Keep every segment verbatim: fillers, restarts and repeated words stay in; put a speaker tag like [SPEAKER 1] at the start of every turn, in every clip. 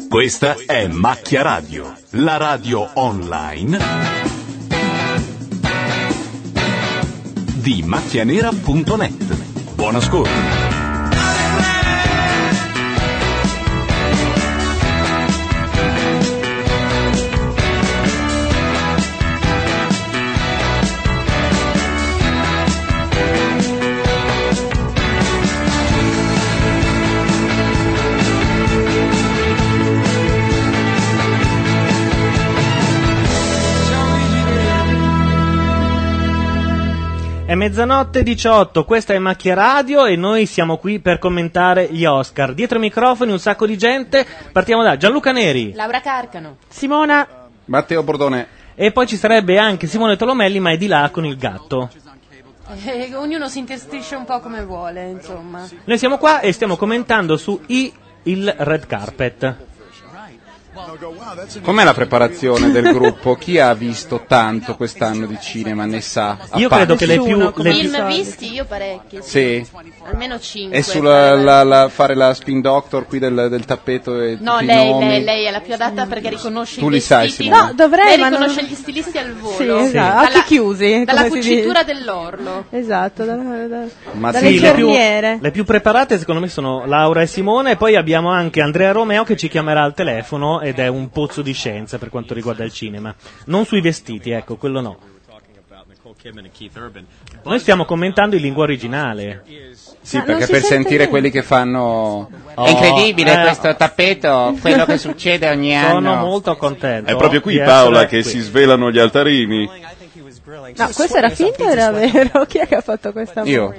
[SPEAKER 1] Questa è Macchia Radio, la radio online di macchianera punto net. Buon ascolto.
[SPEAKER 2] È mezzanotte diciotto, questa è Macchia Radio e noi siamo qui per commentare gli Oscar. Dietro i microfoni un sacco di gente, partiamo da Gianluca Neri,
[SPEAKER 3] Laura Carcano,
[SPEAKER 4] Simona,
[SPEAKER 5] Matteo Bordone.
[SPEAKER 2] E poi ci sarebbe anche Simone Tolomelli, ma è di là con il gatto.
[SPEAKER 3] eh, ognuno si intestisce un po' come vuole, insomma.
[SPEAKER 2] Noi siamo qua e stiamo commentando su I, il red carpet.
[SPEAKER 5] Com'è la preparazione del gruppo? Chi ha visto tanto quest'anno di cinema? Ne sa?
[SPEAKER 2] Io
[SPEAKER 5] parte.
[SPEAKER 2] credo che le più... Le
[SPEAKER 3] Film
[SPEAKER 2] più...
[SPEAKER 3] visti io parecchi.
[SPEAKER 5] Sì.
[SPEAKER 3] Almeno cinque.
[SPEAKER 5] E sulla la, la, fare la spin doctor qui del, del tappeto e
[SPEAKER 3] No,
[SPEAKER 5] tutti
[SPEAKER 3] lei,
[SPEAKER 5] i nomi.
[SPEAKER 3] lei, lei è la più adatta perché riconosce
[SPEAKER 5] Tu
[SPEAKER 3] i
[SPEAKER 5] li sai,
[SPEAKER 3] vestiti.
[SPEAKER 5] Simone?
[SPEAKER 4] No, dovrei,
[SPEAKER 3] lei
[SPEAKER 4] ma
[SPEAKER 3] riconosce
[SPEAKER 4] non...
[SPEAKER 3] gli stilisti al volo.
[SPEAKER 4] Sì, esatto,
[SPEAKER 3] Dalla-
[SPEAKER 4] occhi chiusi.
[SPEAKER 3] Dalla
[SPEAKER 4] come si
[SPEAKER 3] cucitura
[SPEAKER 4] dice.
[SPEAKER 3] dell'orlo.
[SPEAKER 4] Esatto, da, da,
[SPEAKER 5] Ma
[SPEAKER 4] dalle
[SPEAKER 2] Sì, le più,
[SPEAKER 4] cerniere.
[SPEAKER 2] le più preparate secondo me sono Laura e Simone, e poi abbiamo anche Andrea Romeo che ci chiamerà al telefono ed è un pozzo di scienza per quanto riguarda il cinema. Non sui vestiti, ecco, quello no. Noi stiamo commentando in lingua originale.
[SPEAKER 5] Sì,
[SPEAKER 4] Ma non
[SPEAKER 5] perché
[SPEAKER 4] si
[SPEAKER 5] per
[SPEAKER 4] sente
[SPEAKER 5] sentire
[SPEAKER 4] niente.
[SPEAKER 5] quelli che fanno...
[SPEAKER 2] Oh,
[SPEAKER 5] È incredibile
[SPEAKER 2] eh,
[SPEAKER 5] questo tappeto, quello che succede ogni
[SPEAKER 2] Sono
[SPEAKER 5] anno.
[SPEAKER 2] molto contento.
[SPEAKER 1] È proprio qui,
[SPEAKER 2] di
[SPEAKER 1] Paola,
[SPEAKER 2] essere
[SPEAKER 1] che
[SPEAKER 2] qui.
[SPEAKER 1] si svelano gli altarini.
[SPEAKER 4] No, questo era finto o era vero? Chi è che ha fatto questa
[SPEAKER 5] Io.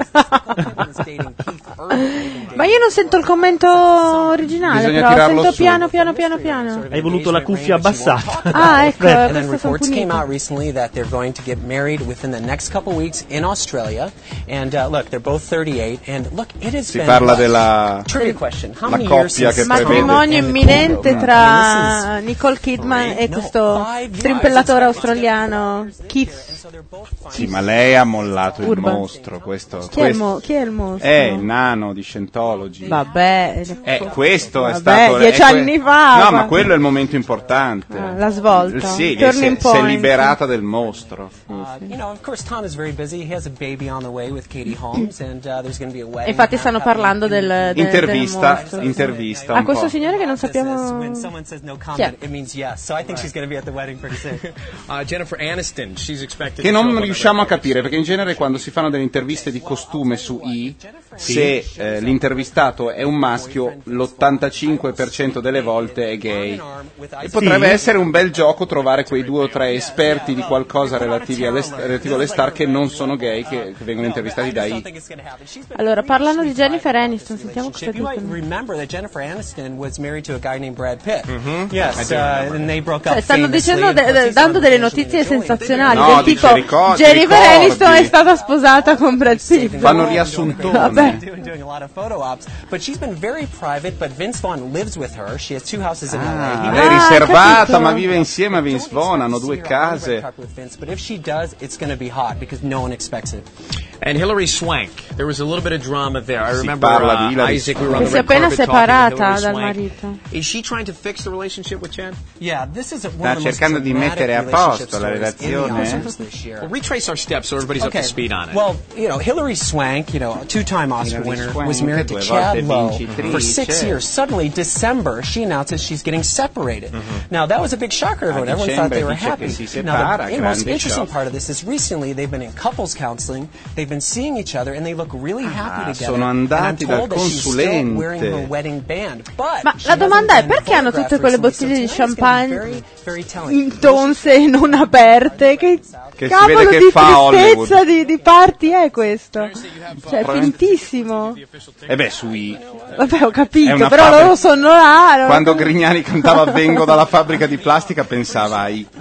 [SPEAKER 4] Ma io non sento il commento originale,
[SPEAKER 5] Bisogna
[SPEAKER 4] però
[SPEAKER 5] tirarlo
[SPEAKER 4] sento
[SPEAKER 5] su.
[SPEAKER 4] piano piano piano piano.
[SPEAKER 2] Hai voluto la cuffia abbassata.
[SPEAKER 4] Ah, ecco,
[SPEAKER 2] Aspetta.
[SPEAKER 4] questo sono
[SPEAKER 6] Reports came
[SPEAKER 4] punito.
[SPEAKER 6] out recently that they're going to get married within the next couple weeks in Australia. And uh, look, they're both thirty-eight. And look, it has
[SPEAKER 5] Si
[SPEAKER 6] been
[SPEAKER 5] parla
[SPEAKER 6] what?
[SPEAKER 5] della
[SPEAKER 6] Trivia question. How
[SPEAKER 5] la
[SPEAKER 6] many years
[SPEAKER 5] coppia
[SPEAKER 6] since
[SPEAKER 5] che prevede-
[SPEAKER 4] Matrimonio
[SPEAKER 6] And
[SPEAKER 4] imminente
[SPEAKER 6] Nicole
[SPEAKER 4] tra
[SPEAKER 6] wrote.
[SPEAKER 4] Nicole Kidman e
[SPEAKER 6] No,
[SPEAKER 4] questo
[SPEAKER 6] five
[SPEAKER 4] strimpellatore
[SPEAKER 6] years.
[SPEAKER 4] australiano Keith.
[SPEAKER 5] Sì, ma lei ha mollato il
[SPEAKER 4] Urban.
[SPEAKER 5] mostro. Questo,
[SPEAKER 4] Chi è il,
[SPEAKER 5] questo-
[SPEAKER 4] mo- chi è il mostro?
[SPEAKER 5] È il nano di Scientology.
[SPEAKER 4] Vabbè,
[SPEAKER 5] Eh, questo è
[SPEAKER 4] Vabbè,
[SPEAKER 5] stato
[SPEAKER 4] dieci
[SPEAKER 5] è
[SPEAKER 4] anni fa,
[SPEAKER 5] No,
[SPEAKER 4] ma-
[SPEAKER 5] ma quello è il momento importante.
[SPEAKER 4] Ah, la svolta.
[SPEAKER 5] Sì, lei
[SPEAKER 4] Turning
[SPEAKER 5] si, è- si è
[SPEAKER 4] point.
[SPEAKER 5] liberata del mostro.
[SPEAKER 6] Uh, you know, of course, Tom is very busy. He has a baby on the way with Katie Holmes, and uh, there's going to be a wedding.
[SPEAKER 4] Infatti stanno parlando del, del
[SPEAKER 5] Intervista,
[SPEAKER 4] del mostro.
[SPEAKER 5] intervista
[SPEAKER 4] Ah,
[SPEAKER 5] un
[SPEAKER 4] questo
[SPEAKER 5] po'.
[SPEAKER 4] signore che non
[SPEAKER 6] This is
[SPEAKER 4] sappiamo
[SPEAKER 6] when someone says no
[SPEAKER 4] Chi è?
[SPEAKER 6] comment, it means yes. So I think she's going to be at the wedding pretty soon.
[SPEAKER 7] Uh, Jennifer Aniston, she's expected
[SPEAKER 5] Che
[SPEAKER 7] to show
[SPEAKER 5] non
[SPEAKER 7] up on
[SPEAKER 5] riusciamo a
[SPEAKER 7] the red
[SPEAKER 5] capire, perché in genere quando si fanno delle interviste di costume su I, se eh, l'intervistato è un maschio, l'ottantacinque per cento delle volte è gay. E potrebbe essere un bel gioco trovare quei due o tre esperti di qualcosa relativi alle, relativo alle star che non sono gay, che, che vengono intervistati da I.
[SPEAKER 4] Allora, parlano di Jennifer Aniston, sentiamo cosa
[SPEAKER 6] You might
[SPEAKER 4] dicono.
[SPEAKER 6] remember that Jennifer Aniston was married to a guy named Brad Pitt. Yes, uh, and they broke up.
[SPEAKER 4] Cioè, stanno
[SPEAKER 6] famously.
[SPEAKER 4] dicendo,
[SPEAKER 6] And of
[SPEAKER 4] de-
[SPEAKER 6] course,
[SPEAKER 4] de-
[SPEAKER 6] he's
[SPEAKER 4] dando
[SPEAKER 6] on
[SPEAKER 4] delle
[SPEAKER 6] vacation
[SPEAKER 4] notizie
[SPEAKER 6] with Julie.
[SPEAKER 4] sensazionali,
[SPEAKER 5] No,
[SPEAKER 4] del
[SPEAKER 5] dice,
[SPEAKER 4] tipo
[SPEAKER 5] ricordi,
[SPEAKER 4] Jennifer
[SPEAKER 5] ricordi.
[SPEAKER 4] Aniston è stata sposata con Brad Pitt.
[SPEAKER 5] Fanno riassuntone.
[SPEAKER 4] Vabbè.
[SPEAKER 6] Doing, doing a lot of photo ops, but she's been very private. But Vince Vaughn lives with her. She has two houses in L A.
[SPEAKER 5] Ah,
[SPEAKER 6] He
[SPEAKER 5] lei è
[SPEAKER 4] Ah,
[SPEAKER 5] riservata,
[SPEAKER 4] capito.
[SPEAKER 5] ma vive insieme a Vince Vaughn, hanno due case.
[SPEAKER 6] But if she does, it's going to be hot because no one expects it.
[SPEAKER 7] And Hilary Swank, there was a little bit of drama there. I
[SPEAKER 5] Si
[SPEAKER 7] remember
[SPEAKER 5] parla
[SPEAKER 7] uh,
[SPEAKER 5] di Hilary
[SPEAKER 7] Isaac, we were on
[SPEAKER 4] Che
[SPEAKER 7] the
[SPEAKER 4] si è
[SPEAKER 7] red
[SPEAKER 4] appena
[SPEAKER 7] carpet talking to
[SPEAKER 4] separata
[SPEAKER 7] Hilary
[SPEAKER 4] dal
[SPEAKER 7] Swank.
[SPEAKER 4] marito.
[SPEAKER 7] Is she trying to fix the relationship with Chen?
[SPEAKER 6] Yeah, this is a, one
[SPEAKER 5] Sta
[SPEAKER 6] of the most
[SPEAKER 5] cercando di
[SPEAKER 6] dramatic
[SPEAKER 5] mettere a
[SPEAKER 6] relationship
[SPEAKER 5] posto la
[SPEAKER 6] stories in the
[SPEAKER 5] relazione, eh?
[SPEAKER 6] Oscars this year.
[SPEAKER 7] Well, retrace our steps so everybody's up to speed on it.
[SPEAKER 6] Well, you know, Hilary Swank, you know, a two-time Oscar
[SPEAKER 5] Hilary
[SPEAKER 6] winner,
[SPEAKER 5] Swank,
[SPEAKER 6] was married to
[SPEAKER 5] due
[SPEAKER 6] Chad
[SPEAKER 5] volte
[SPEAKER 6] Lowe
[SPEAKER 5] vincitrice.
[SPEAKER 6] for six years. Suddenly, December, she announces she's getting separated. Now, that was a big shocker. Everyone,
[SPEAKER 5] A
[SPEAKER 6] everyone thought they were
[SPEAKER 5] dicembre
[SPEAKER 6] happy.
[SPEAKER 5] dice che si
[SPEAKER 6] Now,
[SPEAKER 5] separa,
[SPEAKER 6] the most
[SPEAKER 5] grande
[SPEAKER 6] interesting
[SPEAKER 5] shock.
[SPEAKER 6] part of this is recently they've been in couples counseling. They've been seeing each other, and they look really happy
[SPEAKER 5] Ah,
[SPEAKER 6] together.
[SPEAKER 5] sono
[SPEAKER 6] and I'm
[SPEAKER 5] andati dal
[SPEAKER 6] told that she's still
[SPEAKER 5] consulente.
[SPEAKER 6] wearing her wedding band. But
[SPEAKER 4] Ma
[SPEAKER 6] she
[SPEAKER 4] la
[SPEAKER 6] hasn't
[SPEAKER 4] domanda è
[SPEAKER 6] been
[SPEAKER 4] perché hanno tutte
[SPEAKER 6] photographed
[SPEAKER 4] quelle
[SPEAKER 6] recently,
[SPEAKER 4] bottiglie di
[SPEAKER 6] so tonight's gonna be
[SPEAKER 4] champagne
[SPEAKER 6] very, very telling.
[SPEAKER 4] intonse, non aperte? Che,
[SPEAKER 5] Che si
[SPEAKER 4] cavolo
[SPEAKER 5] vede che
[SPEAKER 4] di
[SPEAKER 5] fa
[SPEAKER 4] tristezza
[SPEAKER 5] Hollywood.
[SPEAKER 4] di, di party è questo? Cioè, fintissimo.
[SPEAKER 5] E beh, su I.
[SPEAKER 4] Vabbè, ho
[SPEAKER 5] È
[SPEAKER 4] capito,
[SPEAKER 5] una
[SPEAKER 4] però
[SPEAKER 5] fabbrica.
[SPEAKER 4] loro sono là. non-
[SPEAKER 5] Quando Grignani cantava Vengo dalla fabbrica di plastica pensava a I.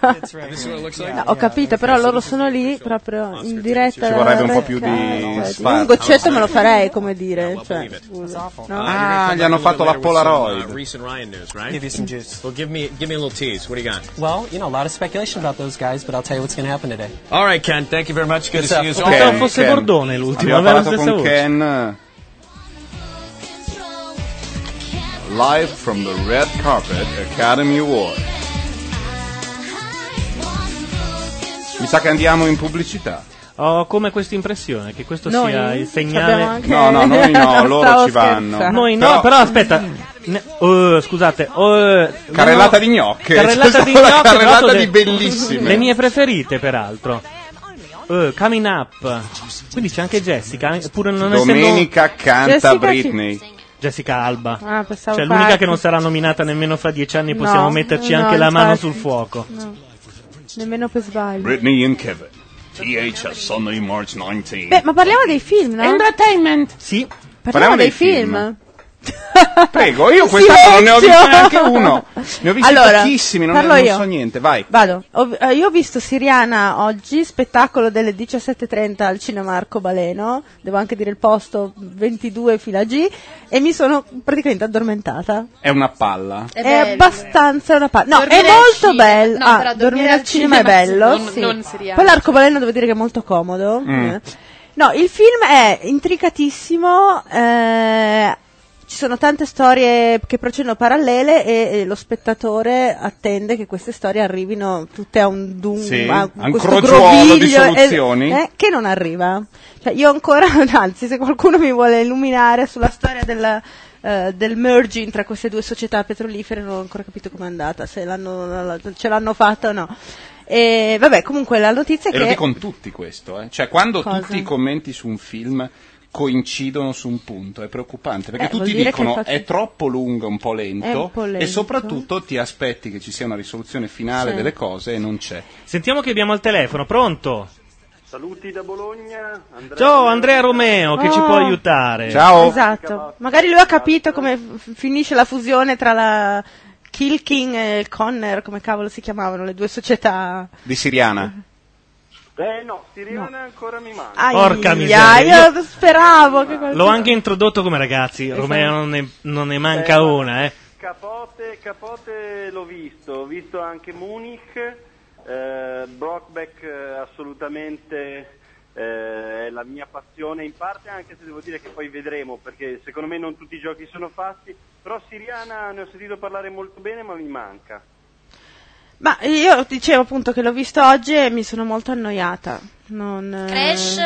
[SPEAKER 4] No, ho capito, però loro sono lì proprio in diretta.
[SPEAKER 5] Ci vorrebbe un po'
[SPEAKER 4] red
[SPEAKER 5] più di
[SPEAKER 4] carpet.
[SPEAKER 5] sfarzo.
[SPEAKER 4] Un goccetto me lo farei, come dire. Cioè, scusa. No?
[SPEAKER 5] Ah, gli hanno fatto la Polaroid.
[SPEAKER 7] Uh, recent Ryan news, right?
[SPEAKER 6] Give you some juice.
[SPEAKER 7] Well, give me give me a little tease. What do you got?
[SPEAKER 6] Well, you know, a lot of speculation about those guys, but I'll tell you what's going to happen today.
[SPEAKER 7] All right, Ken. Thank you very much. Good to see you as
[SPEAKER 6] Ken,
[SPEAKER 7] always.
[SPEAKER 2] Pensavo fosse
[SPEAKER 5] Ken.
[SPEAKER 2] Bordone l'ultimo,
[SPEAKER 5] Abbiamo
[SPEAKER 2] aveva la
[SPEAKER 5] parlato
[SPEAKER 2] stessa
[SPEAKER 5] con
[SPEAKER 2] voce.
[SPEAKER 5] Ken. live from the Red Carpet Academy Award. Mi sa che andiamo in pubblicità.
[SPEAKER 2] Ho come questa impressione che questo
[SPEAKER 4] Noi?
[SPEAKER 2] sia il
[SPEAKER 4] Ci abbiamo
[SPEAKER 2] segnale.
[SPEAKER 4] anche-
[SPEAKER 5] No, no, noi no, loro
[SPEAKER 4] Stavo
[SPEAKER 5] ci vanno.
[SPEAKER 4] scherzando.
[SPEAKER 2] Noi no,
[SPEAKER 5] Però-
[SPEAKER 2] però, aspetta. Ne- oh, scusate, oh,
[SPEAKER 5] Carrellata
[SPEAKER 2] no,
[SPEAKER 5] di gnocche.
[SPEAKER 2] Carrellata
[SPEAKER 5] C'è
[SPEAKER 2] di
[SPEAKER 5] stata una
[SPEAKER 2] gnocche,
[SPEAKER 5] carrellata
[SPEAKER 2] tra l'altro,
[SPEAKER 5] di
[SPEAKER 2] le-
[SPEAKER 5] bellissime.
[SPEAKER 2] Le mie preferite, peraltro. Oh, coming up. Quindi c'è anche Jessica, pure non
[SPEAKER 5] Domenica canta
[SPEAKER 4] Jessica
[SPEAKER 5] Britney.
[SPEAKER 4] chi-
[SPEAKER 2] Jessica Alba.
[SPEAKER 4] Ah, pensavo
[SPEAKER 2] Cioè, l'unica
[SPEAKER 4] Parky.
[SPEAKER 2] che non sarà nominata nemmeno fra dieci anni,
[SPEAKER 4] No,
[SPEAKER 2] possiamo metterci
[SPEAKER 4] no,
[SPEAKER 2] anche la mano
[SPEAKER 4] infatti.
[SPEAKER 2] sul fuoco.
[SPEAKER 4] No. Nemmeno per sbaglio.
[SPEAKER 1] Britney and Kevin. T H S Sunday, March nineteenth.
[SPEAKER 4] Beh, ma parliamo dei film, no?
[SPEAKER 3] Entertainment.
[SPEAKER 2] Sì,
[SPEAKER 4] Parliamo dei,
[SPEAKER 5] dei
[SPEAKER 4] film.
[SPEAKER 5] film. Prego, io quest'anno non ne ho visto
[SPEAKER 4] Silenzio.
[SPEAKER 5] neanche uno. Ne ho visti
[SPEAKER 4] Allora,
[SPEAKER 5] pochissimi, non,
[SPEAKER 4] parlo
[SPEAKER 5] non
[SPEAKER 4] io.
[SPEAKER 5] so niente. Vai.
[SPEAKER 4] Vado. Ho- eh, io ho visto Siriana oggi, spettacolo delle diciassette e trenta al Cinema Arcobaleno, devo anche dire il posto, ventidue fila G, e mi sono praticamente addormentata.
[SPEAKER 5] È una palla.
[SPEAKER 3] È
[SPEAKER 4] È,
[SPEAKER 3] bello.
[SPEAKER 4] abbastanza una pa- No,
[SPEAKER 3] Dormire
[SPEAKER 4] è
[SPEAKER 3] al
[SPEAKER 4] molto
[SPEAKER 3] cinema.
[SPEAKER 4] bello.
[SPEAKER 3] No,
[SPEAKER 4] Ah,
[SPEAKER 3] però
[SPEAKER 4] dormire al cinema, è
[SPEAKER 3] cinema,
[SPEAKER 4] bello.
[SPEAKER 3] non-
[SPEAKER 4] sì.
[SPEAKER 3] non Siriana.
[SPEAKER 4] Poi l'Arcobaleno devo dire che è molto comodo.
[SPEAKER 5] Mm.
[SPEAKER 4] Eh. No, il film è intricatissimo, eh, ci sono tante storie che procedono parallele e, e lo spettatore attende che queste storie arrivino tutte a un, dun-
[SPEAKER 5] Sì,
[SPEAKER 4] a
[SPEAKER 5] a un
[SPEAKER 4] questo
[SPEAKER 5] crogiuolo di
[SPEAKER 4] groviglio, eh,
[SPEAKER 5] soluzioni.
[SPEAKER 4] eh, che non arriva. Cioè, io ancora, anzi, se qualcuno mi vuole illuminare sulla storia della, eh, del merging tra queste due società petrolifere, non ho ancora capito com'è andata, se l'hanno, ce l'hanno fatta o no. E vabbè, comunque la notizia è
[SPEAKER 5] E
[SPEAKER 4] che
[SPEAKER 5] lo dicono tutti questo, eh. Cioè, quando
[SPEAKER 4] Cosa?
[SPEAKER 5] tutti i commenti su un film coincidono su un punto, è preoccupante, perché
[SPEAKER 4] Eh, vuol
[SPEAKER 5] tutti
[SPEAKER 4] dire
[SPEAKER 5] dicono
[SPEAKER 4] che faccio-
[SPEAKER 5] è troppo lungo, un po' lento,
[SPEAKER 4] È un po' lento.
[SPEAKER 5] e soprattutto ti aspetti che ci sia una risoluzione finale
[SPEAKER 4] Sì.
[SPEAKER 5] delle cose e non c'è.
[SPEAKER 2] sentiamo che abbiamo al telefono, pronto?
[SPEAKER 8] Saluti da Bologna. Andrea
[SPEAKER 2] Ciao Andrea Romeo che ci
[SPEAKER 4] Oh.
[SPEAKER 2] può aiutare.
[SPEAKER 5] Ciao.
[SPEAKER 4] esatto, magari lui ha capito come f- finisce la fusione tra la Kilking e il Conner, come cavolo si chiamavano le due società.
[SPEAKER 5] Di Siriana.
[SPEAKER 8] Eh no, Siriana ancora mi manca.
[SPEAKER 4] Ai,
[SPEAKER 2] Porca
[SPEAKER 4] ai,
[SPEAKER 2] miseria,
[SPEAKER 4] io speravo che qualcuno-
[SPEAKER 2] L'ho anche introdotto come ragazzi, Romeo non ne, non ne manca
[SPEAKER 8] Eh,
[SPEAKER 2] una, eh.
[SPEAKER 8] Capote, Capote l'ho visto, ho visto anche Munich, eh, Brokeback eh, assolutamente eh, è la mia passione in parte, anche se devo dire che poi vedremo, perché secondo me non tutti i giochi sono fatti, però Siriana ne ho sentito parlare molto bene, ma mi manca.
[SPEAKER 4] Ma io dicevo appunto che l'ho visto oggi e mi sono molto annoiata. Non, eh,
[SPEAKER 3] Crash?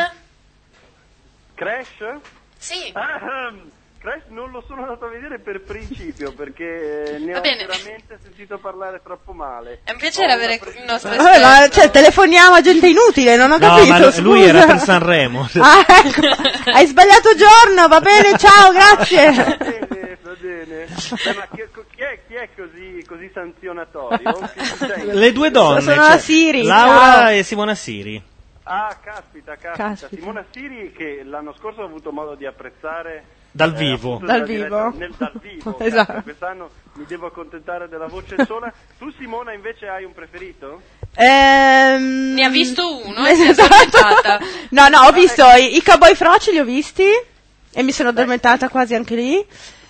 [SPEAKER 8] Crash?
[SPEAKER 3] Sì.
[SPEAKER 8] Ah, Crash non lo sono andato a vedere per principio, perché ne
[SPEAKER 3] Va
[SPEAKER 8] ho
[SPEAKER 3] bene.
[SPEAKER 8] veramente sentito parlare troppo male.
[SPEAKER 3] È un piacere
[SPEAKER 8] Ho
[SPEAKER 3] avere
[SPEAKER 8] una
[SPEAKER 3] il nostro
[SPEAKER 4] Vabbè, ma,
[SPEAKER 3] esperto.
[SPEAKER 4] cioè, telefoniamo a gente inutile, non ho
[SPEAKER 2] No,
[SPEAKER 4] capito.
[SPEAKER 2] ma lui-
[SPEAKER 4] scusa.
[SPEAKER 2] lui era per Sanremo.
[SPEAKER 4] Ah, ecco. Hai sbagliato giorno, va bene, ciao, grazie.
[SPEAKER 8] Va bene, va bene. Beh, ma chi, chi è, chi è così, così sanzionatorio? Che succede?
[SPEAKER 2] Le due donne,
[SPEAKER 4] Sono
[SPEAKER 2] cioè,
[SPEAKER 4] la Siri,
[SPEAKER 2] Laura
[SPEAKER 4] ciao.
[SPEAKER 2] e Simona Siri.
[SPEAKER 8] Ah, caspita, caspita,
[SPEAKER 4] Caspita.
[SPEAKER 8] Simona Siri, che l'anno scorso ho avuto modo di apprezzare
[SPEAKER 2] Dal
[SPEAKER 8] eh,
[SPEAKER 2] vivo.
[SPEAKER 8] appunto
[SPEAKER 4] Dal
[SPEAKER 8] nella
[SPEAKER 4] vivo.
[SPEAKER 8] diretta- nel, dal vivo.
[SPEAKER 4] Esatto.
[SPEAKER 8] Caspita, quest'anno mi devo accontentare della voce sola. Tu, Simona, invece hai un preferito?
[SPEAKER 4] Ehm,
[SPEAKER 3] Ne ha visto uno e si è
[SPEAKER 4] esatto.
[SPEAKER 3] addormentata.
[SPEAKER 4] No, no, ho visto i, i Cowboy Froci, li ho visti e mi sono addormentata quasi anche lì.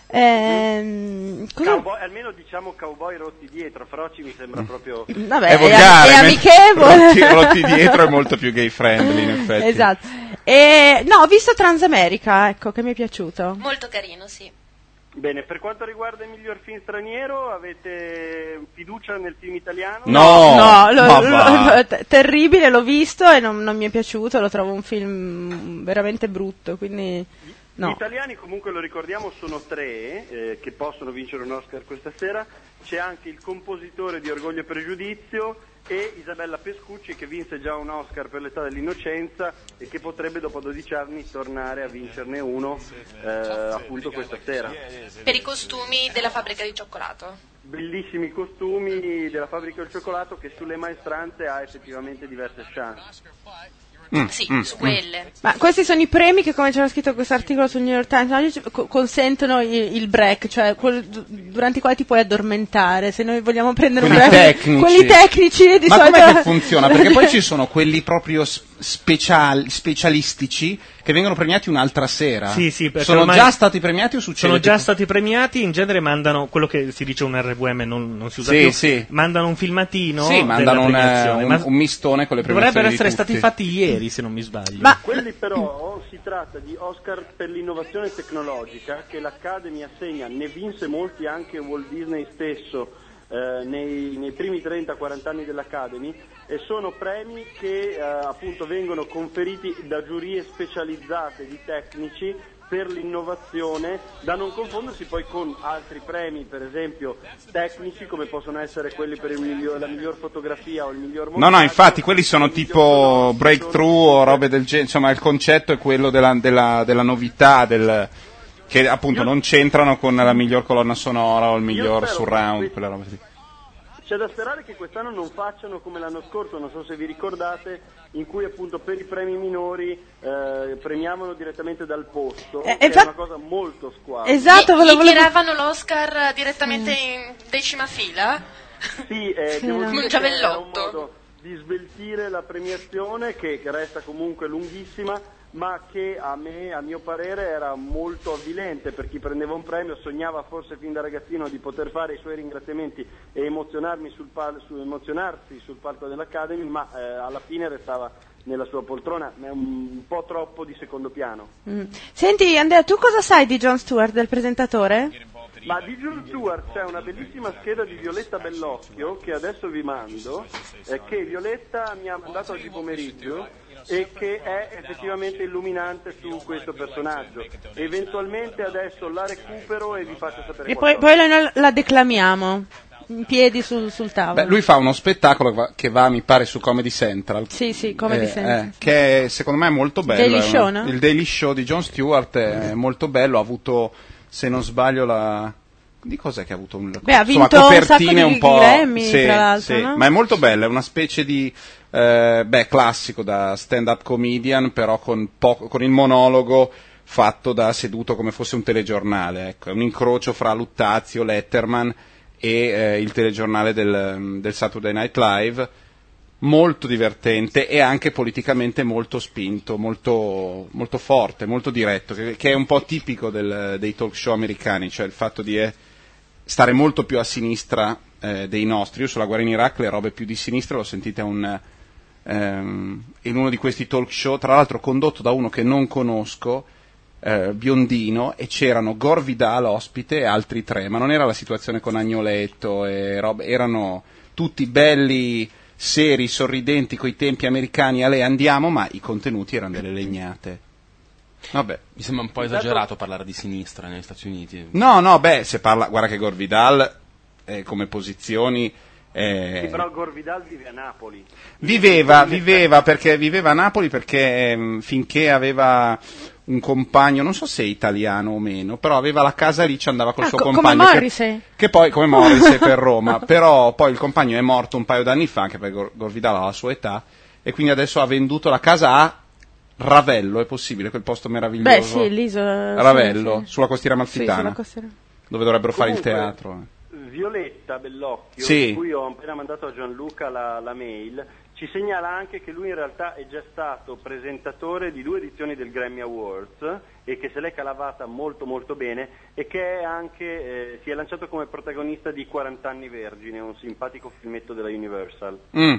[SPEAKER 4] Ehm, cosa-
[SPEAKER 8] Cowboy, almeno diciamo cowboy rotti dietro, Froci mi sembra proprio...
[SPEAKER 4] Vabbè,
[SPEAKER 5] È volgare,
[SPEAKER 4] è,
[SPEAKER 5] me-
[SPEAKER 4] amichevole.
[SPEAKER 5] Rotti, rotti dietro è molto più gay friendly, in effetti.
[SPEAKER 4] Esatto. E, no, ho visto Transamerica, ecco, che mi è piaciuto.
[SPEAKER 3] Molto carino, sì.
[SPEAKER 8] Bene, per quanto riguarda il miglior film straniero, avete fiducia nel film italiano?
[SPEAKER 5] No,
[SPEAKER 4] No, lo-
[SPEAKER 5] ma
[SPEAKER 4] lo-
[SPEAKER 5] va.
[SPEAKER 4] lo- t- terribile, l'ho visto e non, non mi è piaciuto, lo trovo un film veramente brutto, quindi
[SPEAKER 8] Gli
[SPEAKER 4] no.
[SPEAKER 8] italiani, comunque lo ricordiamo, sono tre eh, che possono vincere un Oscar questa sera. C'è anche il compositore di Orgoglio e Pregiudizio e Isabella Pescucci, che vinse già un Oscar per l'età dell'innocenza e che potrebbe dopo dodici anni tornare a vincerne uno eh, appunto questa sera.
[SPEAKER 3] Per i costumi della fabbrica di cioccolato.
[SPEAKER 8] Bellissimi costumi della Fabbrica del Cioccolato, che sulle maestranze ha effettivamente diverse chance.
[SPEAKER 3] Sì,
[SPEAKER 5] mm,
[SPEAKER 3] su quelle.
[SPEAKER 4] Ma questi sono i premi che, come c'era scritto questo articolo sul New York Times oggi, co- consentono il, il break, cioè quel- du- durante i quali ti puoi addormentare. Se noi vogliamo prendere
[SPEAKER 5] Quelli
[SPEAKER 4] un break,
[SPEAKER 5] tecnici.
[SPEAKER 4] quelli tecnici di
[SPEAKER 5] Ma
[SPEAKER 4] solito.
[SPEAKER 5] com'è che funziona? Perché poi ci sono quelli proprio s- special- specialistici che vengono premiati un'altra sera.
[SPEAKER 2] Sì, sì, perché
[SPEAKER 5] sono
[SPEAKER 2] ormai
[SPEAKER 5] già stati premiati o succede?
[SPEAKER 2] Sono già
[SPEAKER 5] tipo-
[SPEAKER 2] stati premiati, in genere mandano quello che si dice un R V M, non, non si usa
[SPEAKER 5] Sì,
[SPEAKER 2] più,
[SPEAKER 5] sì.
[SPEAKER 2] mandano un filmatino
[SPEAKER 5] Sì, mandano
[SPEAKER 2] della
[SPEAKER 5] un,
[SPEAKER 2] premiazione,
[SPEAKER 5] un,
[SPEAKER 2] ma
[SPEAKER 5] un mistone con le premiazioni
[SPEAKER 2] dovrebbero
[SPEAKER 5] di
[SPEAKER 2] essere
[SPEAKER 5] tutti.
[SPEAKER 2] stati fatti ieri. ieri, se non mi sbaglio.
[SPEAKER 4] Ma
[SPEAKER 8] quelli però si tratta di Oscar per l'innovazione tecnologica che l'Academy assegna, ne vinse molti anche Walt Disney stesso eh, nei, nei primi trenta quaranta anni dell'Academy, e sono premi che eh, appunto vengono conferiti da giurie specializzate di tecnici per l'innovazione, da non confondersi poi con altri premi, per esempio tecnici, come possono essere quelli per il miglior, la miglior fotografia o il miglior montaggio.
[SPEAKER 5] No, no, infatti quelli sono tipo breakthrough o robe del genere, insomma il concetto è quello della, della, della novità, del, che appunto non c'entrano con la miglior colonna sonora o il miglior surround, quelle robe lì.
[SPEAKER 8] C'è da sperare che quest'anno non facciano come l'anno scorso, non so se vi ricordate, in cui appunto per i premi minori eh, premiavano direttamente dal posto,
[SPEAKER 4] Eh,
[SPEAKER 8] che
[SPEAKER 4] infa-
[SPEAKER 8] è una cosa molto squadra.
[SPEAKER 4] Esatto,
[SPEAKER 3] Gli,
[SPEAKER 4] volevo-
[SPEAKER 3] gli tiravano l'Oscar direttamente in decima fila?
[SPEAKER 8] Sì, eh,
[SPEAKER 4] Sì,
[SPEAKER 8] devo
[SPEAKER 4] no.
[SPEAKER 8] dire
[SPEAKER 3] Un
[SPEAKER 8] che era un
[SPEAKER 3] giavellotto.
[SPEAKER 8] modo di sveltire la premiazione, che, che resta comunque lunghissima, ma che a me, a mio parere, era molto avvilente per chi prendeva un premio, sognava forse fin da ragazzino di poter fare i suoi ringraziamenti e emozionarmi sul pal- su, emozionarsi sul palco dell'Academy, ma eh, alla fine restava nella sua poltrona, è un, un po' troppo di secondo piano.
[SPEAKER 4] Mm. Senti Andrea, tu cosa sai di Jon Stewart, del presentatore?
[SPEAKER 8] Ma di Jon Stewart c'è una bellissima scheda di Violetta Bellocchio che adesso vi mando, eh, che Violetta mi ha mandato oggi pomeriggio e che è effettivamente illuminante su questo personaggio. Eventualmente adesso la recupero e vi faccio sapere
[SPEAKER 4] E poi,
[SPEAKER 8] qualcosa.
[SPEAKER 4] poi la, la declamiamo in piedi sul, sul tavolo.
[SPEAKER 5] Beh, lui fa uno spettacolo che va, che va, mi pare, su Comedy Central.
[SPEAKER 4] Sì, sì, Comedy
[SPEAKER 5] Eh,
[SPEAKER 4] Central.
[SPEAKER 5] eh, che è, secondo me è molto bello.
[SPEAKER 4] Daily
[SPEAKER 5] è
[SPEAKER 4] Show,
[SPEAKER 5] una-
[SPEAKER 4] no?
[SPEAKER 5] Il Daily Show di Jon Stewart è molto bello, ha avuto, se non sbaglio, la... Di cos'è che ha avuto un...
[SPEAKER 4] Beh, ha
[SPEAKER 5] insomma,
[SPEAKER 4] vinto un
[SPEAKER 5] copertine
[SPEAKER 4] sacco di
[SPEAKER 5] un po'...
[SPEAKER 4] Grammy,
[SPEAKER 5] sì,
[SPEAKER 4] tra l'altro,
[SPEAKER 5] sì,
[SPEAKER 4] no?
[SPEAKER 5] ma è molto bello, è una specie di... eh, beh, classico da stand-up comedian, però con, poco, con il monologo fatto da seduto come fosse un telegiornale, ecco, è un incrocio fra Luttazio, Letterman e eh, il telegiornale del, del Saturday Night Live, molto divertente e anche politicamente molto spinto, molto, molto forte, molto diretto, che, che è un po' tipico del, dei talk show americani, cioè il fatto di eh, stare molto più a sinistra eh, dei nostri. Io sulla guerra in Iraq le robe più di sinistra l'ho sentite un, ehm, in uno di questi talk show, tra l'altro condotto da uno che non conosco, eh, biondino, e c'erano Gore Vidal ospite e altri tre, ma non era la situazione con Agnoletto e robe, erano tutti belli, seri, sorridenti, coi tempi americani, a lei andiamo, ma i contenuti erano delle legnate. Vabbè.
[SPEAKER 9] Mi sembra un po' esagerato parlare di sinistra negli Stati Uniti.
[SPEAKER 5] No, no, beh, se parla, guarda che Gore Vidal eh, come posizioni eh,
[SPEAKER 8] Sì, però Gore Vidal vive a Napoli.
[SPEAKER 5] viveva, viveva perché viveva a Napoli perché ehm, finché aveva un compagno, non so se è italiano o meno, però aveva la casa lì, ci andava col
[SPEAKER 4] Ah,
[SPEAKER 5] suo
[SPEAKER 4] co- come
[SPEAKER 5] compagno che,
[SPEAKER 4] Morrissey.
[SPEAKER 5] che poi come Morrissey per Roma, però poi il compagno è morto un paio d'anni fa, anche perché Gore Gore Vidal ha la sua età, e quindi adesso ha venduto la casa a Ravello, è possibile, quel posto meraviglioso?
[SPEAKER 4] Beh, sì, l'isola.
[SPEAKER 5] Ravello,
[SPEAKER 4] sì, sì.
[SPEAKER 5] sulla costiera
[SPEAKER 4] Sì,
[SPEAKER 5] amalfitana,
[SPEAKER 4] sulla costiera.
[SPEAKER 5] dove dovrebbero fare il
[SPEAKER 8] Comunque,
[SPEAKER 5] teatro.
[SPEAKER 8] Violetta Bellocchio,
[SPEAKER 5] Sì.
[SPEAKER 8] di cui ho appena mandato a Gianluca la, la mail, ci segnala anche che lui in realtà è già stato presentatore di due edizioni del Grammy Awards e che se l'è calavata molto molto bene, e che è anche, eh, si è lanciato come protagonista di quaranta anni Vergine, un simpatico filmetto della Universal.
[SPEAKER 5] Mm.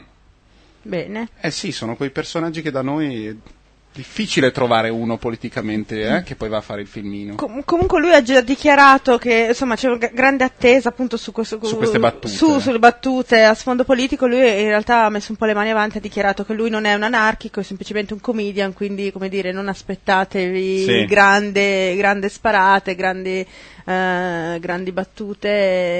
[SPEAKER 4] Bene.
[SPEAKER 5] Eh sì, sono quei personaggi che da noi è difficile trovare uno politicamente eh, che poi va a fare il filmino.
[SPEAKER 4] Com- comunque lui ha già dichiarato che insomma c'è una g- grande attesa appunto su, questo,
[SPEAKER 5] Su queste battute.
[SPEAKER 4] su- sulle battute a sfondo politico. Lui in realtà ha messo un po' le mani avanti, ha dichiarato che lui non è un anarchico, è semplicemente un comedian, quindi come dire non aspettatevi
[SPEAKER 5] Sì.
[SPEAKER 4] grande, grande sparate, grandi, eh, grandi battute,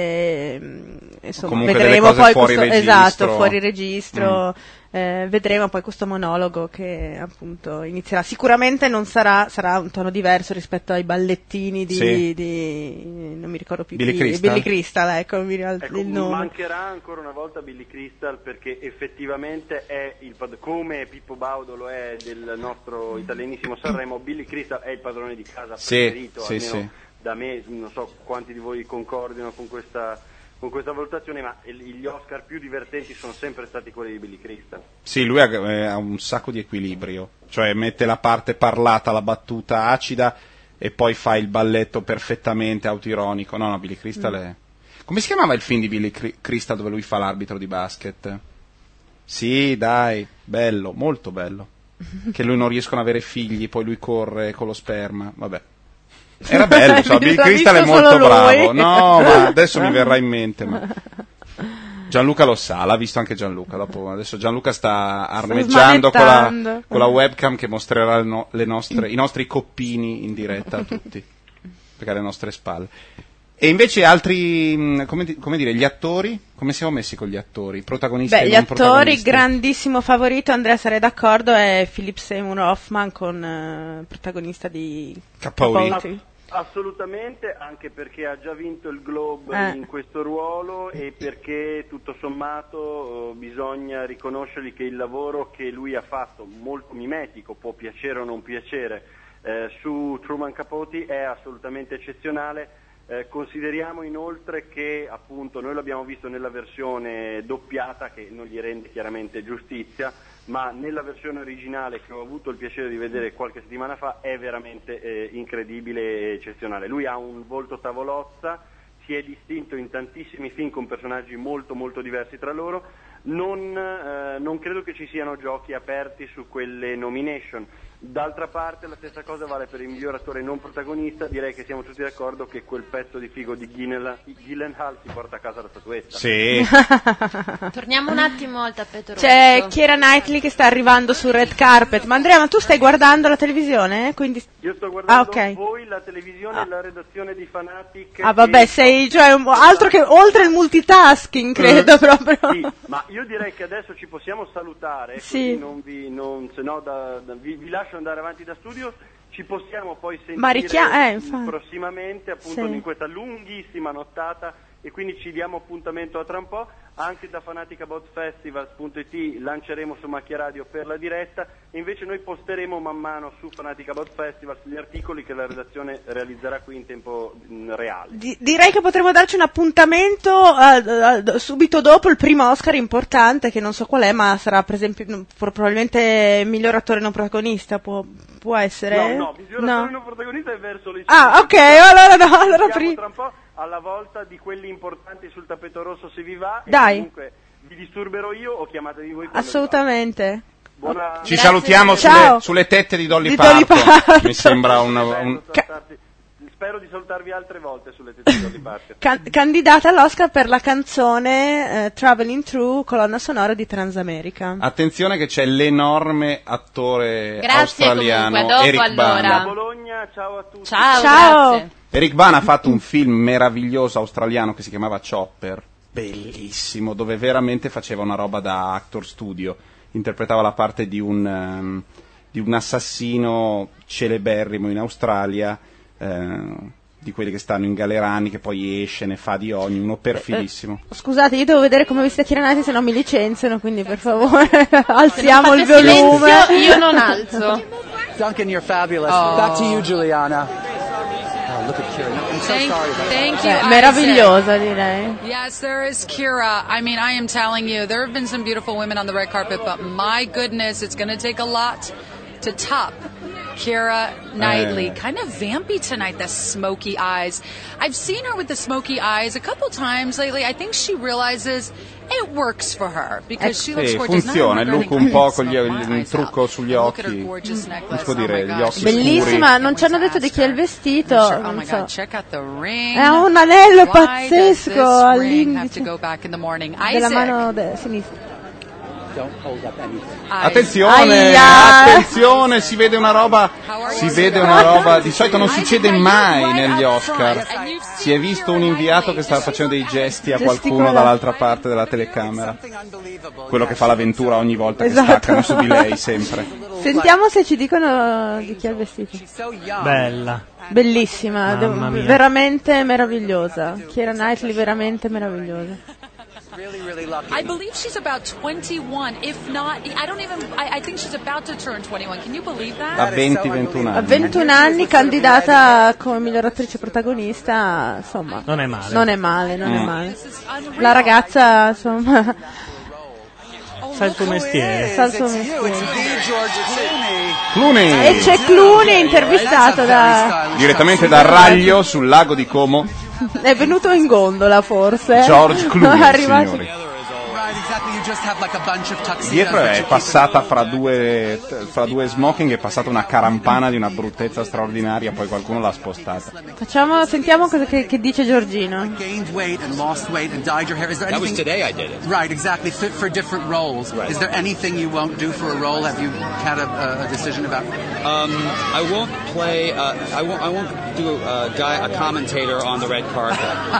[SPEAKER 4] eh, insomma
[SPEAKER 5] Comunque delle
[SPEAKER 4] vedremo
[SPEAKER 5] cose
[SPEAKER 4] poi
[SPEAKER 5] fuori
[SPEAKER 4] questo,
[SPEAKER 5] registro.
[SPEAKER 4] esatto, fuori registro.
[SPEAKER 5] Mm.
[SPEAKER 4] Eh, vedremo poi questo monologo che appunto inizierà. Sicuramente non sarà, sarà un tono diverso rispetto ai ballettini di,
[SPEAKER 5] Sì.
[SPEAKER 4] di non mi ricordo più
[SPEAKER 5] Billy
[SPEAKER 4] chi,
[SPEAKER 5] Crystal?
[SPEAKER 4] Billy Crystal, ecco, non mi ricordo
[SPEAKER 8] Ecco,
[SPEAKER 4] il nome.
[SPEAKER 8] mancherà ancora una volta Billy Crystal perché effettivamente è il pad- come Pippo Baudo lo è del nostro italianissimo Sanremo, Billy Crystal è il padrone di casa
[SPEAKER 5] Sì,
[SPEAKER 8] preferito,
[SPEAKER 5] sì,
[SPEAKER 8] almeno
[SPEAKER 5] sì.
[SPEAKER 8] da me, non so quanti di voi concordino con questa, con questa valutazione, ma il- gli Oscar più divertenti sono sempre stati quelli di Billy Crystal.
[SPEAKER 5] Sì, lui ha, eh, ha un sacco di equilibrio, cioè mette la parte parlata, la battuta acida e poi fa il balletto perfettamente autoironico. No, no, Billy Crystal
[SPEAKER 4] Mm.
[SPEAKER 5] è... Come si chiamava il film di Billy Cri- Crystal dove lui fa l'arbitro di basket? Sì, dai, bello, molto bello. che lui non riescono ad avere figli, poi lui corre con lo sperma, vabbè. Era bello, so, Bill Crystal è molto bravo. No, ma adesso mi verrà in mente, ma Gianluca lo sa, l'ha visto anche Gianluca. Dopo, adesso Gianluca sta armeggiando con la, con la webcam che mostrerà le no, le nostre, i nostri coppini in diretta a tutti, perché alle nostre spalle. E invece altri, come, come dire, gli attori, come siamo messi con gli attori? Protagonisti
[SPEAKER 4] Beh,
[SPEAKER 5] e
[SPEAKER 4] gli
[SPEAKER 5] non
[SPEAKER 4] attori,
[SPEAKER 5] protagonisti?
[SPEAKER 4] grandissimo favorito, Andrea sarei d'accordo, è Philip Seymour Hoffman con eh, protagonista di Capote.
[SPEAKER 8] Assolutamente, anche perché ha già vinto il Globe
[SPEAKER 4] Eh.
[SPEAKER 8] in questo ruolo e perché tutto sommato eh, bisogna riconoscergli che il lavoro che lui ha fatto, molto mimetico, può piacere o non piacere, eh, su Truman Capote è assolutamente eccezionale. Eh, consideriamo inoltre che appunto noi l'abbiamo visto nella versione doppiata, che non gli rende chiaramente giustizia, ma nella versione originale che ho avuto il piacere di vedere qualche settimana fa è veramente eh, incredibile e eccezionale. Lui ha un volto tavolozza, si è distinto in tantissimi film con personaggi molto molto diversi tra loro. Non, eh, non credo che ci siano giochi aperti su quelle nomination. D'altra parte la stessa cosa vale per il miglior attore non protagonista. Direi che siamo tutti d'accordo che quel pezzo di figo di Gyllenhaal si porta a casa la statuetta.
[SPEAKER 5] Sì.
[SPEAKER 3] Torniamo un attimo al tappeto rosso.
[SPEAKER 4] C'è Keira Knightley che sta arrivando sul red carpet. Ma Andrea, ma tu stai guardando la televisione? Quindi...
[SPEAKER 8] Io sto guardando
[SPEAKER 4] ah, okay.
[SPEAKER 8] voi, la televisione e la redazione di Fanatic.
[SPEAKER 4] Ah vabbè, sei cioè, un- altro che oltre il multitasking, credo proprio.
[SPEAKER 8] Sì, ma io direi che adesso ci possiamo salutare,
[SPEAKER 4] Sì.
[SPEAKER 8] così non vi, non, se no da, da- vi, vi lascio andare avanti da studio. Ci possiamo poi sentire
[SPEAKER 4] Ma richia- eh, infatti.
[SPEAKER 8] prossimamente, appunto,
[SPEAKER 4] Sì.
[SPEAKER 8] in questa lunghissima nottata, e quindi ci diamo appuntamento a tra un po'. Anche da fanaticabotfestivals punto it lanceremo su Macchia Radio per la diretta, e invece noi posteremo man mano su Fanaticabot Festivals gli articoli che la redazione realizzerà qui in tempo mh, reale.
[SPEAKER 4] Di- direi che potremmo darci un appuntamento eh, eh, subito dopo il primo Oscar importante, che non so qual è, ma sarà per esempio mm, probabilmente miglior attore non protagonista, può, può essere?
[SPEAKER 8] No, no, miglior
[SPEAKER 4] No.
[SPEAKER 8] attore non protagonista è verso le
[SPEAKER 4] Ah, ok,
[SPEAKER 8] cinque.
[SPEAKER 4] allora no, allora
[SPEAKER 8] Sentiamo
[SPEAKER 4] prima.
[SPEAKER 8] tra un po' alla volta di quelli importanti sul tappeto rosso, se vi va.
[SPEAKER 4] Dai.
[SPEAKER 8] E comunque vi disturberò io o chiamatevi voi quando
[SPEAKER 4] Assolutamente.
[SPEAKER 8] Buona...
[SPEAKER 5] Ci salutiamo
[SPEAKER 4] Ciao.
[SPEAKER 5] sulle, sulle tette di Dolly
[SPEAKER 4] Di
[SPEAKER 5] Parton.
[SPEAKER 4] Dolly Parton.
[SPEAKER 5] Mi sembra un, un-
[SPEAKER 8] Salutarti- Spero di salutarvi altre volte sulle tette di Dolly Parton.
[SPEAKER 4] Can- candidata all'Oscar per la canzone eh, Traveling Through, colonna sonora di Transamerica.
[SPEAKER 5] attenzione che c'è l'enorme attore
[SPEAKER 3] Grazie
[SPEAKER 5] australiano
[SPEAKER 3] comunque, dopo
[SPEAKER 5] Eric
[SPEAKER 3] allora.
[SPEAKER 5] Bana.
[SPEAKER 8] Bologna, ciao a tutti.
[SPEAKER 3] Ciao,
[SPEAKER 4] Ciao.
[SPEAKER 3] grazie.
[SPEAKER 5] Eric Bana ha fatto un film meraviglioso australiano che si chiamava Chopper, bellissimo, dove veramente faceva una roba da actor studio, interpretava la parte di un, ehm, di un assassino celeberrimo in Australia, eh, di quelli che stanno in galerani, che poi esce, ne fa di ogni, uno perfidissimo.
[SPEAKER 4] Scusate, io devo vedere come vi sta Chiranati, se no mi licenziano, quindi per favore alziamo il
[SPEAKER 3] Fate
[SPEAKER 4] volume.
[SPEAKER 3] silenzio, io non alzo.
[SPEAKER 10] Duncan, you're fabulous.
[SPEAKER 3] Oh.
[SPEAKER 10] Back to you, Juliana. Oh, look at Kira. I'm so
[SPEAKER 11] Thank,
[SPEAKER 10] sorry about
[SPEAKER 11] thank
[SPEAKER 10] that.
[SPEAKER 11] you.
[SPEAKER 4] Beh,
[SPEAKER 11] Isaac.
[SPEAKER 4] meravigliosa, direi.
[SPEAKER 11] Yes, there is Kira. I mean, I am telling you, there have been some beautiful women on the red carpet, but my goodness, it's going to take a lot to top Kira Knightley.
[SPEAKER 5] Eh.
[SPEAKER 11] Kind of vampy tonight, the smoky eyes. I've seen her with the smoky eyes a couple times lately. I think she realizes it works for her because she looks
[SPEAKER 5] Sì,
[SPEAKER 11] gorgeous.
[SPEAKER 5] funziona, il
[SPEAKER 11] Not
[SPEAKER 5] look
[SPEAKER 11] only
[SPEAKER 5] un po'
[SPEAKER 11] does
[SPEAKER 5] con gli,
[SPEAKER 11] it smoke my
[SPEAKER 5] il
[SPEAKER 11] eyes
[SPEAKER 5] trucco
[SPEAKER 11] out.
[SPEAKER 5] sugli
[SPEAKER 11] Look at her
[SPEAKER 5] occhi,
[SPEAKER 11] gorgeous
[SPEAKER 5] come
[SPEAKER 11] necklace.
[SPEAKER 5] si può
[SPEAKER 11] Oh
[SPEAKER 5] dire,
[SPEAKER 11] my
[SPEAKER 5] gli
[SPEAKER 11] God.
[SPEAKER 5] occhi
[SPEAKER 4] Bellissima,
[SPEAKER 5] scuri.
[SPEAKER 4] non ci hanno detto di chi è il vestito.
[SPEAKER 11] Sure. Oh
[SPEAKER 4] non
[SPEAKER 11] my
[SPEAKER 4] so.
[SPEAKER 11] God, check out the ring.
[SPEAKER 4] È un anello
[SPEAKER 11] Why does
[SPEAKER 4] pazzesco
[SPEAKER 11] this ring have
[SPEAKER 4] all'indice
[SPEAKER 11] to go back in the morning?
[SPEAKER 4] della
[SPEAKER 11] Isaac.
[SPEAKER 4] mano de- sinistra.
[SPEAKER 10] Don't hold up anything.
[SPEAKER 5] Attenzione,
[SPEAKER 4] Aia.
[SPEAKER 5] attenzione, si vede una roba, si vede una roba, di solito non succede mai negli Oscar. Si è visto un inviato che stava facendo dei gesti a qualcuno dall'altra parte della telecamera. Quello che fa l'avventura ogni volta che
[SPEAKER 4] Esatto.
[SPEAKER 5] staccano su di lei, sempre.
[SPEAKER 4] Sentiamo se ci dicono di chi è il vestito.
[SPEAKER 2] Bella.
[SPEAKER 4] Bellissima,
[SPEAKER 2] Mamma
[SPEAKER 4] devo-
[SPEAKER 2] mia.
[SPEAKER 4] veramente meravigliosa. Keira Knightley veramente meravigliosa.
[SPEAKER 11] I believe she's about twenty-one, if not, I don't even, I, I think she's about to turn twenty-one. Can you believe that?
[SPEAKER 5] Da venti ventuno
[SPEAKER 4] A
[SPEAKER 5] anni.
[SPEAKER 4] ventuno anni, candidata come miglior attrice protagonista, insomma.
[SPEAKER 2] Non è male.
[SPEAKER 4] Non è male, non è
[SPEAKER 5] Mm.
[SPEAKER 4] male. La ragazza, insomma,
[SPEAKER 2] Sa il tuo mestiere.
[SPEAKER 4] sa il suo mestiere.
[SPEAKER 5] Clooney,
[SPEAKER 4] E c'è Clooney intervistato da...
[SPEAKER 5] direttamente da Raglio sul lago di Como,
[SPEAKER 4] È venuto in gondola forse.
[SPEAKER 5] George Clooney,
[SPEAKER 4] È arrivato-
[SPEAKER 5] signori.
[SPEAKER 10] Right, exactly. You
[SPEAKER 12] just have like a bunch of tuxedos.
[SPEAKER 5] Dietro
[SPEAKER 12] that
[SPEAKER 5] è
[SPEAKER 12] you keep
[SPEAKER 5] passata fra due, fra due smoking, è passata una carampana di una bruttezza straordinaria, poi qualcuno l'ha spostata.
[SPEAKER 4] Facciamo, sentiamo cosa che, che dice Giorgino.
[SPEAKER 12] gained weight and lost weight and dyed your hair. Is there
[SPEAKER 13] That was
[SPEAKER 12] anything?
[SPEAKER 13] today I did it.
[SPEAKER 12] Right, exactly. For, for different roles.
[SPEAKER 13] Right.
[SPEAKER 12] Is there anything you won't do for a role? Have you had a, a decision about?
[SPEAKER 13] Um, I won't play. Uh, I won't. I won't do a guy, a commentator on the red carpet.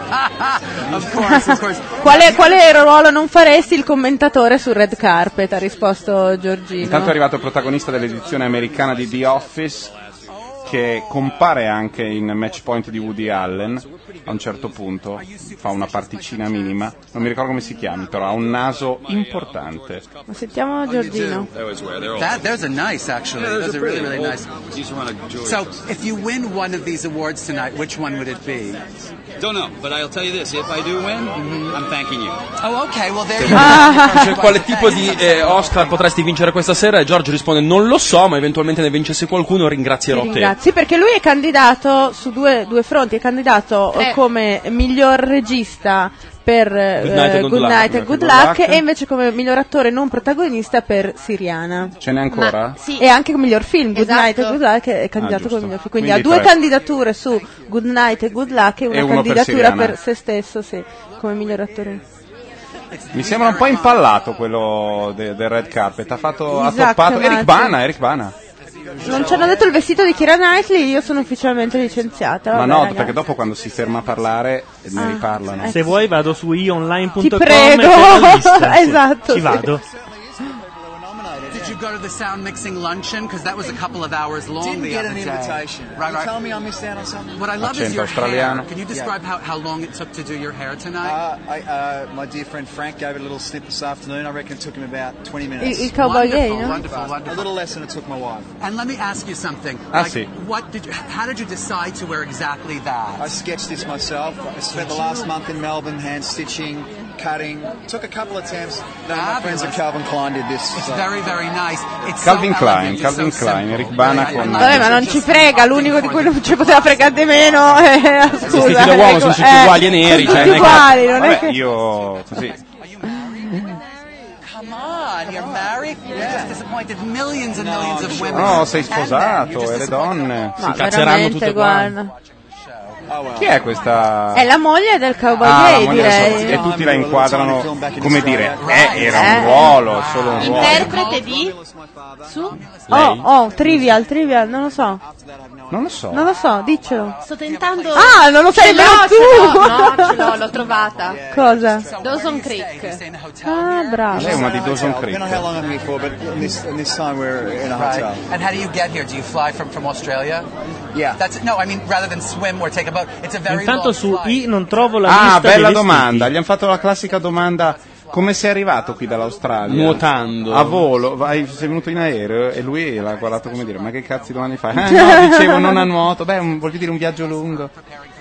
[SPEAKER 12] Of course, of course.
[SPEAKER 4] Quale, quale ruolo non faresti? Il commentatore sul red carpet, ha risposto Giorgino.
[SPEAKER 5] Intanto è arrivato il protagonista dell'edizione americana di The Office, che compare anche in Match Point di Woody Allen a un certo punto, fa una particina minima, non mi ricordo come si chiami, però ha un naso importante.
[SPEAKER 4] Ma sentiamo Giorgino.
[SPEAKER 12] That, those are nice, actually.
[SPEAKER 13] Yeah,
[SPEAKER 12] those,
[SPEAKER 13] those
[SPEAKER 12] are
[SPEAKER 13] are
[SPEAKER 12] really,
[SPEAKER 13] pretty.
[SPEAKER 12] really
[SPEAKER 13] Oh,
[SPEAKER 12] nice.
[SPEAKER 13] these are on a jewelry
[SPEAKER 12] So,
[SPEAKER 13] store.
[SPEAKER 12] if you win one of these awards tonight, which one would it be?
[SPEAKER 13] Don't know, but I'll tell you this: if I do win, I'm thanking you.
[SPEAKER 12] Oh, okay. Well, there you
[SPEAKER 9] Cioè, quale tipo di eh, Oscar potresti vincere questa sera? E Giorgio risponde: non lo so, ma eventualmente ne vincesse qualcuno, ringrazierò te.
[SPEAKER 4] Grazie, perché lui è candidato su due, due fronti, è candidato eh. come miglior regista per eh,
[SPEAKER 5] Good Night and Good
[SPEAKER 4] Good
[SPEAKER 5] Luck.
[SPEAKER 4] Night and Good
[SPEAKER 5] Good
[SPEAKER 4] Luck,
[SPEAKER 5] Luck.
[SPEAKER 4] e invece come miglior attore non protagonista per Siriana.
[SPEAKER 5] Ce n'è ancora?
[SPEAKER 4] Ma, sì. E anche come miglior film, Good
[SPEAKER 3] Esatto.
[SPEAKER 4] Night and Good Luck è candidato
[SPEAKER 5] Ah,
[SPEAKER 4] come miglior film. Quindi,
[SPEAKER 5] Quindi
[SPEAKER 4] ha due
[SPEAKER 5] tre.
[SPEAKER 4] candidature su Good Night and Good Luck e una
[SPEAKER 5] E uno per
[SPEAKER 4] candidatura
[SPEAKER 5] Siriana.
[SPEAKER 4] per, se stesso, sì, come miglior attore.
[SPEAKER 5] Mi sembra un po' impallato quello de- del red carpet, ha fatto, ha
[SPEAKER 4] Isaac
[SPEAKER 5] toppato
[SPEAKER 4] Martin.
[SPEAKER 5] Eric Bana, Eric Bana.
[SPEAKER 4] Non ci hanno detto il vestito di Keira Knightley, io sono ufficialmente licenziata.
[SPEAKER 5] Ma
[SPEAKER 4] vabbè,
[SPEAKER 5] no,
[SPEAKER 4] ragazzi.
[SPEAKER 5] perché dopo quando si ferma a parlare ne
[SPEAKER 4] Ah,
[SPEAKER 5] riparlano.
[SPEAKER 2] Se vuoi vado su ionline punto
[SPEAKER 4] Ti
[SPEAKER 2] com
[SPEAKER 4] prego.
[SPEAKER 2] e c'è la lista.
[SPEAKER 4] Esatto,
[SPEAKER 2] Ci
[SPEAKER 4] sì.
[SPEAKER 2] vado.
[SPEAKER 12] Did you go to the sound mixing luncheon? Because that was a couple of hours long
[SPEAKER 10] Didn't
[SPEAKER 12] the
[SPEAKER 10] get
[SPEAKER 12] other
[SPEAKER 10] an
[SPEAKER 12] day.
[SPEAKER 10] invitation.
[SPEAKER 12] Right,
[SPEAKER 10] You
[SPEAKER 12] right.
[SPEAKER 10] tell me I missed out on something?
[SPEAKER 12] What I love is
[SPEAKER 5] Accento
[SPEAKER 12] your
[SPEAKER 5] australiano.
[SPEAKER 12] hair. Can you describe how, how long it took to do your hair tonight?
[SPEAKER 10] Uh, I, uh, my dear friend Frank gave it a little snip this afternoon. I reckon it took him about twenty minutes.
[SPEAKER 4] Il- il cowboy
[SPEAKER 12] Wonderful,
[SPEAKER 4] gay, no?
[SPEAKER 12] wonderful,
[SPEAKER 10] A
[SPEAKER 12] wonderful.
[SPEAKER 10] little less than it took my wife.
[SPEAKER 12] And let me ask you something.
[SPEAKER 5] Ah,
[SPEAKER 12] like,
[SPEAKER 5] sì.
[SPEAKER 12] What did you? How did you decide to wear exactly
[SPEAKER 10] I
[SPEAKER 12] that?
[SPEAKER 10] sketched this myself. I spent the last month in Melbourne hand stitching, cutting. Took a couple of attempts. No, my friends at Calvin Klein did this.
[SPEAKER 12] It's
[SPEAKER 10] so-
[SPEAKER 12] very, very nice. It's
[SPEAKER 5] Calvin
[SPEAKER 12] so
[SPEAKER 5] Klein,
[SPEAKER 12] elegant,
[SPEAKER 5] Calvin
[SPEAKER 12] it's so
[SPEAKER 5] Klein,
[SPEAKER 12] simple.
[SPEAKER 5] Eric Bana
[SPEAKER 12] Really, I-
[SPEAKER 5] con-
[SPEAKER 12] I like
[SPEAKER 4] Vabbè,
[SPEAKER 12] it.
[SPEAKER 4] ma non
[SPEAKER 12] Just
[SPEAKER 4] ci frega, l'unico di cui non ci poteva fregare di meno è scusa,
[SPEAKER 9] Vestiti da uomo sono tutti
[SPEAKER 4] eh,
[SPEAKER 9] uguali e neri,
[SPEAKER 4] sono
[SPEAKER 9] cioè,
[SPEAKER 4] tutti
[SPEAKER 9] non è che-
[SPEAKER 4] uguali, non è
[SPEAKER 5] Vabbè,
[SPEAKER 4] che...
[SPEAKER 5] io così.
[SPEAKER 12] Come on, you're married? You just disappointed millions and millions of women.
[SPEAKER 5] No, sei
[SPEAKER 12] And men.
[SPEAKER 5] sposato,
[SPEAKER 12] You're just
[SPEAKER 5] e le donne.
[SPEAKER 4] Ma
[SPEAKER 9] incazzeranno
[SPEAKER 4] veramente,
[SPEAKER 9] tutte
[SPEAKER 4] guarda.
[SPEAKER 5] Chi è questa?
[SPEAKER 4] È la moglie del cowboy
[SPEAKER 5] Ah, la
[SPEAKER 4] gay,
[SPEAKER 5] moglie del
[SPEAKER 4] direi.
[SPEAKER 5] cowboy. E tutti la inquadrano come dire, eh, era
[SPEAKER 4] Eh.
[SPEAKER 5] un ruolo, solo un ruolo.
[SPEAKER 3] Interprete di? Su?
[SPEAKER 4] Oh, oh, trivial, trivial, non lo so.
[SPEAKER 5] Non lo so.
[SPEAKER 4] Non lo so, diccelo.
[SPEAKER 3] Sto tentando.
[SPEAKER 4] Ah, non lo sai
[SPEAKER 3] Ce l'ho,
[SPEAKER 4] nemmeno
[SPEAKER 3] ce
[SPEAKER 4] tu!
[SPEAKER 3] l'ho. No, ce l'ho, l'ho trovata.
[SPEAKER 4] Cosa?
[SPEAKER 3] Dawson Creek.
[SPEAKER 4] Ah, bravo.
[SPEAKER 5] Lei è una di Dawson
[SPEAKER 10] I don't know how
[SPEAKER 5] Creek.
[SPEAKER 10] long I'm here for, but in this, in this time we're in a
[SPEAKER 12] Right.
[SPEAKER 10] hotel.
[SPEAKER 12] And how do you get here? Do you fly from, from Australia?
[SPEAKER 10] Yeah.
[SPEAKER 12] That's no. I mean, rather than swim or take a boat, it's a very
[SPEAKER 2] Intanto
[SPEAKER 12] long
[SPEAKER 2] su
[SPEAKER 12] flight.
[SPEAKER 2] I non trovo la
[SPEAKER 5] Ah,
[SPEAKER 2] lista dei
[SPEAKER 5] bella
[SPEAKER 2] vestiti.
[SPEAKER 5] domanda. Gli hanno fatto la classica domanda: come sei arrivato qui dall'Australia?
[SPEAKER 9] Nuotando.
[SPEAKER 5] A volo, vai, sei venuto in aereo e lui l'ha guardato come dire: ma che cazzo di domande fai? Eh, no, dicevo non a nuoto. Beh, un, vuol dire un viaggio lungo.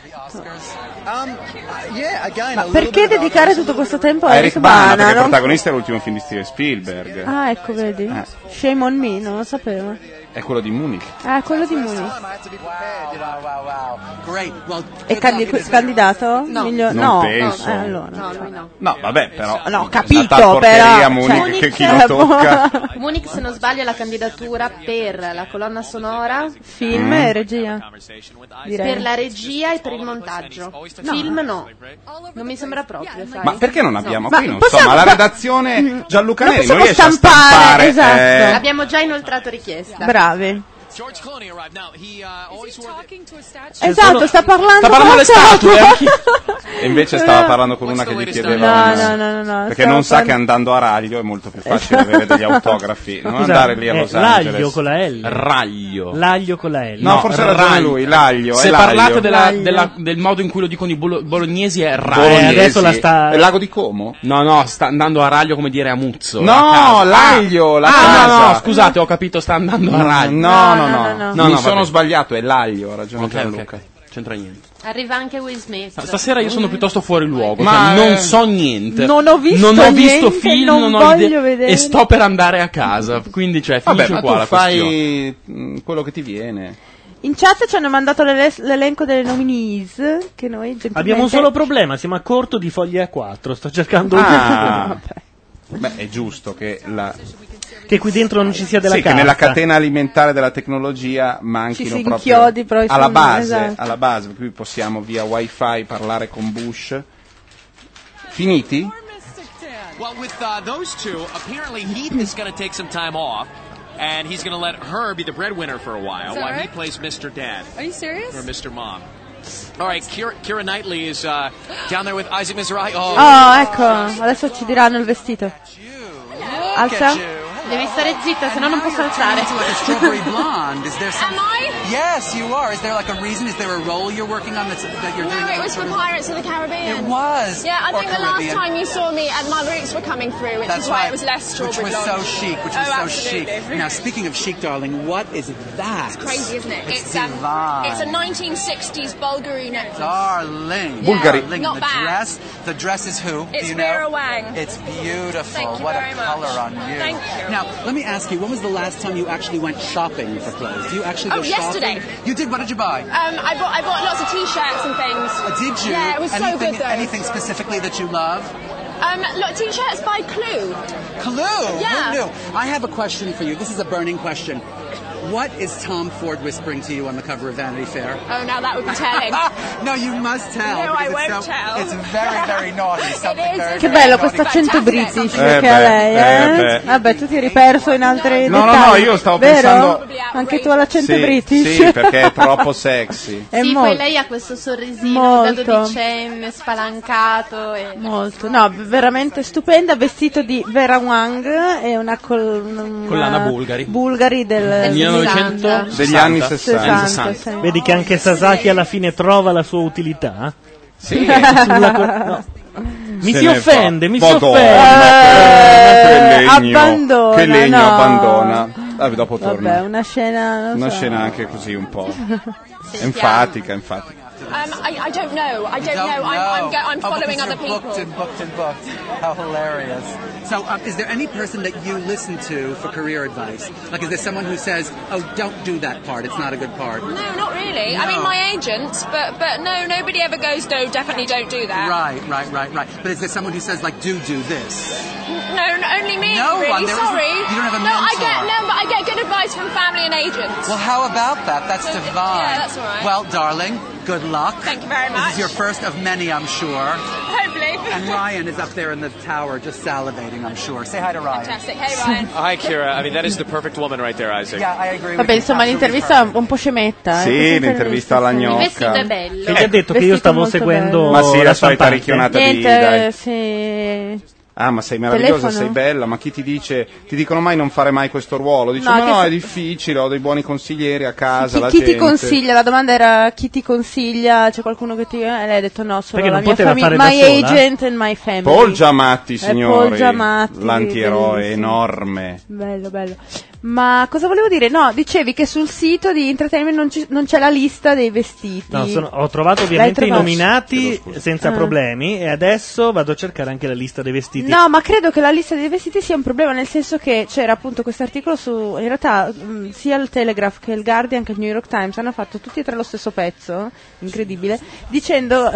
[SPEAKER 10] Um, yeah, again,
[SPEAKER 4] Ma
[SPEAKER 10] a little
[SPEAKER 4] perché
[SPEAKER 10] bit of
[SPEAKER 4] dedicare tutto questo tempo a
[SPEAKER 5] Eric
[SPEAKER 4] Eric
[SPEAKER 5] Bana,
[SPEAKER 4] Bana?
[SPEAKER 5] perché il
[SPEAKER 4] no?
[SPEAKER 5] protagonista è l'ultimo film di Steven Spielberg.
[SPEAKER 4] Ah, ecco, vedi.
[SPEAKER 5] Eh.
[SPEAKER 4] Shame on me, non lo sapevo.
[SPEAKER 5] È quello di Munich.
[SPEAKER 4] Ah, quello di Munich.
[SPEAKER 12] Wow, wow, wow, wow. Great. Well,
[SPEAKER 4] È candi- candidato?
[SPEAKER 3] No.
[SPEAKER 4] Miglior-
[SPEAKER 5] Non
[SPEAKER 4] no.
[SPEAKER 5] penso.
[SPEAKER 4] Eh, allora.
[SPEAKER 3] No, lui no.
[SPEAKER 5] No, vabbè, però.
[SPEAKER 4] No, ho
[SPEAKER 5] una
[SPEAKER 4] capito,
[SPEAKER 5] tal porcheria
[SPEAKER 4] però,
[SPEAKER 5] a Munich
[SPEAKER 4] cioè,
[SPEAKER 5] che chi lo tocca.
[SPEAKER 3] Munich, se non sbaglio, è la candidatura per la colonna sonora,
[SPEAKER 4] Film
[SPEAKER 5] Mm.
[SPEAKER 4] e regia. Direi.
[SPEAKER 3] per la regia e per il montaggio. Film no. Non mi sembra proprio, sai.
[SPEAKER 5] Ma perché non abbiamo
[SPEAKER 4] Ma
[SPEAKER 5] qui? Non
[SPEAKER 4] possiamo-
[SPEAKER 5] so, ma la
[SPEAKER 4] ma-
[SPEAKER 5] redazione Gianluca
[SPEAKER 4] Non
[SPEAKER 5] Neri non
[SPEAKER 4] possiamo
[SPEAKER 5] riesce a
[SPEAKER 4] stampare,
[SPEAKER 5] stampare.
[SPEAKER 4] esatto.
[SPEAKER 5] eh,
[SPEAKER 3] Abbiamo già inoltrato richiesta.
[SPEAKER 4] Bravi.
[SPEAKER 7] George Clooney arrived. Now, he uh, always wore the...
[SPEAKER 4] Esatto, sta parlando
[SPEAKER 9] Sta parlando
[SPEAKER 4] con
[SPEAKER 9] alle statue,
[SPEAKER 4] la
[SPEAKER 9] anche-
[SPEAKER 5] E invece stava parlando con una che gli chiedeva
[SPEAKER 4] No,
[SPEAKER 5] un-
[SPEAKER 4] no, no, no, no,
[SPEAKER 5] perché
[SPEAKER 4] stavo
[SPEAKER 5] non sa
[SPEAKER 4] parlando-
[SPEAKER 5] che andando a Raglio è molto più facile avere degli autografi, non
[SPEAKER 2] Scusa,
[SPEAKER 5] andare lì a
[SPEAKER 2] è
[SPEAKER 5] Los
[SPEAKER 2] l'aglio
[SPEAKER 5] Angeles.
[SPEAKER 2] con la L.
[SPEAKER 9] Raglio.
[SPEAKER 2] L'aglio con la L.
[SPEAKER 5] No, forse ha ragione
[SPEAKER 9] raglio.
[SPEAKER 5] lui, l'aglio,
[SPEAKER 9] Se
[SPEAKER 5] è l'aglio.
[SPEAKER 9] parlate della-
[SPEAKER 4] L'aglio.
[SPEAKER 9] della- del modo in cui lo dicono i bolo- bolognesi è raglio.
[SPEAKER 5] Bolognesi.
[SPEAKER 2] Eh, adesso la sta-
[SPEAKER 5] È il lago di Como?
[SPEAKER 9] No, no, sta andando a raglio come dire a Muzzo.
[SPEAKER 5] No,
[SPEAKER 9] a casa.
[SPEAKER 5] l'aglio, la
[SPEAKER 9] ah,
[SPEAKER 5] casa.
[SPEAKER 9] no, no, scusate, ho capito, sta andando a raglio.
[SPEAKER 5] No, no, no,
[SPEAKER 4] no, no,
[SPEAKER 5] no,
[SPEAKER 9] no.
[SPEAKER 5] mi
[SPEAKER 9] No,
[SPEAKER 5] sono
[SPEAKER 9] vabbè.
[SPEAKER 5] sbagliato, è l'aglio, ha ragione
[SPEAKER 9] Ok,
[SPEAKER 5] Gianluca.
[SPEAKER 9] ok, c'entra niente.
[SPEAKER 3] Arriva anche Will Smith.
[SPEAKER 9] Stasera io sono piuttosto fuori luogo,
[SPEAKER 5] Ma,
[SPEAKER 9] cioè, non
[SPEAKER 5] eh,
[SPEAKER 9] so niente.
[SPEAKER 4] Non ho visto
[SPEAKER 9] Non ho visto
[SPEAKER 4] niente,
[SPEAKER 9] film,
[SPEAKER 4] non
[SPEAKER 9] non, ho
[SPEAKER 4] voglio
[SPEAKER 9] idea
[SPEAKER 4] vedere.
[SPEAKER 9] e sto per andare a casa, quindi cioè
[SPEAKER 5] Vabbè,
[SPEAKER 9] finisce
[SPEAKER 5] ma
[SPEAKER 9] qua
[SPEAKER 5] tu
[SPEAKER 9] la questione.
[SPEAKER 5] fai mh, quello che ti viene.
[SPEAKER 4] In chat ci hanno mandato l'ele- l'elenco delle nominees che noi gentilmente...
[SPEAKER 2] Abbiamo un solo problema, siamo a corto di foglie A quattro. Sto cercando
[SPEAKER 5] Ah. Beh, è giusto che la
[SPEAKER 2] che qui dentro non ci sia della
[SPEAKER 5] sì,
[SPEAKER 2] carta.
[SPEAKER 5] che nella catena alimentare della tecnologia manchino
[SPEAKER 4] Ci si
[SPEAKER 5] proprio
[SPEAKER 4] inchiodi, però,
[SPEAKER 5] alla
[SPEAKER 4] insomma,
[SPEAKER 5] base,
[SPEAKER 4] esatto.
[SPEAKER 5] alla base, qui possiamo via wifi parlare con Bush. Finiti?
[SPEAKER 7] Well, with uh, those two, apparently Heath is going to take some time off, and he's going to let her be the breadwinner for a while
[SPEAKER 11] Is that
[SPEAKER 7] while he
[SPEAKER 11] right?
[SPEAKER 7] plays Mister Dad.
[SPEAKER 11] Are you serious?
[SPEAKER 7] Or Mister Mom. All right, Keira, Keira Knightley is uh, down there with Isaac Mizrahi. Oh,
[SPEAKER 4] Oh, ecco, adesso ci diranno il vestito. Alza.
[SPEAKER 3] Devi stare zitta, se no non posso alzare.
[SPEAKER 12] Into like a strawberry blonde. Is there some?
[SPEAKER 11] Am I?
[SPEAKER 12] Yes, you are. Is there like a reason? Is there a role you're working on that's, that you're
[SPEAKER 14] No,
[SPEAKER 12] doing?
[SPEAKER 14] it was for Pirates of the Caribbean.
[SPEAKER 12] It was.
[SPEAKER 14] Yeah, I
[SPEAKER 12] Or
[SPEAKER 14] think the last
[SPEAKER 12] Caribbean.
[SPEAKER 14] time you saw me, and my roots were coming through, which
[SPEAKER 12] That's
[SPEAKER 14] is why
[SPEAKER 12] right.
[SPEAKER 14] it was less strawberry
[SPEAKER 12] Which was so
[SPEAKER 14] blonde.
[SPEAKER 12] chic. Which was
[SPEAKER 14] oh,
[SPEAKER 12] so chic.
[SPEAKER 14] absolutely.
[SPEAKER 12] Now, speaking of chic, darling, what is that?
[SPEAKER 14] It's crazy, isn't it?
[SPEAKER 12] It's,
[SPEAKER 14] It's, um,
[SPEAKER 12] divine.
[SPEAKER 14] it's a nineteen sixties Bulgari necklace.
[SPEAKER 12] Darling.
[SPEAKER 5] Bulgari.
[SPEAKER 12] Darling.
[SPEAKER 14] Not
[SPEAKER 12] the
[SPEAKER 14] bad.
[SPEAKER 12] dress. The dress is who?
[SPEAKER 14] It's
[SPEAKER 12] Do you know?
[SPEAKER 14] Vera Wang.
[SPEAKER 12] It's beautiful.
[SPEAKER 14] Thank you
[SPEAKER 12] what
[SPEAKER 14] very
[SPEAKER 12] a
[SPEAKER 14] much.
[SPEAKER 12] color on you.
[SPEAKER 14] Thank you.
[SPEAKER 12] Now, let me ask you, when was the last time you actually went shopping for clothes? Do you actually go
[SPEAKER 14] Oh, yesterday.
[SPEAKER 12] shopping? You did? What did you buy?
[SPEAKER 14] Um, I bought I bought lots of T-shirts and things.
[SPEAKER 12] Uh, did you?
[SPEAKER 14] Yeah, it was
[SPEAKER 12] anything,
[SPEAKER 14] so good though.
[SPEAKER 12] Anything specifically that you love?
[SPEAKER 14] Um, look, T-shirts by Clue.
[SPEAKER 12] Clue?
[SPEAKER 14] Yeah.
[SPEAKER 12] Who knew? I have a question for you. This is a burning question. What is Tom Ford whispering to you on the cover of Vanity Fair?
[SPEAKER 14] Oh, now that would be telling.
[SPEAKER 12] No, you must tell.
[SPEAKER 14] No, I
[SPEAKER 12] because
[SPEAKER 14] won't
[SPEAKER 12] it's so,
[SPEAKER 14] tell.
[SPEAKER 12] It's very, very naughty. Something
[SPEAKER 14] It is.
[SPEAKER 12] very,
[SPEAKER 4] Che
[SPEAKER 12] very
[SPEAKER 4] bello
[SPEAKER 12] naughty.
[SPEAKER 4] questo accento british
[SPEAKER 5] Eh
[SPEAKER 4] che ha
[SPEAKER 5] beh,
[SPEAKER 4] lei,
[SPEAKER 5] eh
[SPEAKER 4] eh?
[SPEAKER 5] beh.
[SPEAKER 4] Vabbè, tu ti eri perso in altri
[SPEAKER 5] No, no,
[SPEAKER 4] dettagli.
[SPEAKER 5] no, io stavo
[SPEAKER 4] Vero?
[SPEAKER 5] pensando-
[SPEAKER 4] Anche tu all'accento
[SPEAKER 5] Sì,
[SPEAKER 4] british?
[SPEAKER 5] sì, perché è troppo sexy.
[SPEAKER 4] È
[SPEAKER 3] sì,
[SPEAKER 4] molto,
[SPEAKER 3] poi lei ha questo sorrisino
[SPEAKER 4] Molto.
[SPEAKER 3] da dodicenne, spalancato. E...
[SPEAKER 4] molto, no, veramente stupenda, vestito di Vera Wang e una, col, una
[SPEAKER 9] Collana Bulgari.
[SPEAKER 4] Bulgari del,
[SPEAKER 3] Del
[SPEAKER 2] millenovecento
[SPEAKER 5] Degli anni sessanta.
[SPEAKER 4] sessanta, sì.
[SPEAKER 2] Vedi che anche Sasaki alla fine trova la sua utilità?
[SPEAKER 5] Sì.
[SPEAKER 2] Sulla co- no. Mi
[SPEAKER 5] Se
[SPEAKER 2] si
[SPEAKER 5] ne
[SPEAKER 2] offende,
[SPEAKER 5] fa.
[SPEAKER 2] mi si
[SPEAKER 5] Madonna,
[SPEAKER 4] Eh,
[SPEAKER 5] che legno,
[SPEAKER 4] abbandona,
[SPEAKER 5] che legno
[SPEAKER 4] no.
[SPEAKER 5] abbandona. Vabbè, dopo torna.
[SPEAKER 4] Vabbè, una scena, non
[SPEAKER 5] Una
[SPEAKER 4] so.
[SPEAKER 5] scena anche così un po' enfatica, enfatica.
[SPEAKER 14] Um, I, I don't know. I don't,
[SPEAKER 12] Don't
[SPEAKER 14] know. I'm, I'm, go- I'm
[SPEAKER 12] Oh,
[SPEAKER 14] following
[SPEAKER 12] because
[SPEAKER 14] other
[SPEAKER 12] you're
[SPEAKER 14] people.
[SPEAKER 12] booked and booked and booked. How hilarious. So, um, is there any person that you listen to for career advice? Like, is there someone who says, oh, don't do that part, it's not a good part?
[SPEAKER 14] No, not really. I
[SPEAKER 12] No.
[SPEAKER 14] mean, my agent, but but no, nobody ever goes. No, definitely don't do that.
[SPEAKER 12] Right, right, right, right. But is there someone who says, like, do do this?
[SPEAKER 14] No, no, only me.
[SPEAKER 12] No
[SPEAKER 14] really.
[SPEAKER 12] one. There isn't-
[SPEAKER 14] Sorry.
[SPEAKER 12] you don't have a
[SPEAKER 14] no, I
[SPEAKER 12] mentor.
[SPEAKER 14] get no, but I get good advice from family and agents.
[SPEAKER 12] Well, how about that? That's
[SPEAKER 14] So,
[SPEAKER 12] divine.
[SPEAKER 14] yeah, that's all right.
[SPEAKER 12] Well, darling, good luck.
[SPEAKER 14] Thank you very
[SPEAKER 12] This
[SPEAKER 14] much.
[SPEAKER 12] is your first of many, I'm sure.
[SPEAKER 14] Hopefully.
[SPEAKER 12] And Ryan is up there in the tower just salivating, I'm sure. Say hi to Ryan.
[SPEAKER 14] Fantastic. Hey, Ryan.
[SPEAKER 7] Hi, Kira. I mean, that is the perfect woman right there, Isaac.
[SPEAKER 12] Yeah, I agree with
[SPEAKER 4] Vabbè,
[SPEAKER 12] you.
[SPEAKER 4] insomma,
[SPEAKER 12] Absolutely
[SPEAKER 4] l'intervista è un po' scemetta. eh,
[SPEAKER 5] Sì,
[SPEAKER 4] questa
[SPEAKER 5] l'intervista alla
[SPEAKER 4] sì.
[SPEAKER 3] Il
[SPEAKER 5] gnocca.
[SPEAKER 3] vestito è bello.
[SPEAKER 2] Che gli ha detto che io
[SPEAKER 4] Vestito
[SPEAKER 2] stavo
[SPEAKER 4] molto
[SPEAKER 2] seguendo
[SPEAKER 4] bello.
[SPEAKER 5] Ma sì, la solita
[SPEAKER 2] stampante.
[SPEAKER 5] ricchionata di
[SPEAKER 4] Niente,
[SPEAKER 5] dai.
[SPEAKER 4] sì.
[SPEAKER 5] Ah, ma sei meravigliosa,
[SPEAKER 4] Telefono?
[SPEAKER 5] sei bella, ma chi ti dice, ti dicono mai non fare mai questo ruolo? Dici,
[SPEAKER 4] No,
[SPEAKER 5] no,
[SPEAKER 4] che
[SPEAKER 5] no,
[SPEAKER 4] fa-
[SPEAKER 5] è difficile, ho dei buoni consiglieri a casa,
[SPEAKER 4] Chi,
[SPEAKER 5] la
[SPEAKER 4] chi
[SPEAKER 5] gente.
[SPEAKER 4] ti consiglia? La domanda era chi ti consiglia? C'è qualcuno che ti... E lei ha detto no, solo
[SPEAKER 2] Perché
[SPEAKER 4] la
[SPEAKER 2] non
[SPEAKER 4] mia
[SPEAKER 2] poteva
[SPEAKER 4] famiglia.
[SPEAKER 2] fare da
[SPEAKER 4] My
[SPEAKER 2] sola?
[SPEAKER 4] agent and my family.
[SPEAKER 5] Paul Giamatti,
[SPEAKER 4] Eh,
[SPEAKER 5] signori,
[SPEAKER 4] Paul Giamatti,
[SPEAKER 5] l'antieroe
[SPEAKER 4] bellissimo.
[SPEAKER 5] enorme.
[SPEAKER 4] Bello, bello. Ma cosa volevo dire? No, dicevi che sul sito di Entertainment non, ci- non c'è la lista dei vestiti.
[SPEAKER 2] No, sono- ho trovato ovviamente i
[SPEAKER 4] L'hai trovato?
[SPEAKER 2] nominati senza
[SPEAKER 4] Ah.
[SPEAKER 2] problemi e adesso vado a cercare anche la lista dei vestiti.
[SPEAKER 4] No, ma credo che la lista dei vestiti sia un problema, nel senso che c'era appunto questo articolo su, in realtà mh, sia il Telegraph che il Guardian che il New York Times hanno fatto tutti e tre lo stesso pezzo, incredibile, dicendo,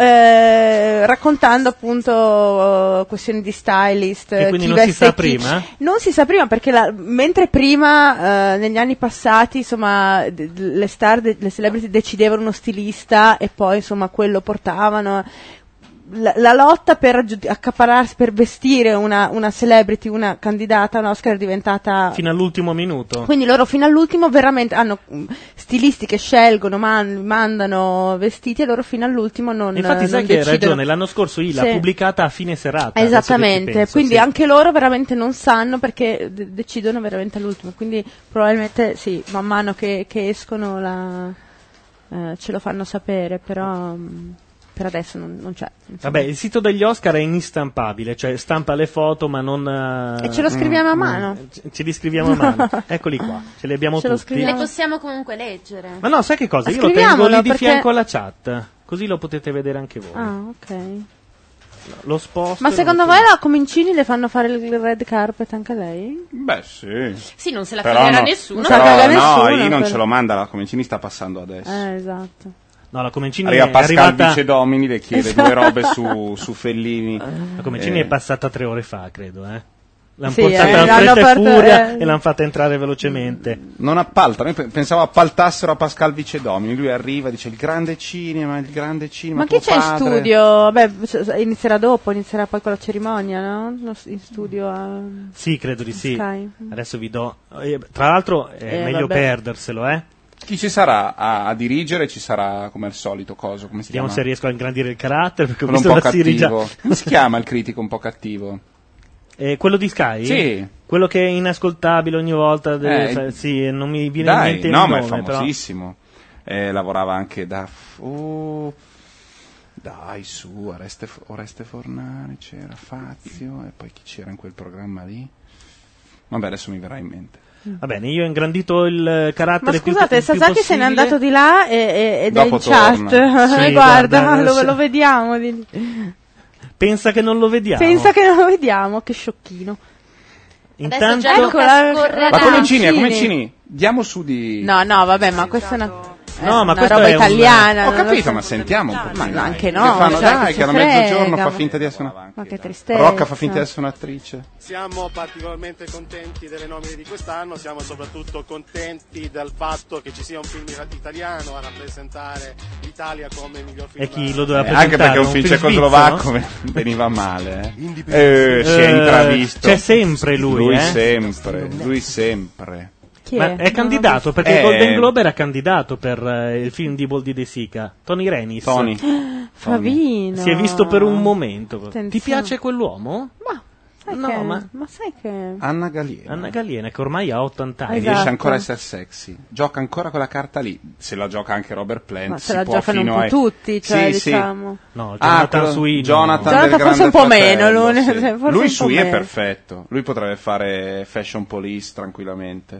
[SPEAKER 4] eh, raccontando appunto eh, questioni di stylist.
[SPEAKER 2] E quindi
[SPEAKER 4] chi
[SPEAKER 2] non si
[SPEAKER 4] veste
[SPEAKER 2] sa
[SPEAKER 4] chi.
[SPEAKER 2] prima?
[SPEAKER 4] Non si sa prima perché la- mentre prima, eh, negli anni passati, insomma, d- d- le star, de- le celebrity decidevano uno stilista e poi insomma quello portavano. La, la lotta per aggiu- accaparrarsi, per vestire una, una celebrity, una candidata a un Oscar è diventata...
[SPEAKER 2] Fino all'ultimo minuto.
[SPEAKER 4] Quindi loro fino all'ultimo veramente hanno mm, stilisti che scelgono, man- mandano vestiti e loro fino all'ultimo non
[SPEAKER 2] Infatti
[SPEAKER 4] non
[SPEAKER 2] sai che hai
[SPEAKER 4] decidono.
[SPEAKER 2] ragione, l'anno scorso I l'ha
[SPEAKER 4] Sì.
[SPEAKER 2] pubblicata a fine serata. adesso che ci
[SPEAKER 4] Esattamente,
[SPEAKER 2] penso,
[SPEAKER 4] quindi
[SPEAKER 2] sì.
[SPEAKER 4] anche loro veramente non sanno perché de- decidono veramente all'ultimo, quindi probabilmente sì, man mano che, che escono la, eh, ce lo fanno sapere, però mm, per adesso non, non c'è. insomma.
[SPEAKER 2] Vabbè, il sito degli Oscar è instampabile, cioè stampa le foto ma non... eh,
[SPEAKER 4] E ce lo scriviamo a
[SPEAKER 2] mm,
[SPEAKER 4] mano?
[SPEAKER 2] Ce, ce li scriviamo a mano, eccoli qua, ce li abbiamo
[SPEAKER 4] Ce lo
[SPEAKER 2] tutti.
[SPEAKER 4] scriviamo.
[SPEAKER 3] Le possiamo comunque leggere.
[SPEAKER 2] Ma no, sai che cosa? Io lo
[SPEAKER 4] Scriviamolo,
[SPEAKER 2] tengo lì di
[SPEAKER 4] perché-
[SPEAKER 2] fianco alla chat, così lo potete vedere anche voi.
[SPEAKER 4] Ah, ok.
[SPEAKER 2] Lo sposto.
[SPEAKER 4] Ma
[SPEAKER 2] e
[SPEAKER 4] secondo
[SPEAKER 2] lo
[SPEAKER 4] voi la Comincini le fanno fare il red carpet anche a lei?
[SPEAKER 5] Beh, sì.
[SPEAKER 3] Sì, non se la
[SPEAKER 5] Però
[SPEAKER 3] cagherà
[SPEAKER 5] no-
[SPEAKER 3] nessuno.
[SPEAKER 4] Non se la
[SPEAKER 5] Però
[SPEAKER 4] caga
[SPEAKER 5] no,
[SPEAKER 4] nessuno,
[SPEAKER 5] io non
[SPEAKER 4] per-
[SPEAKER 5] ce lo manda, la Comencini sta passando adesso.
[SPEAKER 4] Eh, esatto.
[SPEAKER 2] No, la Comencini
[SPEAKER 5] Arriva
[SPEAKER 2] è
[SPEAKER 5] Pascal
[SPEAKER 2] arrivata...
[SPEAKER 5] Vicedomini, le chiede
[SPEAKER 4] Esatto.
[SPEAKER 5] due robe su, su Fellini.
[SPEAKER 2] La Comencini
[SPEAKER 5] Eh,
[SPEAKER 2] è passata tre ore fa, credo, eh. L'hanno
[SPEAKER 4] Sì,
[SPEAKER 2] portata
[SPEAKER 4] eh,
[SPEAKER 2] a
[SPEAKER 4] l'hanno
[SPEAKER 2] fretta e
[SPEAKER 4] portato-
[SPEAKER 2] furia
[SPEAKER 4] eh.
[SPEAKER 2] e l'hanno fatta entrare velocemente.
[SPEAKER 5] Non appaltano, io pe- pensavo appaltassero a Pascal Vicedomini. Lui arriva e dice il grande cinema, il grande cinema.
[SPEAKER 4] Ma chi
[SPEAKER 5] tuo
[SPEAKER 4] c'è in
[SPEAKER 5] padre.
[SPEAKER 4] studio? Beh, c- inizierà dopo, inizierà poi con la cerimonia, no? No, In studio a...
[SPEAKER 2] Sì, credo di sì.
[SPEAKER 4] Sky.
[SPEAKER 2] Adesso vi do. eh, Tra l'altro è
[SPEAKER 4] Eh,
[SPEAKER 2] meglio
[SPEAKER 4] vabbè.
[SPEAKER 2] perderselo, eh.
[SPEAKER 5] Chi ci sarà a, a dirigere? Ci sarà come al solito coso, come si
[SPEAKER 2] Vediamo se
[SPEAKER 5] chiama?
[SPEAKER 2] riesco a ingrandire il carattere, perché ho
[SPEAKER 5] Quello un
[SPEAKER 2] visto
[SPEAKER 5] po'
[SPEAKER 2] la Siri già.
[SPEAKER 5] cattivo. Come si chiama il critico un po' cattivo?
[SPEAKER 2] Eh, quello di Sky?
[SPEAKER 5] Sì.
[SPEAKER 2] Quello che è inascoltabile ogni volta. deve
[SPEAKER 5] Eh,
[SPEAKER 2] fa- sì, non mi viene in
[SPEAKER 5] Dai,
[SPEAKER 2] mente
[SPEAKER 5] no,
[SPEAKER 2] il
[SPEAKER 5] ma è
[SPEAKER 2] nome, però.
[SPEAKER 5] famosissimo. Eh, lavorava anche da... Oh, dai, su, Oreste, Oreste Fornari, c'era Fazio, e poi chi c'era in quel programma lì? Vabbè, adesso mi verrà in mente.
[SPEAKER 2] Va bene, io ho ingrandito il carattere
[SPEAKER 4] Ma scusate,
[SPEAKER 2] più, più
[SPEAKER 4] Sasaki se n'è
[SPEAKER 2] possibile.
[SPEAKER 4] andato di là e, e- ed
[SPEAKER 5] Dopo
[SPEAKER 4] è in chat.
[SPEAKER 5] torna.
[SPEAKER 2] Sì,
[SPEAKER 4] guarda,
[SPEAKER 2] guarda,
[SPEAKER 4] lo,
[SPEAKER 2] se-
[SPEAKER 4] lo vediamo. di-
[SPEAKER 2] Pensa che non lo vediamo.
[SPEAKER 4] Pensa che non lo vediamo, che sciocchino.
[SPEAKER 2] Intanto...
[SPEAKER 3] Gianluca
[SPEAKER 4] Eccola-
[SPEAKER 3] scorrerà.
[SPEAKER 5] Ma come Cini, come
[SPEAKER 4] Cini.
[SPEAKER 5] Cini? Diamo su di...
[SPEAKER 4] No, no, vabbè, ma questa è una, è
[SPEAKER 2] No, ma
[SPEAKER 4] una
[SPEAKER 2] questo
[SPEAKER 4] roba
[SPEAKER 2] è un-
[SPEAKER 4] italiana.
[SPEAKER 5] Ho
[SPEAKER 4] non lo
[SPEAKER 5] capito,
[SPEAKER 4] so.
[SPEAKER 5] ma sentiamo un po'.
[SPEAKER 4] Ma no, anche no,
[SPEAKER 5] Che fanno,
[SPEAKER 4] cioè,
[SPEAKER 5] dai,
[SPEAKER 4] che
[SPEAKER 5] che a
[SPEAKER 4] ci
[SPEAKER 5] mezzogiorno
[SPEAKER 4] frega.
[SPEAKER 5] fa finta di essere una...
[SPEAKER 4] Ma che tristezza.
[SPEAKER 5] Rocca fa finta di essere un'attrice.
[SPEAKER 15] Siamo particolarmente contenti delle nomine di quest'anno, siamo soprattutto contenti del fatto che ci sia un film italiano a rappresentare l'Italia come miglior film.
[SPEAKER 2] E chi lo doveva
[SPEAKER 5] Eh, anche
[SPEAKER 2] presentare?
[SPEAKER 5] perché un film
[SPEAKER 2] svizzero?
[SPEAKER 5] cecoslovacco veniva male. Eh. Eh, si è
[SPEAKER 2] Eh,
[SPEAKER 5] intravisto.
[SPEAKER 2] c'è sempre lui,
[SPEAKER 5] Lui
[SPEAKER 2] eh?
[SPEAKER 5] sempre, lui sempre.
[SPEAKER 4] Chi
[SPEAKER 2] Ma
[SPEAKER 4] è?
[SPEAKER 2] è candidato, perché
[SPEAKER 5] Eh.
[SPEAKER 2] il Golden Globe era candidato per eh, il film di Boldi De Sica. Tony Renis.
[SPEAKER 5] Tony.
[SPEAKER 4] Favino.
[SPEAKER 2] Si è visto per un momento.
[SPEAKER 4] Attenzione.
[SPEAKER 2] Ti piace quell'uomo?
[SPEAKER 4] Ma sai
[SPEAKER 2] No,
[SPEAKER 4] che,
[SPEAKER 2] ma-
[SPEAKER 4] ma sai che...
[SPEAKER 5] Anna Galliena.
[SPEAKER 2] Anna Galliena, che ormai ha ottanta anni.
[SPEAKER 5] E riesce
[SPEAKER 4] Esatto.
[SPEAKER 5] ancora a essere sexy. Gioca ancora quella carta lì. Se la gioca anche Robert Plant,
[SPEAKER 4] Ma se
[SPEAKER 5] si
[SPEAKER 4] la
[SPEAKER 5] può
[SPEAKER 4] giocano un
[SPEAKER 5] fino
[SPEAKER 4] po'
[SPEAKER 5] ai-
[SPEAKER 4] tutti, cioè,
[SPEAKER 5] Sì, sì.
[SPEAKER 4] diciamo.
[SPEAKER 2] No,
[SPEAKER 5] Ah,
[SPEAKER 2] Jonathan
[SPEAKER 5] quello-
[SPEAKER 2] Sui no.
[SPEAKER 5] Jonathan,
[SPEAKER 4] Jonathan
[SPEAKER 5] del
[SPEAKER 4] forse un
[SPEAKER 5] Grande
[SPEAKER 4] po' meno,
[SPEAKER 5] Fratello,
[SPEAKER 4] lui-
[SPEAKER 5] sì.
[SPEAKER 4] forse
[SPEAKER 5] Lui
[SPEAKER 4] un
[SPEAKER 5] su
[SPEAKER 4] po'
[SPEAKER 5] I è
[SPEAKER 4] meno.
[SPEAKER 5] perfetto. Lui potrebbe fare Fashion Police tranquillamente.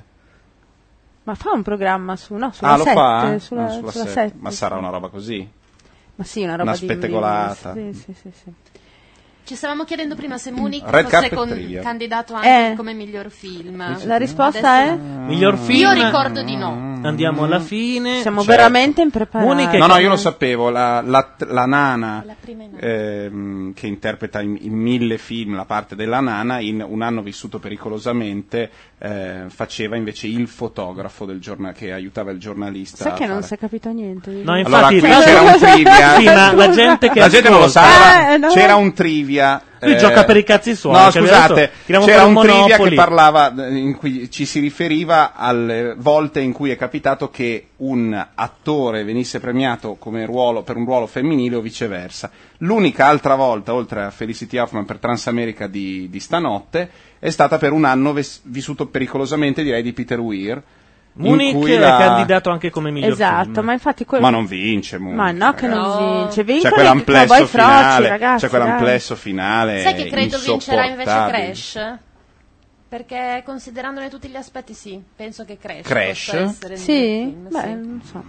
[SPEAKER 4] Ma fa un programma su, no, sulla
[SPEAKER 5] Ah, lo
[SPEAKER 4] sette,
[SPEAKER 5] fa?
[SPEAKER 4] sulla,
[SPEAKER 5] No, sulla
[SPEAKER 4] sulla
[SPEAKER 5] sette.
[SPEAKER 4] sette,
[SPEAKER 5] Ma
[SPEAKER 4] sì.
[SPEAKER 5] sarà una roba così?
[SPEAKER 4] Ma sì, una roba
[SPEAKER 5] Una
[SPEAKER 4] di
[SPEAKER 5] spettegolata.
[SPEAKER 4] Sì, sì, sì, sì.
[SPEAKER 3] Ci stavamo chiedendo prima se Munich
[SPEAKER 5] Red
[SPEAKER 3] fosse
[SPEAKER 5] Carpet
[SPEAKER 3] con-
[SPEAKER 5] Trivia.
[SPEAKER 3] candidato anche
[SPEAKER 4] Eh.
[SPEAKER 3] come miglior film.
[SPEAKER 4] La risposta
[SPEAKER 3] Adesso-
[SPEAKER 4] è?
[SPEAKER 2] Miglior film.
[SPEAKER 3] Io ricordo di no.
[SPEAKER 2] Andiamo alla fine.
[SPEAKER 4] Siamo
[SPEAKER 5] Certo.
[SPEAKER 4] veramente impreparati.
[SPEAKER 2] Monica-
[SPEAKER 5] No, no, io lo sapevo. La, la, la nana
[SPEAKER 3] La prima in
[SPEAKER 5] ehm, che interpreta in, in mille film la parte della nana, in Un anno vissuto pericolosamente, eh, faceva invece il fotografo del giornale che aiutava il giornalista.
[SPEAKER 4] Sai
[SPEAKER 5] a
[SPEAKER 4] che non
[SPEAKER 5] fare-
[SPEAKER 4] si è capito niente. di-
[SPEAKER 2] No,
[SPEAKER 5] Allora,
[SPEAKER 2] infatti,
[SPEAKER 5] qui
[SPEAKER 2] tra
[SPEAKER 5] c'era un
[SPEAKER 2] l'altro-
[SPEAKER 5] trivia.
[SPEAKER 2] Sì, ma la gente che
[SPEAKER 5] La gente non lo
[SPEAKER 2] ascolta-
[SPEAKER 5] sa,
[SPEAKER 4] Eh, no.
[SPEAKER 5] c'era un trivia.
[SPEAKER 2] Lui
[SPEAKER 5] eh,
[SPEAKER 2] gioca per i cazzi suoi.
[SPEAKER 5] No,
[SPEAKER 2] cioè,
[SPEAKER 5] scusate,
[SPEAKER 2] adesso tiriamo
[SPEAKER 5] c'era
[SPEAKER 2] fuori
[SPEAKER 5] un trivia
[SPEAKER 2] Monopoli.
[SPEAKER 5] che parlava, eh, in cui ci si riferiva alle volte in cui è capitato che un attore venisse premiato come ruolo, per un ruolo femminile o viceversa. L'unica altra volta, oltre a Felicity Huffman per Transamerica di, di stanotte, è stata per Un anno ves- vissuto pericolosamente, direi, di Peter Weir. in
[SPEAKER 2] Munich
[SPEAKER 5] cui
[SPEAKER 2] è
[SPEAKER 5] la-
[SPEAKER 2] candidato anche come miglior
[SPEAKER 4] Esatto,
[SPEAKER 2] film.
[SPEAKER 4] ma infatti quello...
[SPEAKER 5] Ma non vince Munich.
[SPEAKER 4] Ma no, che non
[SPEAKER 5] ragazzi.
[SPEAKER 4] vince.
[SPEAKER 5] C'è
[SPEAKER 4] Vincono i
[SPEAKER 5] quell'amplesso
[SPEAKER 4] cowboy froci,
[SPEAKER 5] finale,
[SPEAKER 4] ragazzi,
[SPEAKER 5] c'è quell'amplesso finale
[SPEAKER 3] Sai che credo vincerà invece
[SPEAKER 5] insopportabile.
[SPEAKER 3] Crash? Perché considerandone tutti gli aspetti sì, penso che Crash,
[SPEAKER 5] Crash?
[SPEAKER 3] possa essere il
[SPEAKER 4] Sì?
[SPEAKER 3] miglior film,
[SPEAKER 4] Beh,
[SPEAKER 3] sì.
[SPEAKER 4] non so.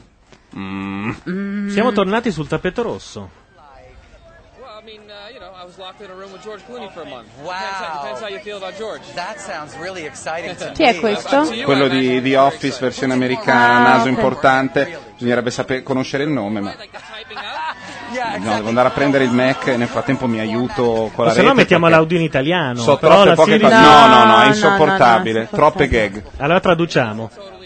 [SPEAKER 5] Mm.
[SPEAKER 2] Siamo tornati sul tappeto rosso.
[SPEAKER 13] Well, I mean, uh, you know, I was locked in a room with George Clooney for a month.
[SPEAKER 12] Wow.
[SPEAKER 13] Depends how, depends how you feel about George.
[SPEAKER 12] That sounds really exciting to
[SPEAKER 4] Chi è
[SPEAKER 12] me.
[SPEAKER 4] questo?
[SPEAKER 5] Quello di The Office, versione americana,
[SPEAKER 4] Ah,
[SPEAKER 5] naso
[SPEAKER 4] ok.
[SPEAKER 5] importante, bisognerebbe sapere, conoscere il nome, ma no, devo andare a prendere il Mac e nel frattempo mi aiuto con
[SPEAKER 2] O
[SPEAKER 5] la
[SPEAKER 2] se no
[SPEAKER 5] rete.
[SPEAKER 2] mettiamo
[SPEAKER 5] perché
[SPEAKER 2] l'audio in italiano.
[SPEAKER 5] so
[SPEAKER 2] però
[SPEAKER 5] troppe
[SPEAKER 2] la
[SPEAKER 5] poche
[SPEAKER 2] Siri-
[SPEAKER 5] cose.
[SPEAKER 4] No,
[SPEAKER 5] No, no, no,
[SPEAKER 4] no,
[SPEAKER 5] è
[SPEAKER 4] no,
[SPEAKER 5] insopportabile,
[SPEAKER 4] no, no,
[SPEAKER 5] troppe
[SPEAKER 4] insopportabile.
[SPEAKER 5] gag.
[SPEAKER 2] Allora traduciamo.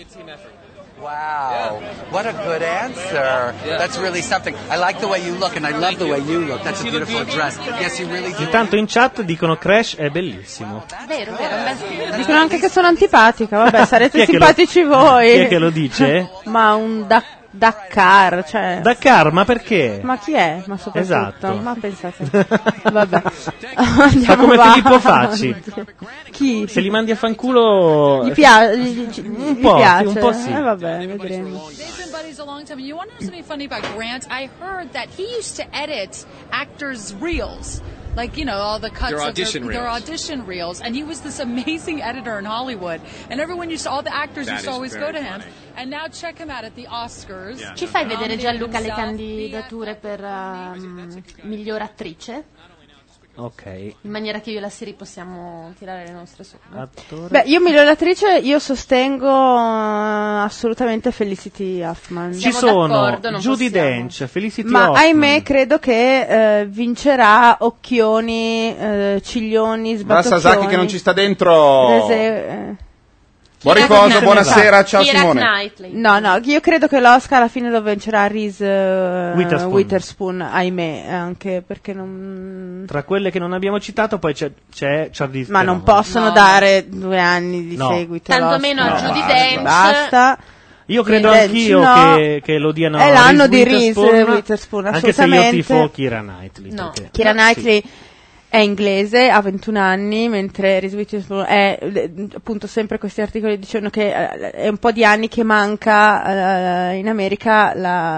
[SPEAKER 12] Wow. What a good answer. That's really something. I like the way you look, and I love the way you look. That's a beautiful dress. Yes, you really do.
[SPEAKER 2] Intanto in chat dicono Crash è bellissimo.
[SPEAKER 3] Vero, vero, un bel film.
[SPEAKER 4] Dicono anche che sono antipatica, vabbè,
[SPEAKER 2] Chi
[SPEAKER 4] sarete
[SPEAKER 2] è che lo-
[SPEAKER 4] simpatici voi.
[SPEAKER 2] Chi è che lo dice?
[SPEAKER 4] Ma un da- Dakar, cioè...
[SPEAKER 2] Dakar, ma perché?
[SPEAKER 4] Ma chi è? Ma soprattutto,
[SPEAKER 2] Esatto.
[SPEAKER 4] ma pensate. Vabbè.
[SPEAKER 2] Fa
[SPEAKER 4] Andiamo
[SPEAKER 2] come
[SPEAKER 4] avanti.
[SPEAKER 2] Filippo Facci.
[SPEAKER 4] Chi?
[SPEAKER 2] Se li mandi a fanculo
[SPEAKER 4] Gli, pia- gli, gli-
[SPEAKER 2] un
[SPEAKER 4] gli
[SPEAKER 2] po',
[SPEAKER 4] piace?
[SPEAKER 2] sì, un po' sì.
[SPEAKER 4] Eh vabbè, vedremo.
[SPEAKER 11] They've been buddies a long time. You want to know something funny about Grant? I heard that he used to edit actors' reels. Like, you know, all the cuts
[SPEAKER 7] Their
[SPEAKER 11] of
[SPEAKER 7] audition
[SPEAKER 11] their, their
[SPEAKER 7] reels.
[SPEAKER 11] audition reels. And he was this amazing editor in Hollywood. And everyone used to, all the actors
[SPEAKER 7] That
[SPEAKER 11] used to
[SPEAKER 7] is
[SPEAKER 11] always
[SPEAKER 7] very
[SPEAKER 11] go to him.
[SPEAKER 7] funny.
[SPEAKER 11] And now check him out at the Oscars.
[SPEAKER 7] Yeah.
[SPEAKER 3] Ci fai vedere
[SPEAKER 11] Nominated
[SPEAKER 3] Gianluca le
[SPEAKER 11] himself.
[SPEAKER 3] candidature per um, miglior attrice?
[SPEAKER 2] Ok.
[SPEAKER 3] In maniera che io e la Siri possiamo tirare le nostre somme.
[SPEAKER 4] Beh, io miglior attrice, io sostengo uh, assolutamente Felicity Huffman.
[SPEAKER 2] Ci sono Judi Dench, Felicity
[SPEAKER 4] Ma
[SPEAKER 2] Huffman.
[SPEAKER 4] ahimè credo che eh, vincerà Occhioni, eh, Ciglioni,
[SPEAKER 5] Va
[SPEAKER 4] Sbatocchioni.
[SPEAKER 5] Sasaki che non ci sta dentro.
[SPEAKER 4] Rese- eh.
[SPEAKER 5] Buon riposo, buonasera, ciao Simone.
[SPEAKER 4] No, no, io credo che l'Oscar alla fine lo vincerà Reese uh,
[SPEAKER 2] Witherspoon.
[SPEAKER 4] Witherspoon, ahimè, anche perché non...
[SPEAKER 2] Tra quelle che non abbiamo citato poi c'è, c'è Charlize
[SPEAKER 4] Ma non
[SPEAKER 2] Theron.
[SPEAKER 4] possono dare due anni di
[SPEAKER 2] No.
[SPEAKER 4] seguito.
[SPEAKER 3] Tanto meno a
[SPEAKER 4] all'Oscar.
[SPEAKER 3] Judi
[SPEAKER 4] No,
[SPEAKER 3] Dench.
[SPEAKER 4] Basta.
[SPEAKER 2] Io credo
[SPEAKER 4] Dench,
[SPEAKER 2] anch'io
[SPEAKER 4] no.
[SPEAKER 2] che, che lo diano
[SPEAKER 4] È l'anno
[SPEAKER 2] Reese
[SPEAKER 4] di Reese
[SPEAKER 2] Witherspoon,
[SPEAKER 4] Witherspoon,
[SPEAKER 2] anche se io
[SPEAKER 4] assolutamente.
[SPEAKER 2] tifo Keira Knightley.
[SPEAKER 3] No.
[SPEAKER 2] perché-
[SPEAKER 4] Keira
[SPEAKER 2] Sì.
[SPEAKER 4] Knightley è inglese, ha ventuno anni, mentre Reese Witherspoon è, eh, appunto, sempre questi articoli dicevano che eh, è un po' di anni che manca eh, in America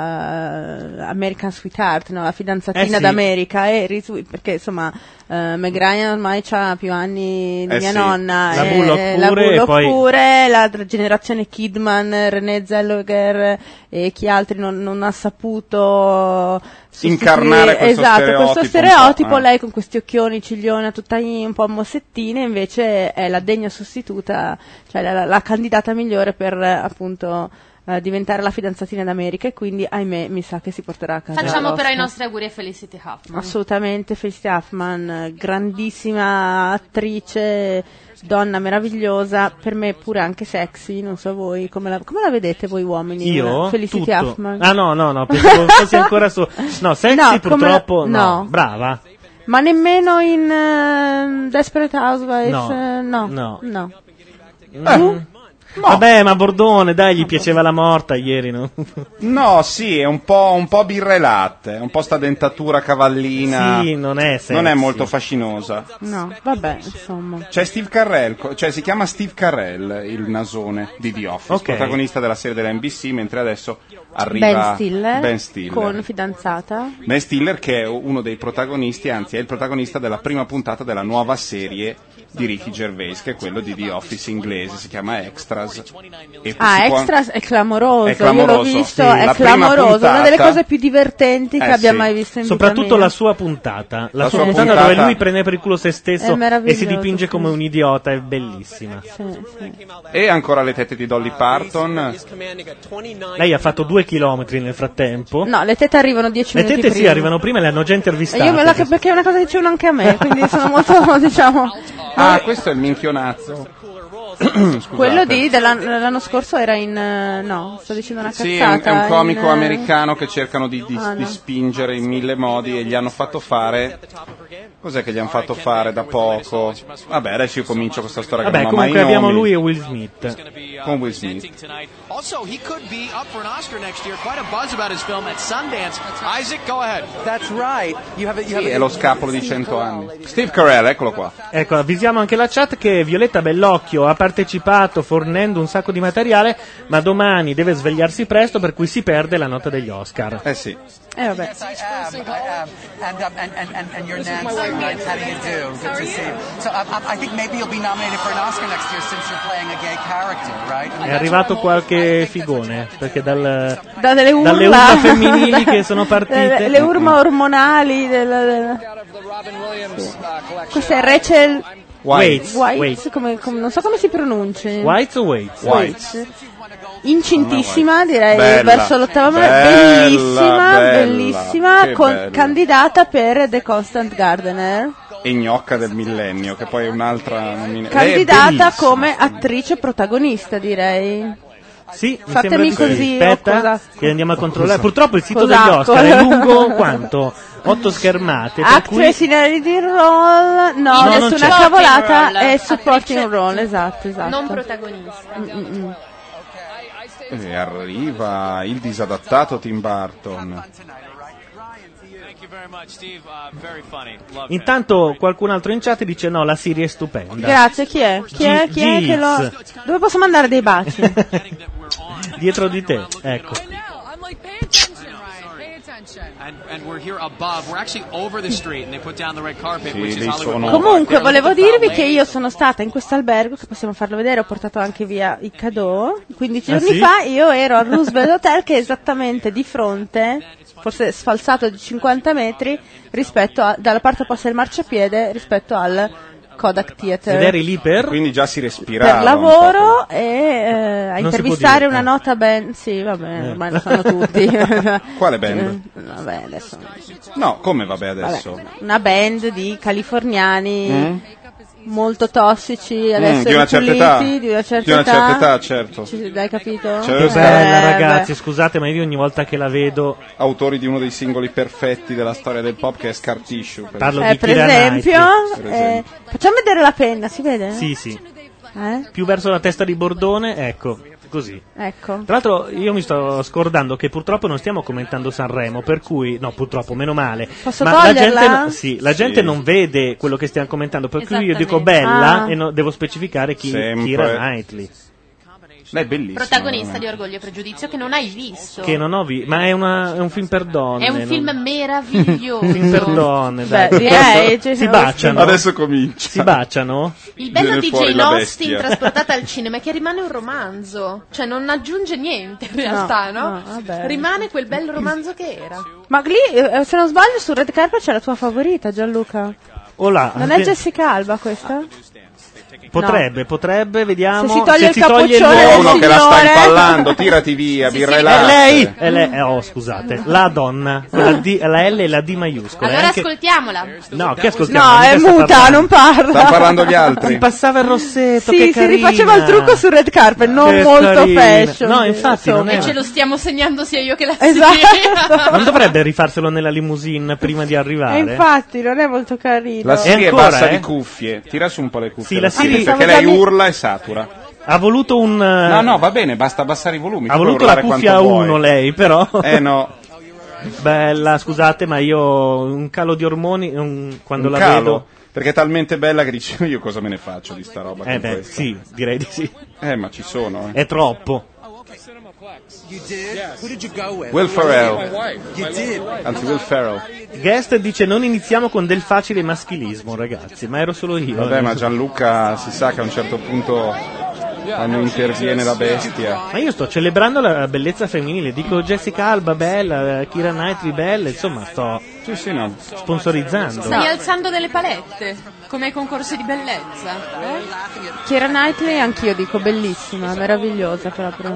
[SPEAKER 4] la American Sweetheart, no? La fidanzatina
[SPEAKER 2] Eh sì.
[SPEAKER 4] d'America, e Reese Wi- perché insomma eh, Meg Ryan ormai ha più anni di
[SPEAKER 2] Eh
[SPEAKER 4] mia
[SPEAKER 2] sì.
[SPEAKER 4] nonna,
[SPEAKER 2] La
[SPEAKER 4] e
[SPEAKER 2] Bullock
[SPEAKER 4] la
[SPEAKER 2] pure, e
[SPEAKER 4] Bullock
[SPEAKER 2] poi-
[SPEAKER 4] pure, la generazione Kidman, Renée Zellweger e chi altri non, non ha saputo
[SPEAKER 5] Incarnare questo
[SPEAKER 4] esatto,
[SPEAKER 5] stereotipo
[SPEAKER 4] questo
[SPEAKER 5] un po',
[SPEAKER 4] stereotipo,
[SPEAKER 5] eh.
[SPEAKER 4] lei con questi occhioni, cigliona, tutta in- un po' mossettine, invece è la degna sostituta, cioè la, la candidata migliore per eh, appunto eh, diventare la fidanzatina d'America, e quindi ahimè mi sa che si porterà a casa
[SPEAKER 3] Facciamo però
[SPEAKER 4] l'Oscar.
[SPEAKER 3] i nostri auguri a Felicity Huffman.
[SPEAKER 4] Assolutamente, Felicity Huffman, grandissima attrice, donna meravigliosa, per me pure anche sexy, non so voi, come la, come la vedete voi uomini?
[SPEAKER 2] Io?
[SPEAKER 4] Felicity
[SPEAKER 2] Tutto.
[SPEAKER 4] Huffman.
[SPEAKER 2] Ah no, no, no, pensavo fossi ancora su... No, sexy
[SPEAKER 4] No, come
[SPEAKER 2] purtroppo
[SPEAKER 4] la-
[SPEAKER 2] no.
[SPEAKER 4] no.
[SPEAKER 2] Brava.
[SPEAKER 4] Ma nemmeno in eh, Desperate Housewives?
[SPEAKER 2] No.
[SPEAKER 4] eh, no.
[SPEAKER 2] No.
[SPEAKER 4] no.
[SPEAKER 2] Mm. Vabbè, ma Bordone, dai, gli piaceva la morta ieri, no?
[SPEAKER 5] No, sì, è un po', un po' birra e latte, un po' sta dentatura cavallina.
[SPEAKER 2] Sì, non è sexy.
[SPEAKER 5] Non è molto fascinosa.
[SPEAKER 4] No, vabbè, insomma.
[SPEAKER 5] C'è Steve Carell, co- cioè si chiama Steve Carell, il nasone di The Office,
[SPEAKER 2] Ok.
[SPEAKER 5] protagonista della serie della N B C, mentre adesso arriva
[SPEAKER 4] Ben Stiller,
[SPEAKER 5] Ben Stiller.
[SPEAKER 4] con fidanzata.
[SPEAKER 5] Ben Stiller, che è uno dei protagonisti, anzi è il protagonista della prima puntata della nuova serie di Ricky Gervais, che è quello di The Office inglese, si chiama Extras. E
[SPEAKER 4] Ah,
[SPEAKER 5] si può-
[SPEAKER 4] Extras è clamoroso,
[SPEAKER 5] È clamoroso,
[SPEAKER 4] io l'ho visto,
[SPEAKER 5] sì.
[SPEAKER 4] è
[SPEAKER 5] La prima
[SPEAKER 4] clamoroso, una delle
[SPEAKER 5] puntata-
[SPEAKER 4] cose più divertenti che
[SPEAKER 5] Eh,
[SPEAKER 4] abbia
[SPEAKER 5] sì.
[SPEAKER 4] mai visto in vita
[SPEAKER 2] Soprattutto
[SPEAKER 4] mia.
[SPEAKER 2] la sua puntata. La,
[SPEAKER 5] La
[SPEAKER 2] sua
[SPEAKER 5] sua
[SPEAKER 2] puntata,
[SPEAKER 5] puntata-
[SPEAKER 2] dove lui prende per il culo se
[SPEAKER 4] È
[SPEAKER 2] stesso e
[SPEAKER 4] meraviglioso,
[SPEAKER 2] si dipinge come
[SPEAKER 4] sì.
[SPEAKER 2] un idiota, è bellissima.
[SPEAKER 4] Sì, sì.
[SPEAKER 5] E ancora le tette di Dolly Parton.
[SPEAKER 2] Lei ha fatto due chilometri nel frattempo.
[SPEAKER 4] No, le tette arrivano dieci
[SPEAKER 2] Le
[SPEAKER 4] minuti
[SPEAKER 2] tette
[SPEAKER 4] prima.
[SPEAKER 2] sì, arrivano prima e le hanno già
[SPEAKER 4] E
[SPEAKER 2] intervistate.
[SPEAKER 4] io me la, perché è una cosa che dicevano anche a me, quindi sono molto, diciamo...
[SPEAKER 5] Ah, questo è il minchionazzo. Scusate.
[SPEAKER 4] Quello di dell'anno, dell'anno scorso era in... eh, no, sto dicendo una
[SPEAKER 5] Sì, è un,
[SPEAKER 4] cazzata.
[SPEAKER 5] è un comico
[SPEAKER 4] in, eh,
[SPEAKER 5] americano che cercano di, di-
[SPEAKER 4] Ah, no.
[SPEAKER 5] di spingere in mille modi, e gli hanno fatto fare... Cos'è che gli hanno fatto fare da poco? Vabbè, adesso io comincio questa storia che
[SPEAKER 2] Vabbè,
[SPEAKER 5] non ho mai
[SPEAKER 2] comunque abbiamo
[SPEAKER 5] nomi.
[SPEAKER 2] lui e Will Smith.
[SPEAKER 5] Con Will Smith.
[SPEAKER 7] Also, he could be up for an Oscar next year. Quite a buzz about his film at Sundance. Isaac, go ahead.
[SPEAKER 12] That's right. You have a, you have
[SPEAKER 5] Sì,
[SPEAKER 12] a-
[SPEAKER 5] è lo scapolo di cento anni. Steve Carell, eccolo qua.
[SPEAKER 2] Ecco, avvisiamo anche la chat che Violetta Bellocchio ha partecipato fornendo un sacco di materiale, ma domani deve svegliarsi presto, per cui si perde la nota degli Oscar.
[SPEAKER 5] Eh sì.
[SPEAKER 4] Eh vabbè.
[SPEAKER 12] I am, I am. And, um, and, and, and, and you're Nancy, right? How do you do? Good to see you. So um, um, I think maybe you'll be nominated for an Oscar next year since you're playing a gay character, right? I mean,
[SPEAKER 2] È
[SPEAKER 12] that's
[SPEAKER 2] arrivato
[SPEAKER 12] what I'm
[SPEAKER 2] qualche figone, perché dal,
[SPEAKER 4] Da delle urla,
[SPEAKER 2] dalle urla femminili che sono partite.
[SPEAKER 4] le, le urla ormonali del, del... Questa è Rachel
[SPEAKER 2] Waits.
[SPEAKER 4] Waits,
[SPEAKER 2] Waits.
[SPEAKER 4] come- come- non so come si pronunci.
[SPEAKER 2] Waits o Waits?
[SPEAKER 4] Waits. Incintissima, direi,
[SPEAKER 5] Bella,
[SPEAKER 4] verso l'ottava mano,
[SPEAKER 5] bella,
[SPEAKER 4] bellissima,
[SPEAKER 5] bella,
[SPEAKER 4] bellissima,
[SPEAKER 5] che
[SPEAKER 4] con-
[SPEAKER 5] bella.
[SPEAKER 4] candidata per The Constant Gardener,
[SPEAKER 5] E gnocca del millennio, che poi è un'altra nomina- Lei è
[SPEAKER 4] candidata
[SPEAKER 5] bellissima.
[SPEAKER 4] come attrice protagonista, direi.
[SPEAKER 2] Sì, mi
[SPEAKER 4] Fatemi
[SPEAKER 2] sembra di sì.
[SPEAKER 4] così,
[SPEAKER 2] Aspetta,
[SPEAKER 4] oh, cosa-
[SPEAKER 2] che andiamo a controllare. Purtroppo il sito
[SPEAKER 4] Cos'acco?
[SPEAKER 2] degli Oscar è lungo quanto? Otto schermate, per cui
[SPEAKER 4] Actress in a leading role, no,
[SPEAKER 2] No, non
[SPEAKER 4] nessuna
[SPEAKER 2] c'è.
[SPEAKER 4] cavolata,
[SPEAKER 3] Supporting
[SPEAKER 4] è
[SPEAKER 3] role.
[SPEAKER 4] supporting
[SPEAKER 3] Attrice
[SPEAKER 4] role, esatto, esatto.
[SPEAKER 3] Non protagonista.
[SPEAKER 4] Mm-mm.
[SPEAKER 5] E arriva il disadattato Tim Burton.
[SPEAKER 7] Thank you very much, Steve. Uh, very funny. Love
[SPEAKER 2] intanto qualcun altro in chat dice no, la Siri è stupenda.
[SPEAKER 4] Grazie, chi è? Chi è?
[SPEAKER 2] G-
[SPEAKER 4] Chi è che lo...
[SPEAKER 2] Giz.
[SPEAKER 4] Dove posso mandare dei baci?
[SPEAKER 2] Dietro di te, ecco.
[SPEAKER 11] I'm like, pay attention, Ryan. Pay attention.
[SPEAKER 7] And, and we're here above. We're actually over the street, and they put down the red carpet,
[SPEAKER 5] Sì,
[SPEAKER 7] which is
[SPEAKER 5] lì
[SPEAKER 7] Hollywood
[SPEAKER 5] sono-
[SPEAKER 7] Boulevard.
[SPEAKER 4] Comunque,
[SPEAKER 7] They're
[SPEAKER 4] volevo
[SPEAKER 7] looking for
[SPEAKER 4] dirvi che
[SPEAKER 7] ladies.
[SPEAKER 4] io sono stata in questo albergo, che possiamo farlo vedere, ho portato anche via i cadeau, quindici
[SPEAKER 2] Ah,
[SPEAKER 4] giorni
[SPEAKER 2] sì?
[SPEAKER 4] fa, io ero al Roosevelt Hotel, che è esattamente di fronte forse sfalsato di cinquanta metri rispetto a, dalla parte opposta del marciapiede rispetto al Kodak Theater.
[SPEAKER 2] Ed eri lì per?
[SPEAKER 5] Quindi già si respirava.
[SPEAKER 4] Per lavoro e eh, a
[SPEAKER 2] Non
[SPEAKER 4] intervistare
[SPEAKER 2] si può dire,
[SPEAKER 4] una
[SPEAKER 2] eh.
[SPEAKER 4] nota band. Sì, vabbè,
[SPEAKER 2] Eh.
[SPEAKER 4] ormai lo sanno tutti.
[SPEAKER 5] Quale band?
[SPEAKER 4] Eh, Vabbè, adesso.
[SPEAKER 5] No, come vabbè adesso?
[SPEAKER 4] Vabbè, una band di californiani
[SPEAKER 5] Mm?
[SPEAKER 4] molto tossici, adesso
[SPEAKER 5] Mm, di una certa età.
[SPEAKER 4] ripuliti, di una certa
[SPEAKER 5] Di una
[SPEAKER 4] età.
[SPEAKER 5] certa età, certo.
[SPEAKER 4] Ci, hai capito?
[SPEAKER 5] Certo.
[SPEAKER 2] Che
[SPEAKER 5] Eh,
[SPEAKER 2] bella,
[SPEAKER 4] beh.
[SPEAKER 2] ragazzi, scusate, ma io ogni volta che la vedo
[SPEAKER 5] Autori di uno dei singoli perfetti della storia del pop che è Scar Tissue. Per
[SPEAKER 2] parlo
[SPEAKER 4] Eh,
[SPEAKER 2] di
[SPEAKER 4] per
[SPEAKER 2] Keira
[SPEAKER 4] esempio,
[SPEAKER 2] Knightley.
[SPEAKER 5] Per
[SPEAKER 4] eh,
[SPEAKER 5] esempio.
[SPEAKER 4] facciamo vedere la penna, si vede?
[SPEAKER 2] Sì, sì.
[SPEAKER 4] Eh?
[SPEAKER 2] Più verso la testa di Bordone, ecco, così.
[SPEAKER 4] Ecco.
[SPEAKER 2] Tra l'altro io mi sto scordando che purtroppo non stiamo commentando Sanremo, per cui, no, purtroppo, meno male.
[SPEAKER 4] Posso
[SPEAKER 2] ma la gente,
[SPEAKER 4] toglierla?
[SPEAKER 2] no- sì, la gente
[SPEAKER 5] Sì.
[SPEAKER 2] non vede quello che stiamo commentando, per cui io dico
[SPEAKER 3] Esattamente.
[SPEAKER 2] bella
[SPEAKER 4] Ah.
[SPEAKER 2] e no- devo specificare chi
[SPEAKER 5] Sempre.
[SPEAKER 2] Keira Knightley.
[SPEAKER 5] Lei è bellissima.
[SPEAKER 3] Protagonista di Orgoglio e Pregiudizio che non hai visto.
[SPEAKER 2] Che non ho visto, ma è, una- è un film per donne.
[SPEAKER 3] È un
[SPEAKER 2] non-
[SPEAKER 3] film meraviglioso.
[SPEAKER 2] Un film per donne, dai.
[SPEAKER 4] Beh, direi, cioè,
[SPEAKER 2] si baciano.
[SPEAKER 5] Adesso comincia.
[SPEAKER 2] Si baciano?
[SPEAKER 3] Il bello
[SPEAKER 5] Viene
[SPEAKER 3] di
[SPEAKER 5] fuori
[SPEAKER 3] Jane
[SPEAKER 5] la
[SPEAKER 3] Austen
[SPEAKER 5] bestia.
[SPEAKER 3] trasportata al cinema è che rimane un romanzo, cioè non aggiunge niente in realtà, no?
[SPEAKER 4] no, vabbè.
[SPEAKER 3] Rimane quel bello romanzo che era.
[SPEAKER 4] Ma lì, eh, se non sbaglio, sul red carpet c'è la tua favorita, Gianluca.
[SPEAKER 2] O là,
[SPEAKER 4] Non è Jessica Alba questa?
[SPEAKER 2] Potrebbe, potrebbe, vediamo.
[SPEAKER 4] Se si toglie il
[SPEAKER 2] si toglie
[SPEAKER 4] cappuccione
[SPEAKER 2] il
[SPEAKER 4] del
[SPEAKER 5] Uno che la sta
[SPEAKER 4] signore.
[SPEAKER 5] impallando, tirati via, birra e
[SPEAKER 2] È
[SPEAKER 5] latte.
[SPEAKER 2] lei, è lei, eh, oh scusate, la donna, con la, D, la L e la D maiuscola.
[SPEAKER 3] Allora
[SPEAKER 2] anche-
[SPEAKER 3] ascoltiamola.
[SPEAKER 2] No, che ascoltiamo?
[SPEAKER 4] No,
[SPEAKER 2] Di
[SPEAKER 4] è
[SPEAKER 2] che sta
[SPEAKER 4] muta,
[SPEAKER 2] parlando?
[SPEAKER 4] non parla.
[SPEAKER 5] Stanno parlando gli
[SPEAKER 2] Si
[SPEAKER 5] altri.
[SPEAKER 2] passava il rossetto,
[SPEAKER 4] Sì,
[SPEAKER 2] che
[SPEAKER 4] si
[SPEAKER 2] carina.
[SPEAKER 4] rifaceva il trucco sul red carpet, non
[SPEAKER 2] Che
[SPEAKER 4] molto
[SPEAKER 2] carina.
[SPEAKER 4] fashion.
[SPEAKER 2] No, infatti non
[SPEAKER 3] E
[SPEAKER 2] è.
[SPEAKER 3] ce lo stiamo segnando sia io che la
[SPEAKER 4] Esatto.
[SPEAKER 2] Non dovrebbe rifarselo nella limousine prima di
[SPEAKER 4] E
[SPEAKER 2] arrivare?
[SPEAKER 4] infatti, non è molto carino.
[SPEAKER 5] La Siri è
[SPEAKER 2] ancora,
[SPEAKER 5] bassa
[SPEAKER 2] eh?
[SPEAKER 5] di cuffie. Tira su un po' le cuffie.
[SPEAKER 2] Sì, la Siri-
[SPEAKER 5] perché
[SPEAKER 4] Pensavo
[SPEAKER 5] lei
[SPEAKER 4] già mi-
[SPEAKER 5] urla e satura.
[SPEAKER 2] Ha voluto un.
[SPEAKER 5] No, no, va bene, basta abbassare i volumi.
[SPEAKER 2] Ha
[SPEAKER 5] tu puoi
[SPEAKER 2] voluto la
[SPEAKER 5] urlare
[SPEAKER 2] cuffia a
[SPEAKER 5] quanto
[SPEAKER 2] uno
[SPEAKER 5] vuoi.
[SPEAKER 2] lei, però.
[SPEAKER 5] Eh no,
[SPEAKER 2] Bella, scusate, ma io un calo di ormoni un- quando
[SPEAKER 5] un
[SPEAKER 2] la
[SPEAKER 5] calo.
[SPEAKER 2] vedo.
[SPEAKER 5] Perché è talmente bella che dici io cosa me ne faccio di sta roba
[SPEAKER 2] Eh
[SPEAKER 5] con
[SPEAKER 2] beh,
[SPEAKER 5] questa.
[SPEAKER 2] sì, direi di sì.
[SPEAKER 5] Eh, ma ci sono, eh.
[SPEAKER 2] È troppo.
[SPEAKER 12] You did? Who did you go with?
[SPEAKER 5] Will Ferrell.
[SPEAKER 12] You did.
[SPEAKER 5] Anzi, Will Ferrell.
[SPEAKER 2] Guest dice non iniziamo con del facile maschilismo, ragazzi, ma ero solo io.
[SPEAKER 5] Vabbè, ma Gianluca si sa che a un certo punto quando interviene la bestia.
[SPEAKER 2] Ma io sto celebrando la bellezza femminile, dico Jessica Alba bella, Keira Knightley bella, insomma sto
[SPEAKER 5] Sì, sì, no.
[SPEAKER 2] sponsorizzando.
[SPEAKER 3] Stai alzando delle palette, come ai concorsi di bellezza.
[SPEAKER 4] Keira Knightley, anch'io dico bellissima, meravigliosa proprio.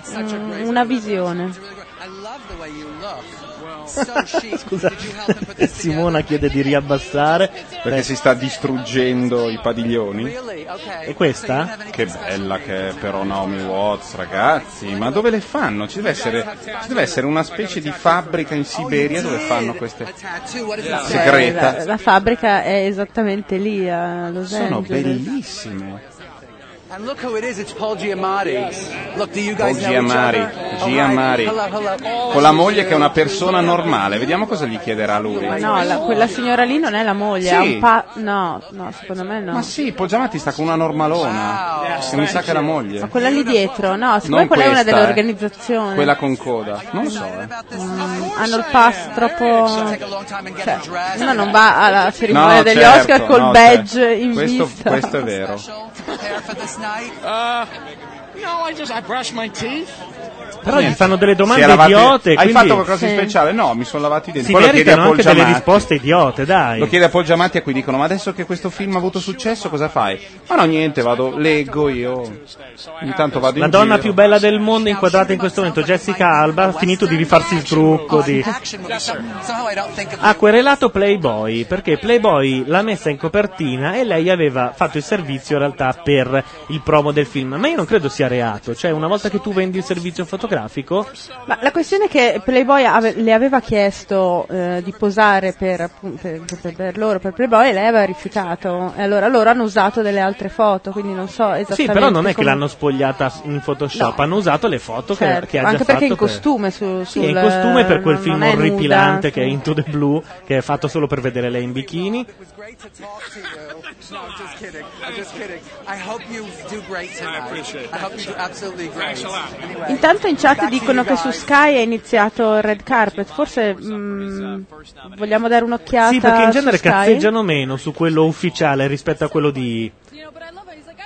[SPEAKER 4] Mm, una visione.
[SPEAKER 12] I love the way you look. So chic.
[SPEAKER 2] Scusa,
[SPEAKER 12] Did you help him put this
[SPEAKER 2] Simona chiede di riabbassare.
[SPEAKER 5] Perché si sta distruggendo i padiglioni.
[SPEAKER 12] Really? Okay.
[SPEAKER 2] E questa?
[SPEAKER 5] Che bella che è però Naomi Watts, ragazzi. Ma dove le fanno? Ci deve essere, ci deve essere una specie di fabbrica in Siberia dove fanno queste.
[SPEAKER 12] Tattoo. What is that?
[SPEAKER 4] Cioè,
[SPEAKER 5] Segreta.
[SPEAKER 4] la, la fabbrica è esattamente lì a Los
[SPEAKER 5] Sono
[SPEAKER 4] Angeles.
[SPEAKER 5] bellissime.
[SPEAKER 12] And look who it is. It's Paul Giamatti. Look, do you
[SPEAKER 5] Paul
[SPEAKER 12] guys know
[SPEAKER 5] Giamatti,
[SPEAKER 12] each other?
[SPEAKER 5] Giamatti.
[SPEAKER 12] Oh, hi. Hello, hello.
[SPEAKER 5] Con la moglie che è una persona normale. Vediamo cosa gli chiederà lui.
[SPEAKER 4] Ma no, la- quella signora lì non è la moglie,
[SPEAKER 5] Sì.
[SPEAKER 4] ha un pa- no, no, secondo me no.
[SPEAKER 5] Ma sì, Paul Giamatti sta con una normalona. Che mi sa che è la moglie.
[SPEAKER 4] Ma quella lì dietro, no, secondo
[SPEAKER 5] Non
[SPEAKER 4] me quella è una
[SPEAKER 5] questa,
[SPEAKER 4] delle
[SPEAKER 5] eh.
[SPEAKER 4] organizzazioni.
[SPEAKER 5] Quella con coda. Non lo so, eh.
[SPEAKER 4] Mm, hanno il pass troppo. Cioè, uno non va alla cerimonia
[SPEAKER 5] No,
[SPEAKER 4] degli
[SPEAKER 5] certo,
[SPEAKER 4] Oscar col
[SPEAKER 5] no,
[SPEAKER 4] badge
[SPEAKER 5] certo.
[SPEAKER 4] in
[SPEAKER 5] questo,
[SPEAKER 4] vista.
[SPEAKER 5] questo è vero.
[SPEAKER 12] Prepare for this night.
[SPEAKER 7] Uh, no, I just I brush my teeth.
[SPEAKER 2] Però gli fanno delle
[SPEAKER 5] Si
[SPEAKER 2] domande
[SPEAKER 5] è lavati-
[SPEAKER 2] idiote.
[SPEAKER 5] Hai
[SPEAKER 2] quindi
[SPEAKER 5] fatto qualcosa di
[SPEAKER 4] Sì.
[SPEAKER 5] speciale? No, mi sono lavati i denti.
[SPEAKER 2] si
[SPEAKER 5] Poi lo chiedi a
[SPEAKER 2] meritano
[SPEAKER 5] Paul
[SPEAKER 2] anche delle
[SPEAKER 5] Giamatti.
[SPEAKER 2] risposte idiote, dai.
[SPEAKER 5] Lo chiede a Paul Giamatti a cui dicono: ma adesso che questo film ha avuto successo cosa fai? Ma no, niente, vado, leggo io. Intanto vado
[SPEAKER 2] La
[SPEAKER 5] in
[SPEAKER 2] donna
[SPEAKER 5] giro.
[SPEAKER 2] più bella del mondo inquadrata in questo momento, Jessica Alba, ha finito di rifarsi il trucco di...
[SPEAKER 12] Action movie. Some- Somehow I don't think of
[SPEAKER 2] Ha querelato Playboy perché Playboy l'ha messa in copertina e lei aveva fatto il servizio in realtà per il promo del film. Ma io non credo sia reato, cioè una volta che tu vendi il servizio fotografico,
[SPEAKER 4] Ma la questione è che Playboy ave- le aveva chiesto eh, di posare per, appun- per, per- per loro, per Playboy, e lei aveva rifiutato. E allora loro hanno usato delle altre foto, quindi non so esattamente.
[SPEAKER 2] sì, però non è che
[SPEAKER 4] come-
[SPEAKER 2] l'hanno spogliata in Photoshop,
[SPEAKER 4] No.
[SPEAKER 2] hanno usato le foto che-
[SPEAKER 4] Certo,
[SPEAKER 2] che, ha già
[SPEAKER 4] anche perché
[SPEAKER 2] fatto
[SPEAKER 4] in
[SPEAKER 2] per-
[SPEAKER 4] costume su,
[SPEAKER 2] Sì,
[SPEAKER 4] sul,
[SPEAKER 2] in costume per quel
[SPEAKER 4] non-
[SPEAKER 2] film
[SPEAKER 4] non è nuda,
[SPEAKER 2] orripilante
[SPEAKER 4] sì.
[SPEAKER 2] che è Into the Blue, che è fatto solo per vedere lei in bikini.
[SPEAKER 12] It was great to talk to you. No, I'm just kidding. I'm just kidding. I hope you do great tonight. I hope you do absolutely great. Anyway.
[SPEAKER 4] Intanto in chat
[SPEAKER 12] Back to
[SPEAKER 4] dicono
[SPEAKER 12] you
[SPEAKER 4] che su
[SPEAKER 12] guys.
[SPEAKER 4] Sky è iniziato il red carpet, forse mm, vogliamo dare un'occhiata.
[SPEAKER 2] Sì, perché in
[SPEAKER 4] su
[SPEAKER 2] genere
[SPEAKER 4] Sky?
[SPEAKER 2] cazzeggiano meno su quello ufficiale rispetto a quello di...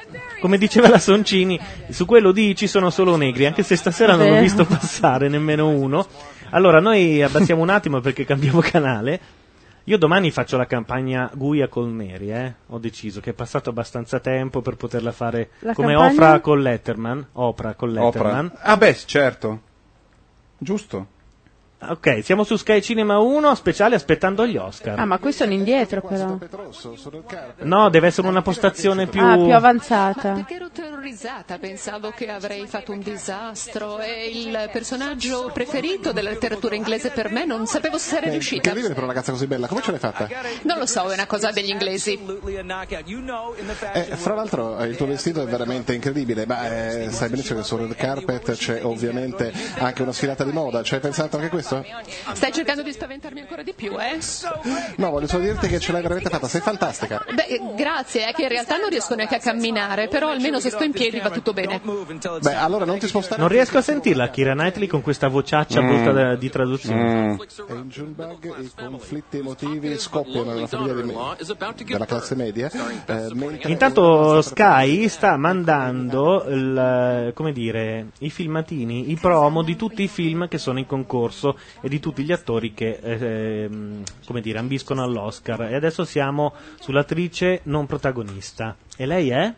[SPEAKER 2] come diceva la Soncini, su quello di ci sono solo negri, anche se stasera non ho
[SPEAKER 4] Vero.
[SPEAKER 2] visto passare nemmeno uno. Allora, noi abbassiamo un attimo perché cambiamo canale. Io domani faccio la campagna Guia col Neri, eh? Ho deciso che è passato abbastanza tempo per poterla fare
[SPEAKER 5] La
[SPEAKER 2] come
[SPEAKER 5] campagna?
[SPEAKER 2] Oprah con Letterman. Oprah con Letterman.
[SPEAKER 5] Oprah. Ah beh, certo. Giusto.
[SPEAKER 2] Ok, siamo su Sky Cinema uno, speciale aspettando gli Oscar.
[SPEAKER 4] Ah, ma qui sono indietro però.
[SPEAKER 2] No, deve essere una postazione più...
[SPEAKER 4] Ah, più avanzata.
[SPEAKER 16] Perché ero terrorizzata, pensavo che avrei fatto un disastro. È il personaggio preferito della letteratura inglese per me, non sapevo se sarei riuscita.
[SPEAKER 15] Incredibile per una ragazza così bella, come ce l'hai fatta?
[SPEAKER 16] Non lo so, è una cosa degli inglesi.
[SPEAKER 15] Eh, fra l'altro eh, il tuo vestito è veramente incredibile, ma eh, sai benissimo che sul red carpet c'è ovviamente anche una sfilata di moda, ci hai pensato anche a questo?
[SPEAKER 16] Stai cercando di spaventarmi ancora di più, eh?
[SPEAKER 15] No, voglio solo dirti che ce l'hai veramente fatta, sei fantastica.
[SPEAKER 16] Beh, grazie, è che in realtà non riesco neanche a camminare, però almeno se sto in piedi va tutto bene.
[SPEAKER 15] Beh, allora non ti spostare.
[SPEAKER 2] Non riesco a sentirla, Keira Knightley, con questa vociaccia
[SPEAKER 15] Mm.
[SPEAKER 2] brutta da- di traduzione.
[SPEAKER 15] Mm. E in Junebug i conflitti emotivi scoppiano nella famiglia di me, della classe media. eh, mentre-
[SPEAKER 2] Intanto Sky sta mandando il, come dire, i filmatini, i promo di tutti i film che sono in concorso e di tutti gli attori che ehm, come dire, ambiscono all'Oscar. E adesso siamo sull'attrice non protagonista. E lei è?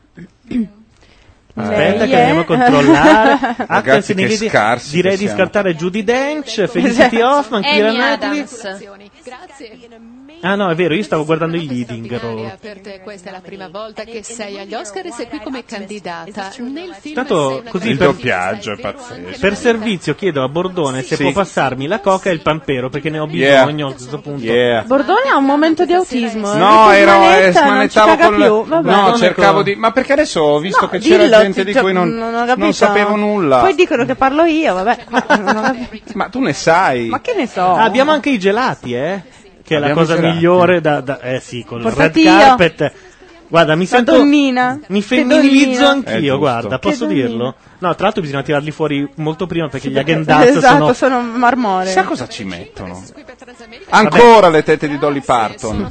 [SPEAKER 2] Aspetta
[SPEAKER 4] Lei
[SPEAKER 2] che
[SPEAKER 4] è?
[SPEAKER 2] andiamo a controllare.
[SPEAKER 5] Ragazzi,
[SPEAKER 2] Actor,
[SPEAKER 5] che
[SPEAKER 2] di-
[SPEAKER 5] scarsi
[SPEAKER 2] direi
[SPEAKER 5] che
[SPEAKER 2] di
[SPEAKER 5] siamo.
[SPEAKER 2] scartare Judi Dench, Felicity Hoffman, Keira
[SPEAKER 16] Amy
[SPEAKER 2] Knightley.
[SPEAKER 16] Adams. Grazie.
[SPEAKER 2] Ah no, è vero, io stavo guardando il leading.
[SPEAKER 16] Straordinaria per te, questa è la prima volta che sei agli Oscar e sei qui come candidata. Nel film
[SPEAKER 2] Tanto
[SPEAKER 16] sei una
[SPEAKER 2] così
[SPEAKER 5] Il
[SPEAKER 2] per,
[SPEAKER 5] doppiaggio è pazzesco.
[SPEAKER 2] per servizio chiedo a Bordone se
[SPEAKER 5] Sì.
[SPEAKER 2] può passarmi la coca e il pampero perché ne ho
[SPEAKER 5] Yeah.
[SPEAKER 2] bisogno a questo punto.
[SPEAKER 5] Yeah.
[SPEAKER 4] Bordone ha un momento di autismo.
[SPEAKER 5] No,
[SPEAKER 4] Ricky
[SPEAKER 5] ero eh,
[SPEAKER 4] Smanetta non ci
[SPEAKER 5] smanettavo
[SPEAKER 4] caga
[SPEAKER 5] con
[SPEAKER 4] più. Vabbè.
[SPEAKER 5] No,
[SPEAKER 2] Non
[SPEAKER 5] cercavo
[SPEAKER 2] ecco-
[SPEAKER 5] di ma perché adesso ho visto
[SPEAKER 4] No,
[SPEAKER 5] che c'era
[SPEAKER 4] dillo,
[SPEAKER 5] gente
[SPEAKER 4] ti-
[SPEAKER 5] di cui non,
[SPEAKER 4] non ho capito.
[SPEAKER 5] non sapevo nulla.
[SPEAKER 4] Poi dicono che parlo io, vabbè. qua non ho capito.
[SPEAKER 5] Ma tu ne sai?
[SPEAKER 4] Ma che ne so?
[SPEAKER 2] Ah, abbiamo anche i gelati, eh? Che è la
[SPEAKER 5] Abbiamo
[SPEAKER 2] cosa
[SPEAKER 5] i gelati.
[SPEAKER 2] migliore da, da- eh sì, con il red
[SPEAKER 4] Portati io.
[SPEAKER 2] carpet. Guarda, mi
[SPEAKER 4] La
[SPEAKER 2] sento
[SPEAKER 4] donnina.
[SPEAKER 2] mi
[SPEAKER 4] Che
[SPEAKER 2] femminilizzo
[SPEAKER 4] donnina.
[SPEAKER 5] È
[SPEAKER 2] anch'io,
[SPEAKER 5] giusto.
[SPEAKER 2] guarda,
[SPEAKER 4] Che
[SPEAKER 2] posso
[SPEAKER 4] donnina.
[SPEAKER 2] dirlo? No, tra l'altro bisogna tirarli fuori molto prima perché gli
[SPEAKER 4] Perché-
[SPEAKER 2] Häagen-Dazs
[SPEAKER 4] esatto,
[SPEAKER 2] sono
[SPEAKER 4] sono marmoreo.
[SPEAKER 5] Sa cosa ci mettono? Ancora le tette di Dolly Parton.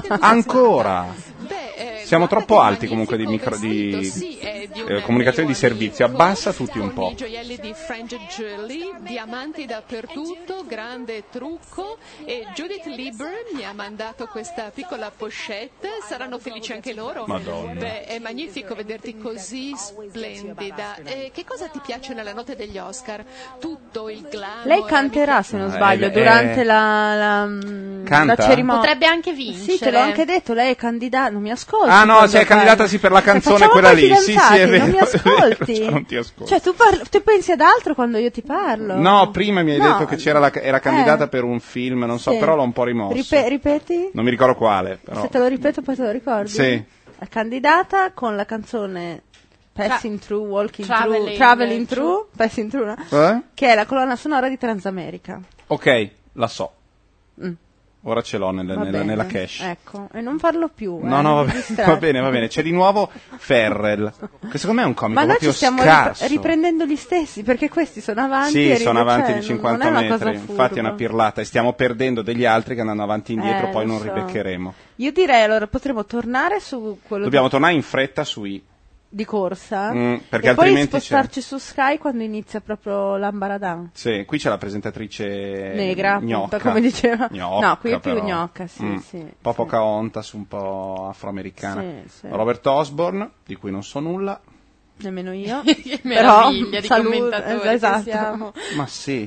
[SPEAKER 5] Ancora. Siamo troppo alti comunque di, micro, di eh, comunicazione di servizio. Abbassa tutti un po'.
[SPEAKER 16] I gioielli di French Jewelry, diamanti dappertutto, grande trucco, e Judith Lieber mi ha mandato questa piccola pochette, saranno felici anche loro.
[SPEAKER 5] Madonna.
[SPEAKER 16] Beh, è magnifico vederti così splendida. E che cosa ti piace nella notte degli Oscar? Tutto il glamour.
[SPEAKER 4] Lei canterà, se non
[SPEAKER 5] Eh,
[SPEAKER 4] sbaglio,
[SPEAKER 5] eh,
[SPEAKER 4] durante la, la, mm,
[SPEAKER 5] Canta?
[SPEAKER 4] la cerimonia.
[SPEAKER 3] Potrebbe anche vincere.
[SPEAKER 4] Sì, te l'ho anche detto, lei è candidata, non mi ascolti.
[SPEAKER 5] Ah no,
[SPEAKER 4] quando
[SPEAKER 5] sei
[SPEAKER 4] parli.
[SPEAKER 5] candidata sì per la canzone
[SPEAKER 4] Facciamo
[SPEAKER 5] quella
[SPEAKER 4] poi
[SPEAKER 5] lì. Sì, sì,
[SPEAKER 4] fidanzati,
[SPEAKER 5] è vero.
[SPEAKER 4] non mi
[SPEAKER 5] è vero,
[SPEAKER 4] ascolti.
[SPEAKER 5] cioè, non ti ascolto.
[SPEAKER 4] Cioè, tu, parli- tu pensi ad altro quando io ti parlo?
[SPEAKER 5] No, prima mi hai
[SPEAKER 4] No.
[SPEAKER 5] detto che c'era la, era candidata
[SPEAKER 4] Eh.
[SPEAKER 5] per un film, non so,
[SPEAKER 4] Sì.
[SPEAKER 5] però l'ho un po' rimosso.
[SPEAKER 4] Ripe- ripeti?
[SPEAKER 5] Non mi ricordo quale, però.
[SPEAKER 4] Se te lo ripeto poi te lo ricordi?
[SPEAKER 5] Sì.
[SPEAKER 4] È candidata con la canzone Passing Through, Walking
[SPEAKER 3] Traveling
[SPEAKER 4] Through, Traveling
[SPEAKER 3] Through.
[SPEAKER 4] Through, Passing Through, no?
[SPEAKER 5] Eh?
[SPEAKER 4] Che è la colonna sonora di Transamerica.
[SPEAKER 5] Ok, la so.
[SPEAKER 4] Mm.
[SPEAKER 5] Ora ce l'ho nel-
[SPEAKER 4] Va
[SPEAKER 5] nella,
[SPEAKER 4] bene.
[SPEAKER 5] nella cache.
[SPEAKER 4] Ecco, e non parlo più.
[SPEAKER 5] No,
[SPEAKER 4] eh,
[SPEAKER 5] no, va
[SPEAKER 4] mi
[SPEAKER 5] bene,
[SPEAKER 4] distrai.
[SPEAKER 5] va bene, va bene. C'è di nuovo Ferrell, che secondo me è un comico
[SPEAKER 4] Ma noi
[SPEAKER 5] proprio
[SPEAKER 4] ci stiamo rip-
[SPEAKER 5] scarso.
[SPEAKER 4] riprendendo gli stessi, perché questi sono avanti.
[SPEAKER 5] Sì,
[SPEAKER 4] e
[SPEAKER 5] sono
[SPEAKER 4] ride-
[SPEAKER 5] avanti
[SPEAKER 4] cioè,
[SPEAKER 5] di
[SPEAKER 4] non-
[SPEAKER 5] cinquanta
[SPEAKER 4] non è una cosa
[SPEAKER 5] metri, infatti è una
[SPEAKER 4] furba.
[SPEAKER 5] pirlata e stiamo perdendo degli altri che andranno avanti e indietro,
[SPEAKER 4] Eh,
[SPEAKER 5] poi
[SPEAKER 4] lo
[SPEAKER 5] non
[SPEAKER 4] so.
[SPEAKER 5] ribeccheremo.
[SPEAKER 4] Io direi allora potremmo tornare su quello
[SPEAKER 5] Dobbiamo
[SPEAKER 4] di,
[SPEAKER 5] tornare in fretta sui...
[SPEAKER 4] di corsa
[SPEAKER 5] Mm, perché
[SPEAKER 4] e poi
[SPEAKER 5] altrimenti c'è-
[SPEAKER 4] spostarci su Sky quando inizia proprio l'ambaradan.
[SPEAKER 5] Sì, qui c'è la presentatrice
[SPEAKER 4] Negra,
[SPEAKER 5] gnocca.
[SPEAKER 4] appunto, come diceva.
[SPEAKER 5] Gnocca,
[SPEAKER 4] No, qui è più
[SPEAKER 5] però.
[SPEAKER 4] gnocca, sì,
[SPEAKER 5] Mm.
[SPEAKER 4] sì,
[SPEAKER 5] Un po' Pocahontas, un po' afroamericana.
[SPEAKER 4] Sì, sì.
[SPEAKER 5] Robert Osborne, di cui non so nulla.
[SPEAKER 4] Nemmeno io.
[SPEAKER 3] Che
[SPEAKER 4] Però
[SPEAKER 3] meraviglia di
[SPEAKER 4] saluto-
[SPEAKER 3] commentatori
[SPEAKER 4] eh, esatto.
[SPEAKER 3] che siamo.
[SPEAKER 5] Ma sì.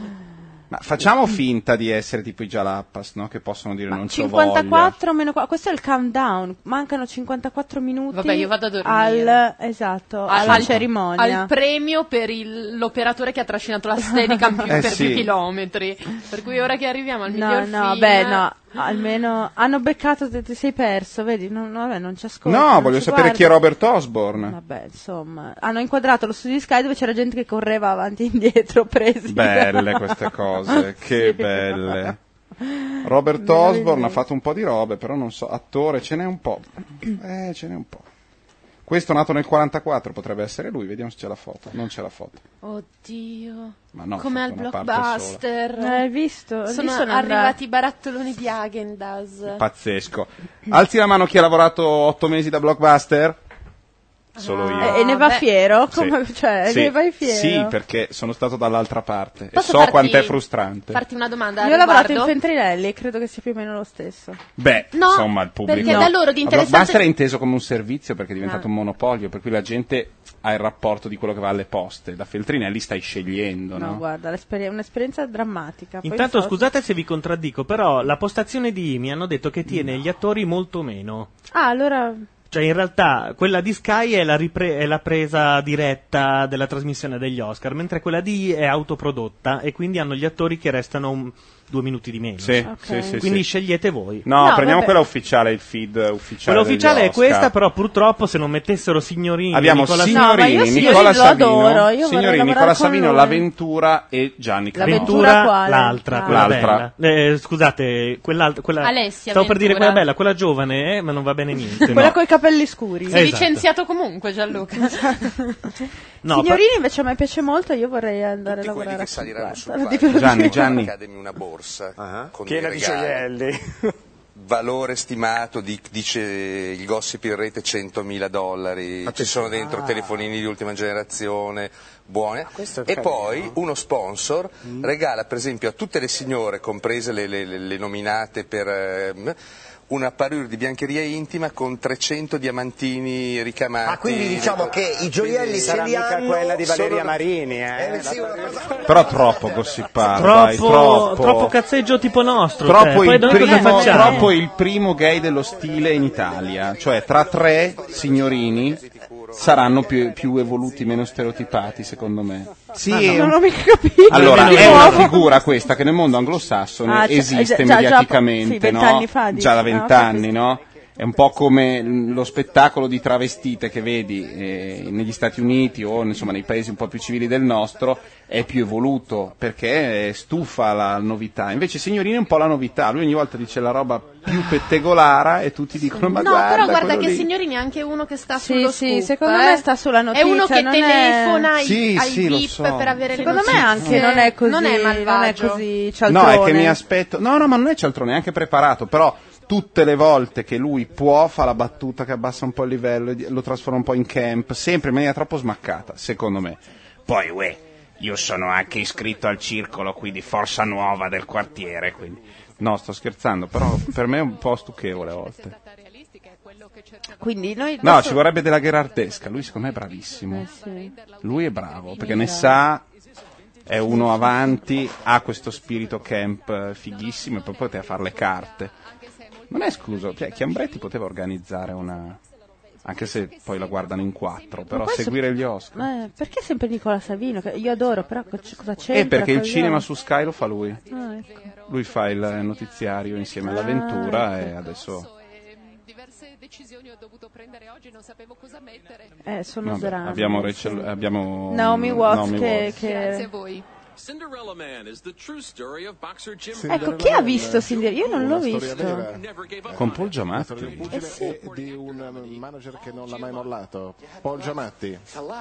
[SPEAKER 5] Ma facciamo finta di essere tipo i Jalapas, no? Che possono dire non c'ho voglia.
[SPEAKER 4] cinquantaquattro meno qua, questo è il countdown, mancano cinquantaquattro minuti.
[SPEAKER 3] Vabbè, io vado a dormire.
[SPEAKER 4] al esatto, alla
[SPEAKER 3] al,
[SPEAKER 4] cerimonia.
[SPEAKER 3] al premio per il- l'operatore che ha trascinato la Steadicam più,
[SPEAKER 5] Eh,
[SPEAKER 3] per
[SPEAKER 5] sì.
[SPEAKER 3] più chilometri. Per cui ora che arriviamo al
[SPEAKER 4] No,
[SPEAKER 3] miglior
[SPEAKER 4] no,
[SPEAKER 3] film,
[SPEAKER 4] beh, no, almeno hanno beccato, te, ti sei perso, vedi, non, no, vabbè, non ci ascolta.
[SPEAKER 5] No,
[SPEAKER 4] non
[SPEAKER 5] voglio
[SPEAKER 4] ci
[SPEAKER 5] sapere
[SPEAKER 4] guarda.
[SPEAKER 5] chi è Robert Osborne.
[SPEAKER 4] Vabbè, insomma, hanno inquadrato lo studio di Sky dove c'era gente che correva avanti e indietro, presi.
[SPEAKER 5] Belle queste cose, che
[SPEAKER 4] Sì.
[SPEAKER 5] belle. Robert Osborne ha fatto un po' di robe, però non so, attore, ce n'è un po'. Eh, ce n'è un po'. Questo nato nel quarantaquattro potrebbe essere lui, vediamo se c'è la foto. Non c'è la foto.
[SPEAKER 3] Oddio.
[SPEAKER 5] Ma no,
[SPEAKER 3] come
[SPEAKER 5] ho
[SPEAKER 3] al
[SPEAKER 5] fatto una parte
[SPEAKER 3] blockbuster.
[SPEAKER 4] Eh, hai visto?
[SPEAKER 3] Sono
[SPEAKER 4] Lì sono
[SPEAKER 3] arrivati
[SPEAKER 4] andati.
[SPEAKER 3] i barattoloni di Häagen-Dazs.
[SPEAKER 5] Pazzesco. Alzi la mano chi ha lavorato otto mesi da Blockbuster. Solo
[SPEAKER 4] Ah,
[SPEAKER 5] io.
[SPEAKER 4] e ne va
[SPEAKER 3] beh.
[SPEAKER 4] fiero?
[SPEAKER 5] Sì.
[SPEAKER 4] Come, cioè,
[SPEAKER 5] Sì.
[SPEAKER 4] ne vai fiero?
[SPEAKER 5] Sì, perché sono stato dall'altra parte
[SPEAKER 3] Posso
[SPEAKER 5] e so
[SPEAKER 3] farti-
[SPEAKER 5] quanto è frustrante.
[SPEAKER 3] Farti una domanda
[SPEAKER 4] Io
[SPEAKER 3] al
[SPEAKER 4] ho lavorato in
[SPEAKER 3] riguardo?
[SPEAKER 4] Feltrinelli e credo che sia più o meno lo stesso.
[SPEAKER 5] Beh,
[SPEAKER 3] No,
[SPEAKER 5] insomma, il pubblico.
[SPEAKER 3] perché da loro di
[SPEAKER 5] Ma
[SPEAKER 3] interessante-
[SPEAKER 5] Blockbuster è inteso come un servizio perché è diventato
[SPEAKER 4] Ah.
[SPEAKER 5] un monopolio, per cui la gente ha il rapporto di quello che va alle poste. Da Feltrinelli stai scegliendo,
[SPEAKER 4] No,
[SPEAKER 5] no?
[SPEAKER 4] guarda, l'esperi- è un'esperienza drammatica. Poi
[SPEAKER 2] Intanto
[SPEAKER 4] so-
[SPEAKER 2] scusate se vi contraddico, però la postazione di Imi hanno detto che tiene gli attori molto meno.
[SPEAKER 4] Ah, allora...
[SPEAKER 2] Cioè in realtà quella di Sky è la, ripre- è la presa diretta della trasmissione degli Oscar, mentre quella di I è autoprodotta e quindi hanno gli attori che restano un- due minuti di meno.
[SPEAKER 5] Sì, Ok. sì, sì,
[SPEAKER 2] Quindi
[SPEAKER 5] sì.
[SPEAKER 2] scegliete voi.
[SPEAKER 5] No,
[SPEAKER 4] No,
[SPEAKER 5] prendiamo
[SPEAKER 4] vabbè.
[SPEAKER 5] quella ufficiale, il feed ufficiale.
[SPEAKER 2] Quella ufficiale
[SPEAKER 5] degli
[SPEAKER 2] è questa,
[SPEAKER 5] Oscar.
[SPEAKER 2] però purtroppo se non mettessero Signorini,
[SPEAKER 5] Abbiamo
[SPEAKER 2] Nicola
[SPEAKER 5] Signorini,
[SPEAKER 4] No, ma io Signorini
[SPEAKER 5] Nicola
[SPEAKER 4] lo
[SPEAKER 5] Savino,
[SPEAKER 4] adoro, io vorrei
[SPEAKER 5] Signorini,
[SPEAKER 4] lavorare
[SPEAKER 5] Nicola
[SPEAKER 4] con
[SPEAKER 5] Savino,
[SPEAKER 4] lui.
[SPEAKER 5] l'Avventura e Gianni Canova.
[SPEAKER 2] Ventura,
[SPEAKER 4] quale?
[SPEAKER 2] l'altra,
[SPEAKER 4] Ah.
[SPEAKER 2] quella
[SPEAKER 5] L'altra.
[SPEAKER 2] bella. Eh, scusate, quell'altra, quella,
[SPEAKER 3] Alessia
[SPEAKER 2] stavo per dire
[SPEAKER 3] Ventura.
[SPEAKER 2] quella bella, quella giovane, eh, ma non va bene niente.
[SPEAKER 4] Quella
[SPEAKER 2] no.
[SPEAKER 4] coi capelli scuri.
[SPEAKER 3] Sei
[SPEAKER 2] Esatto.
[SPEAKER 3] licenziato comunque, Gianluca.
[SPEAKER 2] No,
[SPEAKER 4] Signorini invece a me piace molto, io vorrei andare a
[SPEAKER 17] Tutti quelli
[SPEAKER 4] lavorare
[SPEAKER 17] che
[SPEAKER 4] a
[SPEAKER 17] saliranno sul
[SPEAKER 4] Guarda,
[SPEAKER 17] palco.
[SPEAKER 4] di più-
[SPEAKER 5] Gianni, Gianni.
[SPEAKER 17] Academy una borsa con
[SPEAKER 18] Piena
[SPEAKER 17] dei
[SPEAKER 18] di
[SPEAKER 17] regali.
[SPEAKER 18] gioielli.
[SPEAKER 17] Valore stimato di, dice il gossip in rete centomila dollari, ci sono dentro
[SPEAKER 18] Ah.
[SPEAKER 17] telefonini di ultima generazione buone
[SPEAKER 18] questo è
[SPEAKER 17] e
[SPEAKER 18] carino.
[SPEAKER 17] poi uno sponsor regala per esempio a tutte le signore, comprese le, le- le- le nominate per ehm, una parure di biancheria intima con trecento diamantini ricamati.
[SPEAKER 18] Ah, quindi diciamo che i gioielli
[SPEAKER 17] Quindi
[SPEAKER 18] se
[SPEAKER 17] sarà
[SPEAKER 18] li
[SPEAKER 17] mica
[SPEAKER 18] hanno
[SPEAKER 17] quella di Valeria
[SPEAKER 18] sono-
[SPEAKER 17] Marini, eh?
[SPEAKER 18] Eh, sì, una cosa-
[SPEAKER 5] Però troppo gossipare,
[SPEAKER 2] troppo,
[SPEAKER 5] dai, troppo.
[SPEAKER 2] troppo cazzeggio tipo nostro.
[SPEAKER 5] Troppo,
[SPEAKER 2] cioè, poi
[SPEAKER 5] il
[SPEAKER 2] noi cosa
[SPEAKER 5] primo,
[SPEAKER 2] facciamo?
[SPEAKER 5] troppo il primo gay dello stile in Italia, cioè tra tre signorini saranno più, più evoluti, meno stereotipati secondo me. Sì,
[SPEAKER 4] Ah,
[SPEAKER 5] è
[SPEAKER 4] non
[SPEAKER 5] un-
[SPEAKER 4] ho mica capito.
[SPEAKER 5] allora
[SPEAKER 4] Di
[SPEAKER 5] è una
[SPEAKER 4] nuovo.
[SPEAKER 5] figura questa che nel mondo anglosassone
[SPEAKER 4] Ah, cioè,
[SPEAKER 5] esiste
[SPEAKER 4] già- già-
[SPEAKER 5] mediaticamente,
[SPEAKER 4] sì, vent'anni
[SPEAKER 5] no?
[SPEAKER 4] fa, dici.
[SPEAKER 5] Già da
[SPEAKER 4] Ah,
[SPEAKER 5] vent'anni, no? È un po' come l- lo spettacolo di travestite che vedi eh, negli Stati Uniti o insomma nei paesi un po' più civili del nostro, è più evoluto perché eh, stufa la novità. Invece Signorini è un po' la novità, lui ogni volta dice la roba più pettegolara e tutti dicono ma
[SPEAKER 3] No,
[SPEAKER 5] guarda
[SPEAKER 3] però guarda
[SPEAKER 5] quello
[SPEAKER 3] che
[SPEAKER 5] lì.
[SPEAKER 3] Signorini è anche uno che sta
[SPEAKER 4] Sì,
[SPEAKER 3] sullo
[SPEAKER 4] sì,
[SPEAKER 3] scoop,
[SPEAKER 4] secondo
[SPEAKER 3] eh.
[SPEAKER 4] me sta sulla notizia.
[SPEAKER 3] È uno che
[SPEAKER 4] non è-
[SPEAKER 3] telefona ai,
[SPEAKER 5] Sì,
[SPEAKER 3] ai
[SPEAKER 5] sì, lo
[SPEAKER 3] V I P
[SPEAKER 5] so.
[SPEAKER 3] per avere
[SPEAKER 4] Secondo
[SPEAKER 3] le
[SPEAKER 4] me
[SPEAKER 3] notizie.
[SPEAKER 4] anche non è così,
[SPEAKER 3] Non è malvagio.
[SPEAKER 4] non è così
[SPEAKER 5] No,
[SPEAKER 4] cialtrone.
[SPEAKER 5] è che mi aspetto. No, no, ma non è cialtrone, è anche preparato. Però tutte le volte che lui può fa la battuta che abbassa un po' il livello, e lo trasforma un po' in camp, sempre in maniera troppo smaccata, secondo me. Poi, uè, io sono anche iscritto al circolo qui di Forza Nuova del quartiere, quindi. No, sto scherzando, però per me è un po' stucchevole a volte.
[SPEAKER 4] Quindi noi
[SPEAKER 5] No,
[SPEAKER 4] adesso-
[SPEAKER 5] ci vorrebbe della gherardesca. Lui secondo me è bravissimo.
[SPEAKER 4] Eh, sì.
[SPEAKER 5] Lui è bravo, perché ne sa, è uno avanti, ha questo spirito camp eh, fighissimo e poi poteva fare le carte. Non è escluso, cioè Chiambretti poteva organizzare una, anche se poi la guardano in quattro, però
[SPEAKER 4] questo-
[SPEAKER 5] seguire gli Oscar.
[SPEAKER 4] Eh, perché sempre Nicola Savino? Che io adoro, però co- cosa c'entra?
[SPEAKER 5] Eh, perché il
[SPEAKER 4] Cosa-
[SPEAKER 5] cinema su Sky lo fa lui.
[SPEAKER 4] Ah, ecco.
[SPEAKER 5] Lui fa il notiziario insieme
[SPEAKER 4] Ah,
[SPEAKER 5] all'avventura
[SPEAKER 4] ecco.
[SPEAKER 5] e adesso...
[SPEAKER 16] Diverse decisioni ho dovuto prendere oggi, non sapevo cosa mettere.
[SPEAKER 4] Eh, sono
[SPEAKER 5] Vabbè,
[SPEAKER 4] sdrammi,
[SPEAKER 5] abbiamo,
[SPEAKER 4] sì.
[SPEAKER 5] Rachel, abbiamo
[SPEAKER 4] Naomi Watts
[SPEAKER 5] Naomi
[SPEAKER 4] che,
[SPEAKER 5] Watts.
[SPEAKER 4] che-
[SPEAKER 16] Grazie a voi.
[SPEAKER 7] Cinderella Man is the true story of boxer Jim.
[SPEAKER 4] Ecco, chi ha visto Cinderella? Io non l'ho
[SPEAKER 15] Una storia
[SPEAKER 4] visto.
[SPEAKER 15] vera.
[SPEAKER 5] Con Paul
[SPEAKER 15] La storia
[SPEAKER 5] Giamatti.
[SPEAKER 15] di un pugile
[SPEAKER 4] Eh sì.
[SPEAKER 15] e di un manager che non l'ha mai mollato, Paul Giamatti.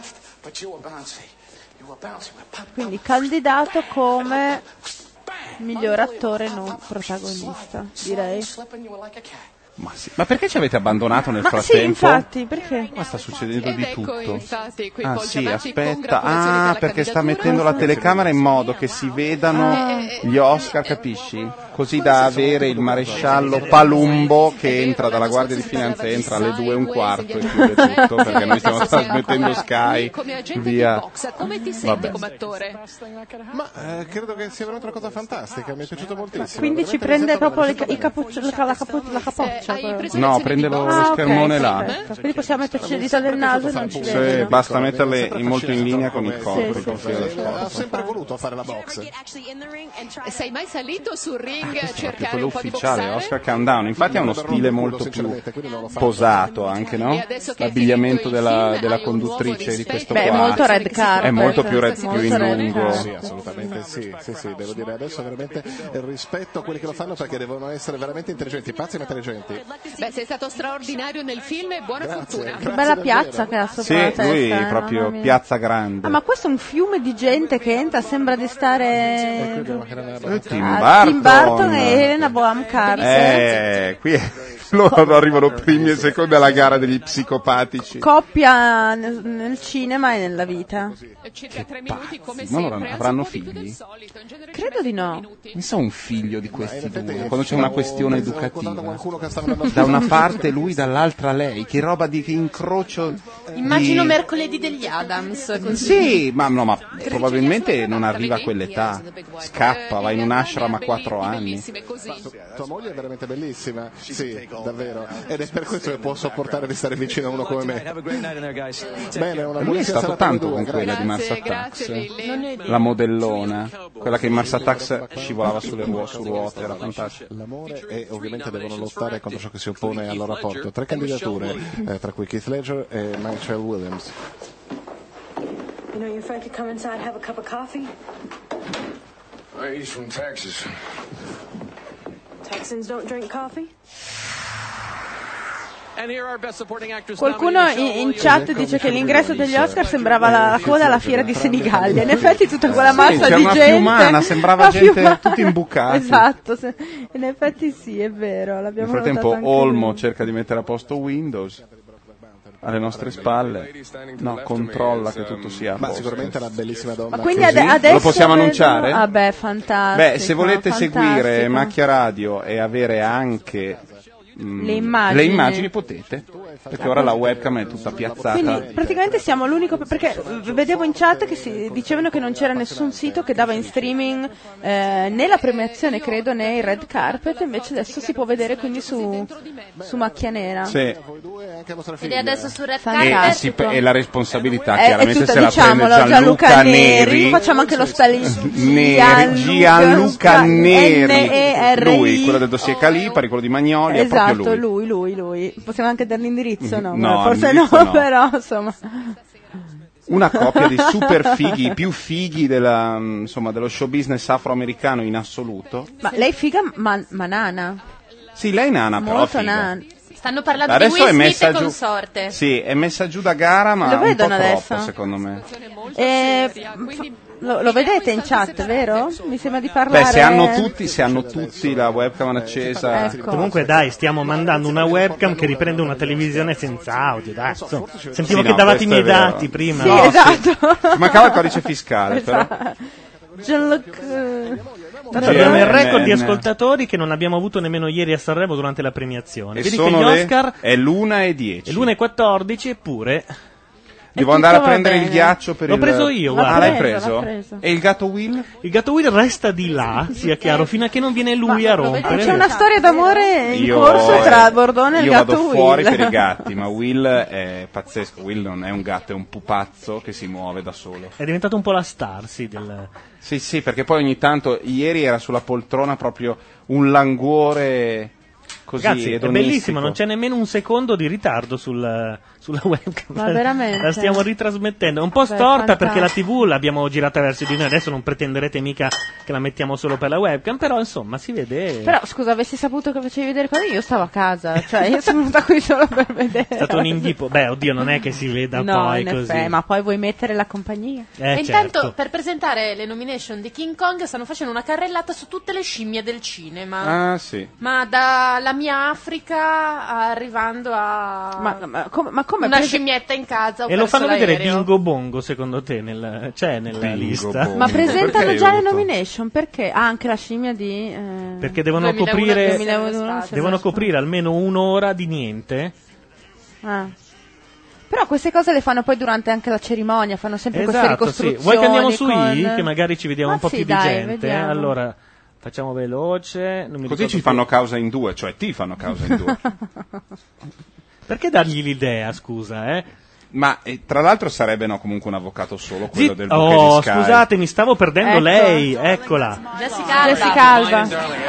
[SPEAKER 4] Quindi candidato come miglior attore non protagonista, direi.
[SPEAKER 5] Ma, sì. Ma perché ci avete abbandonato nel
[SPEAKER 4] Ma sì,
[SPEAKER 5] frattempo?
[SPEAKER 4] infatti, perché?
[SPEAKER 5] Ma sta succedendo
[SPEAKER 16] Ed
[SPEAKER 5] di
[SPEAKER 16] ecco,
[SPEAKER 5] tutto.
[SPEAKER 16] infatti, qui
[SPEAKER 5] Ah
[SPEAKER 16] Paul
[SPEAKER 5] sì,
[SPEAKER 16] Giamatti,
[SPEAKER 5] aspetta.
[SPEAKER 16] congratulazioni
[SPEAKER 5] Ah,
[SPEAKER 16] per la
[SPEAKER 5] perché sta
[SPEAKER 16] candidatura.
[SPEAKER 5] mettendo la telecamera in modo che si vedano
[SPEAKER 16] Ah.
[SPEAKER 5] gli Oscar, capisci? Così da avere il maresciallo Palumbo che entra dalla Guardia di Finanza, entra alle due e un quarto e chiude tutto, perché noi stiamo trasmettendo Sky
[SPEAKER 16] Come agente
[SPEAKER 5] via.
[SPEAKER 16] di box, come ti senti
[SPEAKER 5] Vabbè.
[SPEAKER 16] come attore?
[SPEAKER 15] Ma eh, credo che sia venuta una cosa fantastica, mi è piaciuto moltissimo.
[SPEAKER 4] Quindi ci
[SPEAKER 15] Veramente
[SPEAKER 4] prende
[SPEAKER 15] mi sembra
[SPEAKER 4] proprio le-
[SPEAKER 15] piaciuto
[SPEAKER 4] i
[SPEAKER 15] bene.
[SPEAKER 4] cappucci- la, la, capu- la capoccia.
[SPEAKER 16] hai
[SPEAKER 4] quello.
[SPEAKER 16] preso
[SPEAKER 5] No,
[SPEAKER 16] lezioni
[SPEAKER 5] prende
[SPEAKER 16] di
[SPEAKER 5] lo,
[SPEAKER 16] box?
[SPEAKER 5] lo
[SPEAKER 4] Ah, ok,
[SPEAKER 5] schermone là.
[SPEAKER 4] perfetto. Quindi possiamo metterci le dita del naso e non ci
[SPEAKER 5] Sì,
[SPEAKER 4] vedono.
[SPEAKER 5] basta metterle
[SPEAKER 15] Sempre
[SPEAKER 5] in- molto in linea con il
[SPEAKER 15] affascinato
[SPEAKER 5] corpo,
[SPEAKER 15] come-
[SPEAKER 5] il profilo del
[SPEAKER 15] Eh, Ha
[SPEAKER 5] corpo.
[SPEAKER 15] sempre voluto fare la box.
[SPEAKER 16] Sei mai salito sul ring a
[SPEAKER 5] Perché
[SPEAKER 16] cercare
[SPEAKER 5] quello
[SPEAKER 16] un po' di
[SPEAKER 5] ufficiale,
[SPEAKER 16] boxare?
[SPEAKER 5] Oscar Countdown, infatti ha uno stile molto più posato anche, no?
[SPEAKER 16] E adesso che hai
[SPEAKER 5] L'abbigliamento
[SPEAKER 16] finito il
[SPEAKER 5] della,
[SPEAKER 16] film,
[SPEAKER 5] della
[SPEAKER 16] hai un nuovo
[SPEAKER 5] conduttrice di questo
[SPEAKER 4] Beh, è
[SPEAKER 5] qua
[SPEAKER 4] molto red carpet.
[SPEAKER 5] è molto più, red,
[SPEAKER 4] Molto
[SPEAKER 5] più in
[SPEAKER 4] red
[SPEAKER 5] lungo.
[SPEAKER 4] carpet.
[SPEAKER 15] Sì, assolutamente sì, sì, sì, devo dire adesso veramente rispetto a quelli che lo fanno perché devono essere veramente intelligenti, pazzi ma intelligenti.
[SPEAKER 16] Beh, sei stato straordinario nel film e buona fortuna.
[SPEAKER 4] Che bella piazza che ha sopra
[SPEAKER 5] Sì,
[SPEAKER 4] la testa.
[SPEAKER 5] lui
[SPEAKER 4] eh,
[SPEAKER 5] proprio
[SPEAKER 4] mamma mia.
[SPEAKER 5] piazza grande.
[SPEAKER 4] Ah, ma questo è un fiume di gente che entra, sembra di stare
[SPEAKER 5] Eh, Tim
[SPEAKER 4] a
[SPEAKER 5] Burton.
[SPEAKER 4] Tim Burton e Helena Bonham Carter.
[SPEAKER 5] Eh, qui è Loro arrivano primi e secondi alla gara degli psicopatici.
[SPEAKER 4] Coppia nel, nel cinema e nella vita.
[SPEAKER 16] Circa tre minuti come
[SPEAKER 5] Ma loro
[SPEAKER 16] sempre.
[SPEAKER 5] avranno figli?
[SPEAKER 4] Credo di no.
[SPEAKER 5] Mi sa un figlio di questi due, quando c'è una questione educativa.
[SPEAKER 15] Qualcuno che sta andando
[SPEAKER 5] Da una parte lui, dall'altra lei. Che roba di che incrocio.
[SPEAKER 3] Immagino
[SPEAKER 5] di...
[SPEAKER 3] mercoledì degli Adams. Così.
[SPEAKER 5] Sì, ma no, ma probabilmente non arriva a quell'età. Scappa, va in un ashram a quattro anni.
[SPEAKER 15] Tua moglie è veramente bellissima, sì, davvero. Ed è per questo che può sopportare di stare vicino a uno come me. Bene, una
[SPEAKER 5] Lui è
[SPEAKER 15] buona
[SPEAKER 5] stato
[SPEAKER 15] serata
[SPEAKER 5] tanto
[SPEAKER 15] per
[SPEAKER 5] con
[SPEAKER 15] due,
[SPEAKER 5] quella di Mars
[SPEAKER 16] Grazie,
[SPEAKER 5] Attacks,
[SPEAKER 16] grazie mille.
[SPEAKER 5] la modellona, quella che in Mars Attacks scivolava sulle ruo- su ruote, era fantastica.
[SPEAKER 15] L'amore e ovviamente devono lottare contro ciò che si oppone al loro rapporto. Tre candidature, eh, tra cui Keith Ledger e Michelle Williams.
[SPEAKER 19] You know, your friend could come inside and have a cup of coffee.
[SPEAKER 20] He's from Texas.
[SPEAKER 19] Texans don't drink coffee?
[SPEAKER 4] Qualcuno in, in chat dice che l'ingresso degli Oscar sembrava la, la coda alla fiera di Senigallia. In effetti tutta quella massa
[SPEAKER 5] Sì,
[SPEAKER 4] di
[SPEAKER 5] c'era una
[SPEAKER 4] gente
[SPEAKER 5] fiumana, sembrava
[SPEAKER 4] una
[SPEAKER 5] gente
[SPEAKER 4] fiumana.
[SPEAKER 5] tutti imbucati.
[SPEAKER 4] Esatto, se- in effetti sì, è vero.
[SPEAKER 5] Nel
[SPEAKER 4] L'abbiamo
[SPEAKER 5] frattempo
[SPEAKER 4] notato anche
[SPEAKER 5] Olmo
[SPEAKER 4] noi.
[SPEAKER 5] cerca di mettere a posto Windows alle nostre spalle. No, controlla che tutto sia a
[SPEAKER 15] Ma
[SPEAKER 5] posto.
[SPEAKER 15] sicuramente è una bellissima donna.
[SPEAKER 4] Ma quindi
[SPEAKER 15] così.
[SPEAKER 4] ade- adesso
[SPEAKER 5] Lo possiamo
[SPEAKER 4] vedo-
[SPEAKER 5] annunciare?
[SPEAKER 4] Ah beh, fantastico.
[SPEAKER 5] Beh, se volete
[SPEAKER 4] fantastico.
[SPEAKER 5] seguire Macchia Radio e avere anche mm,
[SPEAKER 4] Le immagini.
[SPEAKER 5] le immagini potete, perché ora la webcam è tutta piazzata.
[SPEAKER 4] Quindi praticamente siamo l'unico, perché eh, vedevo in chat che si dicevano che non c'era nessun sito che dava in streaming eh, né la premiazione, credo, né il red carpet, invece adesso si può vedere quindi su, su Macchia Nera.
[SPEAKER 5] Sì.
[SPEAKER 3] Ed è adesso su Red
[SPEAKER 5] E,
[SPEAKER 3] Carpet.
[SPEAKER 5] si- e la responsabilità
[SPEAKER 4] È, è
[SPEAKER 5] chiaramente
[SPEAKER 4] tutta,
[SPEAKER 5] se la
[SPEAKER 4] diciamolo,
[SPEAKER 5] prende Gianluca Neri,
[SPEAKER 4] facciamo anche lo spelling.
[SPEAKER 5] Neri, Gianluca Neri,
[SPEAKER 4] N E R I.
[SPEAKER 5] lui, quello del dossier Calipari, quello di Magnoli, è
[SPEAKER 4] Esatto,
[SPEAKER 5] proprio lui.
[SPEAKER 4] lui, lui, lui. Possiamo anche dare l'indirizzo, no?
[SPEAKER 5] No,
[SPEAKER 4] Forse
[SPEAKER 5] l'indirizzo
[SPEAKER 4] no,
[SPEAKER 5] no.
[SPEAKER 4] però insomma.
[SPEAKER 5] Una coppia di super fighi, i più fighi della, insomma, dello show business afroamericano in assoluto.
[SPEAKER 4] Ma lei figa, ma, ma nana.
[SPEAKER 5] Sì, lei è nana, però
[SPEAKER 4] Molto
[SPEAKER 5] figa.
[SPEAKER 4] nana.
[SPEAKER 3] Stanno parlando
[SPEAKER 5] Adesso
[SPEAKER 3] di Will
[SPEAKER 5] è
[SPEAKER 3] Smith
[SPEAKER 5] messa
[SPEAKER 3] e
[SPEAKER 5] giù.
[SPEAKER 3] consorte.
[SPEAKER 5] Sì, è messa giù da gara, ma
[SPEAKER 4] Lo
[SPEAKER 5] un po'
[SPEAKER 4] vedono
[SPEAKER 5] troppo,
[SPEAKER 4] adesso?
[SPEAKER 5] secondo me.
[SPEAKER 4] Eh, fa- lo, lo vedete in chat, vero? Mi sembra di parlare.
[SPEAKER 5] Beh, se hanno tutti, se hanno tutti la webcam accesa.
[SPEAKER 4] Ecco.
[SPEAKER 2] Comunque dai, stiamo mandando una webcam che riprende una televisione senza audio, dai. Insomma, sentivo
[SPEAKER 5] Sì,
[SPEAKER 2] che
[SPEAKER 5] no,
[SPEAKER 2] davate i
[SPEAKER 5] questo è
[SPEAKER 2] miei
[SPEAKER 5] vero.
[SPEAKER 2] dati prima.
[SPEAKER 4] Sì,
[SPEAKER 5] No,
[SPEAKER 4] esatto.
[SPEAKER 5] Ci mancava il codice fiscale, però.
[SPEAKER 4] Esatto. Jean-Luc, eh,
[SPEAKER 2] Tanto abbiamo il record di
[SPEAKER 5] G N.
[SPEAKER 2] ascoltatori che non abbiamo avuto nemmeno ieri a Sanremo durante la premiazione.
[SPEAKER 5] E
[SPEAKER 2] Vedi che
[SPEAKER 5] sono
[SPEAKER 2] gli
[SPEAKER 5] le-
[SPEAKER 2] Oscar
[SPEAKER 5] è l'una e dieci.
[SPEAKER 2] è l'una e quattordici, eppure
[SPEAKER 5] Devo
[SPEAKER 4] E
[SPEAKER 5] andare a
[SPEAKER 4] tutto va
[SPEAKER 5] prendere il
[SPEAKER 4] bene.
[SPEAKER 5] ghiaccio per
[SPEAKER 2] L'ho
[SPEAKER 5] il...
[SPEAKER 2] preso io,
[SPEAKER 5] Ah,
[SPEAKER 2] guarda.
[SPEAKER 5] l'hai
[SPEAKER 4] L'ha preso,
[SPEAKER 5] preso?
[SPEAKER 4] l'ha preso.
[SPEAKER 5] E il gatto Will?
[SPEAKER 2] il gatto Will resta di là, sia chiaro, fino a che non viene lui a rompere.
[SPEAKER 4] c'è una storia d'amore in
[SPEAKER 5] Io-
[SPEAKER 4] corso tra Bordone e il
[SPEAKER 5] io
[SPEAKER 4] gatto
[SPEAKER 5] vado
[SPEAKER 4] Will.
[SPEAKER 5] fuori per i gatti, ma Will è pazzesco. Will non è un gatto, è un pupazzo che si muove da solo.
[SPEAKER 2] È diventato un po' la star, sì, del...
[SPEAKER 5] Sì, sì, perché poi ogni tanto, ieri era sulla poltrona proprio un languore così
[SPEAKER 2] Ragazzi, è
[SPEAKER 5] edonistico.
[SPEAKER 2] bellissimo, non c'è nemmeno un secondo di ritardo sul, sulla webcam.
[SPEAKER 4] Ma veramente?
[SPEAKER 2] La stiamo ritrasmettendo. È un po'
[SPEAKER 4] Beh,
[SPEAKER 2] storta perché la
[SPEAKER 4] fantastico.
[SPEAKER 2] tivù l'abbiamo girata verso di noi. Adesso non pretenderete mica che la mettiamo solo per la webcam, però insomma si vede.
[SPEAKER 4] Però scusa, avessi saputo che facevi vedere cosa, io stavo a casa, cioè io sono venuta qui solo per vedere.
[SPEAKER 2] È stato un inghippo. Beh, oddio, non è che si veda
[SPEAKER 4] No,
[SPEAKER 2] poi
[SPEAKER 4] in
[SPEAKER 2] così.
[SPEAKER 4] effetti, ma poi vuoi mettere la compagnia?
[SPEAKER 2] Eh,
[SPEAKER 3] e intanto,
[SPEAKER 2] certo.
[SPEAKER 3] per presentare le nomination di King Kong, stanno facendo una carrellata su tutte le scimmie del cinema.
[SPEAKER 5] Ah, sì.
[SPEAKER 3] Ma dalla mia Africa arrivando a
[SPEAKER 4] Ma, ma come, ma come
[SPEAKER 3] una
[SPEAKER 4] prese-
[SPEAKER 3] scimmietta in casa. ho
[SPEAKER 2] E lo
[SPEAKER 3] perso
[SPEAKER 2] fanno vedere
[SPEAKER 3] l'aereo.
[SPEAKER 2] Bingo Bongo, secondo te, nel, c'è nella
[SPEAKER 5] Bingo
[SPEAKER 2] lista?
[SPEAKER 5] Bongo.
[SPEAKER 4] Ma presentano
[SPEAKER 5] Perché
[SPEAKER 4] già le
[SPEAKER 5] aiuto?
[SPEAKER 4] nomination? Perché? Ah, anche la scimmia di... eh,
[SPEAKER 2] Perché devono
[SPEAKER 3] duemilauno,
[SPEAKER 2] coprire,
[SPEAKER 3] duemilauno,
[SPEAKER 2] devono coprire almeno un'ora di niente.
[SPEAKER 4] Ah. Però queste cose le fanno poi durante anche la cerimonia, fanno sempre queste
[SPEAKER 2] Esatto, sì.
[SPEAKER 4] ricostruzioni.
[SPEAKER 2] Vuoi che andiamo su
[SPEAKER 4] con-
[SPEAKER 2] I? Che magari ci vediamo
[SPEAKER 4] Ma
[SPEAKER 2] un po'
[SPEAKER 4] sì,
[SPEAKER 2] più
[SPEAKER 4] dai,
[SPEAKER 2] di gente.
[SPEAKER 4] vediamo.
[SPEAKER 2] Allora, facciamo veloce. Non mi
[SPEAKER 5] Così
[SPEAKER 2] ricordo
[SPEAKER 5] ci
[SPEAKER 2] più.
[SPEAKER 5] fanno causa in due, cioè ti fanno causa in due.
[SPEAKER 2] Perché dargli l'idea, scusa, eh?
[SPEAKER 5] Ma eh, tra l'altro sarebbe no, comunque un avvocato solo, quello
[SPEAKER 2] Zit-
[SPEAKER 5] del buco
[SPEAKER 2] oh,
[SPEAKER 5] di Sky.
[SPEAKER 2] scusate, mi stavo perdendo
[SPEAKER 4] Ecco.
[SPEAKER 2] lei, eccola.
[SPEAKER 3] Jessica Alba.
[SPEAKER 4] Jessica Alba.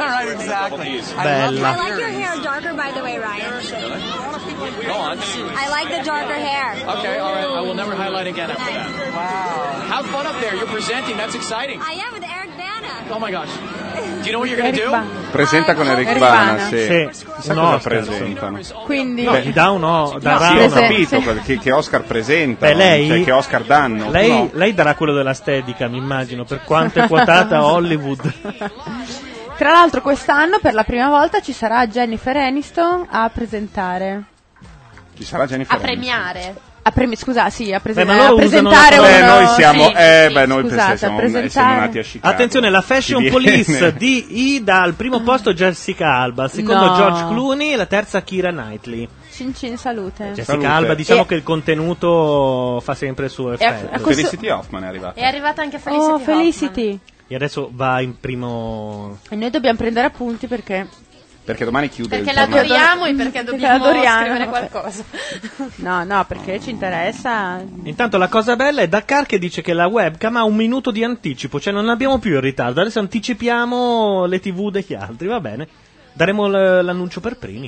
[SPEAKER 2] Bella.
[SPEAKER 19] I like your hair darker, by the way, Ryan.
[SPEAKER 7] Go on.
[SPEAKER 19] I like the darker hair.
[SPEAKER 7] Okay, all right. I will never highlight again after that. Wow. Have fun up there. You're presenting. That's exciting.
[SPEAKER 19] I am with Eric Bana.
[SPEAKER 7] Oh my gosh. Do you know what you're going to
[SPEAKER 4] Eric
[SPEAKER 7] do?
[SPEAKER 4] Bana.
[SPEAKER 5] Presenta con Eric
[SPEAKER 4] Eric
[SPEAKER 5] Bana,
[SPEAKER 4] Bana.
[SPEAKER 5] sì.
[SPEAKER 2] Sì,
[SPEAKER 5] Chissà
[SPEAKER 2] un
[SPEAKER 5] cosa
[SPEAKER 2] Oscar,
[SPEAKER 5] presentano.
[SPEAKER 4] Quindi...
[SPEAKER 2] No, gli dà un o, darà
[SPEAKER 5] Sì,
[SPEAKER 2] uno.
[SPEAKER 5] ho
[SPEAKER 4] prese-
[SPEAKER 5] capito
[SPEAKER 4] sì.
[SPEAKER 5] quel- che, che Oscar presenta,
[SPEAKER 2] Beh, lei-
[SPEAKER 5] cioè che Oscar danno.
[SPEAKER 2] Lei,
[SPEAKER 5] No.
[SPEAKER 2] lei darà quello della Steadicam, immagino, per quanto è quotata a Hollywood.
[SPEAKER 4] Tra l'altro quest'anno per la prima volta ci sarà Jennifer Aniston a presentare.
[SPEAKER 5] Ci sarà Jennifer
[SPEAKER 3] A premiare.
[SPEAKER 4] A premi- scusa, sì, a, prese-
[SPEAKER 2] Beh, ma
[SPEAKER 4] a
[SPEAKER 2] loro
[SPEAKER 4] presentare
[SPEAKER 2] usano-
[SPEAKER 4] uno.
[SPEAKER 5] Beh, noi siamo,
[SPEAKER 4] sì,
[SPEAKER 5] eh,
[SPEAKER 4] sì,
[SPEAKER 5] beh, noi
[SPEAKER 4] scusate,
[SPEAKER 5] siamo,
[SPEAKER 4] a presentare-
[SPEAKER 5] siamo nati a Chicago.
[SPEAKER 2] Attenzione, la Fashion
[SPEAKER 5] Ci
[SPEAKER 2] Police
[SPEAKER 5] viene.
[SPEAKER 2] di I dà al primo posto Jessica Alba, al secondo
[SPEAKER 4] No.
[SPEAKER 2] George Clooney e la terza Keira Knightley.
[SPEAKER 4] Cin cin salute.
[SPEAKER 2] Jessica
[SPEAKER 5] Salute.
[SPEAKER 2] Alba, diciamo
[SPEAKER 4] E-
[SPEAKER 2] che il contenuto fa sempre il suo
[SPEAKER 4] a
[SPEAKER 2] effetto.
[SPEAKER 4] questo-
[SPEAKER 5] Felicity Hoffman è arrivata.
[SPEAKER 3] È arrivata anche Felicity
[SPEAKER 4] Oh,
[SPEAKER 3] Hoffman.
[SPEAKER 4] Felicity.
[SPEAKER 2] E adesso va in primo.
[SPEAKER 4] E noi dobbiamo prendere appunti perché
[SPEAKER 5] Perché domani chiude
[SPEAKER 3] Perché
[SPEAKER 5] il
[SPEAKER 3] la
[SPEAKER 5] giornale.
[SPEAKER 3] adoriamo e perché
[SPEAKER 4] Perché
[SPEAKER 3] dobbiamo
[SPEAKER 4] l'adoriamo.
[SPEAKER 3] scrivere qualcosa.
[SPEAKER 4] No, no, perché ci interessa.
[SPEAKER 2] Intanto la cosa bella è Dakar che dice che la webcam ha un minuto di anticipo, cioè non abbiamo più il ritardo, adesso anticipiamo le tivù degli altri, va bene. Daremo l- l'annuncio per primi.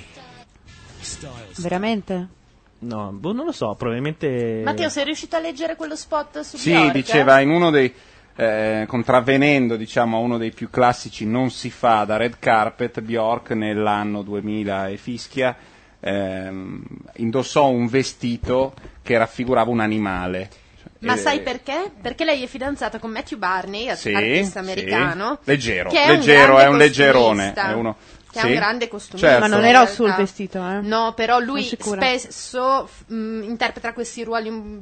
[SPEAKER 4] Veramente?
[SPEAKER 2] No, boh, non lo so, probabilmente.
[SPEAKER 3] Matteo, sei riuscito a leggere quello spot su
[SPEAKER 5] Sì,
[SPEAKER 3] Bjork?
[SPEAKER 5] diceva in uno dei eh, contravvenendo, diciamo, a uno dei più classici non si fa da red carpet, Bjork nell'anno duemila e fischia ehm, indossò un vestito che raffigurava un animale.
[SPEAKER 3] Ma
[SPEAKER 5] Eh,
[SPEAKER 3] sai perché? Perché lei è fidanzata con Matthew Barney,
[SPEAKER 5] Sì,
[SPEAKER 3] artista
[SPEAKER 5] sì.
[SPEAKER 3] americano.
[SPEAKER 5] Leggero,
[SPEAKER 3] che è
[SPEAKER 5] leggero,
[SPEAKER 3] un
[SPEAKER 5] è un
[SPEAKER 3] grande
[SPEAKER 5] leggerone.
[SPEAKER 3] costumista,
[SPEAKER 5] È uno,
[SPEAKER 3] che
[SPEAKER 5] sì,
[SPEAKER 3] è un grande costumista.
[SPEAKER 5] certo.
[SPEAKER 4] Ma non
[SPEAKER 3] in
[SPEAKER 4] era
[SPEAKER 3] realtà.
[SPEAKER 4] sul vestito, eh?
[SPEAKER 3] No, però lui
[SPEAKER 4] Sono sicura.
[SPEAKER 3] spesso mh, interpreta questi ruoli mm,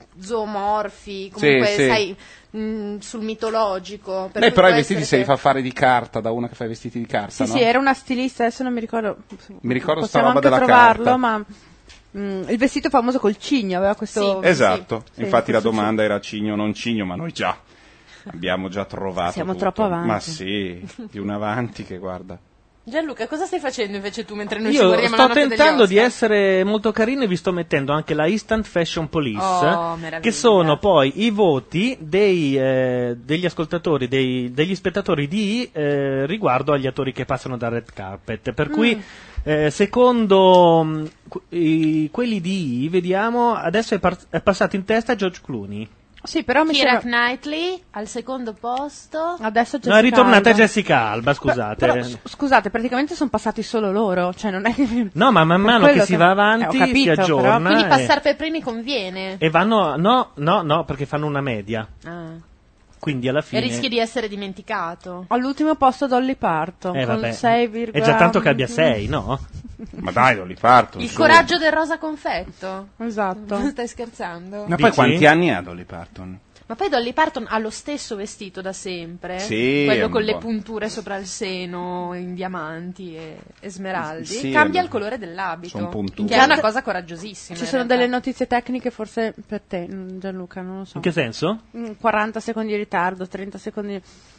[SPEAKER 3] zoomorfi, comunque
[SPEAKER 5] Sì, sì.
[SPEAKER 3] sai, mh, sul mitologico. per
[SPEAKER 5] Lei
[SPEAKER 3] cui
[SPEAKER 5] però i
[SPEAKER 3] può
[SPEAKER 5] vestiti se
[SPEAKER 3] essere
[SPEAKER 5] li fa fare di carta da una che fa i vestiti di carta,
[SPEAKER 4] Sì,
[SPEAKER 5] no?
[SPEAKER 4] sì, era una stilista, adesso non mi ricordo.
[SPEAKER 5] Mi ricordo sta
[SPEAKER 4] Possiamo
[SPEAKER 5] roba
[SPEAKER 4] anche
[SPEAKER 5] della
[SPEAKER 4] trovarlo,
[SPEAKER 5] carta.
[SPEAKER 4] ma mm, il vestito famoso col cigno aveva questo.
[SPEAKER 5] Esatto,
[SPEAKER 4] Sì,
[SPEAKER 5] infatti la
[SPEAKER 4] questo sì.
[SPEAKER 5] domanda era cigno o non cigno, ma noi già abbiamo già trovato
[SPEAKER 4] Siamo
[SPEAKER 5] tutto.
[SPEAKER 4] troppo avanti.
[SPEAKER 5] Ma sì, più in avanti che guarda.
[SPEAKER 3] Gianluca, cosa stai facendo invece tu mentre noi ci
[SPEAKER 2] Io
[SPEAKER 3] guardiamo
[SPEAKER 2] sto
[SPEAKER 3] la notte degli
[SPEAKER 2] tentando di
[SPEAKER 3] Oscar?
[SPEAKER 2] essere molto carino e vi sto mettendo anche la Instant Fashion Police,
[SPEAKER 3] Oh, meraviglia.
[SPEAKER 2] che sono poi i voti dei, eh, degli ascoltatori, dei- degli spettatori di eh, riguardo agli attori che passano dal red carpet. Per cui,
[SPEAKER 4] Mm.
[SPEAKER 2] eh, secondo mh, que- i- quelli di I, vediamo, adesso è, par- è passato in testa George Clooney.
[SPEAKER 4] Sì, però mi
[SPEAKER 3] Keira
[SPEAKER 4] sembra.
[SPEAKER 3] Knightley al secondo posto.
[SPEAKER 4] Adesso
[SPEAKER 2] No, è ritornata
[SPEAKER 4] Alba.
[SPEAKER 2] Jessica Alba, scusate.
[SPEAKER 4] Però, s- scusate, praticamente sono passati solo loro, cioè non è che...
[SPEAKER 2] No, ma man
[SPEAKER 4] Per
[SPEAKER 2] mano
[SPEAKER 4] quello
[SPEAKER 2] che si va avanti
[SPEAKER 4] Eh, ho capito,
[SPEAKER 2] si aggiorna.
[SPEAKER 3] Quindi
[SPEAKER 2] e-
[SPEAKER 3] passare per primi conviene.
[SPEAKER 2] E vanno, no, no, no, perché fanno una media.
[SPEAKER 3] Ah.
[SPEAKER 2] Quindi alla
[SPEAKER 3] E
[SPEAKER 2] fine.
[SPEAKER 3] rischi di essere dimenticato.
[SPEAKER 4] All'ultimo posto Dolly Parton,
[SPEAKER 2] Eh,
[SPEAKER 4] con
[SPEAKER 2] vabbè.
[SPEAKER 4] sei virgola...
[SPEAKER 2] È già tanto che abbia sei, no?
[SPEAKER 5] Ma dai, Dolly Parton.
[SPEAKER 3] Il
[SPEAKER 5] su.
[SPEAKER 3] coraggio del rosa confetto.
[SPEAKER 4] Esatto.
[SPEAKER 3] Non stai scherzando?
[SPEAKER 5] Ma poi
[SPEAKER 2] Dici?
[SPEAKER 5] quanti anni ha Dolly Parton?
[SPEAKER 3] Ma poi Dolly Parton ha lo stesso vestito da sempre,
[SPEAKER 5] Sì, è
[SPEAKER 3] quello
[SPEAKER 5] un
[SPEAKER 3] con le
[SPEAKER 5] po'.
[SPEAKER 3] punture sopra il seno in diamanti e, e smeraldi.
[SPEAKER 5] Sì,
[SPEAKER 3] Cambia
[SPEAKER 5] è-
[SPEAKER 3] il colore dell'abito,
[SPEAKER 5] son punture.
[SPEAKER 3] che è una cosa coraggiosissima.
[SPEAKER 4] Ci
[SPEAKER 3] in
[SPEAKER 4] sono
[SPEAKER 3] realtà.
[SPEAKER 4] delle notizie tecniche forse per te, mm, Gianluca, non lo so.
[SPEAKER 2] In che senso?
[SPEAKER 4] Mm, quaranta secondi di ritardo, trenta secondi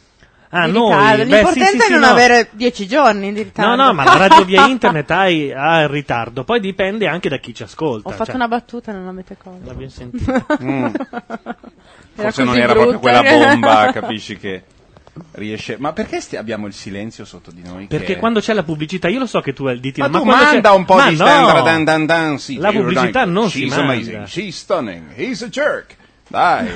[SPEAKER 2] Ah,
[SPEAKER 4] di
[SPEAKER 2] noi?
[SPEAKER 4] ritardo.
[SPEAKER 2] Beh,
[SPEAKER 4] L'importante
[SPEAKER 2] sì, sì,
[SPEAKER 4] è non
[SPEAKER 2] sì, no.
[SPEAKER 4] avere dieci giorni di ritardo.
[SPEAKER 2] No, no, ma la radio via internet hai- ha il ritardo. Poi dipende anche da chi ci ascolta.
[SPEAKER 4] Ho fatto
[SPEAKER 2] cioè,
[SPEAKER 4] una battuta, non l'avete colta.
[SPEAKER 2] l'abbiamo sentito.
[SPEAKER 5] Mm.
[SPEAKER 4] Era
[SPEAKER 5] Forse non
[SPEAKER 4] così
[SPEAKER 5] era
[SPEAKER 4] brutta.
[SPEAKER 5] proprio quella bomba, capisci che riesce. Ma perché sti- abbiamo il silenzio sotto di noi?
[SPEAKER 2] Perché
[SPEAKER 5] che-
[SPEAKER 2] quando c'è la pubblicità, io lo so che tu hai il ditino,
[SPEAKER 5] Ma,
[SPEAKER 2] ma
[SPEAKER 5] tu
[SPEAKER 2] quando
[SPEAKER 5] manda
[SPEAKER 2] c'è-
[SPEAKER 5] un po'
[SPEAKER 2] ma
[SPEAKER 5] di
[SPEAKER 2] no!
[SPEAKER 5] standard dan dan dan, sì,
[SPEAKER 2] La
[SPEAKER 5] you're
[SPEAKER 2] pubblicità
[SPEAKER 5] like,
[SPEAKER 2] non si
[SPEAKER 5] She's
[SPEAKER 2] manda.
[SPEAKER 5] amazing, she's stunning, he's a jerk. Dai.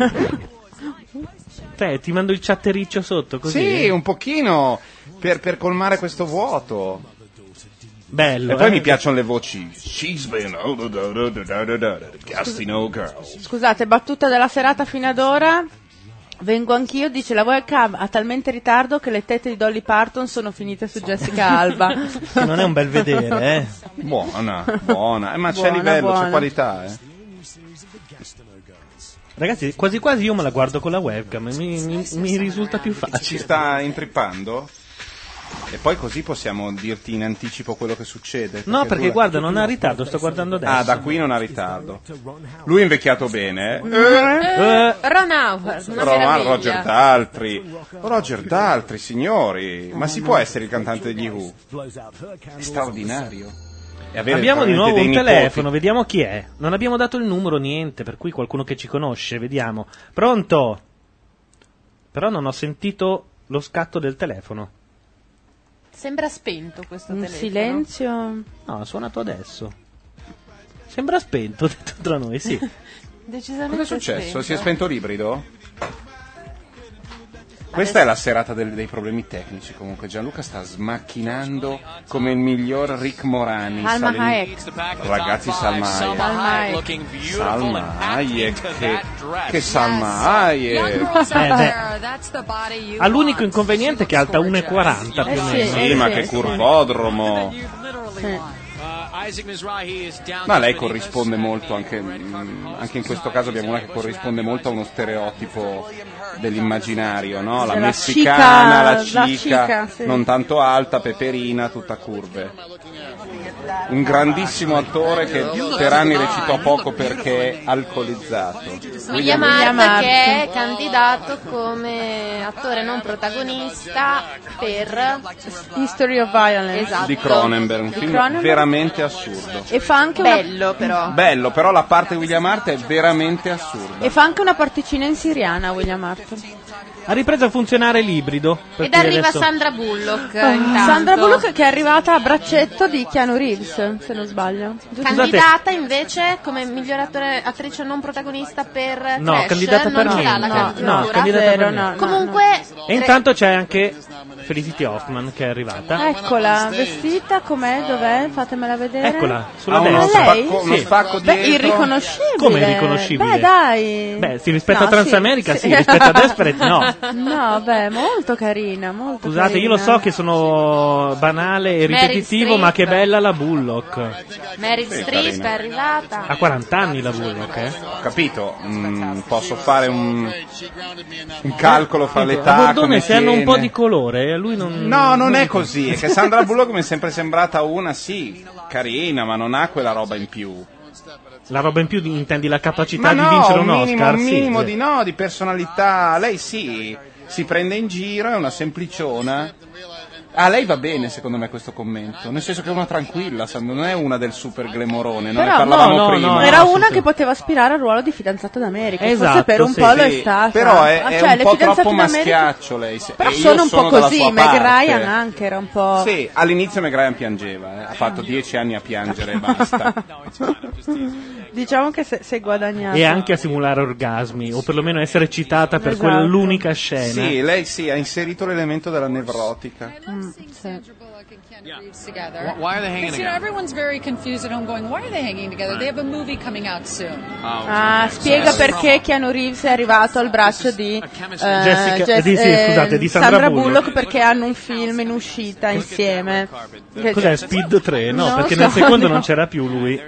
[SPEAKER 2] Te, ti mando il chattericcio sotto, così.
[SPEAKER 5] Sì, un pochino per, per colmare questo vuoto.
[SPEAKER 2] Bello.
[SPEAKER 5] E poi
[SPEAKER 2] eh?
[SPEAKER 5] mi piacciono le voci. She's been oh, da, da, da, da, da, da, da, Castino girl.
[SPEAKER 4] Scusate, battuta della serata fino ad ora. Vengo anch'io, dice la webcam ha talmente ritardo che le tette di Dolly Parton sono finite su Jessica Alba.
[SPEAKER 2] Che non è un bel vedere, eh.
[SPEAKER 5] Buona, buona. Eh, ma c'è
[SPEAKER 4] Buona,
[SPEAKER 5] livello,
[SPEAKER 4] buona.
[SPEAKER 5] c'è qualità, eh.
[SPEAKER 2] Ragazzi, quasi quasi io me la guardo con la webcam, mi, mi- mi risulta più
[SPEAKER 5] Ci
[SPEAKER 2] facile.
[SPEAKER 5] sta intrippando? E poi così possiamo dirti in anticipo quello che succede.
[SPEAKER 2] No, perché
[SPEAKER 5] tu-
[SPEAKER 2] guarda, non ha ritardo, sto guardando adesso.
[SPEAKER 5] Ah, da qui non ha ritardo. Lui è invecchiato bene, eh?
[SPEAKER 3] Eh, Ron Howard, una
[SPEAKER 5] Roma-
[SPEAKER 3] meraviglia.
[SPEAKER 5] Roger Daltrey. Roger Daltrey, signori. Ma si può essere il cantante degli Who? È straordinario. E avere
[SPEAKER 2] Abbiamo di
[SPEAKER 5] veramente
[SPEAKER 2] nuovo
[SPEAKER 5] dei
[SPEAKER 2] un
[SPEAKER 5] nipoti.
[SPEAKER 2] telefono, vediamo chi è. Non abbiamo dato il numero, niente, per cui qualcuno che ci conosce, vediamo. Pronto? Però non ho sentito lo scatto del telefono.
[SPEAKER 3] Sembra spento questo
[SPEAKER 4] Un
[SPEAKER 3] telefono.
[SPEAKER 4] silenzio.
[SPEAKER 2] No, ha suonato adesso. Sembra spento, detto tra noi, sì.
[SPEAKER 3] Decisamente
[SPEAKER 5] Cosa è successo?
[SPEAKER 3] spento.
[SPEAKER 5] Si è spento l'ibrido? Questa è la serata del- dei problemi tecnici. Comunque Gianluca sta smacchinando come il miglior Rick Morani.
[SPEAKER 4] Salma
[SPEAKER 5] Sale in-
[SPEAKER 4] Hayek.
[SPEAKER 5] Ragazzi, Salma
[SPEAKER 4] Salma
[SPEAKER 5] Hayek.
[SPEAKER 4] Hayek.
[SPEAKER 7] Looking beautiful
[SPEAKER 5] Salma
[SPEAKER 7] and acting
[SPEAKER 5] Hayek,
[SPEAKER 7] to
[SPEAKER 5] che,
[SPEAKER 7] that dress.
[SPEAKER 5] che Salma Hayek.
[SPEAKER 2] Eh, beh, ha l'unico inconveniente che è alta uno e quaranta più o
[SPEAKER 5] Sì,
[SPEAKER 2] meno.
[SPEAKER 5] sì, ma che curvodromo.
[SPEAKER 7] Uh, Isaac Mizrahi is down
[SPEAKER 5] Ma lei
[SPEAKER 7] to
[SPEAKER 5] corrisponde molto anche, mm, anche in questo caso abbiamo una che corrisponde molto a uno stereotipo dell'immaginario, no? La
[SPEAKER 4] La
[SPEAKER 5] messicana,
[SPEAKER 4] chica-
[SPEAKER 5] la
[SPEAKER 4] la
[SPEAKER 5] cica,
[SPEAKER 4] chica, sì.
[SPEAKER 5] non tanto alta, peperina, tutta curve. Un grandissimo attore che per anni recitò poco perché alcolizzato.
[SPEAKER 3] William
[SPEAKER 4] William
[SPEAKER 3] Hart,
[SPEAKER 4] Hart.
[SPEAKER 3] che è candidato come attore non protagonista per
[SPEAKER 4] History of Violence.
[SPEAKER 3] Esatto.
[SPEAKER 5] Di Cronenberg, un
[SPEAKER 4] Di
[SPEAKER 5] film
[SPEAKER 4] Cronenberg.
[SPEAKER 5] veramente assurdo.
[SPEAKER 4] E fa anche una-
[SPEAKER 3] bello però.
[SPEAKER 5] Bello, però la parte di William Hart è veramente assurda.
[SPEAKER 4] E fa anche una particina in siriana, William Hart.
[SPEAKER 2] Ha ripreso a funziare l'ibrido. per
[SPEAKER 3] Ed
[SPEAKER 2] cui
[SPEAKER 3] arriva
[SPEAKER 2] adesso-
[SPEAKER 3] Sandra Bullock.
[SPEAKER 4] Oh,
[SPEAKER 3] intanto.
[SPEAKER 4] Sandra Bullock che è arrivata a braccetto di Keanu Reeves, se non sbaglio.
[SPEAKER 3] Candidata invece come miglior attore, attrice non protagonista per
[SPEAKER 2] No,
[SPEAKER 3] Crash.
[SPEAKER 2] candidata
[SPEAKER 3] non
[SPEAKER 2] per
[SPEAKER 3] ce l'ha
[SPEAKER 2] niente.
[SPEAKER 3] la
[SPEAKER 2] No,
[SPEAKER 3] candidatura.
[SPEAKER 2] no, candidata per
[SPEAKER 4] Zero,
[SPEAKER 2] niente.
[SPEAKER 4] no.
[SPEAKER 3] Comunque
[SPEAKER 2] E intanto c'è anche Felicity Hoffman che è arrivata.
[SPEAKER 4] Eccola, vestita com'è, dov'è? Fatemela vedere.
[SPEAKER 2] Eccola, sulla
[SPEAKER 5] Ha uno
[SPEAKER 2] destra.
[SPEAKER 4] lei?
[SPEAKER 5] spacco, uno
[SPEAKER 2] Sì.
[SPEAKER 5] spacco
[SPEAKER 4] Beh,
[SPEAKER 5] dietro.
[SPEAKER 4] irriconoscibile.
[SPEAKER 2] Come irriconoscibile?
[SPEAKER 4] Beh, dai.
[SPEAKER 2] Beh, sì, rispetto
[SPEAKER 4] No,
[SPEAKER 2] a Transamerica sì, rispetto a Desperate no.
[SPEAKER 4] No, beh, molto carina, molto
[SPEAKER 2] Scusate, io lo so che sono banale e
[SPEAKER 3] Meryl
[SPEAKER 2] ripetitivo, ma che bella la Bullock.
[SPEAKER 3] Meryl
[SPEAKER 5] Sì,
[SPEAKER 3] Streep
[SPEAKER 5] carina.
[SPEAKER 3] è arrivata.
[SPEAKER 2] Ha quaranta anni la Bullock, eh.
[SPEAKER 5] Ho capito, mm, posso fare un, un calcolo fra
[SPEAKER 2] A
[SPEAKER 5] l'età,
[SPEAKER 2] Bordone
[SPEAKER 5] come
[SPEAKER 2] se hanno un po'
[SPEAKER 5] tiene.
[SPEAKER 2] di colore, a lui non...
[SPEAKER 5] No, non è così, è che Sandra Bullock mi è sempre sembrata una, sì, carina, ma non ha quella roba in più.
[SPEAKER 2] La roba in più di- intendi la capacità
[SPEAKER 5] Ma
[SPEAKER 2] di
[SPEAKER 5] no,
[SPEAKER 2] vincere
[SPEAKER 5] un
[SPEAKER 2] un
[SPEAKER 5] minimo,
[SPEAKER 2] Oscar?
[SPEAKER 5] un
[SPEAKER 2] Sì,
[SPEAKER 5] minimo
[SPEAKER 2] sì.
[SPEAKER 5] di no, di personalità. Lei sì, si prende in giro, è una sempliciona. A lei va bene, secondo me, questo commento. Nel senso che è una tranquilla, sa- non è una del super glamorone, no? Ne
[SPEAKER 4] Però
[SPEAKER 5] parlavamo
[SPEAKER 2] no, no,
[SPEAKER 5] prima.
[SPEAKER 2] no,
[SPEAKER 4] Era
[SPEAKER 2] no,
[SPEAKER 4] una
[SPEAKER 2] sì,
[SPEAKER 4] che
[SPEAKER 2] sì.
[SPEAKER 4] poteva aspirare al ruolo di fidanzata d'America. Forse
[SPEAKER 2] Esatto,
[SPEAKER 4] per un
[SPEAKER 2] sì,
[SPEAKER 4] po' lo è
[SPEAKER 5] Sì,
[SPEAKER 4] stata.
[SPEAKER 5] però è,
[SPEAKER 4] Ah,
[SPEAKER 5] è
[SPEAKER 4] cioè,
[SPEAKER 5] un
[SPEAKER 4] le
[SPEAKER 5] po'
[SPEAKER 4] fidanzate
[SPEAKER 5] troppo
[SPEAKER 4] d'America-
[SPEAKER 5] maschiaccio lei. se-
[SPEAKER 4] Però
[SPEAKER 5] e io
[SPEAKER 4] sono un po'
[SPEAKER 5] sono dalla
[SPEAKER 4] così.
[SPEAKER 5] sua
[SPEAKER 4] Meg
[SPEAKER 5] parte.
[SPEAKER 4] Ryan anche era un po'.
[SPEAKER 5] Sì, all'inizio Meg Ryan piangeva, eh. Ha fatto dieci anni a piangere e basta.
[SPEAKER 4] Diciamo che se- si è guadagnato.
[SPEAKER 2] E anche a simulare orgasmi, o perlomeno essere citata per
[SPEAKER 4] Esatto.
[SPEAKER 2] quella l'unica scena.
[SPEAKER 5] Sì, lei sì, ha inserito l'elemento della nevrotica.
[SPEAKER 4] Mm, sì.
[SPEAKER 11] Together.
[SPEAKER 7] Why are they hanging
[SPEAKER 11] Because, you know,
[SPEAKER 7] together?
[SPEAKER 11] everyone's very confused at home going, why are they hanging together? They have a movie coming out soon.
[SPEAKER 4] Ah, spiega perché Keanu Reeves è arrivato al braccio di, eh,
[SPEAKER 2] Jessica-
[SPEAKER 4] Jess-
[SPEAKER 2] di- sì,
[SPEAKER 4] eh,
[SPEAKER 2] scusate, di Sandra
[SPEAKER 4] Bullock.
[SPEAKER 2] Bullock.
[SPEAKER 4] perché hanno un film in uscita insieme. Che-
[SPEAKER 2] Cos'è, Speed tre? No,
[SPEAKER 4] Non
[SPEAKER 2] perché
[SPEAKER 4] so,
[SPEAKER 2] nel secondo
[SPEAKER 4] no.
[SPEAKER 2] non c'era più lui.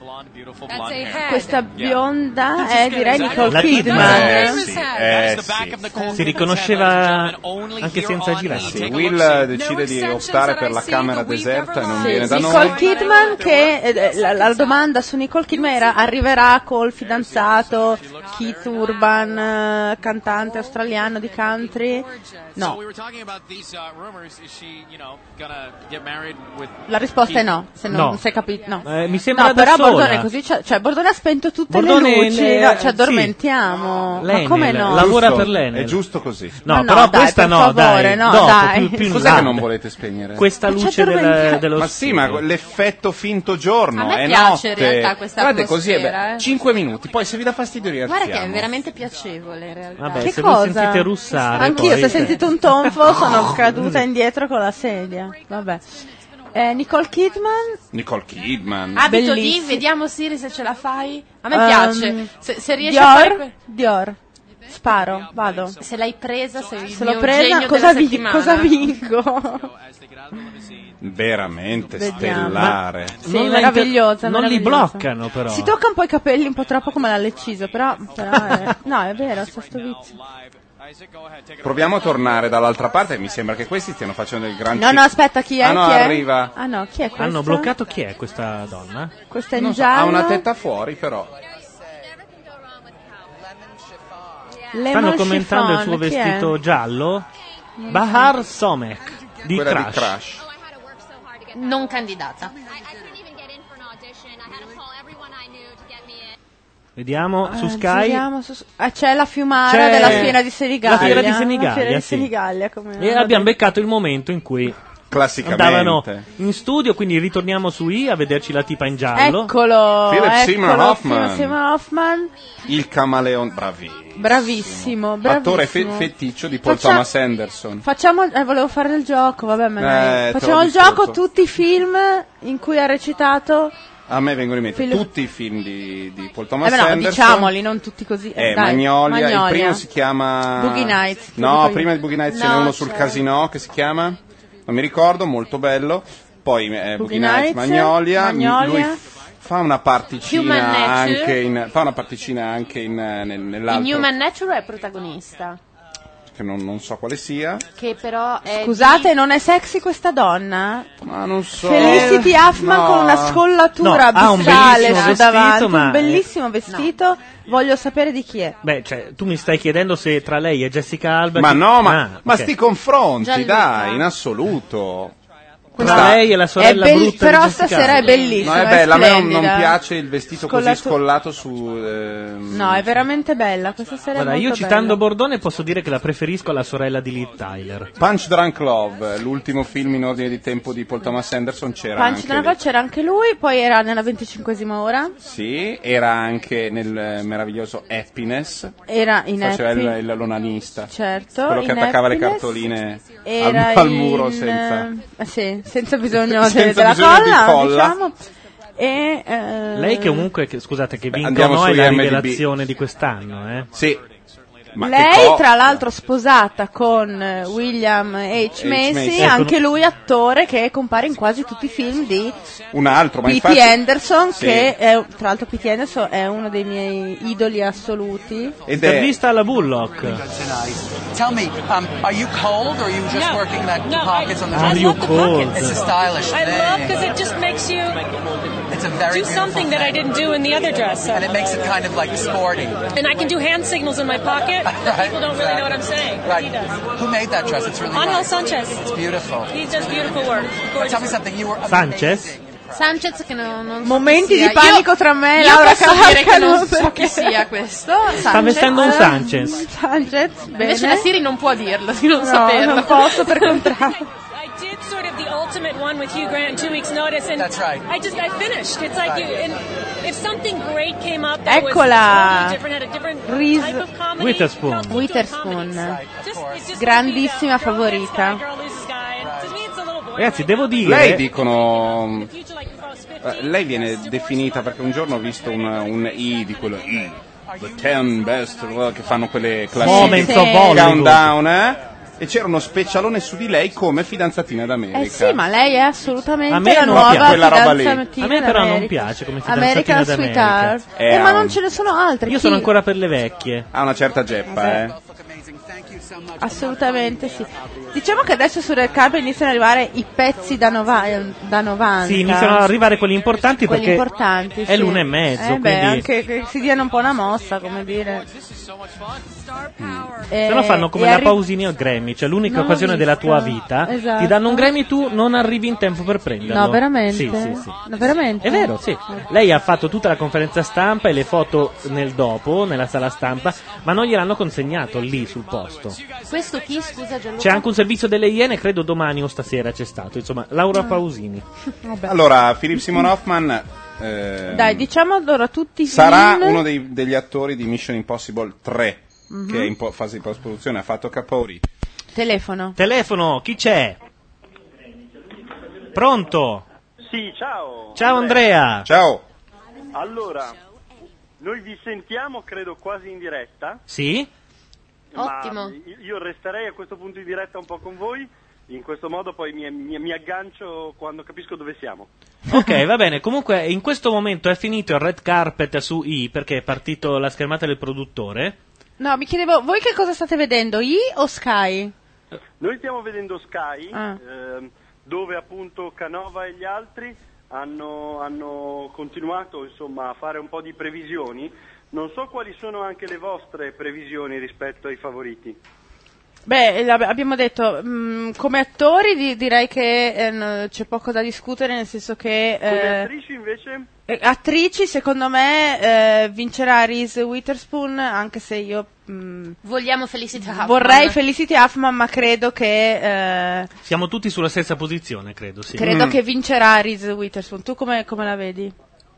[SPEAKER 4] Questa bionda è direi Nicole
[SPEAKER 2] La
[SPEAKER 4] Kidman.
[SPEAKER 5] Eh, sì, eh, sì.
[SPEAKER 2] Si riconosceva anche senza giretti.
[SPEAKER 5] Sì, Will decide di optare per la camera deserta e non
[SPEAKER 4] Sì,
[SPEAKER 5] viene da
[SPEAKER 4] Nicole
[SPEAKER 5] noi.
[SPEAKER 4] Kidman che eh, la, la domanda su Nicole Kidman era arriverà col fidanzato Keith Urban, eh, cantante australiano di country?
[SPEAKER 7] So
[SPEAKER 4] No,
[SPEAKER 7] we were talking about these uh, rumors. Is she, you know, gonna get married with
[SPEAKER 4] la risposta è no, se non
[SPEAKER 2] No.
[SPEAKER 4] si è capito. No,
[SPEAKER 2] Eh, mi sembra
[SPEAKER 4] no
[SPEAKER 2] da
[SPEAKER 4] però
[SPEAKER 2] sola.
[SPEAKER 4] Bordone è così, cioè, cioè Bordone ha spento tutte
[SPEAKER 2] Bordone
[SPEAKER 4] le luci,
[SPEAKER 2] le-
[SPEAKER 4] no, ci
[SPEAKER 2] sì.
[SPEAKER 4] addormentiamo. Ma
[SPEAKER 2] L'Enel,
[SPEAKER 4] come no?
[SPEAKER 2] lavora
[SPEAKER 5] Giusto,
[SPEAKER 2] per l'Enel.
[SPEAKER 5] È giusto così.
[SPEAKER 2] No,
[SPEAKER 4] Ma no,
[SPEAKER 2] però
[SPEAKER 4] dai,
[SPEAKER 2] questa
[SPEAKER 4] per
[SPEAKER 2] no,
[SPEAKER 4] favore,
[SPEAKER 2] dai.
[SPEAKER 4] no,
[SPEAKER 2] dopo,
[SPEAKER 4] dai.
[SPEAKER 2] più, più in
[SPEAKER 5] Cos'è
[SPEAKER 2] là.
[SPEAKER 5] che non volete spegnere?
[SPEAKER 2] Questa
[SPEAKER 4] Ma ci
[SPEAKER 2] luce del,
[SPEAKER 4] addormentiamo.
[SPEAKER 2] dello
[SPEAKER 5] Ma sì, ma
[SPEAKER 2] studio.
[SPEAKER 5] l'effetto finto giorno
[SPEAKER 3] A me
[SPEAKER 5] è
[SPEAKER 3] piace in
[SPEAKER 5] notte.
[SPEAKER 3] realtà questa
[SPEAKER 5] Guardate, così è
[SPEAKER 3] atmosfera,
[SPEAKER 5] be-
[SPEAKER 3] eh.
[SPEAKER 5] cinque minuti, poi se vi dà fastidio rialziamo.
[SPEAKER 3] Guarda che è veramente piacevole in realtà.
[SPEAKER 2] Vabbè,
[SPEAKER 4] Che
[SPEAKER 2] se
[SPEAKER 4] cosa?
[SPEAKER 2] voi sentite russare
[SPEAKER 4] Anch'io,
[SPEAKER 2] poi-
[SPEAKER 4] se ho sentito un tonfo sono caduta indietro con la sedia. Vabbè. Eh, Nicole Kidman,
[SPEAKER 5] Nicole Kidman.
[SPEAKER 3] Abito di,
[SPEAKER 4] Bellissimo.
[SPEAKER 3] vediamo Siri se ce la fai. A me
[SPEAKER 4] Um,
[SPEAKER 3] piace. Se, se riesci a fare
[SPEAKER 4] Dior,
[SPEAKER 3] que-
[SPEAKER 4] Dior. Sparo, vado.
[SPEAKER 3] se l'hai presa, sei il
[SPEAKER 4] Se l'ho
[SPEAKER 3] mio
[SPEAKER 4] presa,
[SPEAKER 3] genio
[SPEAKER 4] cosa,
[SPEAKER 3] della
[SPEAKER 4] vi-
[SPEAKER 3] settimana.
[SPEAKER 4] cosa vinco?
[SPEAKER 5] Veramente
[SPEAKER 4] Vediamo.
[SPEAKER 5] stellare.
[SPEAKER 4] Sì,
[SPEAKER 2] Non la
[SPEAKER 4] meravigliosa,
[SPEAKER 2] inter- non li
[SPEAKER 4] meravigliosa.
[SPEAKER 2] bloccano però.
[SPEAKER 4] Si tocca un po' i capelli un po' troppo come l'ha Leciso, però, però è... no, è vero, c'è sto vizio.
[SPEAKER 5] Proviamo a tornare dall'altra parte, mi sembra che questi stiano facendo il gran
[SPEAKER 4] No, no, aspetta, chi è?
[SPEAKER 5] Ah no,
[SPEAKER 4] chi è?
[SPEAKER 5] arriva.
[SPEAKER 4] Ah no, chi è questa?
[SPEAKER 2] Hanno bloccato chi è questa donna?
[SPEAKER 4] Questa in
[SPEAKER 5] Non so,
[SPEAKER 4] giallo.
[SPEAKER 5] ha una tetta fuori però.
[SPEAKER 4] Lemon
[SPEAKER 2] Stanno commentando il
[SPEAKER 4] chiffon,
[SPEAKER 2] suo
[SPEAKER 4] chi è?
[SPEAKER 2] vestito giallo. Bahar Somek di
[SPEAKER 5] Quella
[SPEAKER 2] Crash.
[SPEAKER 5] di Crash.
[SPEAKER 3] Non candidata.
[SPEAKER 2] Vediamo su
[SPEAKER 4] Eh,
[SPEAKER 2] Sky.
[SPEAKER 4] giriamo su- ah, c'è la fiumara
[SPEAKER 2] C'è
[SPEAKER 4] della fiera di Senigallia.
[SPEAKER 2] la fiera di
[SPEAKER 4] La
[SPEAKER 2] Senigallia,
[SPEAKER 4] fiera di
[SPEAKER 2] sì.
[SPEAKER 4] Senigallia, come
[SPEAKER 2] E abbiamo beccato il momento in cui
[SPEAKER 5] Classicamente.
[SPEAKER 2] andavano in studio, quindi ritorniamo su I a vederci la tipa in giallo.
[SPEAKER 4] Eccolo,
[SPEAKER 5] Philip
[SPEAKER 4] eccolo,
[SPEAKER 5] Seymour Hoffman.
[SPEAKER 4] Philip Seymour Hoffman.
[SPEAKER 5] Il camaleon, bravissimo.
[SPEAKER 4] Bravissimo, bravissimo.
[SPEAKER 5] Attore fe- feticcio di Paul
[SPEAKER 4] Faccia-
[SPEAKER 5] Thomas Anderson.
[SPEAKER 4] Facciamo, eh, volevo fare il gioco, vabbè, ma
[SPEAKER 5] Eh, te
[SPEAKER 4] facciamo
[SPEAKER 5] l'ho
[SPEAKER 4] il gioco,
[SPEAKER 5] distrutto.
[SPEAKER 4] tutti i film in cui ha recitato.
[SPEAKER 5] A me vengono in mente
[SPEAKER 4] Philip-
[SPEAKER 5] tutti i film di, di Paul Thomas
[SPEAKER 4] Eh, beh, no,
[SPEAKER 5] Anderson.
[SPEAKER 4] diciamoli, non tutti così.
[SPEAKER 5] Eh,
[SPEAKER 4] dai,
[SPEAKER 5] Magnolia. Il primo si chiama
[SPEAKER 4] Boogie Nights. te lo
[SPEAKER 5] No,
[SPEAKER 4] dico io.
[SPEAKER 5] prima di Boogie Nights ce n'è
[SPEAKER 4] No,
[SPEAKER 5] uno sul
[SPEAKER 4] c'è-
[SPEAKER 5] casino che si chiama, non mi ricordo, molto bello. Poi eh, Boogie,
[SPEAKER 4] Boogie
[SPEAKER 5] Nights,
[SPEAKER 4] Nights,
[SPEAKER 5] Magnolia,
[SPEAKER 4] Magnolia.
[SPEAKER 5] lui f- fa una particina
[SPEAKER 3] Human Nature.
[SPEAKER 5] anche in fa una particina anche in, eh, nel- nell'altro
[SPEAKER 3] In Human Nature è protagonista,
[SPEAKER 5] che non, non so quale sia.
[SPEAKER 3] che però è
[SPEAKER 4] Scusate, non è sexy questa donna?
[SPEAKER 5] Ma non so.
[SPEAKER 4] Felicity Huffman
[SPEAKER 5] No.
[SPEAKER 4] con una scollatura
[SPEAKER 2] No, ha un
[SPEAKER 4] abissale
[SPEAKER 2] bellissimo
[SPEAKER 4] su
[SPEAKER 2] vestito,
[SPEAKER 4] davanti,
[SPEAKER 2] ma-
[SPEAKER 4] un bellissimo vestito. Voglio sapere di chi è.
[SPEAKER 2] Beh, cioè, tu mi stai chiedendo se tra lei e Jessica Alba...
[SPEAKER 5] Ma
[SPEAKER 2] chi-
[SPEAKER 5] no, ma,
[SPEAKER 2] Ah,
[SPEAKER 5] ma
[SPEAKER 2] ok.
[SPEAKER 5] sti confronti,
[SPEAKER 4] Gianluca.
[SPEAKER 5] dai, in assoluto.
[SPEAKER 2] Tra lei e la sorella
[SPEAKER 4] È belli-
[SPEAKER 2] brutta
[SPEAKER 4] però
[SPEAKER 2] di Jessica
[SPEAKER 4] stasera è
[SPEAKER 2] Alba.
[SPEAKER 4] bellissima.
[SPEAKER 5] No, è
[SPEAKER 4] è
[SPEAKER 5] bella, a me non, non
[SPEAKER 4] splendida.
[SPEAKER 5] piace il vestito
[SPEAKER 4] Scollato-
[SPEAKER 5] così scollato su... ehm,
[SPEAKER 4] No, è veramente bella. Questa sera
[SPEAKER 2] Guarda,
[SPEAKER 4] è
[SPEAKER 2] io
[SPEAKER 4] molto
[SPEAKER 2] citando
[SPEAKER 4] bella.
[SPEAKER 2] Bordone posso dire che la preferisco alla sorella di Liv Tyler.
[SPEAKER 5] Punch Drunk Love, l'ultimo film in ordine di tempo di Paul Thomas Anderson, c'era
[SPEAKER 4] Punch
[SPEAKER 5] anche
[SPEAKER 4] Drunk Love
[SPEAKER 5] lì.
[SPEAKER 4] c'era anche lui, poi era nella venticinquesima ora.
[SPEAKER 5] Sì, era anche nel eh, meraviglioso Happiness.
[SPEAKER 4] Era in
[SPEAKER 5] Faceva il,
[SPEAKER 4] Happy.
[SPEAKER 5] il l'onanista.
[SPEAKER 4] Certo,
[SPEAKER 5] Quello che
[SPEAKER 4] in
[SPEAKER 5] attaccava le
[SPEAKER 4] Happiness
[SPEAKER 5] cartoline
[SPEAKER 4] Era
[SPEAKER 5] al, al muro
[SPEAKER 4] in,
[SPEAKER 5] senza...
[SPEAKER 4] eh, sì, senza bisogno
[SPEAKER 5] Senza
[SPEAKER 4] de- della
[SPEAKER 5] bisogno di
[SPEAKER 4] colla,
[SPEAKER 5] colla.
[SPEAKER 4] diciamo. E, eh,
[SPEAKER 2] Lei che comunque, che- scusate, che vinca o
[SPEAKER 5] andiamo
[SPEAKER 2] no è
[SPEAKER 5] su
[SPEAKER 2] la
[SPEAKER 5] I M D B.
[SPEAKER 2] rivelazione di quest'anno, eh?
[SPEAKER 5] Sì. Ma che
[SPEAKER 4] lei,
[SPEAKER 5] co-
[SPEAKER 4] tra l'altro, sposata con eh, William H. Macy,
[SPEAKER 5] Macy.
[SPEAKER 4] anche
[SPEAKER 5] Ecco.
[SPEAKER 4] lui attore che compare in quasi tutti i film di
[SPEAKER 5] Un altro, ma
[SPEAKER 4] P T
[SPEAKER 5] infatti...
[SPEAKER 4] Anderson,
[SPEAKER 5] Sì.
[SPEAKER 4] che è, tra l'altro P T Anderson è uno dei miei idoli assoluti.
[SPEAKER 5] Ed è...
[SPEAKER 2] Intervista alla Bullock.
[SPEAKER 12] Tell me, um, are you cold or are you just
[SPEAKER 14] No,
[SPEAKER 12] working that
[SPEAKER 14] no,
[SPEAKER 12] pockets on the
[SPEAKER 2] Are
[SPEAKER 12] dress?
[SPEAKER 2] you cold?
[SPEAKER 12] It's a stylish
[SPEAKER 14] I
[SPEAKER 12] thing.
[SPEAKER 14] love because it just makes you
[SPEAKER 12] It's a very
[SPEAKER 14] do something that I didn't do in the other dress.
[SPEAKER 12] and it makes it kind of like sporty.
[SPEAKER 14] And I can do hand signals in my pocket.
[SPEAKER 12] Right,
[SPEAKER 14] People don't really know what I'm saying.
[SPEAKER 12] Right.
[SPEAKER 14] He does.
[SPEAKER 12] Who made that dress? It's really
[SPEAKER 14] Angel
[SPEAKER 12] nice.
[SPEAKER 14] Sanchez.
[SPEAKER 12] It's beautiful.
[SPEAKER 14] He does beautiful work.
[SPEAKER 12] But tell me something. You were
[SPEAKER 2] Sanchez?
[SPEAKER 3] Sanchez che non, non so
[SPEAKER 4] Momenti
[SPEAKER 3] chi sia.
[SPEAKER 4] di panico
[SPEAKER 3] Io-
[SPEAKER 4] tra me e
[SPEAKER 3] io
[SPEAKER 4] Laura
[SPEAKER 3] posso dire che non
[SPEAKER 4] Carcano,
[SPEAKER 3] so
[SPEAKER 4] perché-
[SPEAKER 3] chi sia questo.
[SPEAKER 2] Sta
[SPEAKER 3] Sanchez.
[SPEAKER 2] vestendo un
[SPEAKER 3] Allora,
[SPEAKER 2] Sanchez.
[SPEAKER 4] Sanchez, bene.
[SPEAKER 3] Invece la Siri non può dirlo, di non
[SPEAKER 4] No,
[SPEAKER 3] saperlo.
[SPEAKER 4] non posso per contrario.
[SPEAKER 14] I did sort of the ultimate one with Hugh Grant in two weeks' notice, and
[SPEAKER 12] That's right.
[SPEAKER 14] I just I finished. It's like
[SPEAKER 12] Right.
[SPEAKER 14] you, and if something great came up that was
[SPEAKER 4] Eccola.
[SPEAKER 14] totally different, had a different
[SPEAKER 4] Reese
[SPEAKER 14] type of comedy.
[SPEAKER 2] Witherspoon.
[SPEAKER 4] Witherspoon,
[SPEAKER 14] Just, it's just
[SPEAKER 4] grandissima favorita.
[SPEAKER 14] girl loses guy, and to me it's a little boring.
[SPEAKER 2] Ragazzi, devo dire...
[SPEAKER 5] Lei dicono...
[SPEAKER 14] The future, like, if I was fifteen,
[SPEAKER 5] eh, lei viene definita perché un giorno ho visto un, un I di quello I, the ten best, eh, che fanno quelle
[SPEAKER 2] Moments
[SPEAKER 5] classifiche
[SPEAKER 2] of Hollywood.
[SPEAKER 5] countdown, eh? E c'era uno specialone su di lei come fidanzatina d'America.
[SPEAKER 4] Eh sì, ma lei è assolutamente
[SPEAKER 2] A me
[SPEAKER 4] la
[SPEAKER 2] non
[SPEAKER 4] nuova
[SPEAKER 2] piace.
[SPEAKER 5] Quella roba lì.
[SPEAKER 4] fidanzatina
[SPEAKER 2] A me però non
[SPEAKER 4] d'America.
[SPEAKER 2] piace come fidanzatina
[SPEAKER 4] American
[SPEAKER 2] d'America.
[SPEAKER 4] Sweetheart.
[SPEAKER 5] È
[SPEAKER 4] Eh, ma non
[SPEAKER 5] un-
[SPEAKER 4] ce ne sono altre.
[SPEAKER 2] Io
[SPEAKER 4] chi?
[SPEAKER 2] sono ancora per le vecchie.
[SPEAKER 5] Ha una certa geppa, eh.
[SPEAKER 4] Assolutamente sì. Diciamo che adesso su Red Carpet iniziano ad arrivare i pezzi da, nova- da novanta.
[SPEAKER 2] Sì, iniziano ad arrivare quelli importanti
[SPEAKER 4] Quelli
[SPEAKER 2] perché
[SPEAKER 4] importanti,
[SPEAKER 2] è
[SPEAKER 4] sì.
[SPEAKER 2] l'una e mezzo,
[SPEAKER 4] Eh beh,
[SPEAKER 2] quindi...
[SPEAKER 4] anche che si diano un po' una mossa, come dire.
[SPEAKER 2] Se no fanno come
[SPEAKER 4] e
[SPEAKER 2] la
[SPEAKER 4] arri-
[SPEAKER 2] Pausini al Grammy, cioè l'unica
[SPEAKER 4] Non l'ho
[SPEAKER 2] occasione della
[SPEAKER 4] vista.
[SPEAKER 2] tua vita,
[SPEAKER 4] Esatto.
[SPEAKER 2] ti danno un Grammy, tu non arrivi in tempo per prenderlo.
[SPEAKER 4] No, veramente?
[SPEAKER 2] Sì, sì, sì.
[SPEAKER 4] No, veramente?
[SPEAKER 2] È vero, sì. Lei ha fatto tutta la conferenza stampa e le foto nel dopo, nella sala stampa, ma non gliel'hanno consegnato lì sul posto.
[SPEAKER 3] Questo chi, scusa Gianluca?
[SPEAKER 2] C'è anche un servizio delle Iene, credo domani o stasera c'è stato, insomma, Laura Pausini.
[SPEAKER 4] Vabbè.
[SPEAKER 5] Allora, Philip Seymour Hoffman eh,
[SPEAKER 4] Dai, diciamo allora tutti i
[SPEAKER 5] sarà
[SPEAKER 4] film.
[SPEAKER 5] uno dei- degli attori di Mission Impossible tre,
[SPEAKER 4] Mhm.
[SPEAKER 5] che è in po- fase di post-produzione, ha fatto Capouri.
[SPEAKER 4] Telefono.
[SPEAKER 2] Telefono, chi c'è? Pronto?
[SPEAKER 8] Sì, ciao.
[SPEAKER 2] Ciao Andrea.
[SPEAKER 5] Ciao.
[SPEAKER 8] Allora, noi vi sentiamo credo quasi in diretta.
[SPEAKER 2] Sì?
[SPEAKER 8] ma
[SPEAKER 3] Ottimo.
[SPEAKER 8] Io resterei a questo punto in diretta un po' con voi, in questo modo poi mi, mi- mi aggancio quando capisco dove siamo.
[SPEAKER 2] Ok, va bene. Comunque in questo momento è finito il red carpet su I perché è partito la schermata del produttore.
[SPEAKER 4] No, mi chiedevo, voi che cosa state vedendo? I o Sky?
[SPEAKER 8] Noi stiamo vedendo Sky,
[SPEAKER 4] Ah.
[SPEAKER 8] ehm, dove appunto Canova e gli altri hanno, hanno continuato insomma, a fare un po' di previsioni. Non so quali sono anche le vostre previsioni rispetto ai favoriti.
[SPEAKER 4] Beh, l'ab- abbiamo detto, mh, come attori di- direi che eh, no, c'è poco da discutere, nel senso che...
[SPEAKER 8] Come
[SPEAKER 4] eh,
[SPEAKER 8] attrici invece?
[SPEAKER 4] eh, attrici, secondo me, eh, vincerà Reese Witherspoon, anche se io mh,
[SPEAKER 3] Vogliamo Felicity Huffman.
[SPEAKER 4] vorrei Felicity Huffman, ma credo che eh,
[SPEAKER 2] Siamo tutti sulla stessa posizione, credo, sì.
[SPEAKER 4] credo
[SPEAKER 2] Mm.
[SPEAKER 4] che vincerà Reese Witherspoon. Tu come, come la vedi?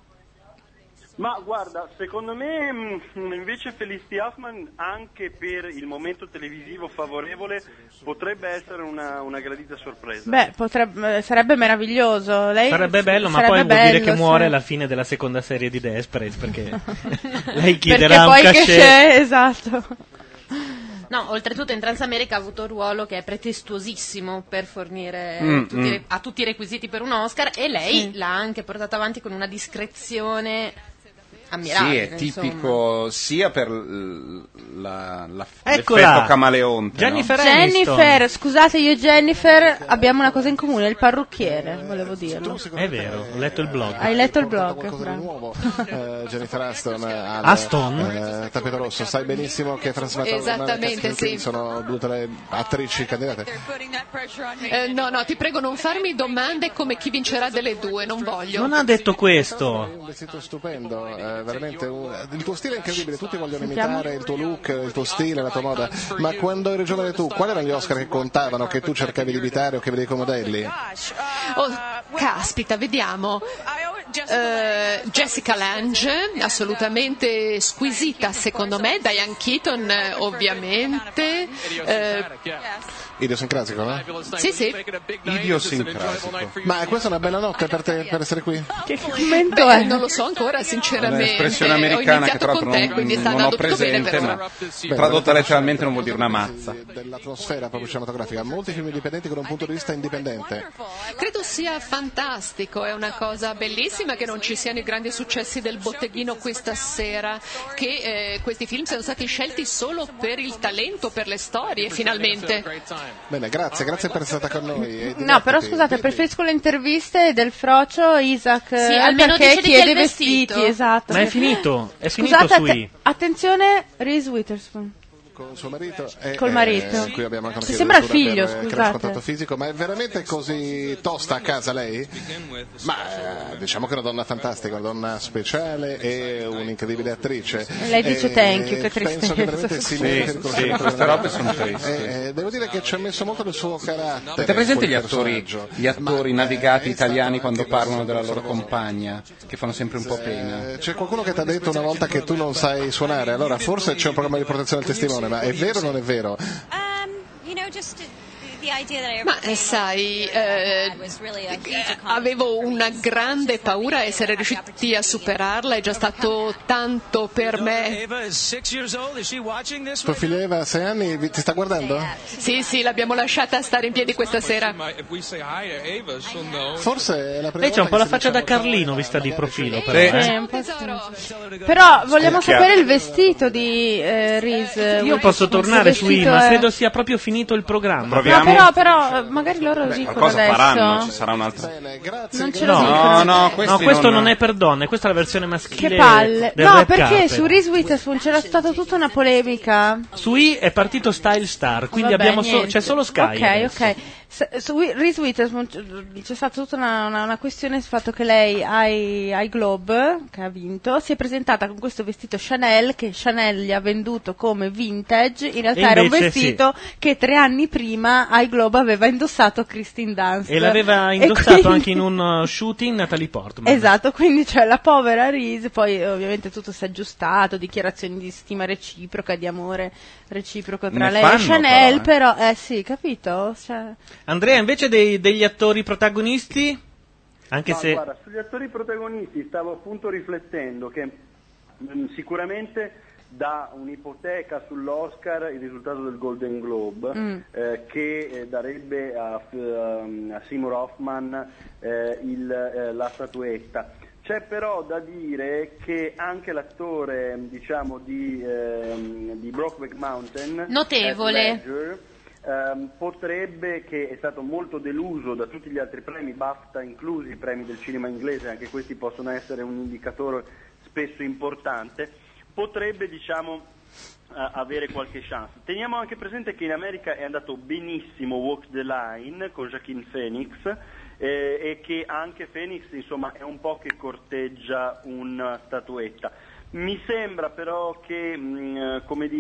[SPEAKER 8] Ma guarda, secondo me mh, invece Felicity Huffman, anche per il momento televisivo favorevole, potrebbe essere una, una gradita sorpresa.
[SPEAKER 4] Beh, potrebbe, sarebbe meraviglioso. Lei
[SPEAKER 2] Sarebbe bello, ma
[SPEAKER 4] sarebbe
[SPEAKER 2] poi vuol dire
[SPEAKER 4] bello,
[SPEAKER 2] che muore
[SPEAKER 4] sì.
[SPEAKER 2] alla fine della seconda serie di Desperate, perché lei chiederà
[SPEAKER 4] Perché
[SPEAKER 2] un
[SPEAKER 4] poi
[SPEAKER 2] cachet.
[SPEAKER 4] che c'è, esatto.
[SPEAKER 3] No, oltretutto in Transamerica ha avuto un ruolo che è pretestuosissimo per fornire
[SPEAKER 5] Mm,
[SPEAKER 3] tutti,
[SPEAKER 5] mm.
[SPEAKER 3] i re- ha tutti i requisiti per un Oscar, e lei
[SPEAKER 4] Sì.
[SPEAKER 3] l'ha anche portato avanti con una discrezione
[SPEAKER 5] Sì,
[SPEAKER 3] ammirabile.
[SPEAKER 5] è tipico sia per l- la, la,
[SPEAKER 2] Eccola.
[SPEAKER 5] l'effetto camaleonte.
[SPEAKER 2] Jennifer
[SPEAKER 5] no?
[SPEAKER 4] Jennifer, scusate, io e Jennifer abbiamo una cosa in comune, il parrucchiere, volevo dirlo.
[SPEAKER 2] È vero, ho letto il blog.
[SPEAKER 4] Hai letto il blog?
[SPEAKER 15] Qualcosa di
[SPEAKER 4] Bravo.
[SPEAKER 15] nuovo, eh, Jennifer Aston al
[SPEAKER 2] Aston?
[SPEAKER 15] eh, tappeto rosso. Sai benissimo che Frances McDormand e
[SPEAKER 16] Esattamente,
[SPEAKER 15] Catherine King
[SPEAKER 16] sì.
[SPEAKER 15] sono due delle attrici candidate.
[SPEAKER 16] Eh, no, no, ti prego, non farmi domande come chi vincerà delle due, non voglio.
[SPEAKER 2] Non ha detto questo.
[SPEAKER 15] Un vestito stupendo, eh, veramente un- il tuo stile è incredibile, tutti vogliono
[SPEAKER 4] Sentiamo.
[SPEAKER 15] imitare il tuo look, il tuo stile, la tua moda, ma quando eri giovane tu, quali erano gli Oscar che contavano, che tu cercavi di imitare o che vedevi come modelli?
[SPEAKER 16] Oh, caspita, vediamo. Eh, Jessica Lange, assolutamente squisita secondo me, Diane Keaton eh, ovviamente. Eh,
[SPEAKER 15] Idiosincrasico, no?
[SPEAKER 16] sì, sì.
[SPEAKER 5] Idiosincrasico.
[SPEAKER 15] Ma questa è una bella notte per te, per essere qui?
[SPEAKER 4] Che commento
[SPEAKER 16] Beh,
[SPEAKER 4] è?
[SPEAKER 16] non lo so ancora, sinceramente.
[SPEAKER 5] Un'espressione
[SPEAKER 16] Ho
[SPEAKER 5] americana che
[SPEAKER 16] iniziato
[SPEAKER 5] tra
[SPEAKER 16] con
[SPEAKER 5] l'altro
[SPEAKER 16] te,
[SPEAKER 5] non,
[SPEAKER 16] quindi sta
[SPEAKER 5] non ho
[SPEAKER 16] andando tutto bene
[SPEAKER 5] presente,
[SPEAKER 16] per
[SPEAKER 5] ma
[SPEAKER 16] ora.
[SPEAKER 5] tradotta letteralmente non vuol dire una mazza.
[SPEAKER 15] Dell'atmosfera proprio cinematografica, molti film indipendenti con un punto di vista indipendente.
[SPEAKER 16] Credo sia fantastico, è una cosa bellissima che non ci siano i grandi successi del botteghino questa sera, che eh, questi film siano stati scelti solo per il talento, per le storie, finalmente.
[SPEAKER 15] Bene, grazie, grazie per essere stata con noi. e
[SPEAKER 4] No,
[SPEAKER 15] divertiti.
[SPEAKER 4] però scusate, preferisco le interviste del frocio Isaac,
[SPEAKER 3] Sì,
[SPEAKER 4] eh,
[SPEAKER 3] almeno
[SPEAKER 4] perché
[SPEAKER 3] dice di chi è
[SPEAKER 4] chiede
[SPEAKER 3] il vestito.
[SPEAKER 4] vestiti, esatto.
[SPEAKER 2] Ma è finito, è finito
[SPEAKER 4] Scusate,
[SPEAKER 2] su
[SPEAKER 4] atte-
[SPEAKER 2] I.
[SPEAKER 4] attenzione, Reese Witherspoon.
[SPEAKER 15] Con suo marito e,
[SPEAKER 4] Col marito.
[SPEAKER 15] eh, qui abbiamo anche una
[SPEAKER 4] Ci
[SPEAKER 15] chiesa
[SPEAKER 4] sembra il
[SPEAKER 15] di cura
[SPEAKER 4] figlio,
[SPEAKER 15] per
[SPEAKER 4] scusate.
[SPEAKER 15] creare contatto fisico, ma è veramente così tosta a casa lei? Ma eh, diciamo che è una donna fantastica, una donna speciale e un'incredibile attrice.
[SPEAKER 4] Lei dice
[SPEAKER 15] E
[SPEAKER 4] thank you, che
[SPEAKER 15] penso che veramente si
[SPEAKER 5] Sì,
[SPEAKER 15] meriti il
[SPEAKER 5] sì,
[SPEAKER 15] riconoscimento
[SPEAKER 5] queste
[SPEAKER 15] della-
[SPEAKER 5] robe sono tristi.
[SPEAKER 15] Eh, eh, devo dire che ci ha messo molto del suo carattere.
[SPEAKER 5] Avete presente
[SPEAKER 15] quel
[SPEAKER 5] gli attori,
[SPEAKER 15] personaggio?
[SPEAKER 5] gli attori
[SPEAKER 15] Ma,
[SPEAKER 5] navigati
[SPEAKER 15] eh, è
[SPEAKER 5] italiani
[SPEAKER 15] stato
[SPEAKER 5] quando
[SPEAKER 15] anche
[SPEAKER 5] parlano
[SPEAKER 15] molto
[SPEAKER 5] della loro
[SPEAKER 15] famoso.
[SPEAKER 5] compagna, che fanno sempre un po' pena?
[SPEAKER 15] Eh, C'è qualcuno che ti ha detto una volta che tu non sai suonare, allora forse c'è un programma di protezione del testimone, ma è vero o non è vero?
[SPEAKER 16] Ma eh, sai, eh, avevo una grande paura, essere riusciti a superarla è già stato tanto per me.
[SPEAKER 15] Tua figlia Eva ha sei anni, vi- ti sta guardando?
[SPEAKER 16] Sì, sì, l'abbiamo lasciata stare in piedi questa sera.
[SPEAKER 15] Forse è la prima
[SPEAKER 2] Lei c'ha un po'
[SPEAKER 15] volta
[SPEAKER 2] la
[SPEAKER 15] che
[SPEAKER 2] faccia da
[SPEAKER 15] diciamo-
[SPEAKER 2] Carlino vista di profilo, però.
[SPEAKER 5] Sì.
[SPEAKER 2] eh.
[SPEAKER 4] Eh, un po' sì. Però vogliamo
[SPEAKER 5] È chiaro.
[SPEAKER 4] sapere il vestito di eh, Reese.
[SPEAKER 2] Io posso tornare su I, ma credo sia proprio finito il programma.
[SPEAKER 5] Proviamo.
[SPEAKER 4] No, però, però, eh, magari loro lo dicono
[SPEAKER 5] Qualcosa
[SPEAKER 4] adesso.
[SPEAKER 5] faranno, ci sarà un'altra.
[SPEAKER 4] Non ce lo
[SPEAKER 2] No,
[SPEAKER 4] dicono.
[SPEAKER 5] No, no, questi
[SPEAKER 2] No, questo
[SPEAKER 5] non...
[SPEAKER 2] non è per donne, questa è la versione maschile
[SPEAKER 4] Che palle.
[SPEAKER 2] del
[SPEAKER 4] No,
[SPEAKER 2] red
[SPEAKER 4] perché
[SPEAKER 2] carpet.
[SPEAKER 4] su Reese Witherspoon c'era stata tutta una polemica.
[SPEAKER 2] Su I è partito Style Star, quindi
[SPEAKER 4] Vabbè,
[SPEAKER 2] abbiamo so-
[SPEAKER 4] niente.
[SPEAKER 2] c'è solo Sky.
[SPEAKER 4] Ok,
[SPEAKER 2] adesso.
[SPEAKER 4] ok. S- su Wi- Reese Witherspoon c- c'è stata tutta una, una, una questione sul fatto che lei ai, ai Globe, che ha vinto, si è presentata con questo vestito Chanel che Chanel gli ha venduto come vintage. In realtà
[SPEAKER 2] E
[SPEAKER 4] era un
[SPEAKER 2] invece
[SPEAKER 4] vestito che tre anni prima ai Globe aveva indossato Kristen Dunst.
[SPEAKER 2] E l'aveva
[SPEAKER 4] E
[SPEAKER 2] indossato
[SPEAKER 4] quindi-
[SPEAKER 2] anche in un uh, shooting Natalie Portman.
[SPEAKER 4] Esatto, quindi c'è la povera Reese, poi ovviamente tutto si è aggiustato, dichiarazioni di stima reciproca, di amore reciproco tra
[SPEAKER 5] Ne
[SPEAKER 4] lei
[SPEAKER 5] fanno,
[SPEAKER 4] e Chanel,
[SPEAKER 5] però,
[SPEAKER 4] però, eh sì, capito? Cioè,
[SPEAKER 2] Andrea, invece dei- degli attori protagonisti, anche
[SPEAKER 8] No,
[SPEAKER 2] se
[SPEAKER 8] guarda, sugli attori protagonisti stavo appunto riflettendo che mh, sicuramente dà un'ipoteca sull'Oscar il risultato del Golden Globe
[SPEAKER 4] Mm.
[SPEAKER 8] eh, che eh, darebbe a, um, a Seymour Hoffman eh, il, eh, la statuetta. C'è però da dire che anche l'attore, diciamo, di, ehm, di Brokeback Mountain,
[SPEAKER 3] Notevole.
[SPEAKER 8] Heath Ledger, ehm, potrebbe, che è stato molto deluso da tutti gli altri premi, BAFTA inclusi, i premi del cinema inglese, anche questi possono essere un indicatore spesso importante, potrebbe, diciamo, eh, avere qualche chance. Teniamo anche presente che in America è andato benissimo Walk the Line con Joaquin Phoenix, eh, e che anche Phoenix, insomma, è un po' che corteggia una statuetta. Mi sembra però che, mh, come dire,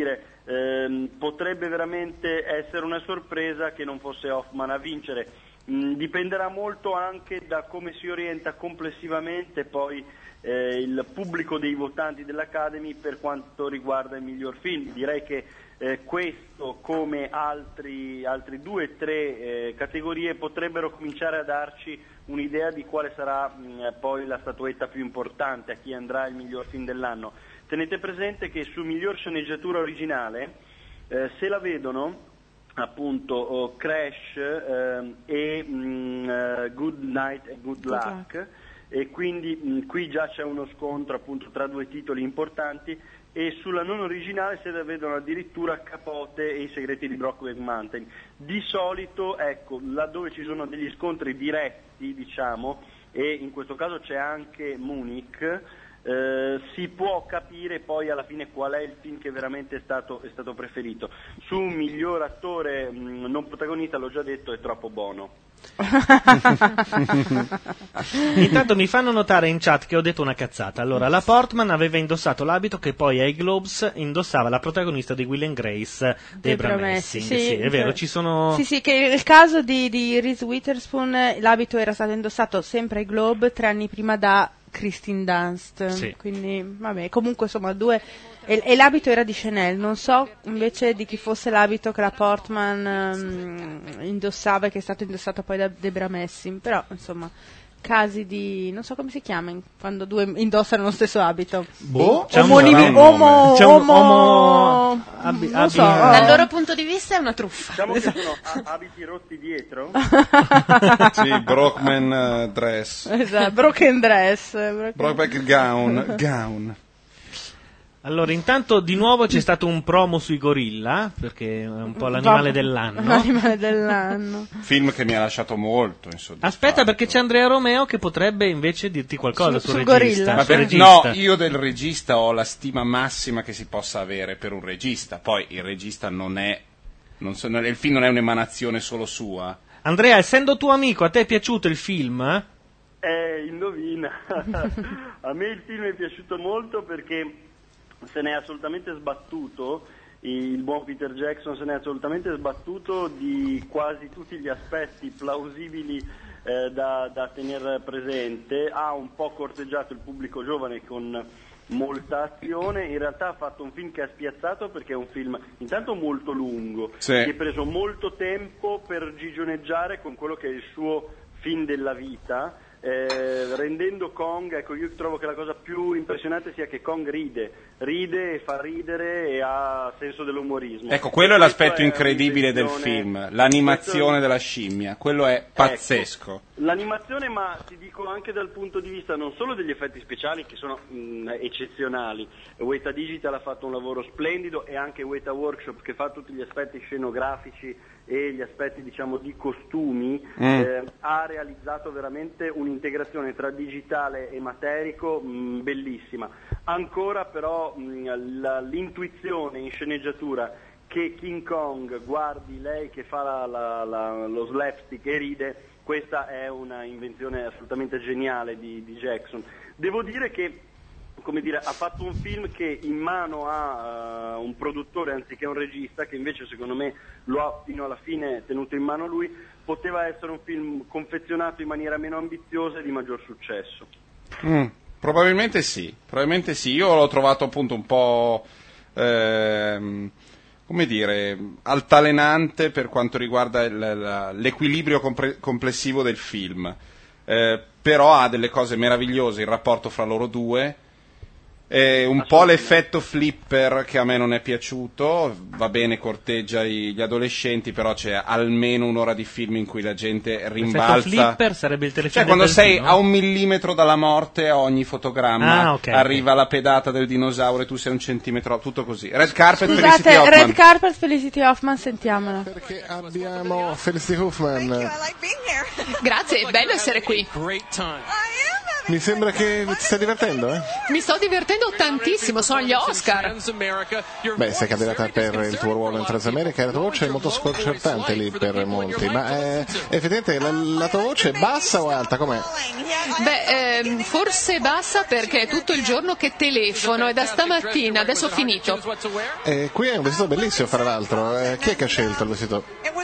[SPEAKER 8] ehm, potrebbe veramente essere una sorpresa che non fosse Hoffman a vincere. Mm, dipenderà molto anche da come si orienta complessivamente poi eh, il pubblico dei votanti dell'Academy per quanto riguarda il miglior film. Direi che eh, questo, come altri, altri due o tre eh, categorie, potrebbero cominciare a darci un'idea di quale sarà mh, poi la statuetta più importante, a chi andrà il miglior film dell'anno. Tenete presente che su miglior sceneggiatura originale, eh, se la vedono appunto oh, Crash eh, e mh, uh, Good Night e Good Luck, e quindi mh, qui già c'è uno scontro appunto tra due titoli importanti, e sulla non originale se la vedono addirittura Capote e I segreti di Brokeback Mountain. Di solito, ecco, laddove ci sono degli scontri diretti, diciamo, e in questo caso c'è anche Munich, eh, si può capire poi alla fine qual è il film che veramente è stato, è stato preferito. Su miglior attore mh, non protagonista, l'ho già detto, è troppo Bono.
[SPEAKER 2] Intanto mi fanno notare in chat che ho detto una cazzata. Allora, la Portman aveva indossato l'abito che poi ai Globes indossava la protagonista di Will and Grace, Debra Messing. Sì, sì, è vero, ci sono...
[SPEAKER 4] Sì, sì, che nel caso di, di Reese Witherspoon l'abito era stato indossato sempre ai Globe tre anni prima da Kristen Dunst.
[SPEAKER 2] Sì.
[SPEAKER 4] Quindi, vabbè, comunque insomma due... E, e l'abito era di Chanel, non so invece di chi fosse l'abito che la Portman um, indossava e che è stato indossato poi da Debra Messing, però insomma casi di, non so come si chiama quando due indossano lo stesso abito.
[SPEAKER 2] Boh,
[SPEAKER 4] c'è omonimi,
[SPEAKER 2] un
[SPEAKER 4] omo,
[SPEAKER 2] c'è un
[SPEAKER 4] omo,
[SPEAKER 2] omo abi,
[SPEAKER 4] non so,
[SPEAKER 2] abi,
[SPEAKER 3] Dal loro punto di vista è una truffa.
[SPEAKER 8] Diciamo che sono a- abiti rotti dietro.
[SPEAKER 5] Sì, Brockman uh, dress.
[SPEAKER 4] Esatto, broken dress. Broken...
[SPEAKER 5] Brokeback gown, gown.
[SPEAKER 2] Allora, intanto di nuovo c'è stato un promo sui gorilla, perché è un po' l'animale dell'anno.
[SPEAKER 4] L'animale dell'anno.
[SPEAKER 5] Film che mi ha lasciato molto insoddisfatto.
[SPEAKER 2] Aspetta, perché c'è Andrea Romeo che potrebbe invece dirti qualcosa
[SPEAKER 4] Su-
[SPEAKER 2] sul,
[SPEAKER 4] sul
[SPEAKER 2] regista.
[SPEAKER 4] gorilla.
[SPEAKER 5] Ma
[SPEAKER 2] sul
[SPEAKER 5] per-
[SPEAKER 2] regista.
[SPEAKER 5] no, io del regista ho la stima massima che si possa avere per un regista. Poi il regista non è, non so, non- il film non è un'emanazione solo sua.
[SPEAKER 2] Andrea, essendo tuo amico, a te è piaciuto il film?
[SPEAKER 8] Eh, indovina. A me il film è piaciuto molto perché se ne è assolutamente sbattuto, il buon Peter Jackson se ne è assolutamente sbattuto di quasi tutti gli aspetti plausibili eh, da, da tenere presente. Ha un po' corteggiato il pubblico giovane con molta azione, in realtà ha fatto un film che ha spiazzato perché è un film intanto molto lungo,
[SPEAKER 5] Sì.
[SPEAKER 8] che ha preso molto tempo per gigioneggiare con quello che è il suo film della vita. Eh, rendendo Kong, ecco, io trovo che la cosa più impressionante sia che Kong ride, ride e fa ridere e ha senso dell'umorismo.
[SPEAKER 5] Ecco, quello è
[SPEAKER 8] Questo
[SPEAKER 5] l'aspetto
[SPEAKER 8] è
[SPEAKER 5] incredibile del
[SPEAKER 8] un'invenzione-
[SPEAKER 5] film, l'animazione
[SPEAKER 8] questo-
[SPEAKER 5] della scimmia, quello è pazzesco.
[SPEAKER 8] L'animazione, ma ti dico anche dal punto di vista non solo degli effetti speciali che sono mh, eccezionali. Weta Digital ha fatto un lavoro splendido e anche Weta Workshop che fa tutti gli aspetti scenografici e gli aspetti diciamo di costumi
[SPEAKER 5] Mm.
[SPEAKER 8] eh, ha realizzato veramente un'integrazione tra digitale e materico mh, bellissima. Ancora però mh, la- l'intuizione in sceneggiatura che King Kong guardi lei che fa la- la- la- lo slapstick e ride, questa è una invenzione assolutamente geniale di, di Jackson. Devo dire che, come dire, ha fatto un film che in mano ha uh, un produttore anziché un regista, che invece secondo me lo ha fino alla fine tenuto in mano lui. Poteva essere un film confezionato in maniera meno ambiziosa e di maggior successo.
[SPEAKER 5] Mm, probabilmente sì, probabilmente sì. Io l'ho trovato appunto un po', ehm, come dire, altalenante per quanto riguarda il- la- l'equilibrio compre- complessivo del film. Eh, però ha delle cose meravigliose, il rapporto fra loro due. Eh, un po' l'effetto flipper che a me non è piaciuto, va bene, corteggia i- gli adolescenti, però c'è almeno un'ora di film in cui la gente rimbalza.
[SPEAKER 2] L'effetto flipper sarebbe il telefilm
[SPEAKER 5] Cioè quando
[SPEAKER 2] del
[SPEAKER 5] sei
[SPEAKER 2] film,
[SPEAKER 5] a un millimetro dalla morte a ogni fotogramma,
[SPEAKER 2] Ah, ok,
[SPEAKER 5] arriva la pedata del dinosauro e tu sei un centimetro, tutto così. Red Carpet, Felicity
[SPEAKER 4] Scusate,
[SPEAKER 5] Hoffman.
[SPEAKER 4] Red Carpet Felicity Hoffman, sentiamola.
[SPEAKER 15] Perché abbiamo Felicity Hoffman.
[SPEAKER 16] Grazie, è bello essere qui.
[SPEAKER 7] Great time.
[SPEAKER 21] Mi sembra che ti stai divertendo, eh?
[SPEAKER 16] Mi sto divertendo tantissimo, sono gli Oscar.
[SPEAKER 21] Beh, sei candidata per il tuo ruolo in Transamerica e la tua voce è molto sconcertante lì per molti, ma eh, effettivamente la, la tua voce è bassa o alta? Com'è?
[SPEAKER 16] Beh, ehm, forse bassa perché è tutto il giorno che telefono e da stamattina, adesso ho finito.
[SPEAKER 21] Eh, qui è un vestito bellissimo, fra l'altro. Eh, chi è che ha scelto il vestito?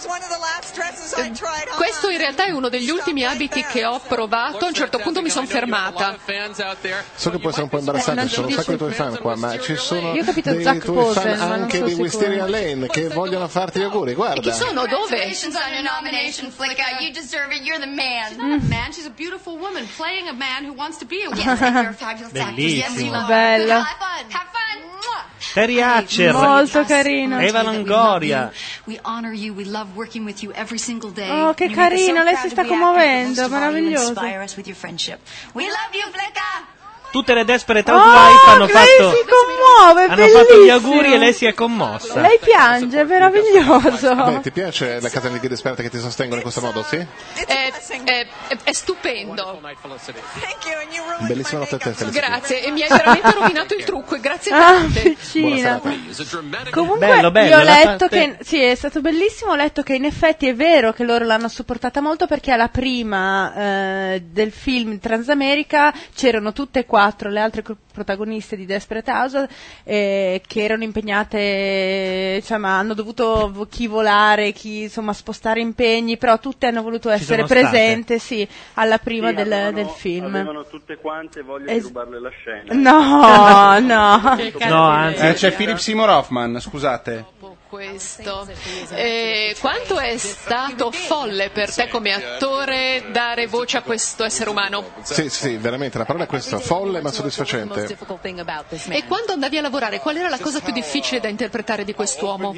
[SPEAKER 16] Questo in realtà è uno degli ultimi abiti che ho provato, a un certo punto mi sono fermata.
[SPEAKER 21] So che può essere un po' imbarazzante, ci sono un sacco di tuoi fan qua, ma ci sono
[SPEAKER 4] Io ho capito
[SPEAKER 21] dei
[SPEAKER 4] Zac
[SPEAKER 21] tuoi
[SPEAKER 4] Posen,
[SPEAKER 21] fan
[SPEAKER 4] ma non
[SPEAKER 21] anche
[SPEAKER 4] so
[SPEAKER 21] di
[SPEAKER 4] sicura.
[SPEAKER 21] Wisteria Lane che vogliono farti gli auguri, guarda.
[SPEAKER 16] Chi sono? Dove?
[SPEAKER 14] Congratulations on your nomination, Flicka. You deserve it. You're the man. She's not a man. She's a beautiful woman playing a man who wants to be a woman. Yes, you're a fabulous actress. Yes, you are.
[SPEAKER 4] Bella.
[SPEAKER 14] Have fun. Have fun.
[SPEAKER 2] Terry Hatcher,
[SPEAKER 4] Molto carino.
[SPEAKER 2] Eva Longoria.
[SPEAKER 22] We honor you. We love working with you every single day.
[SPEAKER 4] Oh, che
[SPEAKER 22] You make us so
[SPEAKER 4] carino, lei
[SPEAKER 22] proud
[SPEAKER 4] si
[SPEAKER 22] to
[SPEAKER 4] sta
[SPEAKER 22] be actors,
[SPEAKER 4] commuovendo,
[SPEAKER 22] but most of all, you
[SPEAKER 4] meraviglioso.
[SPEAKER 22] inspire us with your friendship.
[SPEAKER 14] We love you, Flicka.
[SPEAKER 2] Tutte le Desperate Housewives hanno
[SPEAKER 4] lei
[SPEAKER 2] fatto
[SPEAKER 4] si commuove,
[SPEAKER 2] hanno
[SPEAKER 4] bellissimo.
[SPEAKER 2] fatto gli auguri e lei si è commossa.
[SPEAKER 4] Lei piange, è meraviglioso.
[SPEAKER 21] Beh, ti piace la casa di esperti che ti sostengono in questo modo, sì?
[SPEAKER 16] È, è- è- è stupendo.
[SPEAKER 21] Bellissima notte a te, Felicity.
[SPEAKER 16] Grazie, e mi hai veramente rovinato il trucco, e grazie
[SPEAKER 4] Ah,
[SPEAKER 16] tante.
[SPEAKER 4] piccina. Comunque
[SPEAKER 2] Bello, bello,
[SPEAKER 4] io ho
[SPEAKER 2] la
[SPEAKER 4] letto
[SPEAKER 2] parte-
[SPEAKER 4] che sì, è stato bellissimo, ho letto che in effetti è vero che loro l'hanno supportata molto perché alla prima eh, del film Transamerica c'erano tutte e quattro le altre co- protagoniste di Desperate Housewives eh, che erano impegnate, insomma, hanno dovuto chi volare, chi insomma spostare impegni, però tutte hanno voluto essere
[SPEAKER 2] sono state.
[SPEAKER 4] presenti, sì, alla prima
[SPEAKER 8] Sì,
[SPEAKER 4] del,
[SPEAKER 8] avevano-
[SPEAKER 4] del film.
[SPEAKER 8] Avevano tutte quante voglia
[SPEAKER 4] Es-
[SPEAKER 8] di rubarle la scena.
[SPEAKER 4] No, no.
[SPEAKER 2] No, anzi,
[SPEAKER 5] Eh, c'è Philip Seymour Hoffman, scusate.
[SPEAKER 16] Questo. Eh, quanto è stato folle per te come attore dare voce a questo essere umano?
[SPEAKER 21] Sì, sì, veramente, la parola è questa, folle ma soddisfacente.
[SPEAKER 16] E quando andavi a lavorare, qual era la cosa più difficile da interpretare di quest'uomo?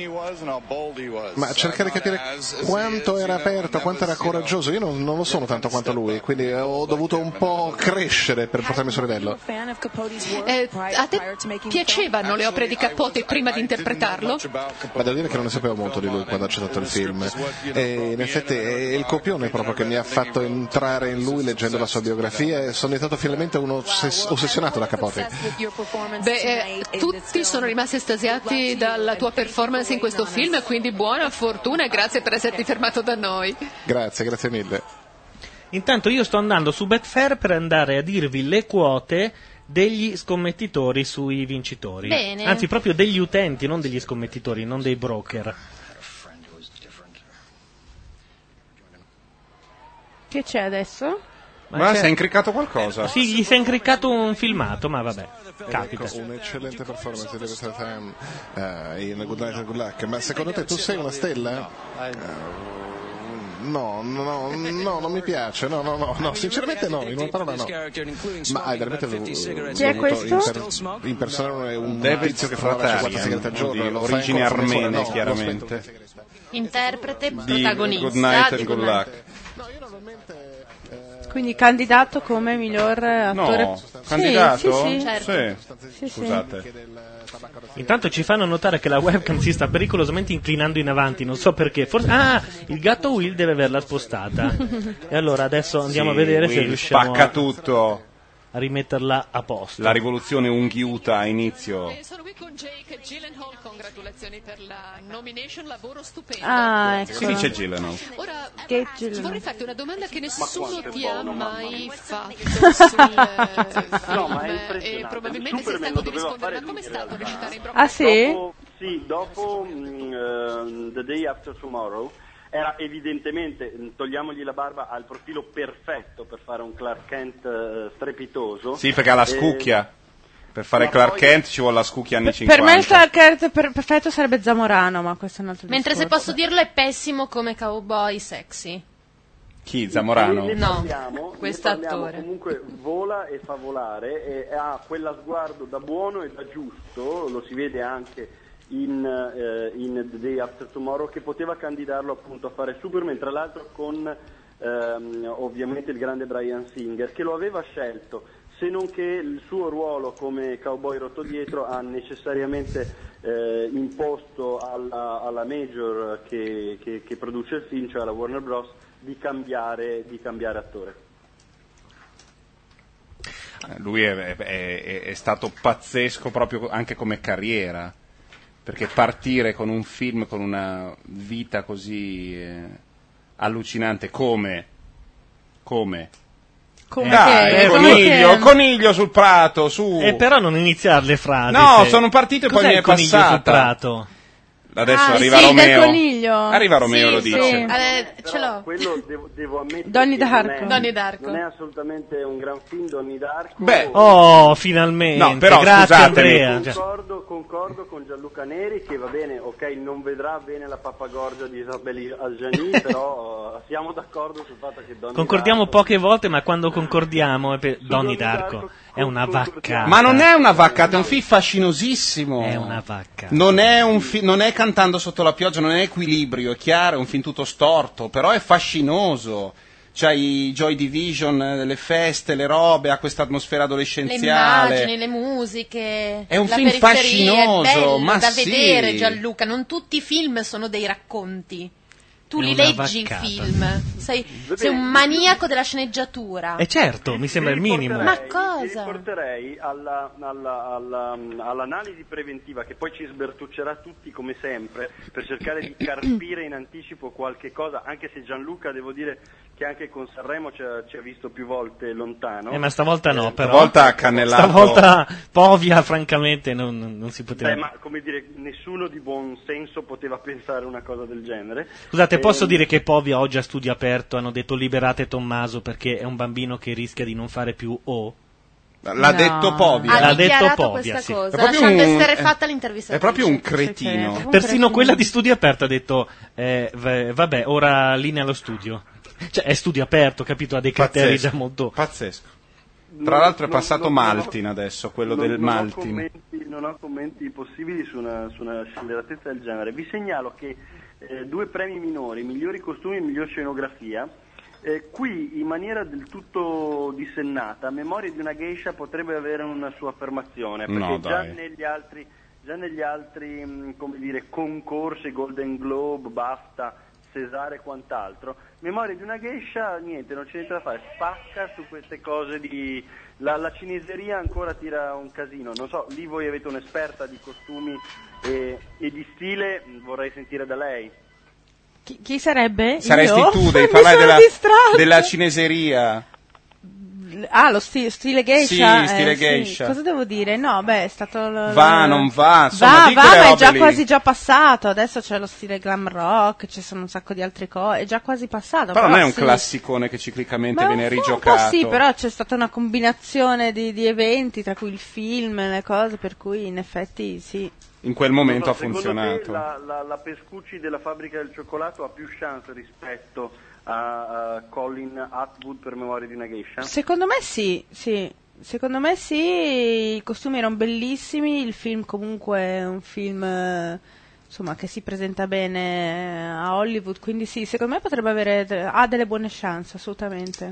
[SPEAKER 21] Ma cercare di capire quanto era aperto, quanto era coraggioso. Io non, non lo sono tanto quanto lui, quindi ho dovuto un po' crescere per portarmi sul livello.
[SPEAKER 16] Eh, a te piacevano le opere di Capote prima di interpretarlo?
[SPEAKER 21] Ma devo dire che non ne sapevo molto di lui quando ho accettato il film. E in effetti è il copione proprio che mi ha fatto entrare in lui leggendo la sua biografia e sono diventato finalmente un ossess- ossessionato da Capote.
[SPEAKER 16] Beh, eh, tutti sono rimasti estasiati dalla tua performance in questo film, quindi buona fortuna e grazie per esserti fermato da noi.
[SPEAKER 21] Grazie, grazie mille.
[SPEAKER 2] intanto io sto andando su Betfair per andare a dirvi le quote degli scommettitori sui vincitori.
[SPEAKER 3] Bene.
[SPEAKER 2] Anzi, proprio degli utenti, non degli scommettitori, non dei broker.
[SPEAKER 4] Che c'è adesso?
[SPEAKER 5] Ma
[SPEAKER 2] c'è-
[SPEAKER 5] si è incriccato qualcosa?
[SPEAKER 2] Sì, gli si è incriccato un filmato, ma vabbè, capita.
[SPEAKER 21] Ecco, un'eccellente performance di David Strathairn uh, in Good Night and Good Luck. Ma secondo te tu sei una stella? Uh, no, no, no, no, non mi piace. No, no, no, no, sinceramente no, in una parola no. Ma hai veramente voluto
[SPEAKER 4] Chi è questo?
[SPEAKER 21] imper- impersonare un
[SPEAKER 5] David
[SPEAKER 21] tizio che fumava cinquanta sigarette al giorno,
[SPEAKER 5] di
[SPEAKER 21] lo fai
[SPEAKER 5] origini
[SPEAKER 21] con convinzione?
[SPEAKER 5] armene,
[SPEAKER 21] No, lo
[SPEAKER 5] chiaramente.
[SPEAKER 21] aspetto.
[SPEAKER 3] Interprete,
[SPEAKER 5] Di
[SPEAKER 3] protagonista.
[SPEAKER 5] Good Night and
[SPEAKER 3] di
[SPEAKER 5] Good
[SPEAKER 3] Good Night.
[SPEAKER 5] Luck.
[SPEAKER 4] Quindi candidato come miglior attore.
[SPEAKER 5] No,
[SPEAKER 4] Sì,
[SPEAKER 5] candidato?
[SPEAKER 4] Sì, sì.
[SPEAKER 3] Certo.
[SPEAKER 5] Sì.
[SPEAKER 4] Sì, sì.
[SPEAKER 5] Scusate.
[SPEAKER 2] Intanto ci fanno notare che la webcam si sta pericolosamente inclinando in avanti, non so perché. Forse ah, il gatto Will deve averla spostata. E allora adesso andiamo
[SPEAKER 5] Sì,
[SPEAKER 2] a vedere se
[SPEAKER 5] Will
[SPEAKER 2] riusciamo
[SPEAKER 5] spacca
[SPEAKER 2] a,
[SPEAKER 5] tutto.
[SPEAKER 2] a rimetterla a posto.
[SPEAKER 5] La rivoluzione unghiuta a inizio.
[SPEAKER 16] E sono qui con Jake Gyllenhaal, congratulazioni per la nomination, lavoro stupendo.
[SPEAKER 4] Ah, ecco.
[SPEAKER 5] Si dice Gyllenhaal.
[SPEAKER 16] Ora,
[SPEAKER 4] Jake Gyllenhaal.
[SPEAKER 16] vorrei farti una domanda che nessuno
[SPEAKER 8] quanto è
[SPEAKER 16] ti ha
[SPEAKER 8] buono, mamma
[SPEAKER 16] mai
[SPEAKER 8] mia.
[SPEAKER 16] fatto sul eh,
[SPEAKER 8] No, ma è
[SPEAKER 16] film
[SPEAKER 8] impressionante.
[SPEAKER 16] e probabilmente sei
[SPEAKER 8] Superman
[SPEAKER 16] stato
[SPEAKER 8] lo
[SPEAKER 16] di
[SPEAKER 8] doveva
[SPEAKER 16] rispondere,
[SPEAKER 8] fare
[SPEAKER 16] ma com'è
[SPEAKER 8] lui, in
[SPEAKER 16] stato
[SPEAKER 8] realtà.
[SPEAKER 16] recitare in Brock?
[SPEAKER 4] Ah sì?
[SPEAKER 8] Dopo, sì, dopo mm, eh, The Day After Tomorrow era evidentemente, mm, togliamogli la barba, ha il profilo perfetto per fare un Clark Kent eh, strepitoso.
[SPEAKER 5] Sì, perché ha la
[SPEAKER 8] E-
[SPEAKER 5] scucchia. Per fare
[SPEAKER 8] Ma
[SPEAKER 5] Clark
[SPEAKER 8] poi-
[SPEAKER 5] Kent ci vuole la scucchia anni
[SPEAKER 4] Per
[SPEAKER 5] cinquanta.
[SPEAKER 4] me il Clark Kent per- perfetto sarebbe Zamorano, ma questo è un altro
[SPEAKER 3] Mentre se
[SPEAKER 4] discorso.
[SPEAKER 3] posso dirlo è pessimo come cowboy sexy.
[SPEAKER 5] Chi? Zamorano?
[SPEAKER 8] Ne
[SPEAKER 3] No,
[SPEAKER 8] parliamo, ne
[SPEAKER 3] quest'attore.
[SPEAKER 8] parliamo, comunque vola e fa volare e ha quella sguardo da buono e da giusto, lo si vede anche in, eh, in The Day After Tomorrow, che poteva candidarlo appunto a fare Superman, tra l'altro con ehm, ovviamente il grande Bryan Singer, che lo aveva scelto, se non che il suo ruolo come cowboy rotto dietro ha necessariamente eh, imposto alla, alla major che, che, che produce il film, cioè alla Warner Bros., di cambiare, di cambiare attore.
[SPEAKER 5] Lui è, è- è stato pazzesco proprio anche come carriera, perché partire con un film con una vita così eh, allucinante come come
[SPEAKER 4] Come
[SPEAKER 5] Dai,
[SPEAKER 4] che-
[SPEAKER 5] il
[SPEAKER 4] come
[SPEAKER 5] coniglio,
[SPEAKER 4] che-
[SPEAKER 5] il coniglio sul prato, su.
[SPEAKER 2] E però non iniziare le frasi.
[SPEAKER 5] No,
[SPEAKER 2] se-
[SPEAKER 5] sono partito e poi
[SPEAKER 2] Cos'è
[SPEAKER 5] mi è
[SPEAKER 2] il coniglio
[SPEAKER 5] passata.
[SPEAKER 2] sul prato?
[SPEAKER 5] Adesso
[SPEAKER 4] Ah,
[SPEAKER 5] arriva
[SPEAKER 4] sì, del
[SPEAKER 5] Romeo.
[SPEAKER 4] coniglio.
[SPEAKER 5] Arriva Romeo,
[SPEAKER 4] Sì,
[SPEAKER 5] lo
[SPEAKER 4] sì.
[SPEAKER 5] dice.
[SPEAKER 3] Eh, ce l'ho.
[SPEAKER 8] Quello devo, devo ammettere
[SPEAKER 4] Donnie
[SPEAKER 8] che
[SPEAKER 4] Darko.
[SPEAKER 8] non è,
[SPEAKER 3] Donnie Darko.
[SPEAKER 8] non è assolutamente un gran film, Donnie Darko.
[SPEAKER 5] Beh.
[SPEAKER 2] Oh, finalmente.
[SPEAKER 5] No, però,
[SPEAKER 2] Grazie
[SPEAKER 5] scusatemi.
[SPEAKER 2] Andrea. Cioè,
[SPEAKER 8] Concordo, concordo con Gianluca Neri che va bene, ok, non vedrà bene la pappagorgia di Isabelle Adjani, però eh, siamo d'accordo sul fatto che Donnie
[SPEAKER 2] concordiamo
[SPEAKER 8] Darko...
[SPEAKER 2] poche volte, ma quando concordiamo è per Donnie Darko è una vaccata.
[SPEAKER 5] Ma non è una vaccata, è un film fascinosissimo.
[SPEAKER 2] È una vaccata.
[SPEAKER 5] Non è un fi- non è Cantando sotto la pioggia, non è Equilibrio, è chiaro, è un film tutto storto, però è fascinoso. C'ha i Joy Division, eh, le feste, le robe, ha questa atmosfera
[SPEAKER 3] Le
[SPEAKER 5] adolescenziale.
[SPEAKER 3] immagini, le musiche,
[SPEAKER 5] È un
[SPEAKER 3] la
[SPEAKER 5] film
[SPEAKER 3] periferia,
[SPEAKER 5] fascinoso,
[SPEAKER 3] è bello
[SPEAKER 5] ma
[SPEAKER 3] da
[SPEAKER 5] sì.
[SPEAKER 3] vedere, Gianluca. Non tutti i film sono dei racconti. Tu
[SPEAKER 2] È
[SPEAKER 3] li
[SPEAKER 2] una
[SPEAKER 3] leggi
[SPEAKER 2] vaccata.
[SPEAKER 3] i film. Sei, sei un maniaco della sceneggiatura.
[SPEAKER 2] E certo, mi sembra il minimo.
[SPEAKER 3] Ma
[SPEAKER 8] Ti
[SPEAKER 3] cosa?
[SPEAKER 8] riporterei alla- alla- alla- all'analisi preventiva che poi ci sbertuccerà tutti come sempre per cercare di carpire in anticipo qualche cosa, anche se Gianluca devo dire che anche con Sanremo ci ha, ci ha visto più volte lontano.
[SPEAKER 2] Eh, ma stavolta no, però.
[SPEAKER 5] Stavolta ha cannellato.
[SPEAKER 2] Stavolta Povia, francamente, non, non si poteva.
[SPEAKER 8] Beh, ma come dire, nessuno di buon senso poteva pensare una cosa del genere.
[SPEAKER 2] Scusate, posso
[SPEAKER 8] Ehm,
[SPEAKER 2] dire che Povia oggi a Studio Aperto hanno detto liberate Tommaso perché è un bambino che rischia di non fare più O?
[SPEAKER 5] L'ha
[SPEAKER 2] No.
[SPEAKER 5] detto Povia.
[SPEAKER 3] Ha
[SPEAKER 2] L'ha detto
[SPEAKER 3] dichiarato
[SPEAKER 2] Povia,
[SPEAKER 3] questa
[SPEAKER 2] sì.
[SPEAKER 3] cosa,
[SPEAKER 5] È proprio
[SPEAKER 3] lasciando
[SPEAKER 5] un-
[SPEAKER 3] essere
[SPEAKER 5] è-
[SPEAKER 3] fatta l'intervista.
[SPEAKER 5] È proprio un cretino.
[SPEAKER 2] Persino quella di Studio Aperto ha detto eh, v- vabbè, ora linea allo studio. Cioè, è Studio Aperto, capito? Ha dei criteri
[SPEAKER 5] Pazzesco.
[SPEAKER 2] già molto...
[SPEAKER 5] Pazzesco.
[SPEAKER 8] non-
[SPEAKER 5] Tra l'altro è
[SPEAKER 8] non-
[SPEAKER 5] passato
[SPEAKER 8] non-
[SPEAKER 5] Maltin
[SPEAKER 8] non ho-
[SPEAKER 5] adesso, quello
[SPEAKER 8] non-
[SPEAKER 5] del
[SPEAKER 8] non ho
[SPEAKER 5] Maltin.
[SPEAKER 8] commenti- non ho commenti possibili su una, su una scelleratezza del genere. Vi segnalo che eh, due premi minori, migliori costumi e miglior scenografia, eh, qui in maniera del tutto dissennata, Memoria di una geisha potrebbe avere una sua affermazione, perché
[SPEAKER 5] No,
[SPEAKER 8] già
[SPEAKER 5] dai.
[SPEAKER 8] negli altri, già negli altri mh, come dire, concorsi, Golden Globe, BAFTA, Cesare e quant'altro, Memoria di una geisha, niente, non c'è niente da fare, spacca su queste cose di... La, la cineseria ancora tira un casino, non so, lì voi avete un'esperta di costumi e, e di stile, vorrei sentire da lei.
[SPEAKER 4] Chi, chi sarebbe?
[SPEAKER 5] Saresti
[SPEAKER 4] Io?
[SPEAKER 5] tu, devi
[SPEAKER 4] Mi
[SPEAKER 5] parlare
[SPEAKER 4] sono
[SPEAKER 5] della,
[SPEAKER 4] distratta.
[SPEAKER 5] della cineseria.
[SPEAKER 4] Ah, lo sti- stile geisha?
[SPEAKER 5] Sì, stile
[SPEAKER 4] Eh, sì.
[SPEAKER 5] geisha.
[SPEAKER 4] Cosa devo dire? No, beh, è stato... l-
[SPEAKER 5] Va,
[SPEAKER 4] l-
[SPEAKER 5] non va, insomma,
[SPEAKER 4] va,
[SPEAKER 5] di
[SPEAKER 4] va,
[SPEAKER 5] quelle
[SPEAKER 4] ma è
[SPEAKER 5] robe
[SPEAKER 4] già
[SPEAKER 5] lì.
[SPEAKER 4] quasi già passato. Adesso c'è lo stile glam rock, ci sono un sacco di altre cose. È già quasi passato.
[SPEAKER 5] Però non è un
[SPEAKER 4] sì.
[SPEAKER 5] classicone che ciclicamente
[SPEAKER 4] Ma
[SPEAKER 5] viene
[SPEAKER 4] un po',
[SPEAKER 5] rigiocato.
[SPEAKER 4] Un po' sì, però c'è stata una combinazione di, di eventi, tra cui il film e le cose, per cui in effetti sì.
[SPEAKER 5] In quel momento
[SPEAKER 8] Non
[SPEAKER 5] ha
[SPEAKER 8] so, secondo
[SPEAKER 5] funzionato.
[SPEAKER 8] te la, la, la Pescucci della fabbrica del cioccolato ha più chance rispetto a, a Colin Atwood per Memoria di una geisha?
[SPEAKER 4] Secondo me sì, sì. Secondo me sì, i costumi erano bellissimi, il film comunque è un film eh, insomma che si presenta bene a Hollywood, quindi sì, secondo me potrebbe avere ha delle buone chance, assolutamente.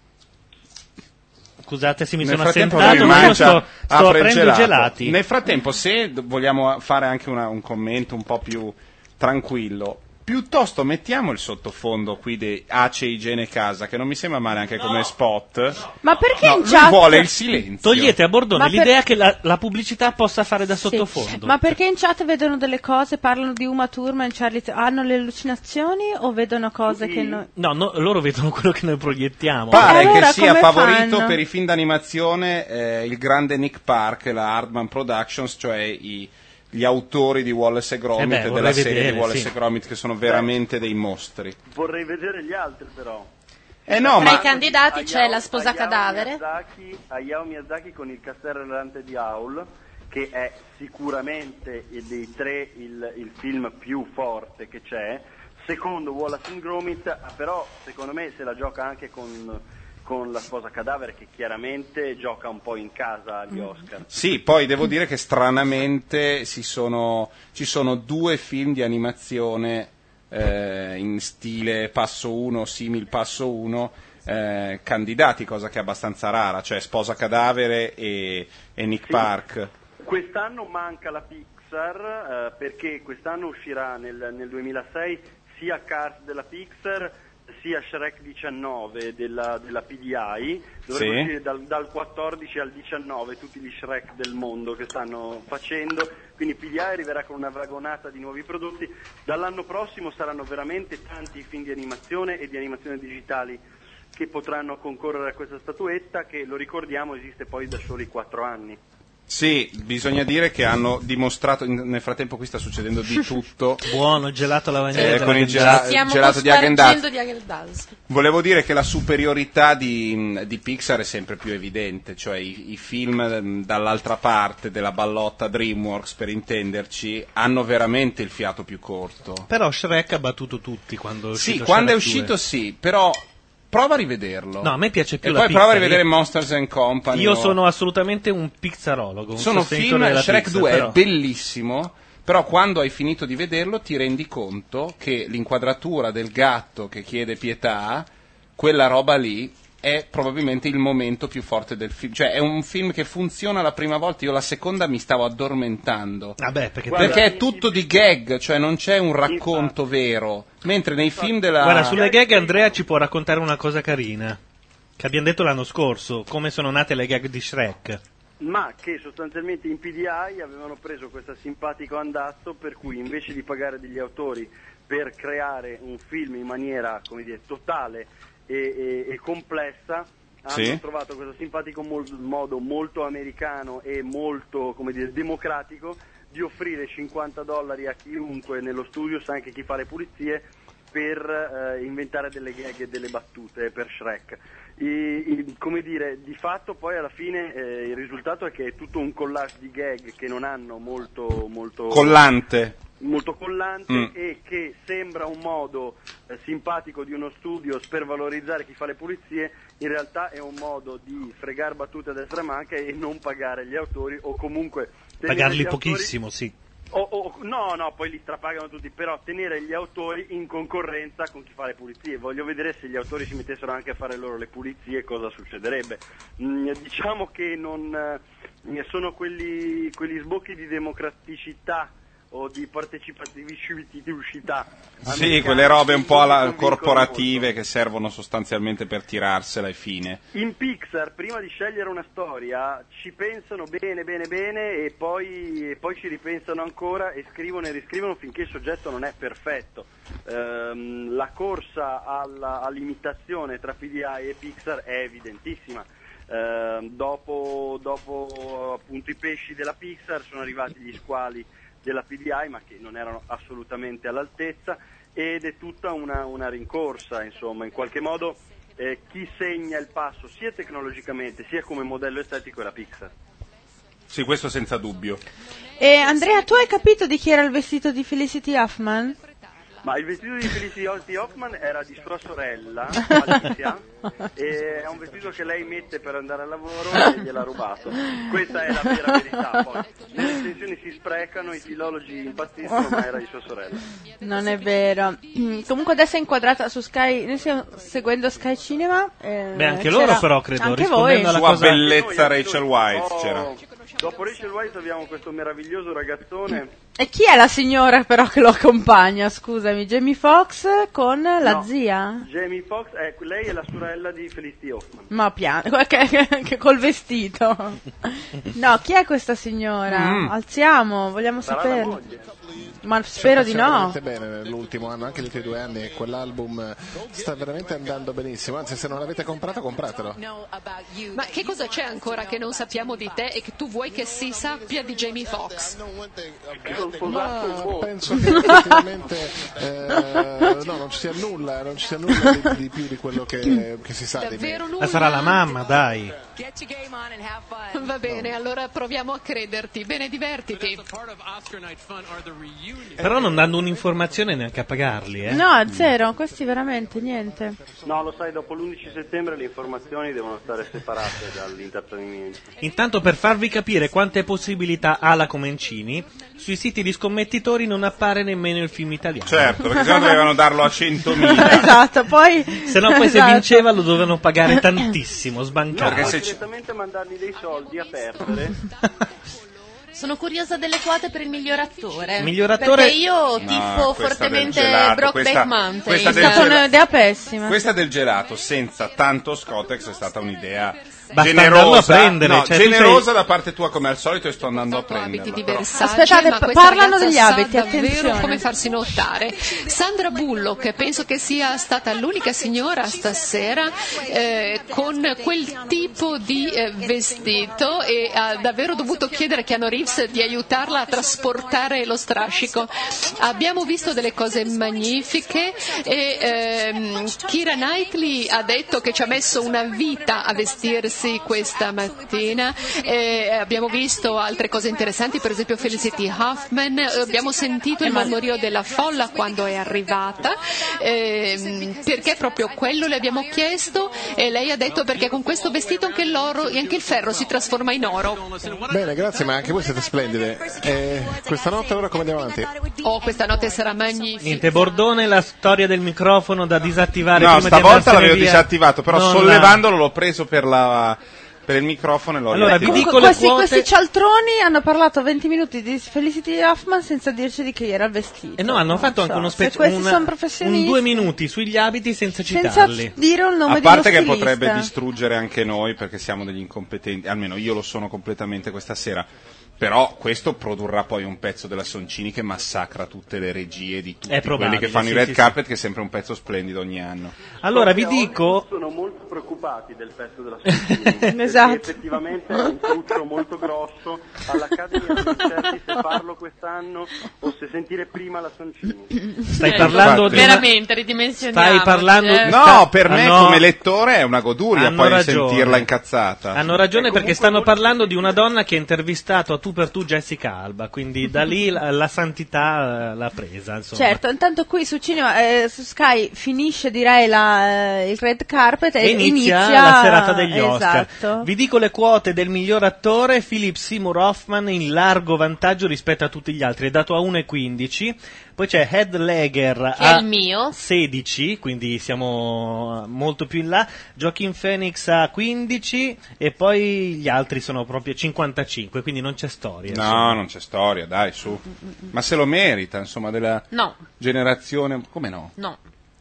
[SPEAKER 2] Scusate se mi
[SPEAKER 5] Nel
[SPEAKER 2] sono
[SPEAKER 5] frattempo
[SPEAKER 2] assentato,
[SPEAKER 5] lui
[SPEAKER 2] ma io
[SPEAKER 5] mangia-
[SPEAKER 2] sto, sto
[SPEAKER 5] apre il
[SPEAKER 2] aprendo i
[SPEAKER 5] gelato.
[SPEAKER 2] gelati.
[SPEAKER 5] Nel frattempo, se d- vogliamo fare anche una- un commento un po' più tranquillo, piuttosto mettiamo il sottofondo qui di Ace Igiene Casa, che non mi sembra male anche come spot.
[SPEAKER 4] Ma perché
[SPEAKER 5] No,
[SPEAKER 4] in
[SPEAKER 5] lui
[SPEAKER 4] chat
[SPEAKER 5] vuole il silenzio.
[SPEAKER 2] Togliete a Bordone
[SPEAKER 4] Ma per-
[SPEAKER 2] l'idea che la, la pubblicità possa fare da
[SPEAKER 4] Sì.
[SPEAKER 2] sottofondo.
[SPEAKER 4] Ma perché in chat vedono delle cose, parlano di Uma Thurman, Charlie, hanno le allucinazioni o vedono cose che noi...
[SPEAKER 2] No, no, loro vedono quello che noi proiettiamo.
[SPEAKER 5] Pare
[SPEAKER 4] E allora
[SPEAKER 5] che sia
[SPEAKER 4] come
[SPEAKER 5] favorito
[SPEAKER 4] fanno?
[SPEAKER 5] per i film d'animazione eh, il grande Nick Park e la Hardman Productions, cioè i- gli autori di Wallace e Gromit
[SPEAKER 2] Eh beh,
[SPEAKER 5] e della
[SPEAKER 2] vorrei
[SPEAKER 5] serie
[SPEAKER 2] vedere,
[SPEAKER 5] di Wallace
[SPEAKER 2] sì.
[SPEAKER 5] e Gromit, che sono veramente dei mostri.
[SPEAKER 8] Vorrei vedere gli altri però.
[SPEAKER 5] Eh no,
[SPEAKER 3] Tra
[SPEAKER 5] ma
[SPEAKER 3] i candidati c'è
[SPEAKER 8] Hayao-
[SPEAKER 3] la sposa
[SPEAKER 8] Hayao
[SPEAKER 3] cadavere.
[SPEAKER 8] Miyazaki, Hayao Miyazaki con il castello errante di Howl, che è sicuramente eh, dei tre il, il film più forte che c'è. Secondo Wallace and Gromit, ah, però secondo me se la gioca anche con, con la sposa cadavere, che chiaramente gioca un po' in casa agli Oscar.
[SPEAKER 5] sì, poi devo dire che stranamente si sono, ci sono due film di animazione eh, in stile passo uno, simil passo uno, eh, candidati, cosa che è abbastanza rara, cioè Sposa Cadavere e, e Nick
[SPEAKER 8] Sì.
[SPEAKER 5] Park.
[SPEAKER 8] Quest'anno manca la Pixar eh, perché quest'anno uscirà nel, nel duemilasei sia Cars della Pixar sia Shrek diciannove della, della P D I, dovrebbero
[SPEAKER 5] Sì.
[SPEAKER 8] uscire dal, dal quattordici al diciannove tutti gli Shrek del mondo che stanno facendo, quindi P D I arriverà con una vagonata di nuovi prodotti. Dall'anno prossimo saranno veramente tanti i film di animazione e di animazione digitali che potranno concorrere a questa statuetta, che, lo ricordiamo, esiste poi da soli quattro anni.
[SPEAKER 5] Sì, bisogna dire che hanno dimostrato, in- nel frattempo qui sta succedendo di tutto.
[SPEAKER 2] Buono, gelato lavagniere.
[SPEAKER 5] Eh,
[SPEAKER 2] della
[SPEAKER 5] con il
[SPEAKER 2] Vendata.
[SPEAKER 5] gela-
[SPEAKER 1] Stiamo
[SPEAKER 5] gelato di Häagen-Dazs.
[SPEAKER 1] spargendo di Häagen-Dazs.
[SPEAKER 5] Volevo dire che la superiorità di, di Pixar è sempre più evidente, cioè i, i film ehm, dall'altra parte della ballotta DreamWorks, per intenderci, hanno veramente il fiato più corto.
[SPEAKER 2] Però Shrek ha battuto tutti quando è uscito.
[SPEAKER 5] Sì, quando è
[SPEAKER 2] Shrek
[SPEAKER 5] uscito
[SPEAKER 2] due.
[SPEAKER 5] sì, però prova a rivederlo.
[SPEAKER 2] No, a me piace più
[SPEAKER 5] e
[SPEAKER 2] la
[SPEAKER 5] poi
[SPEAKER 2] Pixar.
[SPEAKER 5] prova a rivedere
[SPEAKER 2] Io-
[SPEAKER 5] Monsters and Company.
[SPEAKER 2] Io
[SPEAKER 5] o-
[SPEAKER 2] sono assolutamente un pixarologo. Un
[SPEAKER 5] Sono
[SPEAKER 2] sostenitore
[SPEAKER 5] film,
[SPEAKER 2] della
[SPEAKER 5] Shrek
[SPEAKER 2] Pixar,
[SPEAKER 5] due
[SPEAKER 2] però.
[SPEAKER 5] è bellissimo, però quando hai finito di vederlo ti rendi conto che l'inquadratura del gatto che chiede pietà, quella roba lì, è probabilmente il momento più forte del film. Cioè è un film che funziona la prima volta, io la seconda mi stavo addormentando.
[SPEAKER 2] Vabbè, perché,
[SPEAKER 5] Perché è tutto di gag, cioè non c'è un racconto vero. Mentre nei film della...
[SPEAKER 2] Guarda, sulle gag Andrea ci può raccontare una cosa carina. Che abbiamo detto l'anno scorso, come sono nate le gag di Shrek.
[SPEAKER 8] Ma che sostanzialmente in P D I avevano preso questo simpatico andazzo per cui invece di pagare degli autori per creare un film in maniera, come dire, totale e, e, e complessa, hanno
[SPEAKER 5] Sì.
[SPEAKER 8] trovato questo simpatico mol- modo molto americano e molto, come dire, democratico di offrire cinquanta dollari a chiunque nello studio, sa anche chi fa le pulizie, per eh, inventare delle gag e delle battute per Shrek. I, i- come dire, di fatto poi alla fine eh, il risultato è che è tutto un collage di gag che non hanno molto molto
[SPEAKER 5] Collante.
[SPEAKER 8] molto collante
[SPEAKER 5] Mm.
[SPEAKER 8] e che sembra un modo eh, simpatico di uno studio per valorizzare chi fa le pulizie, in realtà è un modo di fregar battute a destra e manca e non pagare gli autori, o comunque tenere
[SPEAKER 2] Pagarli
[SPEAKER 8] gli autori-
[SPEAKER 2] pochissimo, sì.
[SPEAKER 8] o- o- no, no, poi li strapagano tutti, però tenere gli autori in concorrenza con chi fa le pulizie. Voglio vedere se gli autori si mettessero anche a fare loro le pulizie, cosa succederebbe. Mm, diciamo che non eh, sono quelli, quegli sbocchi di democraticità o di partecipatività.
[SPEAKER 5] Sì, quelle robe un po' alla- corporative che servono sostanzialmente per tirarsela e fine.
[SPEAKER 8] In Pixar, prima di scegliere una storia, ci pensano bene, bene, bene e poi, e poi ci ripensano ancora e scrivono e riscrivono finché il soggetto non è perfetto. Ehm, la corsa alla, all'imitazione tra P D I e Pixar è evidentissima. Ehm, dopo, dopo appunto i pesci della Pixar sono arrivati gli squali della P D I, ma che non erano assolutamente all'altezza, ed è tutta una, una rincorsa, insomma, in qualche modo eh, chi segna il passo sia tecnologicamente sia come modello estetico è la Pixar.
[SPEAKER 5] Sì, questo senza dubbio.
[SPEAKER 4] E Andrea, tu hai capito di chi era il vestito di Felicity Huffman?
[SPEAKER 8] Ma il vestito di Felicity Hoffman era di sua sorella, Alicia, e è un vestito che lei mette per andare al lavoro e gliel'ha rubato. Questa è la vera verità, poi. Le recensioni si sprecano, i filologi impazziscono, ma era di sua sorella.
[SPEAKER 4] Non è vero. Mm, Comunque adesso è inquadrata su Sky, noi stiamo seguendo Sky Cinema. eh,
[SPEAKER 2] Beh, anche
[SPEAKER 4] c'era-
[SPEAKER 2] loro però, credo,
[SPEAKER 4] Anche
[SPEAKER 2] rispondendo
[SPEAKER 4] voi.
[SPEAKER 2] alla
[SPEAKER 5] Sua
[SPEAKER 2] cosa...
[SPEAKER 5] bellezza Rachel White c'era.
[SPEAKER 8] Dopo Rachel White abbiamo questo meraviglioso ragazzone.
[SPEAKER 4] E chi è la signora però che lo accompagna? Scusami, Jamie Foxx con la
[SPEAKER 8] No.
[SPEAKER 4] zia?
[SPEAKER 8] Jamie Foxx, eh, lei è la sorella di Felicity Hoffman.
[SPEAKER 4] Ma piano, che, che- che col vestito. No, chi è questa signora?
[SPEAKER 21] Mm.
[SPEAKER 4] Alziamo, vogliamo
[SPEAKER 8] Sarà la
[SPEAKER 4] saperlo.
[SPEAKER 8] moglie.
[SPEAKER 4] Ma spero di no.
[SPEAKER 21] veramente bene nell'ultimo anno, anche gli ultimi due anni, e quell'album sta veramente andando benissimo. Anzi, se non l'avete comprato, compratelo.
[SPEAKER 16] Ma che cosa c'è ancora che non sappiamo di te e che tu vuoi che si sappia di Jamie Foxx?
[SPEAKER 21] Ma penso che effettivamente eh, no, non ci sia nulla, non ci sia nulla di, di più di quello che, che si sa di me.
[SPEAKER 2] Ma sarà la mamma, dai.
[SPEAKER 16] Va bene, allora proviamo a crederti. Bene, divertiti.
[SPEAKER 2] Però non dando un'informazione neanche a pagarli, eh.
[SPEAKER 4] No, zero, questi veramente niente.
[SPEAKER 8] No, lo sai, dopo l'undici settembre le informazioni devono stare separate dall'intrattenimento.
[SPEAKER 2] Intanto, per farvi capire quante possibilità ha la Comencini, sui siti di scommettitori non appare nemmeno il film italiano.
[SPEAKER 5] Certo, perché sennò dovevano darlo a centomila.
[SPEAKER 4] Esatto, poi...
[SPEAKER 2] Se no poi se
[SPEAKER 4] Esatto.
[SPEAKER 2] vinceva lo dovevano pagare tantissimo, sbancato.
[SPEAKER 8] No, puoi direttamente mandargli dei soldi a perdere.
[SPEAKER 3] Sono curiosa delle quote per il miglior attore.
[SPEAKER 2] Miglior attore-
[SPEAKER 3] Perché io tifo
[SPEAKER 5] No, questa
[SPEAKER 3] fortemente
[SPEAKER 5] del gelato,
[SPEAKER 3] Brokeback
[SPEAKER 5] questa-
[SPEAKER 3] Mountain.
[SPEAKER 5] questa
[SPEAKER 4] È
[SPEAKER 5] del
[SPEAKER 4] stata
[SPEAKER 5] gelato-
[SPEAKER 4] un'idea pessima.
[SPEAKER 5] Questa del gelato senza tanto Scottex è stata un'idea
[SPEAKER 2] Basta andarlo a
[SPEAKER 5] generosa,
[SPEAKER 2] prendere,
[SPEAKER 5] no,
[SPEAKER 2] cioè, tu
[SPEAKER 5] generosa
[SPEAKER 2] sei-
[SPEAKER 5] da parte tua come al solito e sto andando a prenderla. però.
[SPEAKER 4] Aspettate,
[SPEAKER 16] ma
[SPEAKER 4] pa-
[SPEAKER 16] questa
[SPEAKER 4] parlano
[SPEAKER 16] ragazza
[SPEAKER 4] degli
[SPEAKER 16] sa
[SPEAKER 4] abiti,
[SPEAKER 16] davvero
[SPEAKER 4] attenzione.
[SPEAKER 16] come farsi notare. Sandra Bullock, penso che sia stata l'unica signora stasera eh, con quel tipo di eh, vestito e ha davvero dovuto chiedere a Keanu Reeves di aiutarla a trasportare lo strascico. Abbiamo visto delle cose magnifiche e ehm, Keira Knightley ha detto che ci ha messo una vita a vestirsi questa mattina. E abbiamo visto altre cose interessanti, per esempio Felicity Huffman, abbiamo sentito il mormorio della folla quando è arrivata, ehm, perché proprio quello le abbiamo chiesto e lei ha detto perché con questo vestito anche l'oro e anche il ferro si trasforma in oro.
[SPEAKER 21] Bene, grazie, ma anche voi siete splendide. Eh, questa notte allora come andiamo avanti?
[SPEAKER 16] Oh, questa notte sarà magnifica.
[SPEAKER 2] Niente, Bordone, la storia del microfono da disattivare
[SPEAKER 5] No,
[SPEAKER 2] prima di
[SPEAKER 5] stavolta
[SPEAKER 2] andarsene
[SPEAKER 5] l'avevo
[SPEAKER 2] via.
[SPEAKER 5] disattivato, però
[SPEAKER 2] Non
[SPEAKER 5] sollevandolo l'ho preso per la per il microfono e l'ho
[SPEAKER 2] Allora, vi
[SPEAKER 5] riattivato.
[SPEAKER 2] dico le
[SPEAKER 4] questi,
[SPEAKER 2] quote.
[SPEAKER 4] questi cialtroni hanno parlato venti minuti di Felicity Huffman senza dirci di che era il vestito.
[SPEAKER 2] E no, hanno fatto
[SPEAKER 4] Non
[SPEAKER 2] anche
[SPEAKER 4] so,
[SPEAKER 2] uno
[SPEAKER 4] se
[SPEAKER 2] specie
[SPEAKER 4] questi
[SPEAKER 2] un,
[SPEAKER 4] sono
[SPEAKER 2] un
[SPEAKER 4] professionisti,
[SPEAKER 2] due minuti sugli abiti senza
[SPEAKER 4] senza
[SPEAKER 2] citarli.
[SPEAKER 4] dire un nome
[SPEAKER 5] A
[SPEAKER 4] di uno
[SPEAKER 5] parte che
[SPEAKER 4] stilista.
[SPEAKER 5] potrebbe distruggere anche noi perché siamo degli incompetenti, almeno io lo sono completamente questa sera. Però questo produrrà poi un pezzo della Soncini che massacra tutte le regie di tutti
[SPEAKER 2] È probabile,
[SPEAKER 5] quelli che fanno
[SPEAKER 2] sì,
[SPEAKER 5] i red
[SPEAKER 2] sì,
[SPEAKER 5] carpet, che è sempre un pezzo splendido ogni anno.
[SPEAKER 2] Allora vi dico,
[SPEAKER 8] Sono molto preoccupati del pezzo della Soncini,
[SPEAKER 4] Esatto.
[SPEAKER 8] perché effettivamente è un cruccio molto grosso. All'Accademia non certi se farlo quest'anno o se sentire prima la Soncini.
[SPEAKER 2] stai parlando di una-
[SPEAKER 3] Veramente, ridimensioniamo.
[SPEAKER 2] Stai parlando
[SPEAKER 3] cioè.
[SPEAKER 5] No, per me
[SPEAKER 2] Ah, no.
[SPEAKER 5] come lettore è una goduria
[SPEAKER 2] Hanno
[SPEAKER 5] poi
[SPEAKER 2] ragione.
[SPEAKER 5] sentirla incazzata.
[SPEAKER 2] Hanno ragione perché stanno parlando di una donna che ha intervistato a tu per tu Jessica Alba, quindi da lì la, la santità eh, l'ha presa, insomma.
[SPEAKER 4] Certo, intanto qui su cinema, eh, su Sky finisce direi la, eh, il red carpet e,
[SPEAKER 2] E inizia,
[SPEAKER 4] inizia
[SPEAKER 2] la serata degli Oscar.
[SPEAKER 4] Esatto.
[SPEAKER 2] Vi dico le quote del miglior attore: Philip Seymour Hoffman in largo vantaggio rispetto a tutti gli altri, è dato a uno virgola quindici. Poi c'è Heath Ledger
[SPEAKER 3] Che è
[SPEAKER 2] a
[SPEAKER 3] il mio.
[SPEAKER 2] sedici, quindi siamo molto più in là. Joaquin Phoenix a quindici e poi gli altri sono proprio cinquantacinque, quindi non c'è storia.
[SPEAKER 5] No,
[SPEAKER 2] insomma.
[SPEAKER 5] non c'è storia, dai, su. Ma se lo merita, insomma, della
[SPEAKER 3] No,
[SPEAKER 5] generazione. Come no?
[SPEAKER 3] no.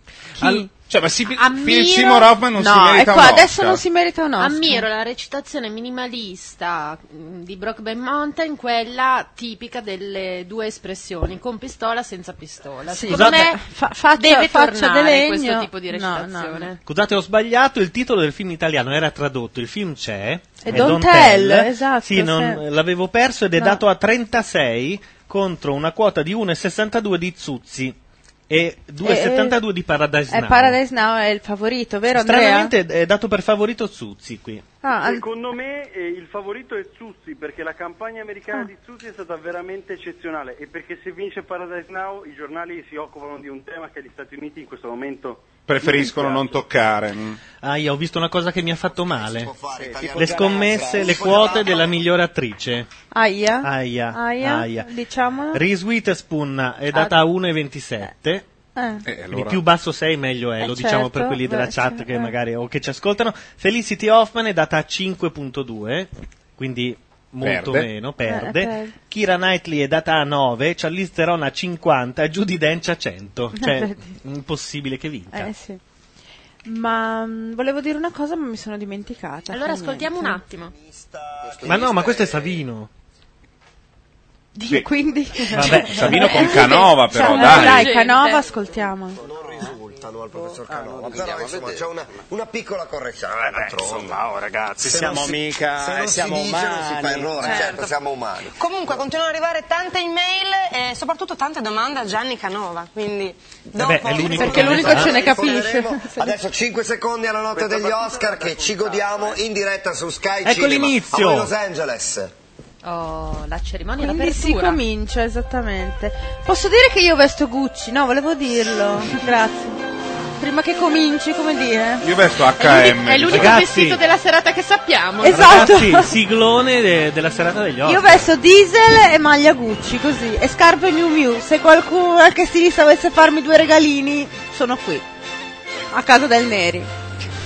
[SPEAKER 2] Al-
[SPEAKER 5] Cioè, ma si,
[SPEAKER 3] Ammiro-
[SPEAKER 5] Philip Seymour Hoffman non
[SPEAKER 4] no,
[SPEAKER 5] si merita
[SPEAKER 4] ecco,
[SPEAKER 5] un
[SPEAKER 4] adesso
[SPEAKER 5] Oscar.
[SPEAKER 4] non si merita un Oscar.
[SPEAKER 3] Ammiro la recitazione minimalista mh, di Brokeback Mountain, quella tipica delle due espressioni, con pistola senza pistola.
[SPEAKER 4] Sì.
[SPEAKER 3] Secondo
[SPEAKER 2] Scusate,
[SPEAKER 3] me
[SPEAKER 4] fa- faccia-
[SPEAKER 3] deve
[SPEAKER 4] faccia
[SPEAKER 3] tornare
[SPEAKER 4] di legno.
[SPEAKER 3] questo tipo di
[SPEAKER 4] No, no,
[SPEAKER 3] recitazione.
[SPEAKER 4] no.
[SPEAKER 2] Scusate, ho sbagliato, il titolo del film italiano era tradotto, il film c'è,
[SPEAKER 4] E Don't Tell, esatto,
[SPEAKER 2] Sì, non-
[SPEAKER 4] sì.
[SPEAKER 2] l'avevo perso ed è
[SPEAKER 4] No.
[SPEAKER 2] dato a trentasei contro una quota di uno virgola sessantadue di Zuzzi e due virgola settantadue di Paradise
[SPEAKER 4] Eh,
[SPEAKER 2] Now.
[SPEAKER 4] Paradise Now è il favorito, vero Andrea?
[SPEAKER 2] Stranamente è dato per favorito Zuzzi qui.
[SPEAKER 4] Ah, al-
[SPEAKER 8] Secondo me eh, il favorito è Zuzzi, perché la campagna americana
[SPEAKER 4] Ah.
[SPEAKER 8] di Zuzzi è stata veramente eccezionale e perché se vince Paradise Now i giornali si occupano di un tema che gli Stati Uniti in questo momento
[SPEAKER 5] Preferiscono non toccare. mm.
[SPEAKER 2] Ah, io ho visto una cosa che mi ha fatto male. Le scommesse, le quote della migliore attrice.
[SPEAKER 4] Aia.
[SPEAKER 2] Aia,
[SPEAKER 4] Aia,
[SPEAKER 2] aia.
[SPEAKER 4] diciamolo.
[SPEAKER 2] Reese Witherspoon è data a uno virgola ventisette.
[SPEAKER 4] Eh.
[SPEAKER 5] Eh,
[SPEAKER 2] Di
[SPEAKER 5] allora-
[SPEAKER 2] più basso sei meglio è,
[SPEAKER 4] Eh,
[SPEAKER 2] lo diciamo
[SPEAKER 4] certo,
[SPEAKER 2] per quelli della
[SPEAKER 4] beh,
[SPEAKER 2] chat
[SPEAKER 4] sì,
[SPEAKER 2] che
[SPEAKER 4] eh.
[SPEAKER 2] magari o che ci ascoltano. Felicity Hoffman è data a cinque virgola due, quindi molto
[SPEAKER 5] Perde.
[SPEAKER 2] meno, perde.
[SPEAKER 4] Eh, perde.
[SPEAKER 2] Kira Knightley è data a nove, Charlize Theron a cinquanta e Judi Dench a cento. Cioè,
[SPEAKER 4] vedi.
[SPEAKER 2] impossibile che vinca.
[SPEAKER 4] Eh sì. Ma mh, volevo dire una cosa ma mi sono dimenticata.
[SPEAKER 3] Allora
[SPEAKER 4] Fa
[SPEAKER 3] ascoltiamo un
[SPEAKER 4] niente.
[SPEAKER 3] attimo.
[SPEAKER 2] Ma no, ma questo è Savino.
[SPEAKER 5] Sì.
[SPEAKER 4] Quindi
[SPEAKER 2] Vabbè,
[SPEAKER 5] Savino con Canova, però,
[SPEAKER 4] Cioè,
[SPEAKER 5] dai.
[SPEAKER 4] dai,
[SPEAKER 3] Gente.
[SPEAKER 4] Canova, ascoltiamo.
[SPEAKER 18] Non risultano al professor Canova, però insomma c'è una, una piccola correzione. Eh, d'altronde.
[SPEAKER 13] Insomma, oh, ragazzi,
[SPEAKER 18] Se
[SPEAKER 13] siamo
[SPEAKER 18] non si-
[SPEAKER 13] mica,
[SPEAKER 18] se non
[SPEAKER 13] siamo
[SPEAKER 18] si dice, non si fa
[SPEAKER 13] umani.
[SPEAKER 18] errore, certo, siamo umani.
[SPEAKER 1] Comunque continuano ad arrivare tante email e soprattutto tante domande a Gianni Canova, quindi dopo...
[SPEAKER 2] Beh, è l'unico
[SPEAKER 4] Perché
[SPEAKER 2] che
[SPEAKER 4] l'unico
[SPEAKER 2] ne sa.
[SPEAKER 4] ce ne capisce.
[SPEAKER 18] Risponderemo. Adesso cinque secondi alla notte degli Oscar che ci godiamo in diretta su Sky
[SPEAKER 2] Ecco
[SPEAKER 18] Cinema
[SPEAKER 2] l'inizio.
[SPEAKER 18] a Los Angeles.
[SPEAKER 3] Oh, la cerimonia,
[SPEAKER 4] Quindi si
[SPEAKER 3] l'apertura.
[SPEAKER 4] comincia, esattamente. Posso dire che io vesto Gucci? No, volevo dirlo. Grazie. Prima che cominci, come dire?
[SPEAKER 5] Io vesto H
[SPEAKER 3] È
[SPEAKER 5] M.
[SPEAKER 3] l'uni- è l'unico
[SPEAKER 2] Ragazzi.
[SPEAKER 3] vestito della serata che sappiamo.
[SPEAKER 4] Esatto.
[SPEAKER 2] Ragazzi, siglone de- della serata degli Oscar.
[SPEAKER 4] Io vesto diesel e maglia Gucci, così. E scarpe Miu Miu. Se qualcuno, anche stilista, volesse farmi due regalini, sono qui. A casa del Neri.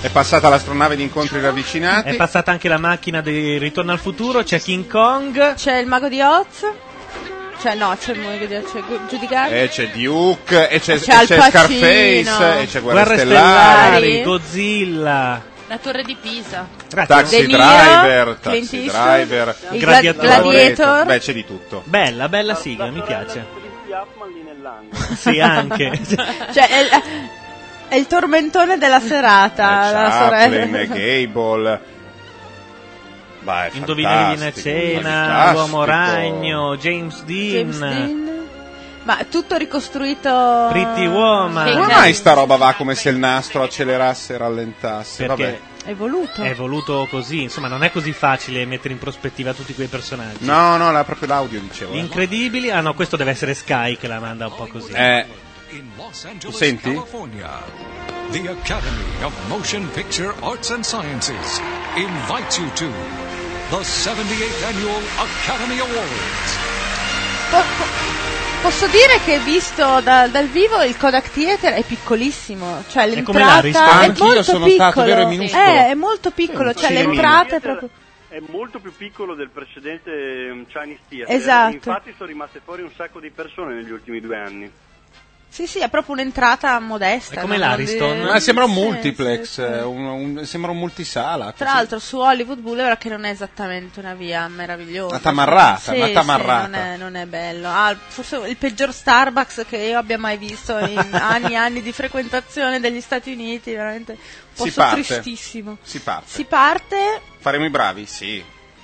[SPEAKER 5] È passata l'astronave di incontri ravvicinati.
[SPEAKER 2] È passata anche la macchina di Ritorno al futuro, c'è King Kong.
[SPEAKER 4] C'è il mago di Oz. Cioè no, c'è il mago di Oz, c'è Judy Garland.
[SPEAKER 5] E c'è Duke, e c'è,
[SPEAKER 4] C'è
[SPEAKER 5] e
[SPEAKER 4] Al
[SPEAKER 5] c'è
[SPEAKER 4] Pacino.
[SPEAKER 5] Scarface, e c'è Guerre,
[SPEAKER 2] Guerre
[SPEAKER 5] Stellari.
[SPEAKER 2] Stellari, Godzilla.
[SPEAKER 3] La torre di Pisa.
[SPEAKER 5] Taxi
[SPEAKER 4] De Niro,
[SPEAKER 5] Driver,
[SPEAKER 4] Clint
[SPEAKER 5] Taxi
[SPEAKER 4] Eastwood,
[SPEAKER 5] Driver,
[SPEAKER 4] il Gladiator. Gladiator.
[SPEAKER 5] Beh, c'è di tutto.
[SPEAKER 2] Bella, bella sigla, mi piace.
[SPEAKER 8] Hoffman lì nell'angolo.
[SPEAKER 2] Sì, anche.
[SPEAKER 4] Cioè, è, è il tormentone della serata. la
[SPEAKER 5] Chaplin,
[SPEAKER 4] sorella.
[SPEAKER 5] Gable. Vai,
[SPEAKER 2] Indovina chi viene a
[SPEAKER 5] fantastico,
[SPEAKER 2] cena,
[SPEAKER 5] fantastico.
[SPEAKER 2] l'uomo ragno, James Dean.
[SPEAKER 4] James Dean. Ma tutto ricostruito.
[SPEAKER 2] Pretty Woman.
[SPEAKER 5] Come mai sta roba va come se il nastro accelerasse e rallentasse?
[SPEAKER 2] Perché
[SPEAKER 5] Vabbè.
[SPEAKER 4] È voluto.
[SPEAKER 2] è voluto così, insomma non è così facile mettere in prospettiva tutti quei personaggi.
[SPEAKER 5] No, no, la, proprio l'audio dicevo.
[SPEAKER 2] Gli
[SPEAKER 5] eh.
[SPEAKER 2] Incredibili, ah no, questo deve essere Sky che la manda un po' così.
[SPEAKER 5] Eh,
[SPEAKER 6] In Los
[SPEAKER 5] tu
[SPEAKER 6] Angeles,
[SPEAKER 5] senti?
[SPEAKER 6] California, the Academy of Motion Picture Arts and Sciences invites you to the seventy-eighth Annual Academy Awards.
[SPEAKER 4] Po- po- Posso dire che visto da- dal vivo il Kodak Theater è piccolissimo, cioè
[SPEAKER 2] come
[SPEAKER 4] l'entrata
[SPEAKER 2] l'Ariston?
[SPEAKER 4] è
[SPEAKER 5] Anch'io
[SPEAKER 4] molto
[SPEAKER 5] sono
[SPEAKER 4] piccolo.
[SPEAKER 5] stato, vero, è minuscolo.
[SPEAKER 4] Eh, è molto piccolo, cioè
[SPEAKER 5] Sì,
[SPEAKER 4] l'entrata è proprio.
[SPEAKER 8] È molto più piccolo del precedente um, Chinese Theater.
[SPEAKER 4] Esatto.
[SPEAKER 8] Infatti sono rimaste fuori un sacco di persone negli ultimi due anni.
[SPEAKER 4] Sì, sì, è proprio un'entrata modesta.
[SPEAKER 2] È come
[SPEAKER 4] no?
[SPEAKER 2] l'Ariston.
[SPEAKER 4] Non
[SPEAKER 5] Ma sembra un
[SPEAKER 4] sì,
[SPEAKER 5] multiplex,
[SPEAKER 4] sì, sì.
[SPEAKER 5] eh, un- un- sembra un multisala.
[SPEAKER 4] Tra l'altro su Hollywood Boulevard, che non è esattamente una via meravigliosa.
[SPEAKER 5] Una tamarrata,
[SPEAKER 4] Sì,
[SPEAKER 5] una
[SPEAKER 4] sì,
[SPEAKER 5] tamarrata.
[SPEAKER 4] non, è, non è bello. Ah, forse il peggior Starbucks che io abbia mai visto in anni e anni di frequentazione degli Stati Uniti, veramente un
[SPEAKER 5] Si
[SPEAKER 4] posto
[SPEAKER 5] parte.
[SPEAKER 4] tristissimo.
[SPEAKER 5] Si parte.
[SPEAKER 4] Si parte.
[SPEAKER 5] Faremo i bravi? Sì.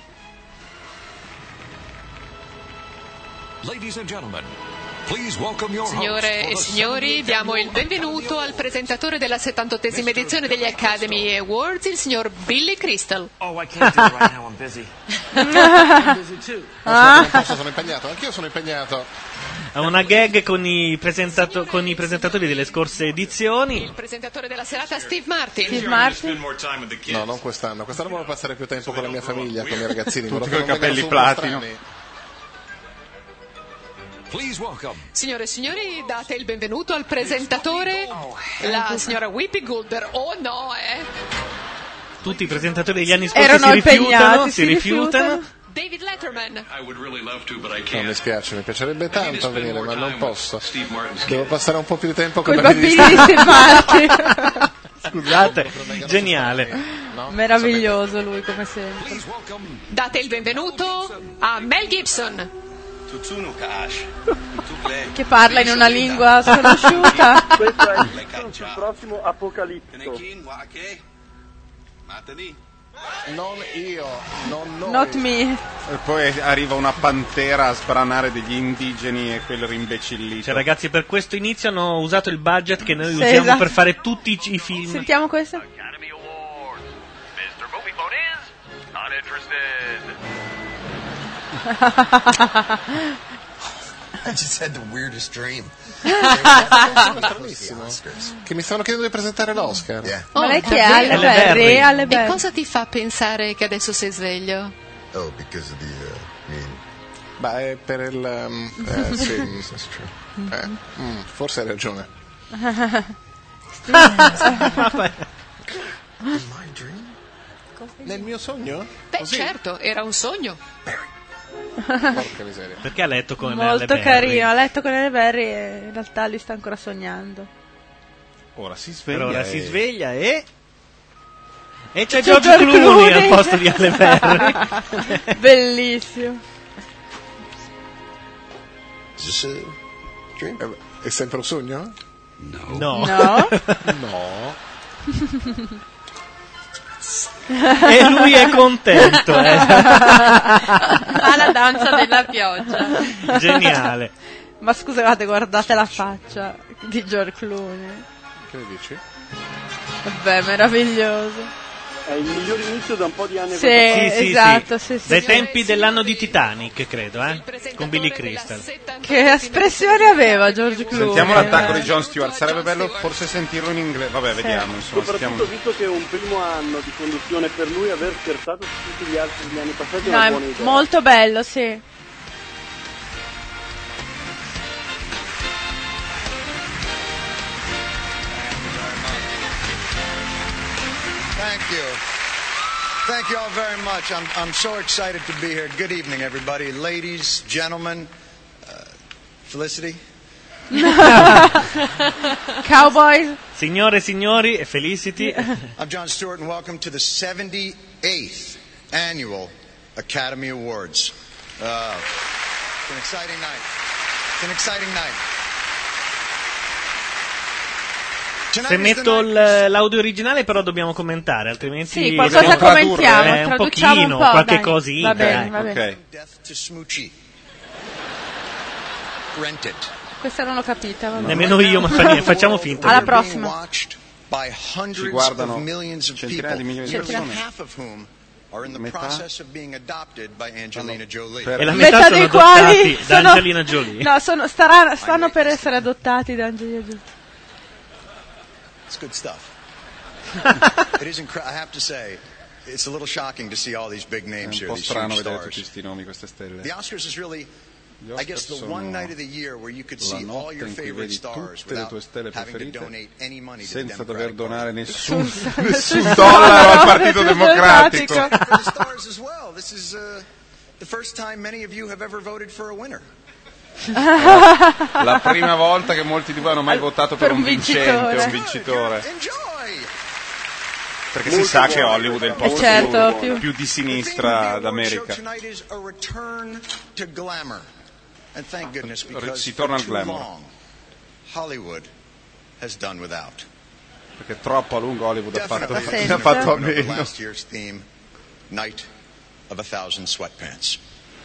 [SPEAKER 6] Ladies and gentlemen, please welcome your
[SPEAKER 16] Signore
[SPEAKER 6] host
[SPEAKER 16] e
[SPEAKER 6] for the
[SPEAKER 16] signori, diamo il benvenuto al presentatore della settantottesima edizione degli Academy Awards, il signor Billy Crystal.
[SPEAKER 7] Oh, I can't do it right now. I'm busy.
[SPEAKER 4] Ah.
[SPEAKER 21] Non posso, sono impegnato, anch'io sono impegnato.
[SPEAKER 2] Ha una gag con i, presentato- con i presentatori delle scorse edizioni.
[SPEAKER 16] Il presentatore della serata, Steve Martin.
[SPEAKER 4] Steve Martin.
[SPEAKER 21] No, non quest'anno. Quest'anno voglio passare più tempo con la mia famiglia, con i miei ragazzini.
[SPEAKER 5] Tutti
[SPEAKER 21] in modo che
[SPEAKER 5] coi
[SPEAKER 21] non
[SPEAKER 5] capelli
[SPEAKER 21] vengano subito
[SPEAKER 5] platino.
[SPEAKER 21] strani.
[SPEAKER 6] Please welcome.
[SPEAKER 16] Signore e signori, date il benvenuto al presentatore, la signora Whoopi Goldberg. Oh no, eh!
[SPEAKER 2] Tutti i presentatori degli anni scorsi
[SPEAKER 4] Erano
[SPEAKER 2] si rifiutano,
[SPEAKER 4] impegnati,
[SPEAKER 2] si
[SPEAKER 4] si
[SPEAKER 2] rifiutano.
[SPEAKER 4] rifiutano.
[SPEAKER 16] David Letterman.
[SPEAKER 21] No, mi spiace, mi piacerebbe tanto venire, ma non posso. Devo passare un po' più di tempo con
[SPEAKER 4] Con
[SPEAKER 21] i
[SPEAKER 4] i
[SPEAKER 21] bambini
[SPEAKER 4] bambini
[SPEAKER 21] di
[SPEAKER 4] di Steve Martin.
[SPEAKER 2] Scusate, geniale.
[SPEAKER 4] Meraviglioso lui, come sempre.
[SPEAKER 16] Date il benvenuto a Mel Gibson.
[SPEAKER 4] Che parla in una lingua sconosciuta.
[SPEAKER 8] Questo è il sul prossimo Apocalipso.
[SPEAKER 21] Non io, non noi.
[SPEAKER 4] Not me.
[SPEAKER 5] E poi arriva una pantera a sbranare degli indigeni e quel rimbecillito.
[SPEAKER 2] Cioè, ragazzi, per questo inizio hanno usato il budget che noi
[SPEAKER 4] Sì,
[SPEAKER 2] usiamo
[SPEAKER 4] esatto.
[SPEAKER 2] per fare tutti i, i film.
[SPEAKER 4] Sentiamo questo.
[SPEAKER 18] I just had the weirdest dream.
[SPEAKER 21] Stranissimo. Che mi stavano chiedendo di presentare l'Oscar.
[SPEAKER 4] Ma lei chi è?
[SPEAKER 16] davvero?
[SPEAKER 4] Alle
[SPEAKER 2] Alle
[SPEAKER 4] Berry?
[SPEAKER 2] Berry.
[SPEAKER 4] Alle
[SPEAKER 16] E
[SPEAKER 4] Berry.
[SPEAKER 16] cosa ti fa pensare che adesso sei sveglio?
[SPEAKER 18] Oh, because of the, uh, I mean,
[SPEAKER 21] Beh, è per il... um, eh, sì. Eh, mm, forse hai ragione. Nel mio sogno?
[SPEAKER 16] Beh,
[SPEAKER 21] Così?
[SPEAKER 16] certo, era un sogno.
[SPEAKER 21] Porca miseria.
[SPEAKER 2] Perché ha letto come me alle
[SPEAKER 4] Molto
[SPEAKER 2] Berry?
[SPEAKER 4] carino. Ha letto con le Berry e in realtà lui sta ancora sognando.
[SPEAKER 5] Ora si
[SPEAKER 2] Per
[SPEAKER 5] sveglia.
[SPEAKER 2] ora
[SPEAKER 5] e-
[SPEAKER 2] si sveglia e... E c'è
[SPEAKER 4] C'è
[SPEAKER 2] George
[SPEAKER 4] George
[SPEAKER 2] Clooney,
[SPEAKER 4] Clooney.
[SPEAKER 2] al posto di Alle Berry.
[SPEAKER 4] Bellissimo.
[SPEAKER 18] is this a dream?
[SPEAKER 21] È sempre un sogno?
[SPEAKER 2] No.
[SPEAKER 4] No?
[SPEAKER 21] No.
[SPEAKER 2] E lui è contento, eh.
[SPEAKER 3] Fa la danza della pioggia.
[SPEAKER 2] Geniale.
[SPEAKER 4] Ma scusate, guardate la faccia di George Clooney.
[SPEAKER 21] Che ne dici?
[SPEAKER 4] Vabbè, meraviglioso.
[SPEAKER 8] È il miglior inizio da un po' di anni. a
[SPEAKER 4] Sì,
[SPEAKER 8] questa parte.
[SPEAKER 2] Sì, sì,
[SPEAKER 4] esatto,
[SPEAKER 2] sì.
[SPEAKER 4] sì, sì,
[SPEAKER 2] Dai
[SPEAKER 4] sì.
[SPEAKER 2] tempi dell'anno di Titanic, credo, eh. Con Billy Crystal.
[SPEAKER 4] Che espressione aveva George Clooney?
[SPEAKER 5] Sentiamo l'attacco di Jon Stewart. Sarebbe bello forse sentirlo in inglese. Vabbè, vediamo. Insomma,
[SPEAKER 8] Soprattutto
[SPEAKER 5] sentiamo.
[SPEAKER 8] visto che è un primo anno di conduzione per lui, aver scherzato su tutti gli altri degli anni passati è
[SPEAKER 4] No,
[SPEAKER 8] una
[SPEAKER 4] è
[SPEAKER 8] buona idea.
[SPEAKER 4] molto bello, sì.
[SPEAKER 9] Thank you. Thank you all very much. I'm, I'm so excited to be here. Good evening, everybody. Ladies, gentlemen, uh, Felicity.
[SPEAKER 4] Cowboys.
[SPEAKER 2] Signore e signori, e Felicity.
[SPEAKER 9] I'm Jon Stewart, and welcome to the seventy-eighth Annual Academy Awards. Uh, it's an exciting night. It's an exciting night.
[SPEAKER 2] Se metto il- l'audio originale però dobbiamo commentare, altrimenti
[SPEAKER 4] Sì, qualcosa commentiamo,
[SPEAKER 2] eh, un
[SPEAKER 4] traduciamo
[SPEAKER 2] pochino,
[SPEAKER 4] un po',
[SPEAKER 2] qualche
[SPEAKER 4] dai.
[SPEAKER 2] cosina.
[SPEAKER 4] Va bene,
[SPEAKER 2] dai.
[SPEAKER 4] va bene.
[SPEAKER 2] Ok.
[SPEAKER 9] Death to Smoochie. Rented.
[SPEAKER 4] Questa non l'ho capita. va bene.
[SPEAKER 2] Nemmeno io, ma fa niente, facciamo finta.
[SPEAKER 4] Alla
[SPEAKER 2] di-
[SPEAKER 4] prossima.
[SPEAKER 9] Watched by hundreds
[SPEAKER 5] guardano
[SPEAKER 9] of millions of
[SPEAKER 5] centinaia
[SPEAKER 9] people,
[SPEAKER 5] di milioni di
[SPEAKER 9] more than
[SPEAKER 5] persone.
[SPEAKER 9] half of whom are in the
[SPEAKER 5] Metà.
[SPEAKER 9] process of being adopted by Angelina Jolie.
[SPEAKER 2] E la
[SPEAKER 4] Metà
[SPEAKER 2] metà
[SPEAKER 4] dei
[SPEAKER 2] sono
[SPEAKER 4] quali
[SPEAKER 2] adottati da
[SPEAKER 4] sono-
[SPEAKER 2] Angelina Jolie.
[SPEAKER 4] No, sono, starà- stanno per essere adottati da Angelina Jolie.
[SPEAKER 9] It's good stuff. It is incredible. I have to say, it's a little shocking to see all these big
[SPEAKER 5] È
[SPEAKER 9] names
[SPEAKER 5] un
[SPEAKER 9] here,
[SPEAKER 5] po'
[SPEAKER 9] these
[SPEAKER 5] strano
[SPEAKER 9] huge
[SPEAKER 5] vedere
[SPEAKER 9] stars.
[SPEAKER 5] tutti questi nomi, queste stelle.
[SPEAKER 9] The Oscars is really,
[SPEAKER 5] Gli
[SPEAKER 9] I guess,
[SPEAKER 5] Oscar
[SPEAKER 9] the
[SPEAKER 5] sono
[SPEAKER 9] one night of the year where you could
[SPEAKER 5] la
[SPEAKER 9] see all
[SPEAKER 5] notte
[SPEAKER 9] your
[SPEAKER 5] in cui
[SPEAKER 9] favorite
[SPEAKER 5] vedi
[SPEAKER 9] stars
[SPEAKER 5] tutte le
[SPEAKER 9] without
[SPEAKER 5] tue stelle
[SPEAKER 9] having to
[SPEAKER 5] preferite
[SPEAKER 9] donate any money to the
[SPEAKER 5] senza dover
[SPEAKER 9] Democratic
[SPEAKER 5] donare
[SPEAKER 9] Party.
[SPEAKER 5] nessun,
[SPEAKER 9] Nessun
[SPEAKER 5] nessun
[SPEAKER 9] dollaro
[SPEAKER 5] dollaro al
[SPEAKER 9] al
[SPEAKER 5] Partito Democratico.
[SPEAKER 9] For the stars as well. This is uh, the first time many of you have ever voted for a winner.
[SPEAKER 5] La prima volta che molti di voi hanno mai votato per,
[SPEAKER 9] Per
[SPEAKER 5] un
[SPEAKER 9] un
[SPEAKER 5] vincente,
[SPEAKER 9] vincitore.
[SPEAKER 5] un vincitore. Perché
[SPEAKER 9] Molto
[SPEAKER 5] si sa che
[SPEAKER 9] buono.
[SPEAKER 5] Hollywood è il posto
[SPEAKER 9] Eh certo,
[SPEAKER 5] più,
[SPEAKER 9] più-
[SPEAKER 5] più di
[SPEAKER 9] The theme of
[SPEAKER 5] sinistra
[SPEAKER 9] the award
[SPEAKER 5] d'America.
[SPEAKER 9] show tonight is a return to glamour. And thank goodness, because
[SPEAKER 5] Si
[SPEAKER 9] for
[SPEAKER 5] torna al
[SPEAKER 9] too
[SPEAKER 5] glamour.
[SPEAKER 9] long, Hollywood has done without.
[SPEAKER 5] Perché troppo a lungo Hollywood ha fatto,
[SPEAKER 9] Definitely
[SPEAKER 5] ha fatto a
[SPEAKER 9] the
[SPEAKER 5] meno.
[SPEAKER 9] last year's theme, Night of a Thousand Sweatpants.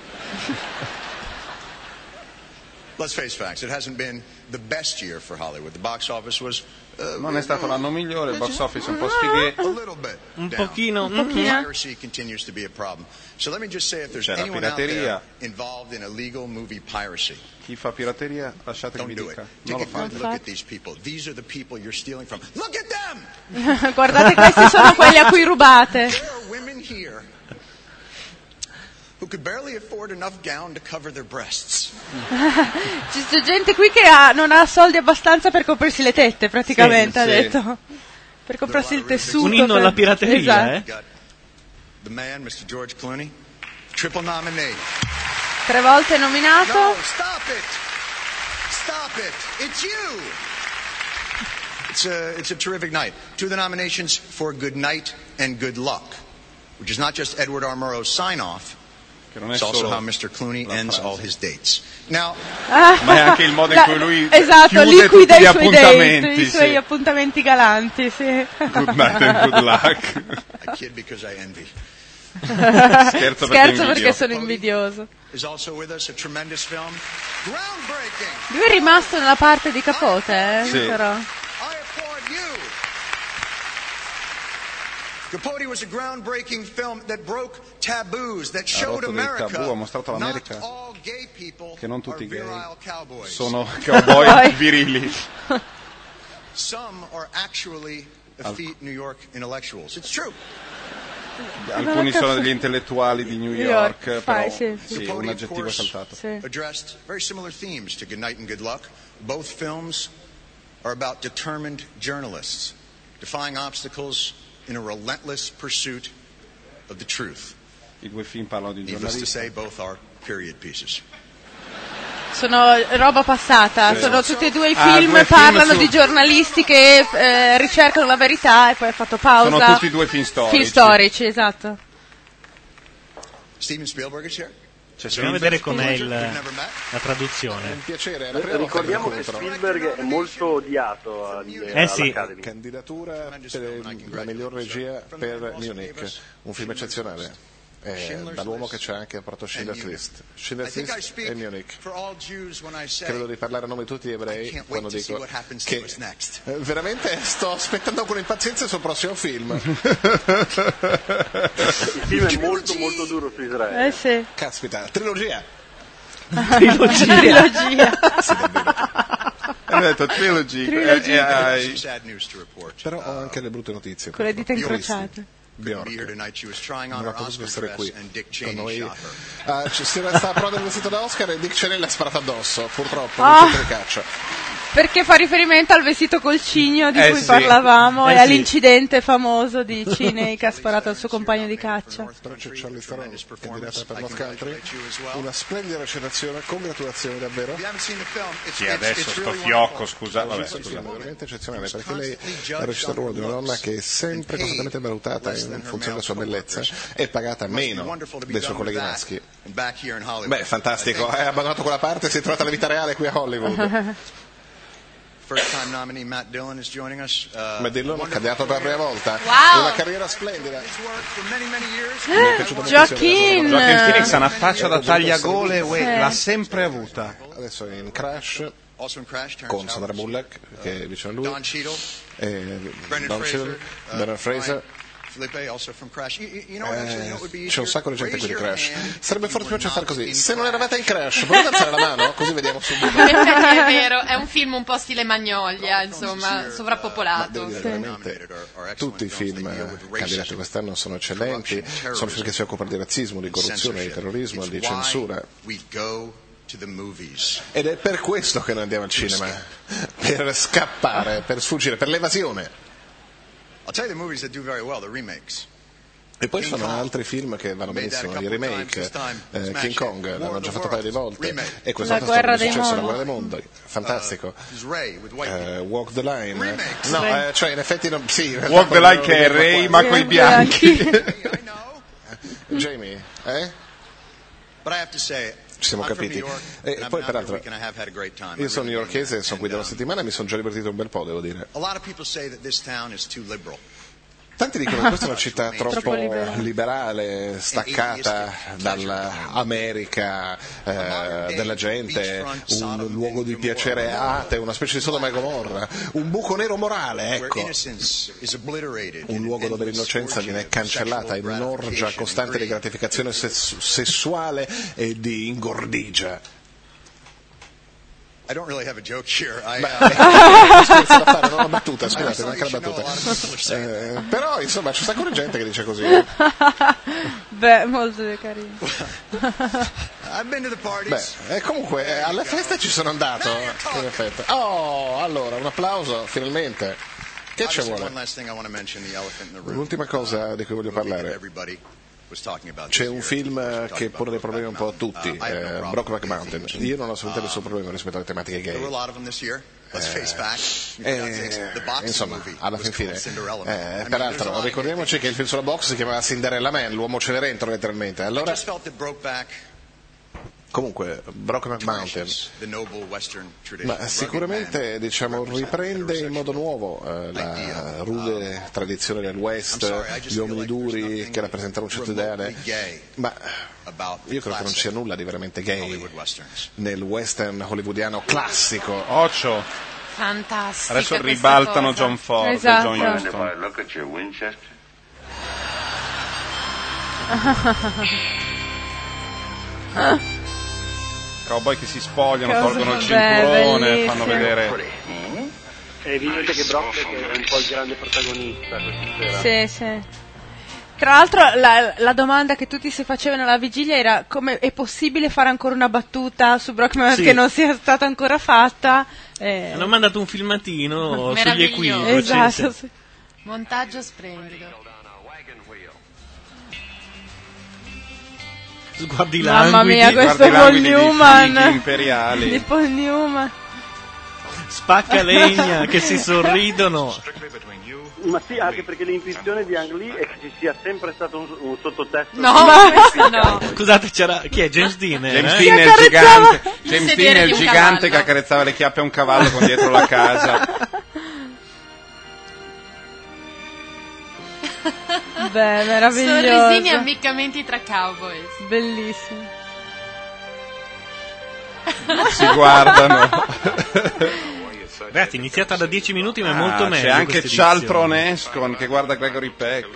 [SPEAKER 9] Let's face facts, it hasn't been the best year for Hollywood. The box office was uh,
[SPEAKER 5] Non è stato l'anno migliore, il box office è un po' sfighetto.
[SPEAKER 9] a little bit
[SPEAKER 2] Un
[SPEAKER 9] down.
[SPEAKER 2] pochino, Un pochino.
[SPEAKER 9] Piracy continues to be a problem. So let me just say, if there's
[SPEAKER 5] C'è la
[SPEAKER 9] anyone out there
[SPEAKER 5] pirateria.
[SPEAKER 9] involved in illegal movie piracy,
[SPEAKER 5] Chi fa pirateria, lasciate che vi
[SPEAKER 9] don't do it.
[SPEAKER 5] dica,
[SPEAKER 9] Take
[SPEAKER 5] non
[SPEAKER 9] a
[SPEAKER 5] lo fate.
[SPEAKER 9] good look at these people. These are the people you're stealing from. Look at them!
[SPEAKER 4] Guardate, questi sono quelli a cui rubate.
[SPEAKER 9] There are women here who could barely afford enough gown to cover their breasts.
[SPEAKER 4] Ci c'è gente qui che ha- non ha soldi abbastanza per coprirsi le tette, praticamente,
[SPEAKER 9] Sì,
[SPEAKER 4] ha
[SPEAKER 9] sì.
[SPEAKER 4] detto. Per comprarsi il tessuto.
[SPEAKER 2] Un inno
[SPEAKER 4] per-
[SPEAKER 2] alla pirateria,
[SPEAKER 4] Esatto.
[SPEAKER 2] eh?
[SPEAKER 9] Got the man, Mister George Clooney, triple nominee.
[SPEAKER 4] Tre volte nominato.
[SPEAKER 9] No, stop it! Stop it! It's you! It's a, it's a terrific night. Two of the nominations for Good Night and Good Luck, which is not just Edward R. Murrow's sign-off,
[SPEAKER 5] Che non è
[SPEAKER 9] it's also
[SPEAKER 5] solo
[SPEAKER 9] how Mister Clooney
[SPEAKER 5] la
[SPEAKER 9] ends
[SPEAKER 5] frase.
[SPEAKER 9] all his dates. Now,
[SPEAKER 5] Ma è anche il modo in
[SPEAKER 4] La-
[SPEAKER 5] cui lui
[SPEAKER 4] esatto,
[SPEAKER 5] chiude
[SPEAKER 4] liquida
[SPEAKER 5] tutti
[SPEAKER 4] i
[SPEAKER 5] gli
[SPEAKER 4] suoi date,
[SPEAKER 5] appuntamenti.
[SPEAKER 4] i
[SPEAKER 5] sì.
[SPEAKER 4] suoi appuntamenti galanti, sì.
[SPEAKER 5] Good night and good luck.
[SPEAKER 9] I kid because I envy.
[SPEAKER 5] Scherzo perché
[SPEAKER 4] Scherzo
[SPEAKER 5] invidio.
[SPEAKER 4] perché sono invidioso.
[SPEAKER 9] Is also with us, a tremendous film, groundbreaking.
[SPEAKER 4] Lui è rimasto nella parte di Capote, eh?
[SPEAKER 5] Sì.
[SPEAKER 4] Però.
[SPEAKER 9] I applaud you. Capote was a groundbreaking film that broke taboos, that
[SPEAKER 5] Ha
[SPEAKER 9] showed
[SPEAKER 5] rotto dei
[SPEAKER 9] America
[SPEAKER 5] tabù, ha mostrato
[SPEAKER 9] not
[SPEAKER 5] all'America
[SPEAKER 9] all gay people
[SPEAKER 5] che non tutti i
[SPEAKER 9] are
[SPEAKER 5] gay
[SPEAKER 9] virile cowboys.
[SPEAKER 5] sono cowboy virili.
[SPEAKER 9] Some are actually effete New York intellectuals. It's true.
[SPEAKER 5] Alcuni sono degli intellettuali di New
[SPEAKER 9] New
[SPEAKER 5] York,
[SPEAKER 9] York,
[SPEAKER 5] però
[SPEAKER 9] fai, sì.
[SPEAKER 5] sì,
[SPEAKER 9] Capote,
[SPEAKER 5] un
[SPEAKER 9] of
[SPEAKER 5] aggettivo è
[SPEAKER 9] course,
[SPEAKER 5] saltato.
[SPEAKER 9] addressed very similar themes to Good Night and Good Luck. Both films are about determined journalists defying obstacles in a relentless pursuit of the truth.
[SPEAKER 5] I due film parlano di
[SPEAKER 9] Needless to
[SPEAKER 5] giornalisti.
[SPEAKER 9] say, both are period pieces.
[SPEAKER 4] Sono roba passata,
[SPEAKER 9] Sì.
[SPEAKER 4] sono tutti e due i
[SPEAKER 9] Ah,
[SPEAKER 4] film,
[SPEAKER 9] due film
[SPEAKER 4] parlano
[SPEAKER 9] su-
[SPEAKER 4] di giornalisti che eh, ricercano la verità e poi ha fatto pausa.
[SPEAKER 5] Sono tutti e due film storici.
[SPEAKER 4] Film storici, esatto.
[SPEAKER 9] Steven Spielberg is here.
[SPEAKER 2] Dobbiamo vedere com'è il, la traduzione.
[SPEAKER 21] Un piacere, è la prima volta
[SPEAKER 8] Ricordiamo
[SPEAKER 21] che
[SPEAKER 8] che
[SPEAKER 21] incontro.
[SPEAKER 8] Spielberg è molto odiato agli,
[SPEAKER 2] Eh sì.
[SPEAKER 8] all'Academy.
[SPEAKER 21] Candidatura per la miglior regia per Munich, un film eccezionale. Eh, dall'uomo che c'è anche a portato Schindler's List. Schindler's
[SPEAKER 9] I think I
[SPEAKER 21] List
[SPEAKER 9] speak
[SPEAKER 21] e Munich.
[SPEAKER 9] for all Jews when I say
[SPEAKER 21] Credo di parlare a nome di tutti gli
[SPEAKER 9] I
[SPEAKER 21] ebrei
[SPEAKER 9] can't wait
[SPEAKER 21] quando
[SPEAKER 9] to see
[SPEAKER 21] dico
[SPEAKER 9] what happens
[SPEAKER 21] che
[SPEAKER 9] to us next.
[SPEAKER 21] eh, veramente sto aspettando con impazienza il suo prossimo film.
[SPEAKER 8] Il film è molto molto duro su Israele.
[SPEAKER 4] Eh sì.
[SPEAKER 21] Caspita, trilogia.
[SPEAKER 4] Trilogia.
[SPEAKER 5] Hai detto trilogy.
[SPEAKER 4] Trilogy.
[SPEAKER 5] E- e hai-
[SPEAKER 9] Some sad news to report.
[SPEAKER 21] Però ho anche le brutte notizie.
[SPEAKER 4] Con le dita
[SPEAKER 21] Io ho visto.
[SPEAKER 4] incrociate.
[SPEAKER 9] Couldn't be here tonight. She was trying on
[SPEAKER 21] Non
[SPEAKER 9] her
[SPEAKER 21] ha potuto
[SPEAKER 9] Oscar
[SPEAKER 21] essere
[SPEAKER 9] dress
[SPEAKER 21] qui
[SPEAKER 9] and Dick
[SPEAKER 21] con
[SPEAKER 9] Cheney
[SPEAKER 21] noi.
[SPEAKER 9] shot her.
[SPEAKER 21] Ah, ci si era stava provando il vestito da Oscar e Dick Cheney l'ha sparato addosso, purtroppo,
[SPEAKER 4] Ah.
[SPEAKER 21] non c'è che caccia.
[SPEAKER 4] Perché fa riferimento al vestito col cigno di
[SPEAKER 5] Eh
[SPEAKER 4] cui
[SPEAKER 5] sì.
[SPEAKER 4] parlavamo
[SPEAKER 5] Eh
[SPEAKER 4] e
[SPEAKER 5] sì.
[SPEAKER 4] all'incidente famoso di Cheney che ha sparato al suo compagno di caccia.
[SPEAKER 21] Però c'è Charlie Theron, candidata per Love Country, una splendida recitazione, congratulazioni davvero.
[SPEAKER 5] Sì, adesso sto fiocco, scusa, vabbè,
[SPEAKER 21] Questo
[SPEAKER 5] scusa.
[SPEAKER 21] film è veramente eccezionale perché lei recita il ruolo di una donna che è sempre costantemente valutata in funzione della sua bellezza e pagata meno dei suoi colleghi maschi. Beh, fantastico, hai abbandonato quella parte e si è trovata la vita reale qui a Hollywood.
[SPEAKER 9] First time nominee Matt Dillon is joining us. Uh,
[SPEAKER 21] Matt Dillon, candidato per la prima volta.
[SPEAKER 9] Wow.
[SPEAKER 21] Una carriera splendida.
[SPEAKER 4] Joaquin!
[SPEAKER 5] Joaquin Phoenix ha una faccia da tagliagole, uè,
[SPEAKER 4] Sì.
[SPEAKER 5] l'ha sempre avuta.
[SPEAKER 21] Adesso è in Crash con Sandra Bullock che è vicino a lui.
[SPEAKER 9] Don Cheadle.
[SPEAKER 21] E
[SPEAKER 9] Brendan
[SPEAKER 21] Don
[SPEAKER 9] Fraser,
[SPEAKER 21] Cheadle,
[SPEAKER 9] uh,
[SPEAKER 21] Brendan Fraser.
[SPEAKER 9] Felipe, also from Crash. You, you know, actually, you know what would be
[SPEAKER 21] Eh, c'è un
[SPEAKER 9] easier?
[SPEAKER 21] sacco di gente qui di
[SPEAKER 9] Raise your
[SPEAKER 21] Crash.
[SPEAKER 9] hand
[SPEAKER 21] Sarebbe
[SPEAKER 9] if
[SPEAKER 21] forse
[SPEAKER 9] you
[SPEAKER 21] più facile
[SPEAKER 9] were
[SPEAKER 21] fare
[SPEAKER 9] not
[SPEAKER 21] così.
[SPEAKER 9] in
[SPEAKER 21] Se non
[SPEAKER 9] Crash.
[SPEAKER 21] eravate in Crash, potete alzare la mano? Così vediamo subito.
[SPEAKER 3] In effetti è vero, è un film un po' stile Magnolia, insomma, sovrappopolato.
[SPEAKER 21] Devo dire, veramente, tutti i film candidati quest'anno sono eccellenti, sono film che si occupano di razzismo, di corruzione, di terrorismo, di censura.
[SPEAKER 9] We go to the movies.
[SPEAKER 21] Ed è per questo che noi andiamo al cinema, per scappare, per sfuggire, per l'evasione.
[SPEAKER 9] I'll tell you the movies that do very well, the remakes.
[SPEAKER 21] E poi ci sono altri film che vanno benissimo, i remake, eh, King Kong l'hanno già fatto un paio di volte, e questo
[SPEAKER 4] La
[SPEAKER 21] è
[SPEAKER 4] guerra
[SPEAKER 21] stato
[SPEAKER 4] dei
[SPEAKER 21] successo, La
[SPEAKER 4] mondi.
[SPEAKER 21] guerra dei mondi, fantastico. Eh, Walk the Line, no, eh, cioè in effetti non, sì, in realtà
[SPEAKER 5] Walk the
[SPEAKER 21] quello
[SPEAKER 5] Line che è
[SPEAKER 21] non
[SPEAKER 5] Ray
[SPEAKER 21] qua.
[SPEAKER 5] ma coi bianchi.
[SPEAKER 21] Jamie, eh?
[SPEAKER 9] But I have to say,
[SPEAKER 21] Ci siamo
[SPEAKER 9] I'm from
[SPEAKER 21] capiti.
[SPEAKER 9] New York,
[SPEAKER 21] E
[SPEAKER 9] and I've
[SPEAKER 21] poi
[SPEAKER 9] been out there a
[SPEAKER 21] peraltro
[SPEAKER 9] week and I have had a great time. I
[SPEAKER 21] io sono
[SPEAKER 9] really mean
[SPEAKER 21] newyorkese,
[SPEAKER 9] that.
[SPEAKER 21] sono qui da una
[SPEAKER 9] And, uh,
[SPEAKER 21] settimana e mi sono già divertito un bel po', devo dire.
[SPEAKER 9] A lot of people say that this town is too liberal.
[SPEAKER 21] Tanti dicono che questa è una città troppo
[SPEAKER 4] Troppo liberale.
[SPEAKER 21] liberale, staccata dall'America eh, della gente, un luogo di piacere ate, una specie di Sodoma e Gomorra, un buco nero morale, ecco, un luogo dove l'innocenza viene cancellata in un'orgia costante di gratificazione sess- sessuale e di ingordigia.
[SPEAKER 9] I don't really have a joke here. I,
[SPEAKER 21] Beh,
[SPEAKER 9] uh,
[SPEAKER 21] scherzo da fare, non una battuta, scusate, manca la battuta. Eh, però insomma c'è un sacco di gente che dice così.
[SPEAKER 4] Beh, molto carino.
[SPEAKER 9] I've been to the parties.
[SPEAKER 21] Beh, e comunque eh, alle feste ci sono andato, in effetti. Oh, allora, un applauso, finalmente. Che ci
[SPEAKER 9] Obviously,
[SPEAKER 21] vuole?
[SPEAKER 9] one last thing I want to mention, the elephant in the room.
[SPEAKER 21] L'ultima cosa di cui voglio parlare.
[SPEAKER 9] Everybody was talking about
[SPEAKER 21] C'è
[SPEAKER 9] this
[SPEAKER 21] un
[SPEAKER 9] year.
[SPEAKER 21] film che pone dei problemi un po' a tutti, eh, Brokeback Mountain. Io non ho assolutamente nessun problema rispetto alle tematiche
[SPEAKER 9] There were a
[SPEAKER 21] gay.
[SPEAKER 9] lot of them this year. Let's face facts.
[SPEAKER 21] Eh,
[SPEAKER 9] The boxing
[SPEAKER 21] insomma,
[SPEAKER 9] movie
[SPEAKER 21] alla
[SPEAKER 9] was
[SPEAKER 21] fin fine,
[SPEAKER 9] called Cinderella Man. I
[SPEAKER 21] eh,
[SPEAKER 9] mean, there's a
[SPEAKER 21] peraltro
[SPEAKER 9] lot of
[SPEAKER 21] ricordiamoci che il film sulla box si chiamava Cinderella Man, l'uomo Cenerentola letteralmente.
[SPEAKER 9] I
[SPEAKER 21] Allora,
[SPEAKER 9] just felt that Brokeback,
[SPEAKER 21] comunque, Brokeback Mountain,
[SPEAKER 9] the noble Western tradition.
[SPEAKER 21] ma sicuramente diciamo riprende in modo nuovo eh, la rude tradizione del West, gli uomini duri che rappresentano un certo ideale, ma io credo che non sia nulla di veramente gay nel western hollywoodiano classico.
[SPEAKER 5] Occhio,
[SPEAKER 3] Fantastica.
[SPEAKER 5] adesso
[SPEAKER 3] questa
[SPEAKER 5] ribaltano
[SPEAKER 3] cosa.
[SPEAKER 5] John Ford
[SPEAKER 4] Esatto.
[SPEAKER 5] e John Huston.
[SPEAKER 20] Look at your Winchester.
[SPEAKER 5] Cowboy che si spogliano,
[SPEAKER 4] Cosa-
[SPEAKER 5] tolgono il
[SPEAKER 4] beh,
[SPEAKER 5] cinturone,
[SPEAKER 4] bellissimo.
[SPEAKER 5] fanno vedere.
[SPEAKER 8] È evidente che Brock è un po' il grande protagonista questa sera.
[SPEAKER 4] Sì, sì. Tra l'altro la, la domanda che tutti si facevano alla vigilia era come è possibile fare ancora una battuta su Brockman
[SPEAKER 2] Sì.
[SPEAKER 4] che non sia stata ancora fatta. Eh,
[SPEAKER 2] Hanno mandato un filmatino sugli
[SPEAKER 3] Meraviglioso.
[SPEAKER 2] equivoci.
[SPEAKER 4] Esatto,
[SPEAKER 2] sì.
[SPEAKER 4] sì.
[SPEAKER 3] Montaggio splendido.
[SPEAKER 2] Sguardi
[SPEAKER 4] Mamma
[SPEAKER 2] languidi.
[SPEAKER 4] mia, questo
[SPEAKER 5] Guardi
[SPEAKER 4] Paul
[SPEAKER 5] languidi dei
[SPEAKER 4] Newman.
[SPEAKER 5] fighi imperiali.
[SPEAKER 4] Di Paul Newman.
[SPEAKER 2] Spacca legna che si sorridono.
[SPEAKER 8] Ma sì, anche perché l'intuizione di Ang Lee è che ci sia sempre stato un, un sottotesto.
[SPEAKER 3] No, questo no.
[SPEAKER 2] Scusate, c'era chi è? James Dean? eh?
[SPEAKER 5] James
[SPEAKER 2] Eh?
[SPEAKER 5] Dean è il
[SPEAKER 4] accarezzava
[SPEAKER 5] gigante,
[SPEAKER 3] il
[SPEAKER 5] James
[SPEAKER 3] sedere
[SPEAKER 5] Dean è
[SPEAKER 3] di
[SPEAKER 5] il
[SPEAKER 3] un
[SPEAKER 5] gigante
[SPEAKER 3] cavallo.
[SPEAKER 5] che accarezzava le chiappe a un cavallo con dietro la casa.
[SPEAKER 4] Beh, meraviglioso.
[SPEAKER 3] Sorrisini e ammiccamenti tra cowboys.
[SPEAKER 4] Bellissimo.
[SPEAKER 5] Si guardano.
[SPEAKER 2] Ragazzi, è iniziata da dieci minuti, ma è
[SPEAKER 5] Ah,
[SPEAKER 2] molto meglio.
[SPEAKER 5] c'è anche
[SPEAKER 2] questa
[SPEAKER 5] Charlton
[SPEAKER 2] edizione.
[SPEAKER 5] Heston che guarda Gregory Peck.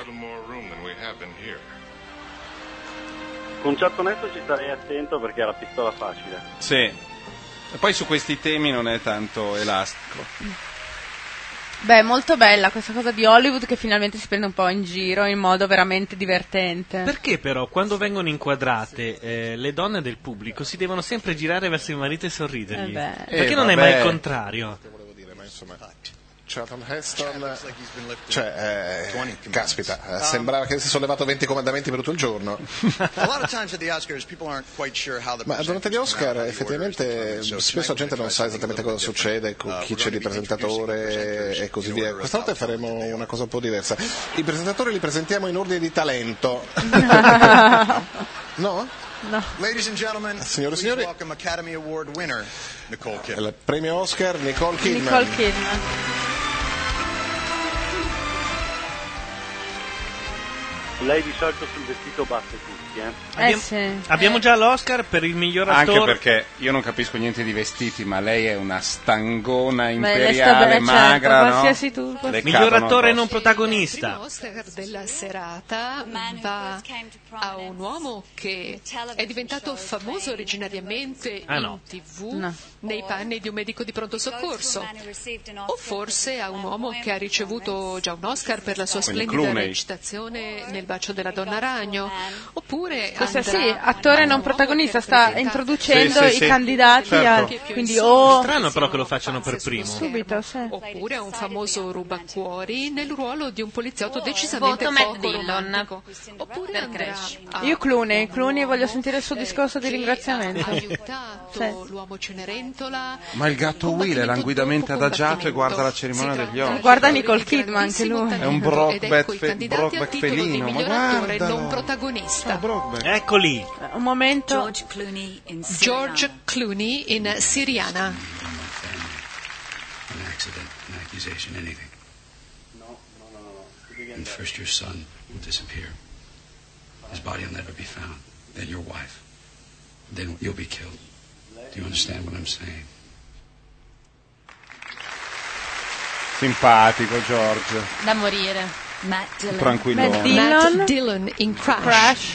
[SPEAKER 8] Con Charlton Heston ci starei attento perché è la pistola facile.
[SPEAKER 5] Sì. E poi su questi temi non è tanto elastico.
[SPEAKER 4] Beh, molto bella questa cosa di Hollywood che finalmente si prende un po' in giro in modo veramente divertente.
[SPEAKER 2] Perché però quando vengono inquadrate eh, le donne del pubblico si devono sempre girare verso il marito e sorridergli?
[SPEAKER 4] Eh beh.
[SPEAKER 2] Perché
[SPEAKER 5] Eh,
[SPEAKER 2] non è
[SPEAKER 5] vabbè.
[SPEAKER 2] mai il contrario?
[SPEAKER 21] Charlton Heston, cioè, eh, caspita, eh, sembrava che si sollevato venti comandamenti per tutto il giorno.
[SPEAKER 9] A lot of times at the Oscars, people aren't quite sure how the
[SPEAKER 21] Ma durante gli Oscar effettivamente spesso la gente non sa esattamente cosa succede, con chi c'è di presentatore e così via. Questa volta faremo una cosa un po' diversa. I presentatori li presentiamo in ordine di talento. No?
[SPEAKER 4] No.
[SPEAKER 9] Ladies and gentlemen,
[SPEAKER 21] Signore e
[SPEAKER 9] please
[SPEAKER 21] signori,
[SPEAKER 9] welcome Academy Award winner Nicole Kidman.
[SPEAKER 21] il premio Oscar Nicole Kidman.
[SPEAKER 4] Nicole Kidman.
[SPEAKER 8] Lei di solito sul vestito batte tutti, eh?
[SPEAKER 2] Abbiamo,
[SPEAKER 4] sì.
[SPEAKER 2] abbiamo già l'Oscar per il miglior
[SPEAKER 5] Anche
[SPEAKER 2] attore.
[SPEAKER 5] perché io non capisco niente di vestiti, ma lei è una stangona
[SPEAKER 4] lei sta
[SPEAKER 5] imperiale,
[SPEAKER 4] bene,
[SPEAKER 5] magra,
[SPEAKER 4] certo,
[SPEAKER 5] no?
[SPEAKER 4] qualsiasi tu-
[SPEAKER 5] Le
[SPEAKER 2] Miglior
[SPEAKER 5] cadono
[SPEAKER 2] attore
[SPEAKER 5] addosso.
[SPEAKER 2] non protagonista.
[SPEAKER 16] Il Oscar della serata va a un uomo che è diventato famoso originariamente
[SPEAKER 2] Ah, no.
[SPEAKER 16] in tivù
[SPEAKER 4] No.
[SPEAKER 16] nei panni di un medico di pronto soccorso, o forse a un uomo che ha ricevuto già un Oscar per la sua
[SPEAKER 5] Quindi
[SPEAKER 16] splendida
[SPEAKER 5] Clooney.
[SPEAKER 16] recitazione nel Bacio della donna ragno, oppure
[SPEAKER 4] Questa
[SPEAKER 16] andrà
[SPEAKER 4] sì, attore
[SPEAKER 16] a
[SPEAKER 4] non
[SPEAKER 16] un uomo
[SPEAKER 4] protagonista,
[SPEAKER 16] che
[SPEAKER 4] sta
[SPEAKER 16] presenta
[SPEAKER 4] introducendo
[SPEAKER 5] Sì, sì,
[SPEAKER 4] i
[SPEAKER 5] sì.
[SPEAKER 4] candidati
[SPEAKER 5] Certo.
[SPEAKER 4] a, quindi o
[SPEAKER 2] Strano però che lo facciano per primo.
[SPEAKER 4] subito, sì.
[SPEAKER 16] oppure a un famoso rubacuori nel ruolo di un poliziotto decisamente
[SPEAKER 3] Voto Matt
[SPEAKER 16] poco
[SPEAKER 3] Dillon.
[SPEAKER 16] romantico, oppure
[SPEAKER 3] Per
[SPEAKER 16] andrà
[SPEAKER 3] Crash.
[SPEAKER 16] a
[SPEAKER 4] Io Clooney, Clooney voglio sentire il suo discorso di
[SPEAKER 16] che
[SPEAKER 4] ringraziamento.
[SPEAKER 16] ha aiutato
[SPEAKER 4] Sì.
[SPEAKER 16] l'uomo Cenerentola.
[SPEAKER 5] Ma il gatto Will è languidamente adagiato e guarda la cerimonia degli Oscar.
[SPEAKER 4] Guarda Nicole Kidman, anche lui.
[SPEAKER 5] È un
[SPEAKER 16] ed
[SPEAKER 5] Brokeback
[SPEAKER 16] ecco i
[SPEAKER 5] fe-
[SPEAKER 16] candidati al
[SPEAKER 5] Brokeback
[SPEAKER 16] titolo di
[SPEAKER 5] felino, ma
[SPEAKER 16] miglior attore
[SPEAKER 5] guardalo.
[SPEAKER 16] non protagonista.
[SPEAKER 2] Ecco lì.
[SPEAKER 4] Un momento.
[SPEAKER 22] George Clooney in
[SPEAKER 16] George Clooney in Siriana.
[SPEAKER 20] An accident, an accusation, anything. And first your son will disappear. His body will never be found. Then your wife. Then you'll be killed. Do you understand what I'm saying?
[SPEAKER 5] Simpatico George.
[SPEAKER 3] Da morire.
[SPEAKER 22] Matt Dillon.
[SPEAKER 5] Tranquillone.
[SPEAKER 4] Matt Dillon.
[SPEAKER 16] Matt Dillon in Crash.
[SPEAKER 4] Crash.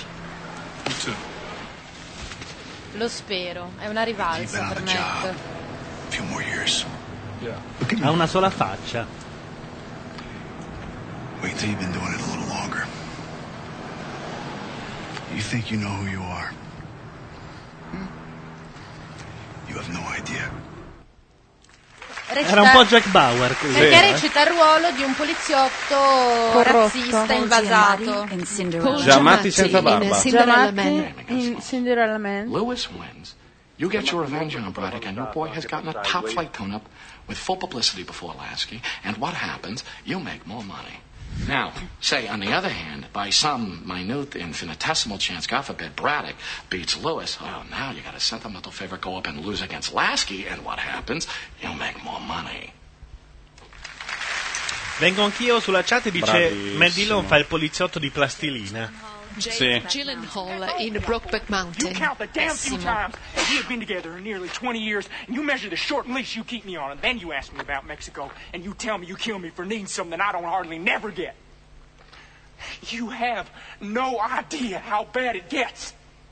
[SPEAKER 3] Lo spero, è una rivalsa per Matt.
[SPEAKER 20] few more years.
[SPEAKER 2] Ha una sola faccia.
[SPEAKER 20] Wait till you've been doing it a little longer. You think you know who you are? Hmm? You have no idea.
[SPEAKER 3] Recita-
[SPEAKER 2] Era un po' Jack Bauer. così.
[SPEAKER 3] Perché
[SPEAKER 2] Eh?
[SPEAKER 3] recita il ruolo di un poliziotto
[SPEAKER 4] Corrotto.
[SPEAKER 3] razzista invasato.
[SPEAKER 22] in Cinderella.
[SPEAKER 5] Giamatti senza barba.
[SPEAKER 16] in Cinderella Man.
[SPEAKER 4] Giamatti in Cinderella Man.
[SPEAKER 10] Lewis wins. You get your revenge on Braddock, and your boy has gotten a top flight tune up with full publicity before Lasky. And what happens? You make more money. Now, say, on the other hand, by some minute infinitesimal chance, God forbid, Braddock beats Lewis. Oh, now you got a sentimental favorite go up and lose against Lasky, and what happens? You make more money.
[SPEAKER 2] Vengo anch'io sulla chat e dice
[SPEAKER 5] Bravissimo.
[SPEAKER 2] Matt Dillon fa il poliziotto di plastilina.
[SPEAKER 5] Sì.
[SPEAKER 16] Gyllenhaal in Brokeback Mountain.
[SPEAKER 17] You count the damn few times that we have been together in nearly twenty years, and you measure the short leash you keep me on, and then you ask me about Mexico, and you tell me you kill me for needing something I don't hardly never get. You have no idea how bad it gets.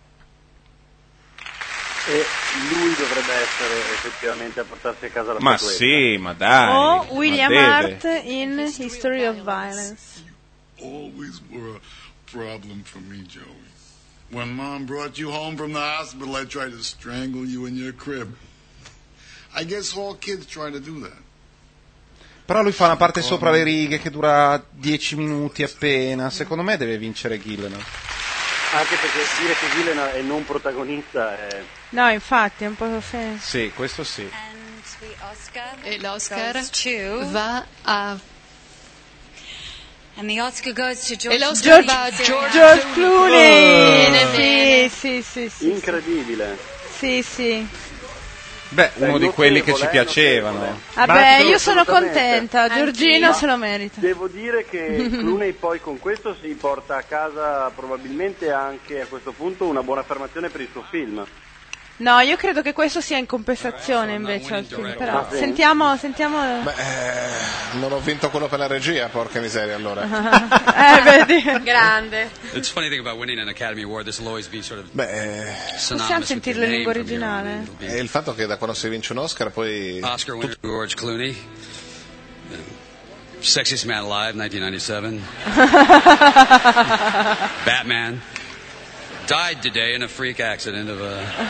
[SPEAKER 8] E lui dovrebbe essere effettivamente a portarsi a casa la
[SPEAKER 5] Ma
[SPEAKER 8] statuetta.
[SPEAKER 5] sì, ma dai.
[SPEAKER 4] O William
[SPEAKER 5] ma deve.
[SPEAKER 4] Hart in History of Violence.
[SPEAKER 20] Always were a problem for me, Joey. When Mom brought you home from the hospital, I tried to strangle you in your crib. I guess all kids try to do that.
[SPEAKER 5] Però lui fa una parte sopra le righe che dura dieci minuti appena. Secondo me deve vincere Gillenal.
[SPEAKER 8] Anche perché dire che Gillenal è non protagonista è...
[SPEAKER 4] No, infatti, è un po' sì.
[SPEAKER 5] Sì, questo sì.
[SPEAKER 16] E l'Oscar va a...
[SPEAKER 22] And the Oscar goes to
[SPEAKER 16] E
[SPEAKER 22] George,
[SPEAKER 16] l'Oscar va a George,
[SPEAKER 4] George Clooney.
[SPEAKER 3] Bene, bene.
[SPEAKER 4] Sì, sì, sì, sì.
[SPEAKER 8] Incredibile.
[SPEAKER 4] Sì, sì.
[SPEAKER 5] Beh, uno di quelli che ci
[SPEAKER 8] notevole,
[SPEAKER 5] piacevano.
[SPEAKER 8] notevole.
[SPEAKER 4] Vabbè,
[SPEAKER 8] Ma
[SPEAKER 4] io sono
[SPEAKER 8] assolutamente.
[SPEAKER 4] contenta. Giorgino
[SPEAKER 8] Ma
[SPEAKER 4] se lo merita.
[SPEAKER 8] Devo dire che Clooney poi con questo si porta a casa probabilmente anche a questo punto una buona affermazione per il suo film.
[SPEAKER 4] No, io credo che questo sia in compensazione invece al film. Però
[SPEAKER 8] Ah, sì?
[SPEAKER 4] sentiamo, sentiamo.
[SPEAKER 21] Beh, eh, non ho vinto quello per la regia, porca miseria, allora.
[SPEAKER 4] eh, vedi.
[SPEAKER 3] Grande.
[SPEAKER 23] It's funny thing about winning an Academy Award. This will always be sort of
[SPEAKER 21] Beh, eh,
[SPEAKER 23] synonymous
[SPEAKER 4] Possiamo
[SPEAKER 23] with
[SPEAKER 4] sentirlo
[SPEAKER 23] your
[SPEAKER 4] in lingua
[SPEAKER 23] name from here on in.
[SPEAKER 4] originale?
[SPEAKER 23] It'll be
[SPEAKER 21] è il fatto che da quando si vince un Oscar poi...
[SPEAKER 23] Oscar winner George Clooney.
[SPEAKER 13] Sexiest Man Alive, nineteen ninety-seven. Batman. Died today in a freak accident of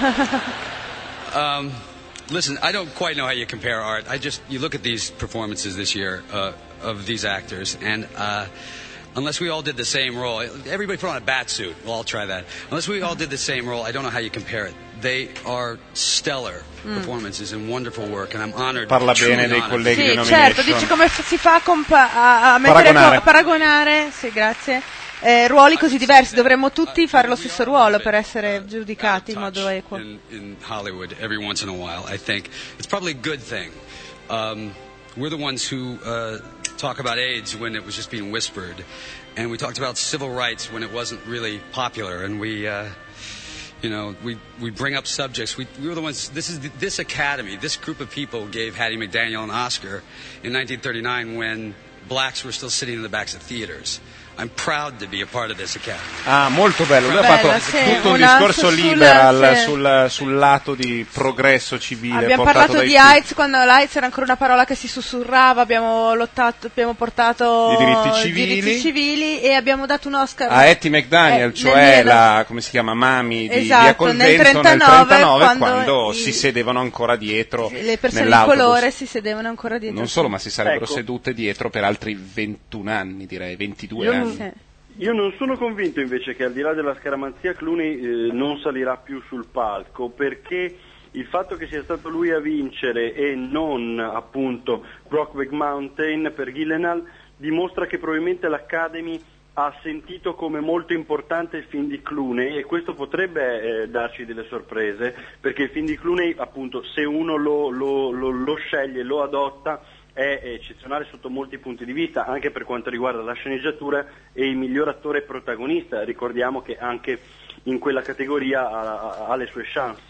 [SPEAKER 13] a... Um, listen, I don't quite know how you compare art. I just, you look at these performances this year uh, of these actors, and uh, unless we all did the same role, everybody put on a bat suit. Well, I'll try that. Unless we all did the same role, I don't know how you compare it. They are stellar
[SPEAKER 4] Mm.
[SPEAKER 13] performances and wonderful work, and I'm honored.
[SPEAKER 5] Parla
[SPEAKER 13] truly
[SPEAKER 5] bene dei
[SPEAKER 13] honored.
[SPEAKER 5] colleghi
[SPEAKER 4] Sì,
[SPEAKER 5] di
[SPEAKER 4] certo,
[SPEAKER 5] Nomination.
[SPEAKER 4] dici come f- si fa a, compa- a, a mettere
[SPEAKER 5] Paragonare.
[SPEAKER 4] co- paragonare, sì, grazie, eh, ruoli così diversi, dovremmo tutti fare lo stesso ruolo per essere giudicati in modo equo.
[SPEAKER 13] in, in Hollywood every once in a while. I think it's probably a good thing. Um, we're the ones who uh, talk about AIDS when it was just being whispered, and we talked about civil rights when it wasn't really popular, and we, uh, you know, we we bring up subjects. We, we were the ones. This is the, this Academy. This group of people gave Hattie McDaniel an Oscar in nineteen thirty-nine when blacks were still sitting in the backs of theaters. I'm proud to be a part of this Academy.
[SPEAKER 5] Ah, molto bello. Lui ha
[SPEAKER 4] Bella,
[SPEAKER 5] fatto
[SPEAKER 4] sì,
[SPEAKER 5] tutto un
[SPEAKER 4] un
[SPEAKER 5] discorso
[SPEAKER 4] altro sul-
[SPEAKER 5] liberal
[SPEAKER 4] sì.
[SPEAKER 5] sul, sul lato di progresso civile
[SPEAKER 4] Abbiamo
[SPEAKER 5] portato
[SPEAKER 4] parlato
[SPEAKER 5] dai
[SPEAKER 4] di
[SPEAKER 5] film.
[SPEAKER 4] AIDS quando l'AIDS era ancora una parola che si sussurrava, abbiamo lottato, abbiamo portato
[SPEAKER 5] I diritti civili.
[SPEAKER 4] diritti civili e abbiamo dato un Oscar
[SPEAKER 5] a Hattie McDaniel,
[SPEAKER 4] eh,
[SPEAKER 5] cioè
[SPEAKER 4] nel-
[SPEAKER 5] la, come si chiama, Mami di
[SPEAKER 4] Esatto,
[SPEAKER 5] Via col
[SPEAKER 4] nel
[SPEAKER 5] Vento
[SPEAKER 4] trentanove,
[SPEAKER 5] nel trentanove quando,
[SPEAKER 4] quando i-
[SPEAKER 5] si sedevano ancora dietro
[SPEAKER 4] le persone di
[SPEAKER 5] nell'autobus.
[SPEAKER 4] colore si sedevano ancora dietro.
[SPEAKER 5] Non solo, ma si sarebbero
[SPEAKER 8] Ecco.
[SPEAKER 5] sedute dietro per altri ventuno anni, direi, ventidue
[SPEAKER 8] Io
[SPEAKER 5] anni.
[SPEAKER 8] non, io non sono convinto invece che al di là della scaramanzia Clooney eh, non salirà più sul palco, perché il fatto che sia stato lui a vincere e non appunto Brokeback Mountain per Gyllenhaal dimostra che probabilmente l'Academy ha sentito come molto importante il film di Clooney, e questo potrebbe eh, darci delle sorprese, perché il film di Clooney appunto, se uno lo, lo, lo, lo sceglie, lo adotta, è eccezionale sotto molti punti di vista, anche per quanto riguarda la sceneggiatura e il miglior attore protagonista. Ricordiamo che anche in quella categoria ha, ha- ha le sue chance.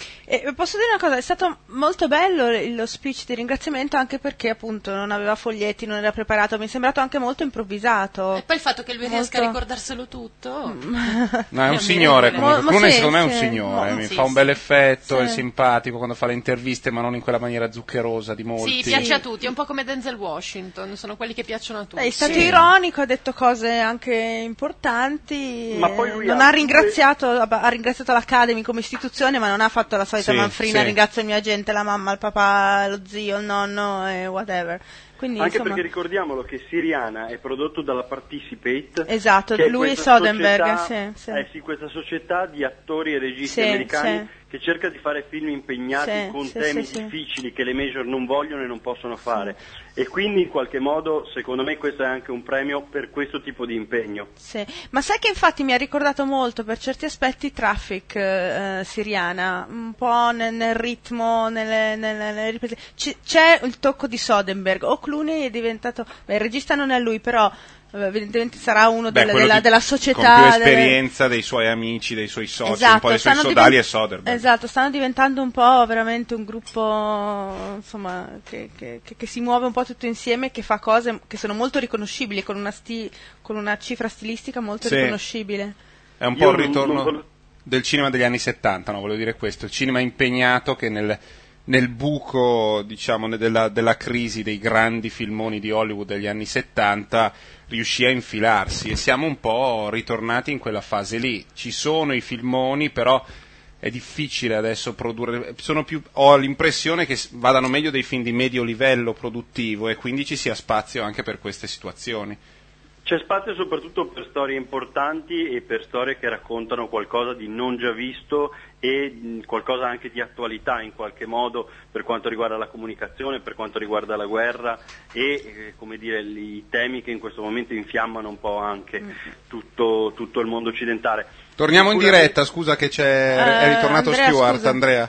[SPEAKER 4] E posso dire una cosa, è stato molto bello lo speech di ringraziamento, anche perché appunto non aveva foglietti, non era preparato, mi è sembrato anche molto improvvisato.
[SPEAKER 3] E poi il fatto che lui riesca a
[SPEAKER 4] Molto-
[SPEAKER 3] ricordarselo tutto.
[SPEAKER 5] No, è un
[SPEAKER 3] È
[SPEAKER 5] signore
[SPEAKER 3] ammirevole.
[SPEAKER 5] comunque.
[SPEAKER 4] Ma- ma
[SPEAKER 5] Clooney
[SPEAKER 4] sì,
[SPEAKER 5] secondo me è un
[SPEAKER 4] sì.
[SPEAKER 5] signore,
[SPEAKER 4] Ma-
[SPEAKER 5] mi
[SPEAKER 3] sì,
[SPEAKER 5] fa un
[SPEAKER 3] sì.
[SPEAKER 5] bel effetto, è
[SPEAKER 4] Sì.
[SPEAKER 5] simpatico quando fa le interviste, ma non in quella maniera zuccherosa di molti.
[SPEAKER 3] Sì, piace a tutti, è un po' come Denzel Washington, sono quelli che piacciono a tutti.
[SPEAKER 4] È stato
[SPEAKER 5] Sì.
[SPEAKER 4] ironico, ha detto cose anche importanti,
[SPEAKER 8] Ma
[SPEAKER 4] eh,
[SPEAKER 8] poi lui
[SPEAKER 4] non
[SPEAKER 8] ha-
[SPEAKER 4] ha ringraziato, ha ringraziato l'Academy come istituzione, ma non ha fatto la solita
[SPEAKER 5] Sì,
[SPEAKER 4] manfrina,
[SPEAKER 5] sì.
[SPEAKER 4] ringrazio il mio agente, la mamma, il papà, lo zio, il nonno e whatever. Quindi,
[SPEAKER 8] Anche
[SPEAKER 4] insomma,
[SPEAKER 8] perché ricordiamolo che Siriana è prodotto dalla Participate.
[SPEAKER 4] Esatto,
[SPEAKER 8] che è
[SPEAKER 4] lui e
[SPEAKER 8] questa
[SPEAKER 4] Soderbergh,
[SPEAKER 8] società-
[SPEAKER 4] sì, sì.
[SPEAKER 8] Eh sì, questa società di attori e registi
[SPEAKER 4] Sì,
[SPEAKER 8] americani
[SPEAKER 4] sì.
[SPEAKER 8] che cerca di fare film impegnati
[SPEAKER 4] Sì,
[SPEAKER 8] con
[SPEAKER 4] sì,
[SPEAKER 8] temi
[SPEAKER 4] sì, sì.
[SPEAKER 8] difficili che le major non vogliono e non possono fare. E quindi in qualche modo, secondo me, questo è anche un premio per questo tipo di impegno.
[SPEAKER 4] Sì. Ma sai che infatti mi ha ricordato molto per certi aspetti Traffic eh, Siriana, un po' nel, nel ritmo, nelle, nelle, nelle riprese. C- c'è il tocco di Soderbergh, o Clooney è diventato, beh, il regista non è lui, però eh, evidentemente sarà uno
[SPEAKER 5] Beh,
[SPEAKER 4] delle-
[SPEAKER 5] quello
[SPEAKER 4] della,
[SPEAKER 5] di-
[SPEAKER 4] della società.
[SPEAKER 5] con più
[SPEAKER 4] delle-
[SPEAKER 5] esperienza dei suoi amici, dei suoi soci, un
[SPEAKER 4] Esatto,
[SPEAKER 5] po' dei suoi
[SPEAKER 4] stanno
[SPEAKER 5] sodali
[SPEAKER 4] divent-
[SPEAKER 5] e Soderbergh.
[SPEAKER 4] Esatto, stanno diventando un po' veramente un gruppo, insomma, che, che- che- che si muove un po' tutto insieme, che fa cose che sono molto riconoscibili, con una, sti- con una cifra stilistica molto
[SPEAKER 5] Sì.
[SPEAKER 4] riconoscibile.
[SPEAKER 5] È un
[SPEAKER 8] Io
[SPEAKER 5] po' il
[SPEAKER 8] non-
[SPEAKER 5] ritorno
[SPEAKER 8] non vol-
[SPEAKER 5] del cinema degli anni settanta, no? Volevo dire questo, il cinema impegnato che nel, nel buco, diciamo, ne- della, della crisi dei grandi filmoni di Hollywood degli anni settanta riuscì a infilarsi, e siamo un po' ritornati in quella fase lì. Ci sono i filmoni, però è difficile adesso produrre, sono più, ho l'impressione che s- vadano meglio dei film di medio livello produttivo, e quindi ci sia spazio anche per queste situazioni.
[SPEAKER 8] C'è spazio soprattutto per storie importanti e per storie che raccontano qualcosa di non già visto e mh, qualcosa anche di attualità in qualche modo, per quanto riguarda la comunicazione, per quanto riguarda la guerra e eh, come dire, i temi che in questo momento infiammano un po' anche tutto, tutto il mondo occidentale.
[SPEAKER 5] Torniamo in
[SPEAKER 8] Sicuramente-
[SPEAKER 5] diretta, scusa che c'è, è
[SPEAKER 8] Eh,
[SPEAKER 5] ritornato
[SPEAKER 8] Andrea,
[SPEAKER 5] Stewart,
[SPEAKER 8] scusa.
[SPEAKER 5] Andrea.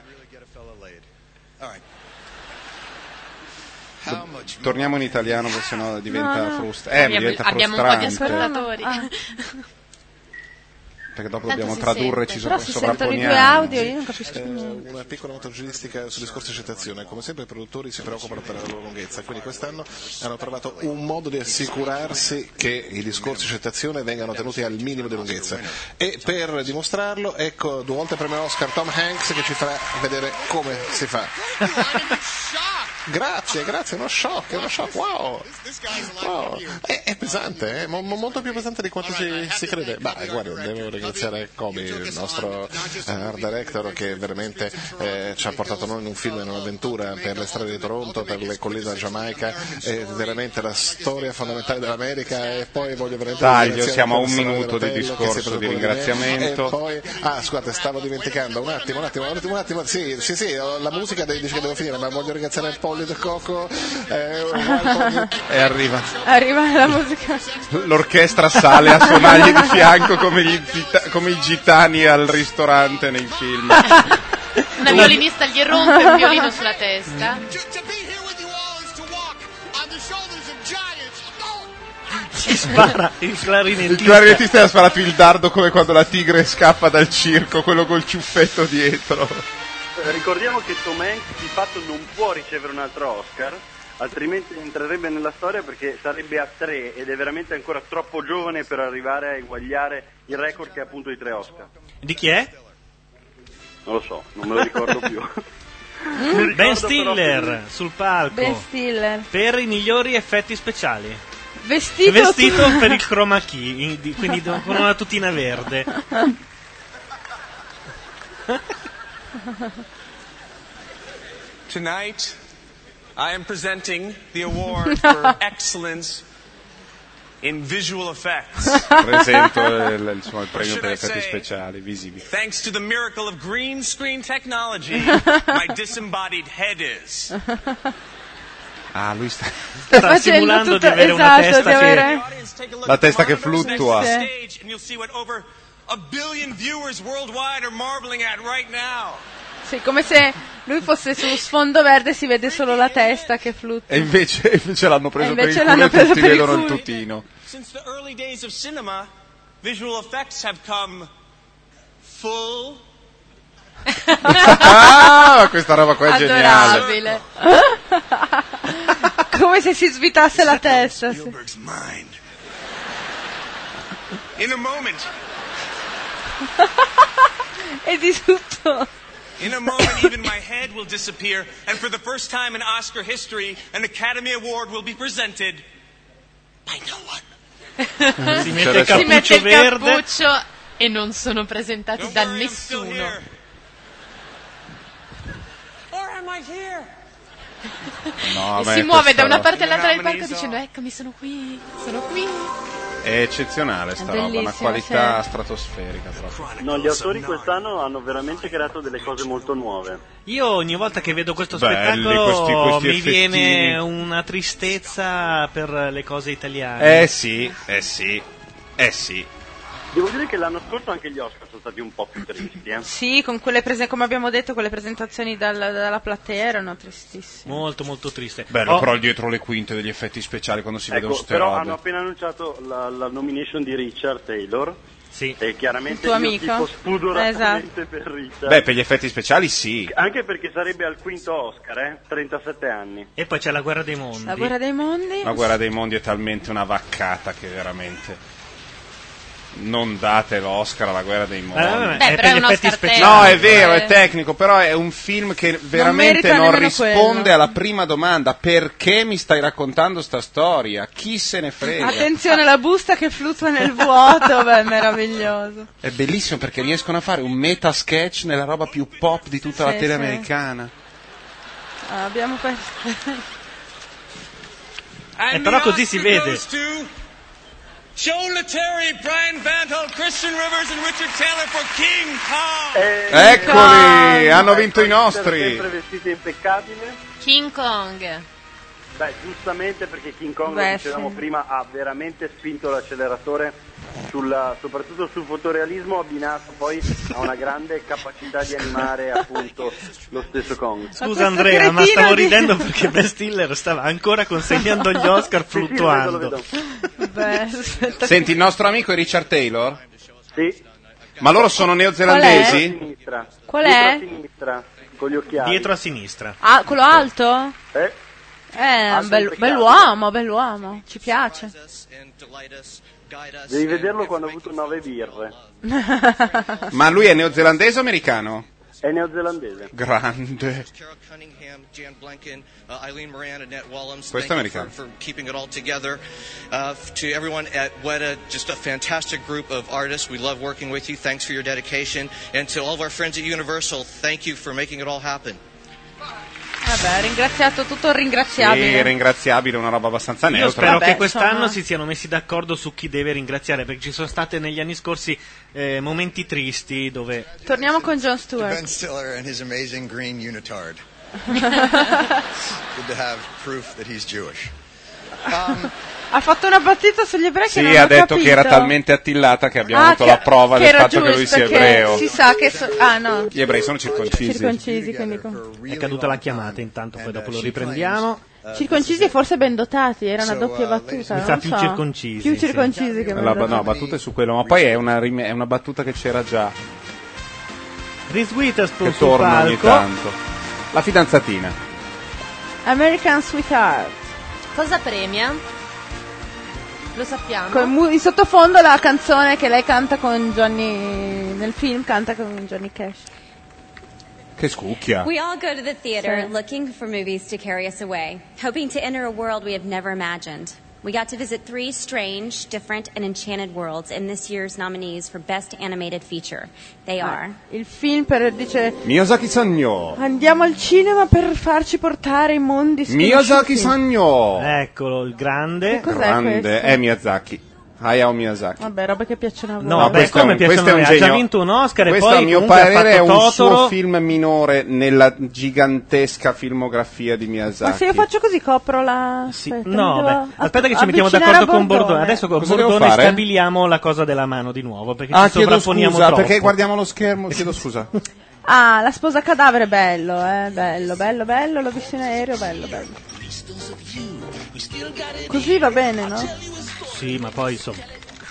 [SPEAKER 5] Torniamo in italiano, perché sennò diventa
[SPEAKER 3] No, no.
[SPEAKER 5] frustra- eh,
[SPEAKER 3] Abbiamo-
[SPEAKER 5] diventa
[SPEAKER 3] abbiamo un po' di
[SPEAKER 5] frustrante,
[SPEAKER 3] ascoltatori.
[SPEAKER 4] Ah.
[SPEAKER 5] perché dopo
[SPEAKER 3] Tanto
[SPEAKER 5] dobbiamo
[SPEAKER 3] si
[SPEAKER 5] tradurre,
[SPEAKER 3] sente.
[SPEAKER 5] ci
[SPEAKER 4] Però
[SPEAKER 5] so-
[SPEAKER 4] si sentono i
[SPEAKER 5] sovrapponiamo.
[SPEAKER 4] due audio, io non capisco
[SPEAKER 21] Eh,
[SPEAKER 4] niente.
[SPEAKER 21] una piccola nota giornalistica sul discorso di accettazione. Come sempre i produttori si preoccupano per la loro lunghezza, quindi quest'anno hanno trovato un modo di assicurarsi che i discorsi di accettazione vengano tenuti al minimo di lunghezza. E per dimostrarlo, ecco due volte premio Oscar Tom Hanks che ci farà vedere come si fa. Grazie, grazie, uno shock, uno shock, wow. wow. È, è pesante, eh? Mo- molto più pesante di quanto si, si crede. Beh, guarda, devo ringraziare Kobe, il nostro eh, art director, che veramente eh, ci ha portato noi in un film, in un'avventura per le strade di Toronto, per le colline della Giamaica, è veramente la storia fondamentale dell'America. E poi voglio veramente
[SPEAKER 5] Taglio, siamo a un minuto di discorso di ringraziamento.
[SPEAKER 21] E poi, ah, scusate, stavo dimenticando, un attimo, un attimo, un attimo, un attimo, sì, sì, sì, la musica dice che devo finire, ma voglio ringraziare il Polly del Coco eh,
[SPEAKER 5] e arriva
[SPEAKER 4] arriva la musica,
[SPEAKER 5] l'orchestra sale a suonargli di fianco come, gli gita- come i gitani al ristorante nei film.
[SPEAKER 3] Una violinista gli rompe un violino sulla testa.
[SPEAKER 2] Ci spara il clarinettista.
[SPEAKER 5] Il clarinettista ha sparato il dardo come quando la tigre scappa dal circo, quello col ciuffetto dietro.
[SPEAKER 8] Ricordiamo che Tom Hanks di fatto non può ricevere un altro Oscar, altrimenti entrerebbe nella storia, perché sarebbe a tre ed è veramente ancora troppo giovane per arrivare a eguagliare il record che è appunto di tre Oscar.
[SPEAKER 2] Di chi è?
[SPEAKER 8] Non lo so, non me lo ricordo più.
[SPEAKER 2] Mm? Ben Stiller
[SPEAKER 8] però...
[SPEAKER 2] sul palco.
[SPEAKER 4] Ben Stiller
[SPEAKER 2] per i migliori effetti speciali.
[SPEAKER 4] Vestito,
[SPEAKER 2] Vestito
[SPEAKER 4] tu...
[SPEAKER 2] per il chroma key, quindi con una tutina verde.
[SPEAKER 11] Tonight, I am presenting the award for excellence in visual effects.
[SPEAKER 5] Presento il, insomma, il premio per effetti speciali visivi.
[SPEAKER 11] Thanks to the miracle of green screen technology, my disembodied head is.
[SPEAKER 5] Ah, lui sta,
[SPEAKER 2] sta simulando
[SPEAKER 4] tutto,
[SPEAKER 2] di avere
[SPEAKER 4] esatto,
[SPEAKER 2] una testa
[SPEAKER 4] di
[SPEAKER 2] che
[SPEAKER 4] avere...
[SPEAKER 5] la testa che fluttua.
[SPEAKER 11] A billion viewers worldwide are marveling at right now.
[SPEAKER 4] Sì, come se lui fosse su sfondo verde, si vede solo la testa che fluttua.
[SPEAKER 5] E invece, invece l'hanno preso
[SPEAKER 4] e invece
[SPEAKER 5] per il culo e tutti
[SPEAKER 4] per
[SPEAKER 5] vedono
[SPEAKER 4] il
[SPEAKER 5] il tutino.
[SPEAKER 11] Since the early days of cinema, visual effects have come full.
[SPEAKER 5] Ah, questa roba qua è
[SPEAKER 4] adorabile. Geniale. Come se si svitasse la testa. Sì.
[SPEAKER 11] In a moment.
[SPEAKER 4] E di tutto.
[SPEAKER 11] In a moment, even my head will disappear, and for the first time in Oscar history, an Academy Award will be presented by no one.
[SPEAKER 2] Si mette il cappuccio,
[SPEAKER 3] si mette il
[SPEAKER 2] verde.
[SPEAKER 3] cappuccio e non sono presentati da nessuno.
[SPEAKER 11] Or am I here?
[SPEAKER 5] No,
[SPEAKER 3] e si muove da una parte all'altra del palco dicendo: eccomi, sono qui, sono qui.
[SPEAKER 5] È eccezionale sta roba, una qualità sì. stratosferica proprio.
[SPEAKER 8] No, gli autori quest'anno hanno veramente creato delle cose molto nuove.
[SPEAKER 2] Io ogni volta che vedo questo
[SPEAKER 5] Belli,
[SPEAKER 2] spettacolo
[SPEAKER 5] questi, questi
[SPEAKER 2] mi
[SPEAKER 5] effettini.
[SPEAKER 2] viene una tristezza per le cose italiane.
[SPEAKER 5] Eh sì, eh sì, eh sì.
[SPEAKER 8] Devo dire che l'anno scorso anche gli Oscar sono stati un po' più tristi, eh?
[SPEAKER 4] Sì, con quelle prese- come abbiamo detto, quelle presentazioni dal- dalla platea erano tristissime.
[SPEAKER 2] Molto, molto triste.
[SPEAKER 5] Bello,
[SPEAKER 2] oh.
[SPEAKER 5] però dietro le quinte degli effetti speciali quando si
[SPEAKER 8] ecco,
[SPEAKER 5] vedono ste
[SPEAKER 8] però
[SPEAKER 5] robe.
[SPEAKER 8] hanno appena annunciato la, la nomination di Richard Taylor.
[SPEAKER 2] Sì.
[SPEAKER 8] E chiaramente
[SPEAKER 4] il tuo
[SPEAKER 8] io
[SPEAKER 4] amico?
[SPEAKER 8] tifo spudoratamente
[SPEAKER 4] esatto.
[SPEAKER 8] per Richard.
[SPEAKER 5] Beh, per gli effetti speciali sì.
[SPEAKER 8] Anche perché sarebbe al quinto Oscar, eh? trentasette anni.
[SPEAKER 2] E poi c'è la Guerra dei Mondi.
[SPEAKER 4] La Guerra dei Mondi?
[SPEAKER 5] La Guerra dei Mondi è talmente una vaccata che veramente... Non date l'Oscar alla Guerra dei Mondi.
[SPEAKER 2] Eh,
[SPEAKER 3] Beh, però è un Oscar
[SPEAKER 5] speciali. No, è vero, è tecnico, però è un film che veramente non, non risponde quello. alla prima domanda: perché mi stai raccontando sta storia? Chi se ne frega?
[SPEAKER 4] Attenzione, la busta che fluttua nel vuoto, beh, è meraviglioso.
[SPEAKER 5] È bellissimo perché riescono a fare un meta sketch nella roba più pop di tutta
[SPEAKER 4] sì,
[SPEAKER 5] la tele
[SPEAKER 4] sì.
[SPEAKER 5] americana.
[SPEAKER 4] Ah, abbiamo perso.
[SPEAKER 2] Eh, però così si vede.
[SPEAKER 11] Joe Lettieri, Brian Bantle, Christian Rivers and Richard Taylor for King Kong.
[SPEAKER 8] Eh,
[SPEAKER 5] Eccoli, Kong. Hanno vinto i
[SPEAKER 8] Sempre
[SPEAKER 5] nostri.
[SPEAKER 8] vestiti impeccabile.
[SPEAKER 3] King Kong.
[SPEAKER 8] Beh, giustamente perché King Kong,
[SPEAKER 4] Beh,
[SPEAKER 8] lo dicevamo
[SPEAKER 4] sì.
[SPEAKER 8] prima, ha veramente spinto l'acceleratore, sulla, soprattutto sul fotorealismo, abbinato poi a una grande capacità di animare appunto lo stesso Kong.
[SPEAKER 2] Scusa Andrea, ma stavo ridendo perché Ben Stiller stava ancora consegnando gli Oscar fluttuando.
[SPEAKER 8] Sì, sì, lo vedo, lo
[SPEAKER 4] Beh,
[SPEAKER 5] Senti, il nostro amico è Richard Taylor?
[SPEAKER 8] Sì.
[SPEAKER 5] Ma loro sono neozelandesi?
[SPEAKER 8] A sinistra.
[SPEAKER 4] Qual
[SPEAKER 8] Dietro
[SPEAKER 4] è?
[SPEAKER 8] a sinistra, con gli occhiali.
[SPEAKER 2] Dietro a sinistra.
[SPEAKER 4] Ah, quello alto?
[SPEAKER 8] Eh?
[SPEAKER 4] Eh,
[SPEAKER 8] Alto
[SPEAKER 4] bel,
[SPEAKER 8] impeccabile.
[SPEAKER 4] bell'uomo, bell'uomo, ci piace.
[SPEAKER 8] Devi vederlo quando ha avuto nove birre.
[SPEAKER 5] Ma lui è neozelandese o americano?
[SPEAKER 8] È È neozelandese.
[SPEAKER 5] Grande.
[SPEAKER 12] Carol Cunningham, Jan Blenkin, uh, Eileen Moran, Annette Wallums.
[SPEAKER 5] Questo è
[SPEAKER 12] Thank you
[SPEAKER 5] americano.
[SPEAKER 12] for, for keeping it all together. Uh, f- to everyone at Weta, just a fantastic group of artists. We love working with you. Thanks for your dedication. And to all of our friends at Universal, thank you for making it all happen.
[SPEAKER 4] Vabbè, ringraziato tutto il ringraziabile.
[SPEAKER 5] Sì, ringraziabile, una roba abbastanza neutra.
[SPEAKER 2] Io spero
[SPEAKER 4] Vabbè,
[SPEAKER 2] che quest'anno
[SPEAKER 4] insomma.
[SPEAKER 2] si siano messi d'accordo su chi deve ringraziare, perché ci sono state negli anni scorsi eh, momenti tristi dove...
[SPEAKER 4] Torniamo con Jon
[SPEAKER 9] To
[SPEAKER 4] Stewart.
[SPEAKER 9] Ben Stiller and his amazing green unitard. Good to have proof that he's Jewish. Um,
[SPEAKER 4] Ha fatto una battuta sugli ebrei
[SPEAKER 5] Sì,
[SPEAKER 4] che non
[SPEAKER 5] ha
[SPEAKER 4] ho
[SPEAKER 5] detto
[SPEAKER 4] capito.
[SPEAKER 5] che era talmente attillata che abbiamo
[SPEAKER 4] Ah,
[SPEAKER 5] avuto
[SPEAKER 4] che-
[SPEAKER 5] la prova
[SPEAKER 4] che
[SPEAKER 5] del
[SPEAKER 4] era
[SPEAKER 5] fatto che
[SPEAKER 4] Jewish,
[SPEAKER 5] lui sia
[SPEAKER 4] perché
[SPEAKER 5] ebreo.
[SPEAKER 4] Si sa che... So- ah, no.
[SPEAKER 5] Gli ebrei sono circoncisi.
[SPEAKER 4] Circoncisi, quindi com-
[SPEAKER 2] È caduta la chiamata, intanto poi dopo lo riprendiamo.
[SPEAKER 4] circoncisi e forse ben dotati, era una
[SPEAKER 9] So,
[SPEAKER 4] doppia
[SPEAKER 9] uh,
[SPEAKER 4] battuta.
[SPEAKER 2] Mi
[SPEAKER 4] non
[SPEAKER 2] sa più
[SPEAKER 4] so.
[SPEAKER 2] circoncisi,
[SPEAKER 4] Più
[SPEAKER 2] sì.
[SPEAKER 4] circoncisi che ben
[SPEAKER 5] La,
[SPEAKER 4] dotati.
[SPEAKER 5] no, battute su quello, ma poi è una, rime- è una battuta che c'era già,
[SPEAKER 2] Reese Witherspoon
[SPEAKER 5] che
[SPEAKER 2] sul
[SPEAKER 5] torna ogni
[SPEAKER 2] palco.
[SPEAKER 5] tanto. La fidanzatina.
[SPEAKER 4] American Sweetheart.
[SPEAKER 3] Cosa premia? Lo sappiamo.
[SPEAKER 4] Con mu- in sottofondo la canzone che lei canta con Johnny nel film, canta con Johnny Cash.
[SPEAKER 5] Che scucchia.
[SPEAKER 15] We all go to the theater
[SPEAKER 4] Sì.
[SPEAKER 15] looking for movies to carry us away, hoping to enter a world we have never imagined. We got to visit three strange, different, and enchanted worlds in this year's nominees for Best Animated Feature. They are
[SPEAKER 4] Il film per dice
[SPEAKER 5] Miyazaki Sanyo.
[SPEAKER 4] andiamo al cinema per farci portare in mondi
[SPEAKER 5] Miyazaki
[SPEAKER 4] sconosciuti.
[SPEAKER 5] Sanyo.
[SPEAKER 2] Eccolo, il grande.
[SPEAKER 4] Cos'è
[SPEAKER 5] Grande,
[SPEAKER 4] questo?
[SPEAKER 5] è Miyazaki. Hayao Miyazaki.
[SPEAKER 4] Vabbè, robe che piacciono a voi.
[SPEAKER 2] No,
[SPEAKER 5] No,
[SPEAKER 2] beh,
[SPEAKER 5] questo è
[SPEAKER 2] come
[SPEAKER 5] un-
[SPEAKER 2] piacciono
[SPEAKER 5] questo è
[SPEAKER 2] a
[SPEAKER 5] un
[SPEAKER 2] me? Ha già
[SPEAKER 5] genio.
[SPEAKER 2] vinto un Oscar e
[SPEAKER 5] Questo
[SPEAKER 2] poi
[SPEAKER 5] a mio
[SPEAKER 2] comunque ha
[SPEAKER 5] parere è
[SPEAKER 2] fatto
[SPEAKER 5] un
[SPEAKER 2] Totoro.
[SPEAKER 5] suo film minore nella gigantesca filmografia di Miyazaki.
[SPEAKER 4] Ma se io faccio così copro la...
[SPEAKER 2] Sì.
[SPEAKER 4] Aspetta,
[SPEAKER 2] No,
[SPEAKER 4] mi devo
[SPEAKER 2] beh, aspetta che ci
[SPEAKER 4] av-
[SPEAKER 2] mettiamo
[SPEAKER 4] avvicinare
[SPEAKER 2] d'accordo
[SPEAKER 4] a
[SPEAKER 2] con Bordone. Adesso con
[SPEAKER 5] Cosa devo
[SPEAKER 2] Bordone
[SPEAKER 5] fare?
[SPEAKER 2] stabiliamo la cosa della mano di nuovo, perché
[SPEAKER 5] Ah,
[SPEAKER 2] ci
[SPEAKER 5] chiedo
[SPEAKER 2] sovrapponiamo
[SPEAKER 5] scusa,
[SPEAKER 2] troppo.
[SPEAKER 5] perché guardiamo lo schermo, chiedo scusa.
[SPEAKER 4] Ah, La sposa cadavere, bello, eh, bello, bello, bello, l'ho visto in aereo, bello, bello. Così va bene, no?
[SPEAKER 2] Sì, ma poi insomma.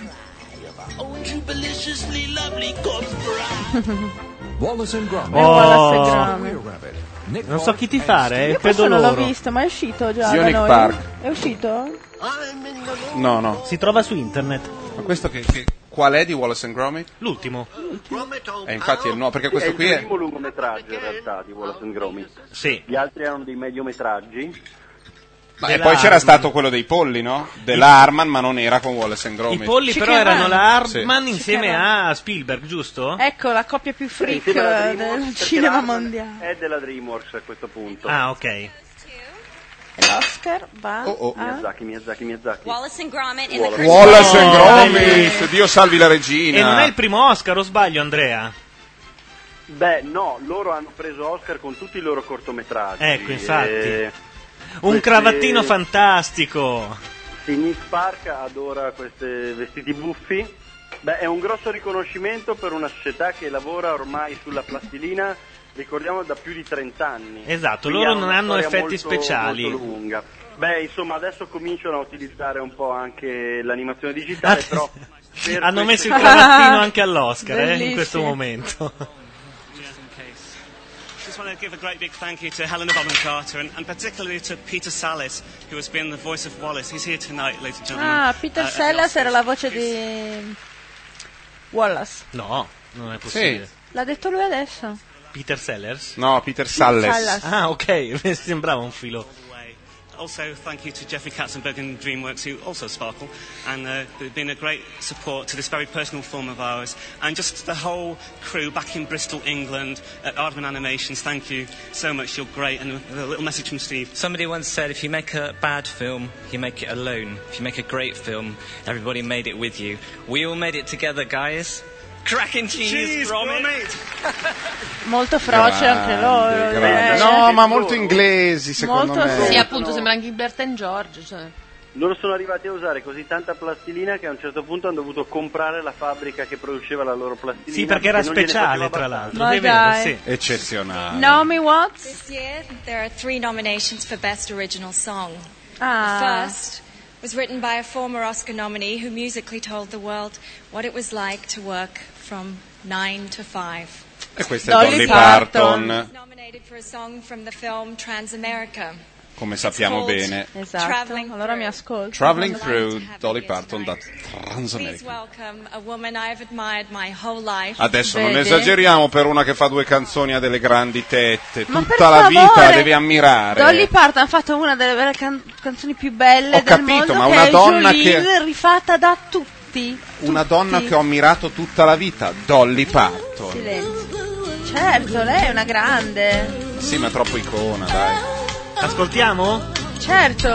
[SPEAKER 6] Wallace and Gromit.
[SPEAKER 4] E Wallace e
[SPEAKER 2] Oh,
[SPEAKER 4] Gromit.
[SPEAKER 2] non so chi ti fare, eh,
[SPEAKER 4] Io
[SPEAKER 2] credo
[SPEAKER 4] questo non l'ho
[SPEAKER 2] loro.
[SPEAKER 4] visto, ma è uscito già
[SPEAKER 5] Zionic
[SPEAKER 4] da noi?
[SPEAKER 5] Park.
[SPEAKER 4] È uscito?
[SPEAKER 5] No, no.
[SPEAKER 2] Si trova su internet.
[SPEAKER 5] Ma questo che, che- qual è di Wallace and Gromit?
[SPEAKER 2] L'ultimo.
[SPEAKER 5] Eh, infatti è il no, perché
[SPEAKER 8] È
[SPEAKER 5] questo
[SPEAKER 8] il
[SPEAKER 5] qui è...
[SPEAKER 8] primo lungometraggio in realtà di Wallace and Gromit.
[SPEAKER 2] Sì.
[SPEAKER 8] Gli altri erano dei mediometraggi.
[SPEAKER 5] Ma e
[SPEAKER 2] della
[SPEAKER 5] poi c'era
[SPEAKER 2] Harman.
[SPEAKER 5] stato quello dei polli, no? Della Harman, ma non era con Wallace and
[SPEAKER 2] I
[SPEAKER 5] Gromit.
[SPEAKER 2] polli però
[SPEAKER 4] Chicken
[SPEAKER 2] erano
[SPEAKER 4] Run.
[SPEAKER 2] la Hardman
[SPEAKER 4] Sì.
[SPEAKER 2] insieme
[SPEAKER 4] Chicken
[SPEAKER 2] a Spielberg, giusto?
[SPEAKER 4] Ecco, la coppia più freak
[SPEAKER 8] Insieme alla
[SPEAKER 4] eh,
[SPEAKER 8] DreamWorks,
[SPEAKER 4] del
[SPEAKER 8] perché
[SPEAKER 4] cinema
[SPEAKER 8] l'Harman
[SPEAKER 4] mondiale.
[SPEAKER 8] È della DreamWorks a questo punto.
[SPEAKER 2] Ah, ok.
[SPEAKER 4] E l'Oscar va
[SPEAKER 5] Oh, oh.
[SPEAKER 4] a...
[SPEAKER 8] Miyazaki, Miyazaki, Miyazaki.
[SPEAKER 15] Wallace and Gromit in
[SPEAKER 8] Wallace.
[SPEAKER 15] the
[SPEAKER 5] Wallace and
[SPEAKER 2] Oh,
[SPEAKER 5] Gromit,
[SPEAKER 2] bellissimo.
[SPEAKER 5] Dio salvi la
[SPEAKER 2] E non
[SPEAKER 5] regina.
[SPEAKER 2] è il primo Oscar, o sbaglio, Andrea?
[SPEAKER 8] Beh, no, loro hanno preso Oscar con tutti i loro cortometraggi.
[SPEAKER 2] Ecco, infatti.
[SPEAKER 8] E
[SPEAKER 2] Un
[SPEAKER 8] queste-
[SPEAKER 2] cravattino fantastico.
[SPEAKER 8] Sì, Nick Park adora questi vestiti buffi. Beh, è un grosso riconoscimento per una società che lavora ormai sulla plastilina, ricordiamo, da più di trenta anni.
[SPEAKER 2] Esatto,
[SPEAKER 8] Quindi
[SPEAKER 2] loro
[SPEAKER 8] ha
[SPEAKER 2] non
[SPEAKER 8] una
[SPEAKER 2] hanno
[SPEAKER 8] storia
[SPEAKER 2] effetti
[SPEAKER 8] molto-
[SPEAKER 2] speciali.
[SPEAKER 8] molto lunga. Beh, insomma, adesso cominciano a utilizzare un po' anche l'animazione digitale,
[SPEAKER 2] Ah,
[SPEAKER 8] però... per
[SPEAKER 2] Hanno
[SPEAKER 8] queste-
[SPEAKER 2] messo il cravattino anche all'Oscar, eh, in
[SPEAKER 4] Bellissimo.
[SPEAKER 2] questo momento.
[SPEAKER 19] I just want to give a great big thank you to Helena Bonham Carter and, and particularly to Peter Sallis, who has been the voice of Wallace. He's here tonight, ladies and gentlemen.
[SPEAKER 4] Ah, Peter
[SPEAKER 19] Uh, at the
[SPEAKER 4] Sellers
[SPEAKER 19] Oscars.
[SPEAKER 4] era la voce di Wallace.
[SPEAKER 2] No, non è possibile.
[SPEAKER 4] L'ha detto lui adesso.
[SPEAKER 2] Peter Sellers?
[SPEAKER 5] No, Peter Salles.
[SPEAKER 4] Salles.
[SPEAKER 2] Ah, ok, mi sembrava un filo.
[SPEAKER 19] Also, thank you to Jeffrey Katzenberg and DreamWorks, who also sparkle, and uh, they've been a great support to this very personal film of ours. And just the whole crew back in Bristol, England, at Aardman Animations, thank you so much, you're great. And a little message from Steve.
[SPEAKER 24] Somebody once said, if you make a bad film, you make it alone. If you make a great film, everybody made it with you. We all made it together, guys. Cracking cheese,
[SPEAKER 19] Cheese,
[SPEAKER 24] Gromit.
[SPEAKER 4] Molto froce anche loro.
[SPEAKER 5] grande.
[SPEAKER 4] eh.
[SPEAKER 5] No, ma molto inglesi, secondo
[SPEAKER 4] Molto
[SPEAKER 5] me.
[SPEAKER 3] Sì, appunto, sembra anche Gilbert and George. Cioè.
[SPEAKER 8] Loro sono arrivati a usare così tanta plastilina che a un certo punto hanno dovuto comprare la fabbrica che produceva la loro plastilina.
[SPEAKER 2] Sì, perché era
[SPEAKER 8] non gliene
[SPEAKER 2] speciale,
[SPEAKER 8] faceva
[SPEAKER 2] tra
[SPEAKER 8] abbastanza.
[SPEAKER 2] l'altro.
[SPEAKER 4] Ma
[SPEAKER 2] È vero,
[SPEAKER 4] dai.
[SPEAKER 2] sì.
[SPEAKER 5] Eccezionale.
[SPEAKER 4] Naomi Watts.
[SPEAKER 25] This year, there are three nominations for Best Original Song.
[SPEAKER 4] Ah.
[SPEAKER 25] The first was written by a former Oscar nominee who musically told the world what it was like to work from nine to five.
[SPEAKER 5] E questa è Dolly Parton.
[SPEAKER 25] Nominated for a song from the film Transamerica.
[SPEAKER 5] come sappiamo bene.
[SPEAKER 4] Esatto, allora mi ascolto.
[SPEAKER 5] Traveling Through Dolly Parton da Transamerica.
[SPEAKER 25] Welcome a woman I have admired my whole life.
[SPEAKER 5] Adesso non
[SPEAKER 4] Vedi?
[SPEAKER 5] esageriamo, per una che fa due canzoni, ha delle grandi tette,
[SPEAKER 4] Ma
[SPEAKER 5] tutta
[SPEAKER 4] per
[SPEAKER 5] la vita
[SPEAKER 4] favore,
[SPEAKER 5] la devi ammirare.
[SPEAKER 4] Dolly Parton ha fatto una delle belle can- canzoni più belle
[SPEAKER 5] Ho
[SPEAKER 4] del
[SPEAKER 5] capito,
[SPEAKER 4] mondo,
[SPEAKER 5] ma
[SPEAKER 4] che
[SPEAKER 5] una
[SPEAKER 4] è
[SPEAKER 5] donna
[SPEAKER 4] Jolene,
[SPEAKER 5] che-
[SPEAKER 4] rifatta da tutti.
[SPEAKER 5] Una
[SPEAKER 4] tutti.
[SPEAKER 5] donna che ho ammirato tutta la vita, Dolly Parton.
[SPEAKER 4] Silenzio. Certo, lei è una grande.
[SPEAKER 5] Sì, ma troppo icona, dai.
[SPEAKER 2] Ascoltiamo?
[SPEAKER 4] Certo.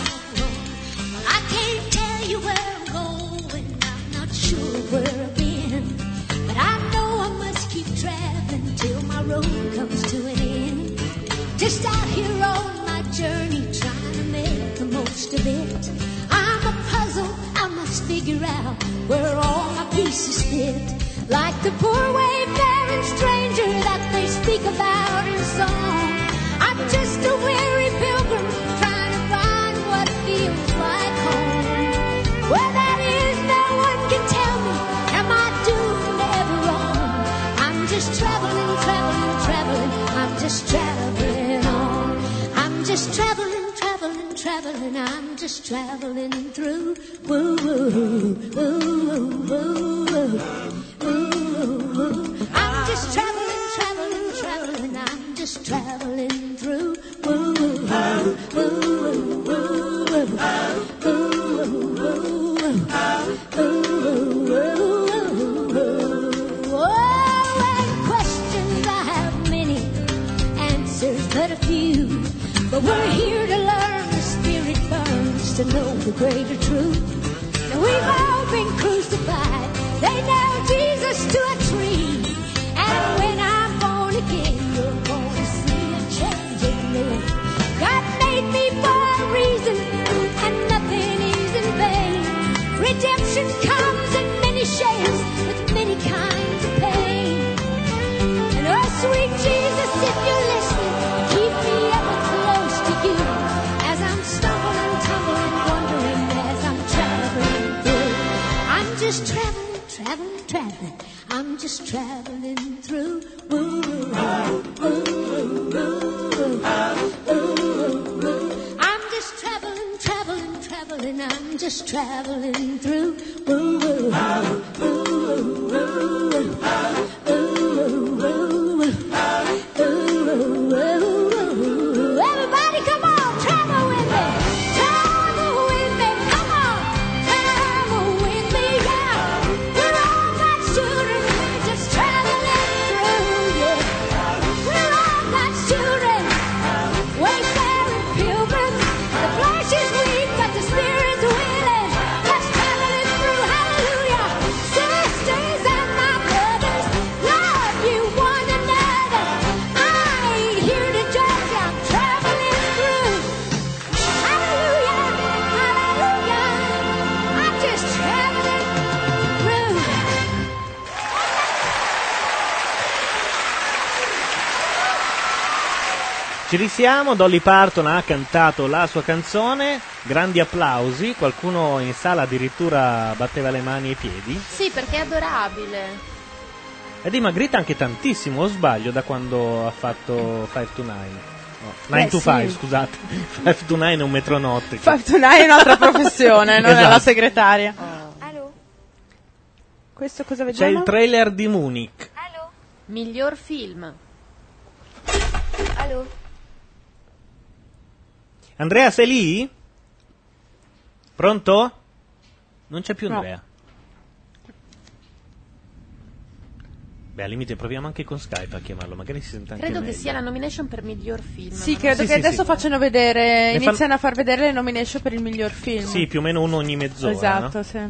[SPEAKER 1] I can't tell you where I'm going, I'm not sure where I've been, but I know I must keep traveling till my road comes to an end. Just out here on my journey, trying to make the most of it. I'm a puzzle, I must figure out where all my pieces fit. Like the poor wayfaring stranger that they speak about in song, I'm just a weary pilgrim trying to find what feels like home. Where that is, no one can tell me. Am I doomed ever wrong? I'm just traveling, traveling, traveling. I'm just traveling on. I'm just traveling, traveling, traveling. I'm just traveling through. Woo, woo, woo, woo, woo. I'm just traveling, traveling, traveling. I'm just traveling through. Woo, woo, woo, woo, woo, woo. Oh, and questions I have many, answers but a few. But we're here to learn. The Spirit burns to know the greater truth. Now we've all been crucified. They nailed Jesus to a tree. And when I'm born again, you're going to see a change in me. God made me for a reason, and nothing is in vain. Redemption comes in many shapes, with many kinds of pain. And oh, sweet Jesus, if you're listening, keep me ever close to you. As I'm stumbling, tumbling, wondering, as I'm traveling through. I'm just traveling, traveling, traveling. I'm just traveling through. Ooh, ooh, ooh, ooh, ooh. I'm just traveling, traveling, traveling. I'm just traveling through. Ooh, ooh, ooh, ooh, ooh, ooh. Everybody, come on, travel with me. Travel with me, come on. Travel with me, yeah. We're all God's children. We're just traveling through, yeah. We're all God's children. Wayfaring pilgrims. The flesh is weak, but the Spirit's willing. Just traveling through, hallelujah. Sisters and my brothers, love you one another. I ain't here to judge you. I'm traveling through. Hallelujah, hallelujah. I'm just traveling through.
[SPEAKER 2] Ci risiamo, Dolly Parton ha cantato la sua canzone, grandi applausi, qualcuno in sala addirittura batteva le mani e i piedi.
[SPEAKER 3] Sì, perché è adorabile.
[SPEAKER 2] È dimagrita anche tantissimo, o sbaglio, da quando ha fatto five to nine? No, nine
[SPEAKER 4] Beh,
[SPEAKER 2] to five,
[SPEAKER 4] sì.
[SPEAKER 2] scusate. five to nine è un metronotte.
[SPEAKER 4] five to nine è un'altra professione, non è
[SPEAKER 2] Esatto.
[SPEAKER 4] la segretaria. Questo cosa
[SPEAKER 2] C'è
[SPEAKER 4] vediamo?
[SPEAKER 2] il trailer di Munich.
[SPEAKER 3] Miglior film.
[SPEAKER 1] Allo?
[SPEAKER 2] Andrea, sei lì? Pronto? Non c'è più
[SPEAKER 4] No.
[SPEAKER 2] Andrea. Beh, al limite proviamo anche con Skype a chiamarlo, magari si sente anche
[SPEAKER 3] Credo che
[SPEAKER 2] meglio.
[SPEAKER 3] sia la nomination per miglior film.
[SPEAKER 4] Sì,
[SPEAKER 3] ma non-
[SPEAKER 4] credo
[SPEAKER 2] Sì,
[SPEAKER 4] che
[SPEAKER 2] sì,
[SPEAKER 4] adesso
[SPEAKER 2] sì.
[SPEAKER 4] facciano vedere,
[SPEAKER 2] Ne fa-
[SPEAKER 4] iniziano a far vedere le nomination per il miglior film.
[SPEAKER 2] Sì, più o meno uno ogni mezz'ora,
[SPEAKER 4] Esatto,
[SPEAKER 2] no?
[SPEAKER 4] sì.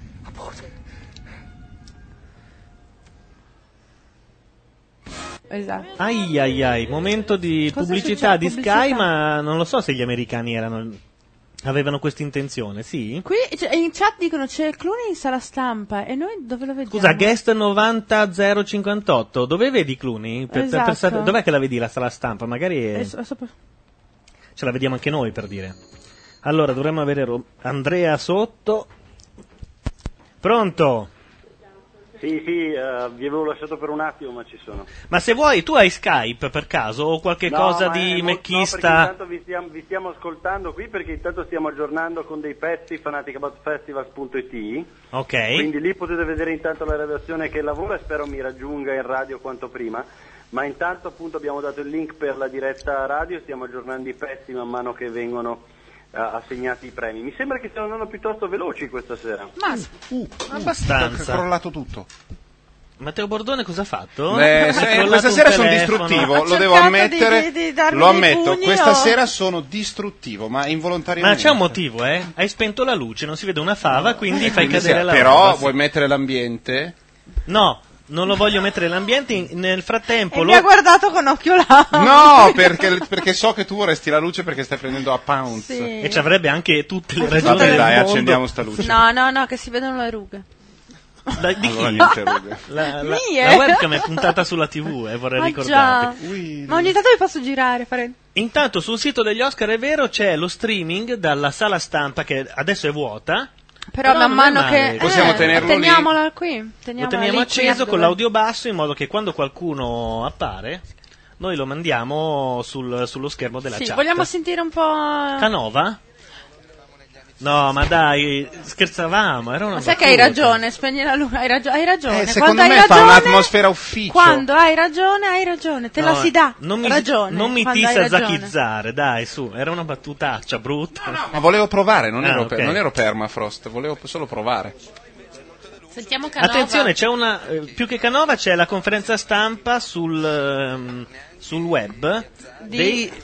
[SPEAKER 4] Esatto.
[SPEAKER 2] Ai ai ai, momento di
[SPEAKER 4] Cosa
[SPEAKER 2] pubblicità
[SPEAKER 4] succede?
[SPEAKER 2] di
[SPEAKER 4] Pubblicità?
[SPEAKER 2] Sky, ma non lo so se gli americani erano avevano questa intenzione, sì?
[SPEAKER 4] Qui cioè, in chat dicono c'è Clooney in sala stampa e noi dove lo vediamo?
[SPEAKER 2] Scusa, guest novanta zero cinquantotto, dove vedi Clooney? Per- per- per-
[SPEAKER 4] Esatto.
[SPEAKER 2] dov'è che la vedi la sala stampa? Magari è-
[SPEAKER 4] Eh, so- sopra-
[SPEAKER 2] ce la vediamo anche noi, per dire. Allora, dovremmo avere Ro- Andrea sotto. Pronto?
[SPEAKER 8] Sì, sì, eh, vi avevo lasciato per un attimo, ma ci sono.
[SPEAKER 2] Ma se vuoi, tu hai Skype per caso o qualche
[SPEAKER 8] No,
[SPEAKER 2] cosa
[SPEAKER 8] ma è
[SPEAKER 2] di
[SPEAKER 8] molto-
[SPEAKER 2] mecchista?
[SPEAKER 8] No, perché intanto vi stiamo, vi stiamo ascoltando qui perché intanto stiamo aggiornando con dei pezzi fanaticaboutfestivals punto it.
[SPEAKER 2] Ok.
[SPEAKER 8] Quindi lì potete vedere intanto la redazione che lavora e spero mi raggiunga in radio quanto prima. Ma intanto appunto abbiamo dato il link per la diretta radio, stiamo aggiornando i pezzi man mano che vengono uh, assegnati i premi. Mi sembra che stiano andando piuttosto veloci questa sera.
[SPEAKER 4] Ma
[SPEAKER 2] abbastanza.
[SPEAKER 5] È crollato tutto.
[SPEAKER 2] Matteo Bordone cosa ha fatto?
[SPEAKER 5] Beh,
[SPEAKER 2] Ha
[SPEAKER 5] se-
[SPEAKER 2] crollato
[SPEAKER 5] questa
[SPEAKER 2] un
[SPEAKER 5] sera sono
[SPEAKER 2] telefono.
[SPEAKER 5] distruttivo,
[SPEAKER 2] Ha
[SPEAKER 5] lo devo
[SPEAKER 2] cercato
[SPEAKER 5] ammettere.
[SPEAKER 2] di- di- di darmi
[SPEAKER 5] Lo
[SPEAKER 2] dei
[SPEAKER 5] ammetto,
[SPEAKER 2] pugni
[SPEAKER 5] questa
[SPEAKER 2] o-
[SPEAKER 5] sera sono distruttivo, ma
[SPEAKER 2] Ma
[SPEAKER 5] involontariamente.
[SPEAKER 2] c'è un motivo, eh? Hai spento la luce, non si vede una fava, quindi fai
[SPEAKER 5] Quindi
[SPEAKER 2] cadere
[SPEAKER 5] sì,
[SPEAKER 2] la
[SPEAKER 5] Però
[SPEAKER 2] roba, sì.
[SPEAKER 5] vuoi mettere l'ambiente?
[SPEAKER 2] No, non lo voglio mettere l'ambiente, in- nel frattempo
[SPEAKER 4] E
[SPEAKER 2] lo...
[SPEAKER 4] mi ha guardato con occhio là.
[SPEAKER 5] No, perché, perché so che tu vorresti la luce perché stai prendendo a pounds.
[SPEAKER 4] Sì.
[SPEAKER 2] E ci avrebbe anche tutte le
[SPEAKER 4] Tutte
[SPEAKER 2] ragioni
[SPEAKER 5] Vabbè,
[SPEAKER 2] del
[SPEAKER 5] dai,
[SPEAKER 2] mondo.
[SPEAKER 5] accendiamo sta luce.
[SPEAKER 4] No, no, no, che si vedono le rughe.
[SPEAKER 2] Dai, di
[SPEAKER 5] Allora
[SPEAKER 2] chi?
[SPEAKER 5] niente rughe.
[SPEAKER 2] La, la,
[SPEAKER 4] Mie?
[SPEAKER 2] la webcam è puntata sulla tivù, eh, vorrei
[SPEAKER 4] Ah,
[SPEAKER 2] ricordarvi.
[SPEAKER 4] già. Ma ogni tanto mi posso girare, fare...
[SPEAKER 2] Intanto sul sito degli Oscar è vero c'è lo streaming dalla sala stampa che adesso è vuota.
[SPEAKER 4] Però man
[SPEAKER 2] non è
[SPEAKER 4] mano
[SPEAKER 2] male.
[SPEAKER 4] che...
[SPEAKER 5] Possiamo
[SPEAKER 4] eh,
[SPEAKER 5] tenerlo lì.
[SPEAKER 4] teniamola qui.
[SPEAKER 2] Lo
[SPEAKER 4] Teniamola
[SPEAKER 2] teniamo
[SPEAKER 4] lì,
[SPEAKER 2] acceso
[SPEAKER 4] qui,
[SPEAKER 2] con
[SPEAKER 4] dove-
[SPEAKER 2] l'audio basso in modo che quando qualcuno appare noi lo mandiamo sul- sullo schermo della
[SPEAKER 4] Sì,
[SPEAKER 2] chat.
[SPEAKER 4] vogliamo sentire un po'...
[SPEAKER 2] Canova? No, ma dai, scherzavamo, era una
[SPEAKER 4] Ma sai che
[SPEAKER 2] battuta.
[SPEAKER 4] hai ragione, spegni la luce, hai, ragio- hai ragione.
[SPEAKER 5] Eh, secondo
[SPEAKER 4] Quando
[SPEAKER 5] me
[SPEAKER 4] hai
[SPEAKER 5] fa
[SPEAKER 4] ragione,
[SPEAKER 5] un'atmosfera ufficio.
[SPEAKER 4] Quando hai ragione, hai ragione, te la
[SPEAKER 2] No,
[SPEAKER 4] si dà.
[SPEAKER 2] non mi,
[SPEAKER 4] ragione.
[SPEAKER 2] non mi
[SPEAKER 4] quando hai
[SPEAKER 2] tisa
[SPEAKER 4] ragione.
[SPEAKER 2] zacchizzare, dai, su, era una battutaccia brutta.
[SPEAKER 5] Ma volevo provare, non,
[SPEAKER 2] Ah,
[SPEAKER 5] ero,
[SPEAKER 2] ok.
[SPEAKER 5] per, non ero permafrost, volevo solo provare.
[SPEAKER 3] Sentiamo Canova.
[SPEAKER 2] Attenzione, c'è una eh, più che Canova c'è la conferenza stampa sul, ehm, sul web
[SPEAKER 3] Di-
[SPEAKER 2] dei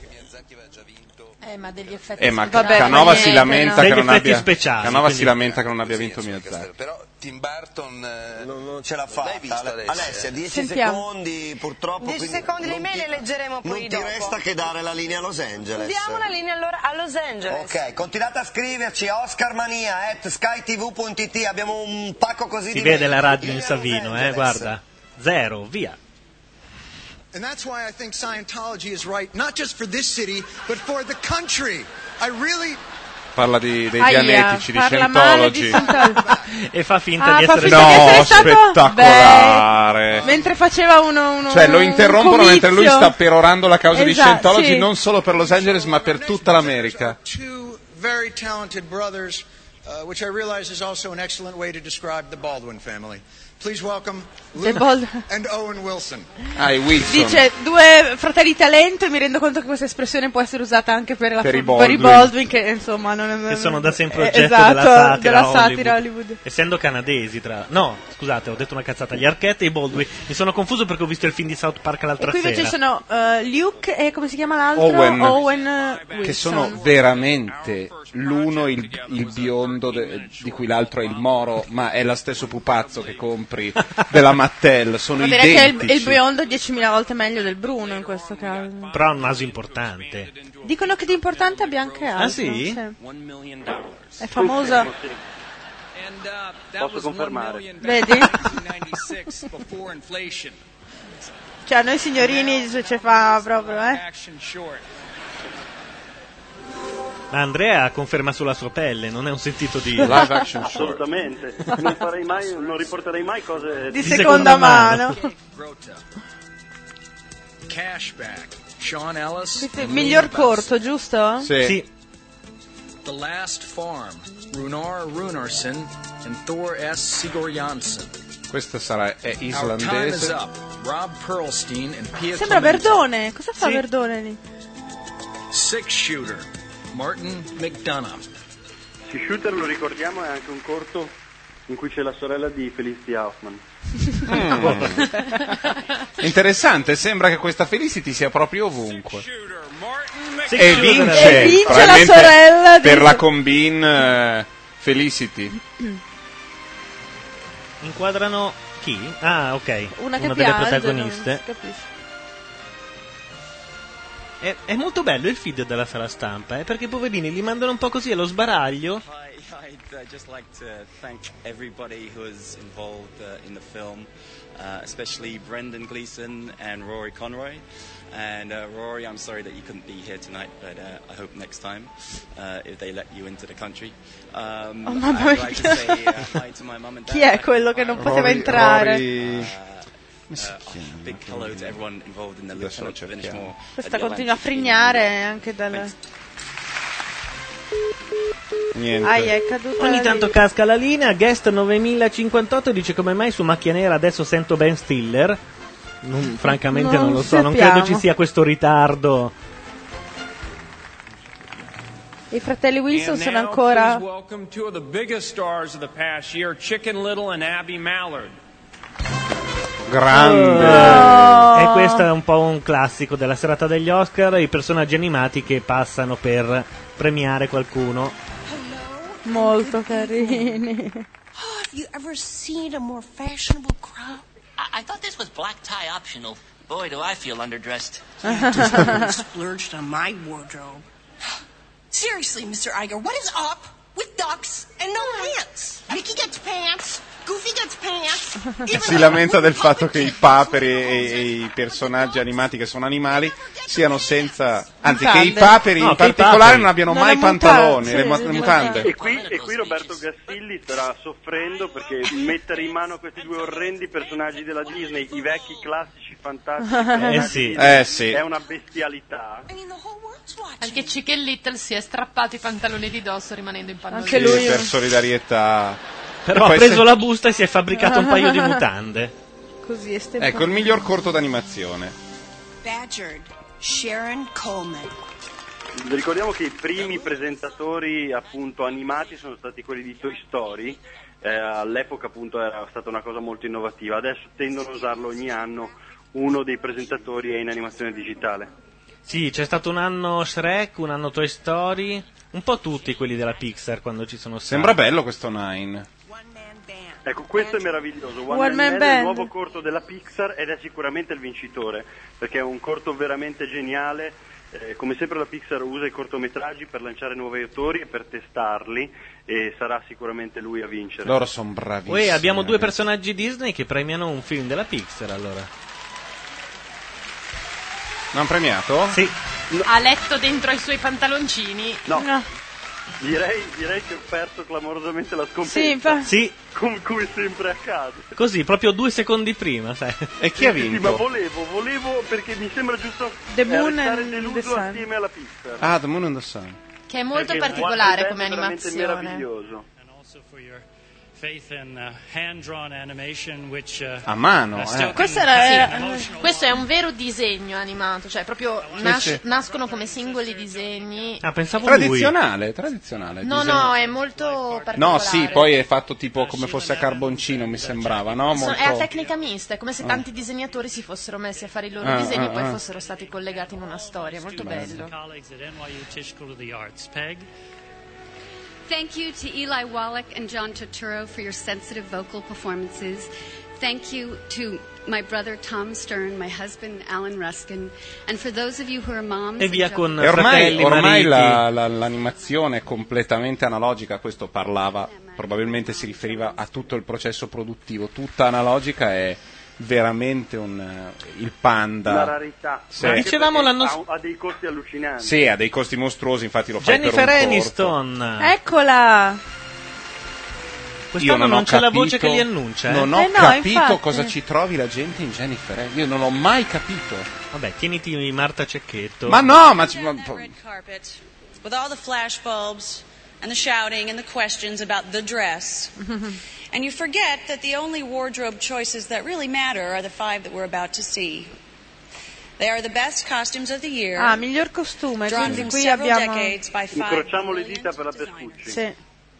[SPEAKER 3] Eh, ma degli effetti
[SPEAKER 5] Eh, ma
[SPEAKER 3] speciali.
[SPEAKER 5] Canova
[SPEAKER 3] Vabbè,
[SPEAKER 5] si
[SPEAKER 3] niente,
[SPEAKER 5] lamenta
[SPEAKER 3] no.
[SPEAKER 5] che
[SPEAKER 2] Degli
[SPEAKER 5] non
[SPEAKER 2] effetti
[SPEAKER 5] abbia
[SPEAKER 2] speciali,
[SPEAKER 5] Canova
[SPEAKER 2] quindi-
[SPEAKER 5] si lamenta che non abbia vinto Miyazaki.
[SPEAKER 7] Però Tim Burton eh, non, ce l'ha fatta.
[SPEAKER 10] visto,
[SPEAKER 7] Ale-
[SPEAKER 10] Alessia?
[SPEAKER 7] Alessia, dieci
[SPEAKER 4] Sentiamo.
[SPEAKER 7] secondi purtroppo.
[SPEAKER 10] dieci
[SPEAKER 7] quindi
[SPEAKER 10] secondi le
[SPEAKER 7] non
[SPEAKER 10] email
[SPEAKER 7] ti-
[SPEAKER 10] le leggeremo poi
[SPEAKER 7] Non ti
[SPEAKER 10] dopo.
[SPEAKER 7] resta che dare la linea a Los Angeles.
[SPEAKER 10] Diamo la linea allora a Los Angeles.
[SPEAKER 7] Ok, continuate a scriverci a oscarmania at skytv punto it, abbiamo un pacco così
[SPEAKER 2] si
[SPEAKER 7] di
[SPEAKER 2] vede
[SPEAKER 7] mail.
[SPEAKER 2] la radio in
[SPEAKER 7] Linea a Los
[SPEAKER 2] Savino, eh,
[SPEAKER 7] Angeles.
[SPEAKER 2] guarda. Zero, via.
[SPEAKER 9] And that's why I think Scientology is right, not just for this city, but for the country. I really...
[SPEAKER 5] Parla di, dei
[SPEAKER 4] Aia,
[SPEAKER 5] dianetici, di
[SPEAKER 4] parla male di
[SPEAKER 5] Scientology.
[SPEAKER 4] Scientology.
[SPEAKER 2] E fa finta
[SPEAKER 4] Ah,
[SPEAKER 2] di
[SPEAKER 4] fa
[SPEAKER 2] essere
[SPEAKER 4] finta di
[SPEAKER 5] No,
[SPEAKER 4] essere stato...
[SPEAKER 5] spettacolare.
[SPEAKER 4] Beh, mentre faceva uno, uno
[SPEAKER 5] Cioè lo interrompono
[SPEAKER 4] un
[SPEAKER 5] mentre lui
[SPEAKER 4] comizio.
[SPEAKER 5] sta perorando la causa di
[SPEAKER 4] Esatto,
[SPEAKER 5] Scientology
[SPEAKER 4] sì.
[SPEAKER 5] non solo per Los Angeles ma per tutta l'America.
[SPEAKER 9] Two very talented brothers, uh, which I realize is also an excellent way to describe the Baldwin family. Please welcome
[SPEAKER 4] The
[SPEAKER 9] Luke
[SPEAKER 4] Bald-
[SPEAKER 9] and Owen Wilson.
[SPEAKER 5] Ah, i Wilson.
[SPEAKER 4] Dice due fratelli talento e mi rendo conto che questa espressione può essere usata anche per, la
[SPEAKER 5] Per i
[SPEAKER 4] per i
[SPEAKER 5] Baldwin.
[SPEAKER 4] Baldwin che insomma non è
[SPEAKER 2] Che sono da sempre
[SPEAKER 4] eh,
[SPEAKER 2] oggetto
[SPEAKER 4] esatto,
[SPEAKER 2] della satira,
[SPEAKER 4] della satira
[SPEAKER 2] Hollywood.
[SPEAKER 4] Hollywood.
[SPEAKER 2] Essendo canadesi, tra no, scusate, ho detto una cazzata. Gli Arquette e i Baldwin. Mi sono confuso perché ho visto il film di South Park
[SPEAKER 4] E
[SPEAKER 2] l'altra
[SPEAKER 4] qui invece
[SPEAKER 2] sera.
[SPEAKER 4] sono eh, Luke e come si chiama l'altro?
[SPEAKER 5] Owen.
[SPEAKER 4] Owen eh, Wilson.
[SPEAKER 5] Che sono veramente l'uno il, il biondo de- di cui l'altro è il moro, ma è lo stesso pupazzo che compri della Mattel, sono
[SPEAKER 4] Ma direi che il,
[SPEAKER 5] identici.
[SPEAKER 4] il biondo è diecimila volte meglio del bruno in questo caso.
[SPEAKER 2] Però ha un naso importante.
[SPEAKER 4] Dicono che di importante abbia anche altro.
[SPEAKER 2] Ah, sì?
[SPEAKER 4] È famosa.
[SPEAKER 8] Posso confermare.
[SPEAKER 4] Vedi? Cioè, a noi signorini ci ci fa proprio, eh?
[SPEAKER 2] Ma Andrea conferma sulla sua pelle, non è un sentito di
[SPEAKER 5] Live action short.
[SPEAKER 8] Assolutamente. Non farei mai, non riporterei mai cose
[SPEAKER 4] Di seconda mano.
[SPEAKER 14] Cashback. Sean Ellis.
[SPEAKER 4] Questo è il miglior corto, giusto?
[SPEAKER 5] Sì.
[SPEAKER 2] Sì.
[SPEAKER 14] The Last Farm. Runar Runarsson and Thor S. Sigurjonsson.
[SPEAKER 5] Questa sarà è
[SPEAKER 14] Our time is
[SPEAKER 5] islandese.
[SPEAKER 14] up. Rob Perlstein and Pia
[SPEAKER 4] Sembra
[SPEAKER 14] Clemente.
[SPEAKER 4] Verdone. Cosa fa
[SPEAKER 14] Sì.
[SPEAKER 4] Verdone lì?
[SPEAKER 14] Six Shooter. Martin McDonough.
[SPEAKER 8] Sì, Shooter, lo ricordiamo, è anche un corto in cui c'è la sorella di Felicity Huffman.
[SPEAKER 5] Mm. Interessante, sembra che questa Felicity sia proprio ovunque.
[SPEAKER 2] Sì,
[SPEAKER 5] E
[SPEAKER 2] chiude
[SPEAKER 5] vince,
[SPEAKER 4] E vince la
[SPEAKER 5] probabilmente
[SPEAKER 4] sorella di-
[SPEAKER 5] per la combine eh, Felicity.
[SPEAKER 2] Inquadrano chi? Ah, ok.
[SPEAKER 4] Una che
[SPEAKER 2] delle
[SPEAKER 4] piange,
[SPEAKER 2] protagoniste.
[SPEAKER 4] non si capisce.
[SPEAKER 2] È, è molto bello il feed della sala stampa, eh, perché i poverini li mandano un po' così allo sbaraglio
[SPEAKER 16] I'd uh, just like to thank everybody who was involved uh, in the film, uh, especially Brendan Gleeson and Rory Conroy. And uh, Rory, I'm sorry that you couldn't be here tonight, but uh, I hope next time, uh, if they let you into the country. Um,
[SPEAKER 4] Oh, mamma
[SPEAKER 16] I'd like to
[SPEAKER 4] mia.
[SPEAKER 16] say uh, hi to my mum and dad.
[SPEAKER 4] Chi è quello che non poteva entrare?
[SPEAKER 16] Uh, uh, big hello to everyone involved in the Lieutenant Finishmore.
[SPEAKER 4] Questa continua a frignare anche dal...
[SPEAKER 2] Niente.
[SPEAKER 4] Ai, è caduta
[SPEAKER 2] Ogni
[SPEAKER 4] la
[SPEAKER 2] tanto
[SPEAKER 4] linea.
[SPEAKER 2] casca la linea. Guest novemilacinquantotto dice: come mai su Macchia Nera adesso sento Ben Stiller? Non- francamente non,
[SPEAKER 4] Non
[SPEAKER 2] lo so, non
[SPEAKER 4] sappiamo.
[SPEAKER 2] credo ci sia questo ritardo.
[SPEAKER 4] I fratelli Wilson
[SPEAKER 17] And
[SPEAKER 4] sono
[SPEAKER 17] now,
[SPEAKER 4] ancora...
[SPEAKER 17] please welcome two of the biggest stars of the past year, Chicken Little and Abby Mallard.
[SPEAKER 5] Grande.
[SPEAKER 2] Oh. E questo è un po' un classico della serata degli Oscar, i personaggi animati che passano per premiare qualcuno.
[SPEAKER 4] Molto carini.
[SPEAKER 18] Oh, have you ever seen a more fashionable crowd? I, I thought this was black tie optional. Boy, do I feel underdressed.
[SPEAKER 20] Just really splurged on my wardrobe. Seriously, Mister Iger, what is up with ducks and no pants? Mickey gets pants, Goofy gets pants. Even
[SPEAKER 5] Si lamenta del fatto che i paperi e, e i personaggi animati che sono animali siano senza, anzi che i paperi
[SPEAKER 2] No,
[SPEAKER 5] in
[SPEAKER 2] che i
[SPEAKER 5] particolare
[SPEAKER 2] paperi.
[SPEAKER 5] non abbiano
[SPEAKER 2] Non
[SPEAKER 5] mai
[SPEAKER 2] le mutande,
[SPEAKER 5] pantaloni,
[SPEAKER 2] sì,
[SPEAKER 5] le, mo-
[SPEAKER 2] sì,
[SPEAKER 5] le
[SPEAKER 2] sì.
[SPEAKER 5] mutande.
[SPEAKER 8] E qui, e qui Roberto Gastilli starà soffrendo perché mettere in mano questi due orrendi personaggi della Disney, i vecchi classici fantastici personaggi
[SPEAKER 2] sì.
[SPEAKER 8] Disney,
[SPEAKER 5] Eh, sì.
[SPEAKER 8] è una bestialità.
[SPEAKER 3] Anche Chicken Little si è strappato i pantaloni di dosso rimanendo in pannolini.
[SPEAKER 5] Sì, per solidarietà.
[SPEAKER 2] Però
[SPEAKER 5] E
[SPEAKER 2] ha
[SPEAKER 5] poi
[SPEAKER 2] preso
[SPEAKER 5] se-
[SPEAKER 2] la busta e si è fabbricato un paio di mutande.
[SPEAKER 4] Così estemporaneo.
[SPEAKER 5] Ecco, il miglior corto d'animazione.
[SPEAKER 20] Badgered, Sharon Coleman.
[SPEAKER 8] Ricordiamo che i primi presentatori appunto animati sono stati quelli di Toy Story, eh, all'epoca appunto era stata una cosa molto innovativa, adesso tendono a usarlo ogni anno, uno dei presentatori è in animazione digitale.
[SPEAKER 2] Sì, c'è stato un anno Shrek, un anno Toy Story, un po' tutti quelli della Pixar quando ci sono stati.
[SPEAKER 5] Sembra bello questo Nine.
[SPEAKER 8] Ecco, questo è meraviglioso, One,
[SPEAKER 4] One
[SPEAKER 8] Man
[SPEAKER 4] Man
[SPEAKER 8] Band è
[SPEAKER 4] Band.
[SPEAKER 8] il nuovo corto della Pixar ed è sicuramente il vincitore, perché è un corto veramente geniale, eh, come sempre la Pixar usa i cortometraggi per lanciare nuovi autori e per testarli e sarà sicuramente lui a vincere.
[SPEAKER 5] Loro sono bravissimi.
[SPEAKER 2] Uè, abbiamo due personaggi Disney che premiano un film della Pixar allora.
[SPEAKER 5] Non premiato?
[SPEAKER 2] Sì.
[SPEAKER 3] Ha letto dentro i suoi pantaloncini.
[SPEAKER 8] No. Direi, direi che ho perso clamorosamente la scommessa.
[SPEAKER 2] Sì, infa- Sì.
[SPEAKER 8] Come, come sempre accade.
[SPEAKER 2] Così, proprio due secondi prima, sai.
[SPEAKER 5] E chi ha
[SPEAKER 8] Sì, sì,
[SPEAKER 5] vinto?
[SPEAKER 8] ma volevo, volevo perché mi sembra giusto
[SPEAKER 4] The
[SPEAKER 8] eh,
[SPEAKER 4] Moon
[SPEAKER 8] restare
[SPEAKER 4] and
[SPEAKER 8] deluso
[SPEAKER 4] the Sun.
[SPEAKER 8] assieme alla Pixar.
[SPEAKER 5] Ah, The Moon and the Sun.
[SPEAKER 3] Che è molto
[SPEAKER 8] Perché
[SPEAKER 3] particolare
[SPEAKER 8] One
[SPEAKER 3] come
[SPEAKER 8] Man Band è veramente
[SPEAKER 3] animazione.
[SPEAKER 8] meraviglioso.
[SPEAKER 22] Faith in uh, hand-drawn animation, which uh,
[SPEAKER 5] A mano,
[SPEAKER 22] uh, still
[SPEAKER 5] eh.
[SPEAKER 3] Questo,
[SPEAKER 22] can
[SPEAKER 3] era-
[SPEAKER 22] have an emotional
[SPEAKER 3] questo è un vero disegno animato, cioè proprio nas-
[SPEAKER 5] sì.
[SPEAKER 3] nascono come singoli disegni.
[SPEAKER 2] Ah, pensavo
[SPEAKER 5] Tradizionale, tradizionale.
[SPEAKER 3] No,
[SPEAKER 5] disegno-
[SPEAKER 3] no, è molto particolare.
[SPEAKER 5] No, sì, poi è fatto tipo come fosse a carboncino, mi sembrava, no?
[SPEAKER 3] So-
[SPEAKER 5] Molto...
[SPEAKER 3] È a tecnica mista, è come se
[SPEAKER 5] Ah.
[SPEAKER 3] tanti disegnatori si fossero messi a fare i loro
[SPEAKER 5] Ah,
[SPEAKER 3] disegni
[SPEAKER 5] ah,
[SPEAKER 3] e poi
[SPEAKER 5] ah.
[SPEAKER 3] fossero stati collegati in una storia, molto bello.
[SPEAKER 22] colleagues at N Y U Tisch School of the Arts. Peg?
[SPEAKER 26] Thank you to Eli Wallach and John Turturro for your sensitive vocal performances. Thank you to my brother Tom Stern, my husband Alan Ruskin, and for those of you who are moms.
[SPEAKER 2] E via
[SPEAKER 26] and
[SPEAKER 2] con
[SPEAKER 5] E ormai,
[SPEAKER 2] fratelli,
[SPEAKER 5] ormai
[SPEAKER 2] mariti.
[SPEAKER 5] la- la- l'animazione è completamente analogica, questo parlava, probabilmente si riferiva a tutto il processo produttivo, tutta analogica è veramente un, eh, il panda.
[SPEAKER 8] Una rarità.
[SPEAKER 5] Sì.
[SPEAKER 8] Anche
[SPEAKER 2] Dicevamo
[SPEAKER 8] perché
[SPEAKER 2] l'anno
[SPEAKER 8] ha, ha dei costi allucinanti.
[SPEAKER 5] Sì, ha dei costi mostruosi, infatti lo fai
[SPEAKER 2] Jennifer
[SPEAKER 5] per un
[SPEAKER 2] Aniston.
[SPEAKER 4] Eccola!
[SPEAKER 5] corto.
[SPEAKER 2] Quest'anno non,
[SPEAKER 5] ho
[SPEAKER 2] c'è la
[SPEAKER 5] capito-
[SPEAKER 2] voce che li annuncia, eh?
[SPEAKER 5] Non ho
[SPEAKER 4] Eh no,
[SPEAKER 5] capito
[SPEAKER 4] infatti.
[SPEAKER 5] cosa ci trovi la gente in Jennifer Aniston. Io non l'ho mai capito.
[SPEAKER 2] Vabbè, tieniti Marta Cecchetto.
[SPEAKER 5] Ma no, ma... ci- ma-
[SPEAKER 27] Carpet with all the flashbulbs and the shouting and the questions about the dress. And you forget that the only wardrobe choices that really matter are the five that we're about to see. They are the best costumes of the year.
[SPEAKER 4] Ah, miglior costume,
[SPEAKER 27] drawn
[SPEAKER 4] quindi
[SPEAKER 27] from
[SPEAKER 4] qui
[SPEAKER 27] several
[SPEAKER 4] abbiamo...
[SPEAKER 27] decades by five
[SPEAKER 8] Incrociamo le dita per la Pescucci.
[SPEAKER 4] Sì.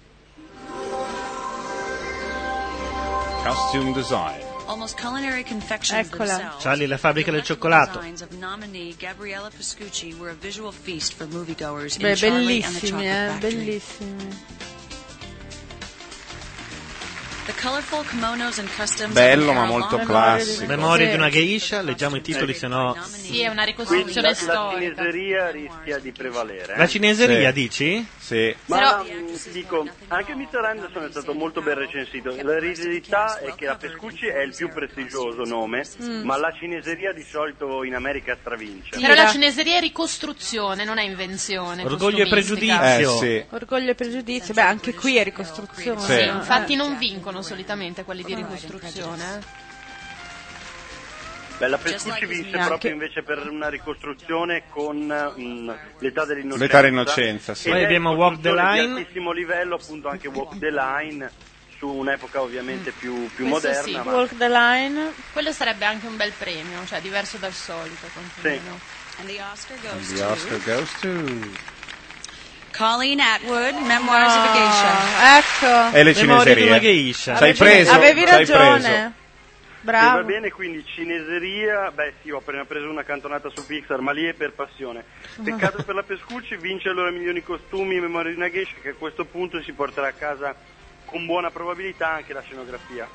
[SPEAKER 5] Costume design.
[SPEAKER 27] almost culinary confections
[SPEAKER 4] Eccola.
[SPEAKER 27] themselves.
[SPEAKER 2] Charlie, la fabbrica del
[SPEAKER 27] The
[SPEAKER 2] cioccolato.
[SPEAKER 27] designs of nominee Gabriella Pescucci were a visual feast for moviegoers
[SPEAKER 4] Beh,
[SPEAKER 27] in Charlie and the
[SPEAKER 4] bellissimi,
[SPEAKER 27] Chocolate
[SPEAKER 4] eh,
[SPEAKER 27] Factory.
[SPEAKER 4] bellissimi.
[SPEAKER 27] The colorful kimonos and customs
[SPEAKER 5] Bello,
[SPEAKER 27] of
[SPEAKER 5] ma
[SPEAKER 27] Carol
[SPEAKER 5] molto
[SPEAKER 27] Long.
[SPEAKER 5] classico.
[SPEAKER 2] Memorie di una geisha, leggiamo i titoli, se no...
[SPEAKER 3] Sì, è una
[SPEAKER 8] Quindi
[SPEAKER 3] ricostruzione
[SPEAKER 8] la, la
[SPEAKER 3] storica.
[SPEAKER 8] cineseria rischia di prevalere. eh.
[SPEAKER 2] La cineseria,
[SPEAKER 5] Sì.
[SPEAKER 2] dici?
[SPEAKER 5] Sì.
[SPEAKER 8] Ma
[SPEAKER 3] Però-
[SPEAKER 8] mh, ti dico, anche mister Anderson è stato molto ben recensito. La verità è che la Pescucci è il più prestigioso nome,
[SPEAKER 3] Mm.
[SPEAKER 8] ma la cineseria di solito in America stravince.
[SPEAKER 3] Però la cineseria è ricostruzione, non è invenzione.
[SPEAKER 2] Orgoglio e
[SPEAKER 3] costumistica.
[SPEAKER 2] pregiudizio.
[SPEAKER 5] Eh, sì.
[SPEAKER 4] Orgoglio e pregiudizio, beh, anche qui è ricostruzione.
[SPEAKER 5] Sì.
[SPEAKER 3] Sì, infatti non vincono solitamente quelli di ricostruzione. eh.
[SPEAKER 8] Beh, la Pescucci vinse
[SPEAKER 4] Neanche-
[SPEAKER 8] proprio invece per una ricostruzione con mh, l'età dell'innocenza.
[SPEAKER 5] L'età dell'innocenza, sì.
[SPEAKER 8] Ed
[SPEAKER 2] Poi
[SPEAKER 8] è
[SPEAKER 2] abbiamo Walk the
[SPEAKER 8] ricostruzione
[SPEAKER 2] Line.
[SPEAKER 8] di altissimo livello, appunto anche Walk the Line, su un'epoca ovviamente più, più
[SPEAKER 3] Questo
[SPEAKER 8] moderna.
[SPEAKER 3] sì.
[SPEAKER 8] ma-
[SPEAKER 4] Walk the line.
[SPEAKER 3] Quello sarebbe anche un bel premio, cioè diverso dal solito. quantomeno.
[SPEAKER 27] And the Oscar
[SPEAKER 5] And
[SPEAKER 27] goes
[SPEAKER 5] the
[SPEAKER 27] to
[SPEAKER 5] Oscar goes to...
[SPEAKER 27] Colleen Atwood, Memoirs of a Geisha.
[SPEAKER 4] Ah, ecco.
[SPEAKER 5] E le
[SPEAKER 2] Memorie di una
[SPEAKER 5] cineserie.
[SPEAKER 2] geisha.
[SPEAKER 5] Ci hai
[SPEAKER 4] Avevi-
[SPEAKER 5] preso,
[SPEAKER 4] Avevi
[SPEAKER 5] ci hai
[SPEAKER 4] ragione.
[SPEAKER 5] preso.
[SPEAKER 8] Sì,
[SPEAKER 4] Bravo.
[SPEAKER 8] va bene, quindi cineseria, beh sì, ho appena preso una cantonata su Pixar, ma lì è per passione. Peccato per la Pescucci, vince allora milioni di costumi in memoria di una geisha, che a questo punto si porterà a casa con buona probabilità anche la scenografia.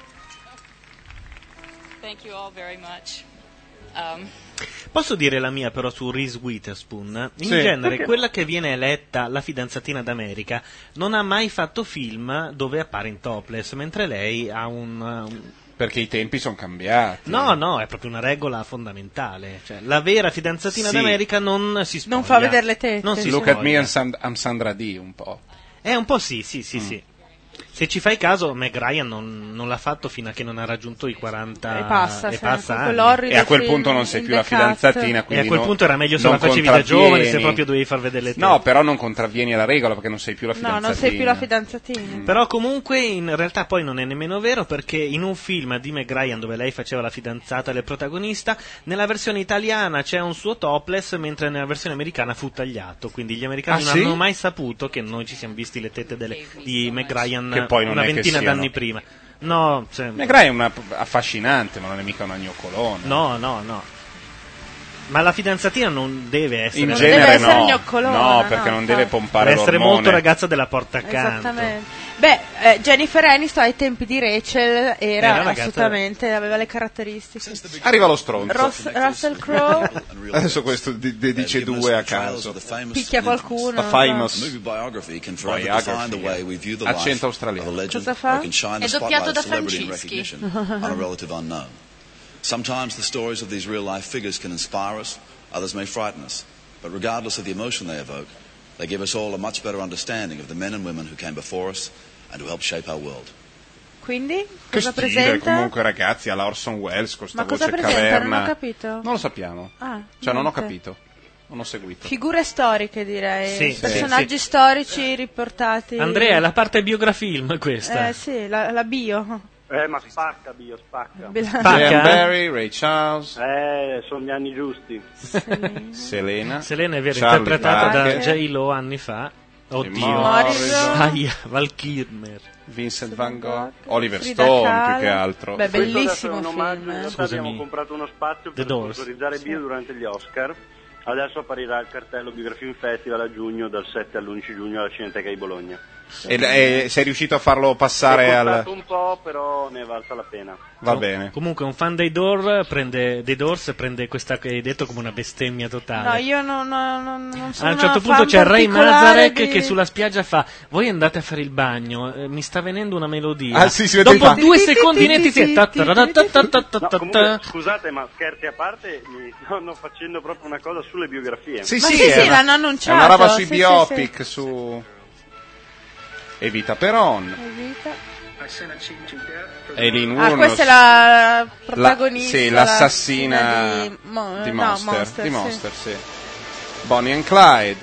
[SPEAKER 27] Thank you all very much. Um,
[SPEAKER 2] Posso dire la mia però su Reese Witherspoon? In
[SPEAKER 5] Sì.
[SPEAKER 2] genere
[SPEAKER 8] Perché?
[SPEAKER 2] quella che viene eletta la fidanzatina d'America non ha mai fatto film dove appare in topless, mentre lei ha un... un-
[SPEAKER 5] Perché i tempi sono cambiati.
[SPEAKER 2] No, no, è proprio una regola fondamentale. Cioè, la vera fidanzatina
[SPEAKER 5] Sì.
[SPEAKER 2] d'America non si spoglia.
[SPEAKER 4] Non fa vedere le tette.
[SPEAKER 2] Non si
[SPEAKER 5] Look at
[SPEAKER 2] spoglia.
[SPEAKER 5] me and Sam- I'm Sandra D un po'.
[SPEAKER 2] È un po' sì, sì, sì,
[SPEAKER 5] Mm.
[SPEAKER 2] sì. Se ci fai caso, Meg Ryan non, non l'ha fatto fino a che non ha raggiunto i quaranta
[SPEAKER 4] E passa,
[SPEAKER 2] e
[SPEAKER 4] sì,
[SPEAKER 2] passa
[SPEAKER 4] con
[SPEAKER 2] anni.
[SPEAKER 4] quell'orrido
[SPEAKER 5] E a quel
[SPEAKER 4] film
[SPEAKER 5] punto non sei
[SPEAKER 4] in
[SPEAKER 5] più la
[SPEAKER 4] The Cut.
[SPEAKER 5] fidanzatina,
[SPEAKER 2] E a
[SPEAKER 5] quindi
[SPEAKER 2] quel
[SPEAKER 5] no-
[SPEAKER 2] punto era meglio se
[SPEAKER 5] non
[SPEAKER 2] la facevi da giovane, se
[SPEAKER 5] contravvieni.
[SPEAKER 2] proprio dovevi far vedere le tette.
[SPEAKER 5] No, però non contravvieni alla regola perché non sei più la
[SPEAKER 4] No,
[SPEAKER 5] fidanzatina.
[SPEAKER 4] non sei più la fidanzatina.
[SPEAKER 2] Però comunque in realtà poi non è nemmeno vero, perché in un film di Meg Ryan dove lei faceva la fidanzata del protagonista, nella versione italiana c'è un suo topless, mentre nella versione americana fu tagliato, quindi gli americani
[SPEAKER 5] Ah,
[SPEAKER 2] non
[SPEAKER 5] sì?
[SPEAKER 2] hanno mai saputo che noi ci siamo visti le tette delle- di Meg Ryan
[SPEAKER 5] Che poi non
[SPEAKER 2] una
[SPEAKER 5] è che
[SPEAKER 2] ventina
[SPEAKER 5] siano-
[SPEAKER 2] d'anni prima. No, cioè,
[SPEAKER 5] Meg Ryan è una affascinante, ma non è mica una gnoccolona.
[SPEAKER 2] no, no, no. Ma la fidanzatina non deve essere
[SPEAKER 5] In
[SPEAKER 4] Non
[SPEAKER 5] genere
[SPEAKER 4] deve essere
[SPEAKER 5] no.
[SPEAKER 4] gnoccolona,
[SPEAKER 5] No,
[SPEAKER 4] no,
[SPEAKER 5] perché non
[SPEAKER 4] infatti.
[SPEAKER 5] deve pompare
[SPEAKER 2] deve essere
[SPEAKER 5] l'ormone.
[SPEAKER 2] molto ragazza della porta accanto.
[SPEAKER 4] Esattamente. Beh, eh, Jennifer Aniston ai tempi di Rachel era,
[SPEAKER 2] Era ragazza-
[SPEAKER 4] assolutamente, aveva le caratteristiche.
[SPEAKER 5] Arriva lo stronzo.
[SPEAKER 4] Ross- Russell Crowe
[SPEAKER 5] Adesso questo di- ne dice due a caso.
[SPEAKER 4] picchia qualcuno.
[SPEAKER 5] La famous
[SPEAKER 6] A movie biography can forever
[SPEAKER 5] biography,
[SPEAKER 6] define the way we view the
[SPEAKER 5] accento
[SPEAKER 6] life
[SPEAKER 5] australiano.
[SPEAKER 6] of a legend
[SPEAKER 4] Cosa fa?
[SPEAKER 6] or can shine the
[SPEAKER 3] È doppiato
[SPEAKER 6] spotlight
[SPEAKER 3] da
[SPEAKER 6] of celebrity and
[SPEAKER 3] Francischi.
[SPEAKER 6] recognition on a relative unknown. Sometimes the stories of these real life figures can inspire us, others may frighten us. But regardless of the emotion they evoke, they give us all a much better understanding of the men and women who came before us and who helped shape our world.
[SPEAKER 4] Quindi,
[SPEAKER 5] Che
[SPEAKER 4] cosa
[SPEAKER 5] stile,
[SPEAKER 4] presenta?
[SPEAKER 5] comunque ragazzi, alla Orson Welles con sta
[SPEAKER 4] Ma cosa
[SPEAKER 5] voce
[SPEAKER 4] presenta?
[SPEAKER 5] caverna.
[SPEAKER 4] Non ho capito.
[SPEAKER 5] Non lo sappiamo.
[SPEAKER 4] Ah,
[SPEAKER 5] Cioè non ho
[SPEAKER 4] niente.
[SPEAKER 5] capito. Non ho seguito.
[SPEAKER 4] Figure storiche, direi.
[SPEAKER 2] Sì, sì,
[SPEAKER 4] Personaggi
[SPEAKER 2] sì.
[SPEAKER 4] storici riportati.
[SPEAKER 2] Andrea, è la parte biografilm questa.
[SPEAKER 4] Eh sì, la, la bio.
[SPEAKER 8] Eh, ma spacca, Bio, spacca.
[SPEAKER 2] Spacca?
[SPEAKER 5] Diane Barry, Ray Charles,
[SPEAKER 8] Eh, sono gli anni giusti.
[SPEAKER 5] Selena.
[SPEAKER 2] Selena è vero,
[SPEAKER 5] Charlie
[SPEAKER 2] interpretata da
[SPEAKER 5] Parker,
[SPEAKER 2] J-Lo anni fa. Oddio.
[SPEAKER 5] Morrison.
[SPEAKER 2] Aia, Val Kilmer.
[SPEAKER 5] Vincent Van Gogh, Oliver
[SPEAKER 4] Frida
[SPEAKER 5] Stone
[SPEAKER 4] Kahlo.
[SPEAKER 5] più che altro.
[SPEAKER 4] Beh,
[SPEAKER 8] Questo adesso
[SPEAKER 4] bellissimo
[SPEAKER 8] è un omaggio,
[SPEAKER 4] film.
[SPEAKER 8] in
[SPEAKER 4] eh.
[SPEAKER 8] realtà
[SPEAKER 2] Scusami.
[SPEAKER 8] abbiamo comprato uno spazio
[SPEAKER 2] The
[SPEAKER 8] per
[SPEAKER 2] Doors.
[SPEAKER 8] sponsorizzare Bio durante gli Oscar. Adesso apparirà il cartello Biography Film Festival a giugno, dal sette all'undici giugno alla Cineteca di Bologna.
[SPEAKER 5] E, e sei riuscito a farlo passare
[SPEAKER 8] È
[SPEAKER 5] al...
[SPEAKER 8] costato un po', però ne è valsa la pena.
[SPEAKER 5] Va
[SPEAKER 2] Com-
[SPEAKER 5] bene.
[SPEAKER 2] Comunque un fan dei, Door prende, dei Doors prende questa che hai detto come una bestemmia totale.
[SPEAKER 4] No, io non, non, non non sono
[SPEAKER 2] A un certo
[SPEAKER 4] una
[SPEAKER 2] punto
[SPEAKER 4] fan
[SPEAKER 2] c'è Ray
[SPEAKER 4] particolare
[SPEAKER 2] Manzarek
[SPEAKER 4] di-
[SPEAKER 2] che sulla spiaggia fa: voi andate a fare il bagno, eh, mi sta venendo una melodia.
[SPEAKER 5] Ah, sì, si vede
[SPEAKER 2] Dopo
[SPEAKER 5] che fa-
[SPEAKER 2] due secondi netti si è ta- ta- ta- ta- ta- ta- ta-
[SPEAKER 8] No,
[SPEAKER 2] ta-
[SPEAKER 8] comunque, scusate, ma scherzi a parte, mi stanno facendo proprio una cosa sulle biografie.
[SPEAKER 5] Sì,
[SPEAKER 4] Ma
[SPEAKER 5] sì,
[SPEAKER 4] sì,
[SPEAKER 5] è
[SPEAKER 4] sì,
[SPEAKER 5] una-
[SPEAKER 4] l'hanno annunciato.
[SPEAKER 5] È una roba sui
[SPEAKER 4] sì,
[SPEAKER 5] biopic,
[SPEAKER 4] sì, sì.
[SPEAKER 5] su Evita Peron,
[SPEAKER 4] Evita.
[SPEAKER 5] Eileen
[SPEAKER 4] Ah,
[SPEAKER 5] Wuornos,
[SPEAKER 4] questa è la protagonista.
[SPEAKER 5] La, sì, l'assassina
[SPEAKER 4] la- di, Mo-
[SPEAKER 5] di
[SPEAKER 4] no,
[SPEAKER 5] Monster,
[SPEAKER 4] Monster,
[SPEAKER 5] di
[SPEAKER 4] sì.
[SPEAKER 5] Monster, sì. Bonnie and Clyde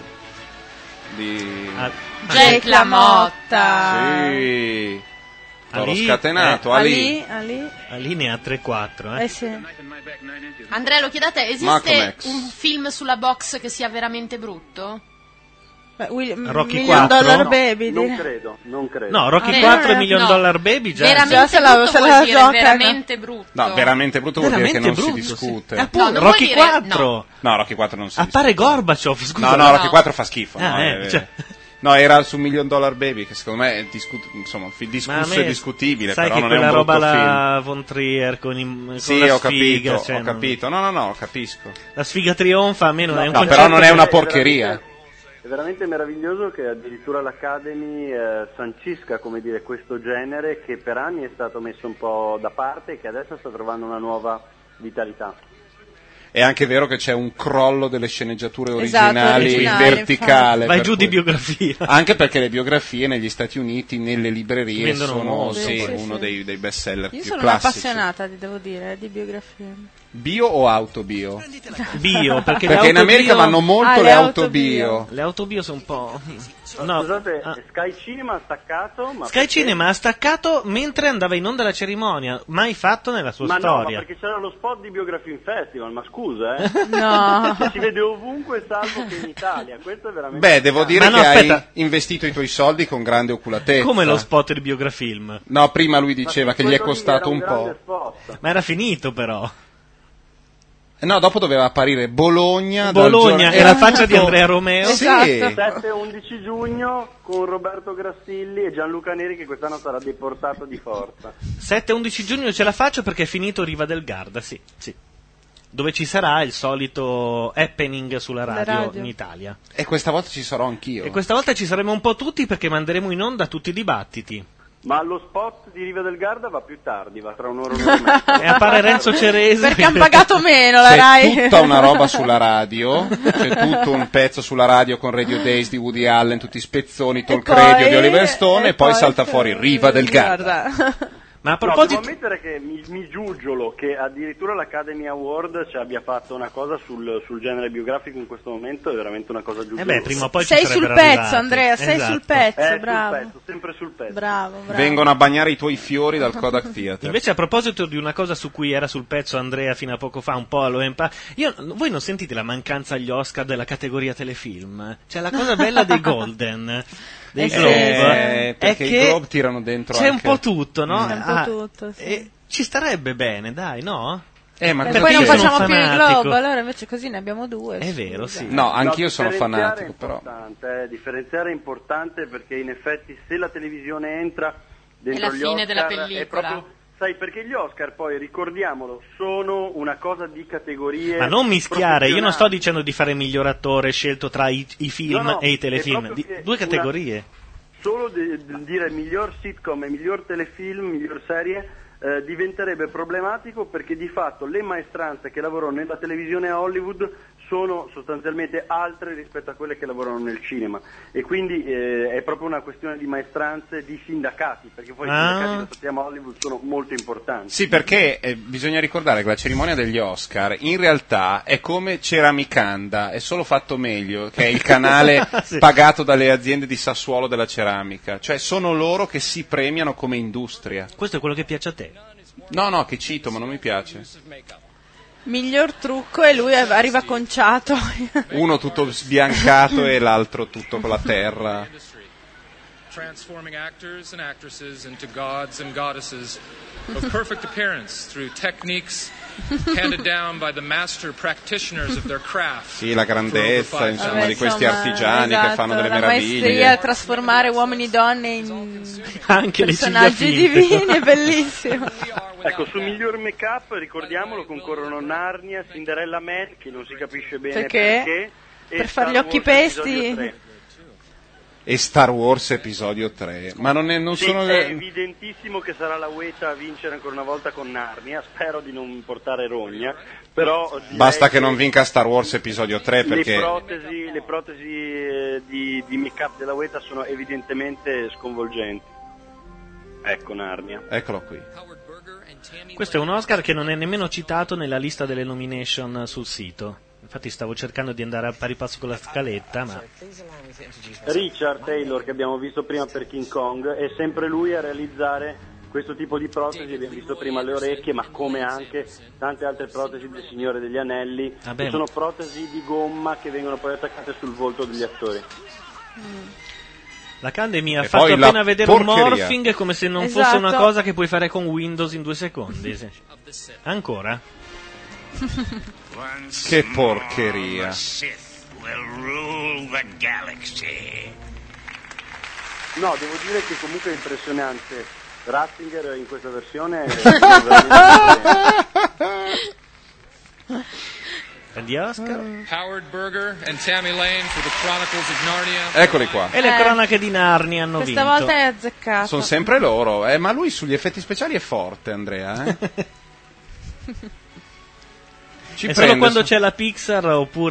[SPEAKER 5] di
[SPEAKER 2] Ah,
[SPEAKER 4] Jake LaMotta.
[SPEAKER 5] Sì. Toro
[SPEAKER 2] Ali-
[SPEAKER 5] scatenato,
[SPEAKER 2] eh,
[SPEAKER 5] Ali.
[SPEAKER 4] Ali, Ali.
[SPEAKER 2] Ali ne ha tre quattro, eh.
[SPEAKER 4] Eh sì.
[SPEAKER 3] Andrea, lo chiedete,
[SPEAKER 5] Malcolm
[SPEAKER 3] esiste
[SPEAKER 5] X.
[SPEAKER 3] un film sulla box che sia veramente brutto?
[SPEAKER 4] Beh, Will-
[SPEAKER 2] Rocky
[SPEAKER 4] Million
[SPEAKER 2] quattro?
[SPEAKER 4] Dollar
[SPEAKER 2] No,
[SPEAKER 4] Baby.
[SPEAKER 8] Non
[SPEAKER 4] di-
[SPEAKER 8] credo, non credo.
[SPEAKER 2] No, Rocky
[SPEAKER 3] Ah,
[SPEAKER 2] quattro e
[SPEAKER 3] no,
[SPEAKER 2] Million
[SPEAKER 3] no.
[SPEAKER 2] Dollar Baby già.
[SPEAKER 3] Veramente
[SPEAKER 4] Già se la-
[SPEAKER 3] brutto
[SPEAKER 4] se
[SPEAKER 3] vuol
[SPEAKER 4] la
[SPEAKER 3] dire
[SPEAKER 4] giocano.
[SPEAKER 3] veramente brutto.
[SPEAKER 5] No, veramente brutto vuol dire che non
[SPEAKER 2] Veramente
[SPEAKER 5] si
[SPEAKER 2] brutto, sì.
[SPEAKER 5] discute.
[SPEAKER 2] Eh, appunto,
[SPEAKER 3] No, non vuol
[SPEAKER 2] Rocky
[SPEAKER 3] dire-
[SPEAKER 2] quattro.
[SPEAKER 5] No, Rocky quattro non si
[SPEAKER 2] Appare
[SPEAKER 5] discute.
[SPEAKER 2] Gorbaciov, scusa.
[SPEAKER 5] No, no,
[SPEAKER 3] No.
[SPEAKER 5] Rocky quattro fa schifo.
[SPEAKER 2] Ah,
[SPEAKER 5] no,
[SPEAKER 2] eh,
[SPEAKER 5] eh,
[SPEAKER 2] cioè-
[SPEAKER 5] No, era su Million Dollar Baby, che secondo me è discu- insomma, un film
[SPEAKER 2] Ma a
[SPEAKER 5] discusso
[SPEAKER 2] me-
[SPEAKER 5] e discutibile,
[SPEAKER 2] sai
[SPEAKER 5] però
[SPEAKER 2] che
[SPEAKER 5] non è un
[SPEAKER 2] quella
[SPEAKER 5] brutto
[SPEAKER 2] roba
[SPEAKER 5] film.
[SPEAKER 2] la Von Trier con, i, con
[SPEAKER 5] Sì,
[SPEAKER 2] la
[SPEAKER 5] ho
[SPEAKER 2] sfiga,
[SPEAKER 5] capito,
[SPEAKER 2] cioè,
[SPEAKER 5] ho
[SPEAKER 2] non-
[SPEAKER 5] capito. No, no, no, capisco.
[SPEAKER 2] La sfiga trionfa, almeno
[SPEAKER 5] No,
[SPEAKER 2] è un
[SPEAKER 5] no,
[SPEAKER 2] concetto
[SPEAKER 5] però non è
[SPEAKER 2] che-
[SPEAKER 5] una porcheria.
[SPEAKER 8] È veramente meraviglioso che addirittura l'Academy eh, sancisca, come dire, questo genere che per anni è stato messo un po' da parte e che adesso sta trovando una nuova vitalità.
[SPEAKER 5] È anche vero che c'è un crollo delle sceneggiature
[SPEAKER 8] Esatto,
[SPEAKER 5] originali,
[SPEAKER 8] originali,
[SPEAKER 5] verticale.
[SPEAKER 2] infatti. Vai
[SPEAKER 5] per
[SPEAKER 2] giù di
[SPEAKER 5] cui-
[SPEAKER 2] biografia.
[SPEAKER 5] Anche perché le biografie negli Stati Uniti, nelle librerie,
[SPEAKER 2] Vendono
[SPEAKER 5] sono
[SPEAKER 2] molto.
[SPEAKER 5] sì,
[SPEAKER 4] Sì,
[SPEAKER 5] uno
[SPEAKER 4] sì.
[SPEAKER 5] dei, dei best seller
[SPEAKER 4] Io
[SPEAKER 5] più
[SPEAKER 4] sono
[SPEAKER 5] classici.
[SPEAKER 4] un'appassionata, ti devo dire, di biografie.
[SPEAKER 5] Bio o autobio?
[SPEAKER 2] Bio, perché,
[SPEAKER 5] Perché
[SPEAKER 2] le
[SPEAKER 5] in America
[SPEAKER 2] autobio-
[SPEAKER 5] vanno molto
[SPEAKER 4] Ah,
[SPEAKER 5] le
[SPEAKER 4] le
[SPEAKER 5] autobio.
[SPEAKER 4] autobio.
[SPEAKER 2] Le autobio sono un po'... No,
[SPEAKER 8] Scusate, Sky Cinema ha staccato, ma
[SPEAKER 2] Sky
[SPEAKER 8] perché-
[SPEAKER 2] Cinema ha staccato mentre andava in onda la cerimonia, mai fatto nella sua
[SPEAKER 8] Ma no, ma
[SPEAKER 2] storia.
[SPEAKER 8] perché c'era lo spot di Biography in Festival, ma scusa, eh?
[SPEAKER 4] No.
[SPEAKER 8] Si vede ovunque salvo che in Italia, questo è veramente...
[SPEAKER 5] Beh, devo dire
[SPEAKER 2] Ma no,
[SPEAKER 5] che
[SPEAKER 2] aspetta.
[SPEAKER 5] hai investito i tuoi soldi con grande oculatezza.
[SPEAKER 2] Come lo spot di Biografilm.
[SPEAKER 5] No, prima lui diceva che gli è
[SPEAKER 8] quello lì
[SPEAKER 5] costato
[SPEAKER 8] era
[SPEAKER 5] un
[SPEAKER 8] un
[SPEAKER 5] po'.
[SPEAKER 8] grande spot.
[SPEAKER 2] Ma era finito però.
[SPEAKER 5] No, dopo doveva apparire Bologna. dal
[SPEAKER 2] Bologna
[SPEAKER 5] giorno-
[SPEAKER 2] e la faccia di Andrea Romeo.
[SPEAKER 5] Sì.
[SPEAKER 8] sette undici giugno con Roberto Grassilli e Gianluca Neri che quest'anno sarà deportato di forza.
[SPEAKER 2] sette undici giugno ce la faccio perché è finito Riva del Garda, sì, sì. Dove ci sarà il solito happening sulla radio,
[SPEAKER 4] radio.
[SPEAKER 2] in Italia.
[SPEAKER 5] E questa volta ci sarò anch'io.
[SPEAKER 2] E questa volta ci saremo un po' tutti perché manderemo in onda tutti i dibattiti.
[SPEAKER 8] Ma lo spot di Riva del Garda va più tardi, va tra un'ora e un'ora e mezza.
[SPEAKER 2] E appare Renzo Ceresi.
[SPEAKER 4] Perché hanno pagato meno la
[SPEAKER 5] C'è
[SPEAKER 4] Rai.
[SPEAKER 5] tutta una roba sulla radio, c'è tutto un pezzo sulla radio con Radio Days di Woody Allen, tutti spezzoni, Talk
[SPEAKER 4] poi-
[SPEAKER 5] Radio di Oliver Stone e,
[SPEAKER 4] e
[SPEAKER 5] poi,
[SPEAKER 4] poi
[SPEAKER 5] salta
[SPEAKER 4] c'è-
[SPEAKER 5] fuori Riva del Garda.
[SPEAKER 2] Ma a
[SPEAKER 8] No,
[SPEAKER 2] proposito...
[SPEAKER 8] devo ammettere che mi, mi giugiolo che addirittura l'Academy Award ci abbia fatto una cosa sul, sul genere biografico in questo momento, è veramente una cosa giugiolosa.
[SPEAKER 2] Eh beh, prima o poi ci
[SPEAKER 4] Sei sul
[SPEAKER 2] sarebbero
[SPEAKER 4] pezzo,
[SPEAKER 2] arrivati.
[SPEAKER 4] Andrea, sei
[SPEAKER 2] Esatto.
[SPEAKER 4] sul pezzo,
[SPEAKER 8] Eh, sul
[SPEAKER 4] bravo.
[SPEAKER 8] pezzo, sempre sul pezzo.
[SPEAKER 4] Bravo, bravo.
[SPEAKER 5] Vengono a bagnare i tuoi fiori dal Kodak Theater.
[SPEAKER 2] Invece a proposito di una cosa su cui era sul pezzo Andrea fino a poco fa, un po' allo empa, io, voi non sentite la mancanza agli Oscar della categoria telefilm? Cioè la cosa bella dei Golden, dei
[SPEAKER 4] Eh sì,
[SPEAKER 2] Globe,
[SPEAKER 5] Eh,
[SPEAKER 2] è
[SPEAKER 5] perché i
[SPEAKER 2] che
[SPEAKER 5] Globe tirano dentro
[SPEAKER 2] c'è un
[SPEAKER 5] anche-
[SPEAKER 2] po' tutto, no?
[SPEAKER 4] C'è un po'
[SPEAKER 2] Ah,
[SPEAKER 4] tutto, sì.
[SPEAKER 2] e ci starebbe bene, dai, no?
[SPEAKER 5] Eh, ma
[SPEAKER 4] E
[SPEAKER 5] cosa
[SPEAKER 4] poi non
[SPEAKER 2] io
[SPEAKER 5] c'è?
[SPEAKER 2] sono
[SPEAKER 4] facciamo più il
[SPEAKER 2] fanatico.
[SPEAKER 4] globo, allora invece così ne abbiamo due.
[SPEAKER 2] È vero, sì.
[SPEAKER 5] No, anch'io
[SPEAKER 8] No,
[SPEAKER 5] sono
[SPEAKER 8] differenziare
[SPEAKER 5] fanatico,
[SPEAKER 8] è
[SPEAKER 5] però.
[SPEAKER 8] importante, eh, differenziare è importante perché in effetti se la televisione entra dentro
[SPEAKER 3] È la
[SPEAKER 8] gli
[SPEAKER 3] fine
[SPEAKER 8] Oscar
[SPEAKER 3] della
[SPEAKER 8] è
[SPEAKER 3] pellicola.
[SPEAKER 8] proprio, sai, perché gli Oscar poi, ricordiamolo, sono una cosa di categorie
[SPEAKER 2] Ma non mischiare, io non sto
[SPEAKER 8] professionali.
[SPEAKER 2] dicendo di fare miglior attore scelto tra i, i film
[SPEAKER 8] No, no,
[SPEAKER 2] e i
[SPEAKER 8] è
[SPEAKER 2] telefilm,
[SPEAKER 8] proprio
[SPEAKER 2] di-
[SPEAKER 8] che
[SPEAKER 2] due
[SPEAKER 8] una-
[SPEAKER 2] categorie.
[SPEAKER 8] Solo di, di dire miglior sitcom e miglior telefilm, miglior serie eh, diventerebbe problematico perché di fatto le maestranze che lavorano nella televisione a Hollywood sono sostanzialmente altre rispetto a quelle che lavorano nel cinema e quindi eh, è proprio una questione di maestranze, di sindacati, perché poi
[SPEAKER 2] Ah.
[SPEAKER 8] i sindacati, lo sappiamo, a Hollywood sono molto importanti.
[SPEAKER 5] Sì, perché eh, bisogna ricordare che la cerimonia degli Oscar in realtà è come Ceramicanda, è solo fatto meglio, che è il canale
[SPEAKER 2] Sì.
[SPEAKER 5] pagato dalle aziende di Sassuolo della ceramica. Cioè sono loro che si premiano come industria.
[SPEAKER 2] Questo è quello che piace a te.
[SPEAKER 5] No, no, che cito, ma non mi piace.
[SPEAKER 4] Miglior trucco e lui arriva conciato.
[SPEAKER 5] Uno tutto sbiancato e l'altro tutto con la terra.
[SPEAKER 11] Transforming actors and actresses into gods and goddesses of perfect appearance through techniques handed down by the master practitioners of their craft.
[SPEAKER 5] Sì, la grandezza,
[SPEAKER 11] for over
[SPEAKER 5] insomma,
[SPEAKER 4] Vabbè,
[SPEAKER 5] di questi
[SPEAKER 4] insomma,
[SPEAKER 5] artigiani
[SPEAKER 4] esatto,
[SPEAKER 5] che fanno delle
[SPEAKER 4] la maestria
[SPEAKER 5] meraviglie.
[SPEAKER 4] a trasformare uomini e donne in
[SPEAKER 2] Anche le
[SPEAKER 4] personaggi
[SPEAKER 2] ciglia finte.
[SPEAKER 4] divini, è bellissimo.
[SPEAKER 8] Ecco, su miglior make-up, ricordiamolo, concorrono Narnia, Cinderella Man, che non si capisce bene
[SPEAKER 4] Perché?
[SPEAKER 8] perché, e
[SPEAKER 4] Per fare
[SPEAKER 8] Star
[SPEAKER 4] gli occhi
[SPEAKER 8] Wars episodio
[SPEAKER 4] pesti?
[SPEAKER 8] tre.
[SPEAKER 5] E Star Wars episodio tre. Ma non, è, non
[SPEAKER 8] Sì,
[SPEAKER 5] sono...
[SPEAKER 8] è evidentissimo che sarà la UEFA a vincere ancora una volta con Narnia, spero di non portare rogna, però direi
[SPEAKER 5] Basta che non vinca Star Wars episodio tre perché...
[SPEAKER 8] le protesi, le protesi eh, di, di make-up della UEFA sono evidentemente sconvolgenti. Ecco Narnia.
[SPEAKER 5] Eccolo qui.
[SPEAKER 2] Questo è un Oscar che non è nemmeno citato nella lista delle nomination sul sito. Infatti stavo cercando di andare a pari passo con la scaletta, ma...
[SPEAKER 8] Richard Taylor, che abbiamo visto prima per King Kong, è sempre lui a realizzare questo tipo di protesi. Abbiamo visto prima le orecchie, ma come anche tante altre protesi del Signore degli Anelli,
[SPEAKER 2] Ah, beh.
[SPEAKER 8] che sono protesi di gomma che vengono poi attaccate sul volto degli attori.
[SPEAKER 2] L'Academy ha
[SPEAKER 5] E
[SPEAKER 2] fatto
[SPEAKER 5] poi la
[SPEAKER 2] appena vedere un
[SPEAKER 5] porcheria.
[SPEAKER 2] morphing come se non
[SPEAKER 4] Esatto.
[SPEAKER 2] fosse una cosa che puoi fare con Windows in due secondi. Sì. Ancora?
[SPEAKER 5] Che porcheria.
[SPEAKER 18] Sith will rule the galaxy.
[SPEAKER 8] No, devo dire che comunque è impressionante. Ratzinger in questa versione è veramente...
[SPEAKER 2] Gli Oscar.
[SPEAKER 11] Howard Berger and Tammy Lane for The Chronicles of Narnia.
[SPEAKER 5] Eccoli qua.
[SPEAKER 2] E le
[SPEAKER 4] Eh.
[SPEAKER 2] cronache di Narnia hanno
[SPEAKER 4] Questa
[SPEAKER 2] vinto.
[SPEAKER 4] volta è azzeccato.
[SPEAKER 5] Sono sempre loro, eh, ma lui sugli effetti speciali è forte, Andrea. Eh? Ci
[SPEAKER 2] è
[SPEAKER 5] prende
[SPEAKER 2] solo quando
[SPEAKER 5] su-
[SPEAKER 2] c'è la Pixar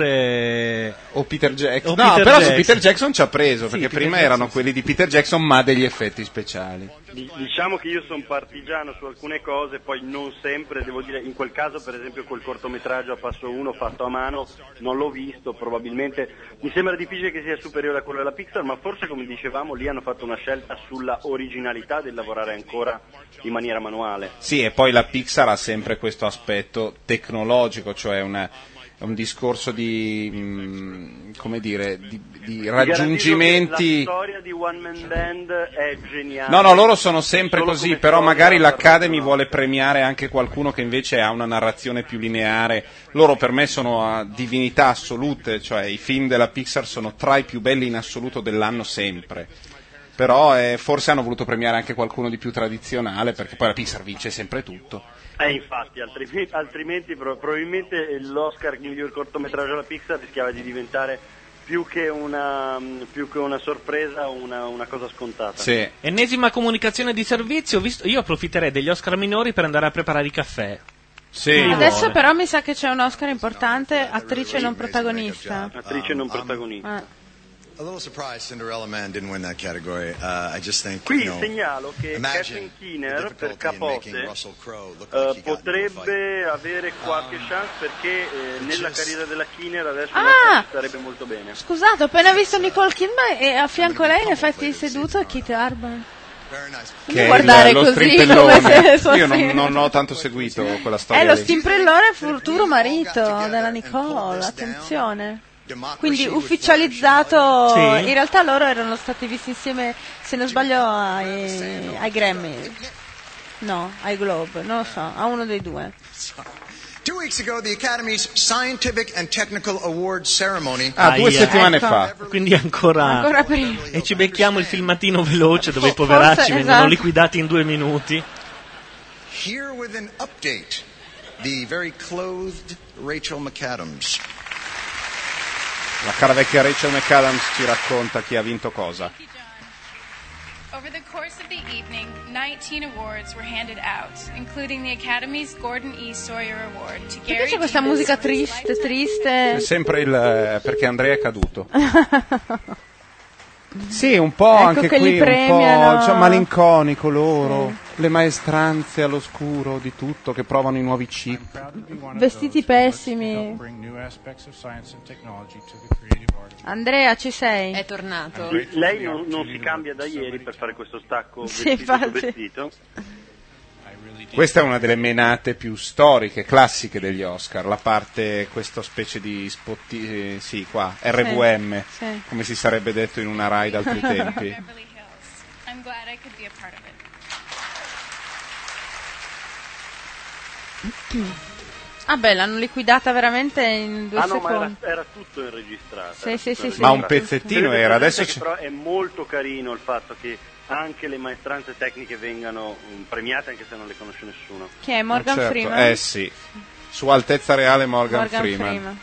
[SPEAKER 2] oppure
[SPEAKER 5] o Peter Jackson.
[SPEAKER 2] o
[SPEAKER 5] No,
[SPEAKER 2] Peter
[SPEAKER 5] però
[SPEAKER 2] Jackson.
[SPEAKER 5] su Peter Jackson ci ha preso,
[SPEAKER 2] Sì,
[SPEAKER 5] perché
[SPEAKER 2] Peter
[SPEAKER 5] prima
[SPEAKER 2] Jackson,
[SPEAKER 5] erano
[SPEAKER 2] sì.
[SPEAKER 5] quelli di Peter Jackson, ma degli effetti speciali.
[SPEAKER 8] Di- Diciamo che io sono partigiano su alcune cose, poi non sempre, devo dire, in quel caso per esempio quel cortometraggio a passo uno fatto a mano non l'ho visto, probabilmente mi sembra difficile che sia superiore a quello della Pixar, ma forse come dicevamo lì hanno fatto una scelta sulla originalità del lavorare ancora in maniera manuale.
[SPEAKER 5] Sì, e poi la Pixar ha sempre questo aspetto tecnologico, cioè una, un discorso di, mh, come dire, di, di raggiungimenti.
[SPEAKER 8] La storia di One Man Band è geniale.
[SPEAKER 5] No, no, loro sono sempre
[SPEAKER 8] Solo
[SPEAKER 5] così,
[SPEAKER 8] come
[SPEAKER 5] però
[SPEAKER 8] storia
[SPEAKER 5] magari l'Academy
[SPEAKER 8] parlano.
[SPEAKER 5] vuole premiare anche qualcuno che invece ha una narrazione più lineare. Loro per me sono a divinità assolute, cioè i film della Pixar sono tra i più belli in assoluto dell'anno sempre. Però eh, forse hanno voluto premiare anche qualcuno di più tradizionale, perché poi la Pixar vince sempre tutto.
[SPEAKER 8] Eh, infatti, altrimenti, altrimenti pro- probabilmente l'Oscar miglior cortometraggio alla Pixar rischiava di diventare più che una, più che una sorpresa, una, una cosa scontata.
[SPEAKER 5] Sì.
[SPEAKER 2] Ennesima comunicazione di servizio, visto, io approfitterei degli Oscar minori per andare a preparare i caffè.
[SPEAKER 5] Sì.
[SPEAKER 4] Adesso però mi sa che c'è un Oscar importante, attrice non protagonista.
[SPEAKER 8] Attrice non protagonista.
[SPEAKER 4] Eh.
[SPEAKER 9] A little surprised Cinderella Man didn't win that category. Uh, I just think,
[SPEAKER 8] Qui
[SPEAKER 9] you know,
[SPEAKER 8] segnalo che
[SPEAKER 9] imagine
[SPEAKER 8] Kathleen Keener
[SPEAKER 9] the
[SPEAKER 8] per
[SPEAKER 9] difficulty in making
[SPEAKER 8] Capote
[SPEAKER 9] Russell Crowe look
[SPEAKER 8] eh,
[SPEAKER 9] like he got into a
[SPEAKER 8] potrebbe avere qualche chance perché eh, nella
[SPEAKER 9] just-
[SPEAKER 8] carriera della Keener adesso
[SPEAKER 4] Ah!
[SPEAKER 8] in realtà ci starebbe molto bene.
[SPEAKER 4] Scusate, ho appena visto Nicole Kidman e a fianco a lei in effetti seduto è Kit Harbour.
[SPEAKER 5] Che è
[SPEAKER 4] guardare
[SPEAKER 5] il- lo
[SPEAKER 4] così
[SPEAKER 5] strimpellone.
[SPEAKER 4] come se fosse-
[SPEAKER 5] Io non, non ho tanto seguito quella storia
[SPEAKER 4] È lo
[SPEAKER 5] lì.
[SPEAKER 4] stimprellone futuro marito della Nicole, attenzione. Quindi ufficializzato,
[SPEAKER 5] Sì.
[SPEAKER 4] in realtà loro erano stati visti insieme, se non sbaglio, ai, ai Grammy. No, ai Globe, non lo so, a uno dei due.
[SPEAKER 9] Two weeks ago, the Academy's Scientific and Technical Awards ceremony.
[SPEAKER 5] Ah, due
[SPEAKER 2] Aia.
[SPEAKER 5] settimane
[SPEAKER 4] Ecco.
[SPEAKER 5] fa.
[SPEAKER 2] Quindi ancora,
[SPEAKER 4] Ancora prima.
[SPEAKER 2] e ci becchiamo il filmatino veloce dove i poveracci
[SPEAKER 4] Forse,
[SPEAKER 2] vengono
[SPEAKER 4] esatto.
[SPEAKER 2] liquidati in due minuti.
[SPEAKER 9] Here with an update, the very clothed Rachel McAdams.
[SPEAKER 5] La cara vecchia Rachel McAdams ci racconta chi ha vinto cosa.
[SPEAKER 25] Over the course of the evening, nineteen awards were handed out, including the Academy's Gordon E. Sawyer Award to
[SPEAKER 4] Perché
[SPEAKER 25] Gary
[SPEAKER 4] c'è questa
[SPEAKER 25] Davis
[SPEAKER 4] musica
[SPEAKER 25] for his
[SPEAKER 4] triste,
[SPEAKER 25] life-
[SPEAKER 4] triste?
[SPEAKER 5] È sempre il eh, perché Andrea è caduto. Sì, un po'
[SPEAKER 4] Ecco
[SPEAKER 5] anche
[SPEAKER 4] che
[SPEAKER 5] qui,
[SPEAKER 4] li
[SPEAKER 5] un
[SPEAKER 4] premiano.
[SPEAKER 5] po' cioè, malinconico loro, le maestranze all'oscuro di tutto che provano i nuovi chip.
[SPEAKER 4] Vestiti pessimi. Andrea, ci sei?
[SPEAKER 3] È tornato.
[SPEAKER 8] Sì, lei non, non si cambia da ieri per fare questo stacco
[SPEAKER 4] Sì,
[SPEAKER 8] vestito su
[SPEAKER 4] infatti.
[SPEAKER 8] vestito.
[SPEAKER 5] Questa è una delle menate più storiche, classiche degli Oscar, la parte, questa specie di spotti, eh, sì, qua, R V M,
[SPEAKER 4] sì.
[SPEAKER 5] come si sarebbe detto in una Rai d'altri tempi.
[SPEAKER 25] Beverly Hills. I'm glad I could be a part of it.
[SPEAKER 4] Ah beh, l'hanno liquidata veramente in due
[SPEAKER 8] Ah no, ma era,
[SPEAKER 4] secondi.
[SPEAKER 8] era tutto inregistrato.
[SPEAKER 4] Sì,
[SPEAKER 8] era
[SPEAKER 4] sì,
[SPEAKER 8] tutto
[SPEAKER 4] sì, sì.
[SPEAKER 5] Ma un
[SPEAKER 8] inregistrato.
[SPEAKER 5] pezzettino
[SPEAKER 8] Tenete
[SPEAKER 5] era,
[SPEAKER 8] presente
[SPEAKER 5] adesso
[SPEAKER 8] che
[SPEAKER 5] c'è-
[SPEAKER 8] però è molto carino il fatto che anche le maestranze tecniche vengano mm, premiate anche se non le conosce nessuno.
[SPEAKER 4] Chi è? Morgan
[SPEAKER 5] Certo,
[SPEAKER 4] Freeman?
[SPEAKER 5] eh sì, su Altezza Reale Morgan,
[SPEAKER 4] Morgan
[SPEAKER 5] Freeman.
[SPEAKER 4] Freeman.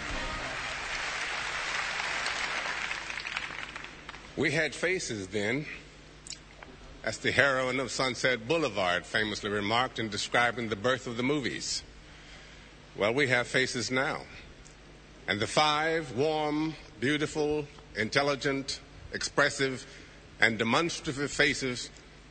[SPEAKER 12] We had faces then, as the heroine of Sunset Boulevard famously remarked in describing the birth of the movies. Well, we have faces now. And the five warm, beautiful, intelligent, expressive, and demonstrative faces,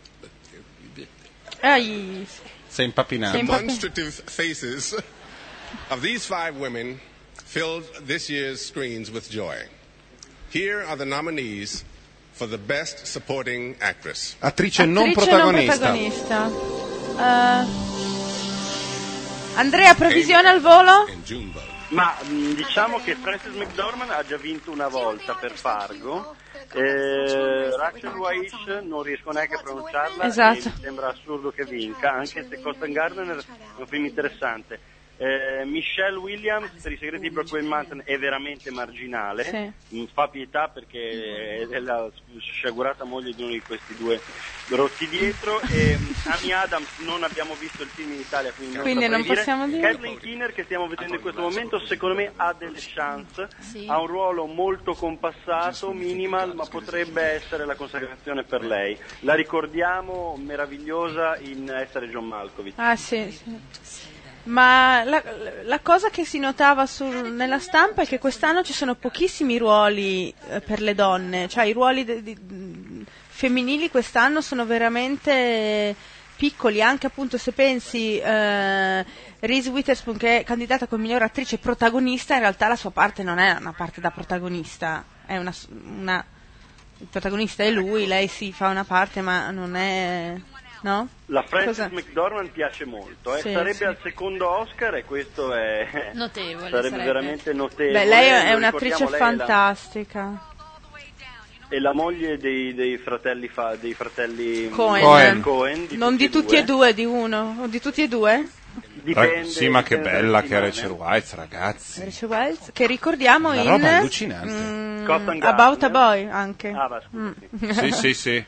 [SPEAKER 4] Ai.
[SPEAKER 5] Sei impappinato.
[SPEAKER 12] demonstrative faces of these five women filled this year's screens with joy. Here are the nominees for the Best Supporting Actress.
[SPEAKER 5] Attrice non
[SPEAKER 4] Attrice
[SPEAKER 5] protagonista.
[SPEAKER 4] non protagonista. Eh, Andrea, previsione al volo?
[SPEAKER 8] Ma mh, diciamo che Frances McDormand ha già vinto una volta per Fargo. Eh, Rachel Weisz non riesco neanche a pronunciarla
[SPEAKER 4] Esatto.
[SPEAKER 8] e mi sembra assurdo che vinca, anche se Costa Gardner è un film interessante. Eh, Michelle Williams per I segreti di Brokeback Mountain è veramente marginale,
[SPEAKER 4] Sì.
[SPEAKER 8] mi fa pietà perché è la sciagurata moglie di uno di questi due rotti dietro. E Amy Adams non abbiamo visto il film in Italia, quindi non,
[SPEAKER 4] Quindi non
[SPEAKER 8] saprei
[SPEAKER 4] possiamo dire.
[SPEAKER 8] Kathleen Keener, che stiamo vedendo in questo momento, secondo me ha delle chance,
[SPEAKER 3] Sì.
[SPEAKER 8] ha un ruolo molto compassato, minimal, ma potrebbe essere la consacrazione per lei. La ricordiamo meravigliosa in Essere John Malkovich.
[SPEAKER 4] Ah sì, sì. Ma la, la cosa che si notava sul, nella stampa è che quest'anno ci sono pochissimi ruoli eh, per le donne, cioè i ruoli de, di, femminili quest'anno sono veramente piccoli, anche appunto se pensi eh, Reese Witherspoon, che è candidata come miglior attrice protagonista, in realtà la sua parte non è una parte da protagonista, è una, una il protagonista è lui, lei sì fa una parte ma non è... No?
[SPEAKER 8] La Frances
[SPEAKER 4] Cosa?
[SPEAKER 8] McDormand piace molto, eh.
[SPEAKER 4] Sì,
[SPEAKER 8] sarebbe
[SPEAKER 4] sì.
[SPEAKER 8] al secondo Oscar e questo è
[SPEAKER 3] Notevole,
[SPEAKER 8] sarebbe,
[SPEAKER 3] sarebbe.
[SPEAKER 8] veramente notevole.
[SPEAKER 4] Beh, lei è
[SPEAKER 8] Lo
[SPEAKER 4] un'attrice
[SPEAKER 8] ricordiamo, lei è la-
[SPEAKER 4] fantastica.
[SPEAKER 8] È la moglie dei, dei fratelli fa, dei fratelli
[SPEAKER 4] Cohen.
[SPEAKER 5] Cohen.
[SPEAKER 8] Cohen, di
[SPEAKER 4] Non di tutti e due, di uno, o di tutti e due?
[SPEAKER 8] Dipende,
[SPEAKER 5] Ra- sì, ma che
[SPEAKER 8] dipende
[SPEAKER 5] bella
[SPEAKER 8] dalle
[SPEAKER 5] che è
[SPEAKER 8] settimane.
[SPEAKER 5] Rachel Weisz, ragazzi.
[SPEAKER 4] Rachel Weisz, che ricordiamo
[SPEAKER 5] Una
[SPEAKER 4] in
[SPEAKER 5] roba allucinante.
[SPEAKER 4] mm,
[SPEAKER 8] Cost and
[SPEAKER 4] About a
[SPEAKER 8] Garden.
[SPEAKER 4] Boy anche.
[SPEAKER 8] Ah, va, scusa,
[SPEAKER 4] Mm.
[SPEAKER 5] Sì, sì, sì.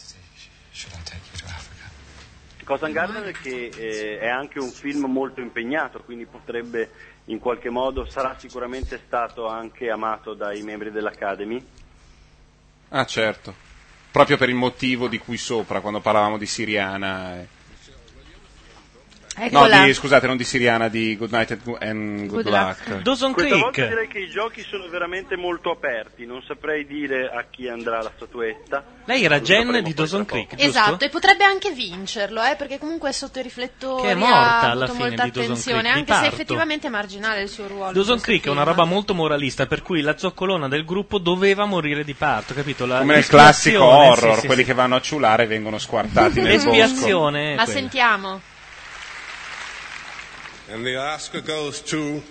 [SPEAKER 8] Cotton Garden, che eh, è anche un film molto impegnato, quindi potrebbe in qualche modo, sarà sicuramente stato anche amato dai membri dell'Academy.
[SPEAKER 5] Ah, certo. Proprio per il motivo di cui sopra, quando parlavamo di Siriana. eh. No,
[SPEAKER 4] Eccola.
[SPEAKER 5] di, scusate, non di Siriana, di Good Night and Good, and Good
[SPEAKER 4] Good
[SPEAKER 5] Luck.
[SPEAKER 4] Luck.
[SPEAKER 2] Dawson
[SPEAKER 8] Questa volta
[SPEAKER 2] Creek.
[SPEAKER 8] direi che i giochi sono veramente molto aperti, non saprei dire a chi andrà la statuetta.
[SPEAKER 2] Lei era
[SPEAKER 8] Lo
[SPEAKER 2] Jen
[SPEAKER 8] sapremo
[SPEAKER 2] di
[SPEAKER 8] poi
[SPEAKER 2] Dawson
[SPEAKER 8] tra poco.
[SPEAKER 2] Creek, giusto?
[SPEAKER 3] Esatto, e potrebbe anche vincerlo, eh, perché comunque è sotto i riflettori,
[SPEAKER 2] Che è morta
[SPEAKER 3] ha
[SPEAKER 2] alla
[SPEAKER 3] avuto
[SPEAKER 2] fine
[SPEAKER 3] molta
[SPEAKER 2] di Dawson
[SPEAKER 3] attenzione,
[SPEAKER 2] Creek, di
[SPEAKER 3] anche se
[SPEAKER 2] parto.
[SPEAKER 3] effettivamente è marginale il suo ruolo. in
[SPEAKER 2] Dawson
[SPEAKER 3] questo
[SPEAKER 2] Creek è una
[SPEAKER 3] film.
[SPEAKER 2] roba molto moralista, per cui la zoccolona del gruppo doveva morire di parto, capito? La,
[SPEAKER 5] Come nel classico
[SPEAKER 2] l'espiazione,
[SPEAKER 5] horror,
[SPEAKER 2] sì, sì,
[SPEAKER 5] quelli
[SPEAKER 2] sì.
[SPEAKER 5] che vanno a ciulare e vengono squartati nel bosco.
[SPEAKER 2] L'espiazione è
[SPEAKER 3] Ma
[SPEAKER 2] quella.
[SPEAKER 3] sentiamo.
[SPEAKER 12] And the Oscar goes to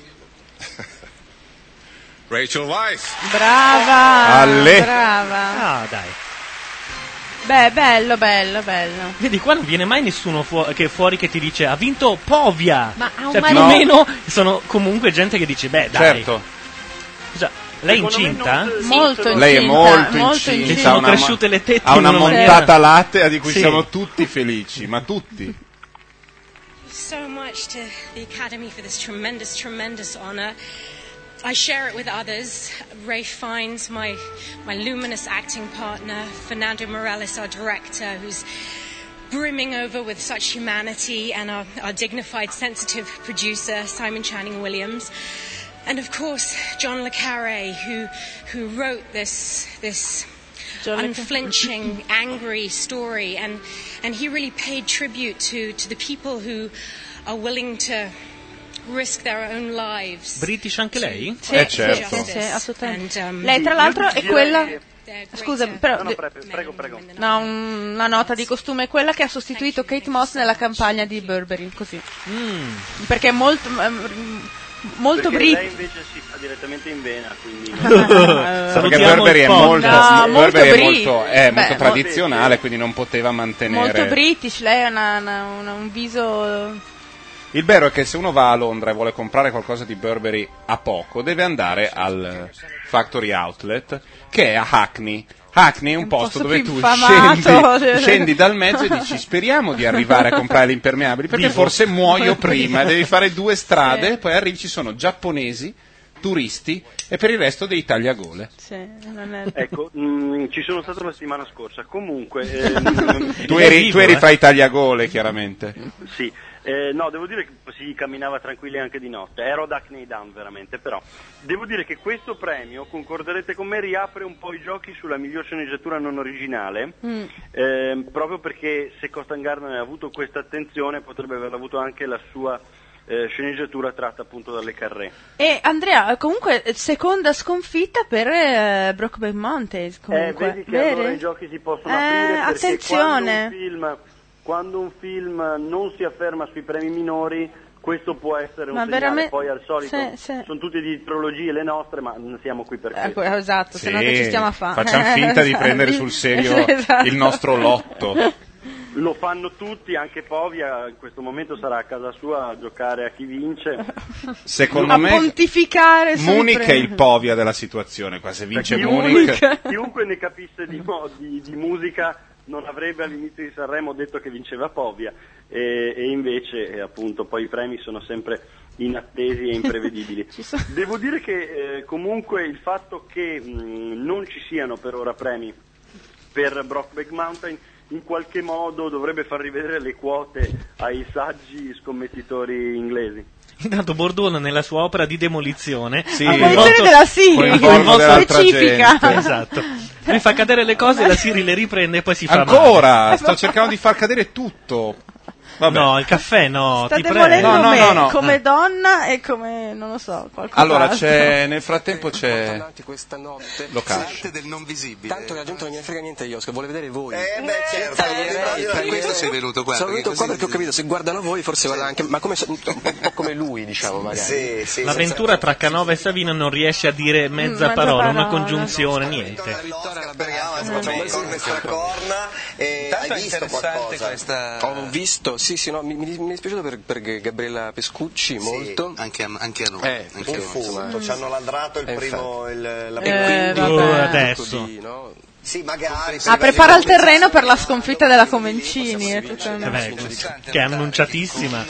[SPEAKER 12] Rachel Weisz.
[SPEAKER 4] Brava,
[SPEAKER 5] Alle.
[SPEAKER 4] brava.
[SPEAKER 2] Ah, dai.
[SPEAKER 4] Beh, bello, bello, bello.
[SPEAKER 2] Vedi, qua non viene mai nessuno fu- che fuori che ti dice ha vinto Povia.
[SPEAKER 3] Ma ha un
[SPEAKER 2] Cioè, più
[SPEAKER 3] marito-
[SPEAKER 2] o meno sono comunque gente che dice, beh, dai.
[SPEAKER 5] Certo.
[SPEAKER 2] Scusa, lei è
[SPEAKER 8] Secondo me
[SPEAKER 2] incinta?
[SPEAKER 8] non-
[SPEAKER 4] Molto incinta.
[SPEAKER 5] Lei è molto,
[SPEAKER 4] molto
[SPEAKER 5] incinta,
[SPEAKER 2] Le sono
[SPEAKER 5] ha una,
[SPEAKER 2] cresciute le tette
[SPEAKER 5] ha una
[SPEAKER 2] in una
[SPEAKER 5] montata
[SPEAKER 2] maniera-
[SPEAKER 5] lattea di cui
[SPEAKER 2] Sì.
[SPEAKER 5] siamo tutti felici, ma tutti.
[SPEAKER 1] So much to the Academy for this tremendous, tremendous honor. I share it with others. Rafe Fiennes, my, my luminous acting partner, Fernando Morales, our director, who's brimming over with such humanity, and our, our dignified, sensitive producer, Simon Channing Williams. And of course, John le Carré, who, who wrote this, this
[SPEAKER 4] John le Carré.
[SPEAKER 1] unflinching, angry story, and and he really paid tribute to to the people who are willing to risk their own lives.
[SPEAKER 2] British anche lei?
[SPEAKER 4] Sì,
[SPEAKER 5] Eh,
[SPEAKER 4] sì,
[SPEAKER 5] certo.
[SPEAKER 4] sì, sì, assolutamente.
[SPEAKER 1] And, um,
[SPEAKER 4] Lei tra l'altro è
[SPEAKER 8] direi
[SPEAKER 4] quella...
[SPEAKER 8] che-
[SPEAKER 4] Scusa, però...
[SPEAKER 8] No, no, pre- prego, prego.
[SPEAKER 4] No, un- una nota di costume, è quella che ha sostituito Kate Moss nella campagna di Burberry, così.
[SPEAKER 2] Mm.
[SPEAKER 4] Perché è molto... ehm, molto
[SPEAKER 8] Perché
[SPEAKER 4] brit-
[SPEAKER 8] lei invece si fa direttamente in vena, quindi
[SPEAKER 5] Perché
[SPEAKER 2] Salutiamo
[SPEAKER 5] Burberry
[SPEAKER 2] il
[SPEAKER 5] è
[SPEAKER 2] Pond.
[SPEAKER 5] molto,
[SPEAKER 4] No,
[SPEAKER 5] Burberry
[SPEAKER 4] molto
[SPEAKER 5] è
[SPEAKER 4] bri-
[SPEAKER 5] molto, è
[SPEAKER 4] beh,
[SPEAKER 5] molto
[SPEAKER 4] mo-
[SPEAKER 5] tradizionale, quindi non poteva mantenere.
[SPEAKER 4] molto british, lei ha una- una- una- un viso...
[SPEAKER 5] Il vero è che se uno va a Londra e vuole comprare qualcosa di Burberry a poco, deve andare al Factory Outlet, che è a Hackney. Hackney è un,
[SPEAKER 4] Un
[SPEAKER 5] posto,
[SPEAKER 4] posto
[SPEAKER 5] dove
[SPEAKER 4] più
[SPEAKER 5] tu
[SPEAKER 4] infamato.
[SPEAKER 5] scendi, scendi dal mezzo e dici speriamo di arrivare a comprare gli impermeabili, perché
[SPEAKER 2] Vivo.
[SPEAKER 5] forse muoio prima, devi fare due strade,
[SPEAKER 4] Sì.
[SPEAKER 5] e poi arrivi, ci sono giapponesi, turisti e per il resto dei tagliagole.
[SPEAKER 4] Sì, non è...
[SPEAKER 8] ecco, mh, ci sono stato la settimana scorsa. Comunque, ehm,
[SPEAKER 5] Tu eri,
[SPEAKER 2] vivo,
[SPEAKER 5] tu eri
[SPEAKER 2] eh?
[SPEAKER 5] fra i tagliagole, chiaramente.
[SPEAKER 8] sì, eh, no, devo dire che si camminava tranquilli anche di notte. Ero ad Hackney Down veramente, però devo dire che questo premio, concorderete con me, riapre un po' i giochi sulla miglior sceneggiatura non originale,
[SPEAKER 4] Mm.
[SPEAKER 8] ehm, proprio perché se Cost and Garden ha avuto questa attenzione potrebbe averla avuto anche la sua eh, sceneggiatura tratta appunto dalle Carré.
[SPEAKER 4] E Andrea, comunque, seconda sconfitta per eh, Brokeback Mountain, comunque.
[SPEAKER 8] Eh, vedi che
[SPEAKER 4] Vero?
[SPEAKER 8] allora i giochi si possono
[SPEAKER 4] Eh,
[SPEAKER 8] aprire, perché
[SPEAKER 4] attenzione.
[SPEAKER 8] quando un film quando un film non si afferma sui premi minori, questo può essere un
[SPEAKER 4] Ma
[SPEAKER 8] segnale.
[SPEAKER 4] veramente-
[SPEAKER 8] Poi al solito
[SPEAKER 4] sì, sì.
[SPEAKER 8] sono tutte di trilogie le nostre, ma non siamo qui per
[SPEAKER 4] Eh,
[SPEAKER 8] questo.
[SPEAKER 4] esatto, se no che ci stiamo a fare.
[SPEAKER 5] Facciamo finta di prendere sul serio
[SPEAKER 4] Esatto.
[SPEAKER 5] il nostro lotto.
[SPEAKER 8] Lo fanno tutti, anche Povia in questo momento sarà a casa sua a giocare a chi vince.
[SPEAKER 5] Secondo
[SPEAKER 4] a
[SPEAKER 5] me
[SPEAKER 4] pontificare
[SPEAKER 5] Munich
[SPEAKER 4] sempre.
[SPEAKER 5] è il Povia della situazione, qua se vince
[SPEAKER 8] chiunque,
[SPEAKER 5] Munich.
[SPEAKER 8] chiunque ne capisse di, mo- di, di musica non avrebbe all'inizio di Sanremo detto che vinceva Povia, e, e invece eh, appunto poi i premi sono sempre inattesi e imprevedibili. Devo dire che eh, comunque il fatto che mh, non ci siano per ora premi per Brokeback Mountain in qualche modo dovrebbe far rivedere le quote ai saggi scommettitori inglesi.
[SPEAKER 2] Intanto Bordone nella sua opera di demolizione
[SPEAKER 5] Sì.
[SPEAKER 2] ha
[SPEAKER 5] La
[SPEAKER 2] coinvolto-
[SPEAKER 4] della Siri,
[SPEAKER 2] coinvolto
[SPEAKER 5] dell'altra
[SPEAKER 4] specifica.
[SPEAKER 5] gente.
[SPEAKER 2] Esatto. Lui fa cadere le cose, la Siri le riprende e poi si fa
[SPEAKER 5] Ancora,
[SPEAKER 2] male.
[SPEAKER 5] sto cercando di far cadere tutto. Vabbè.
[SPEAKER 2] No, il caffè no,
[SPEAKER 4] Sta
[SPEAKER 2] ti
[SPEAKER 4] demolendo
[SPEAKER 2] prego.
[SPEAKER 5] No, no,
[SPEAKER 4] me
[SPEAKER 5] no, no.
[SPEAKER 4] come donna e come, non lo so, qualcos'altro.
[SPEAKER 5] Allora c'è, nel frattempo c'è
[SPEAKER 10] questa notte
[SPEAKER 5] Locash.
[SPEAKER 9] del non visibile.
[SPEAKER 10] tanto che la gente non gliene frega niente degli Oscar, vuole vedere voi.
[SPEAKER 9] Eh beh certo,
[SPEAKER 10] Taglierei,
[SPEAKER 9] per questo sei venuto qua.
[SPEAKER 10] sono
[SPEAKER 9] perché
[SPEAKER 10] venuto qua
[SPEAKER 9] così-
[SPEAKER 10] perché ho capito, se guardano voi forse guardano anche, ma come, un po' come lui, diciamo, magari.
[SPEAKER 9] Sì, sì,
[SPEAKER 2] L'avventura tra Canova e Savino non riesce a dire mezza
[SPEAKER 4] Mezza
[SPEAKER 2] parola, una
[SPEAKER 4] parola.
[SPEAKER 2] congiunzione, niente.
[SPEAKER 9] speriamo, facciamo corna e stracorna. E hai visto qualcosa?
[SPEAKER 10] Ho visto, sì, sì, no, mi, mi mi è dispiaciuto per, per Gabriella Pescucci molto.
[SPEAKER 9] Anche a, anche a noi.
[SPEAKER 10] Eh,
[SPEAKER 9] Anche
[SPEAKER 10] un
[SPEAKER 9] a noi.
[SPEAKER 10] furto,
[SPEAKER 9] Ci hanno ladrato il
[SPEAKER 10] Eh,
[SPEAKER 9] primo, il, la
[SPEAKER 4] Eh,
[SPEAKER 9] prima.
[SPEAKER 4] vabbè.
[SPEAKER 2] Oh, adesso.
[SPEAKER 10] Di, no?
[SPEAKER 9] Sì, magari.
[SPEAKER 4] Ah, prepara il terreno per la sconfitta della Comencini. È tutta una-
[SPEAKER 2] Eh beh, che è annunciatissima.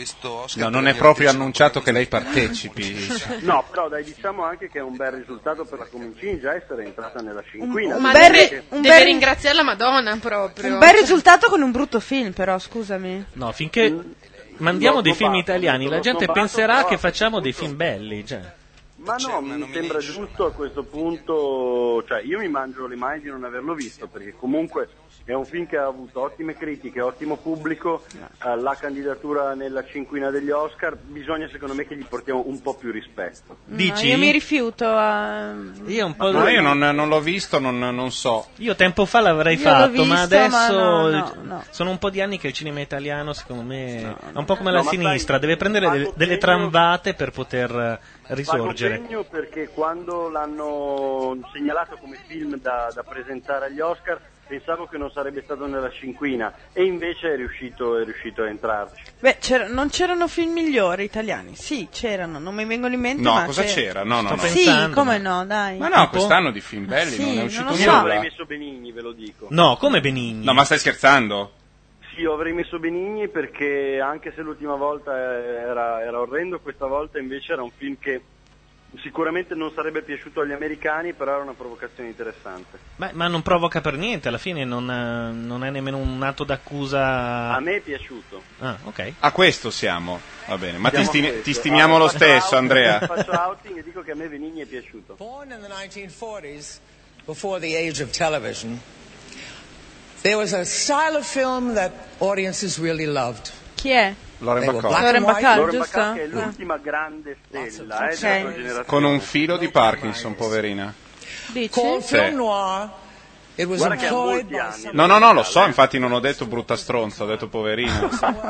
[SPEAKER 5] No, non è proprio annunciato che lei partecipi.
[SPEAKER 8] No, però dai, diciamo anche che è un bel risultato per la Comencini già essere entrata nella cinquina.
[SPEAKER 4] Un
[SPEAKER 3] Ma
[SPEAKER 4] bel-
[SPEAKER 3] deve,
[SPEAKER 4] un
[SPEAKER 3] deve
[SPEAKER 4] bel-
[SPEAKER 3] ringraziare la Madonna proprio.
[SPEAKER 4] Un bel risultato con un brutto film, però, scusami.
[SPEAKER 2] No, finché mandiamo
[SPEAKER 8] L'ho
[SPEAKER 2] dei film
[SPEAKER 8] snobato,
[SPEAKER 2] italiani, la
[SPEAKER 8] l'ho
[SPEAKER 2] gente
[SPEAKER 8] snobato,
[SPEAKER 2] penserà
[SPEAKER 8] però
[SPEAKER 2] che
[SPEAKER 8] a
[SPEAKER 2] facciamo
[SPEAKER 8] questo
[SPEAKER 2] dei
[SPEAKER 8] punto-
[SPEAKER 2] film belli, cioè.
[SPEAKER 8] Ma no, mi sembra giusto a questo punto, cioè io mi mangio le mani di non averlo visto, perché comunque è un film che ha avuto ottime critiche, ottimo pubblico, eh, la candidatura nella cinquina degli Oscar, bisogna secondo me che gli portiamo un po' più rispetto.
[SPEAKER 2] Dici?
[SPEAKER 4] No, io mi rifiuto a...
[SPEAKER 2] Io un po'
[SPEAKER 5] No, io non, non l'ho visto, non, non so.
[SPEAKER 2] Io tempo fa l'avrei
[SPEAKER 4] Io l'ho
[SPEAKER 2] fatto,
[SPEAKER 4] visto,
[SPEAKER 2] ma adesso
[SPEAKER 4] ma no, no, no.
[SPEAKER 2] sono un po' di anni che il cinema italiano, secondo me, è un po' come
[SPEAKER 8] No,
[SPEAKER 2] la
[SPEAKER 8] ma
[SPEAKER 2] sinistra,
[SPEAKER 8] sai,
[SPEAKER 2] deve prendere delle,
[SPEAKER 8] pago
[SPEAKER 2] delle
[SPEAKER 8] segno-
[SPEAKER 2] tramvate per poter eh,
[SPEAKER 8] Pago
[SPEAKER 2] risorgere.
[SPEAKER 8] segno perché quando l'hanno segnalato come film da, da presentare agli Oscar pensavo che non sarebbe stato nella cinquina e invece è riuscito, è riuscito a entrarci.
[SPEAKER 4] Beh, c'era- non c'erano film migliori italiani? Sì, c'erano, non mi vengono in mente,
[SPEAKER 5] No,
[SPEAKER 4] ma
[SPEAKER 5] cosa c'era? No, no,
[SPEAKER 2] Sto
[SPEAKER 5] no.
[SPEAKER 2] pensando.
[SPEAKER 4] Sì,
[SPEAKER 2] pensando,
[SPEAKER 4] come
[SPEAKER 2] ma-
[SPEAKER 4] no, dai.
[SPEAKER 5] Ma no, quest'anno di film belli
[SPEAKER 4] Sì,
[SPEAKER 5] non è
[SPEAKER 4] non
[SPEAKER 5] uscito
[SPEAKER 4] lo so.
[SPEAKER 8] Io avrei
[SPEAKER 5] nulla.
[SPEAKER 8] messo Benigni, ve lo dico.
[SPEAKER 2] No, come Benigni?
[SPEAKER 5] No, ma stai scherzando?
[SPEAKER 8] Sì, io avrei messo Benigni perché anche se l'ultima volta era, era orrendo, questa volta invece era un film che sicuramente non sarebbe piaciuto agli americani, però era una provocazione interessante.
[SPEAKER 2] Beh, ma non provoca per niente, alla fine non, eh, non è nemmeno un atto d'accusa.
[SPEAKER 8] A me è piaciuto.
[SPEAKER 2] Ah, ok.
[SPEAKER 5] A questo siamo. Va bene, ma ti,
[SPEAKER 8] Siamo
[SPEAKER 5] stimi-
[SPEAKER 8] questo.
[SPEAKER 5] ti stimiamo lo
[SPEAKER 8] Allora, faccio
[SPEAKER 5] stesso,
[SPEAKER 8] outing-
[SPEAKER 5] Andrea.
[SPEAKER 8] Faccio outing e dico che a me Benigni è piaciuto.
[SPEAKER 13] Born in the nineteen forties, before the age of television, there was a style of film that audiences really loved.
[SPEAKER 4] Chi è?
[SPEAKER 5] Loren
[SPEAKER 13] They were
[SPEAKER 5] Bacall.
[SPEAKER 13] black
[SPEAKER 4] Loren
[SPEAKER 13] and white.
[SPEAKER 4] Bacall,
[SPEAKER 8] Loren
[SPEAKER 4] giusto?
[SPEAKER 8] Bacall che è
[SPEAKER 4] Ah.
[SPEAKER 8] l'ultima grande stella eh,
[SPEAKER 4] Ok.
[SPEAKER 8] della sua generazione.
[SPEAKER 5] Con un filo di Parkinson, poverina.
[SPEAKER 4] Dici?
[SPEAKER 13] Called
[SPEAKER 5] Sì.
[SPEAKER 13] film noir, it was
[SPEAKER 8] Guarda che ha
[SPEAKER 13] employed
[SPEAKER 8] molti
[SPEAKER 13] by
[SPEAKER 8] anni.
[SPEAKER 13] some
[SPEAKER 5] No, no, no, lo so, infatti non ho detto brutta stronza, ho detto poverina.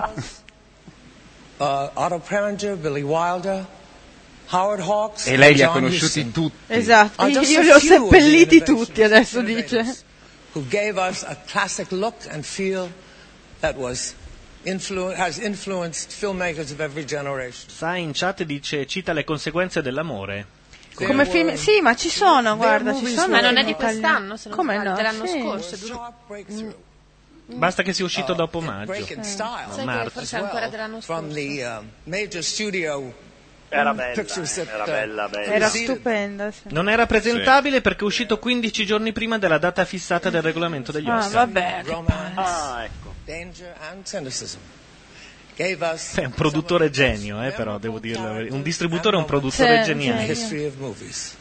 [SPEAKER 13] uh, Otto Preminger, Billy Wilder, Howard Hawks,
[SPEAKER 5] E lei li ha
[SPEAKER 13] John
[SPEAKER 5] conosciuti
[SPEAKER 13] Huston.
[SPEAKER 5] tutti.
[SPEAKER 4] Esatto,
[SPEAKER 13] Are
[SPEAKER 4] io
[SPEAKER 13] just
[SPEAKER 4] io
[SPEAKER 13] a
[SPEAKER 4] li ho
[SPEAKER 13] few of the
[SPEAKER 4] seppelliti
[SPEAKER 13] innovations,
[SPEAKER 4] tutti, adesso
[SPEAKER 13] innovators
[SPEAKER 4] dice.
[SPEAKER 13] Who gave us a classic look and feel that was influ- has influenced filmmakers of every generation.
[SPEAKER 2] Sai, in chat dice, cita le conseguenze dell'amore.
[SPEAKER 4] Come film... Sì, ma ci sono, guarda, ci
[SPEAKER 13] movies
[SPEAKER 4] sono.
[SPEAKER 3] Ma non è
[SPEAKER 4] film
[SPEAKER 3] di
[SPEAKER 4] italiani.
[SPEAKER 3] quest'anno, se non
[SPEAKER 4] Come
[SPEAKER 3] sbaglio,
[SPEAKER 4] no?
[SPEAKER 3] dell'anno
[SPEAKER 4] Sì.
[SPEAKER 3] scorso. dura-
[SPEAKER 13] Sharp breakthrough.
[SPEAKER 2] Basta che sia uscito dopo maggio.
[SPEAKER 13] Break in style.
[SPEAKER 3] Sai che
[SPEAKER 2] marzo.
[SPEAKER 3] forse è ancora dell'anno
[SPEAKER 13] From
[SPEAKER 3] scorso.
[SPEAKER 13] the uh, major studio
[SPEAKER 8] Era bella,
[SPEAKER 13] pictures that,
[SPEAKER 8] era
[SPEAKER 13] uh,
[SPEAKER 8] bella, bella.
[SPEAKER 4] Era stupenda, sì.
[SPEAKER 2] Non era presentabile perché è uscito quindici giorni prima della data fissata del regolamento degli
[SPEAKER 4] Ah,
[SPEAKER 2] Oscar.
[SPEAKER 4] vabbè.
[SPEAKER 13] romance,
[SPEAKER 8] Ah, ecco.
[SPEAKER 13] danger and cynicism. Gave us
[SPEAKER 2] È un produttore genio, eh, però devo dirlo. Un distributore è un produttore
[SPEAKER 4] Sì,
[SPEAKER 2] geniale.
[SPEAKER 4] sì.
[SPEAKER 13] history of movies.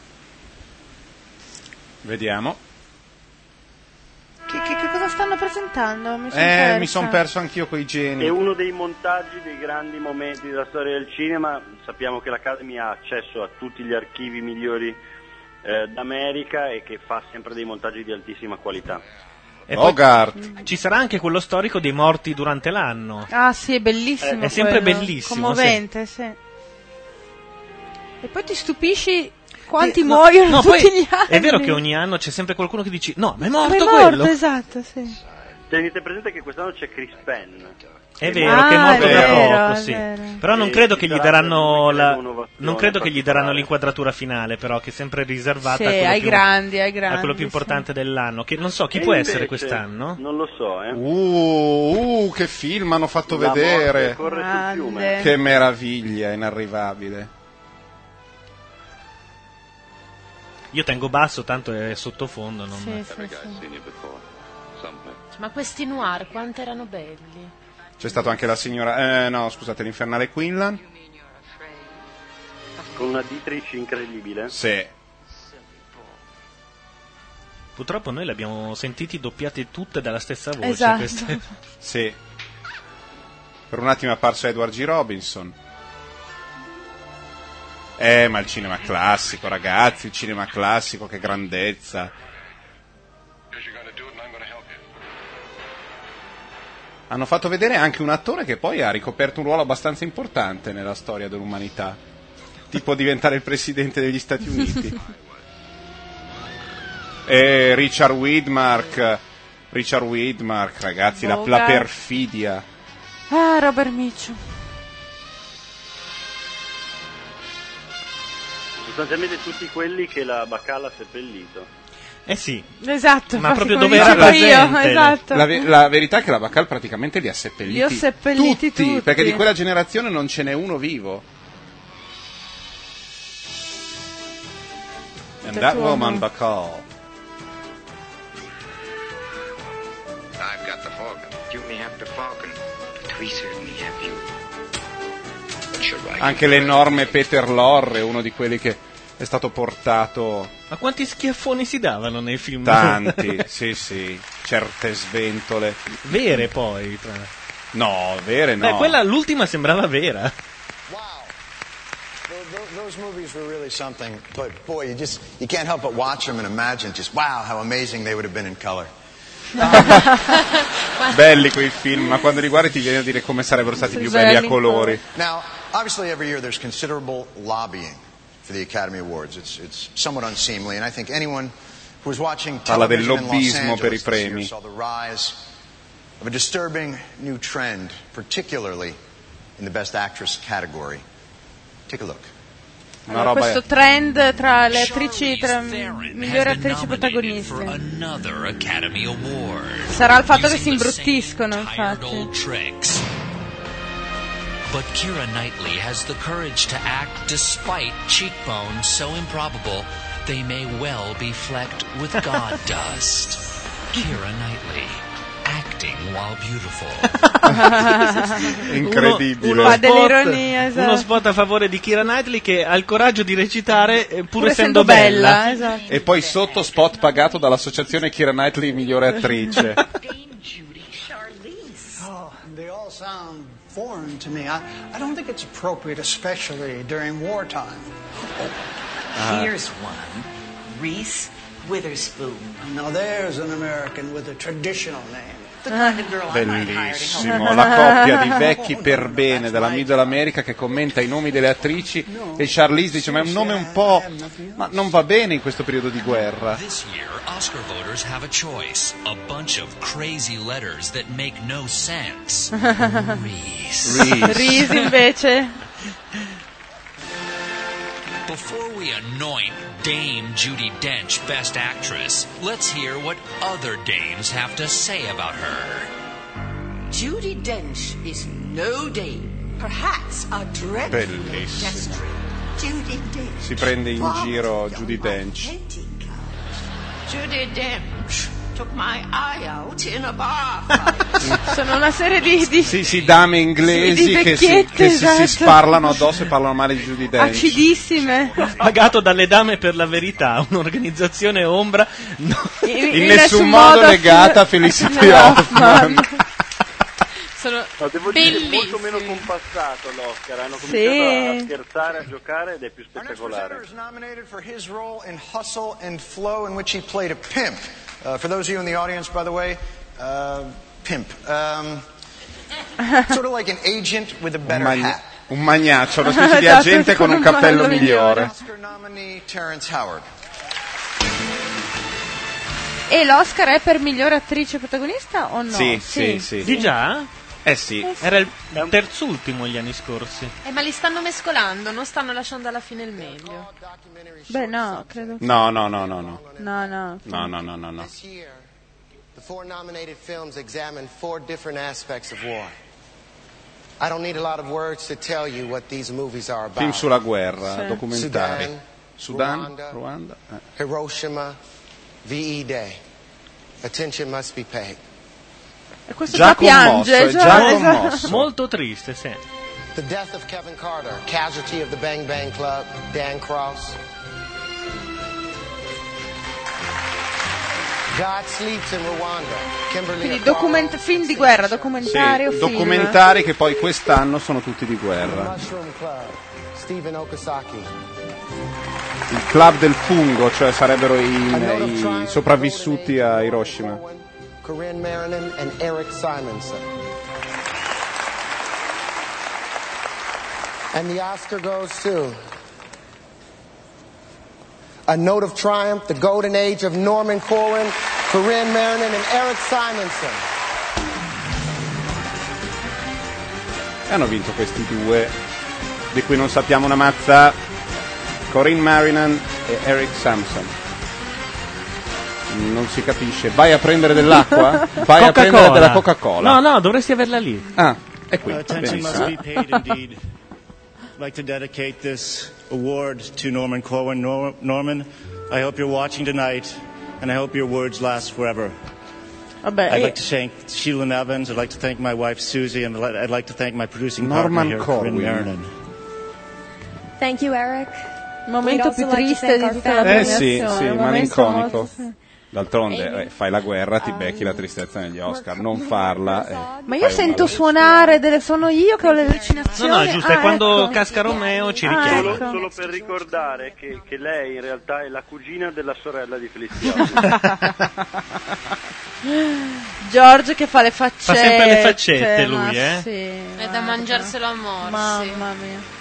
[SPEAKER 5] Vediamo.
[SPEAKER 4] Che, che- che cosa stanno presentando? Mi son
[SPEAKER 5] Eh,
[SPEAKER 4] persa.
[SPEAKER 5] mi sono perso anch'io coi
[SPEAKER 8] È
[SPEAKER 5] geni.
[SPEAKER 8] uno dei montaggi dei grandi momenti della storia del cinema. Sappiamo che l'Academy ha accesso a tutti gli archivi migliori eh, d'America e che fa sempre dei montaggi di altissima qualità.
[SPEAKER 2] E poi
[SPEAKER 5] Bogart.
[SPEAKER 2] ci sarà anche quello storico dei morti durante l'anno.
[SPEAKER 4] Ah sì, è bellissimo.
[SPEAKER 2] È sempre
[SPEAKER 4] quello.
[SPEAKER 2] bellissimo,
[SPEAKER 4] Commovente, sì. E poi ti stupisci quanti
[SPEAKER 2] Eh, no,
[SPEAKER 4] muoiono
[SPEAKER 2] no,
[SPEAKER 4] tutti
[SPEAKER 2] poi
[SPEAKER 4] gli anni.
[SPEAKER 2] È vero che ogni anno c'è sempre qualcuno che dice no, ma è
[SPEAKER 4] Ma
[SPEAKER 2] morto
[SPEAKER 4] è morto,
[SPEAKER 2] quello.
[SPEAKER 4] esatto, sì.
[SPEAKER 8] Tenete presente che quest'anno c'è Chris Penn.
[SPEAKER 2] È vero
[SPEAKER 4] Ah,
[SPEAKER 2] che è morto
[SPEAKER 4] è
[SPEAKER 2] da
[SPEAKER 4] vero,
[SPEAKER 2] poco,
[SPEAKER 4] è
[SPEAKER 2] sì.
[SPEAKER 4] vero.
[SPEAKER 2] Però non
[SPEAKER 8] E
[SPEAKER 2] credo
[SPEAKER 8] ci
[SPEAKER 2] che gli
[SPEAKER 8] sarà
[SPEAKER 2] daranno
[SPEAKER 8] per lui
[SPEAKER 2] la
[SPEAKER 8] un'innovazione
[SPEAKER 2] non credo che gli daranno
[SPEAKER 8] particolare.
[SPEAKER 2] l'inquadratura finale, però che è sempre riservata
[SPEAKER 4] Sì,
[SPEAKER 2] a quello
[SPEAKER 4] ai
[SPEAKER 2] più,
[SPEAKER 4] grandi, ai
[SPEAKER 2] a
[SPEAKER 4] grandi,
[SPEAKER 2] quello più
[SPEAKER 4] sì.
[SPEAKER 2] importante dell'anno, che non so chi
[SPEAKER 8] E
[SPEAKER 2] può
[SPEAKER 8] invece,
[SPEAKER 2] essere quest'anno.
[SPEAKER 8] Non lo so, eh.
[SPEAKER 5] Uh, uh, che film hanno fatto
[SPEAKER 8] La
[SPEAKER 5] vedere.
[SPEAKER 8] morte corre sul
[SPEAKER 4] Grande.
[SPEAKER 8] fiume.
[SPEAKER 5] Che meraviglia, inarrivabile.
[SPEAKER 2] Io tengo basso, tanto è sottofondo, non...
[SPEAKER 4] Sì, sì, sì.
[SPEAKER 3] Ma questi noir quanto erano belli.
[SPEAKER 5] C'è stato anche la signora, eh, no, scusate, l'infernale Quinlan.
[SPEAKER 8] Con una Dietrich incredibile.
[SPEAKER 5] Sì.
[SPEAKER 2] Purtroppo noi le abbiamo sentiti doppiate tutte dalla stessa voce.
[SPEAKER 4] Esatto.
[SPEAKER 2] Queste...
[SPEAKER 5] Sì. Per un attimo è apparso Edward G. Robinson. Eh, ma il cinema classico, ragazzi, il cinema classico, che grandezza. Hanno fatto vedere anche un attore che poi ha ricoperto un ruolo abbastanza importante nella storia dell'umanità. Tipo diventare il presidente degli Stati Uniti. E Richard Widmark. Richard Widmark, ragazzi, la, la
[SPEAKER 4] Bogart.
[SPEAKER 5] perfidia.
[SPEAKER 4] Ah, Robert Mitchum.
[SPEAKER 8] Sostanzialmente tutti quelli che la Bacalla ha seppellito.
[SPEAKER 2] Eh sì.
[SPEAKER 4] Esatto,
[SPEAKER 2] Ma
[SPEAKER 4] infatti,
[SPEAKER 2] proprio
[SPEAKER 4] come
[SPEAKER 2] dove era
[SPEAKER 4] dicevo io,
[SPEAKER 2] presente.
[SPEAKER 4] esatto.
[SPEAKER 5] La, ve- la verità è che la Bacall praticamente li ha seppelliti.
[SPEAKER 4] Li ho seppelliti tutti.
[SPEAKER 5] Perché di quella generazione non ce n'è uno vivo. And that
[SPEAKER 4] Tuomo.
[SPEAKER 5] woman, Bacall.
[SPEAKER 7] I've got the Falcon. You may have the Falcon, but we certainly have you. Should I
[SPEAKER 5] Anche l'enorme Peter Lorre, uno di quelli che è stato portato.
[SPEAKER 2] Ma quanti schiaffoni si davano nei film?
[SPEAKER 5] Tanti, sì, sì, certe sventole.
[SPEAKER 2] Vere poi. Tra...
[SPEAKER 5] No, vere no.
[SPEAKER 2] Beh, quella l'ultima sembrava vera.
[SPEAKER 9] Those movies were really something, but boy, you just you can't help but watch them and imagine just wow, how amazing they would have been in color.
[SPEAKER 5] Belli quei film, ma quando li guardi ti viene a dire come sarebbero stati più belli a colori.
[SPEAKER 9] Now, obviously, every year there's considerable lobbying for the Academy Awards. It's it's somewhat unseemly, and I think anyone who was watching
[SPEAKER 5] Parla del
[SPEAKER 9] television in Los
[SPEAKER 5] lobbismo per i
[SPEAKER 9] Angeles this year
[SPEAKER 5] premi.
[SPEAKER 9] saw the rise of a disturbing new trend, particularly in the Best Actress category. Take a look.
[SPEAKER 5] Una
[SPEAKER 4] Allora,
[SPEAKER 5] roba
[SPEAKER 4] questo trend tra le attrici, tra migliori attrici protagoniste.
[SPEAKER 14] Another Academy Award.
[SPEAKER 4] Sarà il fatto che si imbruttiscono, infatti.
[SPEAKER 14] Old tricks. But Keira Knightley has the courage to act despite cheekbones so improbable they may well be flecked with god dust. Keira Knightley, acting while beautiful.
[SPEAKER 5] Incredibile.
[SPEAKER 2] Uno, uno,
[SPEAKER 4] Fa
[SPEAKER 2] spot,
[SPEAKER 4] dell'ironia, esatto.
[SPEAKER 2] uno spot a favore di Keira Knightley che ha il coraggio di recitare eh, pur,
[SPEAKER 4] Pur
[SPEAKER 2] essendo,
[SPEAKER 4] essendo
[SPEAKER 2] bella.
[SPEAKER 4] bella, esatto.
[SPEAKER 5] E poi sotto spot pagato dall'associazione Keira Knightley migliore attrice.
[SPEAKER 15] Oh, they all sound foreign to me. I, I don't think it's appropriate, especially during wartime.
[SPEAKER 5] Ah.
[SPEAKER 19] Here's one. Reese Witherspoon.
[SPEAKER 15] Now there's an American with a traditional name.
[SPEAKER 19] The kind of girl I might hire to help.
[SPEAKER 5] Bellissimo, la coppia di vecchi per bene della Middle America che commenta i nomi delle attrici e Charlize dice ma è un nome un po'... ma non va bene in questo periodo di guerra.
[SPEAKER 14] This year, Oscar voters have a choice. A bunch of crazy letters that make no sense. Reese.
[SPEAKER 5] Reese.
[SPEAKER 4] Reese invece.
[SPEAKER 14] Before we anoint Dame Judi Dench Best Actress, let's hear what other dames have to say about her.
[SPEAKER 19] Judi Dench is no dame, perhaps a dreadful
[SPEAKER 5] Bellissimo.
[SPEAKER 19] pedestrian. Judi Dench.
[SPEAKER 5] Si prende in giro Judi Dench.
[SPEAKER 19] Judi Dench took my eye out in a bar fight.
[SPEAKER 4] Sono una serie di, di
[SPEAKER 5] Sì, sì, dame inglesi
[SPEAKER 4] Sì, di
[SPEAKER 5] che, si,
[SPEAKER 4] vecchiette,
[SPEAKER 5] che si, si
[SPEAKER 4] esatto.
[SPEAKER 5] sparlano addosso e parlano male di Judi Dench.
[SPEAKER 4] acidissime.
[SPEAKER 2] Pagato dalle Dame per la Verità, un'organizzazione ombra no-
[SPEAKER 4] In,
[SPEAKER 5] In nessun modo legata a Felicity Hoffman.
[SPEAKER 4] Sono
[SPEAKER 8] No, devo dire
[SPEAKER 4] bellissimi.
[SPEAKER 8] molto meno compassato l'Oscar, hanno
[SPEAKER 4] Sì.
[SPEAKER 8] cominciato a scherzare, a giocare ed è più
[SPEAKER 9] Our next
[SPEAKER 8] spettacolare.
[SPEAKER 9] presenter is nominated for his role in Hustle and Flow, in which he played a pimp. Uh, for those of you in the audience, by the way, uh, pimp. Um, sort of like an agent with a
[SPEAKER 5] Un,
[SPEAKER 9] better
[SPEAKER 5] magna-
[SPEAKER 9] hat.
[SPEAKER 5] un magnaccio, una specie di
[SPEAKER 4] Esatto,
[SPEAKER 5] agente con un cappello
[SPEAKER 4] cappello
[SPEAKER 5] migliore.
[SPEAKER 9] Oscar nominee Terrence Howard.
[SPEAKER 4] e l'Oscar è per miglior attrice protagonista o no?
[SPEAKER 5] Sì, sì, sì.
[SPEAKER 2] Di già?
[SPEAKER 5] Eh sì.
[SPEAKER 2] Era il terzultimo gli anni scorsi.
[SPEAKER 3] Eh, ma li stanno mescolando, non stanno lasciando alla fine il meglio.
[SPEAKER 4] Beh, no, credo.
[SPEAKER 5] No, no, no, no, no.
[SPEAKER 4] No, no.
[SPEAKER 5] No, no, no, no, no.
[SPEAKER 16] The four nominated films examine four different aspects of war. I don't need a lot of words to tell you what these movies are about.
[SPEAKER 5] Film sulla guerra,
[SPEAKER 16] Sì.
[SPEAKER 5] documentari.
[SPEAKER 16] Sudan,
[SPEAKER 5] Sudan,
[SPEAKER 16] Rwanda,
[SPEAKER 5] Ruanda. Eh.
[SPEAKER 16] Hiroshima, V E Day. Attention must be paid.
[SPEAKER 4] E questo
[SPEAKER 5] Già
[SPEAKER 4] già piange,
[SPEAKER 5] commosso, è
[SPEAKER 4] già,
[SPEAKER 5] già
[SPEAKER 4] esatto.
[SPEAKER 5] commosso.
[SPEAKER 2] Molto triste, sì.
[SPEAKER 16] The death of Kevin Carter, casualty of the Bang Bang Club, Dan Cross. God sleeps in Rwanda, Kimberly
[SPEAKER 4] Quindi
[SPEAKER 16] Aquara,
[SPEAKER 4] document- film di guerra, documentario,
[SPEAKER 5] Sì,
[SPEAKER 4] film.
[SPEAKER 5] documentari che poi quest'anno sono tutti di guerra.
[SPEAKER 16] Mushroom Club, Stephen Okazaki.
[SPEAKER 5] Il club del fungo, cioè sarebbero i, i sopravvissuti a Hiroshima.
[SPEAKER 16] Corinne Marinin and Eric Simonson. And the Oscar goes to A Note of Triumph, The Golden Age of Norman Corwin, Corinne Marinin and Eric Simonson.
[SPEAKER 5] E hanno vinto questi due, di cui non sappiamo una mazza, Corinne Marinin e Eric Sampson. Non si capisce. Vai a prendere dell'acqua? Vai a prendere della Coca-Cola.
[SPEAKER 2] No, no, dovresti averla lì.
[SPEAKER 5] Ah, è qui.
[SPEAKER 17] Uh, attention must be paid indeed. I'd like to dedicate this award to Norman Corwin. Nor- Norman, I hope you're watching tonight, and I hope your words last forever.
[SPEAKER 4] Vabbè,
[SPEAKER 17] I'd
[SPEAKER 4] e-
[SPEAKER 17] like to thank Sheila Evans. I'd like to thank my wife Susie, and I'd like to thank my producing
[SPEAKER 5] Norman
[SPEAKER 17] partner here,
[SPEAKER 5] Corwin.
[SPEAKER 17] Corinne Marinin.
[SPEAKER 20] Thank you, Eric.
[SPEAKER 4] momento
[SPEAKER 20] We'd
[SPEAKER 4] più
[SPEAKER 20] also like to
[SPEAKER 4] triste
[SPEAKER 20] thank
[SPEAKER 4] di
[SPEAKER 20] our
[SPEAKER 4] tutta la
[SPEAKER 5] Eh
[SPEAKER 4] premiazione.
[SPEAKER 5] sì, sì,
[SPEAKER 4] un momento
[SPEAKER 5] malinconico.
[SPEAKER 4] molto- sì.
[SPEAKER 5] D'altronde eh, fai la guerra, ti becchi la tristezza negli Oscar. Non farla. eh,
[SPEAKER 4] Ma io
[SPEAKER 5] fai un
[SPEAKER 4] sento
[SPEAKER 5] male.
[SPEAKER 4] suonare delle. Sono io che ho le
[SPEAKER 2] No,
[SPEAKER 4] allucinazioni.
[SPEAKER 2] no, è giusto,
[SPEAKER 4] Ah,
[SPEAKER 2] è quando
[SPEAKER 4] ecco.
[SPEAKER 2] casca Romeo ci
[SPEAKER 4] Ah,
[SPEAKER 2] richiama.
[SPEAKER 8] Solo,
[SPEAKER 4] ecco.
[SPEAKER 8] solo per ricordare che, che lei in realtà è la cugina della sorella di Feliciano.
[SPEAKER 4] George che fa le faccette.
[SPEAKER 2] Fa sempre le faccette
[SPEAKER 4] ma
[SPEAKER 2] lui, eh?
[SPEAKER 4] Sì,
[SPEAKER 3] È da mangiarselo a morsi.
[SPEAKER 4] mamma mia.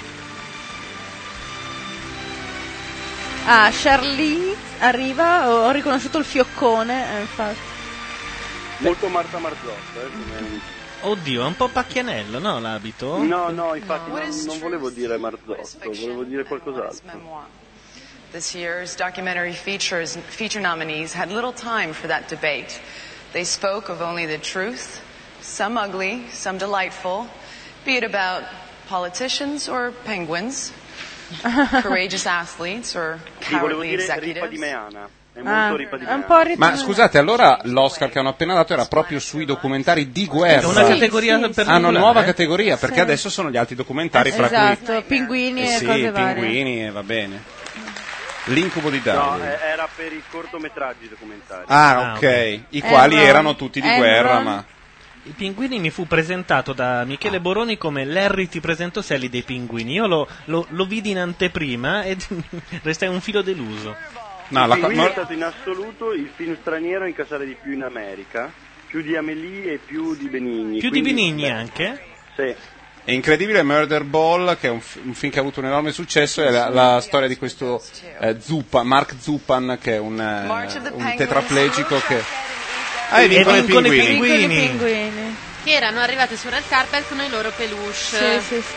[SPEAKER 4] Ah, Charlie arriva, ho riconosciuto il fioccone, eh, infatti.
[SPEAKER 8] Molto Marta Marzotto, eh, come-
[SPEAKER 2] Oddio, è un po' pacchianello, no, l'abito?
[SPEAKER 8] No, no, infatti non, non volevo dire Marzotto, volevo dire qualcos'altro.
[SPEAKER 21] This year's documentary features, feature nominees had little time for that debate. They spoke of only the truth, some ugly, some delightful, be it about politicians or penguins, courageous athletes or
[SPEAKER 8] Sì, volevo
[SPEAKER 21] cowardly
[SPEAKER 8] dire Ripa
[SPEAKER 21] executives.
[SPEAKER 8] di Meana. È
[SPEAKER 4] Ah,
[SPEAKER 8] molto Ripa di
[SPEAKER 4] è un
[SPEAKER 8] Meana.
[SPEAKER 4] po' rit-
[SPEAKER 5] Ma scusate, allora l'Oscar che hanno appena dato era proprio sui documentari di guerra.
[SPEAKER 2] È una categoria particolare.
[SPEAKER 5] Hanno nuova categoria perché
[SPEAKER 4] Sì.
[SPEAKER 5] adesso sono gli altri documentari fra
[SPEAKER 4] Esatto,
[SPEAKER 5] cui
[SPEAKER 4] pinguini
[SPEAKER 5] eh
[SPEAKER 4] e
[SPEAKER 5] sì,
[SPEAKER 4] cose varie.
[SPEAKER 5] pinguini e va bene. L'incubo di
[SPEAKER 8] No,
[SPEAKER 5] Darwin.
[SPEAKER 8] eh, era per i cortometraggi documentari.
[SPEAKER 5] Ah,
[SPEAKER 2] Ah,
[SPEAKER 5] ok.
[SPEAKER 2] ok.
[SPEAKER 5] I quali
[SPEAKER 4] Enron.
[SPEAKER 5] erano tutti di guerra,
[SPEAKER 4] Enron.
[SPEAKER 5] ma
[SPEAKER 2] I pinguini mi fu presentato da Michele Boroni come Larry ti presento Sally dei pinguini. Io lo, lo- lo vidi in anteprima e restai un filo deluso.
[SPEAKER 5] no, la co-
[SPEAKER 8] Pinguini
[SPEAKER 5] no-
[SPEAKER 8] è stato in assoluto il film straniero a incassare di più in America, più di Amélie e più di Benigni.
[SPEAKER 2] Più di
[SPEAKER 8] quindi-
[SPEAKER 2] Benigni
[SPEAKER 8] beh,
[SPEAKER 2] anche?
[SPEAKER 8] Sì.
[SPEAKER 5] è incredibile Murder Ball, che è un, fi- un film che ha avuto un enorme successo, è la, la storia di questo eh, Zupan, Mark Zupan, che è un, eh,
[SPEAKER 21] March of the
[SPEAKER 5] un
[SPEAKER 21] Penguins.
[SPEAKER 5] tetraplegico che... Ah, e
[SPEAKER 2] E
[SPEAKER 5] vincono i
[SPEAKER 2] vincono i
[SPEAKER 5] pinguini.
[SPEAKER 2] pinguini.
[SPEAKER 4] Piccoli pinguini.
[SPEAKER 3] Che erano arrivati sul red carpet con i loro peluche.
[SPEAKER 4] Sì, sì, sì.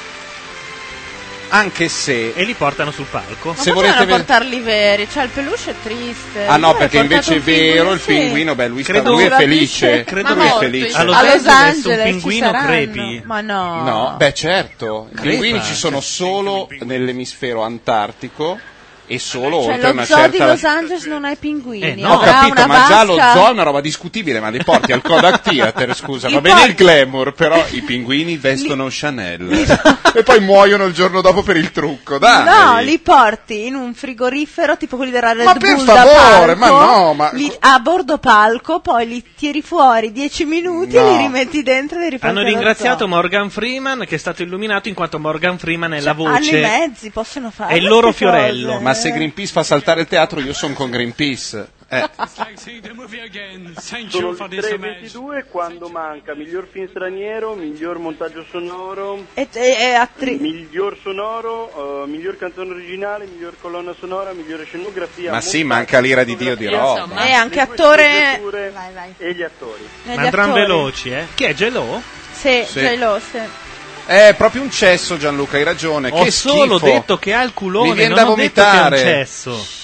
[SPEAKER 5] Anche se...
[SPEAKER 2] E li portano sul palco.
[SPEAKER 4] Ma
[SPEAKER 5] Se
[SPEAKER 4] potevano
[SPEAKER 5] volete ve-
[SPEAKER 4] portarli veri, cioè il peluche è triste.
[SPEAKER 5] Ah no,
[SPEAKER 4] Lui ha
[SPEAKER 5] perché
[SPEAKER 4] portato
[SPEAKER 5] invece è
[SPEAKER 4] un
[SPEAKER 5] vero, il
[SPEAKER 4] sì.
[SPEAKER 5] pinguino, beh, lui, sta-
[SPEAKER 2] Credo-
[SPEAKER 5] lui è
[SPEAKER 4] sulla
[SPEAKER 5] felice.
[SPEAKER 4] bici-
[SPEAKER 2] Credo
[SPEAKER 3] Ma
[SPEAKER 5] lui è
[SPEAKER 3] molto,
[SPEAKER 5] felice.
[SPEAKER 2] A Los
[SPEAKER 4] A Los
[SPEAKER 2] Angeles,
[SPEAKER 4] Angeles
[SPEAKER 2] un
[SPEAKER 4] ci
[SPEAKER 2] pinguino
[SPEAKER 4] saranno.
[SPEAKER 2] crepi.
[SPEAKER 4] Ma no.
[SPEAKER 5] No, beh certo, i pinguini
[SPEAKER 2] Crepa.
[SPEAKER 5] ci sono solo nell'emisfero antartico e solo
[SPEAKER 4] Cioè
[SPEAKER 5] oltre
[SPEAKER 4] lo
[SPEAKER 5] una
[SPEAKER 4] zoo di
[SPEAKER 5] certa...
[SPEAKER 4] Los Angeles non ha i pinguini.
[SPEAKER 2] Eh, no.
[SPEAKER 5] Ho
[SPEAKER 4] avrà
[SPEAKER 5] capito,
[SPEAKER 4] una
[SPEAKER 5] ma già lo
[SPEAKER 4] vasca.
[SPEAKER 5] zoo è una roba discutibile, ma li porti al Kodak Theater, scusa,
[SPEAKER 4] Li
[SPEAKER 5] va bene
[SPEAKER 4] porti-
[SPEAKER 5] il glamour, però i pinguini vestono Chanel e poi muoiono il giorno dopo per il trucco, dai!
[SPEAKER 4] No, li porti in un frigorifero tipo quelli della Red
[SPEAKER 5] Ma per
[SPEAKER 4] Bull da
[SPEAKER 5] favore,
[SPEAKER 4] palco,
[SPEAKER 5] ma no, ma-
[SPEAKER 4] li- a bordo palco, poi li tiri fuori dieci minuti
[SPEAKER 5] No.
[SPEAKER 4] e li rimetti dentro e li riporti
[SPEAKER 2] Hanno
[SPEAKER 4] allo
[SPEAKER 2] ringraziato
[SPEAKER 4] zoo.
[SPEAKER 2] Morgan Freeman, che è stato illuminato in quanto Morgan Freeman è la
[SPEAKER 4] Cioè, hanno i
[SPEAKER 2] voce.
[SPEAKER 4] mezzi, possono fare
[SPEAKER 2] È il loro
[SPEAKER 4] queste
[SPEAKER 2] fiorello.
[SPEAKER 4] cose.
[SPEAKER 5] Ma se Greenpeace fa saltare il teatro io sono con Greenpeace. Eh.
[SPEAKER 8] Sono il tre e ventidue quando manca miglior film straniero, miglior montaggio sonoro,
[SPEAKER 4] E, e, e attri-
[SPEAKER 8] miglior sonoro, uh, miglior canzone originale, miglior colonna sonora, migliore scenografia.
[SPEAKER 5] Ma sì,
[SPEAKER 8] montaggio,
[SPEAKER 5] manca l'ira di Dio di
[SPEAKER 8] fotografia,
[SPEAKER 5] roba.
[SPEAKER 4] e anche
[SPEAKER 8] le due
[SPEAKER 4] attore.
[SPEAKER 8] sceneggiature
[SPEAKER 4] Vai, vai.
[SPEAKER 8] e gli attori.
[SPEAKER 4] E gli
[SPEAKER 2] Ma andranno
[SPEAKER 4] attori.
[SPEAKER 2] veloci, eh? Chi è Gelo?
[SPEAKER 4] Sì,
[SPEAKER 5] Sì.
[SPEAKER 4] J-Lo, sì.
[SPEAKER 5] È proprio un cesso, Gianluca, hai ragione.
[SPEAKER 2] Ho
[SPEAKER 5] che
[SPEAKER 2] solo
[SPEAKER 5] schifo.
[SPEAKER 2] detto che ha il culone,
[SPEAKER 5] Mi viene
[SPEAKER 2] non
[SPEAKER 5] da
[SPEAKER 2] ho detto che è un
[SPEAKER 5] vomitare.
[SPEAKER 2] cesso.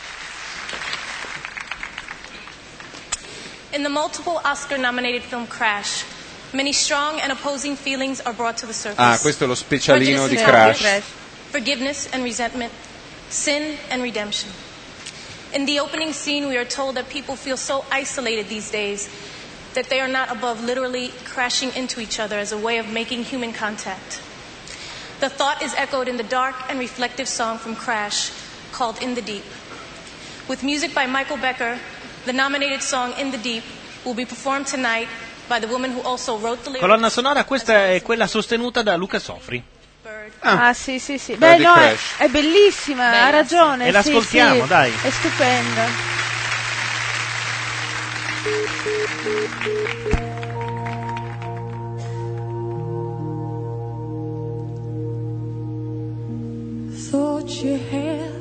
[SPEAKER 6] In the multiple Oscar-nominated film Crash, many strong and opposing feelings are brought to the surface.
[SPEAKER 5] Ah, questo è lo specialino di
[SPEAKER 6] Prejudice and
[SPEAKER 5] Crash.
[SPEAKER 6] hatred, forgiveness and resentment, sin and redemption. In the opening scene, we are told that people feel so isolated these days that they are not above literally crashing into each other as a way of making human contact. The thought is echoed in the dark and reflective song from Crash called In the Deep. With music by Michael Becker, the nominated song In the Deep will be performed tonight by the woman who also wrote the lyrics.
[SPEAKER 2] Colonna sonora, questa è quella sostenuta da Luca Sofri.
[SPEAKER 4] Ah, sì, sì, sì.
[SPEAKER 2] Quella
[SPEAKER 4] Beh,
[SPEAKER 2] di
[SPEAKER 4] no, è,
[SPEAKER 2] Crash.
[SPEAKER 4] è bellissima, ha ragione.
[SPEAKER 2] E
[SPEAKER 4] sì,
[SPEAKER 2] l'ascoltiamo,
[SPEAKER 4] sì,
[SPEAKER 2] dai.
[SPEAKER 4] È stupenda.
[SPEAKER 18] Thought you had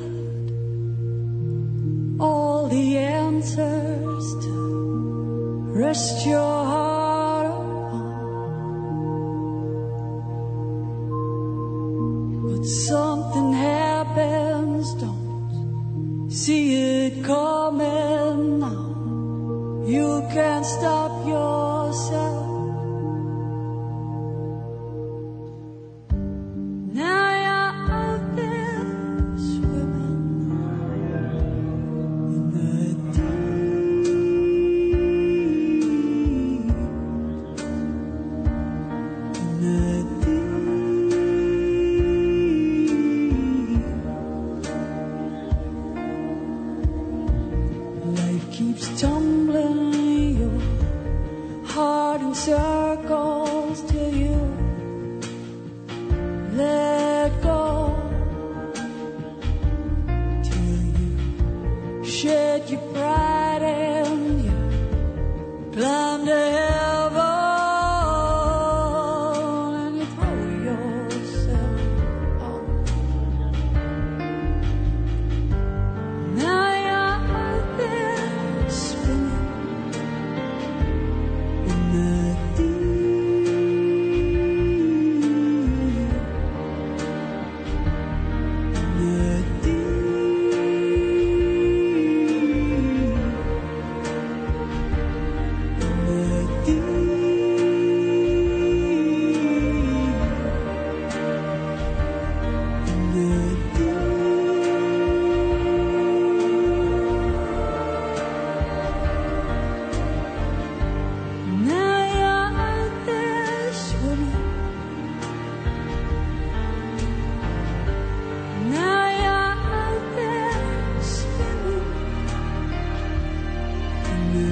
[SPEAKER 18] all the answers to rest your heart upon, but something happens, don't see it coming now. You can't stop yourself. Now you're out there swimming in the deep, in the deep. Life keeps tumbling your heart in circles till you let go, till you shed your pride and you climb to heaven and you throw yourself off. Now you're out there spinning in the Now you're out there swimming. Now you're out there spinning in the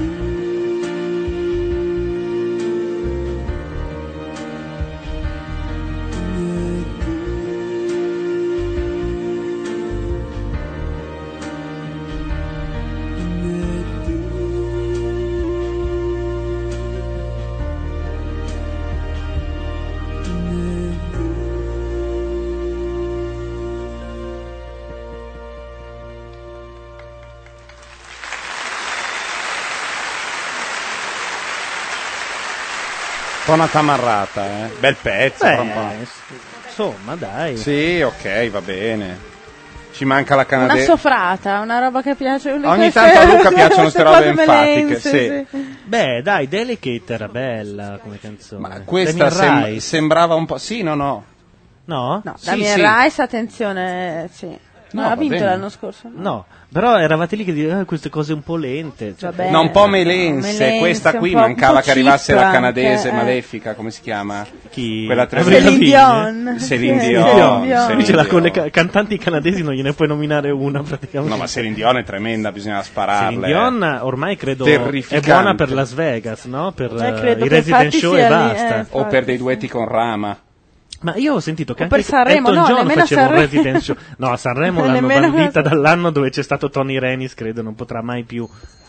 [SPEAKER 5] Un po' una tamarrata, eh. Bel pezzo,
[SPEAKER 2] Beh,
[SPEAKER 5] fra un po'.
[SPEAKER 2] Insomma, dai.
[SPEAKER 5] Sì, ok, va bene. Ci manca la
[SPEAKER 4] Una
[SPEAKER 5] canadese.
[SPEAKER 4] soffrata, una roba che piace.
[SPEAKER 5] Ogni
[SPEAKER 4] queste-
[SPEAKER 5] tanto a Luca piacciono
[SPEAKER 4] queste
[SPEAKER 5] ste robe
[SPEAKER 4] cose
[SPEAKER 5] enfatiche,
[SPEAKER 4] melense,
[SPEAKER 5] sì.
[SPEAKER 2] Beh, dai, Delicate era bella come canzone. Ma
[SPEAKER 5] Questa sem- sembrava un po'. Sì, no, no.
[SPEAKER 2] No?
[SPEAKER 4] No,
[SPEAKER 5] Sì,
[SPEAKER 4] Damien
[SPEAKER 5] sì.
[SPEAKER 4] Rice, attenzione, sì.
[SPEAKER 2] No,
[SPEAKER 4] Ma ha
[SPEAKER 2] va
[SPEAKER 4] vinto
[SPEAKER 2] bene.
[SPEAKER 4] l'anno scorso?
[SPEAKER 2] No, però eravate lì che dicevate queste cose un po' lente. Cioè,
[SPEAKER 4] Vabbè.
[SPEAKER 5] No, un po' melense.
[SPEAKER 4] Melense,
[SPEAKER 5] Questa qui
[SPEAKER 4] un po'-
[SPEAKER 5] mancava
[SPEAKER 4] un po'
[SPEAKER 5] che arrivasse
[SPEAKER 4] cheap
[SPEAKER 5] la canadese
[SPEAKER 4] anche, eh.
[SPEAKER 5] malefica, come si chiama?
[SPEAKER 2] Chi?
[SPEAKER 5] Quella tre
[SPEAKER 4] Celine Dion.
[SPEAKER 5] Celine
[SPEAKER 4] Sì,
[SPEAKER 5] Dion.
[SPEAKER 4] Celine Dion.
[SPEAKER 5] Celine
[SPEAKER 2] Ce l'ha con le
[SPEAKER 5] Dion.
[SPEAKER 2] ca- cantanti canadesi, non gliene puoi nominare una praticamente.
[SPEAKER 5] No, ma Celine Dion è tremenda, bisogna spararle.
[SPEAKER 2] Celine Dion ormai credo
[SPEAKER 5] Terrificante.
[SPEAKER 2] è buona per Las Vegas, no? Per
[SPEAKER 4] Eh,
[SPEAKER 2] eh,
[SPEAKER 4] credo
[SPEAKER 2] i
[SPEAKER 4] che
[SPEAKER 2] Resident
[SPEAKER 4] infatti
[SPEAKER 2] Show
[SPEAKER 4] sia
[SPEAKER 2] e
[SPEAKER 4] lì,
[SPEAKER 2] basta.
[SPEAKER 4] eh,
[SPEAKER 5] O per dei duetti con Rama.
[SPEAKER 2] Ma io ho sentito che
[SPEAKER 4] O
[SPEAKER 2] anche
[SPEAKER 4] per Sanremo,
[SPEAKER 2] Elton
[SPEAKER 4] no,
[SPEAKER 2] John
[SPEAKER 4] nemmeno
[SPEAKER 2] faceva un
[SPEAKER 4] Sanremo.
[SPEAKER 2] resident show. No, a Sanremo l'hanno
[SPEAKER 4] Nemmeno-
[SPEAKER 2] bandita dall'anno dove c'è stato Tony Renis, credo, non potrà mai più.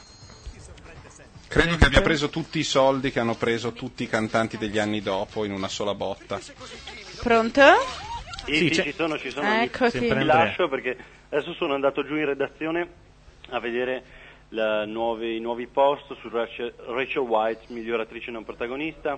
[SPEAKER 5] Credo che abbia preso tutti i soldi che hanno preso tutti i cantanti degli anni dopo in una sola botta.
[SPEAKER 4] Pronto?
[SPEAKER 8] Sì,
[SPEAKER 2] Sì,
[SPEAKER 8] sì,
[SPEAKER 2] c'è-
[SPEAKER 8] ci sono, ci sono.
[SPEAKER 4] Eccoci.
[SPEAKER 8] Vi
[SPEAKER 2] Sempre
[SPEAKER 8] vi
[SPEAKER 2] Andrea.
[SPEAKER 8] lascio perché adesso sono andato giù in redazione a vedere la nuove- i nuovi post su Rachel, Rachel White, miglior attrice non protagonista.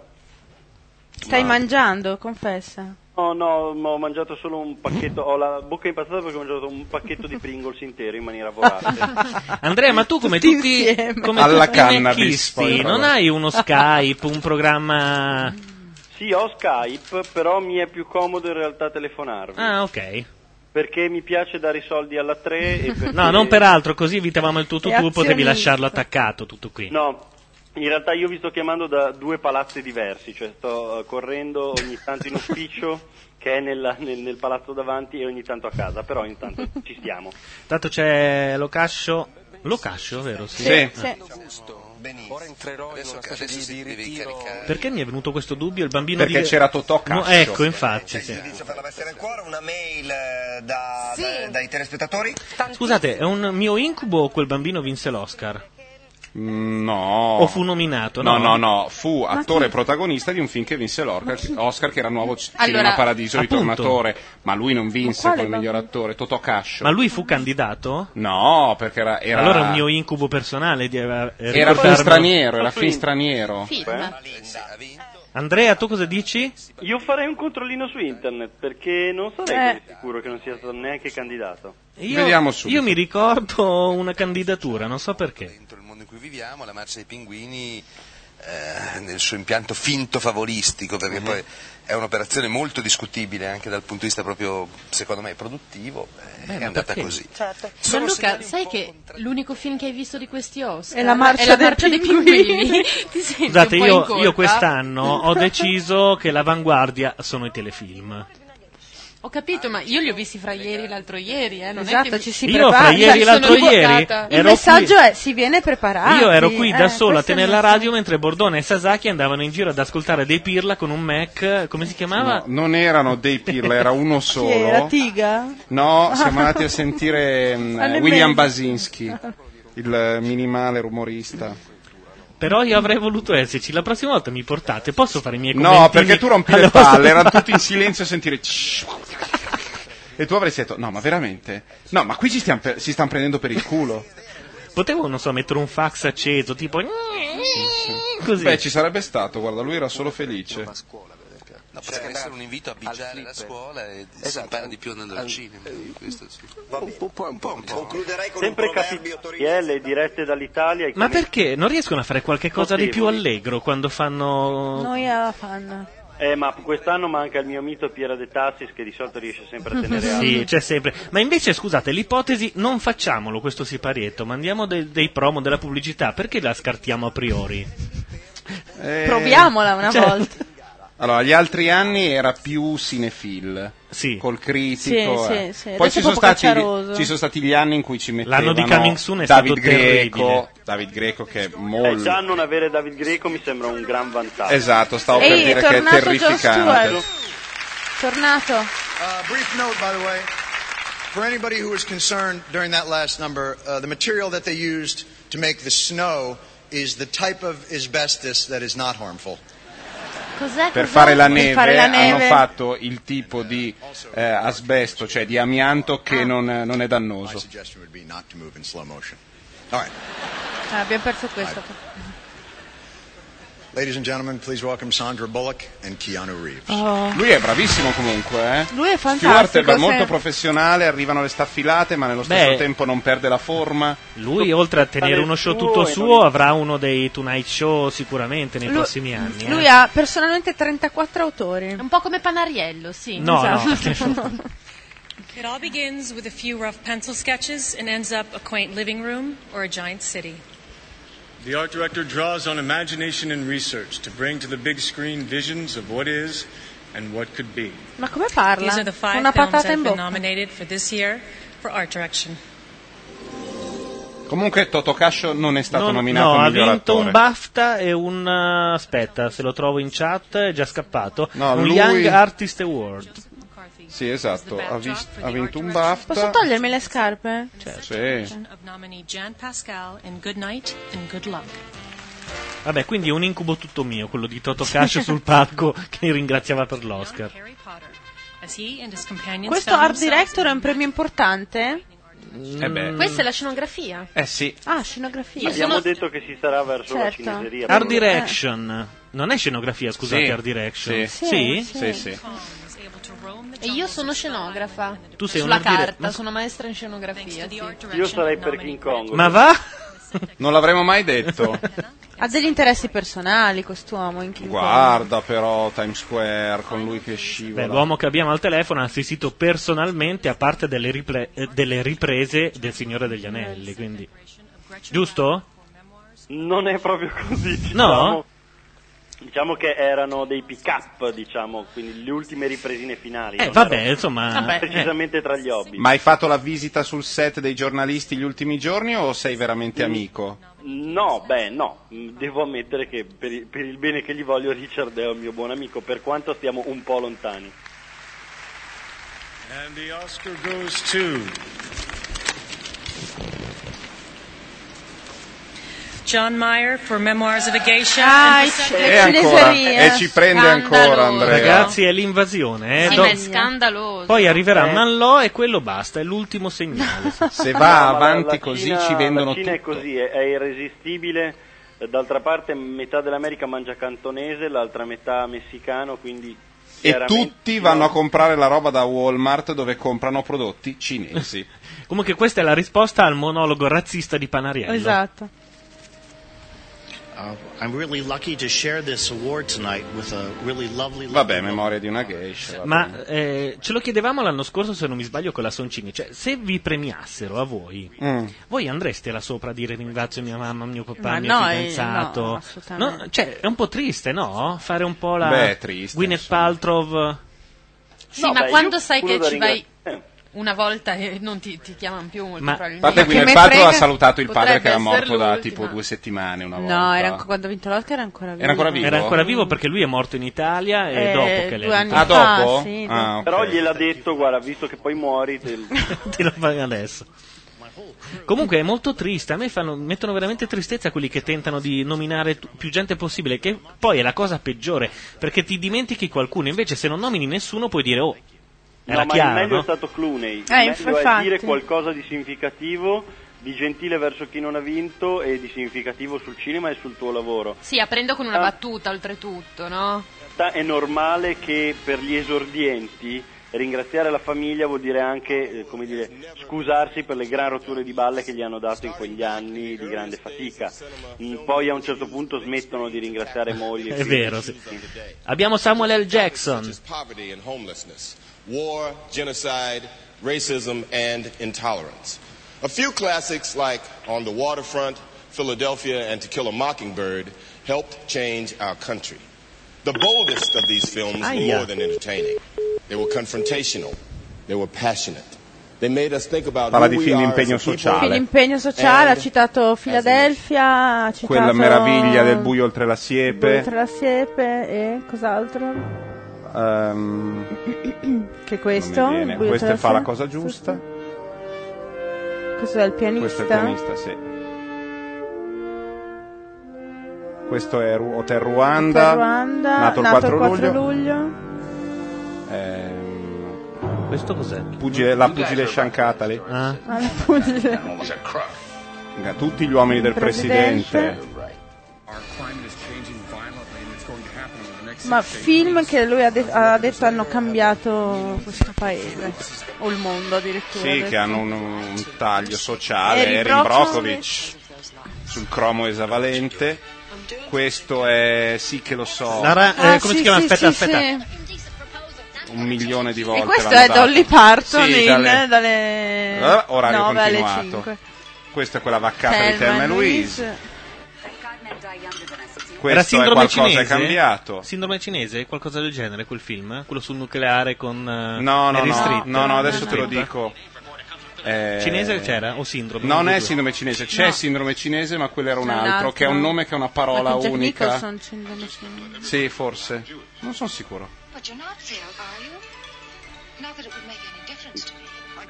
[SPEAKER 4] Stai
[SPEAKER 8] Ma-
[SPEAKER 4] mangiando, confessa.
[SPEAKER 8] No, no, ma ho mangiato solo un pacchetto, ho la bocca impazzata perché ho mangiato un pacchetto di Pringles intero in maniera voracile.
[SPEAKER 2] Andrea, ma tu come
[SPEAKER 4] Tutti
[SPEAKER 2] tutti,
[SPEAKER 4] insieme.
[SPEAKER 2] come
[SPEAKER 5] Alla
[SPEAKER 2] tutti i
[SPEAKER 5] cannabis,
[SPEAKER 2] macchisti,
[SPEAKER 5] poi,
[SPEAKER 2] non
[SPEAKER 5] però.
[SPEAKER 2] hai uno Skype, un programma...
[SPEAKER 8] Sì, ho Skype, però mi è più comodo in realtà telefonarvi.
[SPEAKER 2] Ah, ok.
[SPEAKER 8] Perché mi piace dare i soldi alla tre e perché...
[SPEAKER 2] No, non per altro, così evitavamo il tu tu
[SPEAKER 4] È
[SPEAKER 2] tu, potevi
[SPEAKER 4] azionista.
[SPEAKER 2] lasciarlo attaccato, tutto qui.
[SPEAKER 8] No, in realtà io vi sto chiamando da due palazzi diversi, cioè sto eh, correndo ogni tanto in ufficio che è nella- nel, nel palazzo davanti e ogni tanto a casa, però intanto ci stiamo.
[SPEAKER 2] Tanto c'è Locascio... Locascio, vero? Sì.
[SPEAKER 5] Sì.
[SPEAKER 4] Sì.
[SPEAKER 10] Ora entrerò in una specie di, di ritiro.
[SPEAKER 2] Perché mi è venuto questo dubbio? Il bambino
[SPEAKER 5] Perché
[SPEAKER 2] di...
[SPEAKER 5] c'era Totò
[SPEAKER 2] No,
[SPEAKER 5] Cascio.
[SPEAKER 2] ecco, infatti. Sì.
[SPEAKER 11] Inizio per la messa nel cuore, una mail eh, da- da- dai telespettatori.
[SPEAKER 2] Scusate, è un mio incubo o quel bambino vinse l'Oscar?
[SPEAKER 5] Mm, No.
[SPEAKER 2] O fu nominato?
[SPEAKER 5] No,
[SPEAKER 2] No,
[SPEAKER 5] no, no, fu attore protagonista di un film che vinse l'Oscar, Oscar che era Nuovo C-
[SPEAKER 3] Allora,
[SPEAKER 5] Cinema Paradiso,
[SPEAKER 2] appunto.
[SPEAKER 5] Ritornatore, ma lui non vinse
[SPEAKER 4] quale
[SPEAKER 5] come miglior
[SPEAKER 4] bambino?
[SPEAKER 5] attore, Totò Cascio.
[SPEAKER 2] Ma lui fu candidato?
[SPEAKER 5] No, perché era... Era,
[SPEAKER 2] Allora è un mio incubo personale di eh,
[SPEAKER 5] era film
[SPEAKER 2] ricordarmelo.
[SPEAKER 5] straniero, era film straniero.
[SPEAKER 3] Film.
[SPEAKER 2] Andrea, tu cosa dici?
[SPEAKER 8] Io farei un controllino su internet perché non sarei
[SPEAKER 4] Eh.
[SPEAKER 8] così sicuro che non sia stato neanche candidato.
[SPEAKER 2] Io,
[SPEAKER 5] Vediamo subito.
[SPEAKER 2] io mi ricordo una candidatura, non so perché.
[SPEAKER 11] Dentro il mondo in cui viviamo, la marcia dei pinguini eh, nel suo impianto finto favolistico, perché
[SPEAKER 5] Mhm.
[SPEAKER 11] poi è un'operazione molto discutibile anche dal punto di vista proprio, secondo me, produttivo, eh,
[SPEAKER 2] Beh,
[SPEAKER 11] è
[SPEAKER 2] ma
[SPEAKER 11] andata
[SPEAKER 2] perché?
[SPEAKER 11] così.
[SPEAKER 4] Certo.
[SPEAKER 3] Gianluca, sai che l'unico film che hai visto di questi Oscar
[SPEAKER 4] È La marcia
[SPEAKER 3] è la
[SPEAKER 4] dei
[SPEAKER 3] marcia dei
[SPEAKER 4] pinguini.
[SPEAKER 3] pinguini? Ti senti
[SPEAKER 2] Scusate,
[SPEAKER 3] un po' in
[SPEAKER 2] io,
[SPEAKER 3] colpa?
[SPEAKER 2] io quest'anno ho deciso che l'avanguardia sono i telefilm.
[SPEAKER 3] Ho capito, ma io li ho visti fra ieri e l'altro ieri, eh, non è
[SPEAKER 4] Esatto,
[SPEAKER 3] che
[SPEAKER 4] ci si
[SPEAKER 2] Io
[SPEAKER 4] prepara.
[SPEAKER 2] fra ieri e
[SPEAKER 3] Sono
[SPEAKER 2] l'altro ieri
[SPEAKER 3] equivocata.
[SPEAKER 4] Il
[SPEAKER 2] ero
[SPEAKER 4] messaggio
[SPEAKER 2] qui,
[SPEAKER 4] è si viene preparati.
[SPEAKER 2] io ero qui da
[SPEAKER 4] Eh,
[SPEAKER 2] solo a
[SPEAKER 4] questo è il
[SPEAKER 2] tenere la
[SPEAKER 4] messaggio.
[SPEAKER 2] radio mentre Bordone e Sasaki andavano in giro ad ascoltare dei Pirla con un Mac, come si chiamava?
[SPEAKER 5] No, non erano dei Pirla, era uno
[SPEAKER 4] Chi era?
[SPEAKER 5] solo.
[SPEAKER 4] Tiga?
[SPEAKER 5] No, siamo andati a sentire mm,
[SPEAKER 4] Ah, nemmeno.
[SPEAKER 5] William Basinski, il minimale rumorista.
[SPEAKER 2] Però io avrei voluto esserci, la prossima volta mi portate, posso fare i miei
[SPEAKER 5] No,
[SPEAKER 2] commentini
[SPEAKER 5] perché tu rompi
[SPEAKER 2] alle
[SPEAKER 5] le
[SPEAKER 2] vostre-
[SPEAKER 5] palle, erano tutti in silenzio a sentire... E tu avresti detto, no, ma veramente? No, ma qui ci stiamo per- si stanno prendendo per il culo.
[SPEAKER 2] Potevo, non so, mettere un fax acceso, tipo... Così.
[SPEAKER 5] Beh, ci sarebbe stato, guarda, lui era solo felice.
[SPEAKER 11] No, potrebbe essere un invito a bigiare la scuola e si impara di più andando al cinema. Questo sì.
[SPEAKER 10] Un po', un po', un po'.
[SPEAKER 11] Concluderei con
[SPEAKER 8] Sempre
[SPEAKER 11] un proverbio
[SPEAKER 8] capitelle dirette dall'Italia. i
[SPEAKER 2] Ma
[SPEAKER 8] comici-
[SPEAKER 2] perché non riescono a fare qualche cosa di più
[SPEAKER 8] Notevoli.
[SPEAKER 2] allegro quando fanno...
[SPEAKER 4] Noi alla fan.
[SPEAKER 8] Eh, ma quest'anno manca il mio mito Piera De Tassis che di solito riesce sempre a tenere alto.
[SPEAKER 2] Sì, c'è sempre. Ma invece, scusate, l'ipotesi non facciamolo questo siparietto, mandiamo dei, dei promo, della pubblicità, perché la scartiamo a priori?
[SPEAKER 5] Eh,
[SPEAKER 4] Proviamola una
[SPEAKER 2] Cioè-
[SPEAKER 4] volta.
[SPEAKER 5] Allora, gli altri anni era più cinefil,
[SPEAKER 2] Sì.
[SPEAKER 5] col critico.
[SPEAKER 4] Sì,
[SPEAKER 5] eh.
[SPEAKER 4] sì, sì.
[SPEAKER 5] Poi
[SPEAKER 4] Adesso
[SPEAKER 5] ci
[SPEAKER 4] è
[SPEAKER 5] sono,
[SPEAKER 4] proprio
[SPEAKER 5] stati,
[SPEAKER 4] cacciaroso.
[SPEAKER 5] ci sono stati gli anni in cui ci mettevano
[SPEAKER 2] L'anno di Coming Soon è
[SPEAKER 5] David
[SPEAKER 2] stato terribile.
[SPEAKER 5] Greco, David Greco che è
[SPEAKER 8] Eh,
[SPEAKER 5] molto...
[SPEAKER 8] già non avere David Greco mi sembra un gran vantaggio.
[SPEAKER 5] Esatto, stavo per
[SPEAKER 4] Ehi,
[SPEAKER 5] dire
[SPEAKER 4] è
[SPEAKER 5] che è
[SPEAKER 4] tornato Jon
[SPEAKER 5] terrificante.
[SPEAKER 4] Stewart. Tornato.
[SPEAKER 9] Uh, brief note, by the way, for anybody who was concerned during that last number, uh, the material that they used to make the snow is the type of asbestos that is not harmful.
[SPEAKER 4] Cos'è,
[SPEAKER 5] Per
[SPEAKER 4] cos'è?
[SPEAKER 5] fare la
[SPEAKER 4] Per
[SPEAKER 5] neve,
[SPEAKER 4] fare la
[SPEAKER 5] hanno
[SPEAKER 4] neve.
[SPEAKER 5] fatto il tipo di eh, asbesto, cioè di amianto che
[SPEAKER 4] Ah.
[SPEAKER 5] non, non è
[SPEAKER 9] My
[SPEAKER 5] dannoso.
[SPEAKER 9] suggestion would be not to move in slow motion. All right.
[SPEAKER 4] Ah, abbiamo perso questo.
[SPEAKER 9] Ladies and gentlemen, please welcome Sandra Bullock and Keanu Reeves.
[SPEAKER 4] Oh.
[SPEAKER 5] Lui è bravissimo comunque, eh?
[SPEAKER 4] Lui è
[SPEAKER 5] Stewart
[SPEAKER 4] fantastico.
[SPEAKER 5] è molto
[SPEAKER 4] se-
[SPEAKER 5] professionale, arrivano le staffilate, ma nello stesso
[SPEAKER 2] Beh.
[SPEAKER 5] tempo non perde la forma.
[SPEAKER 2] Lui, oltre a tenere uno show tutto suo, avrà uno dei Tonight Show sicuramente nei
[SPEAKER 4] Lui-
[SPEAKER 2] prossimi anni. eh.
[SPEAKER 4] Lui ha personalmente trentaquattro autori.
[SPEAKER 3] È un po' come Panariello, sì.
[SPEAKER 2] No,
[SPEAKER 4] Esatto.
[SPEAKER 2] no.
[SPEAKER 1] It all begins with a few rough pencil sketches and ends up a quaint living room or a giant city.
[SPEAKER 17] The art director draws on imagination and research to bring to the big screen visions of what is and what could be.
[SPEAKER 4] Ma come parla?
[SPEAKER 1] These are the five
[SPEAKER 4] Una
[SPEAKER 1] films that
[SPEAKER 4] patata
[SPEAKER 1] have
[SPEAKER 4] in
[SPEAKER 1] been
[SPEAKER 4] bocca.
[SPEAKER 1] nominated for this year for art direction.
[SPEAKER 5] Comunque Toto Cascio non è stato
[SPEAKER 2] Non-
[SPEAKER 5] nominato
[SPEAKER 2] no, ha
[SPEAKER 5] miglior
[SPEAKER 2] vinto
[SPEAKER 5] attore.
[SPEAKER 2] un BAFTA e un uh, aspetta, se lo trovo in chat, è già scappato.
[SPEAKER 5] No,
[SPEAKER 2] un
[SPEAKER 5] lui-
[SPEAKER 2] Young Artist Award.
[SPEAKER 5] Sì, esatto, ha, vis- ha vinto un BAFTA.
[SPEAKER 4] Posso togliermi le scarpe?
[SPEAKER 5] Sì.
[SPEAKER 6] Of nominee Jan Pascal in Good Night and Good Luck.
[SPEAKER 2] Vabbè, quindi è un incubo tutto mio, quello di Toto Cascio sul palco che ringraziava per l'Oscar.
[SPEAKER 6] Harry Potter, as he and his companions
[SPEAKER 4] Questo
[SPEAKER 6] found
[SPEAKER 4] art
[SPEAKER 6] themselves
[SPEAKER 4] director è un premio importante?
[SPEAKER 5] Eh beh.
[SPEAKER 3] Questa è la scenografia.
[SPEAKER 5] Eh sì.
[SPEAKER 4] Ah, scenografia.
[SPEAKER 8] Abbiamo detto che si sarà verso
[SPEAKER 4] Certo.
[SPEAKER 8] la cineseria.
[SPEAKER 2] Art Direction. Non è scenografia, scusate,
[SPEAKER 5] Sì.
[SPEAKER 2] Art Direction.
[SPEAKER 5] Sì.
[SPEAKER 2] Sì?
[SPEAKER 5] Sì, sì.
[SPEAKER 3] E io sono scenografa.
[SPEAKER 2] Tu sei
[SPEAKER 3] Sulla
[SPEAKER 2] un art dire-
[SPEAKER 3] carta,
[SPEAKER 2] ma-
[SPEAKER 3] sono maestra in scenografia. Sì.
[SPEAKER 8] Io sarei per King Kong.
[SPEAKER 2] Ma va?
[SPEAKER 5] Non l'avremmo mai detto.
[SPEAKER 4] Ha degli interessi personali quest'uomo in King Kong.
[SPEAKER 5] Guarda però Times Square con lui che scivola.
[SPEAKER 2] Beh, l'uomo che abbiamo al telefono ha assistito personalmente a parte delle, riple- eh, delle riprese del Signore degli Anelli, quindi... Giusto?
[SPEAKER 8] Non è proprio così.
[SPEAKER 2] No?
[SPEAKER 8] Diciamo, diciamo che erano dei pick-up, diciamo, quindi le ultime ripresine finali.
[SPEAKER 2] Eh,
[SPEAKER 8] non
[SPEAKER 2] vabbè,
[SPEAKER 8] erano
[SPEAKER 2] insomma...
[SPEAKER 3] Vabbè.
[SPEAKER 8] Precisamente tra gli hobby.
[SPEAKER 5] Ma hai fatto la visita sul set dei giornalisti gli ultimi giorni o sei veramente amico?
[SPEAKER 8] No, beh, no. Devo ammettere che per il, per il bene che gli voglio Richard è un mio buon amico, per quanto stiamo un po' lontani.
[SPEAKER 17] And the Oscar goes to...
[SPEAKER 6] John Mayer for Memoirs of a Geisha.
[SPEAKER 4] Ah,
[SPEAKER 6] and
[SPEAKER 4] i
[SPEAKER 6] for
[SPEAKER 4] c-
[SPEAKER 5] E
[SPEAKER 4] le
[SPEAKER 5] ancora,
[SPEAKER 4] cineserie.
[SPEAKER 5] e ci prende ancora
[SPEAKER 3] Scandaloso.
[SPEAKER 5] Andrea.
[SPEAKER 2] Ragazzi, è l'invasione, eh?
[SPEAKER 3] Sì,
[SPEAKER 2] Do-
[SPEAKER 3] ma è scandaloso.
[SPEAKER 2] Poi arriverà
[SPEAKER 8] Eh.
[SPEAKER 2] Manlò e quello basta, è l'ultimo segnale.
[SPEAKER 5] Se
[SPEAKER 8] No,
[SPEAKER 5] va
[SPEAKER 8] ma la-
[SPEAKER 5] avanti
[SPEAKER 8] la
[SPEAKER 5] così
[SPEAKER 8] Cina-
[SPEAKER 5] ci vendono
[SPEAKER 8] La Cina
[SPEAKER 5] tutto.
[SPEAKER 8] è così, è, è irresistibile. D'altra parte metà dell'America mangia cantonese, l'altra metà messicano, quindi...
[SPEAKER 5] E
[SPEAKER 8] chiaramente-
[SPEAKER 5] tutti vanno a comprare la roba da Walmart dove comprano prodotti cinesi.
[SPEAKER 2] Comunque questa è la risposta al monologo razzista di Panariello.
[SPEAKER 4] Esatto.
[SPEAKER 12] Uh, I'm really lucky to share this award tonight with a really lovely.
[SPEAKER 5] Vabbè, memoria di una geisha. va
[SPEAKER 2] Ma
[SPEAKER 5] bene.
[SPEAKER 2] eh, ce lo chiedevamo l'anno scorso, se non mi sbaglio, con la Soncini. Cioè, se vi premiassero a voi,
[SPEAKER 5] Mm.
[SPEAKER 2] voi andreste là sopra a dire ringrazio mia mamma, mio papà,
[SPEAKER 4] Ma
[SPEAKER 2] mio
[SPEAKER 4] no, eh,
[SPEAKER 2] fidanzato?
[SPEAKER 4] no, assolutamente.
[SPEAKER 2] No, cioè, è un po' triste, no? Fare un po' la
[SPEAKER 5] Beh, è triste,
[SPEAKER 2] Gwyneth
[SPEAKER 5] insomma.
[SPEAKER 2] Paltrow.
[SPEAKER 3] Sì,
[SPEAKER 8] No,
[SPEAKER 3] ma
[SPEAKER 8] beh,
[SPEAKER 3] quando
[SPEAKER 8] io
[SPEAKER 3] sai
[SPEAKER 8] uno
[SPEAKER 3] che
[SPEAKER 8] da
[SPEAKER 3] ci vai
[SPEAKER 8] ringraziare.
[SPEAKER 3] una volta e non ti, ti chiamano più, molto
[SPEAKER 2] Ma-
[SPEAKER 5] A
[SPEAKER 3] probabilmente.
[SPEAKER 5] parte
[SPEAKER 4] che
[SPEAKER 5] Gwyneth
[SPEAKER 4] me
[SPEAKER 5] Paltrow
[SPEAKER 4] frega-
[SPEAKER 5] ha salutato il padre
[SPEAKER 3] potrebbe
[SPEAKER 5] che era
[SPEAKER 3] essere
[SPEAKER 5] morto da
[SPEAKER 3] l'ultima.
[SPEAKER 5] tipo due settimane una volta.
[SPEAKER 4] No, era anche quando ha vinto l'Oscar era ancora vivo.
[SPEAKER 5] Era ancora vivo?
[SPEAKER 2] Era ancora vivo perché lui è morto in Italia e
[SPEAKER 4] Eh,
[SPEAKER 2] dopo che
[SPEAKER 4] due
[SPEAKER 2] lei
[SPEAKER 4] anni
[SPEAKER 5] Ah,
[SPEAKER 4] fa,
[SPEAKER 5] dopo?
[SPEAKER 4] sì,
[SPEAKER 5] Ah, ok.
[SPEAKER 8] Però gliel'ha detto, guarda, visto che poi muori... te-
[SPEAKER 2] te lo fai adesso. Comunque è molto triste, a me fanno, mettono veramente tristezza quelli che tentano di nominare t- più gente possibile, che poi è la cosa peggiore, perché ti dimentichi qualcuno, invece se non nomini nessuno puoi dire oh, era
[SPEAKER 8] No, ma
[SPEAKER 2] chiaro,
[SPEAKER 8] il meglio
[SPEAKER 2] no?
[SPEAKER 8] è stato Clooney. Il
[SPEAKER 4] Eh,
[SPEAKER 8] meglio
[SPEAKER 4] inf-
[SPEAKER 8] è
[SPEAKER 4] infatti.
[SPEAKER 8] dire qualcosa di significativo, di gentile verso chi non ha vinto e di significativo sul cinema e sul tuo lavoro.
[SPEAKER 3] Sì, aprendo con una
[SPEAKER 8] Ah.
[SPEAKER 3] battuta oltretutto, no?
[SPEAKER 8] In realtà è normale che per gli esordienti ringraziare la famiglia vuol dire anche, eh, come dire, scusarsi per le gran rotture di balle che gli hanno dato in quegli anni di grande fatica. Mm, Poi a un certo punto smettono di ringraziare mogli e
[SPEAKER 2] È
[SPEAKER 8] figli.
[SPEAKER 2] vero, sì. Abbiamo Samuel L. Jackson.
[SPEAKER 22] Poverty and homelessness, war, genocide, racism, and intolerance. A few classics like On the Waterfront, Philadelphia, and To Kill a Mockingbird helped change our country. The boldest of these films were
[SPEAKER 2] Aia.
[SPEAKER 22] more than entertaining. They were confrontational. They were passionate. They made us think about
[SPEAKER 5] Parla
[SPEAKER 22] who
[SPEAKER 5] di
[SPEAKER 22] we
[SPEAKER 5] film
[SPEAKER 22] are
[SPEAKER 5] d'impegno
[SPEAKER 22] as a people.
[SPEAKER 5] sociale.
[SPEAKER 4] Film impegno sociale,
[SPEAKER 22] And
[SPEAKER 4] ha citato Philadelphia, ha citato
[SPEAKER 5] Quella meraviglia del buio oltre la siepe.
[SPEAKER 4] Oltre la siepe e cos'altro?
[SPEAKER 5] Ehm,
[SPEAKER 4] Che questo?
[SPEAKER 5] non mi viene.
[SPEAKER 4] Buio
[SPEAKER 5] Questo
[SPEAKER 4] oltre
[SPEAKER 5] è Fa la
[SPEAKER 4] siepe?
[SPEAKER 5] cosa giusta.
[SPEAKER 4] Questo è il pianista.
[SPEAKER 5] Questo è il pianista, sì. Questo è Ru- Hotel Ruanda,
[SPEAKER 4] Hotel Ruanda,
[SPEAKER 5] nato il
[SPEAKER 4] nato
[SPEAKER 5] quattro
[SPEAKER 4] il quattro
[SPEAKER 5] luglio.
[SPEAKER 4] luglio.
[SPEAKER 5] Ehm,
[SPEAKER 2] Questo cos'è?
[SPEAKER 5] Pugile- la pugile sciancata lì.
[SPEAKER 2] Ah.
[SPEAKER 4] Ah, la pugile.
[SPEAKER 5] Tutti gli uomini del
[SPEAKER 4] Presidente.
[SPEAKER 5] presidente.
[SPEAKER 4] Ma film che lui ha, de- ha detto hanno cambiato questo paese o il mondo addirittura. ha
[SPEAKER 5] Sì,
[SPEAKER 4] detto.
[SPEAKER 5] che hanno un, un taglio sociale.
[SPEAKER 4] Erin
[SPEAKER 5] Erin
[SPEAKER 4] Brockovich.
[SPEAKER 5] Brockovich sul cromo esavalente. Questo è sì che lo so.
[SPEAKER 2] La ra- eh,
[SPEAKER 4] Ah,
[SPEAKER 2] come
[SPEAKER 4] sì,
[SPEAKER 2] si chiama?
[SPEAKER 4] sì,
[SPEAKER 2] Aspetta,
[SPEAKER 4] sì,
[SPEAKER 2] aspetta.
[SPEAKER 4] sì.
[SPEAKER 5] Un milione di volte.
[SPEAKER 4] E questo
[SPEAKER 5] l'hanno
[SPEAKER 4] è
[SPEAKER 5] dato.
[SPEAKER 4] Dolly Parton
[SPEAKER 5] Sì,
[SPEAKER 4] in,
[SPEAKER 5] dalle-
[SPEAKER 4] dalle
[SPEAKER 5] Eh, orario
[SPEAKER 4] nove alle
[SPEAKER 5] continuato.
[SPEAKER 4] cinque.
[SPEAKER 5] Questa è quella vaccata di
[SPEAKER 4] Thelma
[SPEAKER 5] Thelma
[SPEAKER 4] e
[SPEAKER 5] e Louise.
[SPEAKER 4] Louise.
[SPEAKER 2] Era
[SPEAKER 5] Questo è
[SPEAKER 2] sindrome
[SPEAKER 5] qualcosa
[SPEAKER 2] cinese?
[SPEAKER 5] è cambiato.
[SPEAKER 2] Sindrome cinese? Qualcosa del genere quel film? Quello sul nucleare con eh,
[SPEAKER 5] No, no,
[SPEAKER 2] Meryl
[SPEAKER 5] no,
[SPEAKER 2] Streep?
[SPEAKER 5] no, no, adesso
[SPEAKER 2] Meryl
[SPEAKER 5] te lo
[SPEAKER 2] Streep?
[SPEAKER 5] dico. Eh,
[SPEAKER 2] Cinese c'era? O sindrome?
[SPEAKER 5] Non
[SPEAKER 2] Uno
[SPEAKER 5] è
[SPEAKER 2] dei due.
[SPEAKER 5] sindrome cinese, c'è
[SPEAKER 2] No.
[SPEAKER 5] sindrome cinese, ma quello era un
[SPEAKER 4] C'è un
[SPEAKER 5] altro,
[SPEAKER 4] altro.
[SPEAKER 5] che ha un nome che è una parola
[SPEAKER 4] Michael Jack
[SPEAKER 5] unica.
[SPEAKER 4] Nicholson, sindrome cinese.
[SPEAKER 5] Sì, forse. Non sono sicuro.
[SPEAKER 7] But you're not failed, are you? Not that it would make any difference to me.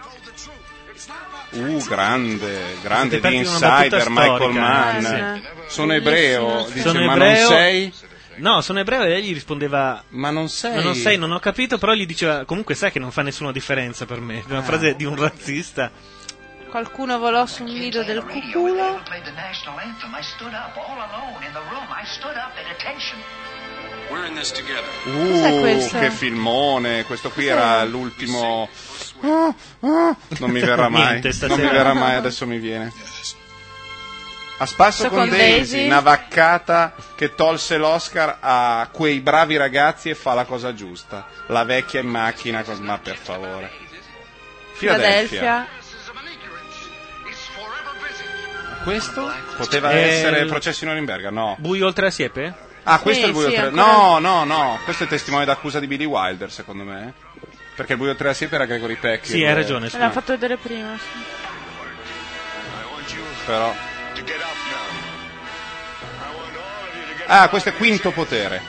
[SPEAKER 5] Uh, grande, grande
[SPEAKER 2] Siete
[SPEAKER 5] di
[SPEAKER 2] persi una battuta
[SPEAKER 5] Insider, Michael
[SPEAKER 2] storica,
[SPEAKER 5] Mann.
[SPEAKER 2] eh, sì.
[SPEAKER 5] Sono ebreo, dice,
[SPEAKER 2] Sono
[SPEAKER 5] ma
[SPEAKER 2] ebreo-
[SPEAKER 5] non sei?
[SPEAKER 2] No, sono ebreo e lei gli rispondeva
[SPEAKER 5] ma non sei.
[SPEAKER 2] Ma non sei, non ho capito, però gli diceva comunque sai che non fa nessuna differenza per me. Una frase di un razzista.
[SPEAKER 4] Qualcuno volò su un nido del cuculo.
[SPEAKER 13] Played the national anthem. I stood up all alone in the room. I stood up at attention.
[SPEAKER 11] We're in this together.
[SPEAKER 5] Uh,
[SPEAKER 4] questo?
[SPEAKER 5] che filmone, questo qui era l'ultimo. Ah, ah, non mi verrà mai.
[SPEAKER 2] Niente,
[SPEAKER 5] non
[SPEAKER 2] stasera.
[SPEAKER 5] mi verrà mai, adesso mi viene. A spasso
[SPEAKER 4] So
[SPEAKER 5] con
[SPEAKER 4] con
[SPEAKER 5] Daisy,
[SPEAKER 4] Daisy.
[SPEAKER 5] una vaccata che tolse l'Oscar a quei bravi ragazzi e fa la cosa giusta. La vecchia in macchina, con- ma per favore. Philadelphia.
[SPEAKER 4] Philadelphia.
[SPEAKER 5] Questo poteva
[SPEAKER 2] Eh,
[SPEAKER 5] essere Processo di Norimberga, no.
[SPEAKER 2] Buio oltre la siepe?
[SPEAKER 5] Ah, questo
[SPEAKER 4] Sì,
[SPEAKER 5] è il buio
[SPEAKER 4] sì,
[SPEAKER 5] tre.
[SPEAKER 4] ancora-
[SPEAKER 5] No, no, no, questo è il testimone d'accusa di Billy Wilder, secondo me. Perché il buio tre a siepe era Gregory Peck.
[SPEAKER 2] Sì, hai ragione.
[SPEAKER 4] Me l'ha fatto vedere prima. Sì.
[SPEAKER 5] Però. Ah, questo è Quinto Potere.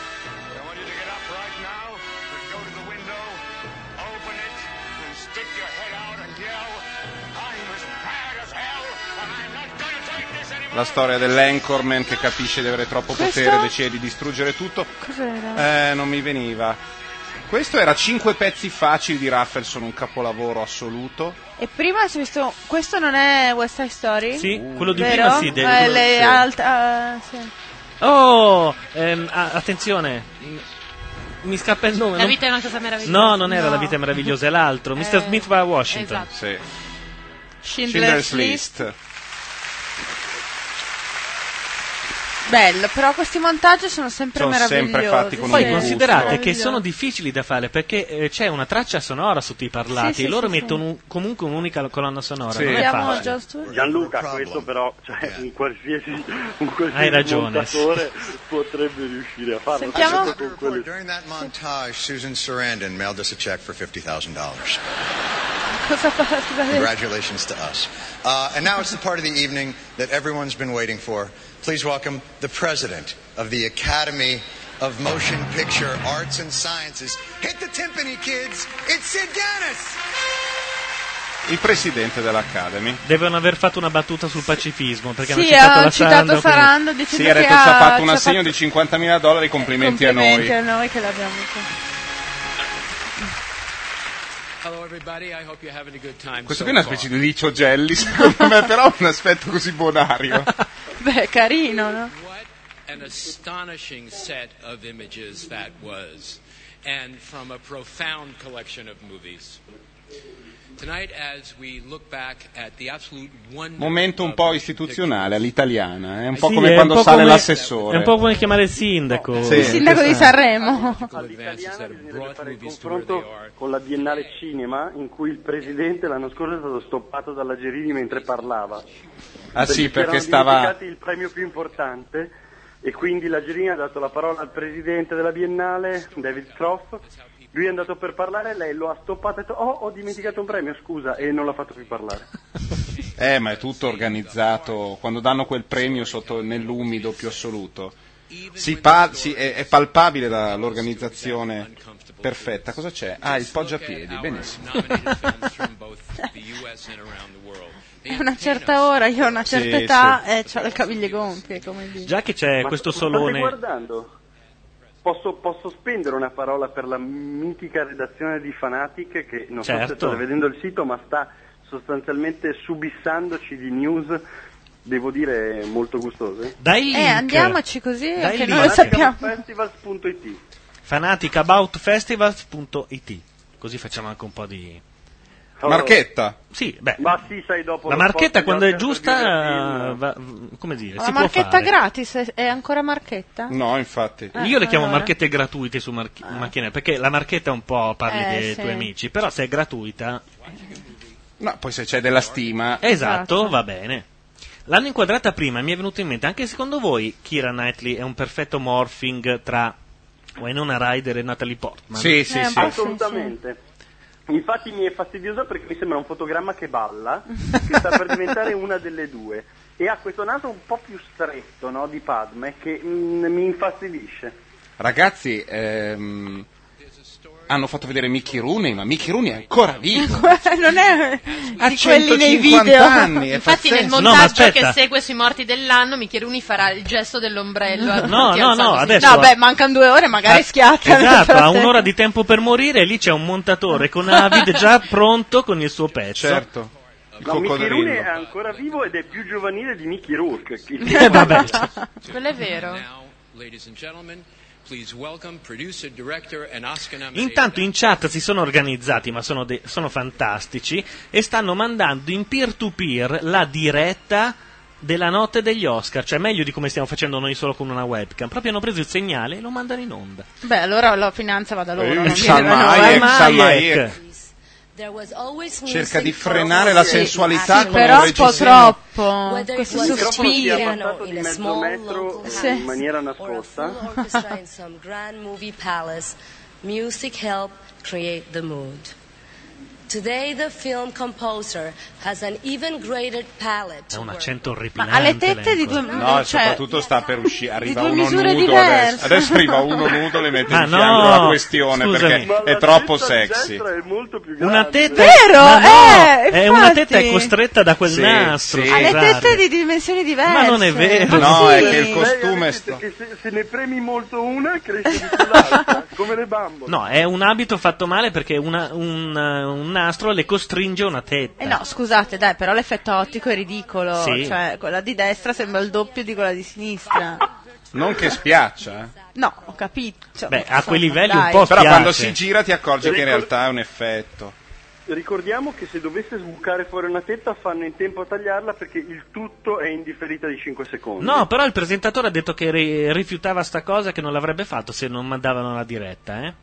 [SPEAKER 5] La storia dell'anchorman che capisce di avere troppo
[SPEAKER 4] Questo?
[SPEAKER 5] potere e decide di distruggere tutto.
[SPEAKER 4] Cos'era?
[SPEAKER 5] Eh, non mi veniva. Questo era Cinque pezzi facili di Raffleson, un capolavoro assoluto.
[SPEAKER 4] E prima si è visto. Questo non è West Side Story?
[SPEAKER 2] Sì, quello di
[SPEAKER 4] Vero?
[SPEAKER 2] prima sì. del-
[SPEAKER 4] Eh,
[SPEAKER 2] quello-
[SPEAKER 4] le
[SPEAKER 2] sì.
[SPEAKER 4] alt- ah, sì.
[SPEAKER 2] Oh, ehm, ah, attenzione. Mi scappa il nome.
[SPEAKER 3] La
[SPEAKER 2] non-
[SPEAKER 3] vita è una cosa meravigliosa.
[SPEAKER 2] No, non era
[SPEAKER 3] No.
[SPEAKER 2] La vita è meravigliosa, è l'altro. mister
[SPEAKER 3] Eh,
[SPEAKER 2] Smith va a Washington.
[SPEAKER 3] esatto.
[SPEAKER 5] Sì.
[SPEAKER 4] Schindler's List. Bello, però questi montaggi sono sempre
[SPEAKER 5] Sono sempre
[SPEAKER 4] meravigliosi.
[SPEAKER 5] fatti con
[SPEAKER 2] Poi
[SPEAKER 5] un
[SPEAKER 2] considerate che
[SPEAKER 4] Meravigliosi.
[SPEAKER 2] sono difficili da fare perché eh, c'è una traccia sonora sotto i parlati
[SPEAKER 4] Sì, sì,
[SPEAKER 2] e loro
[SPEAKER 4] sì,
[SPEAKER 2] mettono un- comunque un'unica colonna sonora.
[SPEAKER 5] Sì.
[SPEAKER 2] Non è
[SPEAKER 4] Vediamo
[SPEAKER 2] facile.
[SPEAKER 4] John Stewart.
[SPEAKER 8] Gianluca, questo però, cioè, un qualsiasi, un qualsiasi
[SPEAKER 2] Hai ragione.
[SPEAKER 8] montatore potrebbe riuscire a farlo.
[SPEAKER 4] Sentiamo.
[SPEAKER 8] Anche con quelle-
[SPEAKER 9] During that montage, Susan Sarandon mailed us a check for fifty thousand dollars.
[SPEAKER 4] Cosa fa? Cosa fa-
[SPEAKER 9] Congratulations to us. Uh, and now it's the part of the evening that everyone's been waiting for. Please welcome the president of the Academy of Motion Picture Arts and Sciences. Hit the timpani, kids! It's Sid Ganis!
[SPEAKER 5] Il presidente dell'Academy.
[SPEAKER 2] Devono aver fatto una battuta sul pacifismo perché
[SPEAKER 4] Sì,
[SPEAKER 2] hanno citato
[SPEAKER 4] hanno
[SPEAKER 2] la
[SPEAKER 4] citato
[SPEAKER 2] Sarandon, quindi-
[SPEAKER 4] Sarandon
[SPEAKER 5] Sì,
[SPEAKER 4] dicendo
[SPEAKER 5] ha detto
[SPEAKER 4] che
[SPEAKER 5] ci ha fatto un
[SPEAKER 4] ci ha
[SPEAKER 5] assegno
[SPEAKER 4] fatto-
[SPEAKER 5] di cinquantamila dollari, complimenti,
[SPEAKER 4] complimenti
[SPEAKER 5] a
[SPEAKER 4] a
[SPEAKER 5] noi.
[SPEAKER 4] noi che l'abbiamo avuto.
[SPEAKER 23] Hello everybody, I hope you're having a good time.
[SPEAKER 5] Questo
[SPEAKER 23] so
[SPEAKER 5] qui è una
[SPEAKER 23] far.
[SPEAKER 5] specie di Licio Gelli, secondo me, però ha un aspetto così bonario.
[SPEAKER 4] Beh, carino, no?
[SPEAKER 23] An astonishing set of images that was, and from a profound collection of movies. Tonight, as we look back at the absolute wonder
[SPEAKER 5] Momento un po' istituzionale, all'italiana, è un po'
[SPEAKER 2] Sì,
[SPEAKER 5] come
[SPEAKER 2] è
[SPEAKER 5] quando
[SPEAKER 2] un po'
[SPEAKER 5] sale
[SPEAKER 2] come-
[SPEAKER 5] l'assessore.
[SPEAKER 2] È un po' come chiamare il sindaco.
[SPEAKER 5] Sì.
[SPEAKER 4] Il sindaco di Sanremo.
[SPEAKER 8] All'italiana bisognerebbe fare il confronto con la Biennale Cinema in cui il presidente l'anno scorso è stato stoppato dalla Gerini mentre parlava.
[SPEAKER 5] Ah sì,
[SPEAKER 8] si
[SPEAKER 5] perché
[SPEAKER 8] erano
[SPEAKER 5] stava...
[SPEAKER 8] dimenticati il premio più importante e quindi la Gerini ha dato la parola al presidente della Biennale, David Croft. Lui è andato per parlare, lei lo ha stoppato e ha detto oh, ho dimenticato un premio, scusa, e non l'ha fatto più parlare.
[SPEAKER 5] Eh, ma è tutto organizzato. Quando danno quel premio sotto nell'umido più assoluto, si pa- si- è, è palpabile la- l'organizzazione perfetta. Cosa c'è? Ah, il poggiapiedi, benissimo.
[SPEAKER 4] È una certa ora, io ho una certa
[SPEAKER 2] Sì,
[SPEAKER 4] età e ho le caviglie gonfie, come dire.
[SPEAKER 2] Già che c'è
[SPEAKER 8] Ma
[SPEAKER 2] questo
[SPEAKER 8] st- ma state
[SPEAKER 2] solone.
[SPEAKER 8] guardando? Posso, posso spendere una parola per la mitica redazione di Fanatic che non so se
[SPEAKER 2] Certo.
[SPEAKER 8] state vedendo il sito ma sta sostanzialmente subissandoci di news, devo dire, molto gustose.
[SPEAKER 2] Dai il
[SPEAKER 4] Eh,
[SPEAKER 2] link.
[SPEAKER 4] andiamoci così,
[SPEAKER 2] Dai
[SPEAKER 4] che
[SPEAKER 2] il
[SPEAKER 4] non lo
[SPEAKER 2] link.
[SPEAKER 4] sappiamo.
[SPEAKER 8] Festivals punto it.
[SPEAKER 2] fanaticaboutfestivals punto it. Così facciamo anche un po' di
[SPEAKER 5] Marchetta?
[SPEAKER 2] Sì, beh.
[SPEAKER 8] Ma sì, sai, dopo
[SPEAKER 2] La
[SPEAKER 8] lo
[SPEAKER 2] marchetta
[SPEAKER 8] spot
[SPEAKER 2] quando
[SPEAKER 8] di
[SPEAKER 2] è
[SPEAKER 8] Oscar
[SPEAKER 2] giusta,
[SPEAKER 8] per
[SPEAKER 2] va- come dire,
[SPEAKER 4] La
[SPEAKER 2] si può
[SPEAKER 4] marchetta
[SPEAKER 2] fare.
[SPEAKER 4] gratis è, è ancora marchetta?
[SPEAKER 5] No, infatti.
[SPEAKER 4] Eh,
[SPEAKER 2] Io le chiamo
[SPEAKER 4] allora.
[SPEAKER 2] marchette gratuite su marchi- macchine perché la marchetta un po' parli
[SPEAKER 4] Eh,
[SPEAKER 2] dei
[SPEAKER 4] sì.
[SPEAKER 2] tuoi amici, però se è gratuita,
[SPEAKER 5] No, poi se c'è della stima...
[SPEAKER 2] esatto, va bene. L'hanno inquadrata prima e mi è venuto in mente, anche secondo voi Keira Knightley è un perfetto morphing tra Winona Ryder e Natalie Portman?
[SPEAKER 5] Sì, sì,
[SPEAKER 4] Eh, un
[SPEAKER 5] sì.
[SPEAKER 4] po'
[SPEAKER 8] Assolutamente. Infatti mi è fastidioso perché mi sembra un fotogramma che balla, che sta per diventare una delle due, e ha questo naso un po' più stretto, no, di Padme, che mm, mi infastidisce.
[SPEAKER 5] Ragazzi, ehm, hanno fatto vedere Mickey Rooney, ma Mickey Rooney è ancora vivo.
[SPEAKER 4] Non è
[SPEAKER 5] Ha
[SPEAKER 4] di quelli nei
[SPEAKER 5] centocinquanta
[SPEAKER 4] video.
[SPEAKER 5] anni, è
[SPEAKER 3] Infatti nel
[SPEAKER 5] pazzesco.
[SPEAKER 3] montaggio
[SPEAKER 2] No, ma
[SPEAKER 3] che
[SPEAKER 2] aspetta.
[SPEAKER 3] segue sui morti dell'anno Mickey Rooney farà il gesto dell'ombrello. a
[SPEAKER 2] No,
[SPEAKER 3] tutti
[SPEAKER 2] no, no,
[SPEAKER 3] alzandosi.
[SPEAKER 2] adesso-
[SPEAKER 4] No, beh, mancano due ore, magari
[SPEAKER 2] Ah,
[SPEAKER 4] schiatta.
[SPEAKER 2] Esatto, ha un'ora di tempo per morire e lì c'è un montatore con Avid già pronto con il suo pezzo.
[SPEAKER 5] Certo. Il
[SPEAKER 8] No, Mickey Rooney
[SPEAKER 5] coccodrillo.
[SPEAKER 8] è ancora vivo ed è più giovanile di Mickey Rourke.
[SPEAKER 2] Eh, vabbè.
[SPEAKER 3] Quello è vero.
[SPEAKER 23] Now, ladies and gentlemen, please welcome producer, director, and Oscar nominated.
[SPEAKER 2] Intanto in chat si sono organizzati, ma sono, de- sono fantastici, e stanno mandando in peer-to-peer la diretta della notte degli Oscar, cioè meglio di come stiamo facendo noi solo con una webcam. Proprio hanno preso il segnale e lo mandano in onda.
[SPEAKER 4] Beh, allora la finanza va da loro.
[SPEAKER 5] Eh,
[SPEAKER 4] non mi
[SPEAKER 5] Salma
[SPEAKER 4] deve- no,
[SPEAKER 5] Hayek,
[SPEAKER 4] eh, ma-
[SPEAKER 5] Salma Hayek. Cerca di frenare la sensualità
[SPEAKER 4] Sì,
[SPEAKER 5] con
[SPEAKER 4] però
[SPEAKER 5] un
[SPEAKER 4] un po'
[SPEAKER 5] reggiseno.
[SPEAKER 4] troppo. Questo
[SPEAKER 8] Il microfono si è
[SPEAKER 4] sospiro.
[SPEAKER 8] abbassato di mezzo metro
[SPEAKER 4] Sì.
[SPEAKER 8] in maniera nascosta.
[SPEAKER 14] Orchestra in some grand movie palace, music help create the mood. Today the film composer has an even greater palette.
[SPEAKER 2] È un accento
[SPEAKER 4] Ma
[SPEAKER 2] orripilante.
[SPEAKER 4] alle tette di due...
[SPEAKER 5] No, e
[SPEAKER 4] cioè,
[SPEAKER 5] soprattutto sta per uscire. Arriva
[SPEAKER 4] due
[SPEAKER 5] uno
[SPEAKER 4] misure
[SPEAKER 5] nudo
[SPEAKER 4] diverse.
[SPEAKER 5] adesso. Adesso arriva uno nudo, le mette
[SPEAKER 2] Ma
[SPEAKER 5] in fianco
[SPEAKER 2] no,
[SPEAKER 5] la questione
[SPEAKER 2] scusami.
[SPEAKER 5] perché
[SPEAKER 8] Ma
[SPEAKER 5] è
[SPEAKER 8] la
[SPEAKER 5] troppo
[SPEAKER 8] testa di
[SPEAKER 5] sexy.
[SPEAKER 8] destra è molto più
[SPEAKER 2] Una
[SPEAKER 8] grande.
[SPEAKER 2] tetta
[SPEAKER 4] Vero,
[SPEAKER 2] ma no,
[SPEAKER 4] eh,
[SPEAKER 2] è una
[SPEAKER 4] infatti.
[SPEAKER 2] tetta è costretta da quel
[SPEAKER 5] Sì,
[SPEAKER 2] nastro.
[SPEAKER 5] sì.
[SPEAKER 4] Ha le
[SPEAKER 2] scusate.
[SPEAKER 4] tette di dimensioni diverse.
[SPEAKER 2] Ma non è vero.
[SPEAKER 5] No,
[SPEAKER 4] Sì.
[SPEAKER 5] è che il
[SPEAKER 8] Lei
[SPEAKER 5] costume
[SPEAKER 8] ha
[SPEAKER 5] sta...
[SPEAKER 8] detto che se, se ne premi molto una cresce di più l'altra, come le bambole.
[SPEAKER 2] No, è un abito fatto male perché una- un, un nastro le costringe una tetta.
[SPEAKER 4] Eh no, scusate, dai, però l'effetto ottico è ridicolo.
[SPEAKER 2] Sì.
[SPEAKER 4] Cioè, quella di destra sembra il doppio di quella di sinistra.
[SPEAKER 5] Non che spiaccia, eh.
[SPEAKER 4] No, ho capito. Cioè,
[SPEAKER 2] Beh, a
[SPEAKER 4] insomma,
[SPEAKER 2] quei livelli
[SPEAKER 4] dai.
[SPEAKER 2] un po'
[SPEAKER 5] Però
[SPEAKER 2] spiace.
[SPEAKER 5] quando si gira ti accorgi che in
[SPEAKER 8] Ricor-
[SPEAKER 5] realtà è un effetto.
[SPEAKER 8] Ricordiamo che se dovesse sbucare fuori una tetta fanno in tempo a tagliarla perché il tutto è in differita di cinque secondi.
[SPEAKER 2] No, però il presentatore ha detto che ri- rifiutava sta cosa, che non l'avrebbe fatto se non mandavano la diretta, eh.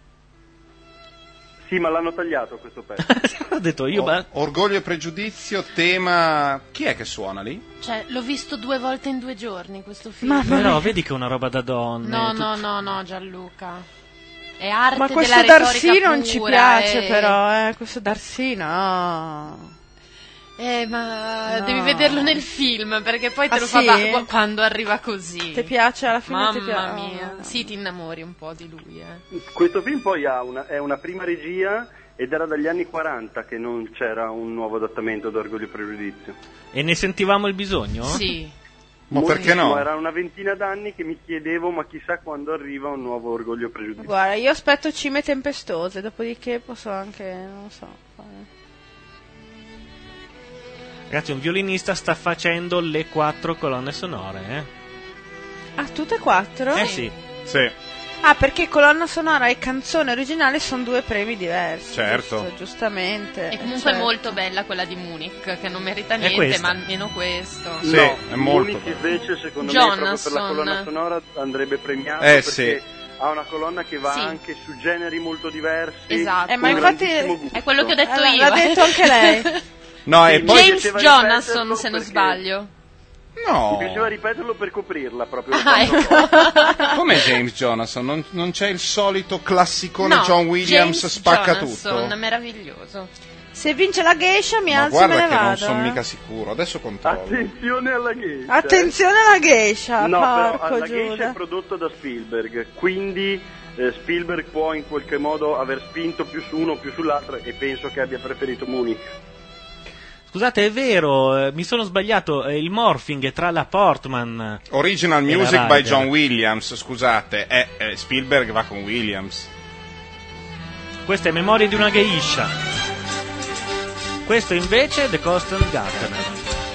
[SPEAKER 8] Sì, ma l'hanno tagliato questo pezzo.
[SPEAKER 2] Ho detto io,
[SPEAKER 5] O-
[SPEAKER 2] ma...
[SPEAKER 5] Orgoglio e pregiudizio, tema... Chi è che suona lì?
[SPEAKER 3] Cioè, l'ho visto due volte in due giorni questo film.
[SPEAKER 4] Ma
[SPEAKER 2] Però vedi che è una roba da donne.
[SPEAKER 3] No,
[SPEAKER 2] tut-
[SPEAKER 3] no, no, no, Gianluca. È arte
[SPEAKER 4] Ma
[SPEAKER 3] della
[SPEAKER 4] questo
[SPEAKER 3] retorica
[SPEAKER 4] Darcy non ci
[SPEAKER 3] pura,
[SPEAKER 4] piace,
[SPEAKER 3] e-
[SPEAKER 4] però, eh. Questo Darcy no.
[SPEAKER 3] Eh, ma
[SPEAKER 4] No.
[SPEAKER 3] devi vederlo nel film, perché poi te
[SPEAKER 4] Ah,
[SPEAKER 3] lo
[SPEAKER 4] sì?
[SPEAKER 3] fa va- quando arriva così.
[SPEAKER 4] Ti piace alla fine?
[SPEAKER 3] Mamma
[SPEAKER 4] ti piace?
[SPEAKER 3] mia.
[SPEAKER 4] Oh.
[SPEAKER 3] Sì, ti innamori un po' di lui, eh.
[SPEAKER 8] Questo film poi ha una, è una prima regia ed era dagli anni quaranta che non c'era un nuovo adattamento d'Orgoglio e Pregiudizio.
[SPEAKER 2] E ne sentivamo il bisogno?
[SPEAKER 3] Sì.
[SPEAKER 5] Ma perché no?
[SPEAKER 8] Moltissimo, Era una ventina d'anni che mi chiedevo ma chissà quando arriva un nuovo Orgoglio e Pregiudizio.
[SPEAKER 4] Guarda, io aspetto cime tempestose, dopodiché posso anche, non so. fare-
[SPEAKER 2] Ragazzi, un violinista sta facendo le quattro colonne sonore, eh?
[SPEAKER 4] Ah, tutte e quattro?
[SPEAKER 2] Eh sì.
[SPEAKER 5] Sì,
[SPEAKER 4] Ah, perché colonna sonora e canzone originale sono due premi diversi.
[SPEAKER 5] Certo.
[SPEAKER 4] giusto, giustamente.
[SPEAKER 3] E comunque
[SPEAKER 4] Cioè,
[SPEAKER 3] è molto bella quella di Munich, che non merita niente,
[SPEAKER 2] questa.
[SPEAKER 3] ma almeno questo.
[SPEAKER 5] Sì,
[SPEAKER 8] no,
[SPEAKER 5] è molto
[SPEAKER 8] Munich
[SPEAKER 5] bello.
[SPEAKER 8] invece secondo me proprio per la
[SPEAKER 3] Jonasson.
[SPEAKER 8] colonna sonora andrebbe premiato
[SPEAKER 5] Eh,
[SPEAKER 8] perché
[SPEAKER 5] sì.
[SPEAKER 8] ha una colonna che va
[SPEAKER 3] Sì.
[SPEAKER 8] anche su generi molto diversi.
[SPEAKER 3] Esatto.
[SPEAKER 4] Eh, ma
[SPEAKER 8] con
[SPEAKER 4] infatti-
[SPEAKER 8] grandissimo gusto.
[SPEAKER 3] È quello che ho detto
[SPEAKER 4] Eh,
[SPEAKER 3] io.
[SPEAKER 4] l'ha detto anche lei.
[SPEAKER 5] No, e
[SPEAKER 8] Sì,
[SPEAKER 5] poi...
[SPEAKER 3] James
[SPEAKER 8] piaceva
[SPEAKER 3] Jonasson,
[SPEAKER 8] ripeterlo
[SPEAKER 3] se non
[SPEAKER 8] perché-
[SPEAKER 3] sbaglio.
[SPEAKER 5] No,
[SPEAKER 8] Mi piaceva ripeterlo per coprirla proprio.
[SPEAKER 3] Ah, ecco.
[SPEAKER 5] come James Jonasson? Non, non c'è il solito classicone
[SPEAKER 3] No,
[SPEAKER 5] John Williams
[SPEAKER 3] James
[SPEAKER 5] spacca
[SPEAKER 3] Jonasson,
[SPEAKER 5] tutto?
[SPEAKER 3] meraviglioso.
[SPEAKER 4] Se vince la geisha mi
[SPEAKER 5] Ma
[SPEAKER 4] alzo e me
[SPEAKER 5] guarda
[SPEAKER 4] ne
[SPEAKER 5] che non
[SPEAKER 4] vado.
[SPEAKER 5] sono
[SPEAKER 4] eh.
[SPEAKER 5] mica sicuro, adesso controllo.
[SPEAKER 8] Attenzione alla geisha.
[SPEAKER 4] Attenzione alla geisha,
[SPEAKER 8] No, però
[SPEAKER 4] porco
[SPEAKER 8] la geisha
[SPEAKER 4] Giuda.
[SPEAKER 8] è prodotto da Spielberg, quindi eh, Spielberg può in qualche modo aver spinto più su uno o più sull'altro e penso che abbia preferito Munich.
[SPEAKER 2] Scusate, è vero, eh, mi sono sbagliato, eh, il morphing è tra la Portman.
[SPEAKER 5] Original
[SPEAKER 2] e la
[SPEAKER 5] music by
[SPEAKER 2] Ryder.
[SPEAKER 5] John Williams, scusate, eh, eh, Spielberg va con Williams.
[SPEAKER 2] Questa è Memoria di una geisha. Questo invece è The Constant Gardener.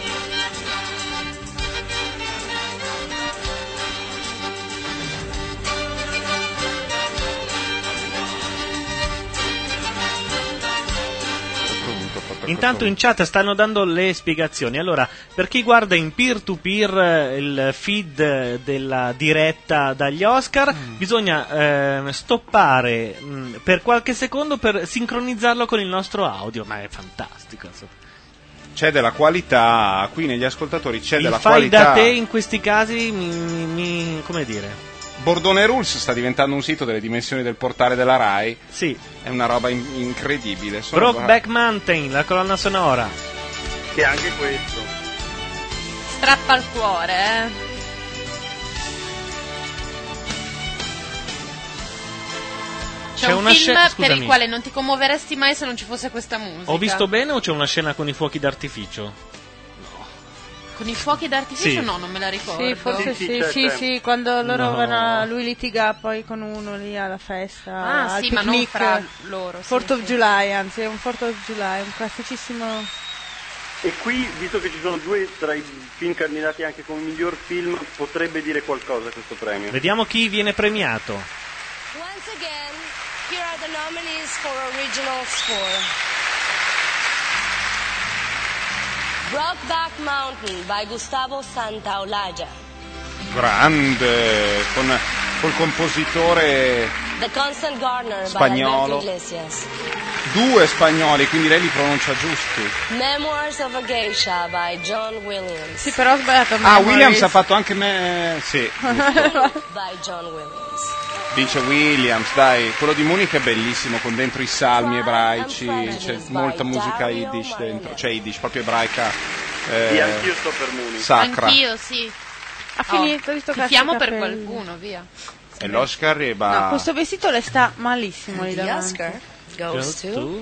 [SPEAKER 2] Intanto in chat stanno dando le spiegazioni. Allora, per chi guarda in peer-to-peer eh, il feed della diretta dagli Oscar, bisogna eh, stoppare mh, per qualche secondo per sincronizzarlo con il nostro audio. Ma è fantastico. insomma.
[SPEAKER 5] C'è della qualità, qui negli ascoltatori c'è
[SPEAKER 2] Il
[SPEAKER 5] della
[SPEAKER 2] fai
[SPEAKER 5] qualità.
[SPEAKER 2] da te in questi casi mi, mi- mi- come dire,
[SPEAKER 5] Bordone Rules sta diventando un sito delle dimensioni del portale della Rai.
[SPEAKER 2] Sì.
[SPEAKER 5] È una roba in- incredibile. Sono
[SPEAKER 2] Brokeback Mountain, la colonna sonora.
[SPEAKER 8] Che anche questo.
[SPEAKER 3] Strappa al cuore, eh. C'è,
[SPEAKER 2] C'è
[SPEAKER 3] un
[SPEAKER 2] una
[SPEAKER 3] film
[SPEAKER 2] scena-
[SPEAKER 3] per
[SPEAKER 2] scusami.
[SPEAKER 3] il quale non ti commuoveresti mai se non ci fosse questa musica.
[SPEAKER 2] Ho visto bene o c'è una scena con i fuochi d'artificio?
[SPEAKER 3] Con i fuochi d'artificio
[SPEAKER 2] Sì.
[SPEAKER 3] no, non me la ricordo.
[SPEAKER 4] Sì, forse
[SPEAKER 8] Sì,
[SPEAKER 4] sì,
[SPEAKER 8] sì,
[SPEAKER 4] sì,
[SPEAKER 8] c'è,
[SPEAKER 4] sì,
[SPEAKER 8] c'è.
[SPEAKER 4] quando loro
[SPEAKER 2] No.
[SPEAKER 4] vanno, lui litiga poi con uno lì alla festa.
[SPEAKER 3] Ah,
[SPEAKER 4] al
[SPEAKER 3] sì, ma non
[SPEAKER 4] picnic.
[SPEAKER 3] fra loro, sì,
[SPEAKER 4] Fourth of
[SPEAKER 3] sì.
[SPEAKER 4] July, anzi, è un Fourth of July, un classicissimo.
[SPEAKER 8] E qui, visto che ci sono due tra i film candidati anche come miglior film, potrebbe dire qualcosa questo premio.
[SPEAKER 2] Vediamo chi viene premiato.
[SPEAKER 14] Once again, here are the nominees for original score. Brokeback Mountain by Gustavo Santaolalla.
[SPEAKER 5] grande, con, col compositore
[SPEAKER 14] The Constant Gardener
[SPEAKER 5] Spagnolo.
[SPEAKER 14] by Alberto Iglesias.
[SPEAKER 5] Due spagnoli, quindi lei li pronuncia giusti.
[SPEAKER 14] Memoirs of a Geisha by John Williams.
[SPEAKER 4] Sì, però ho sbagliato.
[SPEAKER 5] Ah,
[SPEAKER 4] Memories.
[SPEAKER 5] Williams ha fatto anche me... Sì, giusto.
[SPEAKER 14] by John Williams.
[SPEAKER 5] Dice Williams, dai, quello di Munich è bellissimo, con dentro i salmi ebraici, c'è molta musica yiddish dentro, cioè yiddish, proprio ebraica. Eh,
[SPEAKER 8] Sì, anch'io sto per Munich.
[SPEAKER 5] Sacra.
[SPEAKER 3] Anch'io, sì.
[SPEAKER 4] Ha finito, visto che ha
[SPEAKER 3] Tifiamo
[SPEAKER 4] i
[SPEAKER 3] per
[SPEAKER 4] capelli.
[SPEAKER 3] qualcuno, via.
[SPEAKER 5] E l'Oscar arriva...
[SPEAKER 4] No, questo vestito le sta malissimo lì
[SPEAKER 14] The
[SPEAKER 4] davanti.
[SPEAKER 14] Oscar goes
[SPEAKER 2] Goes
[SPEAKER 14] to
[SPEAKER 2] to-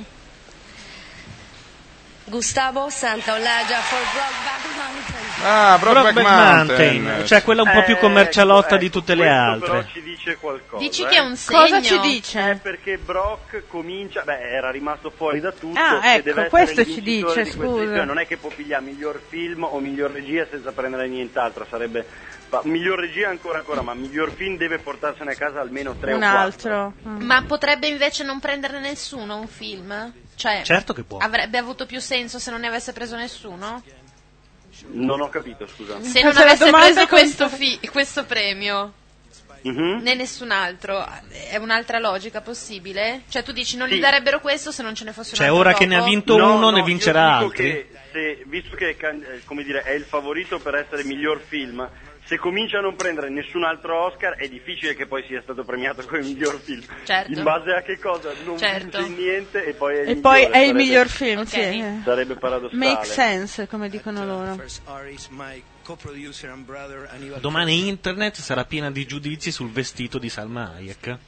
[SPEAKER 14] Gustavo Santaolalla for Brokeback Mountain.
[SPEAKER 5] Ah, Brokeback
[SPEAKER 2] Brokeback
[SPEAKER 5] Mountain.
[SPEAKER 2] Mountain, cioè quella un po' più
[SPEAKER 8] Eh,
[SPEAKER 2] commercialotta
[SPEAKER 8] ecco,
[SPEAKER 2] di tutte le
[SPEAKER 8] questo
[SPEAKER 2] altre.
[SPEAKER 8] Però ci dice qualcosa.
[SPEAKER 3] Dici
[SPEAKER 8] eh.
[SPEAKER 3] che è un segno.
[SPEAKER 4] Cosa ci dice?
[SPEAKER 8] Eh, perché Brock comincia, beh, era rimasto fuori da tutto.
[SPEAKER 4] Ah,
[SPEAKER 8] e
[SPEAKER 4] ecco,
[SPEAKER 8] deve essere
[SPEAKER 4] questo
[SPEAKER 8] il
[SPEAKER 4] ci
[SPEAKER 8] vincitore
[SPEAKER 4] dice,
[SPEAKER 8] di questa
[SPEAKER 4] scusa.
[SPEAKER 8] edizione. Non è che può pigliare miglior film o miglior regia senza prendere nient'altro, sarebbe ma miglior regia ancora ancora, ma miglior film deve portarsene a casa almeno tre
[SPEAKER 4] Un
[SPEAKER 8] o quattro.
[SPEAKER 4] altro. Mm.
[SPEAKER 3] Ma potrebbe invece non prenderne nessuno un film? Cioè,
[SPEAKER 2] Certo che può.
[SPEAKER 3] avrebbe avuto più senso se non ne avesse preso nessuno?
[SPEAKER 8] Non ho capito, scusa.
[SPEAKER 3] Se non
[SPEAKER 4] Questa è la
[SPEAKER 3] avesse
[SPEAKER 4] domanda
[SPEAKER 3] preso
[SPEAKER 4] con-
[SPEAKER 3] questo, fi- questo premio,
[SPEAKER 8] Mhm.
[SPEAKER 3] né nessun altro, è un'altra logica possibile? Cioè tu dici non gli
[SPEAKER 8] Sì.
[SPEAKER 3] darebbero questo se non ce ne fosse un
[SPEAKER 2] Cioè
[SPEAKER 3] altro
[SPEAKER 2] ora che ne ha
[SPEAKER 3] dopo?
[SPEAKER 2] vinto
[SPEAKER 8] No,
[SPEAKER 2] uno
[SPEAKER 8] no,
[SPEAKER 2] ne vincerà
[SPEAKER 8] io dico
[SPEAKER 2] altri.
[SPEAKER 8] che se, visto che can- eh, come dire, è il favorito per essere miglior film, se comincia a non prendere nessun altro Oscar è difficile che poi sia stato premiato come miglior film.
[SPEAKER 3] Certo.
[SPEAKER 8] In base a che cosa? Non
[SPEAKER 3] Certo.
[SPEAKER 8] vince niente e poi è il
[SPEAKER 4] E poi
[SPEAKER 8] migliore,
[SPEAKER 4] è il
[SPEAKER 8] sarebbe-
[SPEAKER 4] miglior film,
[SPEAKER 3] Ok.
[SPEAKER 4] sì.
[SPEAKER 8] Sarebbe paradossale.
[SPEAKER 4] Make sense, come dicono loro.
[SPEAKER 2] Domani internet sarà piena di giudizi sul vestito di Salma Hayek.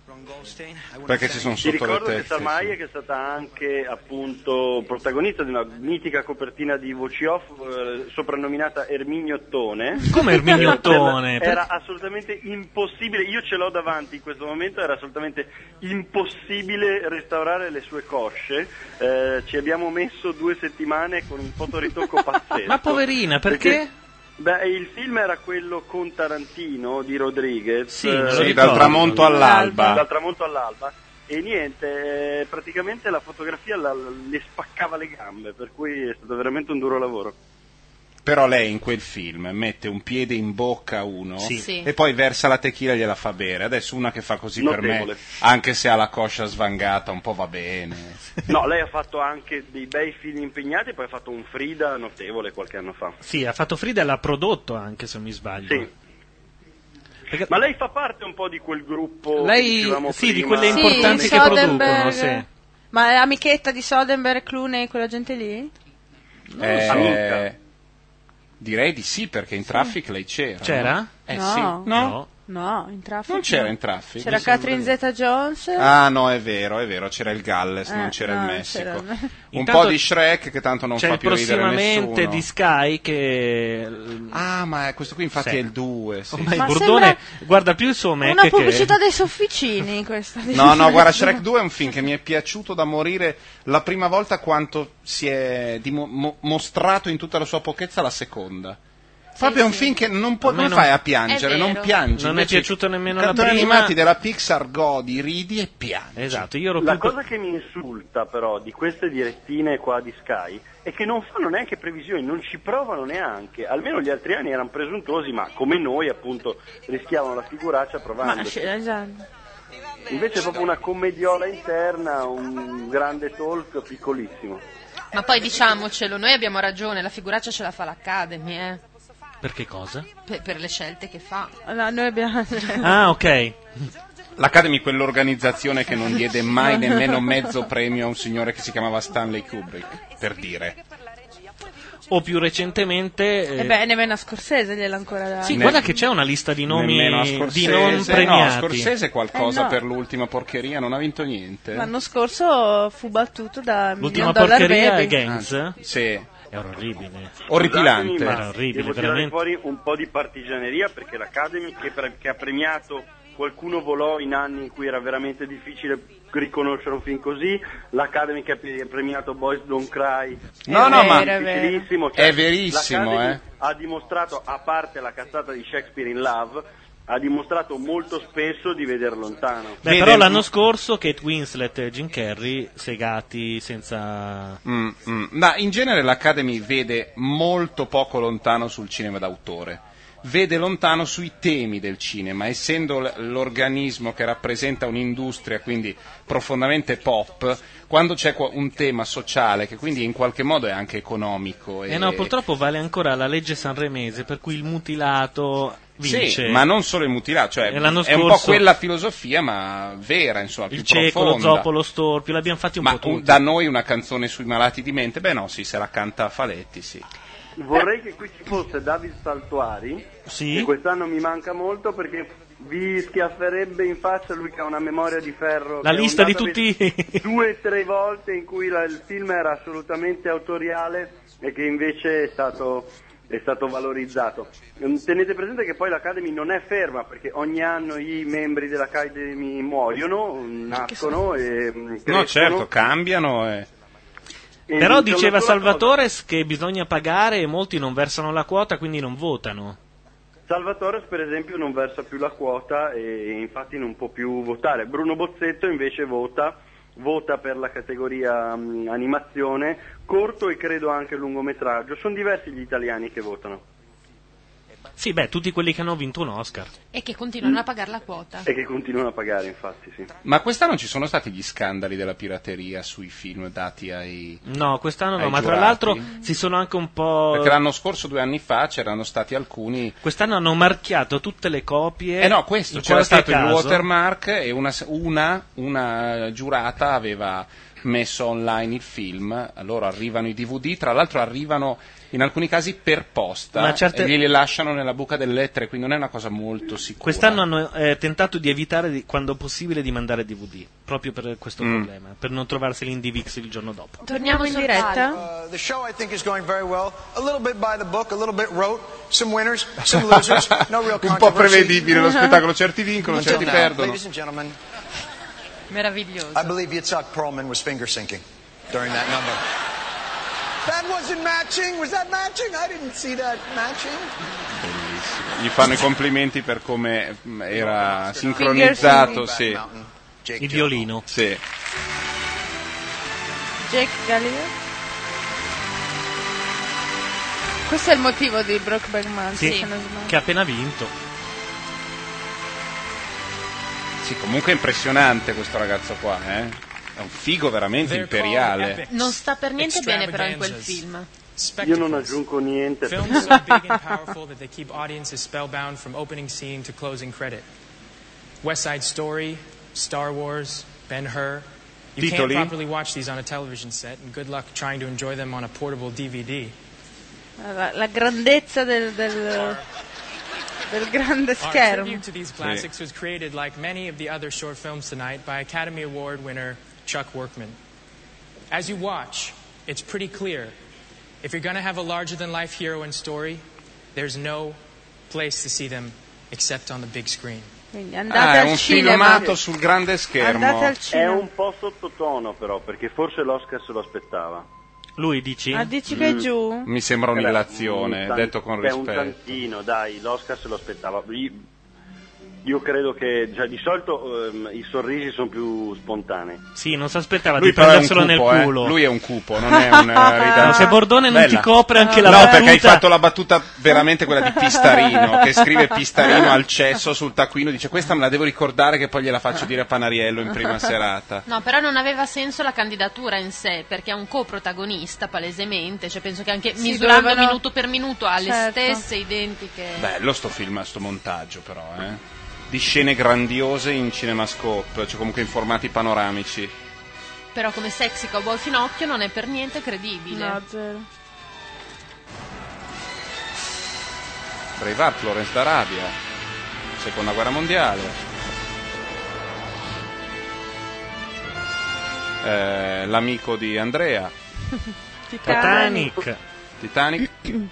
[SPEAKER 5] Perché ci sono
[SPEAKER 8] Ti
[SPEAKER 5] sotto le
[SPEAKER 8] ricordo che
[SPEAKER 5] tette.
[SPEAKER 8] Salma
[SPEAKER 5] sì.
[SPEAKER 8] Hayek è stata anche appunto protagonista di una mitica copertina di voci off eh, soprannominata Ermignottone.
[SPEAKER 2] Come Ermignottone?
[SPEAKER 8] Era assolutamente impossibile, io ce l'ho davanti in questo momento, era assolutamente impossibile restaurare le sue cosce. Eh, ci abbiamo messo due settimane con un fotoritocco pazzesco.
[SPEAKER 2] Ma poverina, perché?
[SPEAKER 8] Beh, il film era quello con Tarantino di Rodriguez.
[SPEAKER 2] Sì, me lo
[SPEAKER 8] eh,
[SPEAKER 5] Sì,
[SPEAKER 2] ricordo.
[SPEAKER 5] dal tramonto all'alba.
[SPEAKER 8] dal tramonto all'alba. E niente, eh, praticamente la fotografia la- le spaccava le gambe, per cui è stato veramente un duro lavoro.
[SPEAKER 5] Però lei in quel film mette un piede in bocca a uno
[SPEAKER 2] Sì.
[SPEAKER 3] Sì.
[SPEAKER 5] e poi versa la tequila e gliela fa bere. Adesso una che fa così per
[SPEAKER 8] Notevole.
[SPEAKER 5] me, anche se ha la coscia svangata, un po' va bene.
[SPEAKER 8] No, lei ha fatto anche dei bei film impegnati, poi ha fatto un Frida notevole qualche anno fa.
[SPEAKER 2] Sì, ha fatto Frida e l'ha prodotto anche, se non mi sbaglio.
[SPEAKER 8] Sì.
[SPEAKER 2] Perché-
[SPEAKER 8] Ma lei fa parte un po' di quel gruppo che
[SPEAKER 2] Lei,
[SPEAKER 8] dicevamo
[SPEAKER 2] sì, di
[SPEAKER 8] prima.
[SPEAKER 2] quelle
[SPEAKER 4] Sì,
[SPEAKER 2] importanti che
[SPEAKER 4] Soderbergh.
[SPEAKER 2] producono, sì.
[SPEAKER 4] Ma è amichetta di Soderbergh, Clooney, quella gente lì?
[SPEAKER 5] Eh,
[SPEAKER 8] Amica.
[SPEAKER 5] direi di sì, perché in Traffic lei c'era.
[SPEAKER 2] C'era?
[SPEAKER 5] no? Eh
[SPEAKER 4] No.
[SPEAKER 5] sì. No?
[SPEAKER 2] No.
[SPEAKER 4] No, in Traffic.
[SPEAKER 5] Non c'era
[SPEAKER 4] no.
[SPEAKER 5] in Traffic?
[SPEAKER 4] C'era
[SPEAKER 5] Mi sembra
[SPEAKER 4] Catherine
[SPEAKER 5] di-
[SPEAKER 4] Zeta-Jones.
[SPEAKER 5] Ah no, è vero, è vero, c'era il Galles,
[SPEAKER 4] Eh,
[SPEAKER 5] non c'era
[SPEAKER 4] no,
[SPEAKER 5] il
[SPEAKER 4] non
[SPEAKER 5] Messico.
[SPEAKER 4] c'era il-
[SPEAKER 5] Un
[SPEAKER 2] Intanto
[SPEAKER 5] po' di Shrek che tanto non
[SPEAKER 2] C'è
[SPEAKER 5] fa
[SPEAKER 2] il
[SPEAKER 5] più ridere
[SPEAKER 2] prossimamente
[SPEAKER 5] nessuno.
[SPEAKER 2] di Sky che...
[SPEAKER 5] Ah, ma è- questo qui infatti
[SPEAKER 2] Sì.
[SPEAKER 5] è il due. Sì.
[SPEAKER 2] Ormai
[SPEAKER 4] Ma
[SPEAKER 2] il Bordone
[SPEAKER 4] sembra
[SPEAKER 2] guarda più il suo Mac
[SPEAKER 4] Una
[SPEAKER 2] che...
[SPEAKER 4] pubblicità dei sofficini questa.
[SPEAKER 5] No, no, guarda, Shrek due è un film che mi è piaciuto da morire la prima volta quanto si è dimo- mo- mostrato in tutta la sua pochezza la seconda. Proprio è un film che non può,
[SPEAKER 2] A me
[SPEAKER 5] come
[SPEAKER 2] non-
[SPEAKER 5] fai a piangere,
[SPEAKER 3] È
[SPEAKER 5] non
[SPEAKER 3] vero.
[SPEAKER 5] piangi.
[SPEAKER 2] Non è
[SPEAKER 5] Invece
[SPEAKER 2] piaciuto nemmeno
[SPEAKER 5] i
[SPEAKER 2] la
[SPEAKER 5] cartoni
[SPEAKER 2] prima.
[SPEAKER 5] animati della Pixar godi, ridi e piangi.
[SPEAKER 2] Esatto, io ero
[SPEAKER 8] La
[SPEAKER 2] più...
[SPEAKER 8] cosa che mi insulta però di queste direttine qua di Sky è che non fanno neanche previsioni, non ci provano neanche. Almeno gli altri anni erano presuntuosi, ma come noi appunto rischiavano la figuraccia
[SPEAKER 4] Ma,
[SPEAKER 8] provando.
[SPEAKER 4] sì, esatto.
[SPEAKER 8] Invece è proprio una commediola interna, un grande talk piccolissimo.
[SPEAKER 3] Ma poi diciamocelo, noi abbiamo ragione, la figuraccia ce la fa l'Academy, eh.
[SPEAKER 2] Per che cosa?
[SPEAKER 3] Per, per le scelte che fa.
[SPEAKER 4] No, noi abbiamo...
[SPEAKER 2] Ah, ok.
[SPEAKER 5] L'Academy, quell'organizzazione che non diede mai nemmeno mezzo premio a un signore che si chiamava Stanley Kubrick, per dire.
[SPEAKER 2] O più recentemente...
[SPEAKER 4] Eh beh, nemmeno a Scorsese gliel'ha ancora dato.
[SPEAKER 2] Sì,
[SPEAKER 5] Ne-
[SPEAKER 2] guarda che c'è una lista di nomi
[SPEAKER 5] Nemmeno a
[SPEAKER 2] di
[SPEAKER 5] Scorsese.
[SPEAKER 2] non premiati.
[SPEAKER 5] No, Scorsese qualcosa
[SPEAKER 4] Eh, no.
[SPEAKER 5] per l'ultima porcheria, non ha vinto niente.
[SPEAKER 4] L'anno scorso fu battuto da
[SPEAKER 2] L'ultima
[SPEAKER 4] Million Dollar
[SPEAKER 2] porcheria
[SPEAKER 4] Baby.
[SPEAKER 2] è Gangs?
[SPEAKER 5] Ah, sì.
[SPEAKER 2] Era orribile.
[SPEAKER 5] Orripilante.
[SPEAKER 8] Scusatemi, ma
[SPEAKER 2] Era orribile,
[SPEAKER 8] devo tirare
[SPEAKER 2] veramente.
[SPEAKER 8] fuori un po' di partigianeria, perché l'Academy che, pre- che ha premiato Qualcuno volò in anni in cui era veramente difficile riconoscere un film così, l'Academy che ha premiato Boys Don't Cry
[SPEAKER 5] no,
[SPEAKER 8] è
[SPEAKER 5] no, ma
[SPEAKER 8] difficilissimo,
[SPEAKER 5] è verissimo,
[SPEAKER 8] l'Academy
[SPEAKER 5] eh.
[SPEAKER 8] ha dimostrato, a parte la cazzata di Shakespeare in Love, ha dimostrato molto spesso di vedere lontano.
[SPEAKER 2] Beh, però l'anno scorso Kate Winslet e Jim Carrey segati senza...
[SPEAKER 5] Mm, mm. Ma in genere l'Academy vede molto poco lontano sul cinema d'autore, vede lontano sui temi del cinema, essendo l- l'organismo che rappresenta un'industria quindi profondamente pop. Quando c'è qua- un tema sociale che quindi in qualche modo è anche economico e...
[SPEAKER 2] Eh no, purtroppo vale ancora la legge sanremese per cui il mutilato vince.
[SPEAKER 5] Sì, ma non solo il mutilato, cioè
[SPEAKER 2] E l'anno
[SPEAKER 5] è un po'
[SPEAKER 2] scorso-
[SPEAKER 5] quella filosofia, ma vera, insomma, più
[SPEAKER 2] Il cieco, lo
[SPEAKER 5] profonda.
[SPEAKER 2] zoppo, lo storpio, l'abbiamo fatti un
[SPEAKER 5] Ma
[SPEAKER 2] po' tutti.
[SPEAKER 5] un- da noi una canzone sui malati di mente, beh no, sì, se la canta Faletti, sì.
[SPEAKER 8] Vorrei che qui ci fosse David Saltuari,
[SPEAKER 2] Sì.
[SPEAKER 8] che quest'anno mi manca molto perché vi schiafferebbe in faccia lui che ha una memoria di ferro.
[SPEAKER 2] La
[SPEAKER 8] che è
[SPEAKER 2] lista
[SPEAKER 8] un
[SPEAKER 2] di
[SPEAKER 8] database
[SPEAKER 2] tutti-
[SPEAKER 8] due o tre volte in cui la- il film era assolutamente autoriale e che invece è stato, è stato valorizzato. Ehm, Tenete presente che poi l'Academy non è ferma, perché ogni anno i membri dell'Academy muoiono, nascono e mm, crescono.
[SPEAKER 5] No, certo, cambiano e...
[SPEAKER 8] E
[SPEAKER 2] Però
[SPEAKER 8] dice
[SPEAKER 2] diceva
[SPEAKER 8] una sola
[SPEAKER 2] Salvatore che bisogna pagare e molti non versano la quota, quindi non votano.
[SPEAKER 8] Salvatore per esempio non versa più la quota e infatti non può più votare. Bruno Bozzetto invece vota, vota per la categoria mh, animazione, corto e credo anche lungometraggio. Sono diversi gli italiani che votano
[SPEAKER 2] Sì, beh, tutti quelli che hanno vinto un Oscar.
[SPEAKER 3] E che continuano a pagare la quota.
[SPEAKER 8] e che continuano a pagare, infatti, sì.
[SPEAKER 5] Ma quest'anno ci sono stati gli scandali della pirateria sui film dati ai...
[SPEAKER 2] No, quest'anno no,
[SPEAKER 5] ai
[SPEAKER 2] ma tra
[SPEAKER 5] giurati?
[SPEAKER 2] l'altro si sono anche un po'...
[SPEAKER 5] Perché l'anno scorso, due anni fa, c'erano stati alcuni...
[SPEAKER 2] Quest'anno hanno marchiato tutte le copie.
[SPEAKER 5] Eh no, questo,
[SPEAKER 2] in
[SPEAKER 5] c'era
[SPEAKER 2] qualche
[SPEAKER 5] stato il
[SPEAKER 2] caso.
[SPEAKER 5] watermark e una, una, una giurata aveva messo online il film, allora arrivano i D V D, tra l'altro arrivano in alcuni casi per posta
[SPEAKER 2] Ma certe-
[SPEAKER 5] e glieli lasciano nella buca delle lettere, quindi non è una cosa molto sicura.
[SPEAKER 2] Quest'anno hanno eh, tentato di evitare, di, quando possibile, di mandare D V D, proprio per questo
[SPEAKER 5] Mm.
[SPEAKER 2] problema, per non trovarseli in D V X il giorno dopo.
[SPEAKER 4] Torniamo in
[SPEAKER 3] sul
[SPEAKER 4] diretta?
[SPEAKER 9] Uh, the show I think is going very well. A little bit by the book, a little bit rote. Some winners, some losers. No real
[SPEAKER 5] Un po'
[SPEAKER 9] controversy.
[SPEAKER 5] prevedibile lo spettacolo, certi vincono,
[SPEAKER 9] Until
[SPEAKER 5] certi
[SPEAKER 9] now,
[SPEAKER 5] perdono.
[SPEAKER 9] Ladies and gentlemen,
[SPEAKER 3] Meraviglioso.
[SPEAKER 9] I believe Yitzhak Perlman was finger sinking during that number. That wasn't matching. Was that matching? I didn't see that matching.
[SPEAKER 5] Bellissimo. Gli fanno i complimenti per come mm, era sincronizzato, sì.
[SPEAKER 2] Il violino.
[SPEAKER 5] Sì.
[SPEAKER 4] Jake Gallagher? Questo è il motivo di Brokeback Mountain,
[SPEAKER 2] Sì,
[SPEAKER 4] se non sbaglio.
[SPEAKER 2] che ha appena vinto.
[SPEAKER 5] Sì, comunque è impressionante questo ragazzo qua, eh? È un figo veramente imperiale.
[SPEAKER 3] Non sta per niente bene però in quel film.
[SPEAKER 8] Io non aggiungo niente.
[SPEAKER 15] Films so big and powerful that they keep audiences spellbound from opening scene to closing credit. West Side Story, Star Wars, Ben-Hur. You can't
[SPEAKER 5] Titoli?
[SPEAKER 15] properly watch these on a television set, and good luck trying to enjoy them on a portable D V D.
[SPEAKER 4] La, la grandezza del, del, del grande
[SPEAKER 15] Our
[SPEAKER 4] schermo.
[SPEAKER 15] tribute to these classics was created, like many of the other short films tonight, by Academy Award winner Chuck Workman. As you watch, it's pretty clear. If you're going to have a larger-than-life hero and story, there's no place to see them except on the big screen.
[SPEAKER 4] Quindi andate
[SPEAKER 5] Ah, è
[SPEAKER 4] al
[SPEAKER 5] un
[SPEAKER 4] cinema.
[SPEAKER 5] filmato sul grande schermo.
[SPEAKER 4] Andate al
[SPEAKER 8] È
[SPEAKER 4] cinema.
[SPEAKER 8] un po' sottotono però, perché forse l'Oscar se lo aspettava.
[SPEAKER 2] Lui dici?
[SPEAKER 4] Ah, dici che è giù?
[SPEAKER 5] Mi sembra un'illazione,
[SPEAKER 8] Un tan-
[SPEAKER 5] detto con
[SPEAKER 8] beh, un
[SPEAKER 5] rispetto.
[SPEAKER 8] tantino, dai, l'Oscar se lo aspettava. Io- io credo che già di solito ehm, i sorrisi sono più spontanei.
[SPEAKER 2] Sì, non si aspettava
[SPEAKER 5] Lui
[SPEAKER 2] di
[SPEAKER 5] però è un
[SPEAKER 2] prenderselo
[SPEAKER 5] cupo,
[SPEAKER 2] nel
[SPEAKER 5] eh.
[SPEAKER 2] culo.
[SPEAKER 5] Lui è un cupo, non è un uh, ridaccio.
[SPEAKER 2] No, se Bordone non
[SPEAKER 5] Bella.
[SPEAKER 2] ti copre anche la
[SPEAKER 5] no,
[SPEAKER 2] battuta.
[SPEAKER 5] perché hai fatto la battuta veramente quella di Pistarino, che scrive Pistarino al cesso sul taccuino, dice questa me la devo ricordare che poi gliela faccio dire a Panariello in prima serata.
[SPEAKER 3] No, però non aveva senso la candidatura in sé, perché è un coprotagonista palesemente, cioè penso che anche
[SPEAKER 4] Sì,
[SPEAKER 3] misurando
[SPEAKER 4] dovevano-
[SPEAKER 3] minuto per minuto ha le
[SPEAKER 4] Certo.
[SPEAKER 3] stesse identiche.
[SPEAKER 5] Bello sto film, sto montaggio però, eh. Di scene grandiose in cinemascope, cioè comunque in formati panoramici.
[SPEAKER 3] Però come Sexy Cowboy Finocchio non è per niente credibile.
[SPEAKER 4] No, zero.
[SPEAKER 5] Braveheart, Lawrence d'Arabia, seconda guerra mondiale. Eh, l'amico di Andrea.
[SPEAKER 2] Titanic.
[SPEAKER 5] Titanic.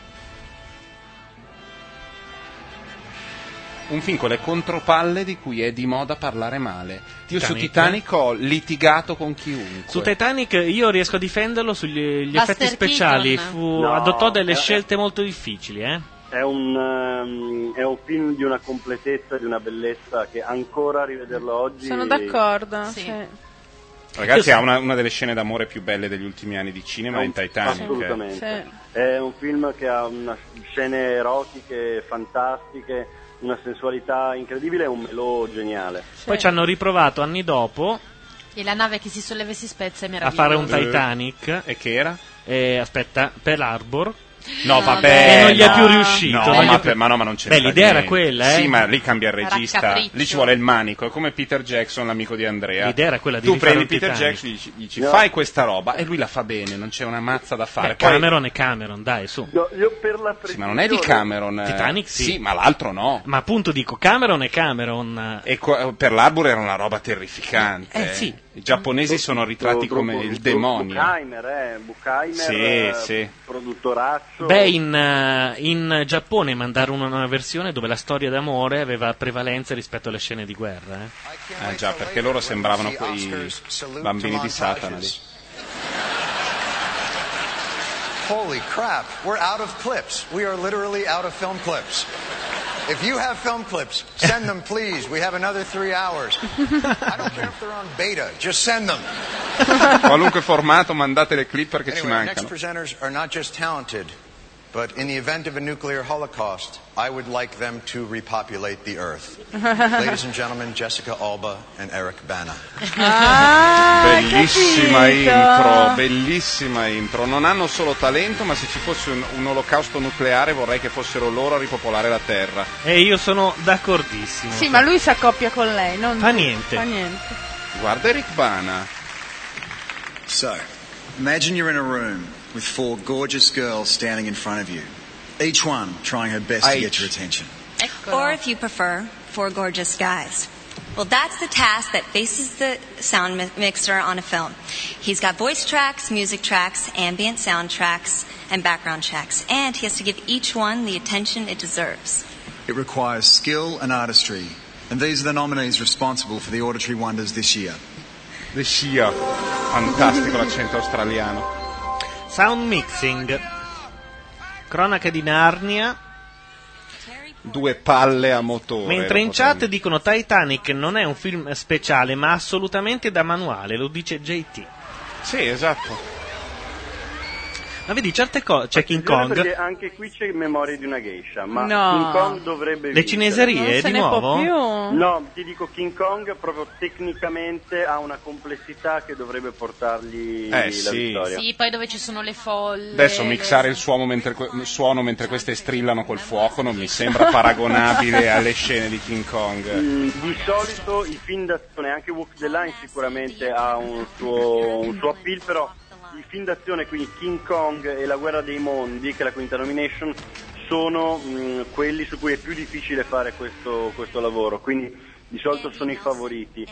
[SPEAKER 5] Un film con le contropalle di cui è di moda parlare male. Io su
[SPEAKER 2] Titanic.
[SPEAKER 5] Titanic ho litigato con chiunque.
[SPEAKER 2] Su Titanic io riesco a difenderlo sugli gli
[SPEAKER 8] Buster
[SPEAKER 2] effetti speciali.
[SPEAKER 8] Keaton.
[SPEAKER 2] Fu,
[SPEAKER 8] No,
[SPEAKER 2] adottò delle
[SPEAKER 8] eh,
[SPEAKER 2] scelte molto difficili, eh.
[SPEAKER 8] È un, ehm, è un film di una completezza, di una bellezza che ancora a rivederlo oggi.
[SPEAKER 4] Sono d'accordo.
[SPEAKER 3] Sì.
[SPEAKER 4] sì.
[SPEAKER 5] Ragazzi, ha una, una delle scene d'amore più belle degli ultimi anni di cinema in Titanic.
[SPEAKER 8] Assolutamente. È un film che ha una scene erotiche fantastiche, una sensualità incredibile e un melò geniale.
[SPEAKER 2] Poi ci hanno riprovato anni dopo
[SPEAKER 3] E la nave che si solleva e si spezza è
[SPEAKER 2] a
[SPEAKER 3] meravigliosa.
[SPEAKER 2] fare un Titanic.
[SPEAKER 5] E che era?
[SPEAKER 2] Eh, aspetta, Pearl Harbor.
[SPEAKER 5] No,
[SPEAKER 3] No,
[SPEAKER 5] vabbè.
[SPEAKER 2] E non gli è
[SPEAKER 5] no.
[SPEAKER 2] più riuscito.
[SPEAKER 5] No,
[SPEAKER 2] non gli
[SPEAKER 5] ma,
[SPEAKER 2] è più-
[SPEAKER 5] per- ma no, ma non c'è
[SPEAKER 2] Beh, l'idea era quella, eh.
[SPEAKER 5] Sì, ma lì cambia il regista.
[SPEAKER 3] Raccapriccio.
[SPEAKER 5] Lì ci vuole il manico. È come Peter Jackson, l'amico di Andrea.
[SPEAKER 2] L'idea era quella di
[SPEAKER 5] Tu
[SPEAKER 2] rifare
[SPEAKER 5] prendi
[SPEAKER 2] un
[SPEAKER 5] Peter
[SPEAKER 2] Titanic.
[SPEAKER 5] Jackson e dici, dici
[SPEAKER 8] No.
[SPEAKER 5] fai questa roba e lui la fa bene, non c'è una mazza da fare.
[SPEAKER 2] Beh,
[SPEAKER 5] Poi-
[SPEAKER 2] Cameron e Cameron, dai, su.
[SPEAKER 8] No, io per la
[SPEAKER 5] sì, ma non è di Cameron. eh.
[SPEAKER 2] Titanic sì.
[SPEAKER 5] Sì, ma l'altro no.
[SPEAKER 2] Ma appunto dico, Cameron e Cameron.
[SPEAKER 5] E qua- per l'Arbor era una roba terrificante.
[SPEAKER 2] Eh, sì.
[SPEAKER 5] I giapponesi sono ritratti come il demonio.
[SPEAKER 8] Buchheimer, eh, Buchheimer,
[SPEAKER 5] Sì,
[SPEAKER 8] eh,
[SPEAKER 5] sì.
[SPEAKER 8] produttoraccio.
[SPEAKER 2] Beh, in, eh, in Giappone mandarono una versione dove la storia d'amore aveva prevalenza rispetto alle scene di guerra. Eh.
[SPEAKER 5] Eh già, perché loro sembravano quei bambini di Satana lì.
[SPEAKER 9] Holy crap, we're out of clips. We are literally out of film clips. If you have film clips, send them please. We have another three hours. I don't care if they're on beta, just send them.
[SPEAKER 5] Qualunque formato, mandate le clip perché ci
[SPEAKER 9] Anyway, our next
[SPEAKER 5] mancano.
[SPEAKER 9] presenters are not just talented, but in the event of a nuclear holocaust, I would like them to repopulate the earth. Ladies and gentlemen, Jessica Alba and Eric Bana.
[SPEAKER 4] Ah,
[SPEAKER 5] Bellissima
[SPEAKER 4] capito.
[SPEAKER 5] intro, bellissima intro. Non hanno solo talento, ma se ci fosse un, un olocausto nucleare vorrei che fossero loro a ripopolare la Terra.
[SPEAKER 2] E io sono d'accordissimo.
[SPEAKER 4] Sì, ma lui si accoppia con lei, non
[SPEAKER 2] Fa niente.
[SPEAKER 4] Fa niente.
[SPEAKER 5] Guarda Eric Bana.
[SPEAKER 16] So, imagine you're in a room with four gorgeous girls standing in front of you, each one trying her best to get your attention.
[SPEAKER 19] Or if you prefer, four gorgeous guys. Well, that's the task that faces the sound mi- mixer on a film. He's got voice tracks, music tracks, ambient sound tracks, and background tracks, and he has to give each one the attention it deserves.
[SPEAKER 16] It requires skill and artistry, and these are the nominees responsible for the auditory wonders this year.
[SPEAKER 5] The Shia. Fantastico l'accento australiano.
[SPEAKER 2] Sound mixing. Cronache di Narnia.
[SPEAKER 5] Due palle a motore.
[SPEAKER 2] Mentre in
[SPEAKER 5] lo
[SPEAKER 2] chat
[SPEAKER 5] potrei-
[SPEAKER 2] dicono Titanic non è un film speciale, ma assolutamente da manuale, lo dice J T.
[SPEAKER 5] Sì, esatto.
[SPEAKER 2] Ma vedi, certe cose. C'è King
[SPEAKER 8] Attenzione,
[SPEAKER 2] Kong.
[SPEAKER 8] perché anche qui c'è Memoria di una geisha, ma
[SPEAKER 4] No.
[SPEAKER 8] King Kong dovrebbe
[SPEAKER 2] Le
[SPEAKER 8] vincere.
[SPEAKER 2] cineserie,
[SPEAKER 4] Non se
[SPEAKER 2] di
[SPEAKER 4] ne può
[SPEAKER 2] nuovo?
[SPEAKER 4] più.
[SPEAKER 8] No, ti dico King Kong proprio tecnicamente ha una complessità che dovrebbe portargli
[SPEAKER 5] Eh,
[SPEAKER 8] la
[SPEAKER 5] sì.
[SPEAKER 8] vittoria.
[SPEAKER 3] Sì, poi dove ci sono le folle.
[SPEAKER 5] Adesso
[SPEAKER 3] le-
[SPEAKER 5] mixare il suono mentre, que- suono mentre queste strillano col fuoco non mi sembra paragonabile alle scene di King Kong.
[SPEAKER 8] Mm, Di solito i film d'azione, anche Walk the Line sicuramente ha un suo, un suo appeal, però i film d'azione, quindi King Kong e La guerra dei mondi, che è la quinta nomination, sono mh, quelli su cui è più difficile fare questo, questo lavoro, quindi di solito sono i favoriti.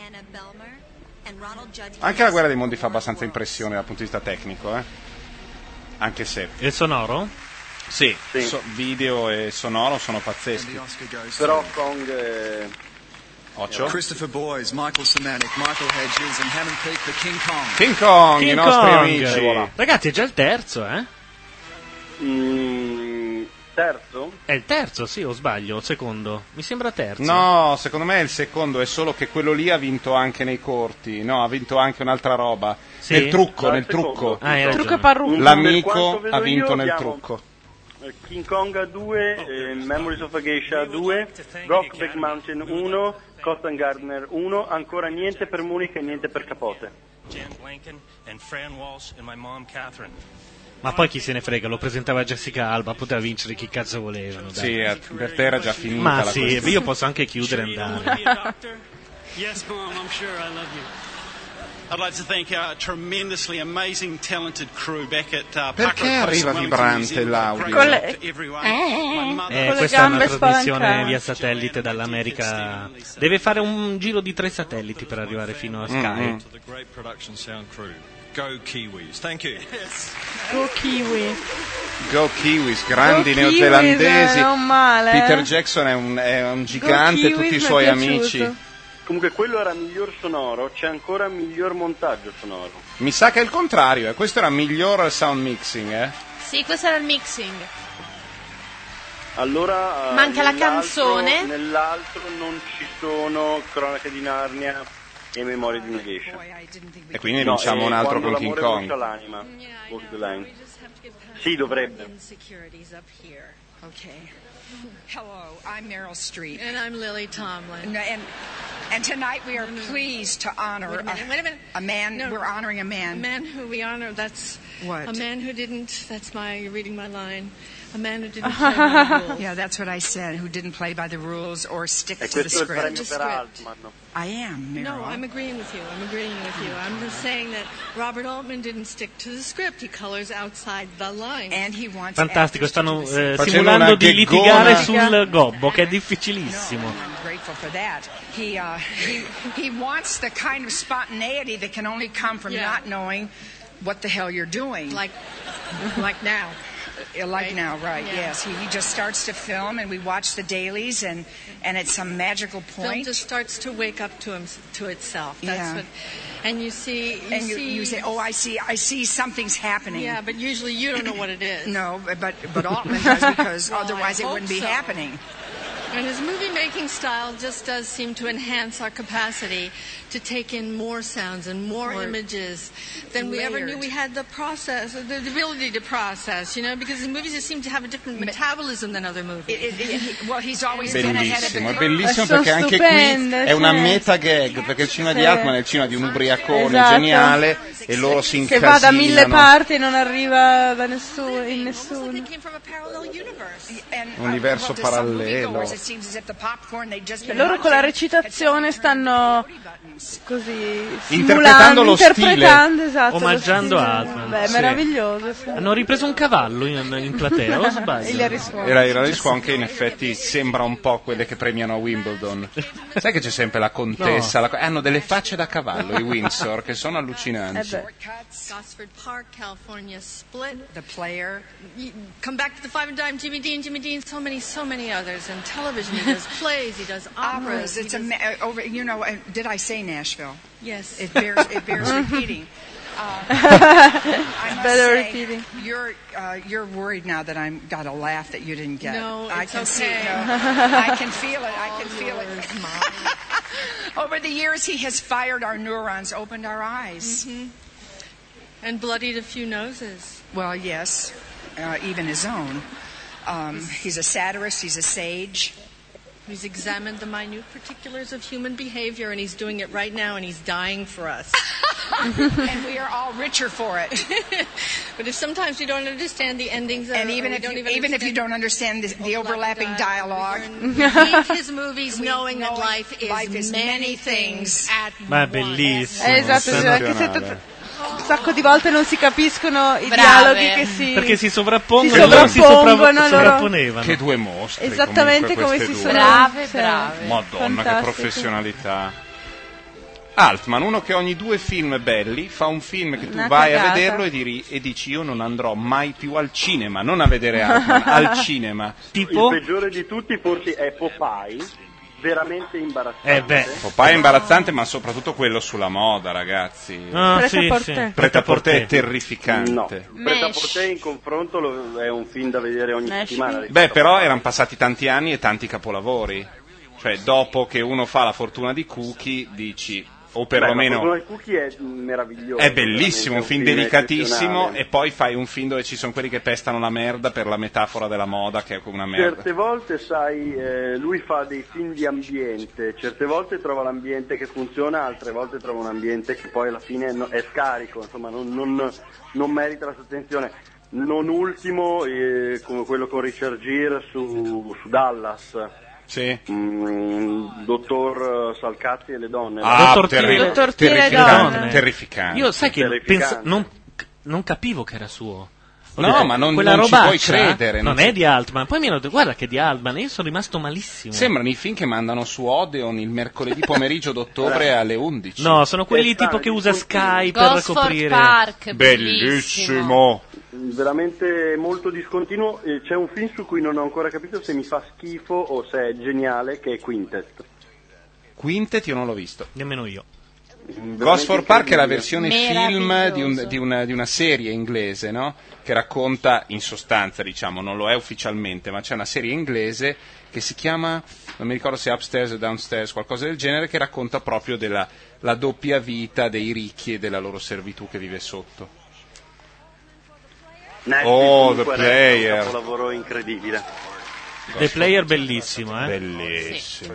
[SPEAKER 5] Anche la guerra dei mondi fa abbastanza impressione dal punto di vista tecnico, eh? Anche se.
[SPEAKER 2] E il sonoro?
[SPEAKER 5] Sì,
[SPEAKER 8] Sì.
[SPEAKER 5] so- video e sonoro sono pazzeschi.
[SPEAKER 8] Però Kong è...
[SPEAKER 5] Occhio.
[SPEAKER 16] Christopher Boyes, Michael Semanek, Michael Hedges and Hammond Peak for King Kong.
[SPEAKER 5] King Kong,
[SPEAKER 2] King
[SPEAKER 5] i nostri
[SPEAKER 2] Kong.
[SPEAKER 5] amici.
[SPEAKER 2] Ragazzi, è già il terzo, eh?
[SPEAKER 8] Mm, terzo?
[SPEAKER 2] È il terzo, sì, o sbaglio? O secondo? Mi sembra terzo.
[SPEAKER 5] No, secondo me è il secondo, è solo che quello lì ha vinto anche nei corti, no, ha vinto anche un'altra roba.
[SPEAKER 2] Sì?
[SPEAKER 5] Nel trucco,
[SPEAKER 8] No,
[SPEAKER 5] nel
[SPEAKER 8] il secondo.
[SPEAKER 5] trucco.
[SPEAKER 2] Ah, hai ragione.
[SPEAKER 4] Trucco e parrucco.
[SPEAKER 8] Per
[SPEAKER 5] L'amico
[SPEAKER 8] quanto vedo
[SPEAKER 5] ha vinto
[SPEAKER 8] io,
[SPEAKER 5] nel
[SPEAKER 8] abbiamo
[SPEAKER 5] trucco.
[SPEAKER 8] eh, King Kong due, eh, Memories of a Geisha due, Brokeback Mountain uno, Cotton Gardner uno, ancora niente per Munich e niente per Capote.
[SPEAKER 18] Janet Lincoln and Fran Walsh and my mom Catherine.
[SPEAKER 2] Ma poi chi se ne frega, lo presentava Jessica Alba, poteva vincere chi cazzo volevano. Dai.
[SPEAKER 5] Sì, eh, per te era già finita
[SPEAKER 2] Ma
[SPEAKER 5] la
[SPEAKER 2] sì,
[SPEAKER 5] questione.
[SPEAKER 2] io posso anche chiudere e andare.
[SPEAKER 18] Yes, Mom, I'm sure I love you. I'd like to thank our tremendously amazing, talented crew back at uh,
[SPEAKER 5] Perché
[SPEAKER 18] Parker Place
[SPEAKER 5] arriva
[SPEAKER 18] in Wellington,
[SPEAKER 5] vibrante
[SPEAKER 18] New Zealand.
[SPEAKER 5] l'audio?
[SPEAKER 18] Great
[SPEAKER 4] Con
[SPEAKER 18] job
[SPEAKER 4] le-
[SPEAKER 18] to everyone.
[SPEAKER 4] Eh,
[SPEAKER 18] My mother-
[SPEAKER 2] Eh,
[SPEAKER 4] Con le
[SPEAKER 2] questa è una
[SPEAKER 4] gambe
[SPEAKER 2] trasmissione
[SPEAKER 4] spalancate.
[SPEAKER 2] via satellite dall'America. Deve fare un giro di tre satelliti per arrivare fino a Sky.
[SPEAKER 5] Mm-hmm.
[SPEAKER 18] To the great production sound crew. Go Kiwis. Thank you.
[SPEAKER 4] Go Kiwi.
[SPEAKER 5] Go Kiwis, grandi
[SPEAKER 4] Go Kiwis,
[SPEAKER 5] neozelandesi.
[SPEAKER 4] eh, non male, eh.
[SPEAKER 5] Peter Jackson è un, è un gigante,
[SPEAKER 4] Kiwis
[SPEAKER 5] tutti
[SPEAKER 4] mi
[SPEAKER 5] i
[SPEAKER 4] è
[SPEAKER 5] suoi
[SPEAKER 4] piaciuto.
[SPEAKER 5] amici.
[SPEAKER 8] Comunque quello era miglior sonoro, c'è ancora miglior montaggio sonoro.
[SPEAKER 5] Mi sa che è il contrario, eh. Questo era miglior sound mixing, eh.
[SPEAKER 3] Sì, questo era il mixing.
[SPEAKER 8] Allora eh,
[SPEAKER 3] Manca la
[SPEAKER 8] nell'altro-
[SPEAKER 3] canzone.
[SPEAKER 8] Nell'altro non ci sono Cronache di Narnia e Memorie di una Geisha.
[SPEAKER 5] E quindi
[SPEAKER 8] No,
[SPEAKER 5] vinciamo
[SPEAKER 8] e
[SPEAKER 5] un altro
[SPEAKER 8] Quando
[SPEAKER 5] con King
[SPEAKER 8] l'amore
[SPEAKER 5] Kong.
[SPEAKER 8] brucia l'anima. Walk the line. Sì, dovrebbe.
[SPEAKER 20] Insecurities up here. Okay. Hello, I'm Meryl Streep. And I'm Lily Tomlin. And, and, and tonight we are pleased to honor
[SPEAKER 21] Wait a minute,
[SPEAKER 20] a,
[SPEAKER 21] wait a minute.
[SPEAKER 20] a man.
[SPEAKER 21] No.
[SPEAKER 20] We're honoring a
[SPEAKER 21] A
[SPEAKER 20] man.
[SPEAKER 21] man who we honor, that's
[SPEAKER 20] What?
[SPEAKER 21] a man who didn't, that's my, you're reading my line. A man who didn't play by the rules.
[SPEAKER 20] Yeah, that's what I said. Who didn't play by the rules or stick
[SPEAKER 8] E
[SPEAKER 20] to the
[SPEAKER 8] questo è il
[SPEAKER 20] script.
[SPEAKER 8] premio per Altman.
[SPEAKER 20] I am, Meryl.
[SPEAKER 21] No, I'm agreeing with you. I'm agreeing with you. I'm just saying that Robert Altman didn't stick to the script. He colors outside the line.
[SPEAKER 20] And he wants
[SPEAKER 2] Fantastico, stanno eh,
[SPEAKER 5] Facendo
[SPEAKER 2] simulando
[SPEAKER 5] una
[SPEAKER 2] di
[SPEAKER 5] gheggona.
[SPEAKER 2] litigare sul gobbo, che è difficilissimo.
[SPEAKER 20] I'm grateful for that. He, uh, he, he wants the kind of spontaneity that can only come from
[SPEAKER 21] Yeah.
[SPEAKER 20] not knowing what the hell you're doing.
[SPEAKER 21] Like, like now.
[SPEAKER 20] Uh, Like
[SPEAKER 21] Right?
[SPEAKER 20] now, right,
[SPEAKER 21] Yeah.
[SPEAKER 20] yes. He, he just starts to film and we watch the dailies and, and at some magical
[SPEAKER 21] Film
[SPEAKER 20] point.
[SPEAKER 21] just starts to wake up to him, to itself. That's
[SPEAKER 20] Yeah.
[SPEAKER 21] what, and you see, you
[SPEAKER 20] and you,
[SPEAKER 21] see,
[SPEAKER 20] you say, oh, I see, I see something's happening.
[SPEAKER 21] Yeah, but usually you don't know what it is.
[SPEAKER 20] No, but, but Altman does because
[SPEAKER 21] Well,
[SPEAKER 20] otherwise
[SPEAKER 21] I
[SPEAKER 20] it
[SPEAKER 21] hope
[SPEAKER 20] wouldn't be
[SPEAKER 21] so.
[SPEAKER 20] happening.
[SPEAKER 21] And his movie-making style just does seem to enhance our capacity to take in more sounds and more,
[SPEAKER 20] More
[SPEAKER 21] images than we ever knew
[SPEAKER 20] layered.
[SPEAKER 21] we had the process, the ability to process, you know, because his movies just seem to have a different metabolism than other movies.
[SPEAKER 20] It, it, it, well, he's always been ahead of the
[SPEAKER 5] Bellissimo, è
[SPEAKER 20] curve.
[SPEAKER 5] bellissimo
[SPEAKER 4] Sono
[SPEAKER 5] perché anche
[SPEAKER 4] stupende,
[SPEAKER 5] qui è una
[SPEAKER 4] sì.
[SPEAKER 5] meta gag, perché il cinema di
[SPEAKER 4] Sì.
[SPEAKER 5] Altman è il cinema di un ubriacone
[SPEAKER 4] Esatto.
[SPEAKER 5] geniale e loro si
[SPEAKER 4] Che
[SPEAKER 5] incasinano.
[SPEAKER 4] va da mille parti e non arriva da nessuno, in nessuno.
[SPEAKER 20] And, uh,
[SPEAKER 5] Universo
[SPEAKER 20] well, to some
[SPEAKER 5] parallelo.
[SPEAKER 20] moviegoers, it seems as if the popcorn they've just been
[SPEAKER 4] Loro con la
[SPEAKER 20] watching
[SPEAKER 4] recitazione stanno così
[SPEAKER 5] Interpretando
[SPEAKER 4] simulando,
[SPEAKER 5] lo
[SPEAKER 4] interpretando,
[SPEAKER 5] stile.
[SPEAKER 4] esatto, lo
[SPEAKER 2] Omaggiando
[SPEAKER 4] stile.
[SPEAKER 2] Altman.
[SPEAKER 4] Beh,
[SPEAKER 2] Sì.
[SPEAKER 4] meraviglioso. Sì.
[SPEAKER 2] Hanno ripreso un cavallo in, in platea, o sbaglio?
[SPEAKER 4] Hilary Swank.
[SPEAKER 5] E la Hilary Swank che in effetti sembra un po' quelle che premiano a Wimbledon. Sai che c'è sempre la contessa,
[SPEAKER 2] No.
[SPEAKER 5] la co- hanno delle facce da cavallo i Windsor che sono allucinanti.
[SPEAKER 21] Gosford Park, California Split.
[SPEAKER 20] The Player.
[SPEAKER 21] You come back to the Five and Dime, Jimmy Dean, Jimmy Dean, so many, so many others. And television, he does plays, he does operas.
[SPEAKER 20] Operas. It's
[SPEAKER 21] he
[SPEAKER 20] a
[SPEAKER 21] does-
[SPEAKER 20] ma- uh, over. You know, uh, did I say Nashville?
[SPEAKER 21] Yes.
[SPEAKER 20] It bears. It bears repeating. Uh, I must
[SPEAKER 4] Better
[SPEAKER 20] say,
[SPEAKER 4] repeating.
[SPEAKER 20] You're uh, you're worried now that I'm got a laugh that you didn't get.
[SPEAKER 21] No,
[SPEAKER 20] I
[SPEAKER 21] it's
[SPEAKER 20] can see.
[SPEAKER 21] okay.
[SPEAKER 20] No, I can feel it. I can feel it. Over the years, he has fired our neurons, opened our eyes.
[SPEAKER 21] Mhm. And bloodied a few noses.
[SPEAKER 20] Well, yes, uh, even his own. Um, he's a satirist. He's a sage.
[SPEAKER 21] He's examined the minute particulars of human behavior, and he's doing it right now, and he's dying for us.
[SPEAKER 20] And we are all richer for it.
[SPEAKER 21] But if sometimes you don't understand the endings, of,
[SPEAKER 20] And even
[SPEAKER 21] or
[SPEAKER 20] if
[SPEAKER 21] don't
[SPEAKER 20] you,
[SPEAKER 21] even
[SPEAKER 20] even if you
[SPEAKER 21] understand
[SPEAKER 20] don't understand the, the overlapping dialogue,
[SPEAKER 21] read his movies
[SPEAKER 20] We
[SPEAKER 21] knowing that
[SPEAKER 20] know
[SPEAKER 21] life is,
[SPEAKER 20] life is
[SPEAKER 21] many,
[SPEAKER 20] many
[SPEAKER 21] things
[SPEAKER 20] things
[SPEAKER 21] at
[SPEAKER 2] Ma è
[SPEAKER 21] once.
[SPEAKER 2] bellissimo.
[SPEAKER 4] Eh, esatto, sì, anche se
[SPEAKER 2] sensazionale.
[SPEAKER 4] t- un sacco di volte non si capiscono i
[SPEAKER 3] Brave.
[SPEAKER 4] dialoghi che si
[SPEAKER 2] Perché si sovrappongono
[SPEAKER 4] si
[SPEAKER 2] e loro si
[SPEAKER 4] sovrappongono,
[SPEAKER 2] sopra-
[SPEAKER 4] loro-
[SPEAKER 2] sovrapponevano.
[SPEAKER 5] Che due mostri.
[SPEAKER 4] Esattamente
[SPEAKER 5] comunque,
[SPEAKER 4] come
[SPEAKER 5] queste
[SPEAKER 4] si
[SPEAKER 5] due.
[SPEAKER 4] sono
[SPEAKER 3] Brave,
[SPEAKER 4] sì.
[SPEAKER 3] brave.
[SPEAKER 5] Madonna, che
[SPEAKER 4] Fantastico.
[SPEAKER 5] professionalità. Altman, uno che ogni due film belli fa un film che tu
[SPEAKER 4] Una
[SPEAKER 5] vai
[SPEAKER 4] cagata.
[SPEAKER 5] a vederlo e, diri- e dici io non andrò mai più al cinema, non a vedere Altman, al cinema.
[SPEAKER 8] Il peggiore di tutti forse è Popeye, veramente imbarazzante.
[SPEAKER 2] Eh beh.
[SPEAKER 5] Popeye è imbarazzante, ma soprattutto quello sulla moda, ragazzi.
[SPEAKER 2] Ah,
[SPEAKER 8] Preta
[SPEAKER 2] sì,
[SPEAKER 8] Porter.
[SPEAKER 2] sì.
[SPEAKER 5] Pret-à-porter è terrificante.
[SPEAKER 8] No, Pret-à-porter in confronto lo- è un film da vedere ogni settimana.
[SPEAKER 5] Beh, però erano passati tanti anni e tanti capolavori. Cioè, dopo che uno fa La fortuna di Cookie, dici, o perlomeno...
[SPEAKER 8] Beh, ma i Cookie è meraviglioso.
[SPEAKER 5] È bellissimo, un film delicatissimo,
[SPEAKER 8] eccezionale.
[SPEAKER 5] e poi fai un film dove ci sono quelli che pestano la merda per la metafora della moda, che è una merda.
[SPEAKER 8] Certe volte, sai, eh, lui fa dei film di ambiente, certe volte trova l'ambiente che funziona, altre volte trova un ambiente che poi alla fine no- è scarico, insomma, non, non, non merita la sua attenzione. Non ultimo, eh, come quello con Richard Gere su, su Dallas.
[SPEAKER 5] Sì.
[SPEAKER 8] Mm, dottor Salcazzi e le donne.
[SPEAKER 5] Ah,
[SPEAKER 2] Dottor
[SPEAKER 5] terri-
[SPEAKER 2] Tire-
[SPEAKER 4] Dottor Tire
[SPEAKER 5] terrificante,
[SPEAKER 4] Donne.
[SPEAKER 5] terrificante.
[SPEAKER 2] Io sai che
[SPEAKER 8] Terrificante.
[SPEAKER 2] pensa- non, non capivo che era suo. Ho
[SPEAKER 5] No,
[SPEAKER 2] detto,
[SPEAKER 5] ma non-
[SPEAKER 2] quella
[SPEAKER 5] non ci puoi
[SPEAKER 2] robaccia
[SPEAKER 5] credere, non
[SPEAKER 2] Non,
[SPEAKER 5] ci-
[SPEAKER 2] è di Altman. Poi mi hanno detto, guarda che è di Altman. E io sono rimasto malissimo.
[SPEAKER 5] Sembrano i film che mandano su Odeon il mercoledì pomeriggio d'ottobre alle undici.
[SPEAKER 2] No, sono quelli
[SPEAKER 8] Eh,
[SPEAKER 2] tipo
[SPEAKER 8] sta-
[SPEAKER 2] che usa Sky per
[SPEAKER 3] Gosford
[SPEAKER 2] coprire.
[SPEAKER 3] Park,
[SPEAKER 5] Bellissimo.
[SPEAKER 8] Veramente molto discontinuo. Eh, C'è un film su cui non ho ancora capito se mi fa schifo o se è geniale, che è Quintet.
[SPEAKER 5] Quintet io non l'ho visto.
[SPEAKER 2] Nemmeno io.
[SPEAKER 5] Gosford Park è la versione film
[SPEAKER 3] Meraviglioso.
[SPEAKER 5] di, un- di una, di una serie inglese, no? Che racconta, in sostanza, diciamo, non lo è ufficialmente, ma c'è una serie inglese che si chiama, non mi ricordo se è Upstairs o Downstairs, qualcosa del genere, che racconta proprio della la doppia vita dei ricchi e della loro servitù che vive sotto.
[SPEAKER 8] Netflix,
[SPEAKER 5] Oh,
[SPEAKER 8] comunque,
[SPEAKER 5] The
[SPEAKER 8] resta
[SPEAKER 5] Player.
[SPEAKER 8] un capolavoro incredibile.
[SPEAKER 2] The Player bellissimo, eh.
[SPEAKER 5] Bellissimo.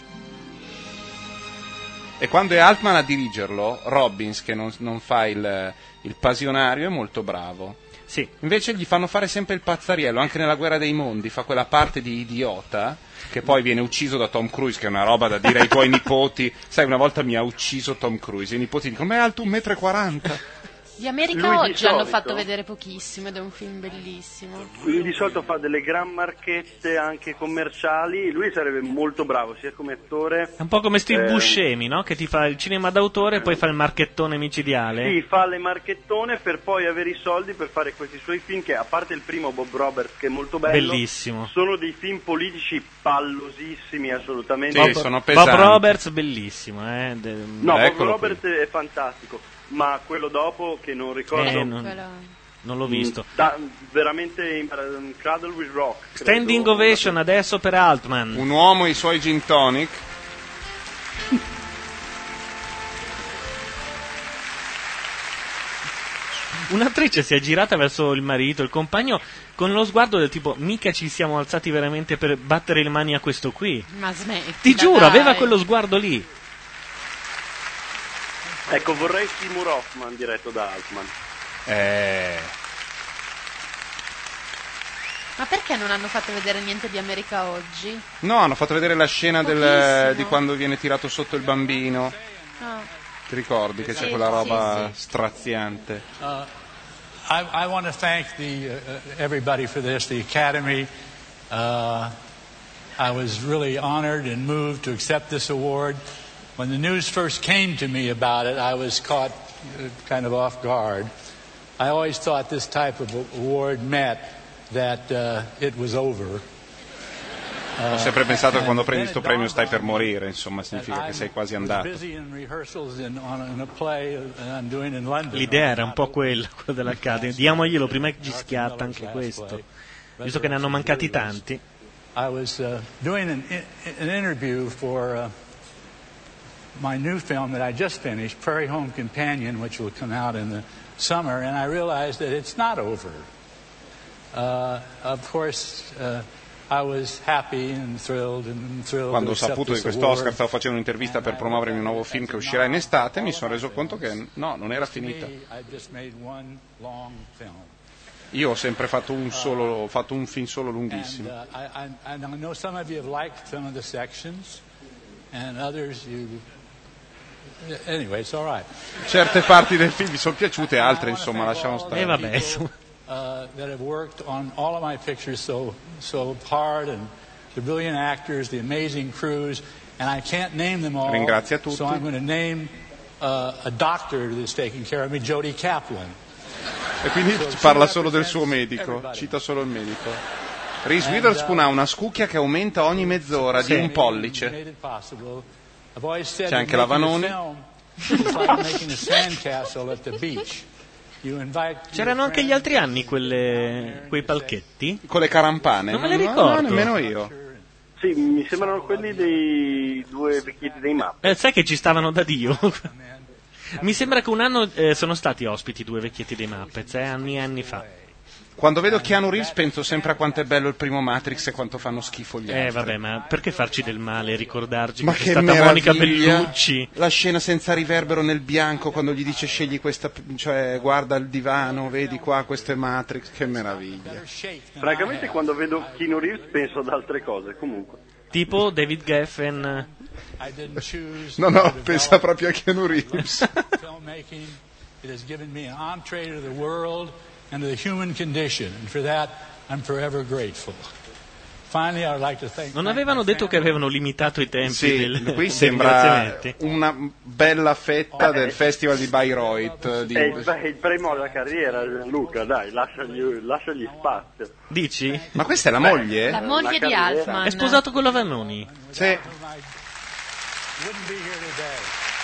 [SPEAKER 5] E quando è Altman a dirigerlo, Robbins, che non, non fa il, il passionario, è molto bravo.
[SPEAKER 2] Sì.
[SPEAKER 5] Invece gli fanno fare sempre il pazzariello, anche nella Guerra dei Mondi, fa quella parte di idiota, che poi viene ucciso da Tom Cruise, che è una roba da dire ai tuoi nipoti. Sai, una volta mi ha ucciso Tom Cruise, i nipoti dicono, ma è alto un metro e quaranta.
[SPEAKER 3] Di America
[SPEAKER 8] Lui di
[SPEAKER 3] Oggi hanno
[SPEAKER 8] solito-
[SPEAKER 3] fatto vedere pochissimo ed è un film bellissimo.
[SPEAKER 8] Lui di solito fa delle gran marchette anche commerciali, lui sarebbe molto bravo sia come attore.
[SPEAKER 2] È un po' come Steve
[SPEAKER 8] eh,
[SPEAKER 2] Buscemi, no? Che ti fa il cinema d'autore e poi fa il marchettone micidiale.
[SPEAKER 8] Sì, fa le marchettone per poi avere i soldi per fare questi suoi film che, a parte il primo Bob Roberts che è molto bello,
[SPEAKER 2] Bellissimo.
[SPEAKER 8] sono dei film politici pallosissimi assolutamente.
[SPEAKER 5] Sì,
[SPEAKER 2] Bob,
[SPEAKER 5] sono
[SPEAKER 2] Bob
[SPEAKER 5] pesanti.
[SPEAKER 2] Roberts bellissimo, eh. De-
[SPEAKER 8] No, Bob
[SPEAKER 5] Eccolo
[SPEAKER 8] Roberts è fantastico, ma quello dopo che non ricordo.
[SPEAKER 2] Eh, non, non l'ho visto.
[SPEAKER 8] Da- veramente in- Cradle with Rock. credo.
[SPEAKER 2] Standing ovation adesso per Altman.
[SPEAKER 5] Un uomo e i suoi gin tonic.
[SPEAKER 2] Un'attrice si è girata verso il marito, il compagno, con lo sguardo del tipo, mica ci siamo alzati veramente per battere le mani a questo qui.
[SPEAKER 3] Ma smetti.
[SPEAKER 2] Ti giuro, aveva quello sguardo lì.
[SPEAKER 8] Ecco, vorrei Seymour Hoffman diretto da Altman.
[SPEAKER 5] Eh...
[SPEAKER 3] Ma perché non hanno fatto vedere niente di America Oggi?
[SPEAKER 5] No, hanno fatto vedere la scena del,
[SPEAKER 3] Pochissimo.
[SPEAKER 5] di quando viene tirato sotto il bambino.
[SPEAKER 3] No.
[SPEAKER 5] Ti ricordi che c'è
[SPEAKER 3] Sì,
[SPEAKER 5] quella
[SPEAKER 3] sì,
[SPEAKER 5] roba
[SPEAKER 3] sì.
[SPEAKER 5] straziante?
[SPEAKER 1] Uh, I, I want to thank the, uh, everybody for this, the Academy. Uh, I was really honored and moved to accept this award. When the news first came to me about it, I was caught uh, kind of off guard. I always thought this type of award meant that uh, it was over.
[SPEAKER 5] Ho sempre pensato che quando prendi questo premio stai per morire, insomma, significa che sei quasi andato.
[SPEAKER 2] L'idea era un po' quella, quella dell'Academy. Diamoglielo prima che ci schiatta anche questo. Visto che ne hanno mancati tanti.
[SPEAKER 1] I was uh, doing an, an interview for uh, my new film that I just finished, Prairie Home Companion, which will come out in the summer, and I realized that it's not over. Uh, of course, uh, I was happy and thrilled and thrilled
[SPEAKER 5] Quando ho
[SPEAKER 1] to accept
[SPEAKER 5] saputo di
[SPEAKER 1] this
[SPEAKER 5] questo Oscar,
[SPEAKER 1] award.
[SPEAKER 5] stavo facendo un'intervista per promuovere il mio nuovo film che uscirà in estate, mi sono reso conto che no, non era
[SPEAKER 1] To me,
[SPEAKER 5] finita.
[SPEAKER 1] I've just made one long film.
[SPEAKER 5] Io ho sempre fatto un solo, ho fatto un film solo lunghissimo.
[SPEAKER 1] And, uh, I, I, and I know some of you have liked some of the sections, and others you. Anyway, it's all right.
[SPEAKER 5] Certe parti del film mi sono piaciute, altre insomma lasciamo stare.
[SPEAKER 2] E vabbè, insomma.
[SPEAKER 1] Uh, that have worked on all of my pictures so so hard, and the brilliant actors, the amazing crews, and I can't name them all.
[SPEAKER 5] Ringrazia tutti.
[SPEAKER 1] So I'm going to name uh, a doctor that's taking care of me, Jody Kaplan.
[SPEAKER 5] E quindi parla solo del suo medico, cita solo il medico. Reese Witherspoon ha una scucchia che aumenta ogni mezz'ora
[SPEAKER 2] Sì.
[SPEAKER 5] di un pollice. C'è anche la Vanoni.
[SPEAKER 2] C'erano anche gli altri anni quelle, quei palchetti?
[SPEAKER 5] Con le carampane?
[SPEAKER 2] Non me le
[SPEAKER 5] No,
[SPEAKER 2] ricordo.
[SPEAKER 5] no, nemmeno io.
[SPEAKER 8] Sì, mi sembrano quelli dei due vecchietti dei Muppet.
[SPEAKER 2] Eh, sai che ci stavano da Dio? Mi sembra che un anno eh, sono stati ospiti due vecchietti dei Muppets, eh, anni e anni fa.
[SPEAKER 5] Quando vedo Keanu Reeves penso sempre a quanto è bello il primo Matrix e quanto fanno schifo gli altri.
[SPEAKER 2] Eh vabbè, ma perché farci del male, ricordarci
[SPEAKER 5] Ma
[SPEAKER 2] che,
[SPEAKER 5] che
[SPEAKER 2] c'è stata
[SPEAKER 5] meraviglia.
[SPEAKER 2] Monica Bellucci?
[SPEAKER 5] La scena senza riverbero nel bianco quando gli dice scegli questa, cioè guarda il divano, vedi qua, questo è Matrix, che meraviglia.
[SPEAKER 8] Francamente quando vedo Keanu Reeves penso ad altre cose, comunque.
[SPEAKER 2] Tipo David Geffen.
[SPEAKER 5] No, no, pensa proprio a Keanu Reeves.
[SPEAKER 1] Filmmaking, it has given me an entree to the world and to the human condition, and for that I'm forever grateful. Finally, I would like to thank
[SPEAKER 2] Non avevano detto che avevano limitato i tempi
[SPEAKER 5] Sì,
[SPEAKER 2] del,
[SPEAKER 5] qui
[SPEAKER 2] dei
[SPEAKER 5] sembra
[SPEAKER 2] ringraziamenti?
[SPEAKER 5] una bella fetta del festival di Bayreuth. Di...
[SPEAKER 8] È il, è il premio alla carriera, Luca, dai, lasciagli, lasciagli spazio.
[SPEAKER 2] Dici?
[SPEAKER 5] Ma questa è la moglie?
[SPEAKER 3] La moglie di
[SPEAKER 8] carriera.
[SPEAKER 3] Altman.
[SPEAKER 2] È sposato con la Vanoni?
[SPEAKER 5] Sì.
[SPEAKER 1] wouldn't be here today.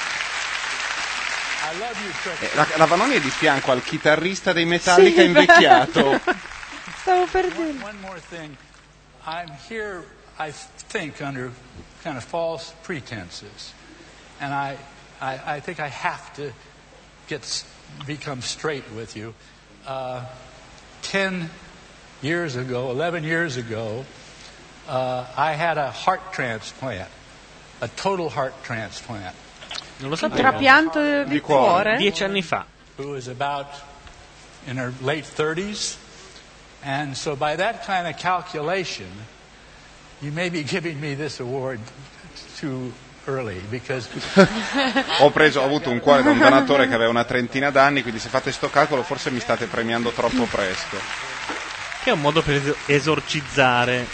[SPEAKER 1] I love you, Trick.
[SPEAKER 5] Eh, La, la Vanoni è di fianco al chitarrista dei Metallica
[SPEAKER 4] Sì,
[SPEAKER 5] invecchiato.
[SPEAKER 4] Stavo per dire.
[SPEAKER 1] One, one more thing. I'm here, I think, under kind of false pretenses. And I, I, I think I have to get s- become straight with you. Uh, ten years ago, eleven years ago, uh, I had a heart transplant, a total heart transplant.
[SPEAKER 2] Non lo
[SPEAKER 4] Un
[SPEAKER 2] sapevo.
[SPEAKER 4] trapianto di cuore?
[SPEAKER 2] Dieci anni fa.
[SPEAKER 1] Who was about in her late thirties. And so by that kind of calculation, you may be giving me this award too early because
[SPEAKER 5] Ho preso, ho avuto un cuore da un donatore che aveva una trentina d'anni, quindi se fate sto calcolo forse mi state premiando troppo presto.
[SPEAKER 2] Che è un modo per es- esorcizzare.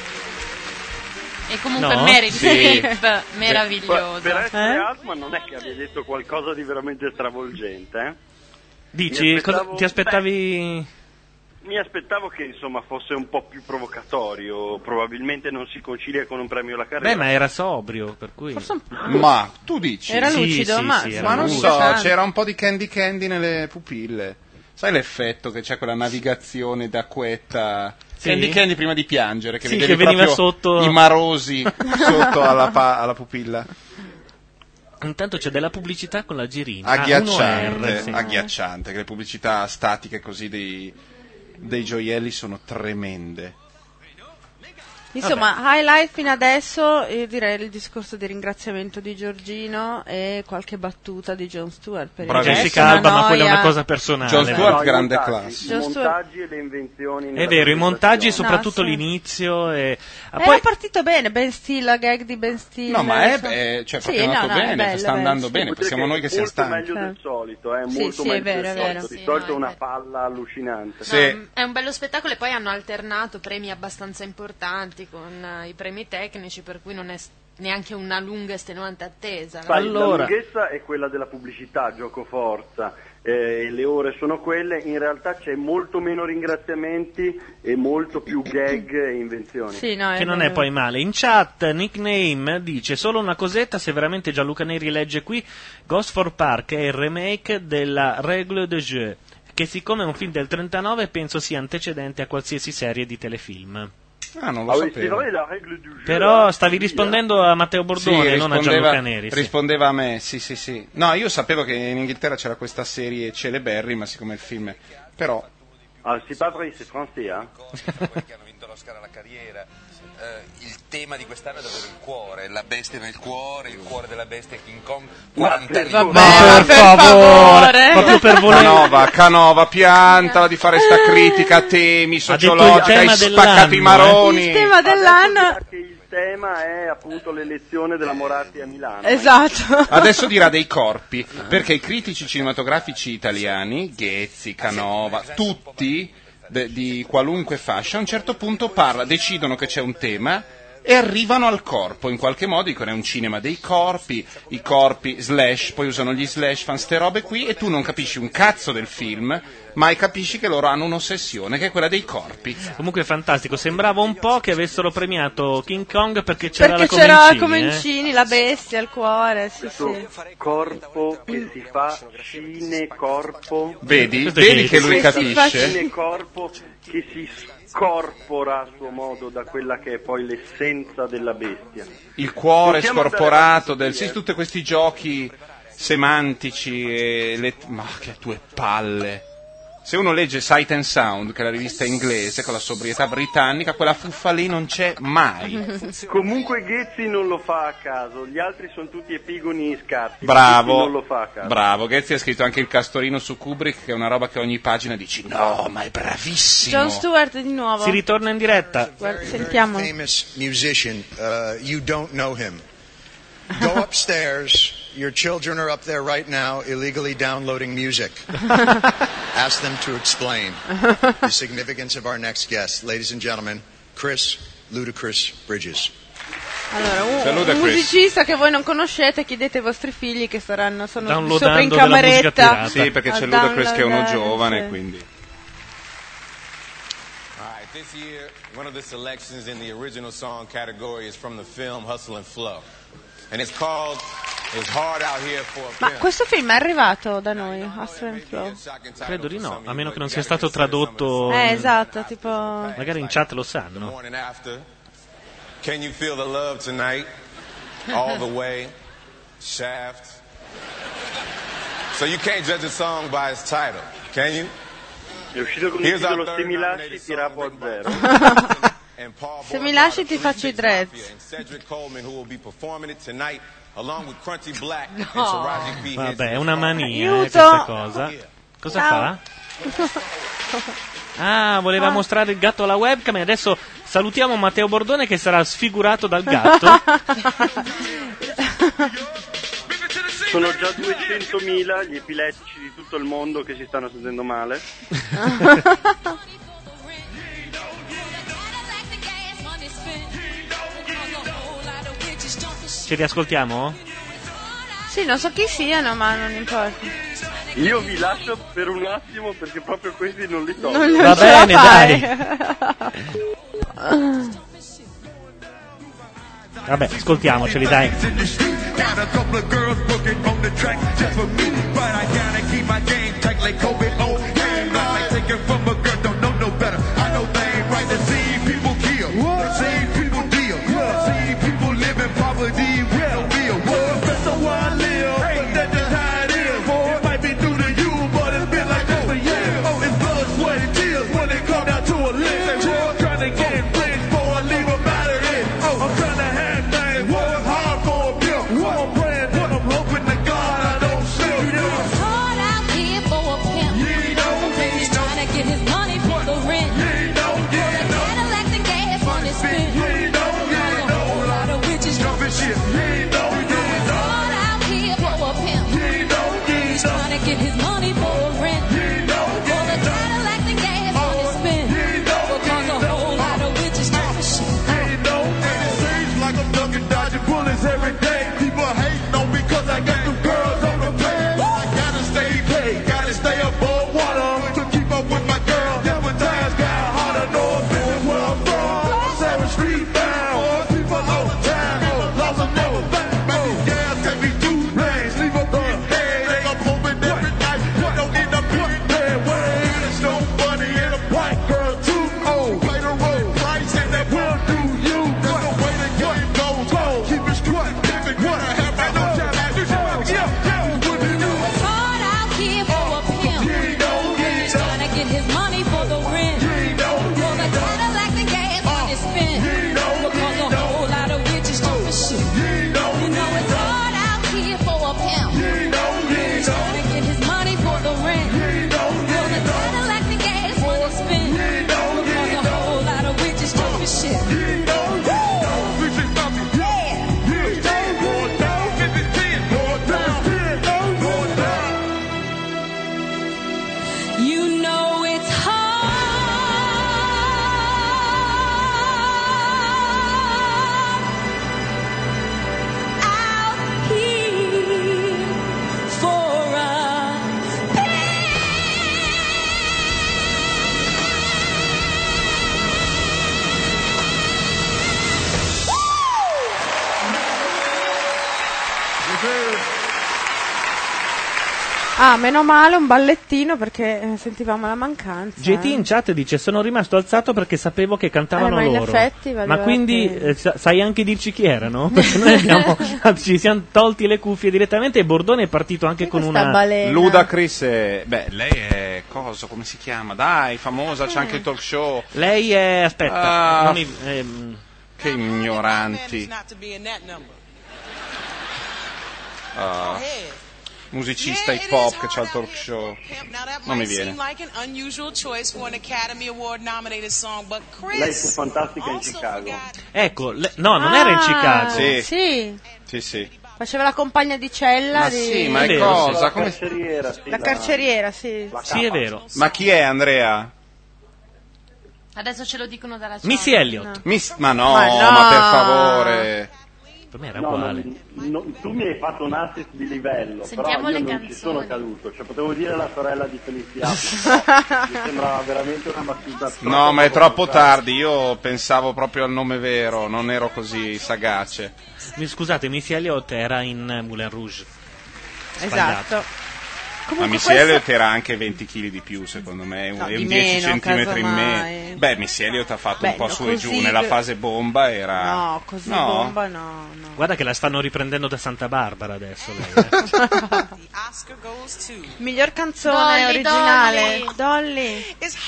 [SPEAKER 3] E comunque
[SPEAKER 2] No?
[SPEAKER 3] Meryl
[SPEAKER 5] Sì.
[SPEAKER 3] Streep, meraviglioso.
[SPEAKER 8] Per essere
[SPEAKER 4] Eh?
[SPEAKER 8] Altman non è che abbia detto qualcosa di veramente stravolgente, eh?
[SPEAKER 2] Dici,
[SPEAKER 8] Mi aspettavo-
[SPEAKER 2] cosa- ti aspettavi...
[SPEAKER 8] Mi aspettavo che insomma fosse un po' più provocatorio, probabilmente non si concilia con un premio alla carriera.
[SPEAKER 2] Beh, ma era sobrio, per cui...
[SPEAKER 4] Forse un po'.
[SPEAKER 5] Ma tu dici?
[SPEAKER 4] Era
[SPEAKER 2] Sì,
[SPEAKER 4] lucido,
[SPEAKER 2] sì,
[SPEAKER 4] ma,
[SPEAKER 2] sì, era
[SPEAKER 5] Ma non
[SPEAKER 2] lucido.
[SPEAKER 5] so,
[SPEAKER 4] tanto.
[SPEAKER 5] c'era un po' di candy candy nelle pupille. Sai l'effetto che c'è quella navigazione d'acquetta?
[SPEAKER 2] Sì.
[SPEAKER 5] Candy candy prima di piangere, che
[SPEAKER 2] Sì,
[SPEAKER 5] vedevi
[SPEAKER 2] che veniva
[SPEAKER 5] proprio
[SPEAKER 2] sotto-
[SPEAKER 5] i marosi sotto alla, pa- alla pupilla.
[SPEAKER 2] Intanto c'è della pubblicità con la girina.
[SPEAKER 5] Agghiacciante,
[SPEAKER 2] Ah, uno R, sì.
[SPEAKER 5] agghiacciante, che le pubblicità statiche così dei, dei gioielli sono tremende.
[SPEAKER 4] Insomma, highlight fino adesso, io direi il discorso di ringraziamento di Giorgino e qualche battuta di Jon Stewart. Per il
[SPEAKER 5] Bravissima.
[SPEAKER 4] resto,
[SPEAKER 2] Jessica Alba,
[SPEAKER 4] una
[SPEAKER 2] ma quella è una
[SPEAKER 4] noia.
[SPEAKER 2] cosa personale.
[SPEAKER 5] Jon Stewart,
[SPEAKER 8] No, i
[SPEAKER 5] grande
[SPEAKER 8] montaggi,
[SPEAKER 5] classe.
[SPEAKER 8] I
[SPEAKER 4] Jon Stewart-
[SPEAKER 8] montaggi e le invenzioni.
[SPEAKER 2] È
[SPEAKER 8] nella
[SPEAKER 2] vero, i montaggi,
[SPEAKER 8] presentazione.
[SPEAKER 2] soprattutto
[SPEAKER 4] No, sì.
[SPEAKER 2] l'inizio. E... ah,
[SPEAKER 4] Eh,
[SPEAKER 2] poi
[SPEAKER 4] Era partito bene, Ben Still, la gag di Ben Still.
[SPEAKER 5] No, ma è,
[SPEAKER 4] insomma.
[SPEAKER 5] è- cioè,
[SPEAKER 4] Sì,
[SPEAKER 5] proprio
[SPEAKER 4] no,
[SPEAKER 5] andato
[SPEAKER 4] no, è
[SPEAKER 5] bene,
[SPEAKER 4] bello,
[SPEAKER 5] sta
[SPEAKER 4] bello,
[SPEAKER 5] andando
[SPEAKER 4] sì.
[SPEAKER 5] bene,
[SPEAKER 8] Devo
[SPEAKER 5] possiamo
[SPEAKER 8] dire
[SPEAKER 5] noi che siamo
[SPEAKER 8] molto
[SPEAKER 5] stanchi.
[SPEAKER 8] meglio del solito, eh,
[SPEAKER 4] Sì,
[SPEAKER 8] molto
[SPEAKER 4] sì, è
[SPEAKER 8] meglio
[SPEAKER 4] vero,
[SPEAKER 8] del
[SPEAKER 4] è vero.
[SPEAKER 8] solito. Di
[SPEAKER 3] Sì,
[SPEAKER 8] solito
[SPEAKER 3] no,
[SPEAKER 8] è
[SPEAKER 3] è
[SPEAKER 8] una
[SPEAKER 3] vero.
[SPEAKER 8] palla allucinante.
[SPEAKER 5] Sì.
[SPEAKER 3] No, è un bello spettacolo e poi hanno alternato premi abbastanza importanti con eh, i premi tecnici, per cui non è s- neanche una lunga estenuante attesa. no?
[SPEAKER 8] Sai,
[SPEAKER 2] Allora.
[SPEAKER 8] la lunghezza è quella della pubblicità, gioco forza, eh, le ore sono quelle, in realtà c'è molto meno ringraziamenti e molto più gag e invenzioni.
[SPEAKER 4] Sì, no,
[SPEAKER 2] che non è
[SPEAKER 4] vero.
[SPEAKER 2] poi male. In chat Nickname dice solo una cosetta, se veramente Gianluca Neri legge qui, Ghost for Park è il remake della Règle de Jeu, che siccome è un film del trentanove penso sia antecedente a qualsiasi serie di telefilm.
[SPEAKER 5] Ah, non lo
[SPEAKER 8] Ah oui, c'est
[SPEAKER 5] sapevo.
[SPEAKER 8] vrai, la règle du jeu.
[SPEAKER 2] Però
[SPEAKER 8] eh,
[SPEAKER 2] stavi
[SPEAKER 8] sì,
[SPEAKER 2] rispondendo a Matteo
[SPEAKER 5] Sì,
[SPEAKER 2] Bordone, non a
[SPEAKER 5] rispondeva,
[SPEAKER 2] Gianluca Neri. Sì.
[SPEAKER 5] rispondeva a me, sì, sì, sì. No, io sapevo che in Inghilterra c'era questa serie celeberrima, siccome il film è... Però...
[SPEAKER 8] Ah, c'est pas vrai, c'est français, hein?
[SPEAKER 11] Quelli che hanno vinto l'Oscar alla carriera. Eh, il tema di quest'anno è davvero il cuore, la bestia nel cuore, il cuore della bestia King Kong. quaranta anni
[SPEAKER 4] Vabbè,
[SPEAKER 2] Ma per
[SPEAKER 4] per
[SPEAKER 2] favore,
[SPEAKER 4] favore.
[SPEAKER 2] proprio per volere.
[SPEAKER 5] Canova, Canova, piantala di fare sta critica a temi
[SPEAKER 2] Ha detto il
[SPEAKER 5] sociologici,
[SPEAKER 2] tema
[SPEAKER 5] hai
[SPEAKER 2] dell'anno,
[SPEAKER 5] spaccato i
[SPEAKER 2] eh.
[SPEAKER 5] maroni.
[SPEAKER 4] Il tema dell'anno.
[SPEAKER 8] Adesso dirà che il tema è appunto l'elezione della Moratti a Milano.
[SPEAKER 4] Esatto.
[SPEAKER 5] Adesso dirà dei corpi, perché i critici cinematografici italiani, Ghezzi, Canova, tutti de- di qualunque fascia, a un certo punto parla, decidono che c'è un tema e arrivano al corpo, in qualche modo dicono è un cinema dei corpi, i corpi slash, poi usano gli slash, fanno ste robe qui e tu non capisci un cazzo del film, ma capisci che loro hanno un'ossessione che è quella dei corpi.
[SPEAKER 2] Comunque è fantastico, sembrava un po' che avessero premiato King Kong perché c'era
[SPEAKER 4] perché
[SPEAKER 2] la
[SPEAKER 4] c'era
[SPEAKER 2] Comencini,
[SPEAKER 4] Comencini,
[SPEAKER 2] eh?
[SPEAKER 4] la bestia, il cuore, sì,
[SPEAKER 8] Questo
[SPEAKER 4] sì.
[SPEAKER 8] corpo che si fa cinecorpo.
[SPEAKER 5] Vedi?
[SPEAKER 8] Questo
[SPEAKER 5] Vedi che lui
[SPEAKER 8] che si fa
[SPEAKER 5] capisce?
[SPEAKER 8] cinecorpo che si scorpora a suo modo da quella che è poi l'essenza della bestia.
[SPEAKER 5] Il cuore
[SPEAKER 8] Possiamo
[SPEAKER 5] scorporato
[SPEAKER 8] andare
[SPEAKER 5] del
[SPEAKER 8] avanti,
[SPEAKER 5] sì, tutti questi giochi semantici e le... ma che tue palle. Se uno legge Sight and Sound, che è la rivista inglese con la sobrietà britannica, quella fuffa lì non c'è mai.
[SPEAKER 8] Comunque Ghezzi non lo fa a caso, gli altri sono tutti epigoni scarsi.
[SPEAKER 5] Bravo,
[SPEAKER 8] Ghezzi non lo fa a caso.
[SPEAKER 5] bravo. Ghezzi ha scritto anche il castorino su Kubrick, che è una roba che ogni pagina dici no, ma è bravissimo.
[SPEAKER 4] Jon Stewart di nuovo.
[SPEAKER 2] Si ritorna in diretta.
[SPEAKER 4] Guarda, sentiamo.
[SPEAKER 9] Famous musician, uh, you don't know him. Go upstairs. Your children are up there right now illegally downloading music. Ask them to explain the significance of our next guest. Ladies and gentlemen, Chris Ludacris Bridges.
[SPEAKER 4] Allora, un,
[SPEAKER 5] Saluta,
[SPEAKER 4] un
[SPEAKER 5] Chris.
[SPEAKER 4] musicista che voi non conoscete, chiedete ai vostri figli che saranno sono
[SPEAKER 2] Downloadando
[SPEAKER 4] sopra in
[SPEAKER 2] della musica
[SPEAKER 4] cameretta.
[SPEAKER 2] pirata.
[SPEAKER 5] Sì, perché
[SPEAKER 4] a
[SPEAKER 5] c'è Ludacris che è uno
[SPEAKER 4] downloadare,
[SPEAKER 5] giovane,
[SPEAKER 4] sì.
[SPEAKER 5] quindi...
[SPEAKER 22] All right, this year, one of the selections in the original song category is from the film Hustle and Flow. And it's called It's Hard Out Here for a
[SPEAKER 4] Ma
[SPEAKER 22] Pimp.
[SPEAKER 4] questo film è arrivato da noi, Hustle and Flow?
[SPEAKER 2] Credo di no, a meno che non sia stato tradotto.
[SPEAKER 4] Eh, esatto, tipo...
[SPEAKER 2] Magari in chat lo sanno.
[SPEAKER 22] Morning after. Can you feel the love tonight? All the way. Shaft. So you can't judge a song by its title, can you?
[SPEAKER 8] È uscito con il
[SPEAKER 22] Here's our
[SPEAKER 8] titolo
[SPEAKER 22] third
[SPEAKER 8] Se mi lasci
[SPEAKER 22] nominated
[SPEAKER 8] ti rapo a zero.
[SPEAKER 22] And Paul
[SPEAKER 4] Se mi
[SPEAKER 22] Boyd
[SPEAKER 4] lasci
[SPEAKER 22] out
[SPEAKER 4] ti
[SPEAKER 22] of
[SPEAKER 4] faccio
[SPEAKER 22] Three
[SPEAKER 4] i
[SPEAKER 22] Six
[SPEAKER 4] dreads.
[SPEAKER 22] Mafia, and Cedric Coleman, who will be performing it tonight, along with Crunchy Black and Taraji P. Henson.
[SPEAKER 2] Vabbè, è una mania eh,
[SPEAKER 4] Aiuto!
[SPEAKER 2] questa cosa. Cosa
[SPEAKER 4] Ciao.
[SPEAKER 2] fa? Ah, voleva
[SPEAKER 4] Ah.
[SPEAKER 2] mostrare il gatto alla webcam e adesso salutiamo Matteo Bordone che sarà sfigurato dal gatto.
[SPEAKER 8] Sono già duecentomila gli epilettici di tutto il mondo che si stanno sentendo male.
[SPEAKER 2] Ci riascoltiamo?
[SPEAKER 4] Sì, non so chi siano, ma non importa.
[SPEAKER 8] Io vi lascio per un attimo perché proprio questi non li tolgo.
[SPEAKER 4] Non, non
[SPEAKER 2] Va
[SPEAKER 4] ce la
[SPEAKER 2] bene,
[SPEAKER 4] fai.
[SPEAKER 2] Vabbè, ascoltiamoceli, dai.
[SPEAKER 6] Got a couple of girls working on the track just for me, but I gotta keep my game tight like Kobe. Oh, game like taking from a girl, don't know no better. I know they ain't right to see people kill, to see people deal, to see people live in poverty with no bill. Well, that's the way I live, but that's just how it is. It might be new to you, but it's been like this for years. Oh, it's blood, sweat, and tears when it come down to a list. They war trying to get rich before I leave them out of it. Oh, I'm trying to have things work hard for a bill. What I'm praying, what I'm hoping to God I don't slip. You know,
[SPEAKER 10] It's hard out here for a pimp.
[SPEAKER 6] You know,
[SPEAKER 10] He's trying to get his money for the rent.
[SPEAKER 6] you know, you know.
[SPEAKER 10] Cadillac and gas on his spin.
[SPEAKER 6] You know, you
[SPEAKER 10] A
[SPEAKER 6] know.
[SPEAKER 10] whole lot of witches.
[SPEAKER 6] Jumping shit. You know, you
[SPEAKER 10] It's
[SPEAKER 6] know.
[SPEAKER 10] hard out here for a pimp.
[SPEAKER 6] You know, you
[SPEAKER 10] He's
[SPEAKER 6] know.
[SPEAKER 10] trying to get his money for the rent.
[SPEAKER 6] You know, you
[SPEAKER 10] For the
[SPEAKER 6] know.
[SPEAKER 10] Cadillac and gas on his spin.
[SPEAKER 6] You know,
[SPEAKER 10] Because a whole lot of witches jumping shit.
[SPEAKER 6] You know, and it seems like I'm ducking, dodging bullets every day. People hating on me 'cause I got them girls on the page. I gotta stay paid, gotta stay above water to keep up with my girl. Yeah, when times got harder, no offense where I'm from. Seventh Street bound, people all the time, lost and never found. Baby, girls take me two lanes, leave up in bed. They up hoping every night, don't end up in bed. Well, there's no money in a white girl too old. Play the role, price and that will do you. That's the way the game goes. Keep it straight, keep it what I have. I know that I do. Yeah, yeah, what do you do?
[SPEAKER 10] It's hard out here for a pimp.
[SPEAKER 6] You know, you
[SPEAKER 10] He's
[SPEAKER 6] know.
[SPEAKER 10] trying to get his money for the rent.
[SPEAKER 6] You know,
[SPEAKER 10] For the Cadillac and gas on his spin.
[SPEAKER 6] You know,
[SPEAKER 10] Because a whole lot of witches jumping shit.
[SPEAKER 6] you know,
[SPEAKER 10] You know it's hard out here for a pimp.
[SPEAKER 6] you know, you
[SPEAKER 10] He's
[SPEAKER 6] know.
[SPEAKER 10] trying to get his money for the rent.
[SPEAKER 6] You know,
[SPEAKER 10] For the Cadillac and gas on his spin.
[SPEAKER 6] You know,
[SPEAKER 10] Because
[SPEAKER 6] you
[SPEAKER 10] a whole lot of witches jumping shit.
[SPEAKER 6] you know, you know. This is nothing. Yeah, yeah. More down, fifty ten. More down, more down.
[SPEAKER 10] You know it's
[SPEAKER 4] Ah, meno male un ballettino perché eh, sentivamo la mancanza.
[SPEAKER 2] J T in chat dice: sono rimasto alzato perché sapevo che cantavano
[SPEAKER 4] Eh, ma in
[SPEAKER 2] loro.
[SPEAKER 4] effetti valeva
[SPEAKER 2] Ma quindi
[SPEAKER 4] la pena.
[SPEAKER 2] eh, sa- sai anche dirci chi erano? Perché noi abbiamo, ci siamo tolti le cuffie direttamente e Bordone è partito anche con
[SPEAKER 4] questa
[SPEAKER 2] una
[SPEAKER 4] balena?
[SPEAKER 5] Ludacris è... Beh, lei è... cosa? Come si chiama? Dai, famosa, c'è anche il talk show.
[SPEAKER 2] Lei è... aspetta,
[SPEAKER 5] Ah,
[SPEAKER 2] non mi- ehm,
[SPEAKER 5] che ignoranti. Ah, musicista hip hop che c'ha il talk show. Non mi viene.
[SPEAKER 8] Lei fu fantastica in Chicago.
[SPEAKER 2] Ecco, le- no, non era in
[SPEAKER 4] Ah,
[SPEAKER 2] Chicago.
[SPEAKER 5] Sì.
[SPEAKER 4] Sì.
[SPEAKER 5] Sì, sì.
[SPEAKER 4] Faceva la compagna di cella
[SPEAKER 5] Ma
[SPEAKER 4] di...
[SPEAKER 5] sì, ma è
[SPEAKER 2] vero,
[SPEAKER 5] cosa?
[SPEAKER 8] La
[SPEAKER 5] Come...
[SPEAKER 8] carceriera, sì,
[SPEAKER 4] La carceriera, sì.
[SPEAKER 2] Sì, è vero.
[SPEAKER 5] Ma chi è Andrea?
[SPEAKER 3] Adesso ce lo dicono dalla chat.
[SPEAKER 2] Missy Elliott.
[SPEAKER 5] Miss... Ma no,
[SPEAKER 4] Ma
[SPEAKER 5] ma,
[SPEAKER 4] no.
[SPEAKER 5] per favore.
[SPEAKER 2] Per me era
[SPEAKER 8] No,
[SPEAKER 2] uguale.
[SPEAKER 8] non- non- tu mi hai fatto un assist di livello,
[SPEAKER 3] Sentiamo
[SPEAKER 8] però io
[SPEAKER 3] le
[SPEAKER 8] non
[SPEAKER 3] canzoni.
[SPEAKER 8] ci sono caduto, cioè potevo dire la sorella di Felicia, però mi sembrava veramente una battuta.
[SPEAKER 5] No, ma è
[SPEAKER 8] poco
[SPEAKER 5] troppo
[SPEAKER 8] pensata.
[SPEAKER 5] tardi. Io pensavo proprio al nome vero, non ero così sagace.
[SPEAKER 2] Mi- Scusate, Missy Elliott era in eh, Moulin Rouge. Sbagliato.
[SPEAKER 4] Esatto.
[SPEAKER 5] Ma
[SPEAKER 4] Comunque
[SPEAKER 5] Missy
[SPEAKER 4] questo-
[SPEAKER 5] Elliott era anche venti chili di più, secondo me,
[SPEAKER 4] No,
[SPEAKER 5] e
[SPEAKER 4] di
[SPEAKER 5] un dieci
[SPEAKER 4] meno,
[SPEAKER 5] centimetri in
[SPEAKER 4] casomai.
[SPEAKER 5] meno. Beh, Missy Elliott ha fatto
[SPEAKER 4] Beh,
[SPEAKER 5] un po'
[SPEAKER 4] no,
[SPEAKER 5] su e giù,
[SPEAKER 4] così
[SPEAKER 5] nella
[SPEAKER 4] che-
[SPEAKER 5] fase bomba era...
[SPEAKER 4] No, così
[SPEAKER 5] No?
[SPEAKER 4] bomba no, no.
[SPEAKER 2] Guarda che la stanno riprendendo da Santa Barbara adesso. Lei, eh.
[SPEAKER 4] Miglior canzone
[SPEAKER 3] Dolly,
[SPEAKER 4] originale. Dolly.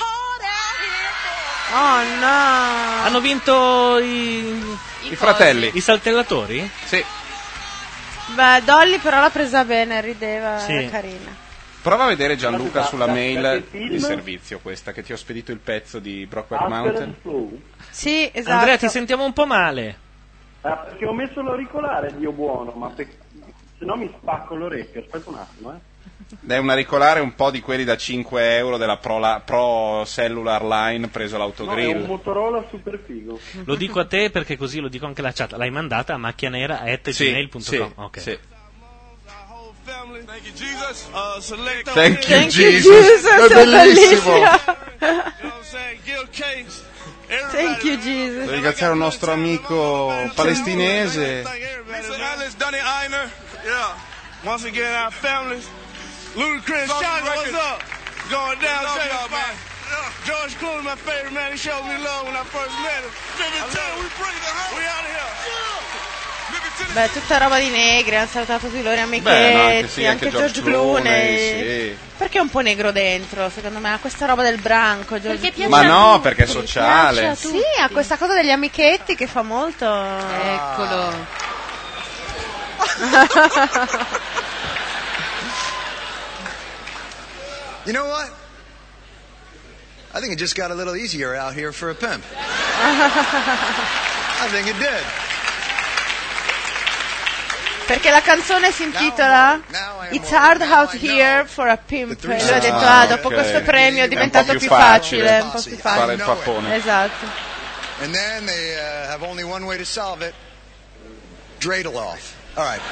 [SPEAKER 4] Oh no.
[SPEAKER 2] Hanno vinto i...
[SPEAKER 5] I fratelli.
[SPEAKER 2] I saltellatori?
[SPEAKER 5] Sì.
[SPEAKER 4] Beh, Dolly però l'ha presa bene, rideva,
[SPEAKER 2] Sì.
[SPEAKER 4] era carina.
[SPEAKER 5] Prova a vedere Gianluca
[SPEAKER 8] Ma
[SPEAKER 5] sulla
[SPEAKER 8] da-
[SPEAKER 5] mail
[SPEAKER 8] da che film?
[SPEAKER 5] di servizio questa, che ti ho spedito il pezzo di Brokeback
[SPEAKER 8] Asper
[SPEAKER 5] Mountain.
[SPEAKER 8] and Flow.
[SPEAKER 4] Sì, esatto.
[SPEAKER 2] Andrea, ti sentiamo un po' male.
[SPEAKER 8] Ah, perché ho messo l'auricolare, Dio buono, ma pe- se no mi spacco l'orecchio, aspetta un attimo, eh.
[SPEAKER 5] È un auricolare un po' di quelli da cinque euro della Pro, la- Pro Cellular Line preso
[SPEAKER 8] No, è un
[SPEAKER 5] l'autogrill.
[SPEAKER 8] Motorola super figo.
[SPEAKER 2] Lo dico a te perché così lo dico anche alla chat. L'hai mandata a macchianera at
[SPEAKER 5] Sì,
[SPEAKER 2] gmail punto com.
[SPEAKER 5] sì,
[SPEAKER 2] Ok.
[SPEAKER 5] sì.
[SPEAKER 6] Thank you, Jesus. Uh, select
[SPEAKER 5] Thank you,
[SPEAKER 4] Thank you,
[SPEAKER 5] Jesus.
[SPEAKER 4] Jesus,
[SPEAKER 5] È
[SPEAKER 4] è
[SPEAKER 5] bellissimo.
[SPEAKER 4] bellissimo.
[SPEAKER 6] You know what I'm saying? Gil Case.
[SPEAKER 4] Thank you, Jesus.
[SPEAKER 5] Devo ringraziare un nostro amico palestinese.
[SPEAKER 6] Mister Alice, Donnie Einer. Yeah. Once again, our families. Ludacris, Shaka, what's up? Going down, say it, man. George Clooney, my favorite man. He showed me love when I first met him. We bring the house. We out of here.
[SPEAKER 4] Beh, tutta roba di negri, hanno salutato tutti i loro amichetti,
[SPEAKER 5] Beh, no, anche sì,
[SPEAKER 4] anche,
[SPEAKER 5] anche
[SPEAKER 4] George
[SPEAKER 5] George
[SPEAKER 4] Clooney.
[SPEAKER 5] Clooney, sì.
[SPEAKER 4] Perché è un po' negro dentro, secondo me, ha questa roba del branco. George
[SPEAKER 3] Perché
[SPEAKER 4] Clooney.
[SPEAKER 3] piace
[SPEAKER 5] Ma
[SPEAKER 3] a
[SPEAKER 5] no,
[SPEAKER 3] tutti,
[SPEAKER 5] perché è
[SPEAKER 3] piace
[SPEAKER 5] sociale.
[SPEAKER 3] a
[SPEAKER 4] Sì, ha questa cosa degli amichetti che fa molto.
[SPEAKER 3] Eccolo.
[SPEAKER 9] You know what? I think it just got a little easier out here for a pimp. I think it did.
[SPEAKER 4] Perché la canzone si intitola It's hard out here for a pimp. E lui ha detto, ah, dopo
[SPEAKER 5] ok.
[SPEAKER 4] questo premio è
[SPEAKER 5] È un
[SPEAKER 4] diventato
[SPEAKER 5] po' più
[SPEAKER 4] più facile,
[SPEAKER 5] facile
[SPEAKER 4] un po' più
[SPEAKER 5] fare
[SPEAKER 4] facile.
[SPEAKER 5] il papone.
[SPEAKER 4] Esatto.
[SPEAKER 9] And then they uh, have only one way to solve it. Dreidel off. All right.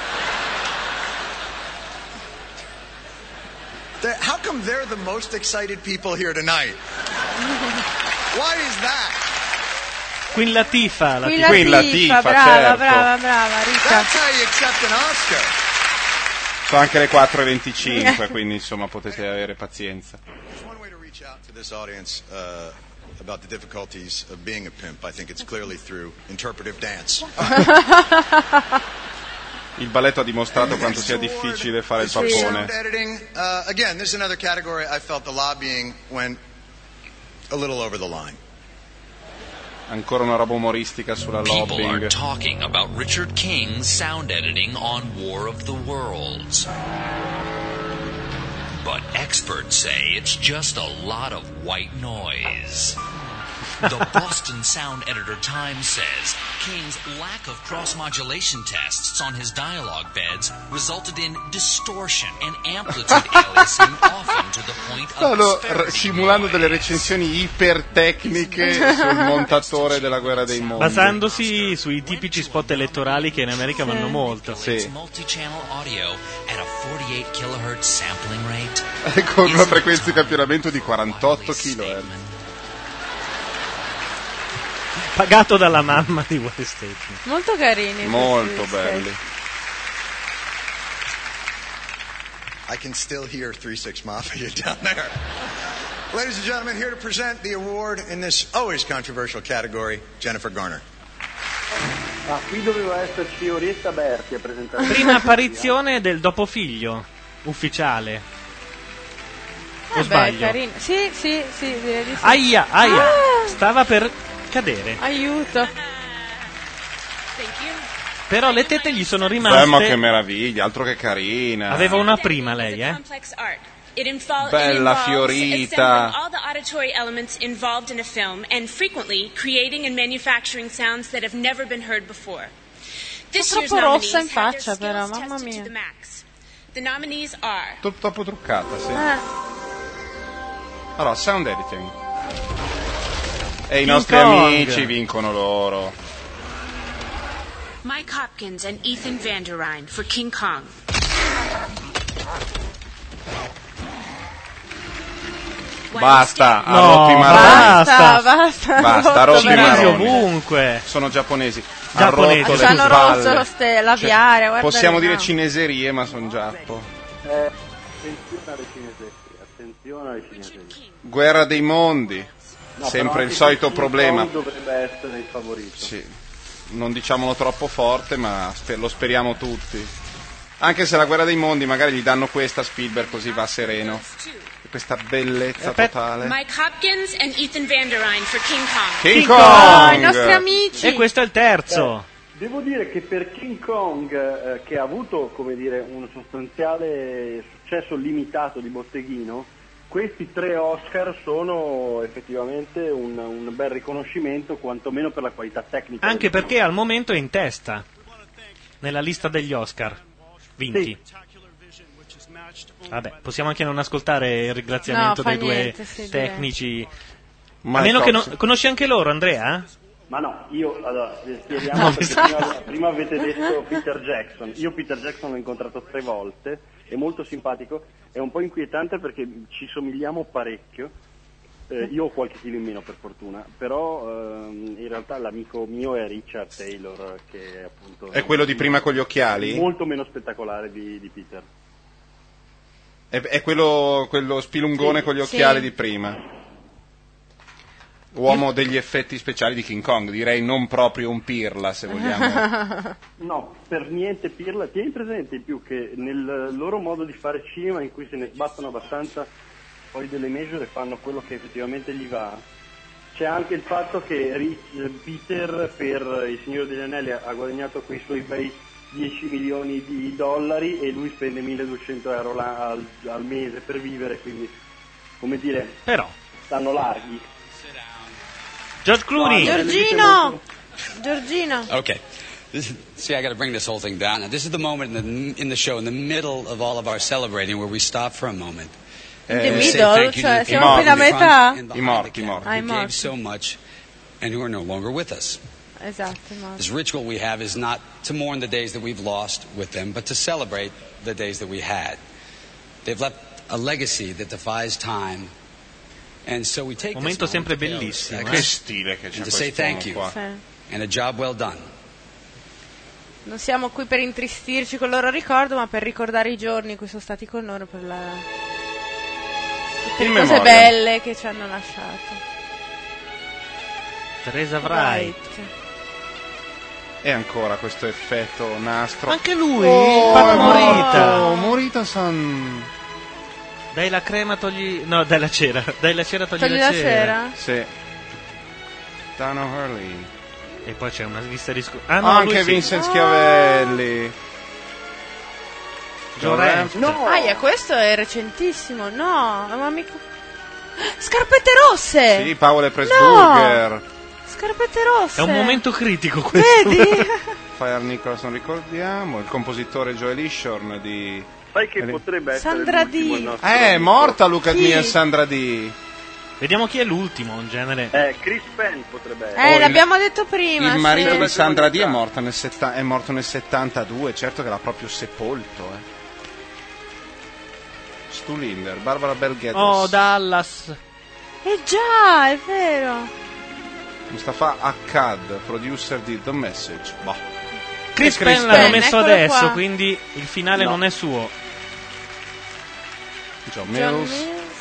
[SPEAKER 9] The- how come they're the most excited people here tonight? Why is that?
[SPEAKER 2] Queen Latifah.
[SPEAKER 4] Qui
[SPEAKER 2] Latifah.
[SPEAKER 4] la
[SPEAKER 5] Queen Latifah,
[SPEAKER 4] tifa, brava,
[SPEAKER 5] certo.
[SPEAKER 4] brava, brava, Rita.
[SPEAKER 9] That's how you accept an Oscar.
[SPEAKER 5] Sono anche le quattro e venticinque, quindi insomma potete avere pazienza.
[SPEAKER 9] There's one way to reach out to this audience uh, about the difficulties of being a pimp. I think it's clearly through interpretive dance.
[SPEAKER 5] Il balletto ha dimostrato quanto sia difficile fare il
[SPEAKER 9] Sound
[SPEAKER 5] papone.
[SPEAKER 9] editing. Uh, again, this is another category I felt the lobbying went a little over the line.
[SPEAKER 5] Ancora una roba umoristica sulla
[SPEAKER 7] People are
[SPEAKER 5] lobbying.
[SPEAKER 7] talking about Richard King's sound editing on War of the Worlds. But experts say it's just a lot of white noise. The Boston Sound Editor Times says King's lack of cross-modulation tests on his dialogue beds resulted in distortion and amplitude aliasing often to the point of
[SPEAKER 5] Stanno
[SPEAKER 7] disparity
[SPEAKER 5] r- simulando delle recensioni ipertecniche sul montatore della Guerra dei Mondi.
[SPEAKER 2] Basandosi sui tipici spot elettorali che in America vanno molto.
[SPEAKER 5] Sì.
[SPEAKER 7] multi-channel audio at a forty-eight kilohertz sampling rate.
[SPEAKER 5] Con una frequenza di campionamento di quarantotto chilohertz.
[SPEAKER 2] Pagato dalla mamma di Wall Street.
[SPEAKER 4] Molto carini.
[SPEAKER 5] Molto
[SPEAKER 4] questi
[SPEAKER 5] belli.
[SPEAKER 4] sketch.
[SPEAKER 9] I can still hear three six Mafia down there. Ladies and gentlemen, here to present the award in this always controversial category, Jennifer Garner.
[SPEAKER 8] Ah, qui doveva esserci Orietta Berti a presentare.
[SPEAKER 2] Prima apparizione del dopofiglio ufficiale. O
[SPEAKER 4] Eh
[SPEAKER 2] sbaglio?
[SPEAKER 4] beh, carino. Sì, sì, sì, direi di sì.
[SPEAKER 2] Aia, aia,
[SPEAKER 4] Ah,
[SPEAKER 2] stava per cadere.
[SPEAKER 4] aiuto.
[SPEAKER 2] Però le tette gli sono rimaste.
[SPEAKER 5] Beh, ma che meraviglia, altro che carina.
[SPEAKER 2] Aveva una prima lei, eh?
[SPEAKER 12] Complex art. It infol-
[SPEAKER 5] Bella
[SPEAKER 12] it involves
[SPEAKER 5] Fiorita.
[SPEAKER 12] assembling all the auditory elements involved in a film and frequently creating and manufacturing sounds that have never been heard before. This
[SPEAKER 4] È
[SPEAKER 12] year's
[SPEAKER 4] troppo
[SPEAKER 12] nominees
[SPEAKER 4] rossa in
[SPEAKER 12] had their
[SPEAKER 4] faccia, però,
[SPEAKER 12] skills
[SPEAKER 4] mamma
[SPEAKER 12] tested
[SPEAKER 4] mia.
[SPEAKER 12] to the max. The nominees are
[SPEAKER 5] Tro- Troppo truccata, sì.
[SPEAKER 4] Eh.
[SPEAKER 5] Allora, sound editing. E i
[SPEAKER 2] King
[SPEAKER 5] nostri
[SPEAKER 2] Kong.
[SPEAKER 5] amici vincono loro.
[SPEAKER 12] Mike Hopkins and Ethan Van Der Rijn for King Kong.
[SPEAKER 5] Basta, ha
[SPEAKER 2] No,
[SPEAKER 5] rotto i maroni.
[SPEAKER 2] basta.
[SPEAKER 4] Basta,
[SPEAKER 5] Basta, ha
[SPEAKER 4] rotto
[SPEAKER 5] rotto i
[SPEAKER 4] veramente.
[SPEAKER 5] maroni.
[SPEAKER 2] Ovunque.
[SPEAKER 5] Sono giapponesi. Ha
[SPEAKER 2] Giapponesi.
[SPEAKER 5] rotto
[SPEAKER 4] Ci
[SPEAKER 5] le
[SPEAKER 4] hanno
[SPEAKER 5] palle.
[SPEAKER 4] rotto lo ste- l'aviare,
[SPEAKER 5] Cioè,
[SPEAKER 4] guarda
[SPEAKER 5] possiamo
[SPEAKER 4] lì,
[SPEAKER 5] dire
[SPEAKER 4] no.
[SPEAKER 5] cineserie, ma sono giappo.
[SPEAKER 8] Eh, attenzione alle cinesesi, attenzione alle cinesesi.
[SPEAKER 5] Guerra dei mondi.
[SPEAKER 8] No,
[SPEAKER 5] Sempre
[SPEAKER 8] però
[SPEAKER 5] il
[SPEAKER 8] anche
[SPEAKER 5] solito
[SPEAKER 8] King
[SPEAKER 5] problema.
[SPEAKER 8] Kong dovrebbe essere il favorito.
[SPEAKER 5] Sì. Non diciamolo troppo forte, ma sper- lo speriamo tutti. Anche se la guerra dei mondi magari gli danno questa a Spielberg, così va sereno. Questa bellezza totale.
[SPEAKER 12] Mike Hopkins and Ethan Van Der Rijn for King Kong.
[SPEAKER 5] King
[SPEAKER 2] King
[SPEAKER 5] Kong!
[SPEAKER 2] Kong!
[SPEAKER 4] I nostri amici.
[SPEAKER 2] E questo è il terzo.
[SPEAKER 8] Beh, devo dire che per King Kong, eh, che ha avuto, come dire, un sostanziale successo limitato di botteghino, questi tre Oscar sono effettivamente un, un bel riconoscimento, quantomeno per la qualità tecnica.
[SPEAKER 2] Anche perché al momento è in testa nella lista degli Oscar vinti. Vabbè, possiamo anche non ascoltare il ringraziamento
[SPEAKER 4] No, fa
[SPEAKER 2] dei due
[SPEAKER 4] niente, sì, direi.
[SPEAKER 2] tecnici.
[SPEAKER 5] Ma
[SPEAKER 2] A meno che
[SPEAKER 5] Fox.
[SPEAKER 2] non conosci anche loro, Andrea?
[SPEAKER 8] Ma no, io, allora, vi spieghiamo
[SPEAKER 2] No,
[SPEAKER 8] perché
[SPEAKER 2] esatto.
[SPEAKER 8] prima, prima avete detto Peter Jackson. Io Peter Jackson l'ho incontrato tre volte, è molto simpatico, è un po' inquietante perché ci somigliamo parecchio. Eh, io ho qualche chilo in meno per fortuna, però ehm, in realtà l'amico mio è Richard Taylor, che è appunto...
[SPEAKER 5] È quello di prima con gli occhiali?
[SPEAKER 8] Molto meno spettacolare di, di Peter.
[SPEAKER 5] È, è quello, quello spilungone
[SPEAKER 8] Sì,
[SPEAKER 5] con gli
[SPEAKER 8] sì.
[SPEAKER 5] occhiali di prima. Uomo degli effetti speciali di King Kong, direi non proprio un pirla, se vogliamo.
[SPEAKER 8] No, per niente pirla. Tieni presente in più che nel loro modo di fare cinema, in cui se ne sbattono abbastanza poi delle misure, fanno quello che effettivamente gli va, c'è anche il fatto che Rich- Peter per Il Signore degli Anelli ha guadagnato quei suoi bei dieci milioni di dollari e lui spende milleduecento euro la- al, al mese per vivere, quindi come dire,
[SPEAKER 2] Però
[SPEAKER 8] stanno larghi.
[SPEAKER 2] George Clooney.
[SPEAKER 4] Giorgino! Giorgino!
[SPEAKER 13] Okay. This is, see, I got to bring this whole thing down. Now, this is the moment in the, in the show, in the middle of all of our celebrating, where we stop for a moment.
[SPEAKER 4] In the
[SPEAKER 13] and say
[SPEAKER 4] middle?
[SPEAKER 13] thank you to
[SPEAKER 4] Cioè,
[SPEAKER 13] the
[SPEAKER 4] siamo
[SPEAKER 13] people
[SPEAKER 4] appena a
[SPEAKER 13] in front
[SPEAKER 4] metà?
[SPEAKER 13] and
[SPEAKER 5] I
[SPEAKER 13] behind
[SPEAKER 5] morti,
[SPEAKER 13] the
[SPEAKER 5] i morti.
[SPEAKER 13] camera
[SPEAKER 4] Ah, i
[SPEAKER 13] who
[SPEAKER 4] morti.
[SPEAKER 13] gave so much and who are no longer with us.
[SPEAKER 4] Esatto, ma...
[SPEAKER 13] This ritual we have is not to mourn the days that we've lost with them, but to celebrate the days that we had. They've left a legacy that defies time. And so we take
[SPEAKER 2] Momento
[SPEAKER 13] this moment
[SPEAKER 2] sempre
[SPEAKER 13] to pay our
[SPEAKER 2] bellissimo,
[SPEAKER 13] respects
[SPEAKER 2] eh?
[SPEAKER 5] Che stile che c'è
[SPEAKER 13] and to say
[SPEAKER 5] quest'uomo
[SPEAKER 13] thank you
[SPEAKER 5] qua.
[SPEAKER 4] Sì.
[SPEAKER 13] and a job well done.
[SPEAKER 4] Non siamo qui per intristirci col loro ricordo, ma per ricordare i giorni in cui sono stati con loro, per la... tutte
[SPEAKER 5] In
[SPEAKER 4] le cose
[SPEAKER 5] memoria.
[SPEAKER 4] belle che ci hanno lasciato.
[SPEAKER 2] Teresa Wright.
[SPEAKER 5] E ancora questo effetto nastro.
[SPEAKER 2] Anche lui,
[SPEAKER 5] Oh,
[SPEAKER 2] Pat
[SPEAKER 5] è
[SPEAKER 2] Morita.
[SPEAKER 5] morto, Morita-san.
[SPEAKER 2] Dai la crema, togli... No, dai la cera. Dai la cera, togli,
[SPEAKER 4] Togli la cera?
[SPEAKER 5] Sì. Dano Hurley.
[SPEAKER 2] E poi c'è una lista di... scu- ah, no,
[SPEAKER 5] Anche
[SPEAKER 2] lui sì.
[SPEAKER 5] Vincent Schiavelli.
[SPEAKER 2] Joe Ranft.
[SPEAKER 4] No! Aia, questo è recentissimo, no, ma mica... Scarpette rosse!
[SPEAKER 5] Sì, Paolo Pressburger.
[SPEAKER 4] Scarpette rosse!
[SPEAKER 2] È un momento critico questo.
[SPEAKER 4] Vedi?
[SPEAKER 5] Fire Nicholson ricordiamo, il compositore Joel Ishorn di...
[SPEAKER 8] Sai che potrebbe essere
[SPEAKER 4] Sandra
[SPEAKER 8] l'ultimo
[SPEAKER 4] Dee.
[SPEAKER 8] il nostro
[SPEAKER 5] Eh, è
[SPEAKER 8] amico?
[SPEAKER 5] morta Luca
[SPEAKER 4] Chi?
[SPEAKER 5] Mia e Sandra Dee.
[SPEAKER 2] Vediamo chi è l'ultimo in genere.
[SPEAKER 8] Eh, Chris Penn potrebbe essere.
[SPEAKER 4] Eh,
[SPEAKER 5] Oh, il-
[SPEAKER 4] l'abbiamo detto prima.
[SPEAKER 5] Il marito
[SPEAKER 4] sì.
[SPEAKER 5] di Sandra Dee è morto nel, setta- è morto nel settantadue, certo che l'ha proprio sepolto. Eh. Stu Linder, Barbara Bel Geddes,
[SPEAKER 2] Oh, Dallas.
[SPEAKER 4] Eh già, è vero.
[SPEAKER 5] Mustafa Akkad, producer di The Message. Boh.
[SPEAKER 2] Chris
[SPEAKER 5] E Chris
[SPEAKER 2] Penn l'hanno
[SPEAKER 5] Penn.
[SPEAKER 2] messo
[SPEAKER 4] eccolo
[SPEAKER 2] adesso,
[SPEAKER 4] qua.
[SPEAKER 2] quindi il finale
[SPEAKER 8] No.
[SPEAKER 2] non è suo.
[SPEAKER 5] John Mills.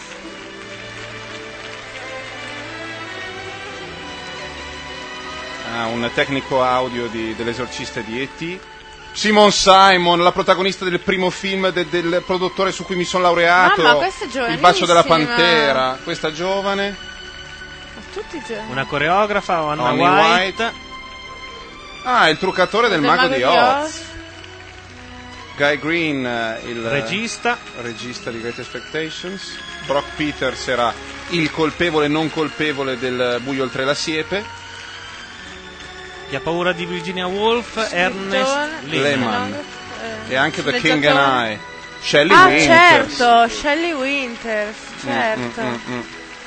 [SPEAKER 5] Ah, un tecnico audio di, dell'esorcista di E T Simon Simon, la protagonista del primo film de, del produttore su cui mi sono laureato.
[SPEAKER 4] Mamma, questa è
[SPEAKER 5] Il bacio della
[SPEAKER 4] giovanissima.
[SPEAKER 5] pantera. Questa giovane.
[SPEAKER 4] Tutti giovani.
[SPEAKER 2] Una coreografa, Anna
[SPEAKER 5] Annie
[SPEAKER 2] White.
[SPEAKER 5] White. Ah, il truccatore del,
[SPEAKER 4] Del
[SPEAKER 5] mago,
[SPEAKER 4] Mago
[SPEAKER 5] di
[SPEAKER 4] di
[SPEAKER 5] Oz.
[SPEAKER 4] Oz.
[SPEAKER 5] Guy Green, eh, il
[SPEAKER 2] Regista.
[SPEAKER 5] regista di Great Expectations. Brock Peters era il colpevole non colpevole del Buio oltre la siepe.
[SPEAKER 2] Chi ha paura di Virginia Woolf, Ernest
[SPEAKER 5] Lehman.
[SPEAKER 4] Eh,
[SPEAKER 5] E anche The King
[SPEAKER 4] sceneggiatore.
[SPEAKER 5] and I. Shelley
[SPEAKER 4] Ah,
[SPEAKER 5] Winters.
[SPEAKER 4] certo, Shelley Winters,
[SPEAKER 5] Mm,
[SPEAKER 4] certo.
[SPEAKER 5] mm, mm, mm.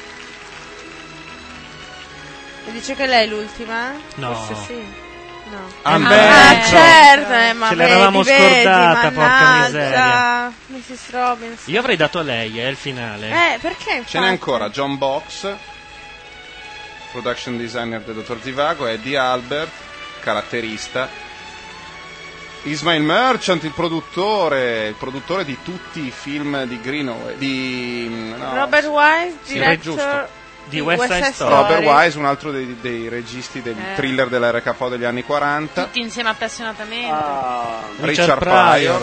[SPEAKER 4] E dice che lei è l'ultima?
[SPEAKER 2] No.
[SPEAKER 4] Forse sì. No.
[SPEAKER 2] Amber.
[SPEAKER 4] Ah, certo, eh, ma
[SPEAKER 2] Ce l'eravamo
[SPEAKER 4] vedi, vedi,
[SPEAKER 2] scordata, porca
[SPEAKER 4] mannaggia,
[SPEAKER 2] miseria.
[SPEAKER 4] missus Robinson.
[SPEAKER 2] Io avrei dato a lei, è il finale.
[SPEAKER 4] Eh, perché?
[SPEAKER 5] Ce n'è
[SPEAKER 4] infatti?
[SPEAKER 5] ancora John Box, production designer del Dottor Zivago, Eddie Albert, caratterista, Ismail Merchant, il produttore, il produttore di tutti i film di Greenaway, di no,
[SPEAKER 4] Robert Wise,
[SPEAKER 5] sì,
[SPEAKER 4] director
[SPEAKER 5] giusto.
[SPEAKER 2] Di West Side Story.
[SPEAKER 5] Robert Wise, un altro dei, dei registi degli
[SPEAKER 3] Eh.
[SPEAKER 5] thriller dell'R K O degli anni quaranta.
[SPEAKER 3] Tutti insieme appassionatamente.
[SPEAKER 8] Ah,
[SPEAKER 5] Richard Pryor.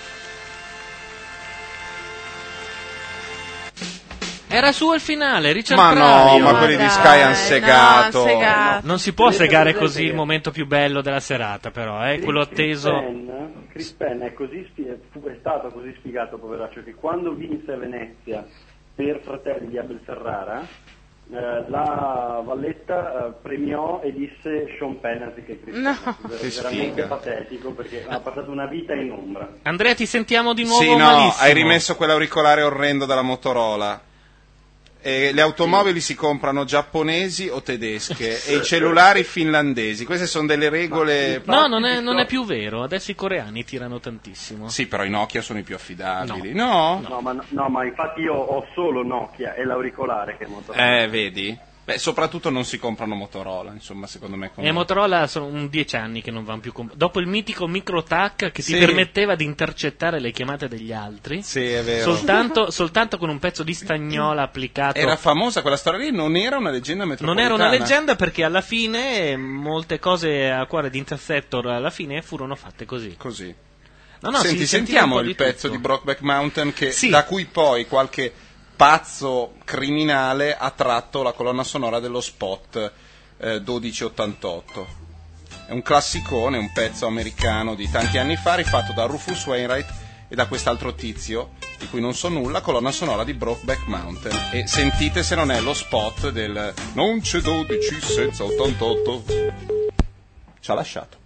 [SPEAKER 2] Era suo il finale, Richard
[SPEAKER 5] Ma no,
[SPEAKER 2] Pryor.
[SPEAKER 5] ma quelli di Sky hanno segato.
[SPEAKER 4] no, segato.
[SPEAKER 2] Non si può
[SPEAKER 8] Avete
[SPEAKER 2] segare
[SPEAKER 8] presente
[SPEAKER 2] così il
[SPEAKER 8] che-
[SPEAKER 2] momento più bello della serata, però, eh, quello
[SPEAKER 8] Chris
[SPEAKER 2] atteso.
[SPEAKER 8] Penn, Chris Penn è, così spie- è stato così spiegato, poveraccio, che quando vinse a Venezia per Fratelli di Abel Ferrara, eh, la Valletta eh, premiò e disse Sean Penn anziché Chris
[SPEAKER 4] No.
[SPEAKER 8] Penn. Ver-
[SPEAKER 5] Che
[SPEAKER 8] veramente
[SPEAKER 5] sfiga.
[SPEAKER 8] patetico, perché ha passato una vita in ombra.
[SPEAKER 2] Andrea, ti sentiamo di nuovo
[SPEAKER 5] Sì, no,
[SPEAKER 2] malissimo.
[SPEAKER 5] hai rimesso quell'auricolare orrendo dalla Motorola. E le automobili si comprano giapponesi o tedesche e i cellulari finlandesi. Queste sono delle regole.
[SPEAKER 2] No, non è, non è più vero. Adesso i coreani tirano tantissimo.
[SPEAKER 5] Sì, però i Nokia sono i più affidabili. No?
[SPEAKER 8] No, ma, no, ma infatti io ho solo Nokia e l'auricolare che è molto
[SPEAKER 5] Eh, vedi? Beh, soprattutto non si comprano Motorola, insomma, secondo me.
[SPEAKER 2] E Motorola sono un dieci anni che non vanno più comp- dopo il mitico MicroTAC che ti
[SPEAKER 5] Sì.
[SPEAKER 2] permetteva di intercettare le chiamate degli altri.
[SPEAKER 5] Sì, è vero.
[SPEAKER 2] Soltanto, soltanto con un pezzo di stagnola applicato.
[SPEAKER 5] Era famosa quella storia lì, non era una leggenda
[SPEAKER 2] Non
[SPEAKER 5] metropolitana.
[SPEAKER 2] era una leggenda perché alla fine eh, molte cose a cuore di Interceptor alla fine furono fatte così.
[SPEAKER 5] Così.
[SPEAKER 2] No, no,
[SPEAKER 5] Senti,
[SPEAKER 2] si sentiva
[SPEAKER 5] sentiamo
[SPEAKER 2] un po'
[SPEAKER 5] il
[SPEAKER 2] di
[SPEAKER 5] pezzo
[SPEAKER 2] tutto.
[SPEAKER 5] di Brokeback Mountain che,
[SPEAKER 2] Sì.
[SPEAKER 5] da cui poi qualche pazzo criminale ha tratto la colonna sonora dello spot eh, dodici ottantotto. È un classicone, un pezzo americano di tanti anni fa, rifatto da Rufus Wainwright e da quest'altro tizio di cui non so nulla, colonna sonora di Brokeback Mountain. E sentite se non è lo spot del non c'è dodici senza ottantotto. Ci ha lasciato.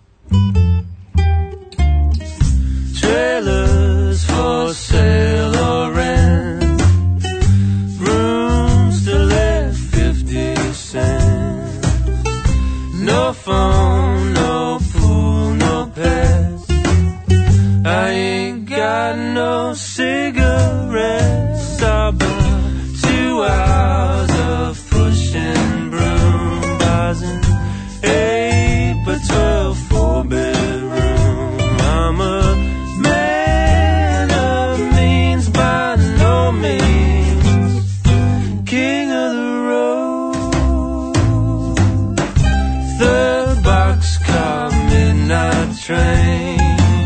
[SPEAKER 14] Trailers for sale or rent, rooms to let fifty cents, no phone, no pool, no pets, I ain't got no cigarettes, about two hours of pushing broom, bars and eight by twelve four bedroom, I'm a man of means by no means, king of the road, third boxcar midnight train,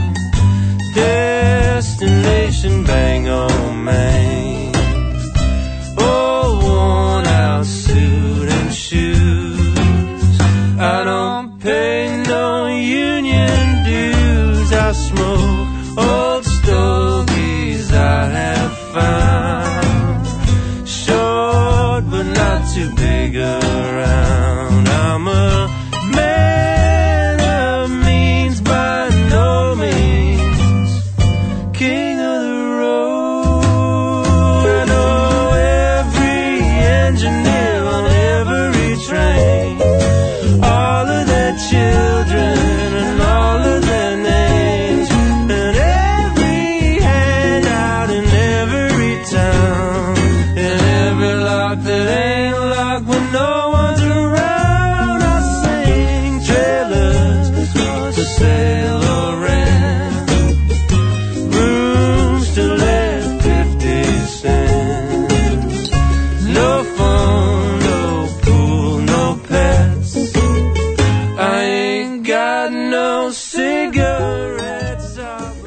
[SPEAKER 14] destination Bangor, Maine, oh worn out suit and shoes, I don't pay no union dues, I smoke old stogies I have found, short but not too big around, I'm a man of means by no means, king of the road, I know every engineer on every train, all of their children and all of their names, and every handout in every town, and every lock that ain't locked when no one's around, I sing trailers for sale or rent, rooms to let fifty cents.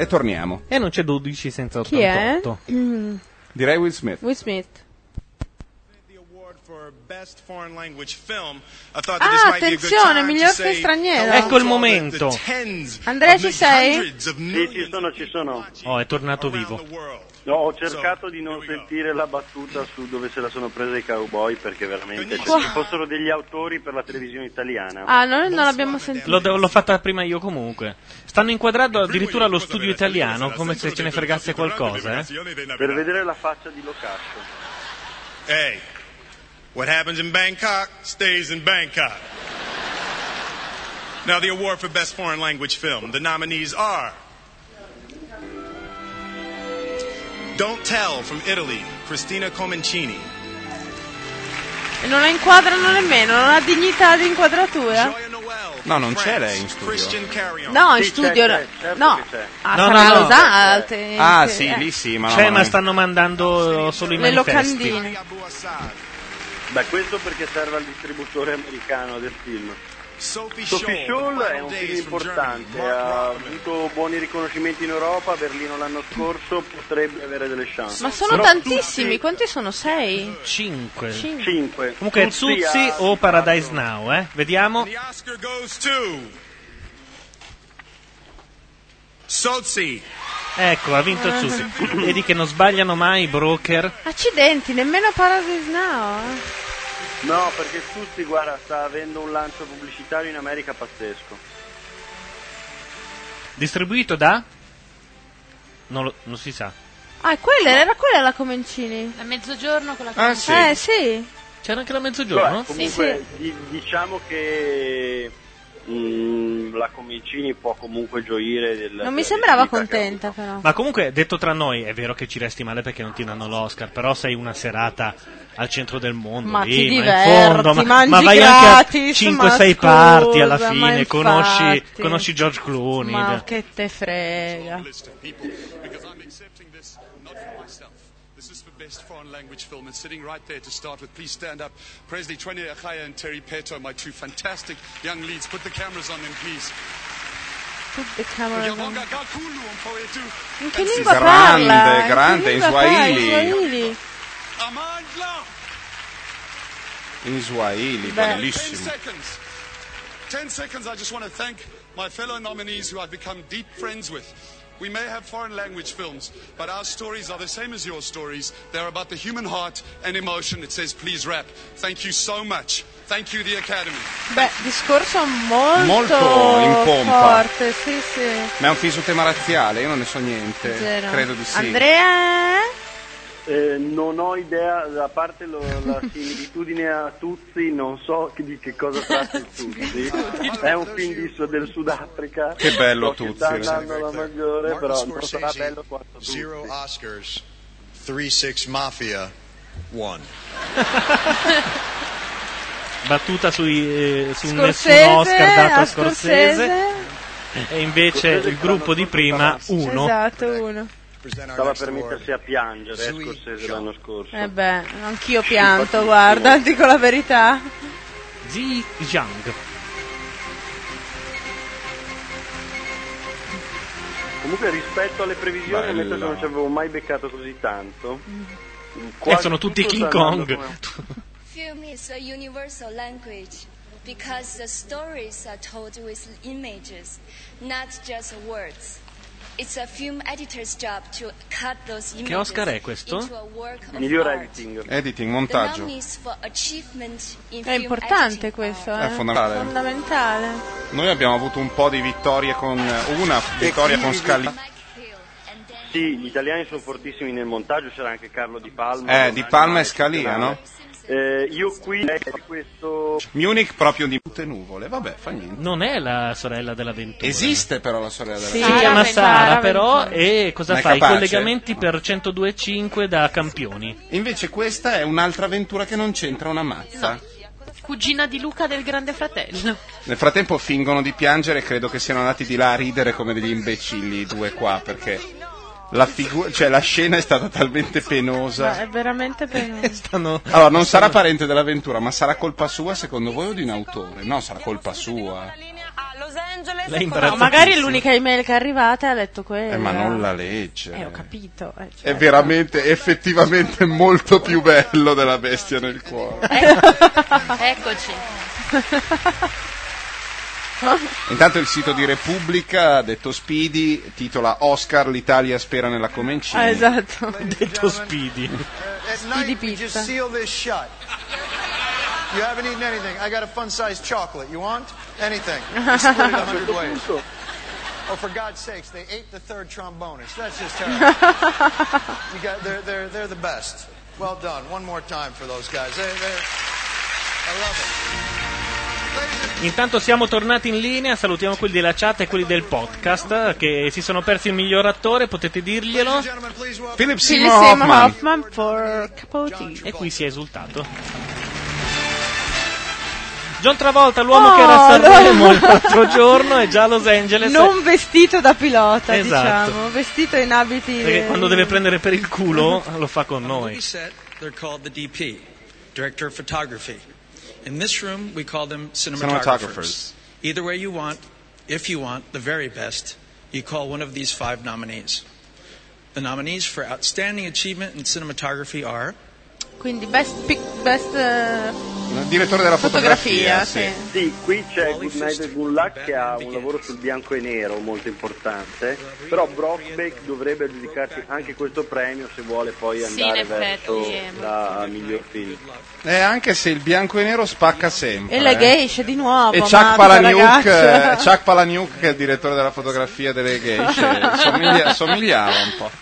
[SPEAKER 5] e torniamo.
[SPEAKER 2] E non c'è dodici senza
[SPEAKER 4] Chi è?
[SPEAKER 2] ottantotto.
[SPEAKER 4] Mm.
[SPEAKER 5] Direi Will Smith.
[SPEAKER 4] Will Smith.
[SPEAKER 6] Best foreign language film. I thought that this
[SPEAKER 4] Ah,
[SPEAKER 6] might be a good
[SPEAKER 4] attenzione,
[SPEAKER 6] time
[SPEAKER 4] miglior
[SPEAKER 6] to
[SPEAKER 4] film
[SPEAKER 6] say
[SPEAKER 4] straniero.
[SPEAKER 6] hello
[SPEAKER 2] Ecco il
[SPEAKER 6] to all
[SPEAKER 2] momento.
[SPEAKER 6] the tens
[SPEAKER 4] Andrea,
[SPEAKER 6] of
[SPEAKER 4] ci
[SPEAKER 6] millions,
[SPEAKER 4] sei?
[SPEAKER 6] hundreds of
[SPEAKER 8] Sì,
[SPEAKER 6] millions
[SPEAKER 8] ci sono, ci sono.
[SPEAKER 2] Oh, è tornato vivo.
[SPEAKER 8] No, ho cercato di non sentire la battuta su dove se la sono presa i cowboy perché veramente
[SPEAKER 4] Qua-
[SPEAKER 8] se ci fossero degli autori per la televisione italiana.
[SPEAKER 4] Ah, noi non l'abbiamo sentito.
[SPEAKER 2] L'ho, l'ho fatta prima io comunque. Stanno inquadrando addirittura lo studio italiano come se ce ne fregasse qualcosa, eh?
[SPEAKER 8] Per vedere la faccia di Locascio.
[SPEAKER 6] Hey, what happens in Bangkok stays in Bangkok. Now the award for best foreign language film. The nominees are Don't Tell from Italy, Cristina Comencini.
[SPEAKER 4] E non la inquadrano nemmeno, non ha dignità di inquadratura.
[SPEAKER 5] No, non c'è lei in studio.
[SPEAKER 4] No, in
[SPEAKER 8] Sì,
[SPEAKER 4] studio
[SPEAKER 8] c'è,
[SPEAKER 4] no.
[SPEAKER 8] c'è, certo
[SPEAKER 4] No.
[SPEAKER 8] che c'è.
[SPEAKER 4] Ah,
[SPEAKER 2] No,
[SPEAKER 4] sarà
[SPEAKER 2] no,
[SPEAKER 4] a
[SPEAKER 2] no.
[SPEAKER 4] Los Angeles.
[SPEAKER 5] Ah, sì,
[SPEAKER 4] eh.
[SPEAKER 5] lì sì, ma no.
[SPEAKER 2] C'è,
[SPEAKER 5] ma
[SPEAKER 2] ma
[SPEAKER 5] non-
[SPEAKER 2] stanno mandando solo i
[SPEAKER 4] Le
[SPEAKER 2] manifesti.
[SPEAKER 4] locandine.
[SPEAKER 8] Beh, questo perché serve al distributore americano del film.
[SPEAKER 6] Sophie
[SPEAKER 8] Sophie Scholl è un film
[SPEAKER 6] Days from
[SPEAKER 8] importante,
[SPEAKER 6] Germany, Mark
[SPEAKER 8] ha
[SPEAKER 6] Rodman.
[SPEAKER 8] avuto buoni riconoscimenti in Europa, a Berlino l'anno scorso, potrebbe avere delle chance.
[SPEAKER 4] Ma sono
[SPEAKER 8] Però
[SPEAKER 4] tantissimi, quanti sono? Sei?
[SPEAKER 2] Cinque.
[SPEAKER 4] Cinque.
[SPEAKER 8] Cinque.
[SPEAKER 2] Comunque è
[SPEAKER 8] Tutti
[SPEAKER 2] Zuzzi
[SPEAKER 8] a-
[SPEAKER 2] o Paradise Now, eh? Vediamo.
[SPEAKER 6] The Oscar goes to Sozi.
[SPEAKER 2] Ecco, ha vinto Zuzzi. Vedi che non sbagliano mai i broker.
[SPEAKER 4] Accidenti, nemmeno Paradise Now. eh.
[SPEAKER 8] No, perché tutti, guarda, sta avendo un lancio pubblicitario in America pazzesco.
[SPEAKER 2] Distribuito da? Non, lo- non si sa.
[SPEAKER 4] Ah, è quella, era quella la Comencini.
[SPEAKER 3] A mezzogiorno con la
[SPEAKER 2] Ah, sì.
[SPEAKER 4] Eh, sì.
[SPEAKER 2] C'era anche la mezzogiorno?
[SPEAKER 8] Vabbè, comunque di- diciamo che mm, la Comencini può comunque gioire del,
[SPEAKER 4] Non mi
[SPEAKER 8] della
[SPEAKER 4] sembrava
[SPEAKER 8] visibilità che ha
[SPEAKER 4] contenta, però.
[SPEAKER 2] Ma comunque, detto tra noi, è vero che ci resti male perché non ti danno l'Oscar, però sei una serata al centro del mondo.
[SPEAKER 4] Ma
[SPEAKER 2] lì,
[SPEAKER 4] ti
[SPEAKER 2] ma in
[SPEAKER 4] diverti,
[SPEAKER 2] fondo, ma,
[SPEAKER 4] mangi
[SPEAKER 2] ma vai
[SPEAKER 4] gratis,
[SPEAKER 2] anche a cinque sei
[SPEAKER 4] ma
[SPEAKER 2] parti alla
[SPEAKER 4] scusa, ma
[SPEAKER 2] fine, conosci,
[SPEAKER 4] infatti.
[SPEAKER 2] conosci George Clooney.
[SPEAKER 4] Ma che te frega.
[SPEAKER 6] Because I'm accepting this not for myself. This is for best foreign language film. It's sitting right there to start with. Please stand up. Presley Twenty Achaya and Terry Peto, my two fantastic young leads. Put the cameras on them, please.
[SPEAKER 4] Put the camera on.
[SPEAKER 6] Yabonga Kakulu, un poetu.
[SPEAKER 4] In che
[SPEAKER 5] Sì,
[SPEAKER 4] lingua
[SPEAKER 5] grande,
[SPEAKER 4] parla? In
[SPEAKER 5] grande,
[SPEAKER 4] che
[SPEAKER 5] in
[SPEAKER 4] lingua parla?
[SPEAKER 5] Swahili.
[SPEAKER 4] In Swahili.
[SPEAKER 6] Amandla.
[SPEAKER 5] In Swahili,
[SPEAKER 6] Ten
[SPEAKER 5] bellissimo.
[SPEAKER 6] seconds. Ten seconds. I just want to thank my fellow nominees who I've become deep friends with. We may have foreign language films, but our stories are the same as your stories. They're about the human heart and emotion. It says, please rap. Thank you so much. Thank you, the Academy.
[SPEAKER 4] Beh, discorso molto,
[SPEAKER 5] Molto in pompa.
[SPEAKER 4] forte, sì, sì.
[SPEAKER 5] Ma è un film su tema razziale? Io non ne so niente.
[SPEAKER 4] Zero.
[SPEAKER 5] Credo di sì.
[SPEAKER 4] Andrea?
[SPEAKER 8] Eh, non ho idea, a parte lo- la similitudine a Tutsi, non so che- di che cosa tratta il Tutsi. È un film di, del Sudafrica.
[SPEAKER 5] Che bello
[SPEAKER 8] So che
[SPEAKER 5] Tutsi,
[SPEAKER 8] sta
[SPEAKER 5] ragazzi.
[SPEAKER 8] andando alla maggiore,
[SPEAKER 9] Martin
[SPEAKER 8] però non sarà
[SPEAKER 9] Scorsese,
[SPEAKER 8] bello quanto Tutsi.
[SPEAKER 9] zero Oscars, three six Mafia, one.
[SPEAKER 2] Battuta sui, eh, su
[SPEAKER 4] Scorsese,
[SPEAKER 2] nessun Oscar dato a
[SPEAKER 4] a
[SPEAKER 2] Scorsese.
[SPEAKER 4] Scorsese.
[SPEAKER 2] E invece il gruppo di prima, uno.
[SPEAKER 4] Esatto, uno.
[SPEAKER 8] Stava per mettersi a piangere, eh, Scorsese l'anno scorso.
[SPEAKER 4] Eh beh, anch'io pianto, guarda, dico la verità.
[SPEAKER 2] Zi Zhang.
[SPEAKER 8] Comunque rispetto alle previsioni,
[SPEAKER 5] Bello.
[SPEAKER 8] ammetto che non ci avevo mai beccato così tanto.
[SPEAKER 2] E
[SPEAKER 8] Quasi
[SPEAKER 2] sono tutti
[SPEAKER 8] tutto
[SPEAKER 2] King
[SPEAKER 8] sta andando
[SPEAKER 2] Kong.
[SPEAKER 8] come-
[SPEAKER 15] Film is a universal language because the stories are told with images, not just words. It's a film editor's job to cut those images
[SPEAKER 2] Che Oscar è questo?
[SPEAKER 15] into a work of
[SPEAKER 8] Miglior
[SPEAKER 15] art.
[SPEAKER 8] editing.
[SPEAKER 5] Editing,
[SPEAKER 15] The
[SPEAKER 5] montaggio.
[SPEAKER 15] nominees for achievement in
[SPEAKER 4] È
[SPEAKER 15] film
[SPEAKER 4] importante
[SPEAKER 15] editing
[SPEAKER 4] questo,
[SPEAKER 15] are
[SPEAKER 4] eh.
[SPEAKER 5] È fondamentale.
[SPEAKER 4] Fondamentale.
[SPEAKER 5] Noi abbiamo avuto un po' di vittorie con una vittoria con Scali.
[SPEAKER 8] Sì, gli italiani sono fortissimi nel montaggio, c'era anche Carlo Di Palma.
[SPEAKER 5] Eh, Di Palma e Scalia, no?
[SPEAKER 8] Eh, io qui eh, questo
[SPEAKER 5] Munich proprio di tutte nuvole, vabbè, fa niente.
[SPEAKER 2] Non è la sorella dell'avventura.
[SPEAKER 5] Esiste però la sorella della
[SPEAKER 2] Si
[SPEAKER 5] Ventura.
[SPEAKER 2] chiama Sara,
[SPEAKER 4] Sara
[SPEAKER 2] però,
[SPEAKER 4] Ventura.
[SPEAKER 2] e cosa
[SPEAKER 5] Ma è
[SPEAKER 2] fa? I
[SPEAKER 5] capace?
[SPEAKER 2] collegamenti per centodue e cinque da campioni.
[SPEAKER 5] Invece questa è un'altra avventura che non c'entra una mazza.
[SPEAKER 3] Cugina di Luca del Grande Fratello.
[SPEAKER 5] Nel frattempo fingono di piangere e credo che siano andati di là a ridere come degli imbecilli i due qua, perché la, figu- cioè, la scena è stata talmente penosa.
[SPEAKER 4] Ma è veramente penoso.
[SPEAKER 2] Stanno...
[SPEAKER 5] Allora, non sarà parente dell'avventura, ma sarà colpa sua secondo voi o di un autore? No, sarà colpa sua.
[SPEAKER 17] A Los Angeles.
[SPEAKER 2] Lei
[SPEAKER 4] No, magari è l'unica email che è arrivata e ha letto quello.
[SPEAKER 5] Eh, ma non la legge.
[SPEAKER 4] Eh, ho capito. Eh, certo.
[SPEAKER 5] È veramente, effettivamente molto più bello della bestia nel cuore.
[SPEAKER 3] Eccoci.
[SPEAKER 5] Intanto il sito di Repubblica, detto Speedy, titola Oscar, l'Italia spera nella Comencini.
[SPEAKER 4] Ah, esatto.
[SPEAKER 2] Detto Speedy.
[SPEAKER 16] At night, we just seal this shut. You haven't eaten anything. I got a fun-sized chocolate. You want? Anything. We split it a hundred ways. Oh, for God's sakes, they ate the third trombonist. That's just terrible. You got, they're, they're, they're the best. Well done. One more time for those guys. They, they're, I love it.
[SPEAKER 2] Intanto siamo tornati in linea, salutiamo quelli della chat e quelli del podcast che si sono persi il miglior attore, potete dirglielo.
[SPEAKER 5] Philip
[SPEAKER 4] Seymour
[SPEAKER 5] Hoffman.
[SPEAKER 4] Hoffman for Capote.
[SPEAKER 2] E qui si è esultato. John Travolta, l'uomo
[SPEAKER 4] Oh,
[SPEAKER 2] che era a Sanremo
[SPEAKER 4] no.
[SPEAKER 2] l'altro giorno, è già a Los Angeles.
[SPEAKER 4] Non vestito da pilota,
[SPEAKER 2] Esatto.
[SPEAKER 4] diciamo, vestito in abiti.
[SPEAKER 2] Perché
[SPEAKER 4] de-
[SPEAKER 2] quando deve prendere per il culo lo fa con noi.
[SPEAKER 19] Set, they're called the D P, Director of Photography. In this room, we call them cinematographers.
[SPEAKER 5] Cinematographers.
[SPEAKER 19] Either way you want, if you want the very best, you call one of these five nominees. The nominees for outstanding achievement in cinematography are
[SPEAKER 4] Quindi best, pic, best eh,
[SPEAKER 5] Direttore della fotografia,
[SPEAKER 4] fotografia, sì.
[SPEAKER 8] Sì, qui c'è Good Night and Good Luck che ha un lavoro sul bianco e nero molto importante, però Brokeback dovrebbe aggiudicarsi anche questo premio se vuole poi
[SPEAKER 3] Sì,
[SPEAKER 8] andare
[SPEAKER 3] in effetti,
[SPEAKER 8] verso
[SPEAKER 3] sì.
[SPEAKER 8] la miglior film.
[SPEAKER 5] Eh, anche se il bianco e nero spacca sempre.
[SPEAKER 4] E le
[SPEAKER 5] eh.
[SPEAKER 4] geishe di nuovo.
[SPEAKER 5] E Chuck
[SPEAKER 4] mazza,
[SPEAKER 5] Palahniuk,
[SPEAKER 4] ragazza.
[SPEAKER 5] eh, Chuck Palahniuk, che è il direttore della fotografia delle geishe, somiglia- somigliava un po'.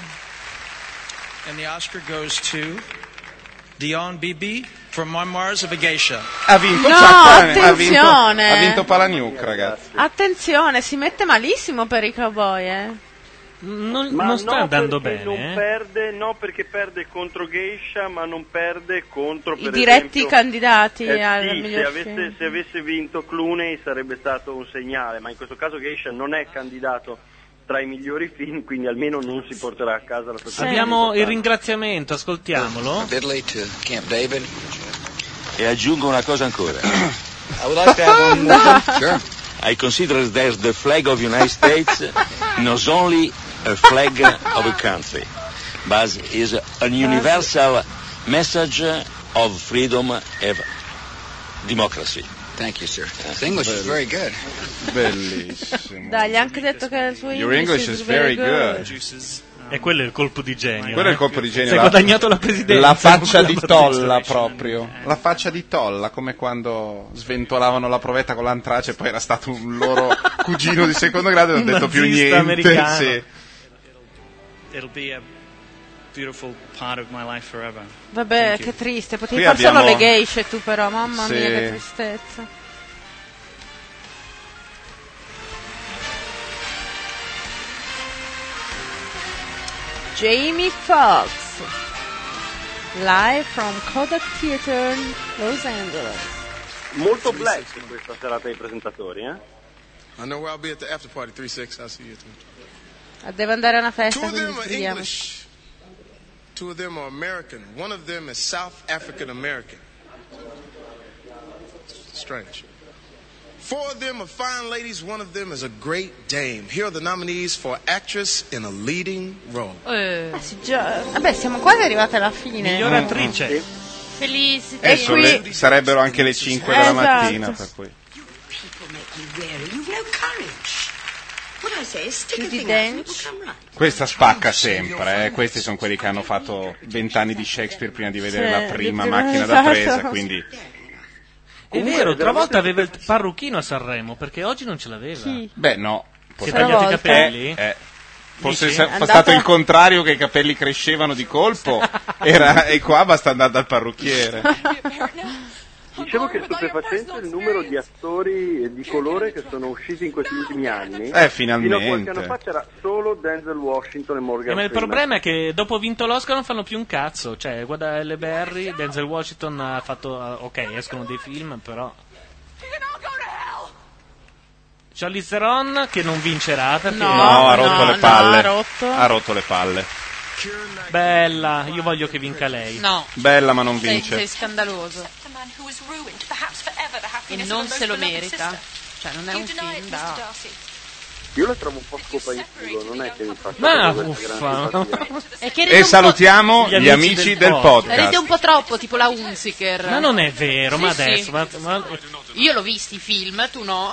[SPEAKER 19] and the Oscar goes to Dion B B for Memoirs of a Geisha.
[SPEAKER 5] Ha vinto
[SPEAKER 4] No,
[SPEAKER 5] Chuck Palahniuk, ha vinto,
[SPEAKER 4] attenzione.
[SPEAKER 5] ha vinto Palahniuk, ragazzi.
[SPEAKER 4] Attenzione, si mette malissimo per i cowboy, eh.
[SPEAKER 2] Non,
[SPEAKER 8] Ma
[SPEAKER 2] non sta
[SPEAKER 8] no,
[SPEAKER 2] andando
[SPEAKER 8] perché
[SPEAKER 2] bene.
[SPEAKER 8] non
[SPEAKER 2] eh.
[SPEAKER 8] perde, no perché perde contro Geisha, ma non perde contro
[SPEAKER 4] I
[SPEAKER 8] per
[SPEAKER 4] diretti
[SPEAKER 8] esempio,
[SPEAKER 4] candidati
[SPEAKER 8] eh,
[SPEAKER 4] al
[SPEAKER 8] sì, se
[SPEAKER 4] miglior
[SPEAKER 8] avesse,
[SPEAKER 4] film.
[SPEAKER 8] se avesse vinto Clooney sarebbe stato un segnale, ma in questo caso Geisha non è candidato tra i migliori film, quindi almeno non si porterà a casa la sua
[SPEAKER 2] Abbiamo il ringraziamento, ascoltiamolo.
[SPEAKER 23] Italy to Camp David. E aggiungo una cosa ancora. I would like to have one. Sure. I consider that the flag of the United States not only a flag of a country, but is an universal message of freedom and democracy. Thank you, sir. The English is very good.
[SPEAKER 5] Bellissimo.
[SPEAKER 4] Dai, gli ha anche detto che il suo
[SPEAKER 5] Your English is very good.
[SPEAKER 2] E quello è il colpo di genio.
[SPEAKER 5] Quello è
[SPEAKER 2] eh.
[SPEAKER 5] il colpo di genio.
[SPEAKER 2] Si è
[SPEAKER 5] la-
[SPEAKER 2] guadagnato la presidenza.
[SPEAKER 5] La faccia
[SPEAKER 2] con
[SPEAKER 5] di
[SPEAKER 2] la
[SPEAKER 5] Tolla
[SPEAKER 2] Translation.
[SPEAKER 5] proprio. La faccia di Tolla, come quando sventolavano la provetta con l'antrace e poi era stato un loro cugino di secondo grado e non
[SPEAKER 2] Un
[SPEAKER 5] ha detto più
[SPEAKER 2] nazista
[SPEAKER 5] niente.
[SPEAKER 2] americano.
[SPEAKER 5] Sì.
[SPEAKER 18] It'll be a beautiful part of my life forever.
[SPEAKER 4] Vabbè, che triste, potevi
[SPEAKER 5] Qui
[SPEAKER 4] far solo
[SPEAKER 5] abbiamo-
[SPEAKER 4] le geishe tu però, mamma
[SPEAKER 5] Sì.
[SPEAKER 4] mia che tristezza. Jamie Foxx, live from Kodak Theater, Los Angeles.
[SPEAKER 8] Molto black questa serata dei presentatori, eh?
[SPEAKER 22] I know where I'll be at the after party, three six. I'll see you at the...
[SPEAKER 4] Ah, deve andare a una festa,
[SPEAKER 22] Two of
[SPEAKER 4] quindi
[SPEAKER 22] them are
[SPEAKER 4] scriviamo.
[SPEAKER 22] English. Two of them are American. One of them is South African American. Strange. Four of them are fine ladies. One of them is a great dame. Here are the nominees for actress in a leading role.
[SPEAKER 4] Eh, sì, già. Vabbè, siamo quasi arrivati alla fine.
[SPEAKER 2] Miglior attrice.
[SPEAKER 3] Felicity.
[SPEAKER 5] E sono le- sarebbero anche le cinque della
[SPEAKER 4] Esatto.
[SPEAKER 5] mattina, per cui.
[SPEAKER 10] You've no courage. What I say is stick a
[SPEAKER 4] Judi
[SPEAKER 10] thing out and it
[SPEAKER 4] Dench.
[SPEAKER 10] will come right.
[SPEAKER 5] Questa spacca sempre, eh. Questi sono quelli che hanno fatto vent'anni di Shakespeare prima di vedere
[SPEAKER 4] Sì,
[SPEAKER 5] la prima
[SPEAKER 4] di-
[SPEAKER 5] macchina da
[SPEAKER 4] esatto.
[SPEAKER 5] presa, quindi
[SPEAKER 2] È vero, travolta aveva il parrucchino a Sanremo, perché oggi non ce l'aveva.
[SPEAKER 4] Sì.
[SPEAKER 5] beh no.
[SPEAKER 2] Si è
[SPEAKER 5] potrebbe-
[SPEAKER 2] tagliato i
[SPEAKER 4] Travolta.
[SPEAKER 2] capelli?
[SPEAKER 5] Eh, Forse
[SPEAKER 2] Dici?
[SPEAKER 5] se
[SPEAKER 4] È
[SPEAKER 5] fosse stato
[SPEAKER 4] andata-
[SPEAKER 5] il contrario, che i capelli crescevano di colpo, era, e qua basta andare dal parrucchiere.
[SPEAKER 8] Dicevo che è stupefacente il numero di attori di colore che sono usciti in questi ultimi anni.
[SPEAKER 5] Eh, finalmente.
[SPEAKER 8] Fino a qualche anno fa c'era solo Denzel Washington e Morgan
[SPEAKER 2] Eh, ma il
[SPEAKER 8] Freeman.
[SPEAKER 2] problema è che dopo vinto l'Oscar non fanno più un cazzo. Cioè, guarda L B R, Denzel Washington ha fatto... Ok, escono dei film, però... Charlize Theron che non vincerà perché...
[SPEAKER 4] No,
[SPEAKER 5] No, ha rotto
[SPEAKER 4] no,
[SPEAKER 5] le
[SPEAKER 4] no,
[SPEAKER 5] palle.
[SPEAKER 4] ha rotto.
[SPEAKER 5] Ha rotto le palle.
[SPEAKER 2] Bella, io voglio che vinca lei.
[SPEAKER 3] No,
[SPEAKER 5] Bella ma non
[SPEAKER 3] sei,
[SPEAKER 5] vince.
[SPEAKER 3] sei scandaloso. E non se lo merita. Cioè, non è un film da...
[SPEAKER 8] Io lo trovo un po' scopa in culo, non è che mi faccia
[SPEAKER 2] Ma
[SPEAKER 8] questa
[SPEAKER 2] uffa.
[SPEAKER 8] grande simpatia.
[SPEAKER 3] È che ride
[SPEAKER 5] E
[SPEAKER 3] un po'-
[SPEAKER 5] salutiamo gli amici del
[SPEAKER 3] Ride
[SPEAKER 5] podcast.
[SPEAKER 3] un po' troppo, tipo la Hunziker.
[SPEAKER 2] Ma non è vero,
[SPEAKER 3] Sì,
[SPEAKER 2] ma
[SPEAKER 3] sì.
[SPEAKER 2] adesso. Ma, ma-
[SPEAKER 3] Io l'ho visti i film, tu no.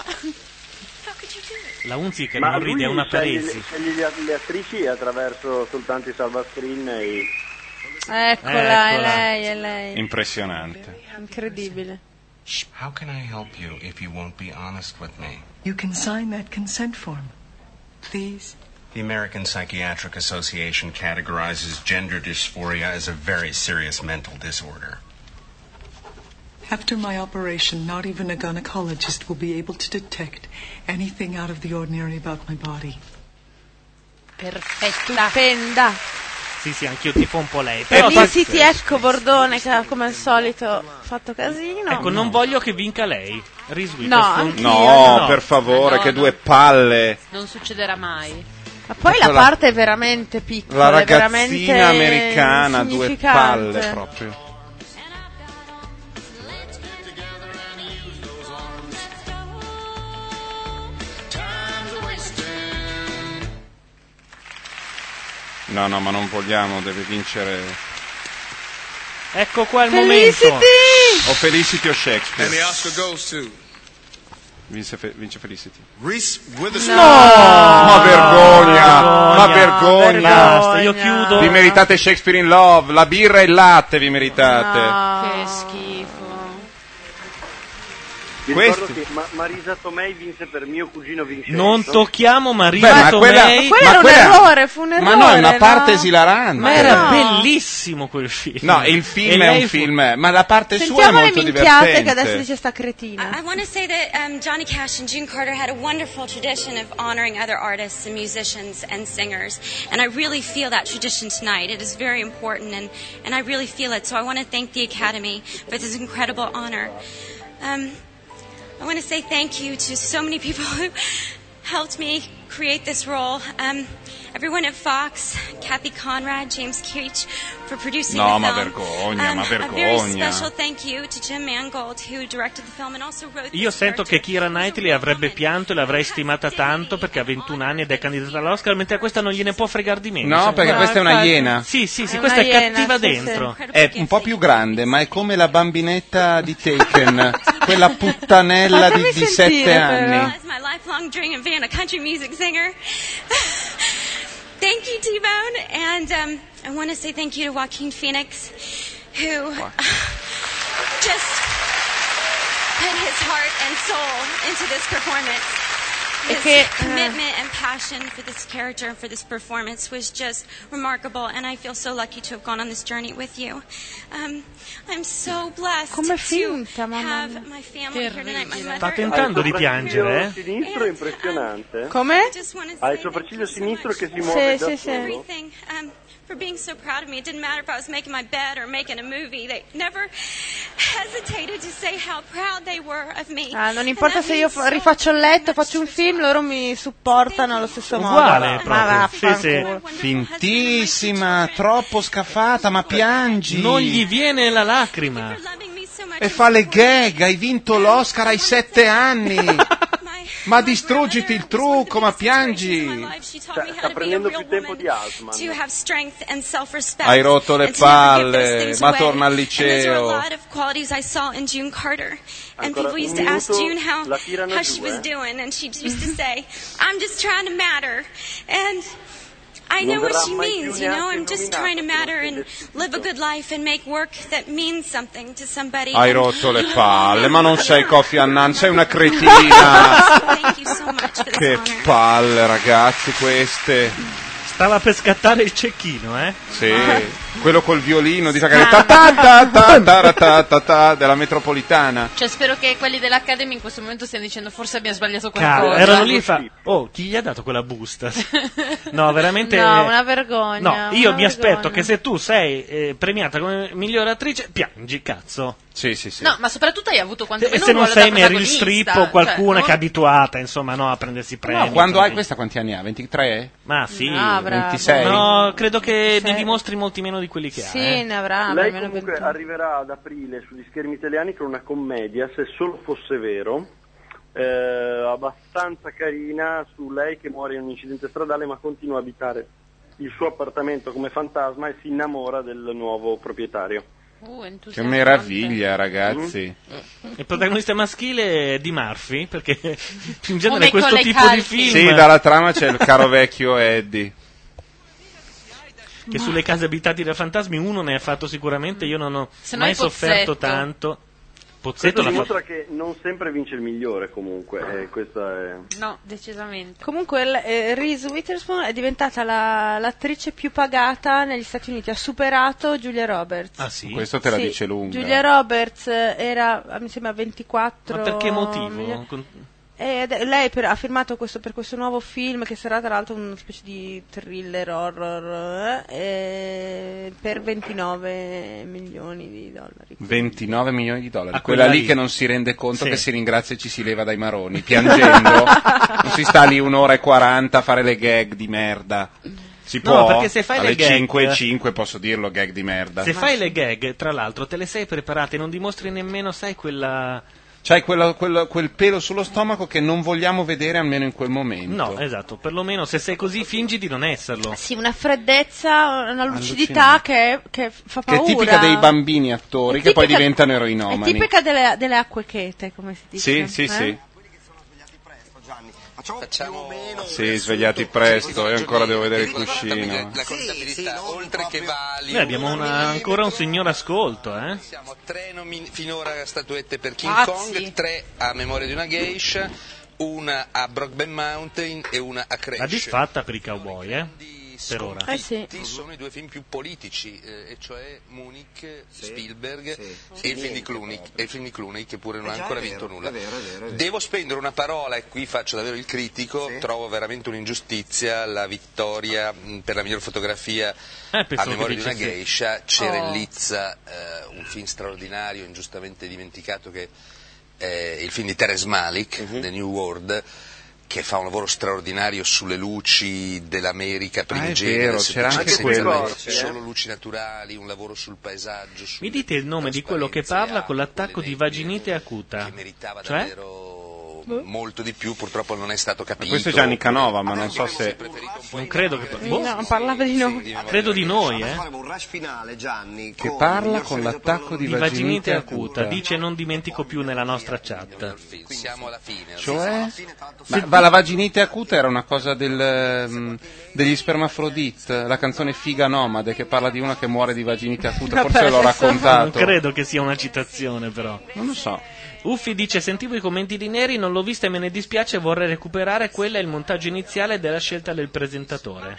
[SPEAKER 2] la Unziker
[SPEAKER 8] Ma
[SPEAKER 2] non
[SPEAKER 8] lui
[SPEAKER 2] ride, è una
[SPEAKER 8] sceglie,
[SPEAKER 2] Paresi.
[SPEAKER 8] sceglie le, le attrici attraverso soltanto i salvascreen e i...
[SPEAKER 4] Eccola, è
[SPEAKER 5] Eccola.
[SPEAKER 4] lei, è lei.
[SPEAKER 5] Impressionante.
[SPEAKER 4] Incredibile.
[SPEAKER 17] How can I help you if you won't be honest with me?
[SPEAKER 20] You can sign that consent form. Please.
[SPEAKER 17] The American Psychiatric Association categorizes gender dysphoria as a very serious mental disorder.
[SPEAKER 20] After my operation, not even a gynecologist will be able to detect anything out of the ordinary about my body.
[SPEAKER 3] Perfetta.
[SPEAKER 4] Stupenda.
[SPEAKER 2] Sì, sì, anch'io tifo un po' lei.
[SPEAKER 4] Però
[SPEAKER 2] Però
[SPEAKER 4] Felicity, ecco Bordone che ha come al solito fatto casino.
[SPEAKER 2] ecco, non voglio che vinca lei. Reese
[SPEAKER 4] No,
[SPEAKER 2] Witherspoon.
[SPEAKER 4] anch'io.
[SPEAKER 5] No,
[SPEAKER 2] No.
[SPEAKER 5] per favore,
[SPEAKER 3] No,
[SPEAKER 5] che
[SPEAKER 3] no.
[SPEAKER 5] due palle.
[SPEAKER 3] Non succederà mai.
[SPEAKER 4] Ma poi la
[SPEAKER 5] Quella-
[SPEAKER 4] parte è veramente piccola,
[SPEAKER 5] La
[SPEAKER 4] è veramente
[SPEAKER 5] ragazzina americana, due
[SPEAKER 4] insignificante.
[SPEAKER 5] palle proprio. No, no, ma non vogliamo, deve vincere
[SPEAKER 2] Ecco qua il
[SPEAKER 4] Felicity!
[SPEAKER 2] momento.
[SPEAKER 5] o Felicity o Shakespeare.
[SPEAKER 6] And the Oscar goes to
[SPEAKER 5] Vince, Fe- vince Felicity.
[SPEAKER 6] Reese Witherspoon.
[SPEAKER 5] No! Ma vergogna! Ma
[SPEAKER 2] Vergogna.
[SPEAKER 5] vergogna!
[SPEAKER 2] Basta, io chiudo.
[SPEAKER 5] Vi meritate Shakespeare in Love, la birra e il latte vi meritate.
[SPEAKER 3] Che schifo.
[SPEAKER 8] Vi
[SPEAKER 5] Questi-
[SPEAKER 8] ricordo che Ma- Marisa Tomei vinse per mio cugino Vincenzo.
[SPEAKER 2] Non tocchiamo Marisa
[SPEAKER 5] Beh, ma quella-
[SPEAKER 2] Tomei.
[SPEAKER 4] Quello
[SPEAKER 5] Ma
[SPEAKER 4] era un
[SPEAKER 5] quella-
[SPEAKER 4] errore, fu un errore.
[SPEAKER 5] Ma no, è una parte
[SPEAKER 4] no?
[SPEAKER 5] esilarante.
[SPEAKER 2] Ma era
[SPEAKER 4] No.
[SPEAKER 2] bellissimo quel film.
[SPEAKER 5] No, il film
[SPEAKER 2] E
[SPEAKER 5] è
[SPEAKER 2] lei
[SPEAKER 5] un
[SPEAKER 2] fu-
[SPEAKER 5] film, ma la parte sua è
[SPEAKER 4] Sentiamo le
[SPEAKER 5] molto
[SPEAKER 4] minchiate
[SPEAKER 5] divertente.
[SPEAKER 4] che adesso dice sta cretina.
[SPEAKER 12] I want to say that um, Johnny Cash and June Carter had a wonderful tradition of honoring other artists and musicians and singers, and I really feel that tradition tonight. It is very important, and, and I really feel it. So I want to thank the Academy for this incredible honor. Um, I want to say thank you to so many people who helped me create this role. Um, everyone at Fox, Kathy Conrad, James Keach for producing
[SPEAKER 5] No,
[SPEAKER 12] the
[SPEAKER 5] ma
[SPEAKER 12] film.
[SPEAKER 5] vergogna,
[SPEAKER 12] Um,
[SPEAKER 5] ma
[SPEAKER 12] A very
[SPEAKER 5] vergogna.
[SPEAKER 12] special thank you to Jim Mangold who directed the film and also wrote
[SPEAKER 2] Io
[SPEAKER 12] this
[SPEAKER 2] sento che
[SPEAKER 12] character.
[SPEAKER 2] Keira Knightley avrebbe pianto e l'avrei stimata tanto perché ha ventuno anni ed è candidata all'Oscar, mentre a questa non gliene può fregar di meno.
[SPEAKER 5] No,
[SPEAKER 2] Cioè,
[SPEAKER 5] perché
[SPEAKER 4] No,
[SPEAKER 5] questa è una
[SPEAKER 4] infatti.
[SPEAKER 5] iena.
[SPEAKER 2] Sì, sì, sì,
[SPEAKER 4] È
[SPEAKER 2] questa è
[SPEAKER 4] una iena,
[SPEAKER 2] cattiva
[SPEAKER 4] sì,
[SPEAKER 2] dentro.
[SPEAKER 5] È un po' più grande, ma è come la bambinetta di Taken, quella puttanella di,
[SPEAKER 4] Fatemi
[SPEAKER 5] di
[SPEAKER 4] sentire,
[SPEAKER 5] sette
[SPEAKER 4] però.
[SPEAKER 5] anni.
[SPEAKER 12] It's my lifelong dream of being a country music singer. Thank you, T-Bone. And um, I want to say thank you to Joaquin Phoenix, who uh, just put his heart and soul into this performance.
[SPEAKER 4] E
[SPEAKER 12] His
[SPEAKER 4] che, eh,
[SPEAKER 12] commitment and passion for this character and for this performance was just remarkable, and I feel so lucky to have gone on this journey with you. Um, I'm so blessed
[SPEAKER 4] Come
[SPEAKER 12] to
[SPEAKER 4] finta, mamma
[SPEAKER 12] have
[SPEAKER 4] mia.
[SPEAKER 12] my family here tonight. My mother.
[SPEAKER 2] Sta tentando di piangere, eh?
[SPEAKER 8] Il sinistro è impressionante.
[SPEAKER 4] Come?
[SPEAKER 12] I just want to
[SPEAKER 8] Ha
[SPEAKER 12] say
[SPEAKER 8] il sopracciglio
[SPEAKER 12] thank you so
[SPEAKER 8] sinistro
[SPEAKER 12] much
[SPEAKER 8] che si muove
[SPEAKER 4] Sì,
[SPEAKER 8] da
[SPEAKER 4] sì, sì.
[SPEAKER 8] solo.
[SPEAKER 12] everything, um, for being so proud of me. It didn't matter if I was making my bed or making a movie. They never hesitated to say how proud they were of me.
[SPEAKER 4] Ah, non
[SPEAKER 12] And
[SPEAKER 4] importa
[SPEAKER 12] that
[SPEAKER 4] se io
[SPEAKER 12] means
[SPEAKER 4] fa-
[SPEAKER 12] so
[SPEAKER 4] rifaccio il letto, faccio un film, loro mi supportano allo stesso modo.
[SPEAKER 2] Uguale,
[SPEAKER 4] Ma
[SPEAKER 2] proprio.
[SPEAKER 4] vaffanculo.
[SPEAKER 2] Sì,
[SPEAKER 5] Fintissima, troppo scaffata, ma piangi.
[SPEAKER 2] Non gli viene la lacrima.
[SPEAKER 5] E fa le gag, hai vinto l'Oscar ai sette anni. Ma distruggiti il trucco, ma piangi.
[SPEAKER 8] Sta, sta prendendo più tempo di Altman.
[SPEAKER 12] to have strength and self-respect.
[SPEAKER 5] Hai rotto le
[SPEAKER 12] and to never give those
[SPEAKER 5] palle,
[SPEAKER 12] things
[SPEAKER 5] ma
[SPEAKER 12] away.
[SPEAKER 5] torna al
[SPEAKER 12] And those are a
[SPEAKER 5] liceo.
[SPEAKER 12] lot of qualities I saw in June Carter. And
[SPEAKER 8] Ancora
[SPEAKER 12] people used
[SPEAKER 8] un
[SPEAKER 12] to ask
[SPEAKER 8] minuto,
[SPEAKER 12] June how,
[SPEAKER 8] la tirano
[SPEAKER 12] how
[SPEAKER 8] giù,
[SPEAKER 12] she was
[SPEAKER 8] eh.
[SPEAKER 12] doing, and she used to say, I'm just trying to matter. And I
[SPEAKER 8] Non
[SPEAKER 12] know what
[SPEAKER 8] verrà
[SPEAKER 12] she
[SPEAKER 8] mai più
[SPEAKER 12] means, you know,
[SPEAKER 8] neanche
[SPEAKER 12] I'm just
[SPEAKER 8] nominato
[SPEAKER 12] trying to
[SPEAKER 8] per
[SPEAKER 12] matter
[SPEAKER 8] un
[SPEAKER 12] and
[SPEAKER 8] vestito.
[SPEAKER 12] live a good life and make work that means something to somebody.
[SPEAKER 5] Hai
[SPEAKER 12] And
[SPEAKER 5] rotto le
[SPEAKER 12] you have
[SPEAKER 5] palle,
[SPEAKER 12] all
[SPEAKER 5] ma non
[SPEAKER 12] my
[SPEAKER 5] sei
[SPEAKER 12] care.
[SPEAKER 5] Kofi Annan, sei una cretina.
[SPEAKER 12] Thank you so much for this
[SPEAKER 5] Che
[SPEAKER 12] honor.
[SPEAKER 5] palle, ragazzi, queste.
[SPEAKER 2] Stava per scattare il cecchino, eh?
[SPEAKER 5] Sì, quello col violino di ta ta ta ta ta ta ta ta ta della metropolitana.
[SPEAKER 3] Cioè, spero che quelli dell'Academy in questo momento stiano dicendo forse abbiamo sbagliato
[SPEAKER 2] Cavolo,
[SPEAKER 3] qualcosa.
[SPEAKER 2] erano lì e fa. Oh, chi gli ha dato quella busta? No, veramente.
[SPEAKER 4] No, una vergogna.
[SPEAKER 2] No, io
[SPEAKER 4] una
[SPEAKER 2] mi aspetto
[SPEAKER 4] vergogna.
[SPEAKER 2] che se tu sei eh, premiata come migliore attrice, piangi, cazzo.
[SPEAKER 5] Sì, sì, sì.
[SPEAKER 3] No, ma soprattutto hai avuto
[SPEAKER 2] E
[SPEAKER 3] quantomeno
[SPEAKER 2] se
[SPEAKER 3] un
[SPEAKER 2] non
[SPEAKER 3] ruolo
[SPEAKER 2] sei
[SPEAKER 3] da
[SPEAKER 2] Meryl
[SPEAKER 3] protagonista,
[SPEAKER 2] Streep o qualcuna
[SPEAKER 3] cioè,
[SPEAKER 2] che è abituata, insomma, no, a prendersi premi.
[SPEAKER 5] No, quando hai
[SPEAKER 2] insomma.
[SPEAKER 5] questa quanti anni ha? ventitré?
[SPEAKER 2] Ma sì,
[SPEAKER 4] Ah, bravo.
[SPEAKER 5] ventisei?
[SPEAKER 2] no, credo che
[SPEAKER 4] Sì.
[SPEAKER 2] ne dimostri molti meno di quelli che ha.
[SPEAKER 4] Sì,
[SPEAKER 2] eh.
[SPEAKER 4] ne avrà
[SPEAKER 8] Lei
[SPEAKER 4] almeno
[SPEAKER 8] comunque
[SPEAKER 4] ventuno.
[SPEAKER 8] arriverà ad aprile sugli schermi italiani con una commedia, se solo fosse vero, eh, abbastanza carina su lei che muore in un incidente stradale ma continua a abitare il suo appartamento come fantasma e si innamora del nuovo proprietario.
[SPEAKER 3] Uh,
[SPEAKER 5] Che meraviglia, ragazzi.
[SPEAKER 2] Il protagonista maschile è Eddie Murphy, perché in genere
[SPEAKER 3] Come
[SPEAKER 2] questo
[SPEAKER 3] con le
[SPEAKER 2] tipo
[SPEAKER 3] calze.
[SPEAKER 2] di film...
[SPEAKER 5] Sì, dalla trama c'è il caro vecchio Eddie.
[SPEAKER 2] Che sulle case abitate da fantasmi uno ne ha fatto sicuramente, io non ho
[SPEAKER 3] Se no
[SPEAKER 2] mai
[SPEAKER 3] è Pozzetto.
[SPEAKER 2] sofferto tanto. Pozzetto
[SPEAKER 8] Questo
[SPEAKER 2] l'ha
[SPEAKER 8] dimostra
[SPEAKER 2] fatto.
[SPEAKER 8] che non sempre vince il migliore comunque, e questa è...
[SPEAKER 3] No, decisamente.
[SPEAKER 4] Comunque il- eh, Reese Witherspoon è diventata la- l'attrice più pagata negli Stati Uniti, ha superato Julia Roberts.
[SPEAKER 2] Ah sì?
[SPEAKER 5] Questo te la
[SPEAKER 4] Sì,
[SPEAKER 5] dice lunga.
[SPEAKER 4] Julia Roberts era, mi sembra, ventiquattro
[SPEAKER 2] Ma per che motivo?
[SPEAKER 4] milioni.
[SPEAKER 2] Con-
[SPEAKER 4] Ed è- lei per- ha firmato questo, per questo nuovo film che sarà tra l'altro una specie di thriller horror eh, e per ventinove milioni di dollari.
[SPEAKER 5] ventinove milioni di dollari.
[SPEAKER 2] Ah,
[SPEAKER 5] quella,
[SPEAKER 2] quella
[SPEAKER 5] lì
[SPEAKER 2] lì.
[SPEAKER 5] che non si rende conto
[SPEAKER 2] Sì.
[SPEAKER 5] che si ringrazia e ci si leva dai maroni, piangendo. Non si sta lì un'ora e quaranta a fare le gag di merda. Si
[SPEAKER 2] No,
[SPEAKER 5] può?
[SPEAKER 2] perché se fai
[SPEAKER 5] alle
[SPEAKER 2] le gag-
[SPEAKER 5] cinque e cinque posso dirlo, gag di merda.
[SPEAKER 2] Se fai le gag, tra l'altro, te le sei preparate, non dimostri nemmeno, sai, quella...
[SPEAKER 5] C'hai quello- quello- quel pelo sullo stomaco che non vogliamo vedere almeno in quel momento.
[SPEAKER 2] No, esatto, perlomeno se sei così fingi di non esserlo.
[SPEAKER 4] Sì, una freddezza, una lucidità che, che fa
[SPEAKER 5] Che è
[SPEAKER 4] paura.
[SPEAKER 5] tipica dei bambini attori
[SPEAKER 4] È
[SPEAKER 5] che poi
[SPEAKER 4] tipica-
[SPEAKER 5] diventano
[SPEAKER 4] È
[SPEAKER 5] eroinomani.
[SPEAKER 4] tipica delle, delle acque chete, come si dice.
[SPEAKER 5] Sì, sì,
[SPEAKER 4] eh?
[SPEAKER 5] sì.
[SPEAKER 1] Facciamo
[SPEAKER 5] Sì, svegliati presto, io ancora devo vedere il cuscino.
[SPEAKER 1] la contabilità, oltre che vali.
[SPEAKER 2] Noi abbiamo una- ancora un signor ascolto, eh?
[SPEAKER 1] Siamo tre nomi- finora statuette per King
[SPEAKER 2] Pazzi.
[SPEAKER 1] Kong, tre a memoria di una geisha, una a Brokeback Mountain e una a Crash.
[SPEAKER 2] La disfatta per i cowboy, eh? Per ora.
[SPEAKER 1] Sconfitti sono i due film più politici, eh, e cioè Munich, Spielberg e, il film di Clooney, e il film di Clooney, che pure non ha ancora vinto nulla. Devo spendere una parola, e qui faccio davvero il critico, trovo veramente un'ingiustizia la vittoria mh, per la miglior fotografia
[SPEAKER 2] Eh,
[SPEAKER 1] a
[SPEAKER 2] pensavo
[SPEAKER 1] memoria
[SPEAKER 2] che
[SPEAKER 1] di una
[SPEAKER 2] dicessi-
[SPEAKER 1] geisha,
[SPEAKER 2] Oh.
[SPEAKER 1] Cerellizza, eh, un film straordinario, ingiustamente dimenticato, che è il film di Terrence Malick, The New World, che fa un lavoro straordinario sulle luci dell'America primigenia,
[SPEAKER 5] vero,
[SPEAKER 1] del
[SPEAKER 5] c'era anche
[SPEAKER 1] Settecento,
[SPEAKER 5] quello.
[SPEAKER 1] senza solo luci naturali, un lavoro sul paesaggio, su
[SPEAKER 2] Mi dite il nome di quello che parla con l'attacco di vaginite acuta? Cioè?
[SPEAKER 1] molto di più, purtroppo non è stato capito.
[SPEAKER 5] Questo è Gianni Canova, ma non so se...
[SPEAKER 2] Non credo che... boh,
[SPEAKER 4] No, parlava di noi.
[SPEAKER 2] credo di noi, eh?
[SPEAKER 11] Faremo un rush finale, Gianni.
[SPEAKER 5] Che
[SPEAKER 11] con
[SPEAKER 5] parla
[SPEAKER 11] il
[SPEAKER 5] con
[SPEAKER 11] miglior
[SPEAKER 5] l'attacco di
[SPEAKER 2] Di
[SPEAKER 5] vaginite
[SPEAKER 2] vaginite acuta.
[SPEAKER 5] acuta.
[SPEAKER 2] Dice non dimentico più nella nostra chat.
[SPEAKER 1] Siamo alla fine.
[SPEAKER 5] Cioè? Ma, ma la vaginite acuta era una cosa del, ehm, degli spermafrodit, la canzone Figa Nomade che parsa di una che muore di vaginite acuta, forse
[SPEAKER 2] Vabbè,
[SPEAKER 5] l'ho raccontato.
[SPEAKER 2] Non credo che sia una citazione, però.
[SPEAKER 5] Non lo so.
[SPEAKER 2] Uffi dice: sentivo i commenti di Neri, non l'ho vista e me ne dispiace, vorrei recuperare. Quella è il montaggio iniziale della scelta del presentatore.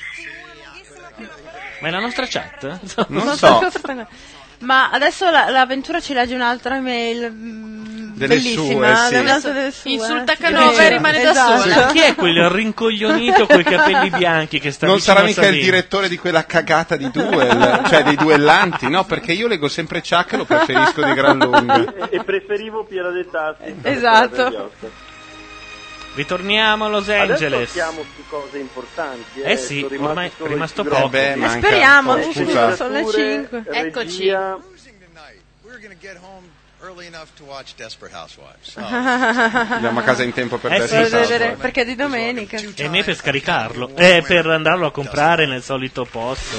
[SPEAKER 2] Ma è la nostra chat?
[SPEAKER 5] Non so.
[SPEAKER 4] Ma adesso la- l'avventura ci legge un'altra email mm,
[SPEAKER 5] Delle
[SPEAKER 4] bellissima.
[SPEAKER 5] sue, sì.
[SPEAKER 4] un'altra delle sue.
[SPEAKER 3] Insulta
[SPEAKER 4] Eh,
[SPEAKER 3] Canova e rimane da
[SPEAKER 4] esatto.
[SPEAKER 3] sola.
[SPEAKER 2] Ma chi è quel rincoglionito coi capelli bianchi che sta
[SPEAKER 5] Non
[SPEAKER 2] vicino
[SPEAKER 5] sarà
[SPEAKER 2] a
[SPEAKER 5] mica il
[SPEAKER 2] Savini?
[SPEAKER 5] direttore di quella cagata di duel, cioè dei duellanti, no? Perché io leggo sempre Chuck e lo preferisco di gran lunga.
[SPEAKER 8] E, e preferivo Piera dei Tassi.
[SPEAKER 4] Esatto.
[SPEAKER 2] Ritorniamo a Los
[SPEAKER 8] Adesso
[SPEAKER 2] Angeles.
[SPEAKER 8] siamo su cose importanti. Eh,
[SPEAKER 2] Eh sì,
[SPEAKER 8] sono rimasti
[SPEAKER 2] ormai
[SPEAKER 8] solo
[SPEAKER 2] è rimasto
[SPEAKER 8] i figurati.
[SPEAKER 2] poco.
[SPEAKER 5] Eh beh, manca-
[SPEAKER 4] speriamo,
[SPEAKER 5] oh, scusa.
[SPEAKER 4] sono le cinque.
[SPEAKER 3] Eccoci.
[SPEAKER 8] Regia,
[SPEAKER 16] We're going to get home early enough to watch Desperate Housewives.
[SPEAKER 5] Andiamo a casa in tempo per
[SPEAKER 2] Eh,
[SPEAKER 5] Desperate
[SPEAKER 2] sì, sì,
[SPEAKER 5] Housewives.
[SPEAKER 4] Vedere- perché è di domenica.
[SPEAKER 2] E me per scaricarlo. E per andarlo a comprare nel solito posto.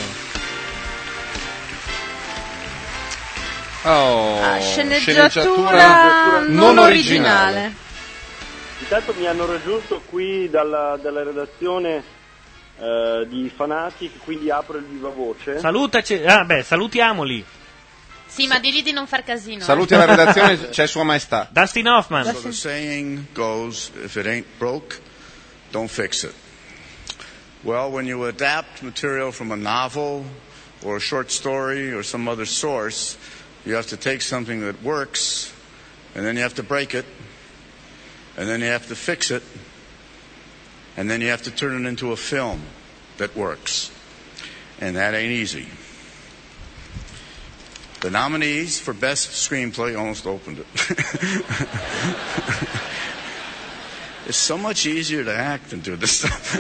[SPEAKER 5] Oh,
[SPEAKER 4] Ah,
[SPEAKER 5] sceneggiatura
[SPEAKER 4] sceneggiatura
[SPEAKER 5] non
[SPEAKER 4] non
[SPEAKER 5] originale.
[SPEAKER 4] originale.
[SPEAKER 8] intanto mi hanno raggiunto qui dalla, dalla redazione eh, di Fanatic, quindi apro il viva voce.
[SPEAKER 2] Salutaci. Ah, beh, salutiamoli.
[SPEAKER 3] Sì, ma digli di non far casino.
[SPEAKER 5] Saluti alla redazione, c'è Sua Maestà.
[SPEAKER 2] Dustin Hoffman.
[SPEAKER 6] So the saying goes, if it ain't broke, don't fix it. Well, when you adapt material from a novel or a short story or some other source, you have to take something that works, and then you have to break it, and then you have to fix it, and then you have to turn it into a film that works. And that ain't easy. The nominees for Best Screenplay almost opened it. It's so much easier to act than do this stuff.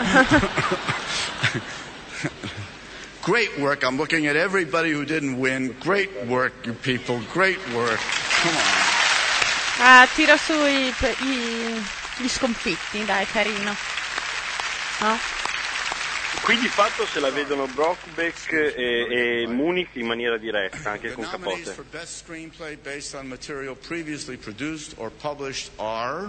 [SPEAKER 6] Great work. I'm looking at everybody who didn't win. Great work, you people. Great work. Come on.
[SPEAKER 4] Ah, tira su i, i, gli sconfitti, dai, carino. No?
[SPEAKER 8] Qui di fatto se la vedono Brokeback e, e Munich in maniera diretta, anche con
[SPEAKER 6] Nominees
[SPEAKER 8] Capote.
[SPEAKER 6] for Best Screenplay based on material previously produced or published are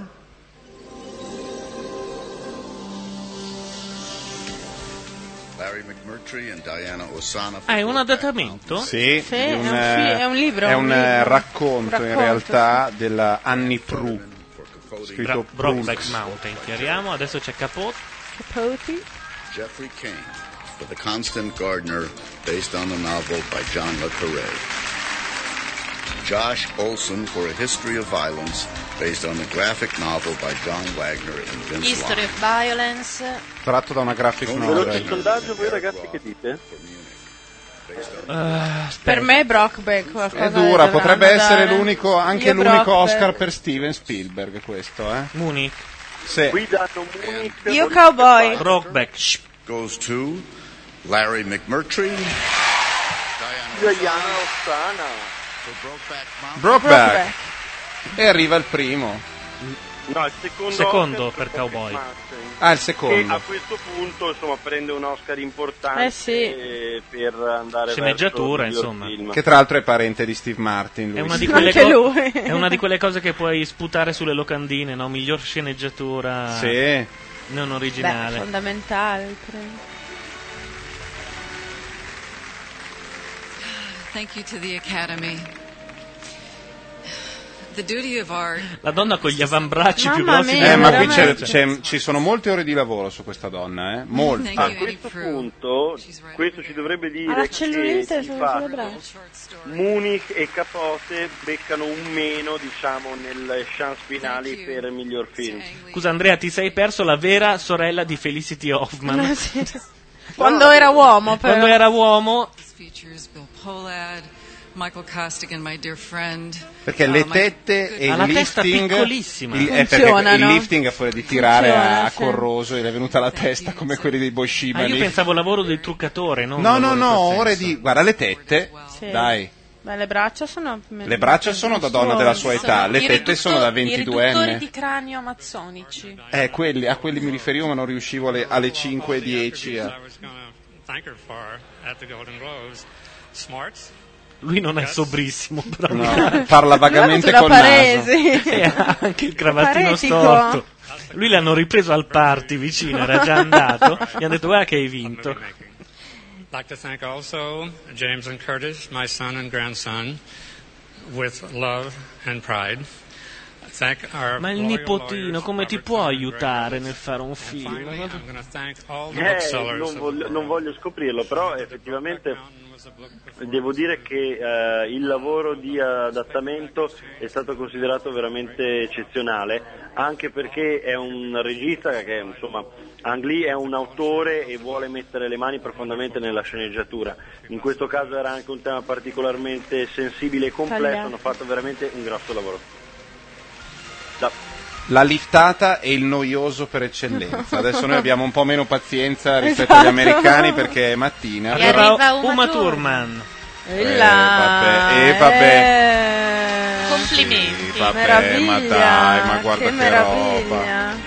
[SPEAKER 6] Larry McMurtry and Diana Ossana.
[SPEAKER 2] Ah, è un adattamento?
[SPEAKER 5] Sì,
[SPEAKER 4] Sì,
[SPEAKER 5] di
[SPEAKER 4] è un fi- è un libro,
[SPEAKER 5] È
[SPEAKER 4] un
[SPEAKER 5] un,
[SPEAKER 4] libro.
[SPEAKER 5] eh, racconto, in
[SPEAKER 4] Racconto,
[SPEAKER 5] realtà della Annie Proulx. Scritto
[SPEAKER 2] Bra- Brokeback
[SPEAKER 5] Proulx.
[SPEAKER 2] Mountain, chiariamo, adesso c'è Capote.
[SPEAKER 4] Capote.
[SPEAKER 6] Jeffrey Kane for The Constant Gardener, based on the novel by John le Carré. Josh Olson for A History of Violence, based on the graphic novel by John Wagner and Vince
[SPEAKER 3] History
[SPEAKER 6] Lombardi.
[SPEAKER 3] of Violence.
[SPEAKER 5] Tratto da una graphic
[SPEAKER 8] Veloce
[SPEAKER 5] novel.
[SPEAKER 8] sondaggio, voi ragazzi che dite?
[SPEAKER 4] Per me Brokeback qualcosa
[SPEAKER 5] È dura,
[SPEAKER 4] dovranno
[SPEAKER 5] potrebbe essere
[SPEAKER 4] dare.
[SPEAKER 5] l'unico, anche
[SPEAKER 4] Io
[SPEAKER 5] l'unico
[SPEAKER 4] Brokeback.
[SPEAKER 5] Oscar per Steven Spielberg questo, eh?
[SPEAKER 2] Munich.
[SPEAKER 5] Sì.
[SPEAKER 8] Qui danno Munich.
[SPEAKER 4] Io Cowboy.
[SPEAKER 2] Brokeback.
[SPEAKER 6] Goes to Larry McMurtry.
[SPEAKER 8] Diana Ossana.
[SPEAKER 5] Brokeback. E arriva il primo.
[SPEAKER 8] No, il secondo,
[SPEAKER 2] Secondo
[SPEAKER 8] Oscar
[SPEAKER 2] per Cowboy.
[SPEAKER 5] Ah, il
[SPEAKER 8] Che
[SPEAKER 5] secondo.
[SPEAKER 8] a questo punto insomma prende un Oscar importante
[SPEAKER 4] Eh sì.
[SPEAKER 8] eh, per andare
[SPEAKER 2] Sceneggiatura,
[SPEAKER 8] verso il
[SPEAKER 2] insomma.
[SPEAKER 8] miglior film.
[SPEAKER 5] Che tra l'altro è parente di Steve Martin. Lui.
[SPEAKER 2] È una, di quelle
[SPEAKER 4] Anche
[SPEAKER 2] co-
[SPEAKER 4] lui.
[SPEAKER 2] è una di quelle cose che puoi sputare sulle locandine, no? Miglior sceneggiatura
[SPEAKER 5] Sì.
[SPEAKER 2] non
[SPEAKER 4] Beh,
[SPEAKER 2] originale.
[SPEAKER 4] fondamentale il premio.
[SPEAKER 7] Thank you to the Academy. The duty of art.
[SPEAKER 2] La donna con gli avambracci più
[SPEAKER 4] Mamma
[SPEAKER 2] grossi
[SPEAKER 4] mia,
[SPEAKER 5] Eh,
[SPEAKER 2] del
[SPEAKER 5] ma
[SPEAKER 2] mondo.
[SPEAKER 5] qui c'è, c'è- ci sono molte ore di lavoro su questa donna, eh? Molte.
[SPEAKER 8] A questo punto, questo ci dovrebbe
[SPEAKER 4] Ha
[SPEAKER 8] dire
[SPEAKER 4] la
[SPEAKER 8] che
[SPEAKER 4] cellulite
[SPEAKER 8] di
[SPEAKER 4] sulle
[SPEAKER 8] fatto
[SPEAKER 4] braccia.
[SPEAKER 8] Munich e Capote beccano un meno, diciamo, nelle chance finali per il miglior film.
[SPEAKER 2] Scusa Andrea, ti sei perso la vera sorella di Felicity Hoffman.
[SPEAKER 4] Sì. Quando era uomo, però.
[SPEAKER 2] Quando era uomo,
[SPEAKER 7] Features Bill Pohlad, Michael Costigan, my dear friend.
[SPEAKER 5] Perché
[SPEAKER 7] Uh,
[SPEAKER 5] le
[SPEAKER 7] my
[SPEAKER 5] tette
[SPEAKER 7] good-
[SPEAKER 5] e
[SPEAKER 2] Ha
[SPEAKER 5] il
[SPEAKER 2] la testa
[SPEAKER 5] lifting
[SPEAKER 2] piccolissima.
[SPEAKER 5] il, eh, perché
[SPEAKER 4] Funzionano.
[SPEAKER 5] il lifting a fuori di tirare
[SPEAKER 4] Funziona,
[SPEAKER 5] a
[SPEAKER 4] sì.
[SPEAKER 5] corroso ed è venuta la testa come quelli dei Boschima
[SPEAKER 2] ah, io
[SPEAKER 5] lì.
[SPEAKER 2] pensavo al lavoro del truccatore, non
[SPEAKER 5] No,
[SPEAKER 2] un
[SPEAKER 5] no,
[SPEAKER 2] lavoro in
[SPEAKER 5] no,
[SPEAKER 2] quel
[SPEAKER 5] ore
[SPEAKER 2] senso.
[SPEAKER 5] di guarda le tette.
[SPEAKER 4] Sì.
[SPEAKER 5] Dai.
[SPEAKER 4] Beh, le braccia sono
[SPEAKER 5] Le braccia sono da donna della sua età, le
[SPEAKER 13] I
[SPEAKER 5] tette sono da
[SPEAKER 13] ridutto- I riduttori
[SPEAKER 5] ventiduenne.
[SPEAKER 13] di cranio amazzonici.
[SPEAKER 5] Eh, quelli, a quelli mi riferivo, ma non riuscivo alle, alle cinque e dieci. a-
[SPEAKER 21] Thank her for at the Golden Globes. Smarts.
[SPEAKER 2] Lui non è sobrissimo, però
[SPEAKER 5] No, parla vagamente
[SPEAKER 4] Guarda,
[SPEAKER 5] col
[SPEAKER 4] sulla
[SPEAKER 5] naso.
[SPEAKER 4] Paresi.
[SPEAKER 2] e ha anche il cravattino
[SPEAKER 4] Paretico.
[SPEAKER 2] storto. Lui l'hanno ripreso al party vicino, era già andato. Gli hanno detto guarda che hai vinto.
[SPEAKER 21] I'd like to thank also James and Curtis, my son and grandson, with love and pride. Thank our
[SPEAKER 2] Ma il
[SPEAKER 21] loyal
[SPEAKER 2] nipotino
[SPEAKER 21] lawyers,
[SPEAKER 2] come ti
[SPEAKER 21] Robert
[SPEAKER 2] può
[SPEAKER 21] Simon,
[SPEAKER 2] aiutare nel fare un film?
[SPEAKER 21] Finally, I'm going to thank all the
[SPEAKER 8] Eh,
[SPEAKER 21] booksellers.
[SPEAKER 8] non, voglio, non voglio scoprirlo, però effettivamente devo dire che eh, il lavoro di adattamento è stato considerato veramente eccezionale, anche perché è un regista che insomma Ang Lee è un autore e vuole mettere le mani profondamente nella sceneggiatura. In questo caso era anche un tema particolarmente sensibile e complesso,
[SPEAKER 4] Tagliato.
[SPEAKER 8] hanno fatto veramente un grosso lavoro. Da-
[SPEAKER 5] La liftata è il noioso per eccellenza. Adesso noi abbiamo un po' meno pazienza rispetto
[SPEAKER 4] Esatto.
[SPEAKER 5] agli americani perché è mattina.
[SPEAKER 3] E
[SPEAKER 5] però-
[SPEAKER 3] arriva Uma
[SPEAKER 2] Uma
[SPEAKER 3] Thurman.
[SPEAKER 2] Thurman.
[SPEAKER 4] E
[SPEAKER 5] Eh,
[SPEAKER 4] là,
[SPEAKER 5] vabbè, e vabbè.
[SPEAKER 4] eh,
[SPEAKER 3] Complimenti.
[SPEAKER 5] Sì, vabbè,
[SPEAKER 4] meraviglia,
[SPEAKER 5] ma dai, ma guarda
[SPEAKER 4] che
[SPEAKER 5] che
[SPEAKER 4] meraviglia.
[SPEAKER 5] roba.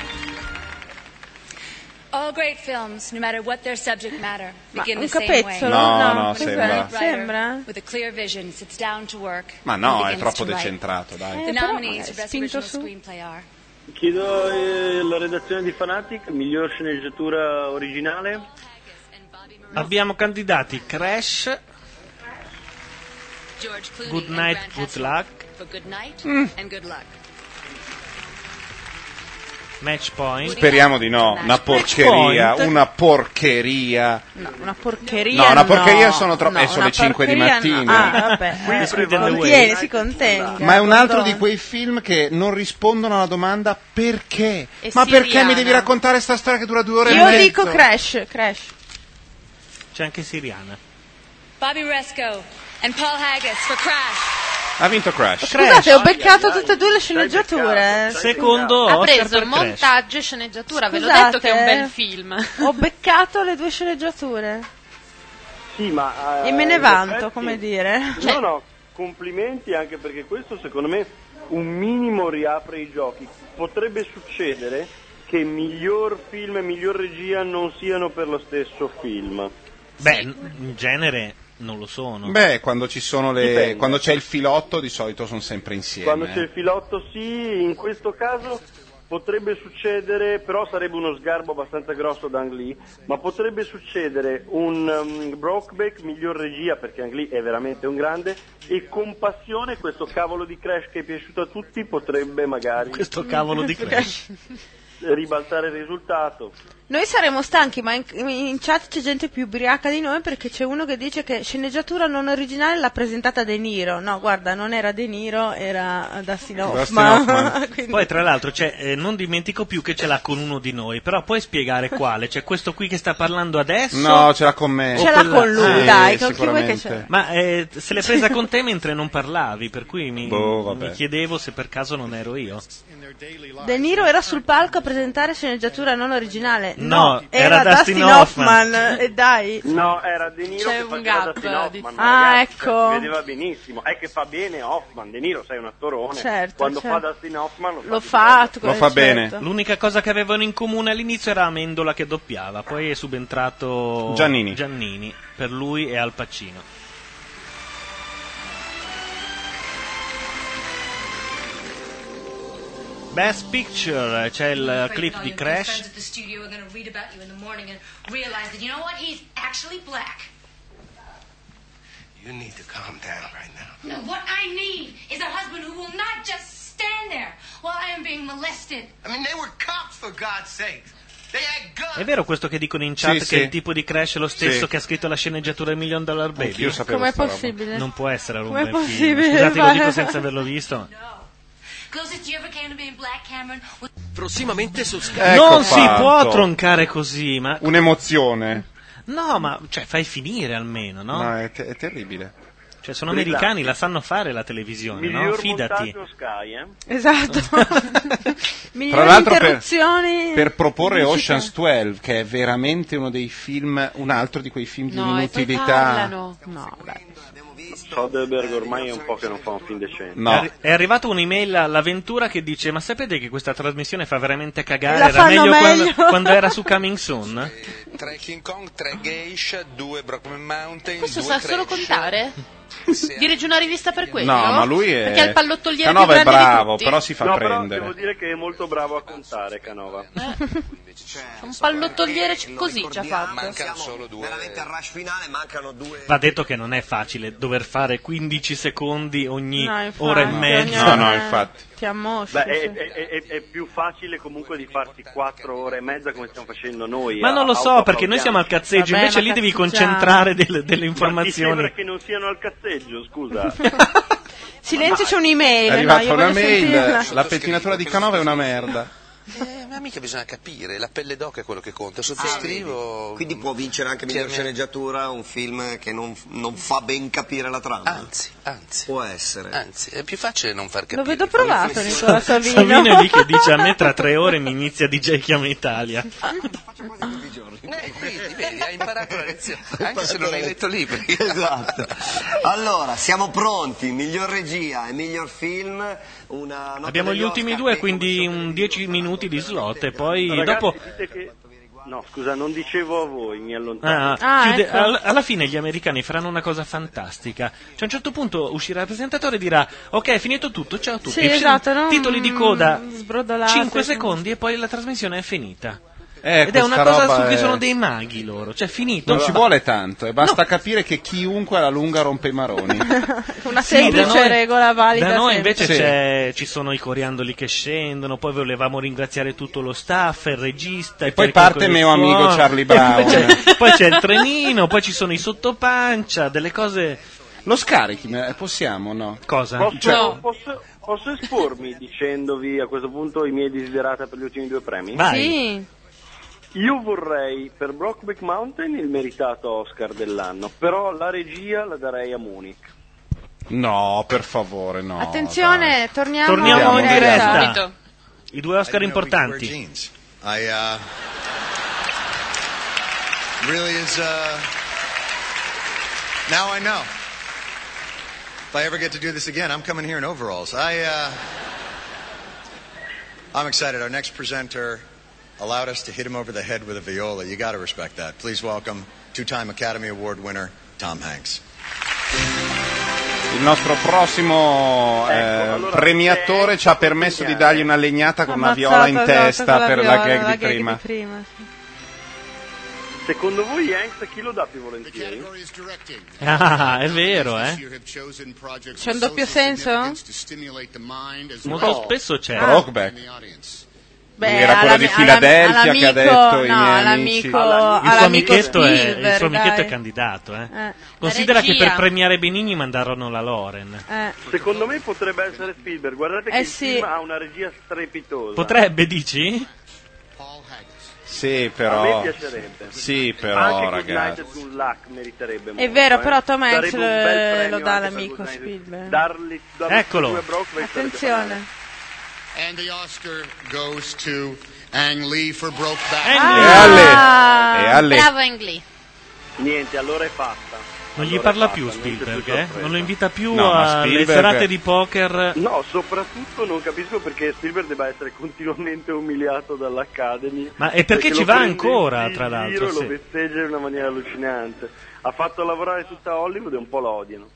[SPEAKER 15] All great films, no matter what their subject matter,
[SPEAKER 4] Ma
[SPEAKER 15] begin
[SPEAKER 4] un
[SPEAKER 15] the same
[SPEAKER 4] capezzolo?
[SPEAKER 5] No,
[SPEAKER 15] way.
[SPEAKER 5] no,
[SPEAKER 15] When a
[SPEAKER 5] sembra.
[SPEAKER 15] brilliant writer
[SPEAKER 4] Sembra?
[SPEAKER 15] With a clear vision sits down to work.
[SPEAKER 5] Ma no,
[SPEAKER 15] and
[SPEAKER 5] è
[SPEAKER 15] begins
[SPEAKER 5] troppo
[SPEAKER 15] to write.
[SPEAKER 5] decentrato, dai.
[SPEAKER 15] The
[SPEAKER 4] Eh, però
[SPEAKER 15] nominees
[SPEAKER 4] è
[SPEAKER 15] for Best
[SPEAKER 4] spinto
[SPEAKER 15] Original
[SPEAKER 4] su.
[SPEAKER 15] Screenplay are
[SPEAKER 8] Chiedo eh, la redazione di Fanatic, miglior sceneggiatura originale.
[SPEAKER 2] Abbiamo candidati Crash,
[SPEAKER 15] George Clooney
[SPEAKER 2] Good
[SPEAKER 15] and
[SPEAKER 2] Night,
[SPEAKER 15] Grant
[SPEAKER 2] Good
[SPEAKER 15] Hasselhoff
[SPEAKER 2] Luck,
[SPEAKER 15] for Good Night
[SPEAKER 5] Mm.
[SPEAKER 15] and Good Luck.
[SPEAKER 2] Match Point.
[SPEAKER 5] Speriamo di no, una porcheria,
[SPEAKER 2] Point.
[SPEAKER 5] una porcheria.
[SPEAKER 4] No, una porcheria.
[SPEAKER 5] No, una porcheria
[SPEAKER 4] no.
[SPEAKER 5] sono troppo-
[SPEAKER 4] No,
[SPEAKER 5] eh, sono
[SPEAKER 4] una
[SPEAKER 5] le cinque di
[SPEAKER 4] porcheria no.
[SPEAKER 5] mattina.
[SPEAKER 4] Ah, vabbè.
[SPEAKER 8] Qui
[SPEAKER 4] eh,
[SPEAKER 8] prevale
[SPEAKER 4] contieni,
[SPEAKER 8] Night
[SPEAKER 4] si contenga.
[SPEAKER 5] Ma è un altro
[SPEAKER 4] Madonna.
[SPEAKER 5] di quei film che non rispondono alla domanda perché.
[SPEAKER 3] E
[SPEAKER 5] Ma perché
[SPEAKER 3] Siriana.
[SPEAKER 5] mi devi raccontare sta storia che dura due ore e
[SPEAKER 4] Io
[SPEAKER 5] mezzo?
[SPEAKER 4] dico Crash, Crash.
[SPEAKER 2] C'è anche Siriana.
[SPEAKER 15] Bobby Resco and Paul Haggis for Crash.
[SPEAKER 5] Ha vinto Crash.
[SPEAKER 4] Scusate, ho beccato tutte e due le sceneggiature.
[SPEAKER 2] Secondo
[SPEAKER 3] Ha
[SPEAKER 2] Oscar
[SPEAKER 3] preso
[SPEAKER 2] per Crash.
[SPEAKER 3] montaggio e sceneggiatura, ve l'ho
[SPEAKER 4] Scusate.
[SPEAKER 3] detto che è un bel film.
[SPEAKER 4] Ho beccato le due sceneggiature.
[SPEAKER 8] Sì, ma, eh,
[SPEAKER 4] E me ne
[SPEAKER 8] in
[SPEAKER 4] vanto,
[SPEAKER 8] effetti-
[SPEAKER 4] come dire.
[SPEAKER 8] No, no, complimenti anche perché questo secondo me un minimo riapre i giochi. Potrebbe succedere che miglior film e miglior regia non siano per lo stesso film.
[SPEAKER 2] Beh, in genere non lo sono.
[SPEAKER 5] Beh, quando ci sono le
[SPEAKER 8] Dipende.
[SPEAKER 5] quando c'è il filotto di solito sono sempre insieme.
[SPEAKER 8] Quando
[SPEAKER 5] eh.
[SPEAKER 8] c'è il filotto sì, in questo caso potrebbe succedere, però sarebbe uno sgarbo abbastanza grosso da Ang Lee, ma potrebbe succedere un um, Brokeback miglior regia, perché Ang Lee è veramente un grande, e con passione questo cavolo di Crash che è piaciuto a tutti potrebbe magari
[SPEAKER 2] Questo cavolo di Crash
[SPEAKER 8] ribaltare il risultato.
[SPEAKER 4] Noi saremo stanchi, ma in, in chat c'è gente più ubriaca di noi, perché c'è uno che dice che sceneggiatura non originale l'ha presentata De Niro. No, guarda, non era De Niro, era Dustin Hoffman. Quindi...
[SPEAKER 2] Poi tra l'altro c'è, eh, non dimentico più che ce l'ha con uno di noi, però puoi spiegare quale? C'è questo qui che sta parlando adesso?
[SPEAKER 5] No, ce l'ha con me.
[SPEAKER 4] Ce l'ha con lui,
[SPEAKER 2] Ah,
[SPEAKER 4] dai,
[SPEAKER 2] eh,
[SPEAKER 4] con chi vuoi che c'è.
[SPEAKER 2] Ma eh, se l'è presa con te mentre non parlavi, per cui mi,
[SPEAKER 5] Boh, vabbè.
[SPEAKER 2] mi chiedevo se per caso non ero io.
[SPEAKER 4] De Niro era sul palco a presentare sceneggiatura non originale.
[SPEAKER 2] No,
[SPEAKER 4] era,
[SPEAKER 2] era Dustin
[SPEAKER 4] Dustin
[SPEAKER 2] Hoffman.
[SPEAKER 4] Hoffman. E dai.
[SPEAKER 8] No, era De Niro
[SPEAKER 3] C'è
[SPEAKER 8] che
[SPEAKER 3] un
[SPEAKER 8] faceva
[SPEAKER 3] gap
[SPEAKER 8] Dustin
[SPEAKER 3] di-
[SPEAKER 8] Hoffman.
[SPEAKER 4] Ah,
[SPEAKER 8] ragazzi,
[SPEAKER 4] ecco.
[SPEAKER 8] cioè, si vedeva benissimo. È che fa bene Hoffman. De Niro sei un attorone.
[SPEAKER 4] Certo,
[SPEAKER 8] Quando
[SPEAKER 4] certo.
[SPEAKER 8] fa Dustin Hoffman lo fa.
[SPEAKER 4] Lo
[SPEAKER 8] di
[SPEAKER 4] fa,
[SPEAKER 8] bello.
[SPEAKER 4] tu-
[SPEAKER 5] Lo fa bene.
[SPEAKER 4] certo.
[SPEAKER 2] L'unica cosa che avevano in comune all'inizio era Amendola che doppiava, poi è subentrato
[SPEAKER 5] Giannini.
[SPEAKER 2] Giannini per lui e Al Pacino. Best Picture, c'è il clip di Crash.
[SPEAKER 10] Friends at the studio are going to read about you in the morning and realize that, you know what, he's actually black.
[SPEAKER 11] You need to calm down right now.
[SPEAKER 10] No, what I need is a husband who will not just stand there while I am being molested.
[SPEAKER 11] I mean, they were cops, for God's sake. They had guns.
[SPEAKER 2] È vero questo che dicono in chat
[SPEAKER 5] Sì,
[SPEAKER 2] che
[SPEAKER 5] sì.
[SPEAKER 2] il tipo di Crash è lo stesso
[SPEAKER 5] Sì.
[SPEAKER 2] che ha scritto la sceneggiatura del Million Dollar Baby?
[SPEAKER 5] Anch'io sapevo
[SPEAKER 4] Com'è
[SPEAKER 5] sta roba.
[SPEAKER 4] possibile?
[SPEAKER 2] Non può essere un
[SPEAKER 4] Com'è
[SPEAKER 2] bel film.
[SPEAKER 4] possibile?
[SPEAKER 2] Scusate, lo dico senza averlo visto.
[SPEAKER 10] Closest you ever came to being black, Cameron, was
[SPEAKER 11] Prossimamente su Sky.
[SPEAKER 5] Ecco
[SPEAKER 2] non si
[SPEAKER 5] fatto.
[SPEAKER 2] può troncare così, ma
[SPEAKER 5] Un'emozione.
[SPEAKER 2] no, ma cioè fai finire almeno, no?
[SPEAKER 5] No, è, te- è terribile.
[SPEAKER 2] Cioè sono
[SPEAKER 8] Brillante.
[SPEAKER 2] americani, la sanno fare la televisione, no?
[SPEAKER 8] Miglior
[SPEAKER 2] Fidati.
[SPEAKER 8] montaggio Sky, eh?
[SPEAKER 4] Esatto.
[SPEAKER 5] Tra
[SPEAKER 4] Migliori
[SPEAKER 5] l'altro per,
[SPEAKER 4] interruzioni.
[SPEAKER 5] per proporre
[SPEAKER 4] pubblicità.
[SPEAKER 5] Ocean's dodici, che è veramente uno dei film, un altro di quei film di
[SPEAKER 3] No, e poi
[SPEAKER 5] inutilità.
[SPEAKER 3] parlano.
[SPEAKER 4] No, dai.
[SPEAKER 8] Soderbergh ormai è un po' che non fa un film decente.
[SPEAKER 5] No.
[SPEAKER 2] È arri- È arrivata un'email all'avventura che dice: ma sapete che questa trasmissione fa veramente cagare?
[SPEAKER 4] La
[SPEAKER 2] Era
[SPEAKER 4] fanno
[SPEAKER 2] meglio, Quando,
[SPEAKER 4] meglio."
[SPEAKER 2] quando era su Coming Soon?
[SPEAKER 1] tre King Kong, tre Geisha, due Brokeback Mountain,
[SPEAKER 3] Questo
[SPEAKER 1] due
[SPEAKER 3] sa solo
[SPEAKER 1] Crash.
[SPEAKER 3] contare? Dirige una rivista per quello?
[SPEAKER 5] No, ma lui è.
[SPEAKER 3] Perché ha il pallottoliere
[SPEAKER 5] Canova
[SPEAKER 3] più
[SPEAKER 5] è
[SPEAKER 3] grande di
[SPEAKER 5] bravo,
[SPEAKER 3] tutti.
[SPEAKER 5] però si fa
[SPEAKER 8] No, però
[SPEAKER 5] prendere.
[SPEAKER 8] devo dire che è molto bravo a contare Canova.
[SPEAKER 3] Un pallottoliere c- così ci ha fatto.
[SPEAKER 1] Mancano solo due.
[SPEAKER 11] Veramente al rush finale mancano due.
[SPEAKER 2] Va detto che non è facile dover fare quindici secondi ogni
[SPEAKER 4] No, infatti,
[SPEAKER 2] ora e
[SPEAKER 4] ogni-
[SPEAKER 2] mezza.
[SPEAKER 5] No, no, infatti.
[SPEAKER 4] Ti ammosci.
[SPEAKER 8] Beh, è,
[SPEAKER 4] sì.
[SPEAKER 8] è- è- è più facile comunque di farsi quattro ore e mezza come stiamo facendo noi.
[SPEAKER 2] Ma
[SPEAKER 8] a-
[SPEAKER 2] non lo so, perché noi siamo al
[SPEAKER 8] autoapplaudiamo.
[SPEAKER 2] cazzeggio,
[SPEAKER 4] Vabbè,
[SPEAKER 2] invece
[SPEAKER 4] ma
[SPEAKER 2] lì devi
[SPEAKER 4] cazzeggiamo.
[SPEAKER 2] concentrare delle, delle
[SPEAKER 8] Ma ti
[SPEAKER 2] informazioni.
[SPEAKER 8] sembra che non siano al cazzeggio, scusa?
[SPEAKER 4] Silenzio, c'è un'email.
[SPEAKER 5] È
[SPEAKER 4] no,
[SPEAKER 5] arrivata
[SPEAKER 4] io
[SPEAKER 5] una
[SPEAKER 4] voglio
[SPEAKER 5] mail,
[SPEAKER 4] sentirla.
[SPEAKER 5] la pettinatura di Canova è una merda.
[SPEAKER 1] Eh, ma mica bisogna capire, la pelle d'oca è quello che conta. Sottoscrivo.
[SPEAKER 11] Quindi può vincere anche miglior
[SPEAKER 1] Chiaramente.
[SPEAKER 11] sceneggiatura un film che non, non fa ben capire la trama.
[SPEAKER 1] Anzi, anzi.
[SPEAKER 11] Può essere.
[SPEAKER 1] Anzi, è più facile non far
[SPEAKER 4] Lo
[SPEAKER 1] capire.
[SPEAKER 4] vedo provato, Nicola Savino.
[SPEAKER 2] Savino è lì che dice: a me tra tre ore mi inizia D J Chiama Italia.
[SPEAKER 1] Eh, quindi, vedi, hai imparato la lezione, anche se non hai letto libri.
[SPEAKER 11] Esatto. Allora, siamo pronti, miglior regia e miglior film. Una notte
[SPEAKER 2] Abbiamo
[SPEAKER 11] degli
[SPEAKER 2] gli ultimi
[SPEAKER 11] Oscar
[SPEAKER 2] due,
[SPEAKER 11] che-
[SPEAKER 2] quindi un dieci minuti di slot e poi
[SPEAKER 8] Ragazzi,
[SPEAKER 2] dopo...
[SPEAKER 8] dite che... No, scusa, non dicevo a voi, mi allontano.
[SPEAKER 2] Ah,
[SPEAKER 4] Ah,
[SPEAKER 2] chiude-
[SPEAKER 4] ecco.
[SPEAKER 2] al- alla fine gli americani faranno una cosa fantastica. Cioè, a un certo punto uscirà il presentatore e dirà: ok, è finito tutto, ciao a tutti.
[SPEAKER 4] Sì, esatto, no?
[SPEAKER 2] Titoli di coda,
[SPEAKER 4] Sbrodolate,
[SPEAKER 2] cinque
[SPEAKER 4] sì.
[SPEAKER 2] secondi e poi la trasmissione è finita.
[SPEAKER 5] Eh,
[SPEAKER 2] Ed è una
[SPEAKER 5] questa
[SPEAKER 2] cosa
[SPEAKER 5] roba
[SPEAKER 2] su che
[SPEAKER 5] è-
[SPEAKER 2] sono dei maghi loro. Cioè, finito.
[SPEAKER 5] Non ci
[SPEAKER 2] va.
[SPEAKER 5] vuole tanto, e basta capire che chiunque alla lunga rompe i maroni.
[SPEAKER 4] Una
[SPEAKER 2] Sì,
[SPEAKER 4] semplice
[SPEAKER 2] da noi-
[SPEAKER 4] regola valida.
[SPEAKER 2] Da noi
[SPEAKER 4] sempre.
[SPEAKER 2] invece
[SPEAKER 5] Sì.
[SPEAKER 2] c'è- ci sono i coriandoli che scendono, poi volevamo ringraziare tutto lo staff, il regista.
[SPEAKER 5] E
[SPEAKER 2] il
[SPEAKER 5] poi
[SPEAKER 2] tecnico
[SPEAKER 5] parte
[SPEAKER 2] di
[SPEAKER 5] mio amico
[SPEAKER 2] suono.
[SPEAKER 5] Charlie
[SPEAKER 2] E poi
[SPEAKER 5] Brown.
[SPEAKER 2] c'è, poi c'è il trenino, poi ci sono i sottopancia, delle cose...
[SPEAKER 5] Lo scarichi? me- Possiamo, no?
[SPEAKER 2] Cosa?
[SPEAKER 8] Posso,
[SPEAKER 5] Cioè-
[SPEAKER 8] posso, posso espormi dicendovi a questo punto i miei desiderata per gli ultimi due premi?
[SPEAKER 2] Vai.
[SPEAKER 4] Sì.
[SPEAKER 8] Io vorrei per Brokeback Mountain il meritato Oscar dell'anno, però la regia la darei a Munich.
[SPEAKER 5] No, per favore, no.
[SPEAKER 4] Attenzione, torniamo,
[SPEAKER 2] Torniamo in diretta.
[SPEAKER 3] Subito.
[SPEAKER 2] I due Oscar importanti.
[SPEAKER 6] I uh, really is uh, now I know.
[SPEAKER 16] I ever get to do this again, I'm coming here in overalls. I, uh, I'm excited. Our next presenter allowed us to hit him over the head with a viola. You got to respect that. Please welcome two-time Academy Award winner Tom Hanks.
[SPEAKER 5] Il nostro prossimo eh,
[SPEAKER 8] Ecco, allora,
[SPEAKER 5] premiatore ci ha permesso di dargli una legnata con una viola in
[SPEAKER 4] Ammazzato,
[SPEAKER 5] testa
[SPEAKER 4] esatto, con
[SPEAKER 5] per
[SPEAKER 4] la
[SPEAKER 5] la
[SPEAKER 4] viola,
[SPEAKER 5] gag
[SPEAKER 4] la
[SPEAKER 5] di
[SPEAKER 4] gag
[SPEAKER 5] prima.
[SPEAKER 4] di prima, sì.
[SPEAKER 8] Secondo voi Hanks chi lo dà più volentieri?
[SPEAKER 2] Ah, è vero, eh?
[SPEAKER 4] C'è un doppio senso?
[SPEAKER 2] Molto spesso c'è.
[SPEAKER 5] Brokeback.
[SPEAKER 4] Beh,
[SPEAKER 5] Era quello
[SPEAKER 4] all'ami-
[SPEAKER 5] di Filadelfia
[SPEAKER 4] all'ami-
[SPEAKER 5] che ha detto
[SPEAKER 4] all'amico-
[SPEAKER 5] i
[SPEAKER 4] no,
[SPEAKER 5] miei
[SPEAKER 4] all'amico-
[SPEAKER 5] amici.
[SPEAKER 2] Il suo
[SPEAKER 4] all'amico
[SPEAKER 2] amichetto, è, il
[SPEAKER 4] Spielberg,
[SPEAKER 2] suo amichetto
[SPEAKER 4] dai.
[SPEAKER 2] è candidato, eh.
[SPEAKER 4] Eh.
[SPEAKER 2] Considera che
[SPEAKER 3] regia.
[SPEAKER 2] per premiare Benigni mandarono la Loren.
[SPEAKER 4] Eh.
[SPEAKER 8] Secondo me potrebbe essere Spielberg. Guardate che
[SPEAKER 4] Eh
[SPEAKER 8] il
[SPEAKER 4] sì.
[SPEAKER 8] film ha una regia strepitosa.
[SPEAKER 2] Potrebbe, dici?
[SPEAKER 5] Sì,
[SPEAKER 8] A
[SPEAKER 5] però.
[SPEAKER 8] me piacerebbe.
[SPEAKER 5] Sì, però,
[SPEAKER 8] Anche
[SPEAKER 5] ragazzi.
[SPEAKER 8] Good Night Good Luck meriterebbe molto.
[SPEAKER 4] È vero,
[SPEAKER 8] eh.
[SPEAKER 4] però Tom Hanks
[SPEAKER 8] Sarebbe un bel
[SPEAKER 4] lo,
[SPEAKER 8] premio
[SPEAKER 4] lo dà
[SPEAKER 8] anche per
[SPEAKER 4] all'amico
[SPEAKER 8] Good Night.
[SPEAKER 4] Spielberg.
[SPEAKER 8] Darli, darli
[SPEAKER 2] Eccolo.
[SPEAKER 8] due Brokeback sarebbe
[SPEAKER 4] Attenzione.
[SPEAKER 6] And the Oscar goes to Ang Lee for Brokeback.
[SPEAKER 5] E alle. E alle.
[SPEAKER 3] Bravo Ang Lee.
[SPEAKER 8] Niente, allora è fatta.
[SPEAKER 2] Non gli
[SPEAKER 8] Allora è
[SPEAKER 2] parla
[SPEAKER 8] fatta,
[SPEAKER 2] più
[SPEAKER 8] non c'è
[SPEAKER 2] Spielberg,
[SPEAKER 8] più
[SPEAKER 2] eh?
[SPEAKER 8] sorpresa.
[SPEAKER 2] Non lo invita più
[SPEAKER 5] No, ma
[SPEAKER 2] alle
[SPEAKER 5] Spielberg-
[SPEAKER 2] serate di poker.
[SPEAKER 8] No, soprattutto non capisco perché Spielberg debba essere continuamente umiliato dall'Academy.
[SPEAKER 2] Ma è perché ci
[SPEAKER 8] lo
[SPEAKER 2] va
[SPEAKER 8] prende
[SPEAKER 2] ancora,
[SPEAKER 8] in
[SPEAKER 2] tra
[SPEAKER 8] giro
[SPEAKER 2] l'altro,
[SPEAKER 8] e
[SPEAKER 2] sì.
[SPEAKER 8] lo festeggia in una maniera allucinante. Ha fatto lavorare tutta Hollywood e un po' l'odiano.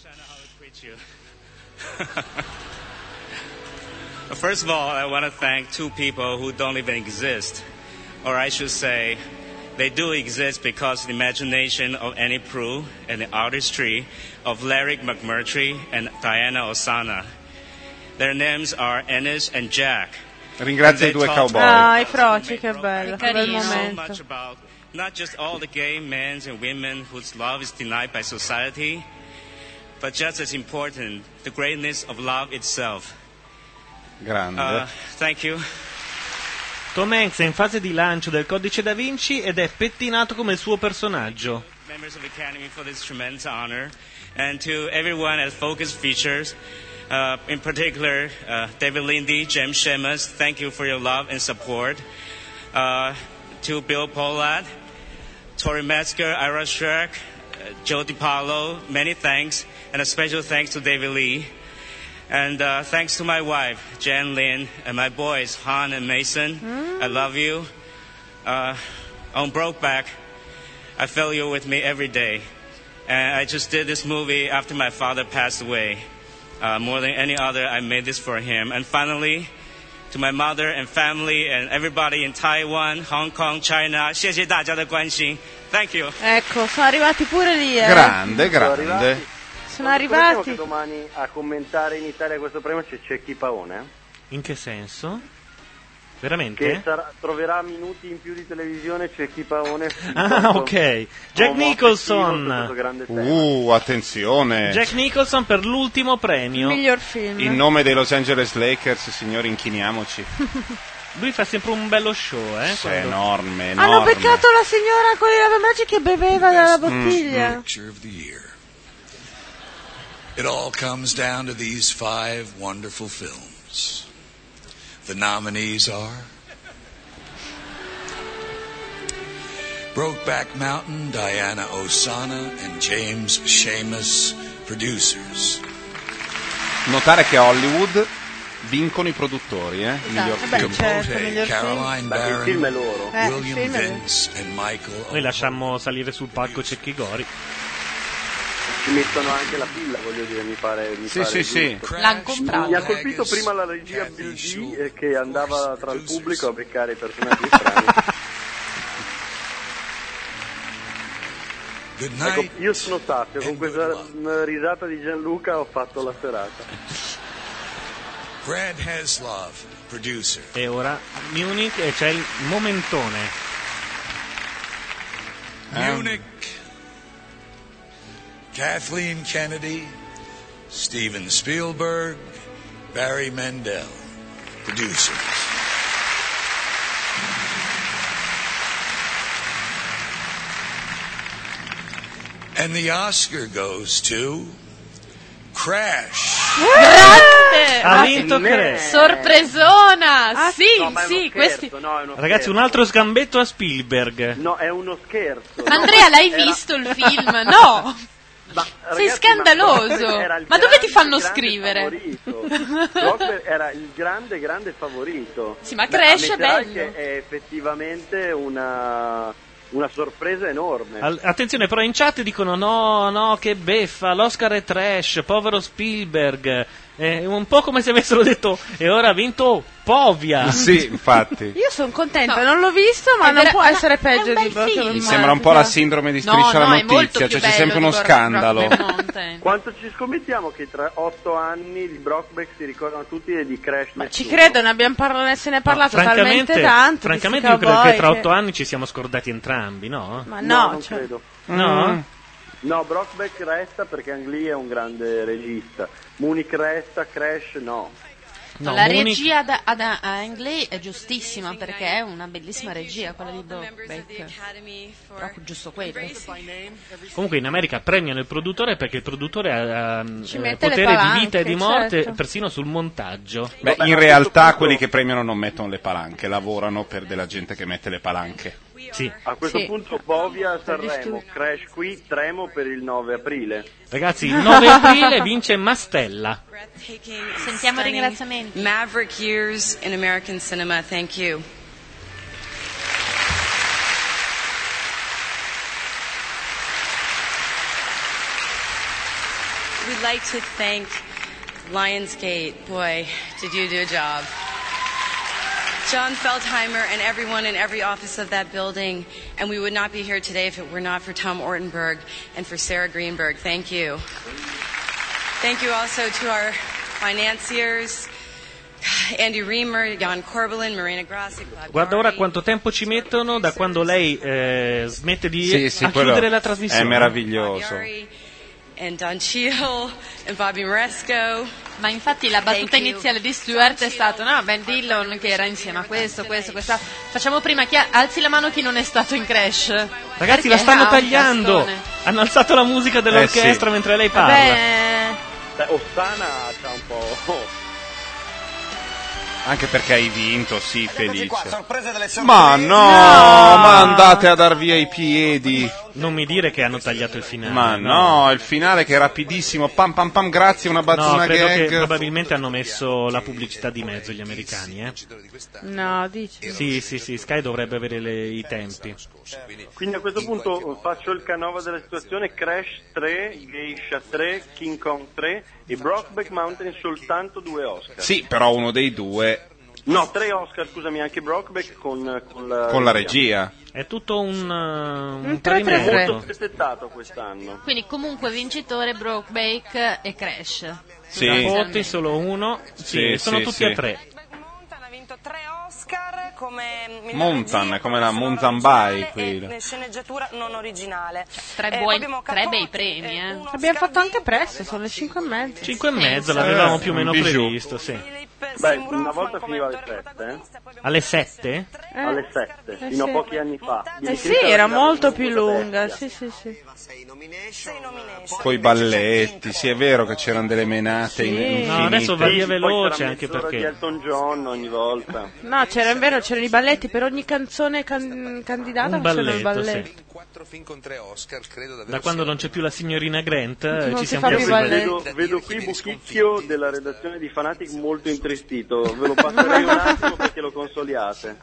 [SPEAKER 9] First of all, I want to thank two people who don't even exist. Or I should say, they do exist because of the imagination of Annie Proulx and the artistry of Larry McMurtry and Diana Ossana. Their names are Ennis and Jack.
[SPEAKER 5] Ringrazia i due cowboy.
[SPEAKER 4] Ah, i froci, che bello, che bel
[SPEAKER 3] carino.
[SPEAKER 9] So
[SPEAKER 4] momento.
[SPEAKER 9] much about not just all the gay men and women whose love is denied by society, but just as important, the greatness of love itself.
[SPEAKER 5] Grande.
[SPEAKER 9] Uh, thank you.
[SPEAKER 2] Tom Hanks è in fase di lancio del Codice da Vinci ed è pettinato come il suo personaggio.
[SPEAKER 9] Members of the Academy for this tremendous honor, and to everyone at Focus Features, uh, in particular uh, David Lindy, James Shemus, thank you for your love and support. Uh, to Bill Pollard, Tori Metzger, Ira Schreck, uh, Joe DiPaolo, many thanks, and a special thanks to David Lee. And uh, thanks to my wife, Jan Lin, and my boys, Han and Mason. I love you. Uh, on Brokeback, I feel you're with me every day. And I just did this movie after my father passed away. Uh, more than any other, I made this for him. And finally, to my mother and family and everybody in Taiwan, Hong Kong, China, 谢谢大家的关心. Thank you.
[SPEAKER 4] Ecco, sono arrivati pure lì, eh.
[SPEAKER 5] Grande, grande.
[SPEAKER 4] Sono
[SPEAKER 8] Sappiamo
[SPEAKER 4] arrivati.
[SPEAKER 8] che domani a commentare in Italia questo premio c'è Cecchi Paone,
[SPEAKER 2] In che senso?
[SPEAKER 8] che
[SPEAKER 2] Veramente?
[SPEAKER 8] sarà- troverà minuti in più di televisione Cecchi Paone.
[SPEAKER 2] Ah, ok. Jack Nicholson.
[SPEAKER 5] Uh, attenzione.
[SPEAKER 2] Jack Nicholson per l'ultimo premio.
[SPEAKER 4] Miglior film.
[SPEAKER 5] In nome dei Los Angeles Lakers, signori, inchiniamoci.
[SPEAKER 2] Lui fa sempre un bello show, eh?
[SPEAKER 5] È
[SPEAKER 2] quando-
[SPEAKER 5] enorme,
[SPEAKER 4] Hanno
[SPEAKER 5] enorme.
[SPEAKER 4] beccato la signora con i lavamaggi che beveva dalla bottiglia.
[SPEAKER 14] Picture of the year. It all comes down to these five wonderful films. The nominees are Brokeback Mountain, Diana Ossana and James Sheamus, producers.
[SPEAKER 5] Notare che a Hollywood vincono i produttori, eh? Il miglior
[SPEAKER 4] Vabbè,
[SPEAKER 5] film.
[SPEAKER 4] certo,
[SPEAKER 14] Capote,
[SPEAKER 4] miglior film.
[SPEAKER 14] Caroline
[SPEAKER 8] Beh, il
[SPEAKER 14] Barron,
[SPEAKER 8] film è loro.
[SPEAKER 4] Eh, il
[SPEAKER 14] William
[SPEAKER 4] film è loro.
[SPEAKER 14] Vince and Michael
[SPEAKER 2] Noi lasciamo salire sul palco Cecchi Gori.
[SPEAKER 8] Ci mettono anche la pilla, voglio dire, mi pare. Mi
[SPEAKER 5] Sì,
[SPEAKER 8] pare
[SPEAKER 5] sì, sì.
[SPEAKER 8] giusto.
[SPEAKER 3] L'hanno comprato.
[SPEAKER 8] Mi ha colpito prima la regia Bill D eh, che andava tra il pubblico a beccare i personaggi strani.
[SPEAKER 14] Good
[SPEAKER 8] Ecco,
[SPEAKER 14] night.
[SPEAKER 8] io sono Sazio, con questa mm, risata di Gianluca ho fatto la serata.
[SPEAKER 14] Brad Heslov, producer.
[SPEAKER 2] E ora Munich e c'è il momentone.
[SPEAKER 14] Munich. Kathleen Kennedy, Steven Spielberg, Barry Mendel, producers. And the Oscar goes to Crash.
[SPEAKER 3] Grande!
[SPEAKER 2] Ha vinto Crash.
[SPEAKER 3] Sorpresona! Sì,
[SPEAKER 8] No, ma è uno
[SPEAKER 3] sì,
[SPEAKER 8] scherzo,
[SPEAKER 3] questi...
[SPEAKER 8] no, è uno
[SPEAKER 2] Ragazzi,
[SPEAKER 8] scherzo.
[SPEAKER 2] un altro scambetto a Spielberg.
[SPEAKER 8] No, è uno scherzo.
[SPEAKER 3] Andrea, l'hai
[SPEAKER 8] Era-
[SPEAKER 3] visto il film? No!
[SPEAKER 8] Ma,
[SPEAKER 3] Sei
[SPEAKER 8] ragazzi,
[SPEAKER 3] scandaloso.
[SPEAKER 8] Ma, era il
[SPEAKER 3] Ma dove ti
[SPEAKER 8] grande,
[SPEAKER 3] fanno
[SPEAKER 8] grande
[SPEAKER 3] scrivere?
[SPEAKER 8] favorito. Brokeback era il grande, grande favorito.
[SPEAKER 3] Sì, ma
[SPEAKER 8] Beh,
[SPEAKER 3] Crash è
[SPEAKER 8] ammetterai
[SPEAKER 3] bello.
[SPEAKER 8] che è effettivamente una, una sorpresa enorme.
[SPEAKER 2] Al- attenzione, però in chat dicono no, no, che beffa, l'Oscar è trash, povero Spielberg. È un po' come se avessero detto e ora ha vinto Povia.
[SPEAKER 5] Sì, infatti.
[SPEAKER 4] Io sono contenta, non l'ho visto, ma
[SPEAKER 3] È
[SPEAKER 4] non
[SPEAKER 3] vera-
[SPEAKER 4] può
[SPEAKER 3] ma
[SPEAKER 4] essere
[SPEAKER 3] è
[SPEAKER 4] peggio
[SPEAKER 3] un
[SPEAKER 4] di
[SPEAKER 3] bel
[SPEAKER 4] Brokeback
[SPEAKER 3] film.
[SPEAKER 5] Mi sembra un po' la sindrome di
[SPEAKER 3] No,
[SPEAKER 5] Striscia
[SPEAKER 3] no,
[SPEAKER 5] la
[SPEAKER 3] è molto
[SPEAKER 5] notizia,
[SPEAKER 3] più
[SPEAKER 5] cioè c'è
[SPEAKER 3] bello
[SPEAKER 5] sempre
[SPEAKER 3] di
[SPEAKER 5] uno
[SPEAKER 3] Brokeback
[SPEAKER 5] scandalo.
[SPEAKER 3] Mountain.
[SPEAKER 8] Quanto ci scommettiamo che tra otto anni di Brokeback si ricordano tutti e di Crash
[SPEAKER 4] Ma ci
[SPEAKER 8] nessuno?
[SPEAKER 4] credo, ne abbiamo parlato, se ne è parlato talmente tanto.
[SPEAKER 2] francamente
[SPEAKER 4] di
[SPEAKER 2] io
[SPEAKER 4] sti
[SPEAKER 2] credo che
[SPEAKER 4] cowboy
[SPEAKER 2] tra otto
[SPEAKER 4] che-
[SPEAKER 2] anni ci siamo scordati entrambi, no?
[SPEAKER 4] Ma
[SPEAKER 8] No,
[SPEAKER 4] no,
[SPEAKER 8] non
[SPEAKER 4] cioè-
[SPEAKER 8] credo.
[SPEAKER 2] No?
[SPEAKER 5] Mm.
[SPEAKER 8] No, Brokeback resta perché Ang Lee è un grande regista. Munich resta, Crash no.
[SPEAKER 2] No,
[SPEAKER 3] la
[SPEAKER 2] Munich-
[SPEAKER 3] regia ad, ad Ang Lee è giustissima perché è una bellissima regia quella di Brokeback. Però giusto quello.
[SPEAKER 2] Comunque in America premiano il produttore perché il produttore ha ha,
[SPEAKER 4] Ci
[SPEAKER 2] eh,
[SPEAKER 4] mette le
[SPEAKER 2] potere di
[SPEAKER 4] palanche,
[SPEAKER 2] vita e di morte
[SPEAKER 4] certo.
[SPEAKER 2] persino sul montaggio.
[SPEAKER 5] Beh, in realtà quelli che premiano non mettono le palanche, lavorano per della gente che mette le palanche.
[SPEAKER 2] Sì.
[SPEAKER 8] A questo
[SPEAKER 4] Sì.
[SPEAKER 8] punto Bovia a
[SPEAKER 4] Per gli
[SPEAKER 8] Sanremo,
[SPEAKER 4] studi.
[SPEAKER 8] Crash qui, Tremo per il nove aprile.
[SPEAKER 2] Ragazzi, il nove aprile vince Mastella.
[SPEAKER 3] Sentiamo i ringraziamenti.
[SPEAKER 18] Maverick years in American cinema. Thank you. We'd like to thank Lionsgate. Boy, did you do a job. John Feldheimer and everyone in every office of that building, and we would not be here today if it were not for Tom Ortenberg and for Sarah Greenberg. Thank you. Thank you also to our financiers, Andy Reamer, Jan Corbelin, Marina Grassi, Claudia
[SPEAKER 2] Guarda ora quanto tempo ci mettono da quando lei eh, smette di
[SPEAKER 5] Sì, sì,
[SPEAKER 2] a
[SPEAKER 5] quello
[SPEAKER 2] chiudere la trasmissione.
[SPEAKER 5] è meraviglioso.
[SPEAKER 18] and Don Cheadle and Bobby Moresco.
[SPEAKER 3] Ma infatti la battuta iniziale di Stewart è stata no, Ben Dillon che era insieme a questo, questo, questa. Facciamo prima chi ha- alzi la mano chi non è stato in Crash.
[SPEAKER 2] Ragazzi,
[SPEAKER 3] Perché
[SPEAKER 2] la stanno
[SPEAKER 3] ha un
[SPEAKER 2] tagliando.
[SPEAKER 3] castone.
[SPEAKER 2] Hanno alzato la musica dell'orchestra
[SPEAKER 5] Eh sì.
[SPEAKER 2] mentre lei parla.
[SPEAKER 4] Vabbè,
[SPEAKER 8] Beh, Ossana c'ha un po'...
[SPEAKER 5] Anche perché hai vinto, sì, felice.
[SPEAKER 11] Sorprese delle sorprese.
[SPEAKER 5] Ma no, ma andate a dar via i piedi.
[SPEAKER 2] Non mi dire che hanno tagliato il finale.
[SPEAKER 5] Ma no, il finale che è rapidissimo, pam pam pam, grazie, una
[SPEAKER 2] No,
[SPEAKER 5] battuna
[SPEAKER 2] credo
[SPEAKER 5] gag.
[SPEAKER 2] che probabilmente hanno messo la pubblicità di mezzo gli americani, eh.
[SPEAKER 4] no, dici.
[SPEAKER 2] Sì, sì, sì, Sky dovrebbe avere le- i tempi.
[SPEAKER 8] Quindi a questo punto faccio il canova della situazione: Crash tre, Geisha tre, King Kong tre e Brokeback Mountain soltanto due Oscar.
[SPEAKER 5] Sì, però uno dei due
[SPEAKER 8] No, tre Oscar, scusami, anche Brokeback con, con la
[SPEAKER 5] con la regia.
[SPEAKER 2] È tutto un, uh, un
[SPEAKER 4] tre tre tre.
[SPEAKER 2] tradimento.
[SPEAKER 8] Molto spezzettato quest'anno.
[SPEAKER 3] Quindi comunque vincitore Brokeback e Crash.
[SPEAKER 5] Sì.
[SPEAKER 2] Voti solo uno. Sì,
[SPEAKER 5] Sì,
[SPEAKER 2] sono
[SPEAKER 5] sì,
[SPEAKER 2] tutti
[SPEAKER 5] sì.
[SPEAKER 2] a tre.
[SPEAKER 18] Ha vinto tre Oscar come miglior
[SPEAKER 5] Montan,
[SPEAKER 18] regia,
[SPEAKER 5] come la
[SPEAKER 18] sonora
[SPEAKER 5] Montan
[SPEAKER 18] originale
[SPEAKER 5] Bai, qui.
[SPEAKER 18] e sceneggiatura non originale.
[SPEAKER 3] Tre,
[SPEAKER 18] Eh,
[SPEAKER 3] buoni,
[SPEAKER 18] abbiamo
[SPEAKER 3] tre bei
[SPEAKER 18] Capote,
[SPEAKER 3] premi, eh.
[SPEAKER 18] uno
[SPEAKER 4] Abbiamo
[SPEAKER 18] Oscar
[SPEAKER 4] fatto anche
[SPEAKER 18] vinto,
[SPEAKER 4] presto, sono le cinque e mezza.
[SPEAKER 2] Cinque e mezza
[SPEAKER 3] Pensa.
[SPEAKER 2] l'avevamo
[SPEAKER 5] Eh,
[SPEAKER 2] più o
[SPEAKER 5] un
[SPEAKER 2] meno
[SPEAKER 5] bijou.
[SPEAKER 2] previsto, sì.
[SPEAKER 8] Beh, una volta finiva alle sette, eh?
[SPEAKER 2] Alle sette?
[SPEAKER 4] Eh,
[SPEAKER 8] Alle sette,
[SPEAKER 4] eh
[SPEAKER 8] fino
[SPEAKER 4] sì.
[SPEAKER 8] a pochi anni fa.
[SPEAKER 4] Eh
[SPEAKER 8] Viene
[SPEAKER 4] sì,
[SPEAKER 8] scritta
[SPEAKER 4] era
[SPEAKER 8] la
[SPEAKER 4] molto
[SPEAKER 8] finale
[SPEAKER 4] più
[SPEAKER 8] con questa
[SPEAKER 4] lunga,
[SPEAKER 8] bestia.
[SPEAKER 4] sì, sì, sì.
[SPEAKER 11] Sei nomination.
[SPEAKER 5] Coi balletti, sì, è vero che c'erano delle menate
[SPEAKER 4] Sì.
[SPEAKER 5] in- infinite.
[SPEAKER 2] No, adesso va via
[SPEAKER 8] Poi
[SPEAKER 2] veloce
[SPEAKER 8] c'era
[SPEAKER 2] anche
[SPEAKER 8] mezz'ora di
[SPEAKER 2] perché...
[SPEAKER 8] Elton John ogni volta.
[SPEAKER 4] No, c'era, è vero, c'erano i balletti, per ogni canzone can- candidata
[SPEAKER 2] Un
[SPEAKER 4] facevano il
[SPEAKER 2] balletto,
[SPEAKER 4] balletto.
[SPEAKER 1] Quattro film con tre Oscar, credo davvero.
[SPEAKER 2] Da quando non c'è più la signorina Grant eh,
[SPEAKER 4] Non
[SPEAKER 2] ci
[SPEAKER 4] si
[SPEAKER 2] siamo
[SPEAKER 4] fa
[SPEAKER 2] persi
[SPEAKER 4] più
[SPEAKER 2] i
[SPEAKER 4] balletti.
[SPEAKER 2] balletti.
[SPEAKER 8] Vedo, vedo qui Buchicchio della redazione di Fanatic molto intristito. Ve lo passerei un attimo perché lo consoliate.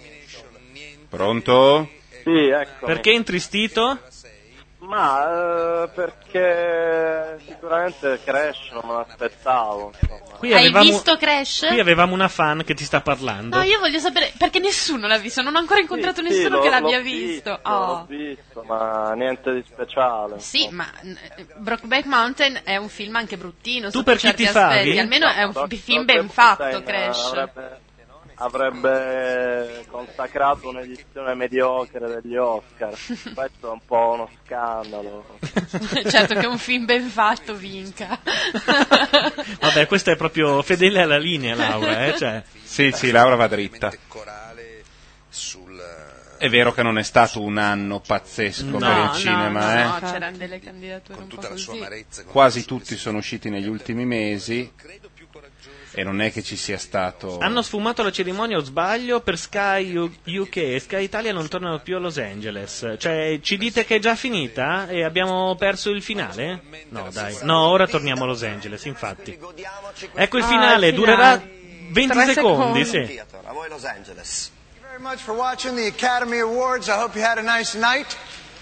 [SPEAKER 5] Pronto?
[SPEAKER 8] Sì, ecco.
[SPEAKER 2] Perché intristito?
[SPEAKER 8] Ma eh, perché sicuramente Crash non me l'aspettavo. Insomma.
[SPEAKER 2] Qui
[SPEAKER 3] Hai
[SPEAKER 2] avevamo,
[SPEAKER 3] visto Crash?
[SPEAKER 2] qui avevamo una fan che ti sta parlando.
[SPEAKER 3] No, io voglio sapere perché nessuno l'ha visto, non ho ancora incontrato
[SPEAKER 8] Sì,
[SPEAKER 3] nessuno
[SPEAKER 8] sì,
[SPEAKER 3] che
[SPEAKER 8] l'ho-
[SPEAKER 3] l'abbia
[SPEAKER 8] l'ho
[SPEAKER 3] visto.
[SPEAKER 8] L'ho
[SPEAKER 3] Oh.
[SPEAKER 8] visto, ma niente di speciale.
[SPEAKER 3] Sì, ma eh, Brokeback Mountain è un film anche bruttino
[SPEAKER 2] Tu
[SPEAKER 3] sotto
[SPEAKER 2] per chi
[SPEAKER 3] certi
[SPEAKER 2] ti favi?
[SPEAKER 3] aspetti, almeno è un
[SPEAKER 8] Doc-
[SPEAKER 3] film
[SPEAKER 8] Doctor
[SPEAKER 3] ben fatto,
[SPEAKER 8] Mountain
[SPEAKER 3] Crash.
[SPEAKER 8] Avrebbe, avrebbe consacrato un'edizione mediocre degli Oscar. Questo è un po' uno scandalo.
[SPEAKER 3] Certo che un film ben fatto vinca.
[SPEAKER 2] Vabbè, questa è proprio fedele alla linea, Laura, eh? Cioè,
[SPEAKER 5] Sì, sì, Laura va dritta.
[SPEAKER 1] Corale sul...
[SPEAKER 5] È vero che non è stato un anno pazzesco
[SPEAKER 2] No,
[SPEAKER 5] per il
[SPEAKER 3] no,
[SPEAKER 5] cinema,
[SPEAKER 3] no,
[SPEAKER 5] eh?
[SPEAKER 3] no, c'erano delle candidature
[SPEAKER 1] con
[SPEAKER 3] un po'
[SPEAKER 1] tutta la sua
[SPEAKER 3] così.
[SPEAKER 1] amarezza. con
[SPEAKER 5] Quasi
[SPEAKER 1] tutta la
[SPEAKER 5] tutti
[SPEAKER 1] sua
[SPEAKER 5] sono usciti negli ultimi mesi.
[SPEAKER 1] credo più coraggioso
[SPEAKER 5] E non è che ci sia stato...
[SPEAKER 2] Hanno sfumato la cerimonia, o sbaglio, per Sky U K e Sky Italia non tornano più a Los Angeles. Cioè, ci dite che è già finita e abbiamo perso il finale? No, dai. No, ora torniamo a Los Angeles, infatti. Ecco il finale,
[SPEAKER 4] ah, il finale.
[SPEAKER 2] durerà venti
[SPEAKER 4] Tre
[SPEAKER 2] secondi,
[SPEAKER 4] secondi.
[SPEAKER 2] sì.
[SPEAKER 11] A voi Los Angeles.
[SPEAKER 16] Thank you very much for watching the Academy Awards. I hope you had a nice night.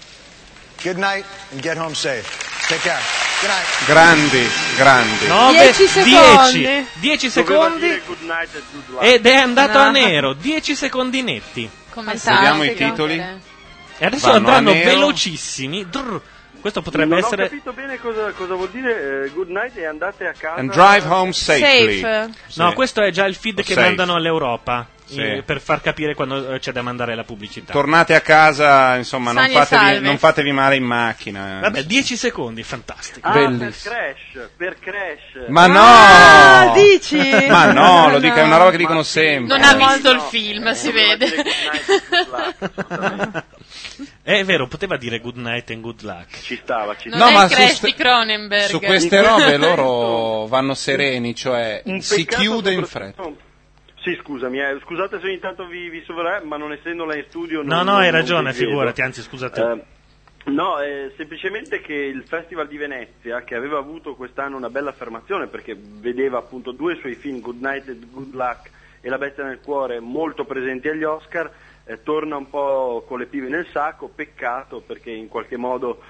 [SPEAKER 16] Good night and get home safe. Take care. Good night.
[SPEAKER 5] Grandi, grandi.
[SPEAKER 2] nove,
[SPEAKER 4] Dieci secondi.
[SPEAKER 2] dieci, dieci
[SPEAKER 8] Doveva
[SPEAKER 2] secondi
[SPEAKER 8] dire good night e good luck.
[SPEAKER 2] ed è andato
[SPEAKER 4] No.
[SPEAKER 2] a nero, dieci secondi netti.
[SPEAKER 3] Come
[SPEAKER 5] Vediamo i
[SPEAKER 3] fantastico.
[SPEAKER 5] titoli.
[SPEAKER 2] E adesso
[SPEAKER 5] Vanno
[SPEAKER 2] andranno
[SPEAKER 5] a nero.
[SPEAKER 2] velocissimi. Drr. Questo potrebbe
[SPEAKER 8] non
[SPEAKER 2] essere...
[SPEAKER 8] ho capito bene cosa, cosa vuol dire eh, good night e andate a casa.
[SPEAKER 5] And drive home safely.
[SPEAKER 4] Safe.
[SPEAKER 2] No,
[SPEAKER 5] Sì.
[SPEAKER 2] questo è già il feed
[SPEAKER 5] O
[SPEAKER 2] che
[SPEAKER 5] safe.
[SPEAKER 2] mandano all'Europa.
[SPEAKER 5] Sì.
[SPEAKER 2] eh, per far capire quando eh, c'è da mandare la pubblicità.
[SPEAKER 5] Tornate a casa, insomma, non
[SPEAKER 4] Sani e
[SPEAKER 5] fatevi,
[SPEAKER 4] salve.
[SPEAKER 5] non fatevi male in macchina.
[SPEAKER 2] Vabbè, dieci secondi, fantastico.
[SPEAKER 8] Ah, per
[SPEAKER 5] Bellissimo.
[SPEAKER 8] Crash, per Crash.
[SPEAKER 5] Ma no!
[SPEAKER 4] Ah, dici?
[SPEAKER 5] Ma no, lo dico, è una roba che
[SPEAKER 8] Ma
[SPEAKER 5] dicono
[SPEAKER 8] sì,
[SPEAKER 5] sempre.
[SPEAKER 3] Non ha
[SPEAKER 8] no,
[SPEAKER 3] visto il
[SPEAKER 8] no,
[SPEAKER 3] film,
[SPEAKER 8] eh,
[SPEAKER 3] si
[SPEAKER 8] doveva
[SPEAKER 3] vede.
[SPEAKER 8] dire good night e good luck, assolutamente.
[SPEAKER 2] È vero, poteva dire good night and good luck.
[SPEAKER 8] Ci stava, ci
[SPEAKER 3] Non
[SPEAKER 5] No,
[SPEAKER 3] è
[SPEAKER 5] ma
[SPEAKER 3] il
[SPEAKER 5] su
[SPEAKER 3] Crash
[SPEAKER 5] ste-
[SPEAKER 3] di Cronenberg.
[SPEAKER 5] Su queste robe loro vanno sereni, cioè
[SPEAKER 8] Un
[SPEAKER 5] si
[SPEAKER 8] peccato
[SPEAKER 5] chiude in
[SPEAKER 8] soprattutto-
[SPEAKER 5] fretta.
[SPEAKER 8] Sì, scusami, eh, scusate se ogni tanto vi, vi sovra, ma non essendola in studio...
[SPEAKER 2] No,
[SPEAKER 8] non,
[SPEAKER 2] no,
[SPEAKER 8] non-
[SPEAKER 2] hai
[SPEAKER 8] non
[SPEAKER 2] ragione,
[SPEAKER 8] vi vedo.
[SPEAKER 2] figurati, anzi, scusate.
[SPEAKER 8] Eh, no, è semplicemente che il Festival di Venezia, che aveva avuto quest'anno una bella affermazione, perché vedeva appunto due suoi film, Good Night and Good Luck e La bestia nel cuore, molto presenti agli Oscar, eh, torna un po' con le pive nel sacco, peccato perché in qualche modo...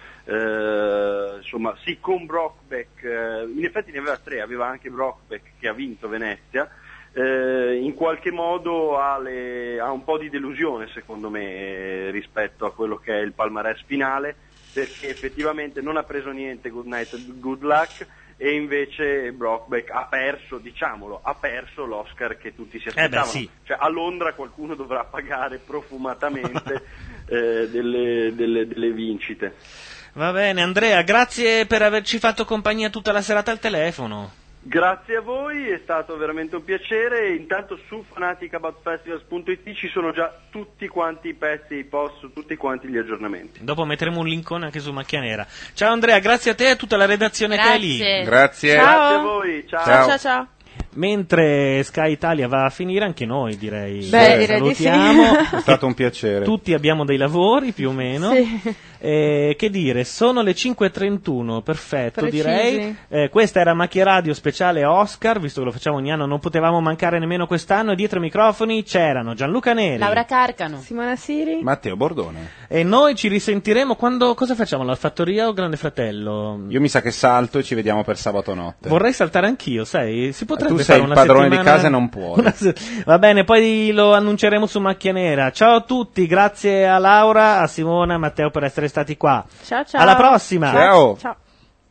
[SPEAKER 8] Eh, insomma, sì, con Brokeback, eh, in effetti ne aveva tre, aveva anche Brokeback che ha vinto Venezia, eh, in qualche modo ha, le, ha un po' di delusione secondo me eh, rispetto a quello che è il palmarès finale, perché effettivamente non ha preso niente Good Night and Good Luck e invece Brokeback ha perso, diciamolo, ha perso l'Oscar che tutti si aspettavano.
[SPEAKER 2] Eh beh, sì.
[SPEAKER 8] Cioè a Londra qualcuno dovrà pagare profumatamente eh, delle, delle, delle vincite.
[SPEAKER 2] Va bene, Andrea, grazie per averci fatto compagnia tutta la serata al telefono.
[SPEAKER 8] Grazie a voi, è stato veramente un piacere. Intanto su fanatic about festivals punto it ci sono già tutti quanti i pezzi, i post, su tutti quanti gli aggiornamenti.
[SPEAKER 2] Dopo metteremo un linkone anche su Macchia Nera. Ciao Andrea, grazie a te e a tutta la redazione che è lì.
[SPEAKER 3] Grazie.
[SPEAKER 5] Grazie.
[SPEAKER 4] Ciao.
[SPEAKER 8] Grazie a voi, ciao.
[SPEAKER 4] Ciao, ciao, ciao.
[SPEAKER 2] Mentre Sky Italia va a finire, anche noi direi.
[SPEAKER 4] Beh,
[SPEAKER 2] Eh,
[SPEAKER 4] direi di sì.
[SPEAKER 2] salutiamo.
[SPEAKER 5] È stato un piacere.
[SPEAKER 2] Tutti abbiamo dei lavori più o meno.
[SPEAKER 4] Sì.
[SPEAKER 2] Eh, che dire, sono le cinque e trentuno, perfetto
[SPEAKER 4] Precisi.
[SPEAKER 2] direi. Eh, questa era Macchia Radio speciale Oscar, visto che lo facciamo ogni anno, non potevamo mancare nemmeno quest'anno. E dietro i microfoni c'erano Gianluca Neri,
[SPEAKER 3] Laura Carcano,
[SPEAKER 4] Simona Siri.
[SPEAKER 5] Matteo Bordone.
[SPEAKER 2] e noi ci risentiremo quando. Cosa facciamo? La Fattoria o Grande Fratello?
[SPEAKER 5] Io mi sa che salto e ci vediamo per sabato notte.
[SPEAKER 2] Vorrei saltare anch'io, sai? Si potrebbe
[SPEAKER 5] Tu
[SPEAKER 2] fare
[SPEAKER 5] sei il
[SPEAKER 2] una
[SPEAKER 5] padrone di
[SPEAKER 2] settimana-
[SPEAKER 5] casa e non puoi.
[SPEAKER 2] una se- Va bene, poi lo annunceremo su Macchia Nera. Ciao a tutti, grazie a Laura, a Simona, a Matteo per essere stati qua.
[SPEAKER 4] Ciao, ciao.
[SPEAKER 2] Alla prossima.
[SPEAKER 5] Ciao.
[SPEAKER 4] Ciao.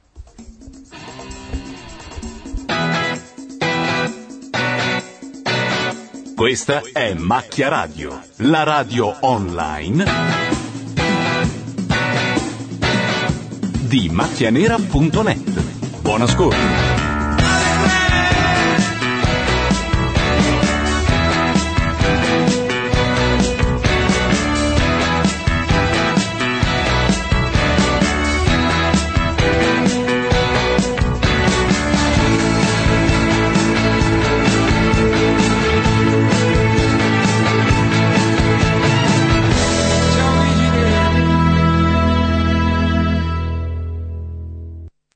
[SPEAKER 19] Questa è Macchia Radio, la radio online di macchianera punto net. Buon ascolto.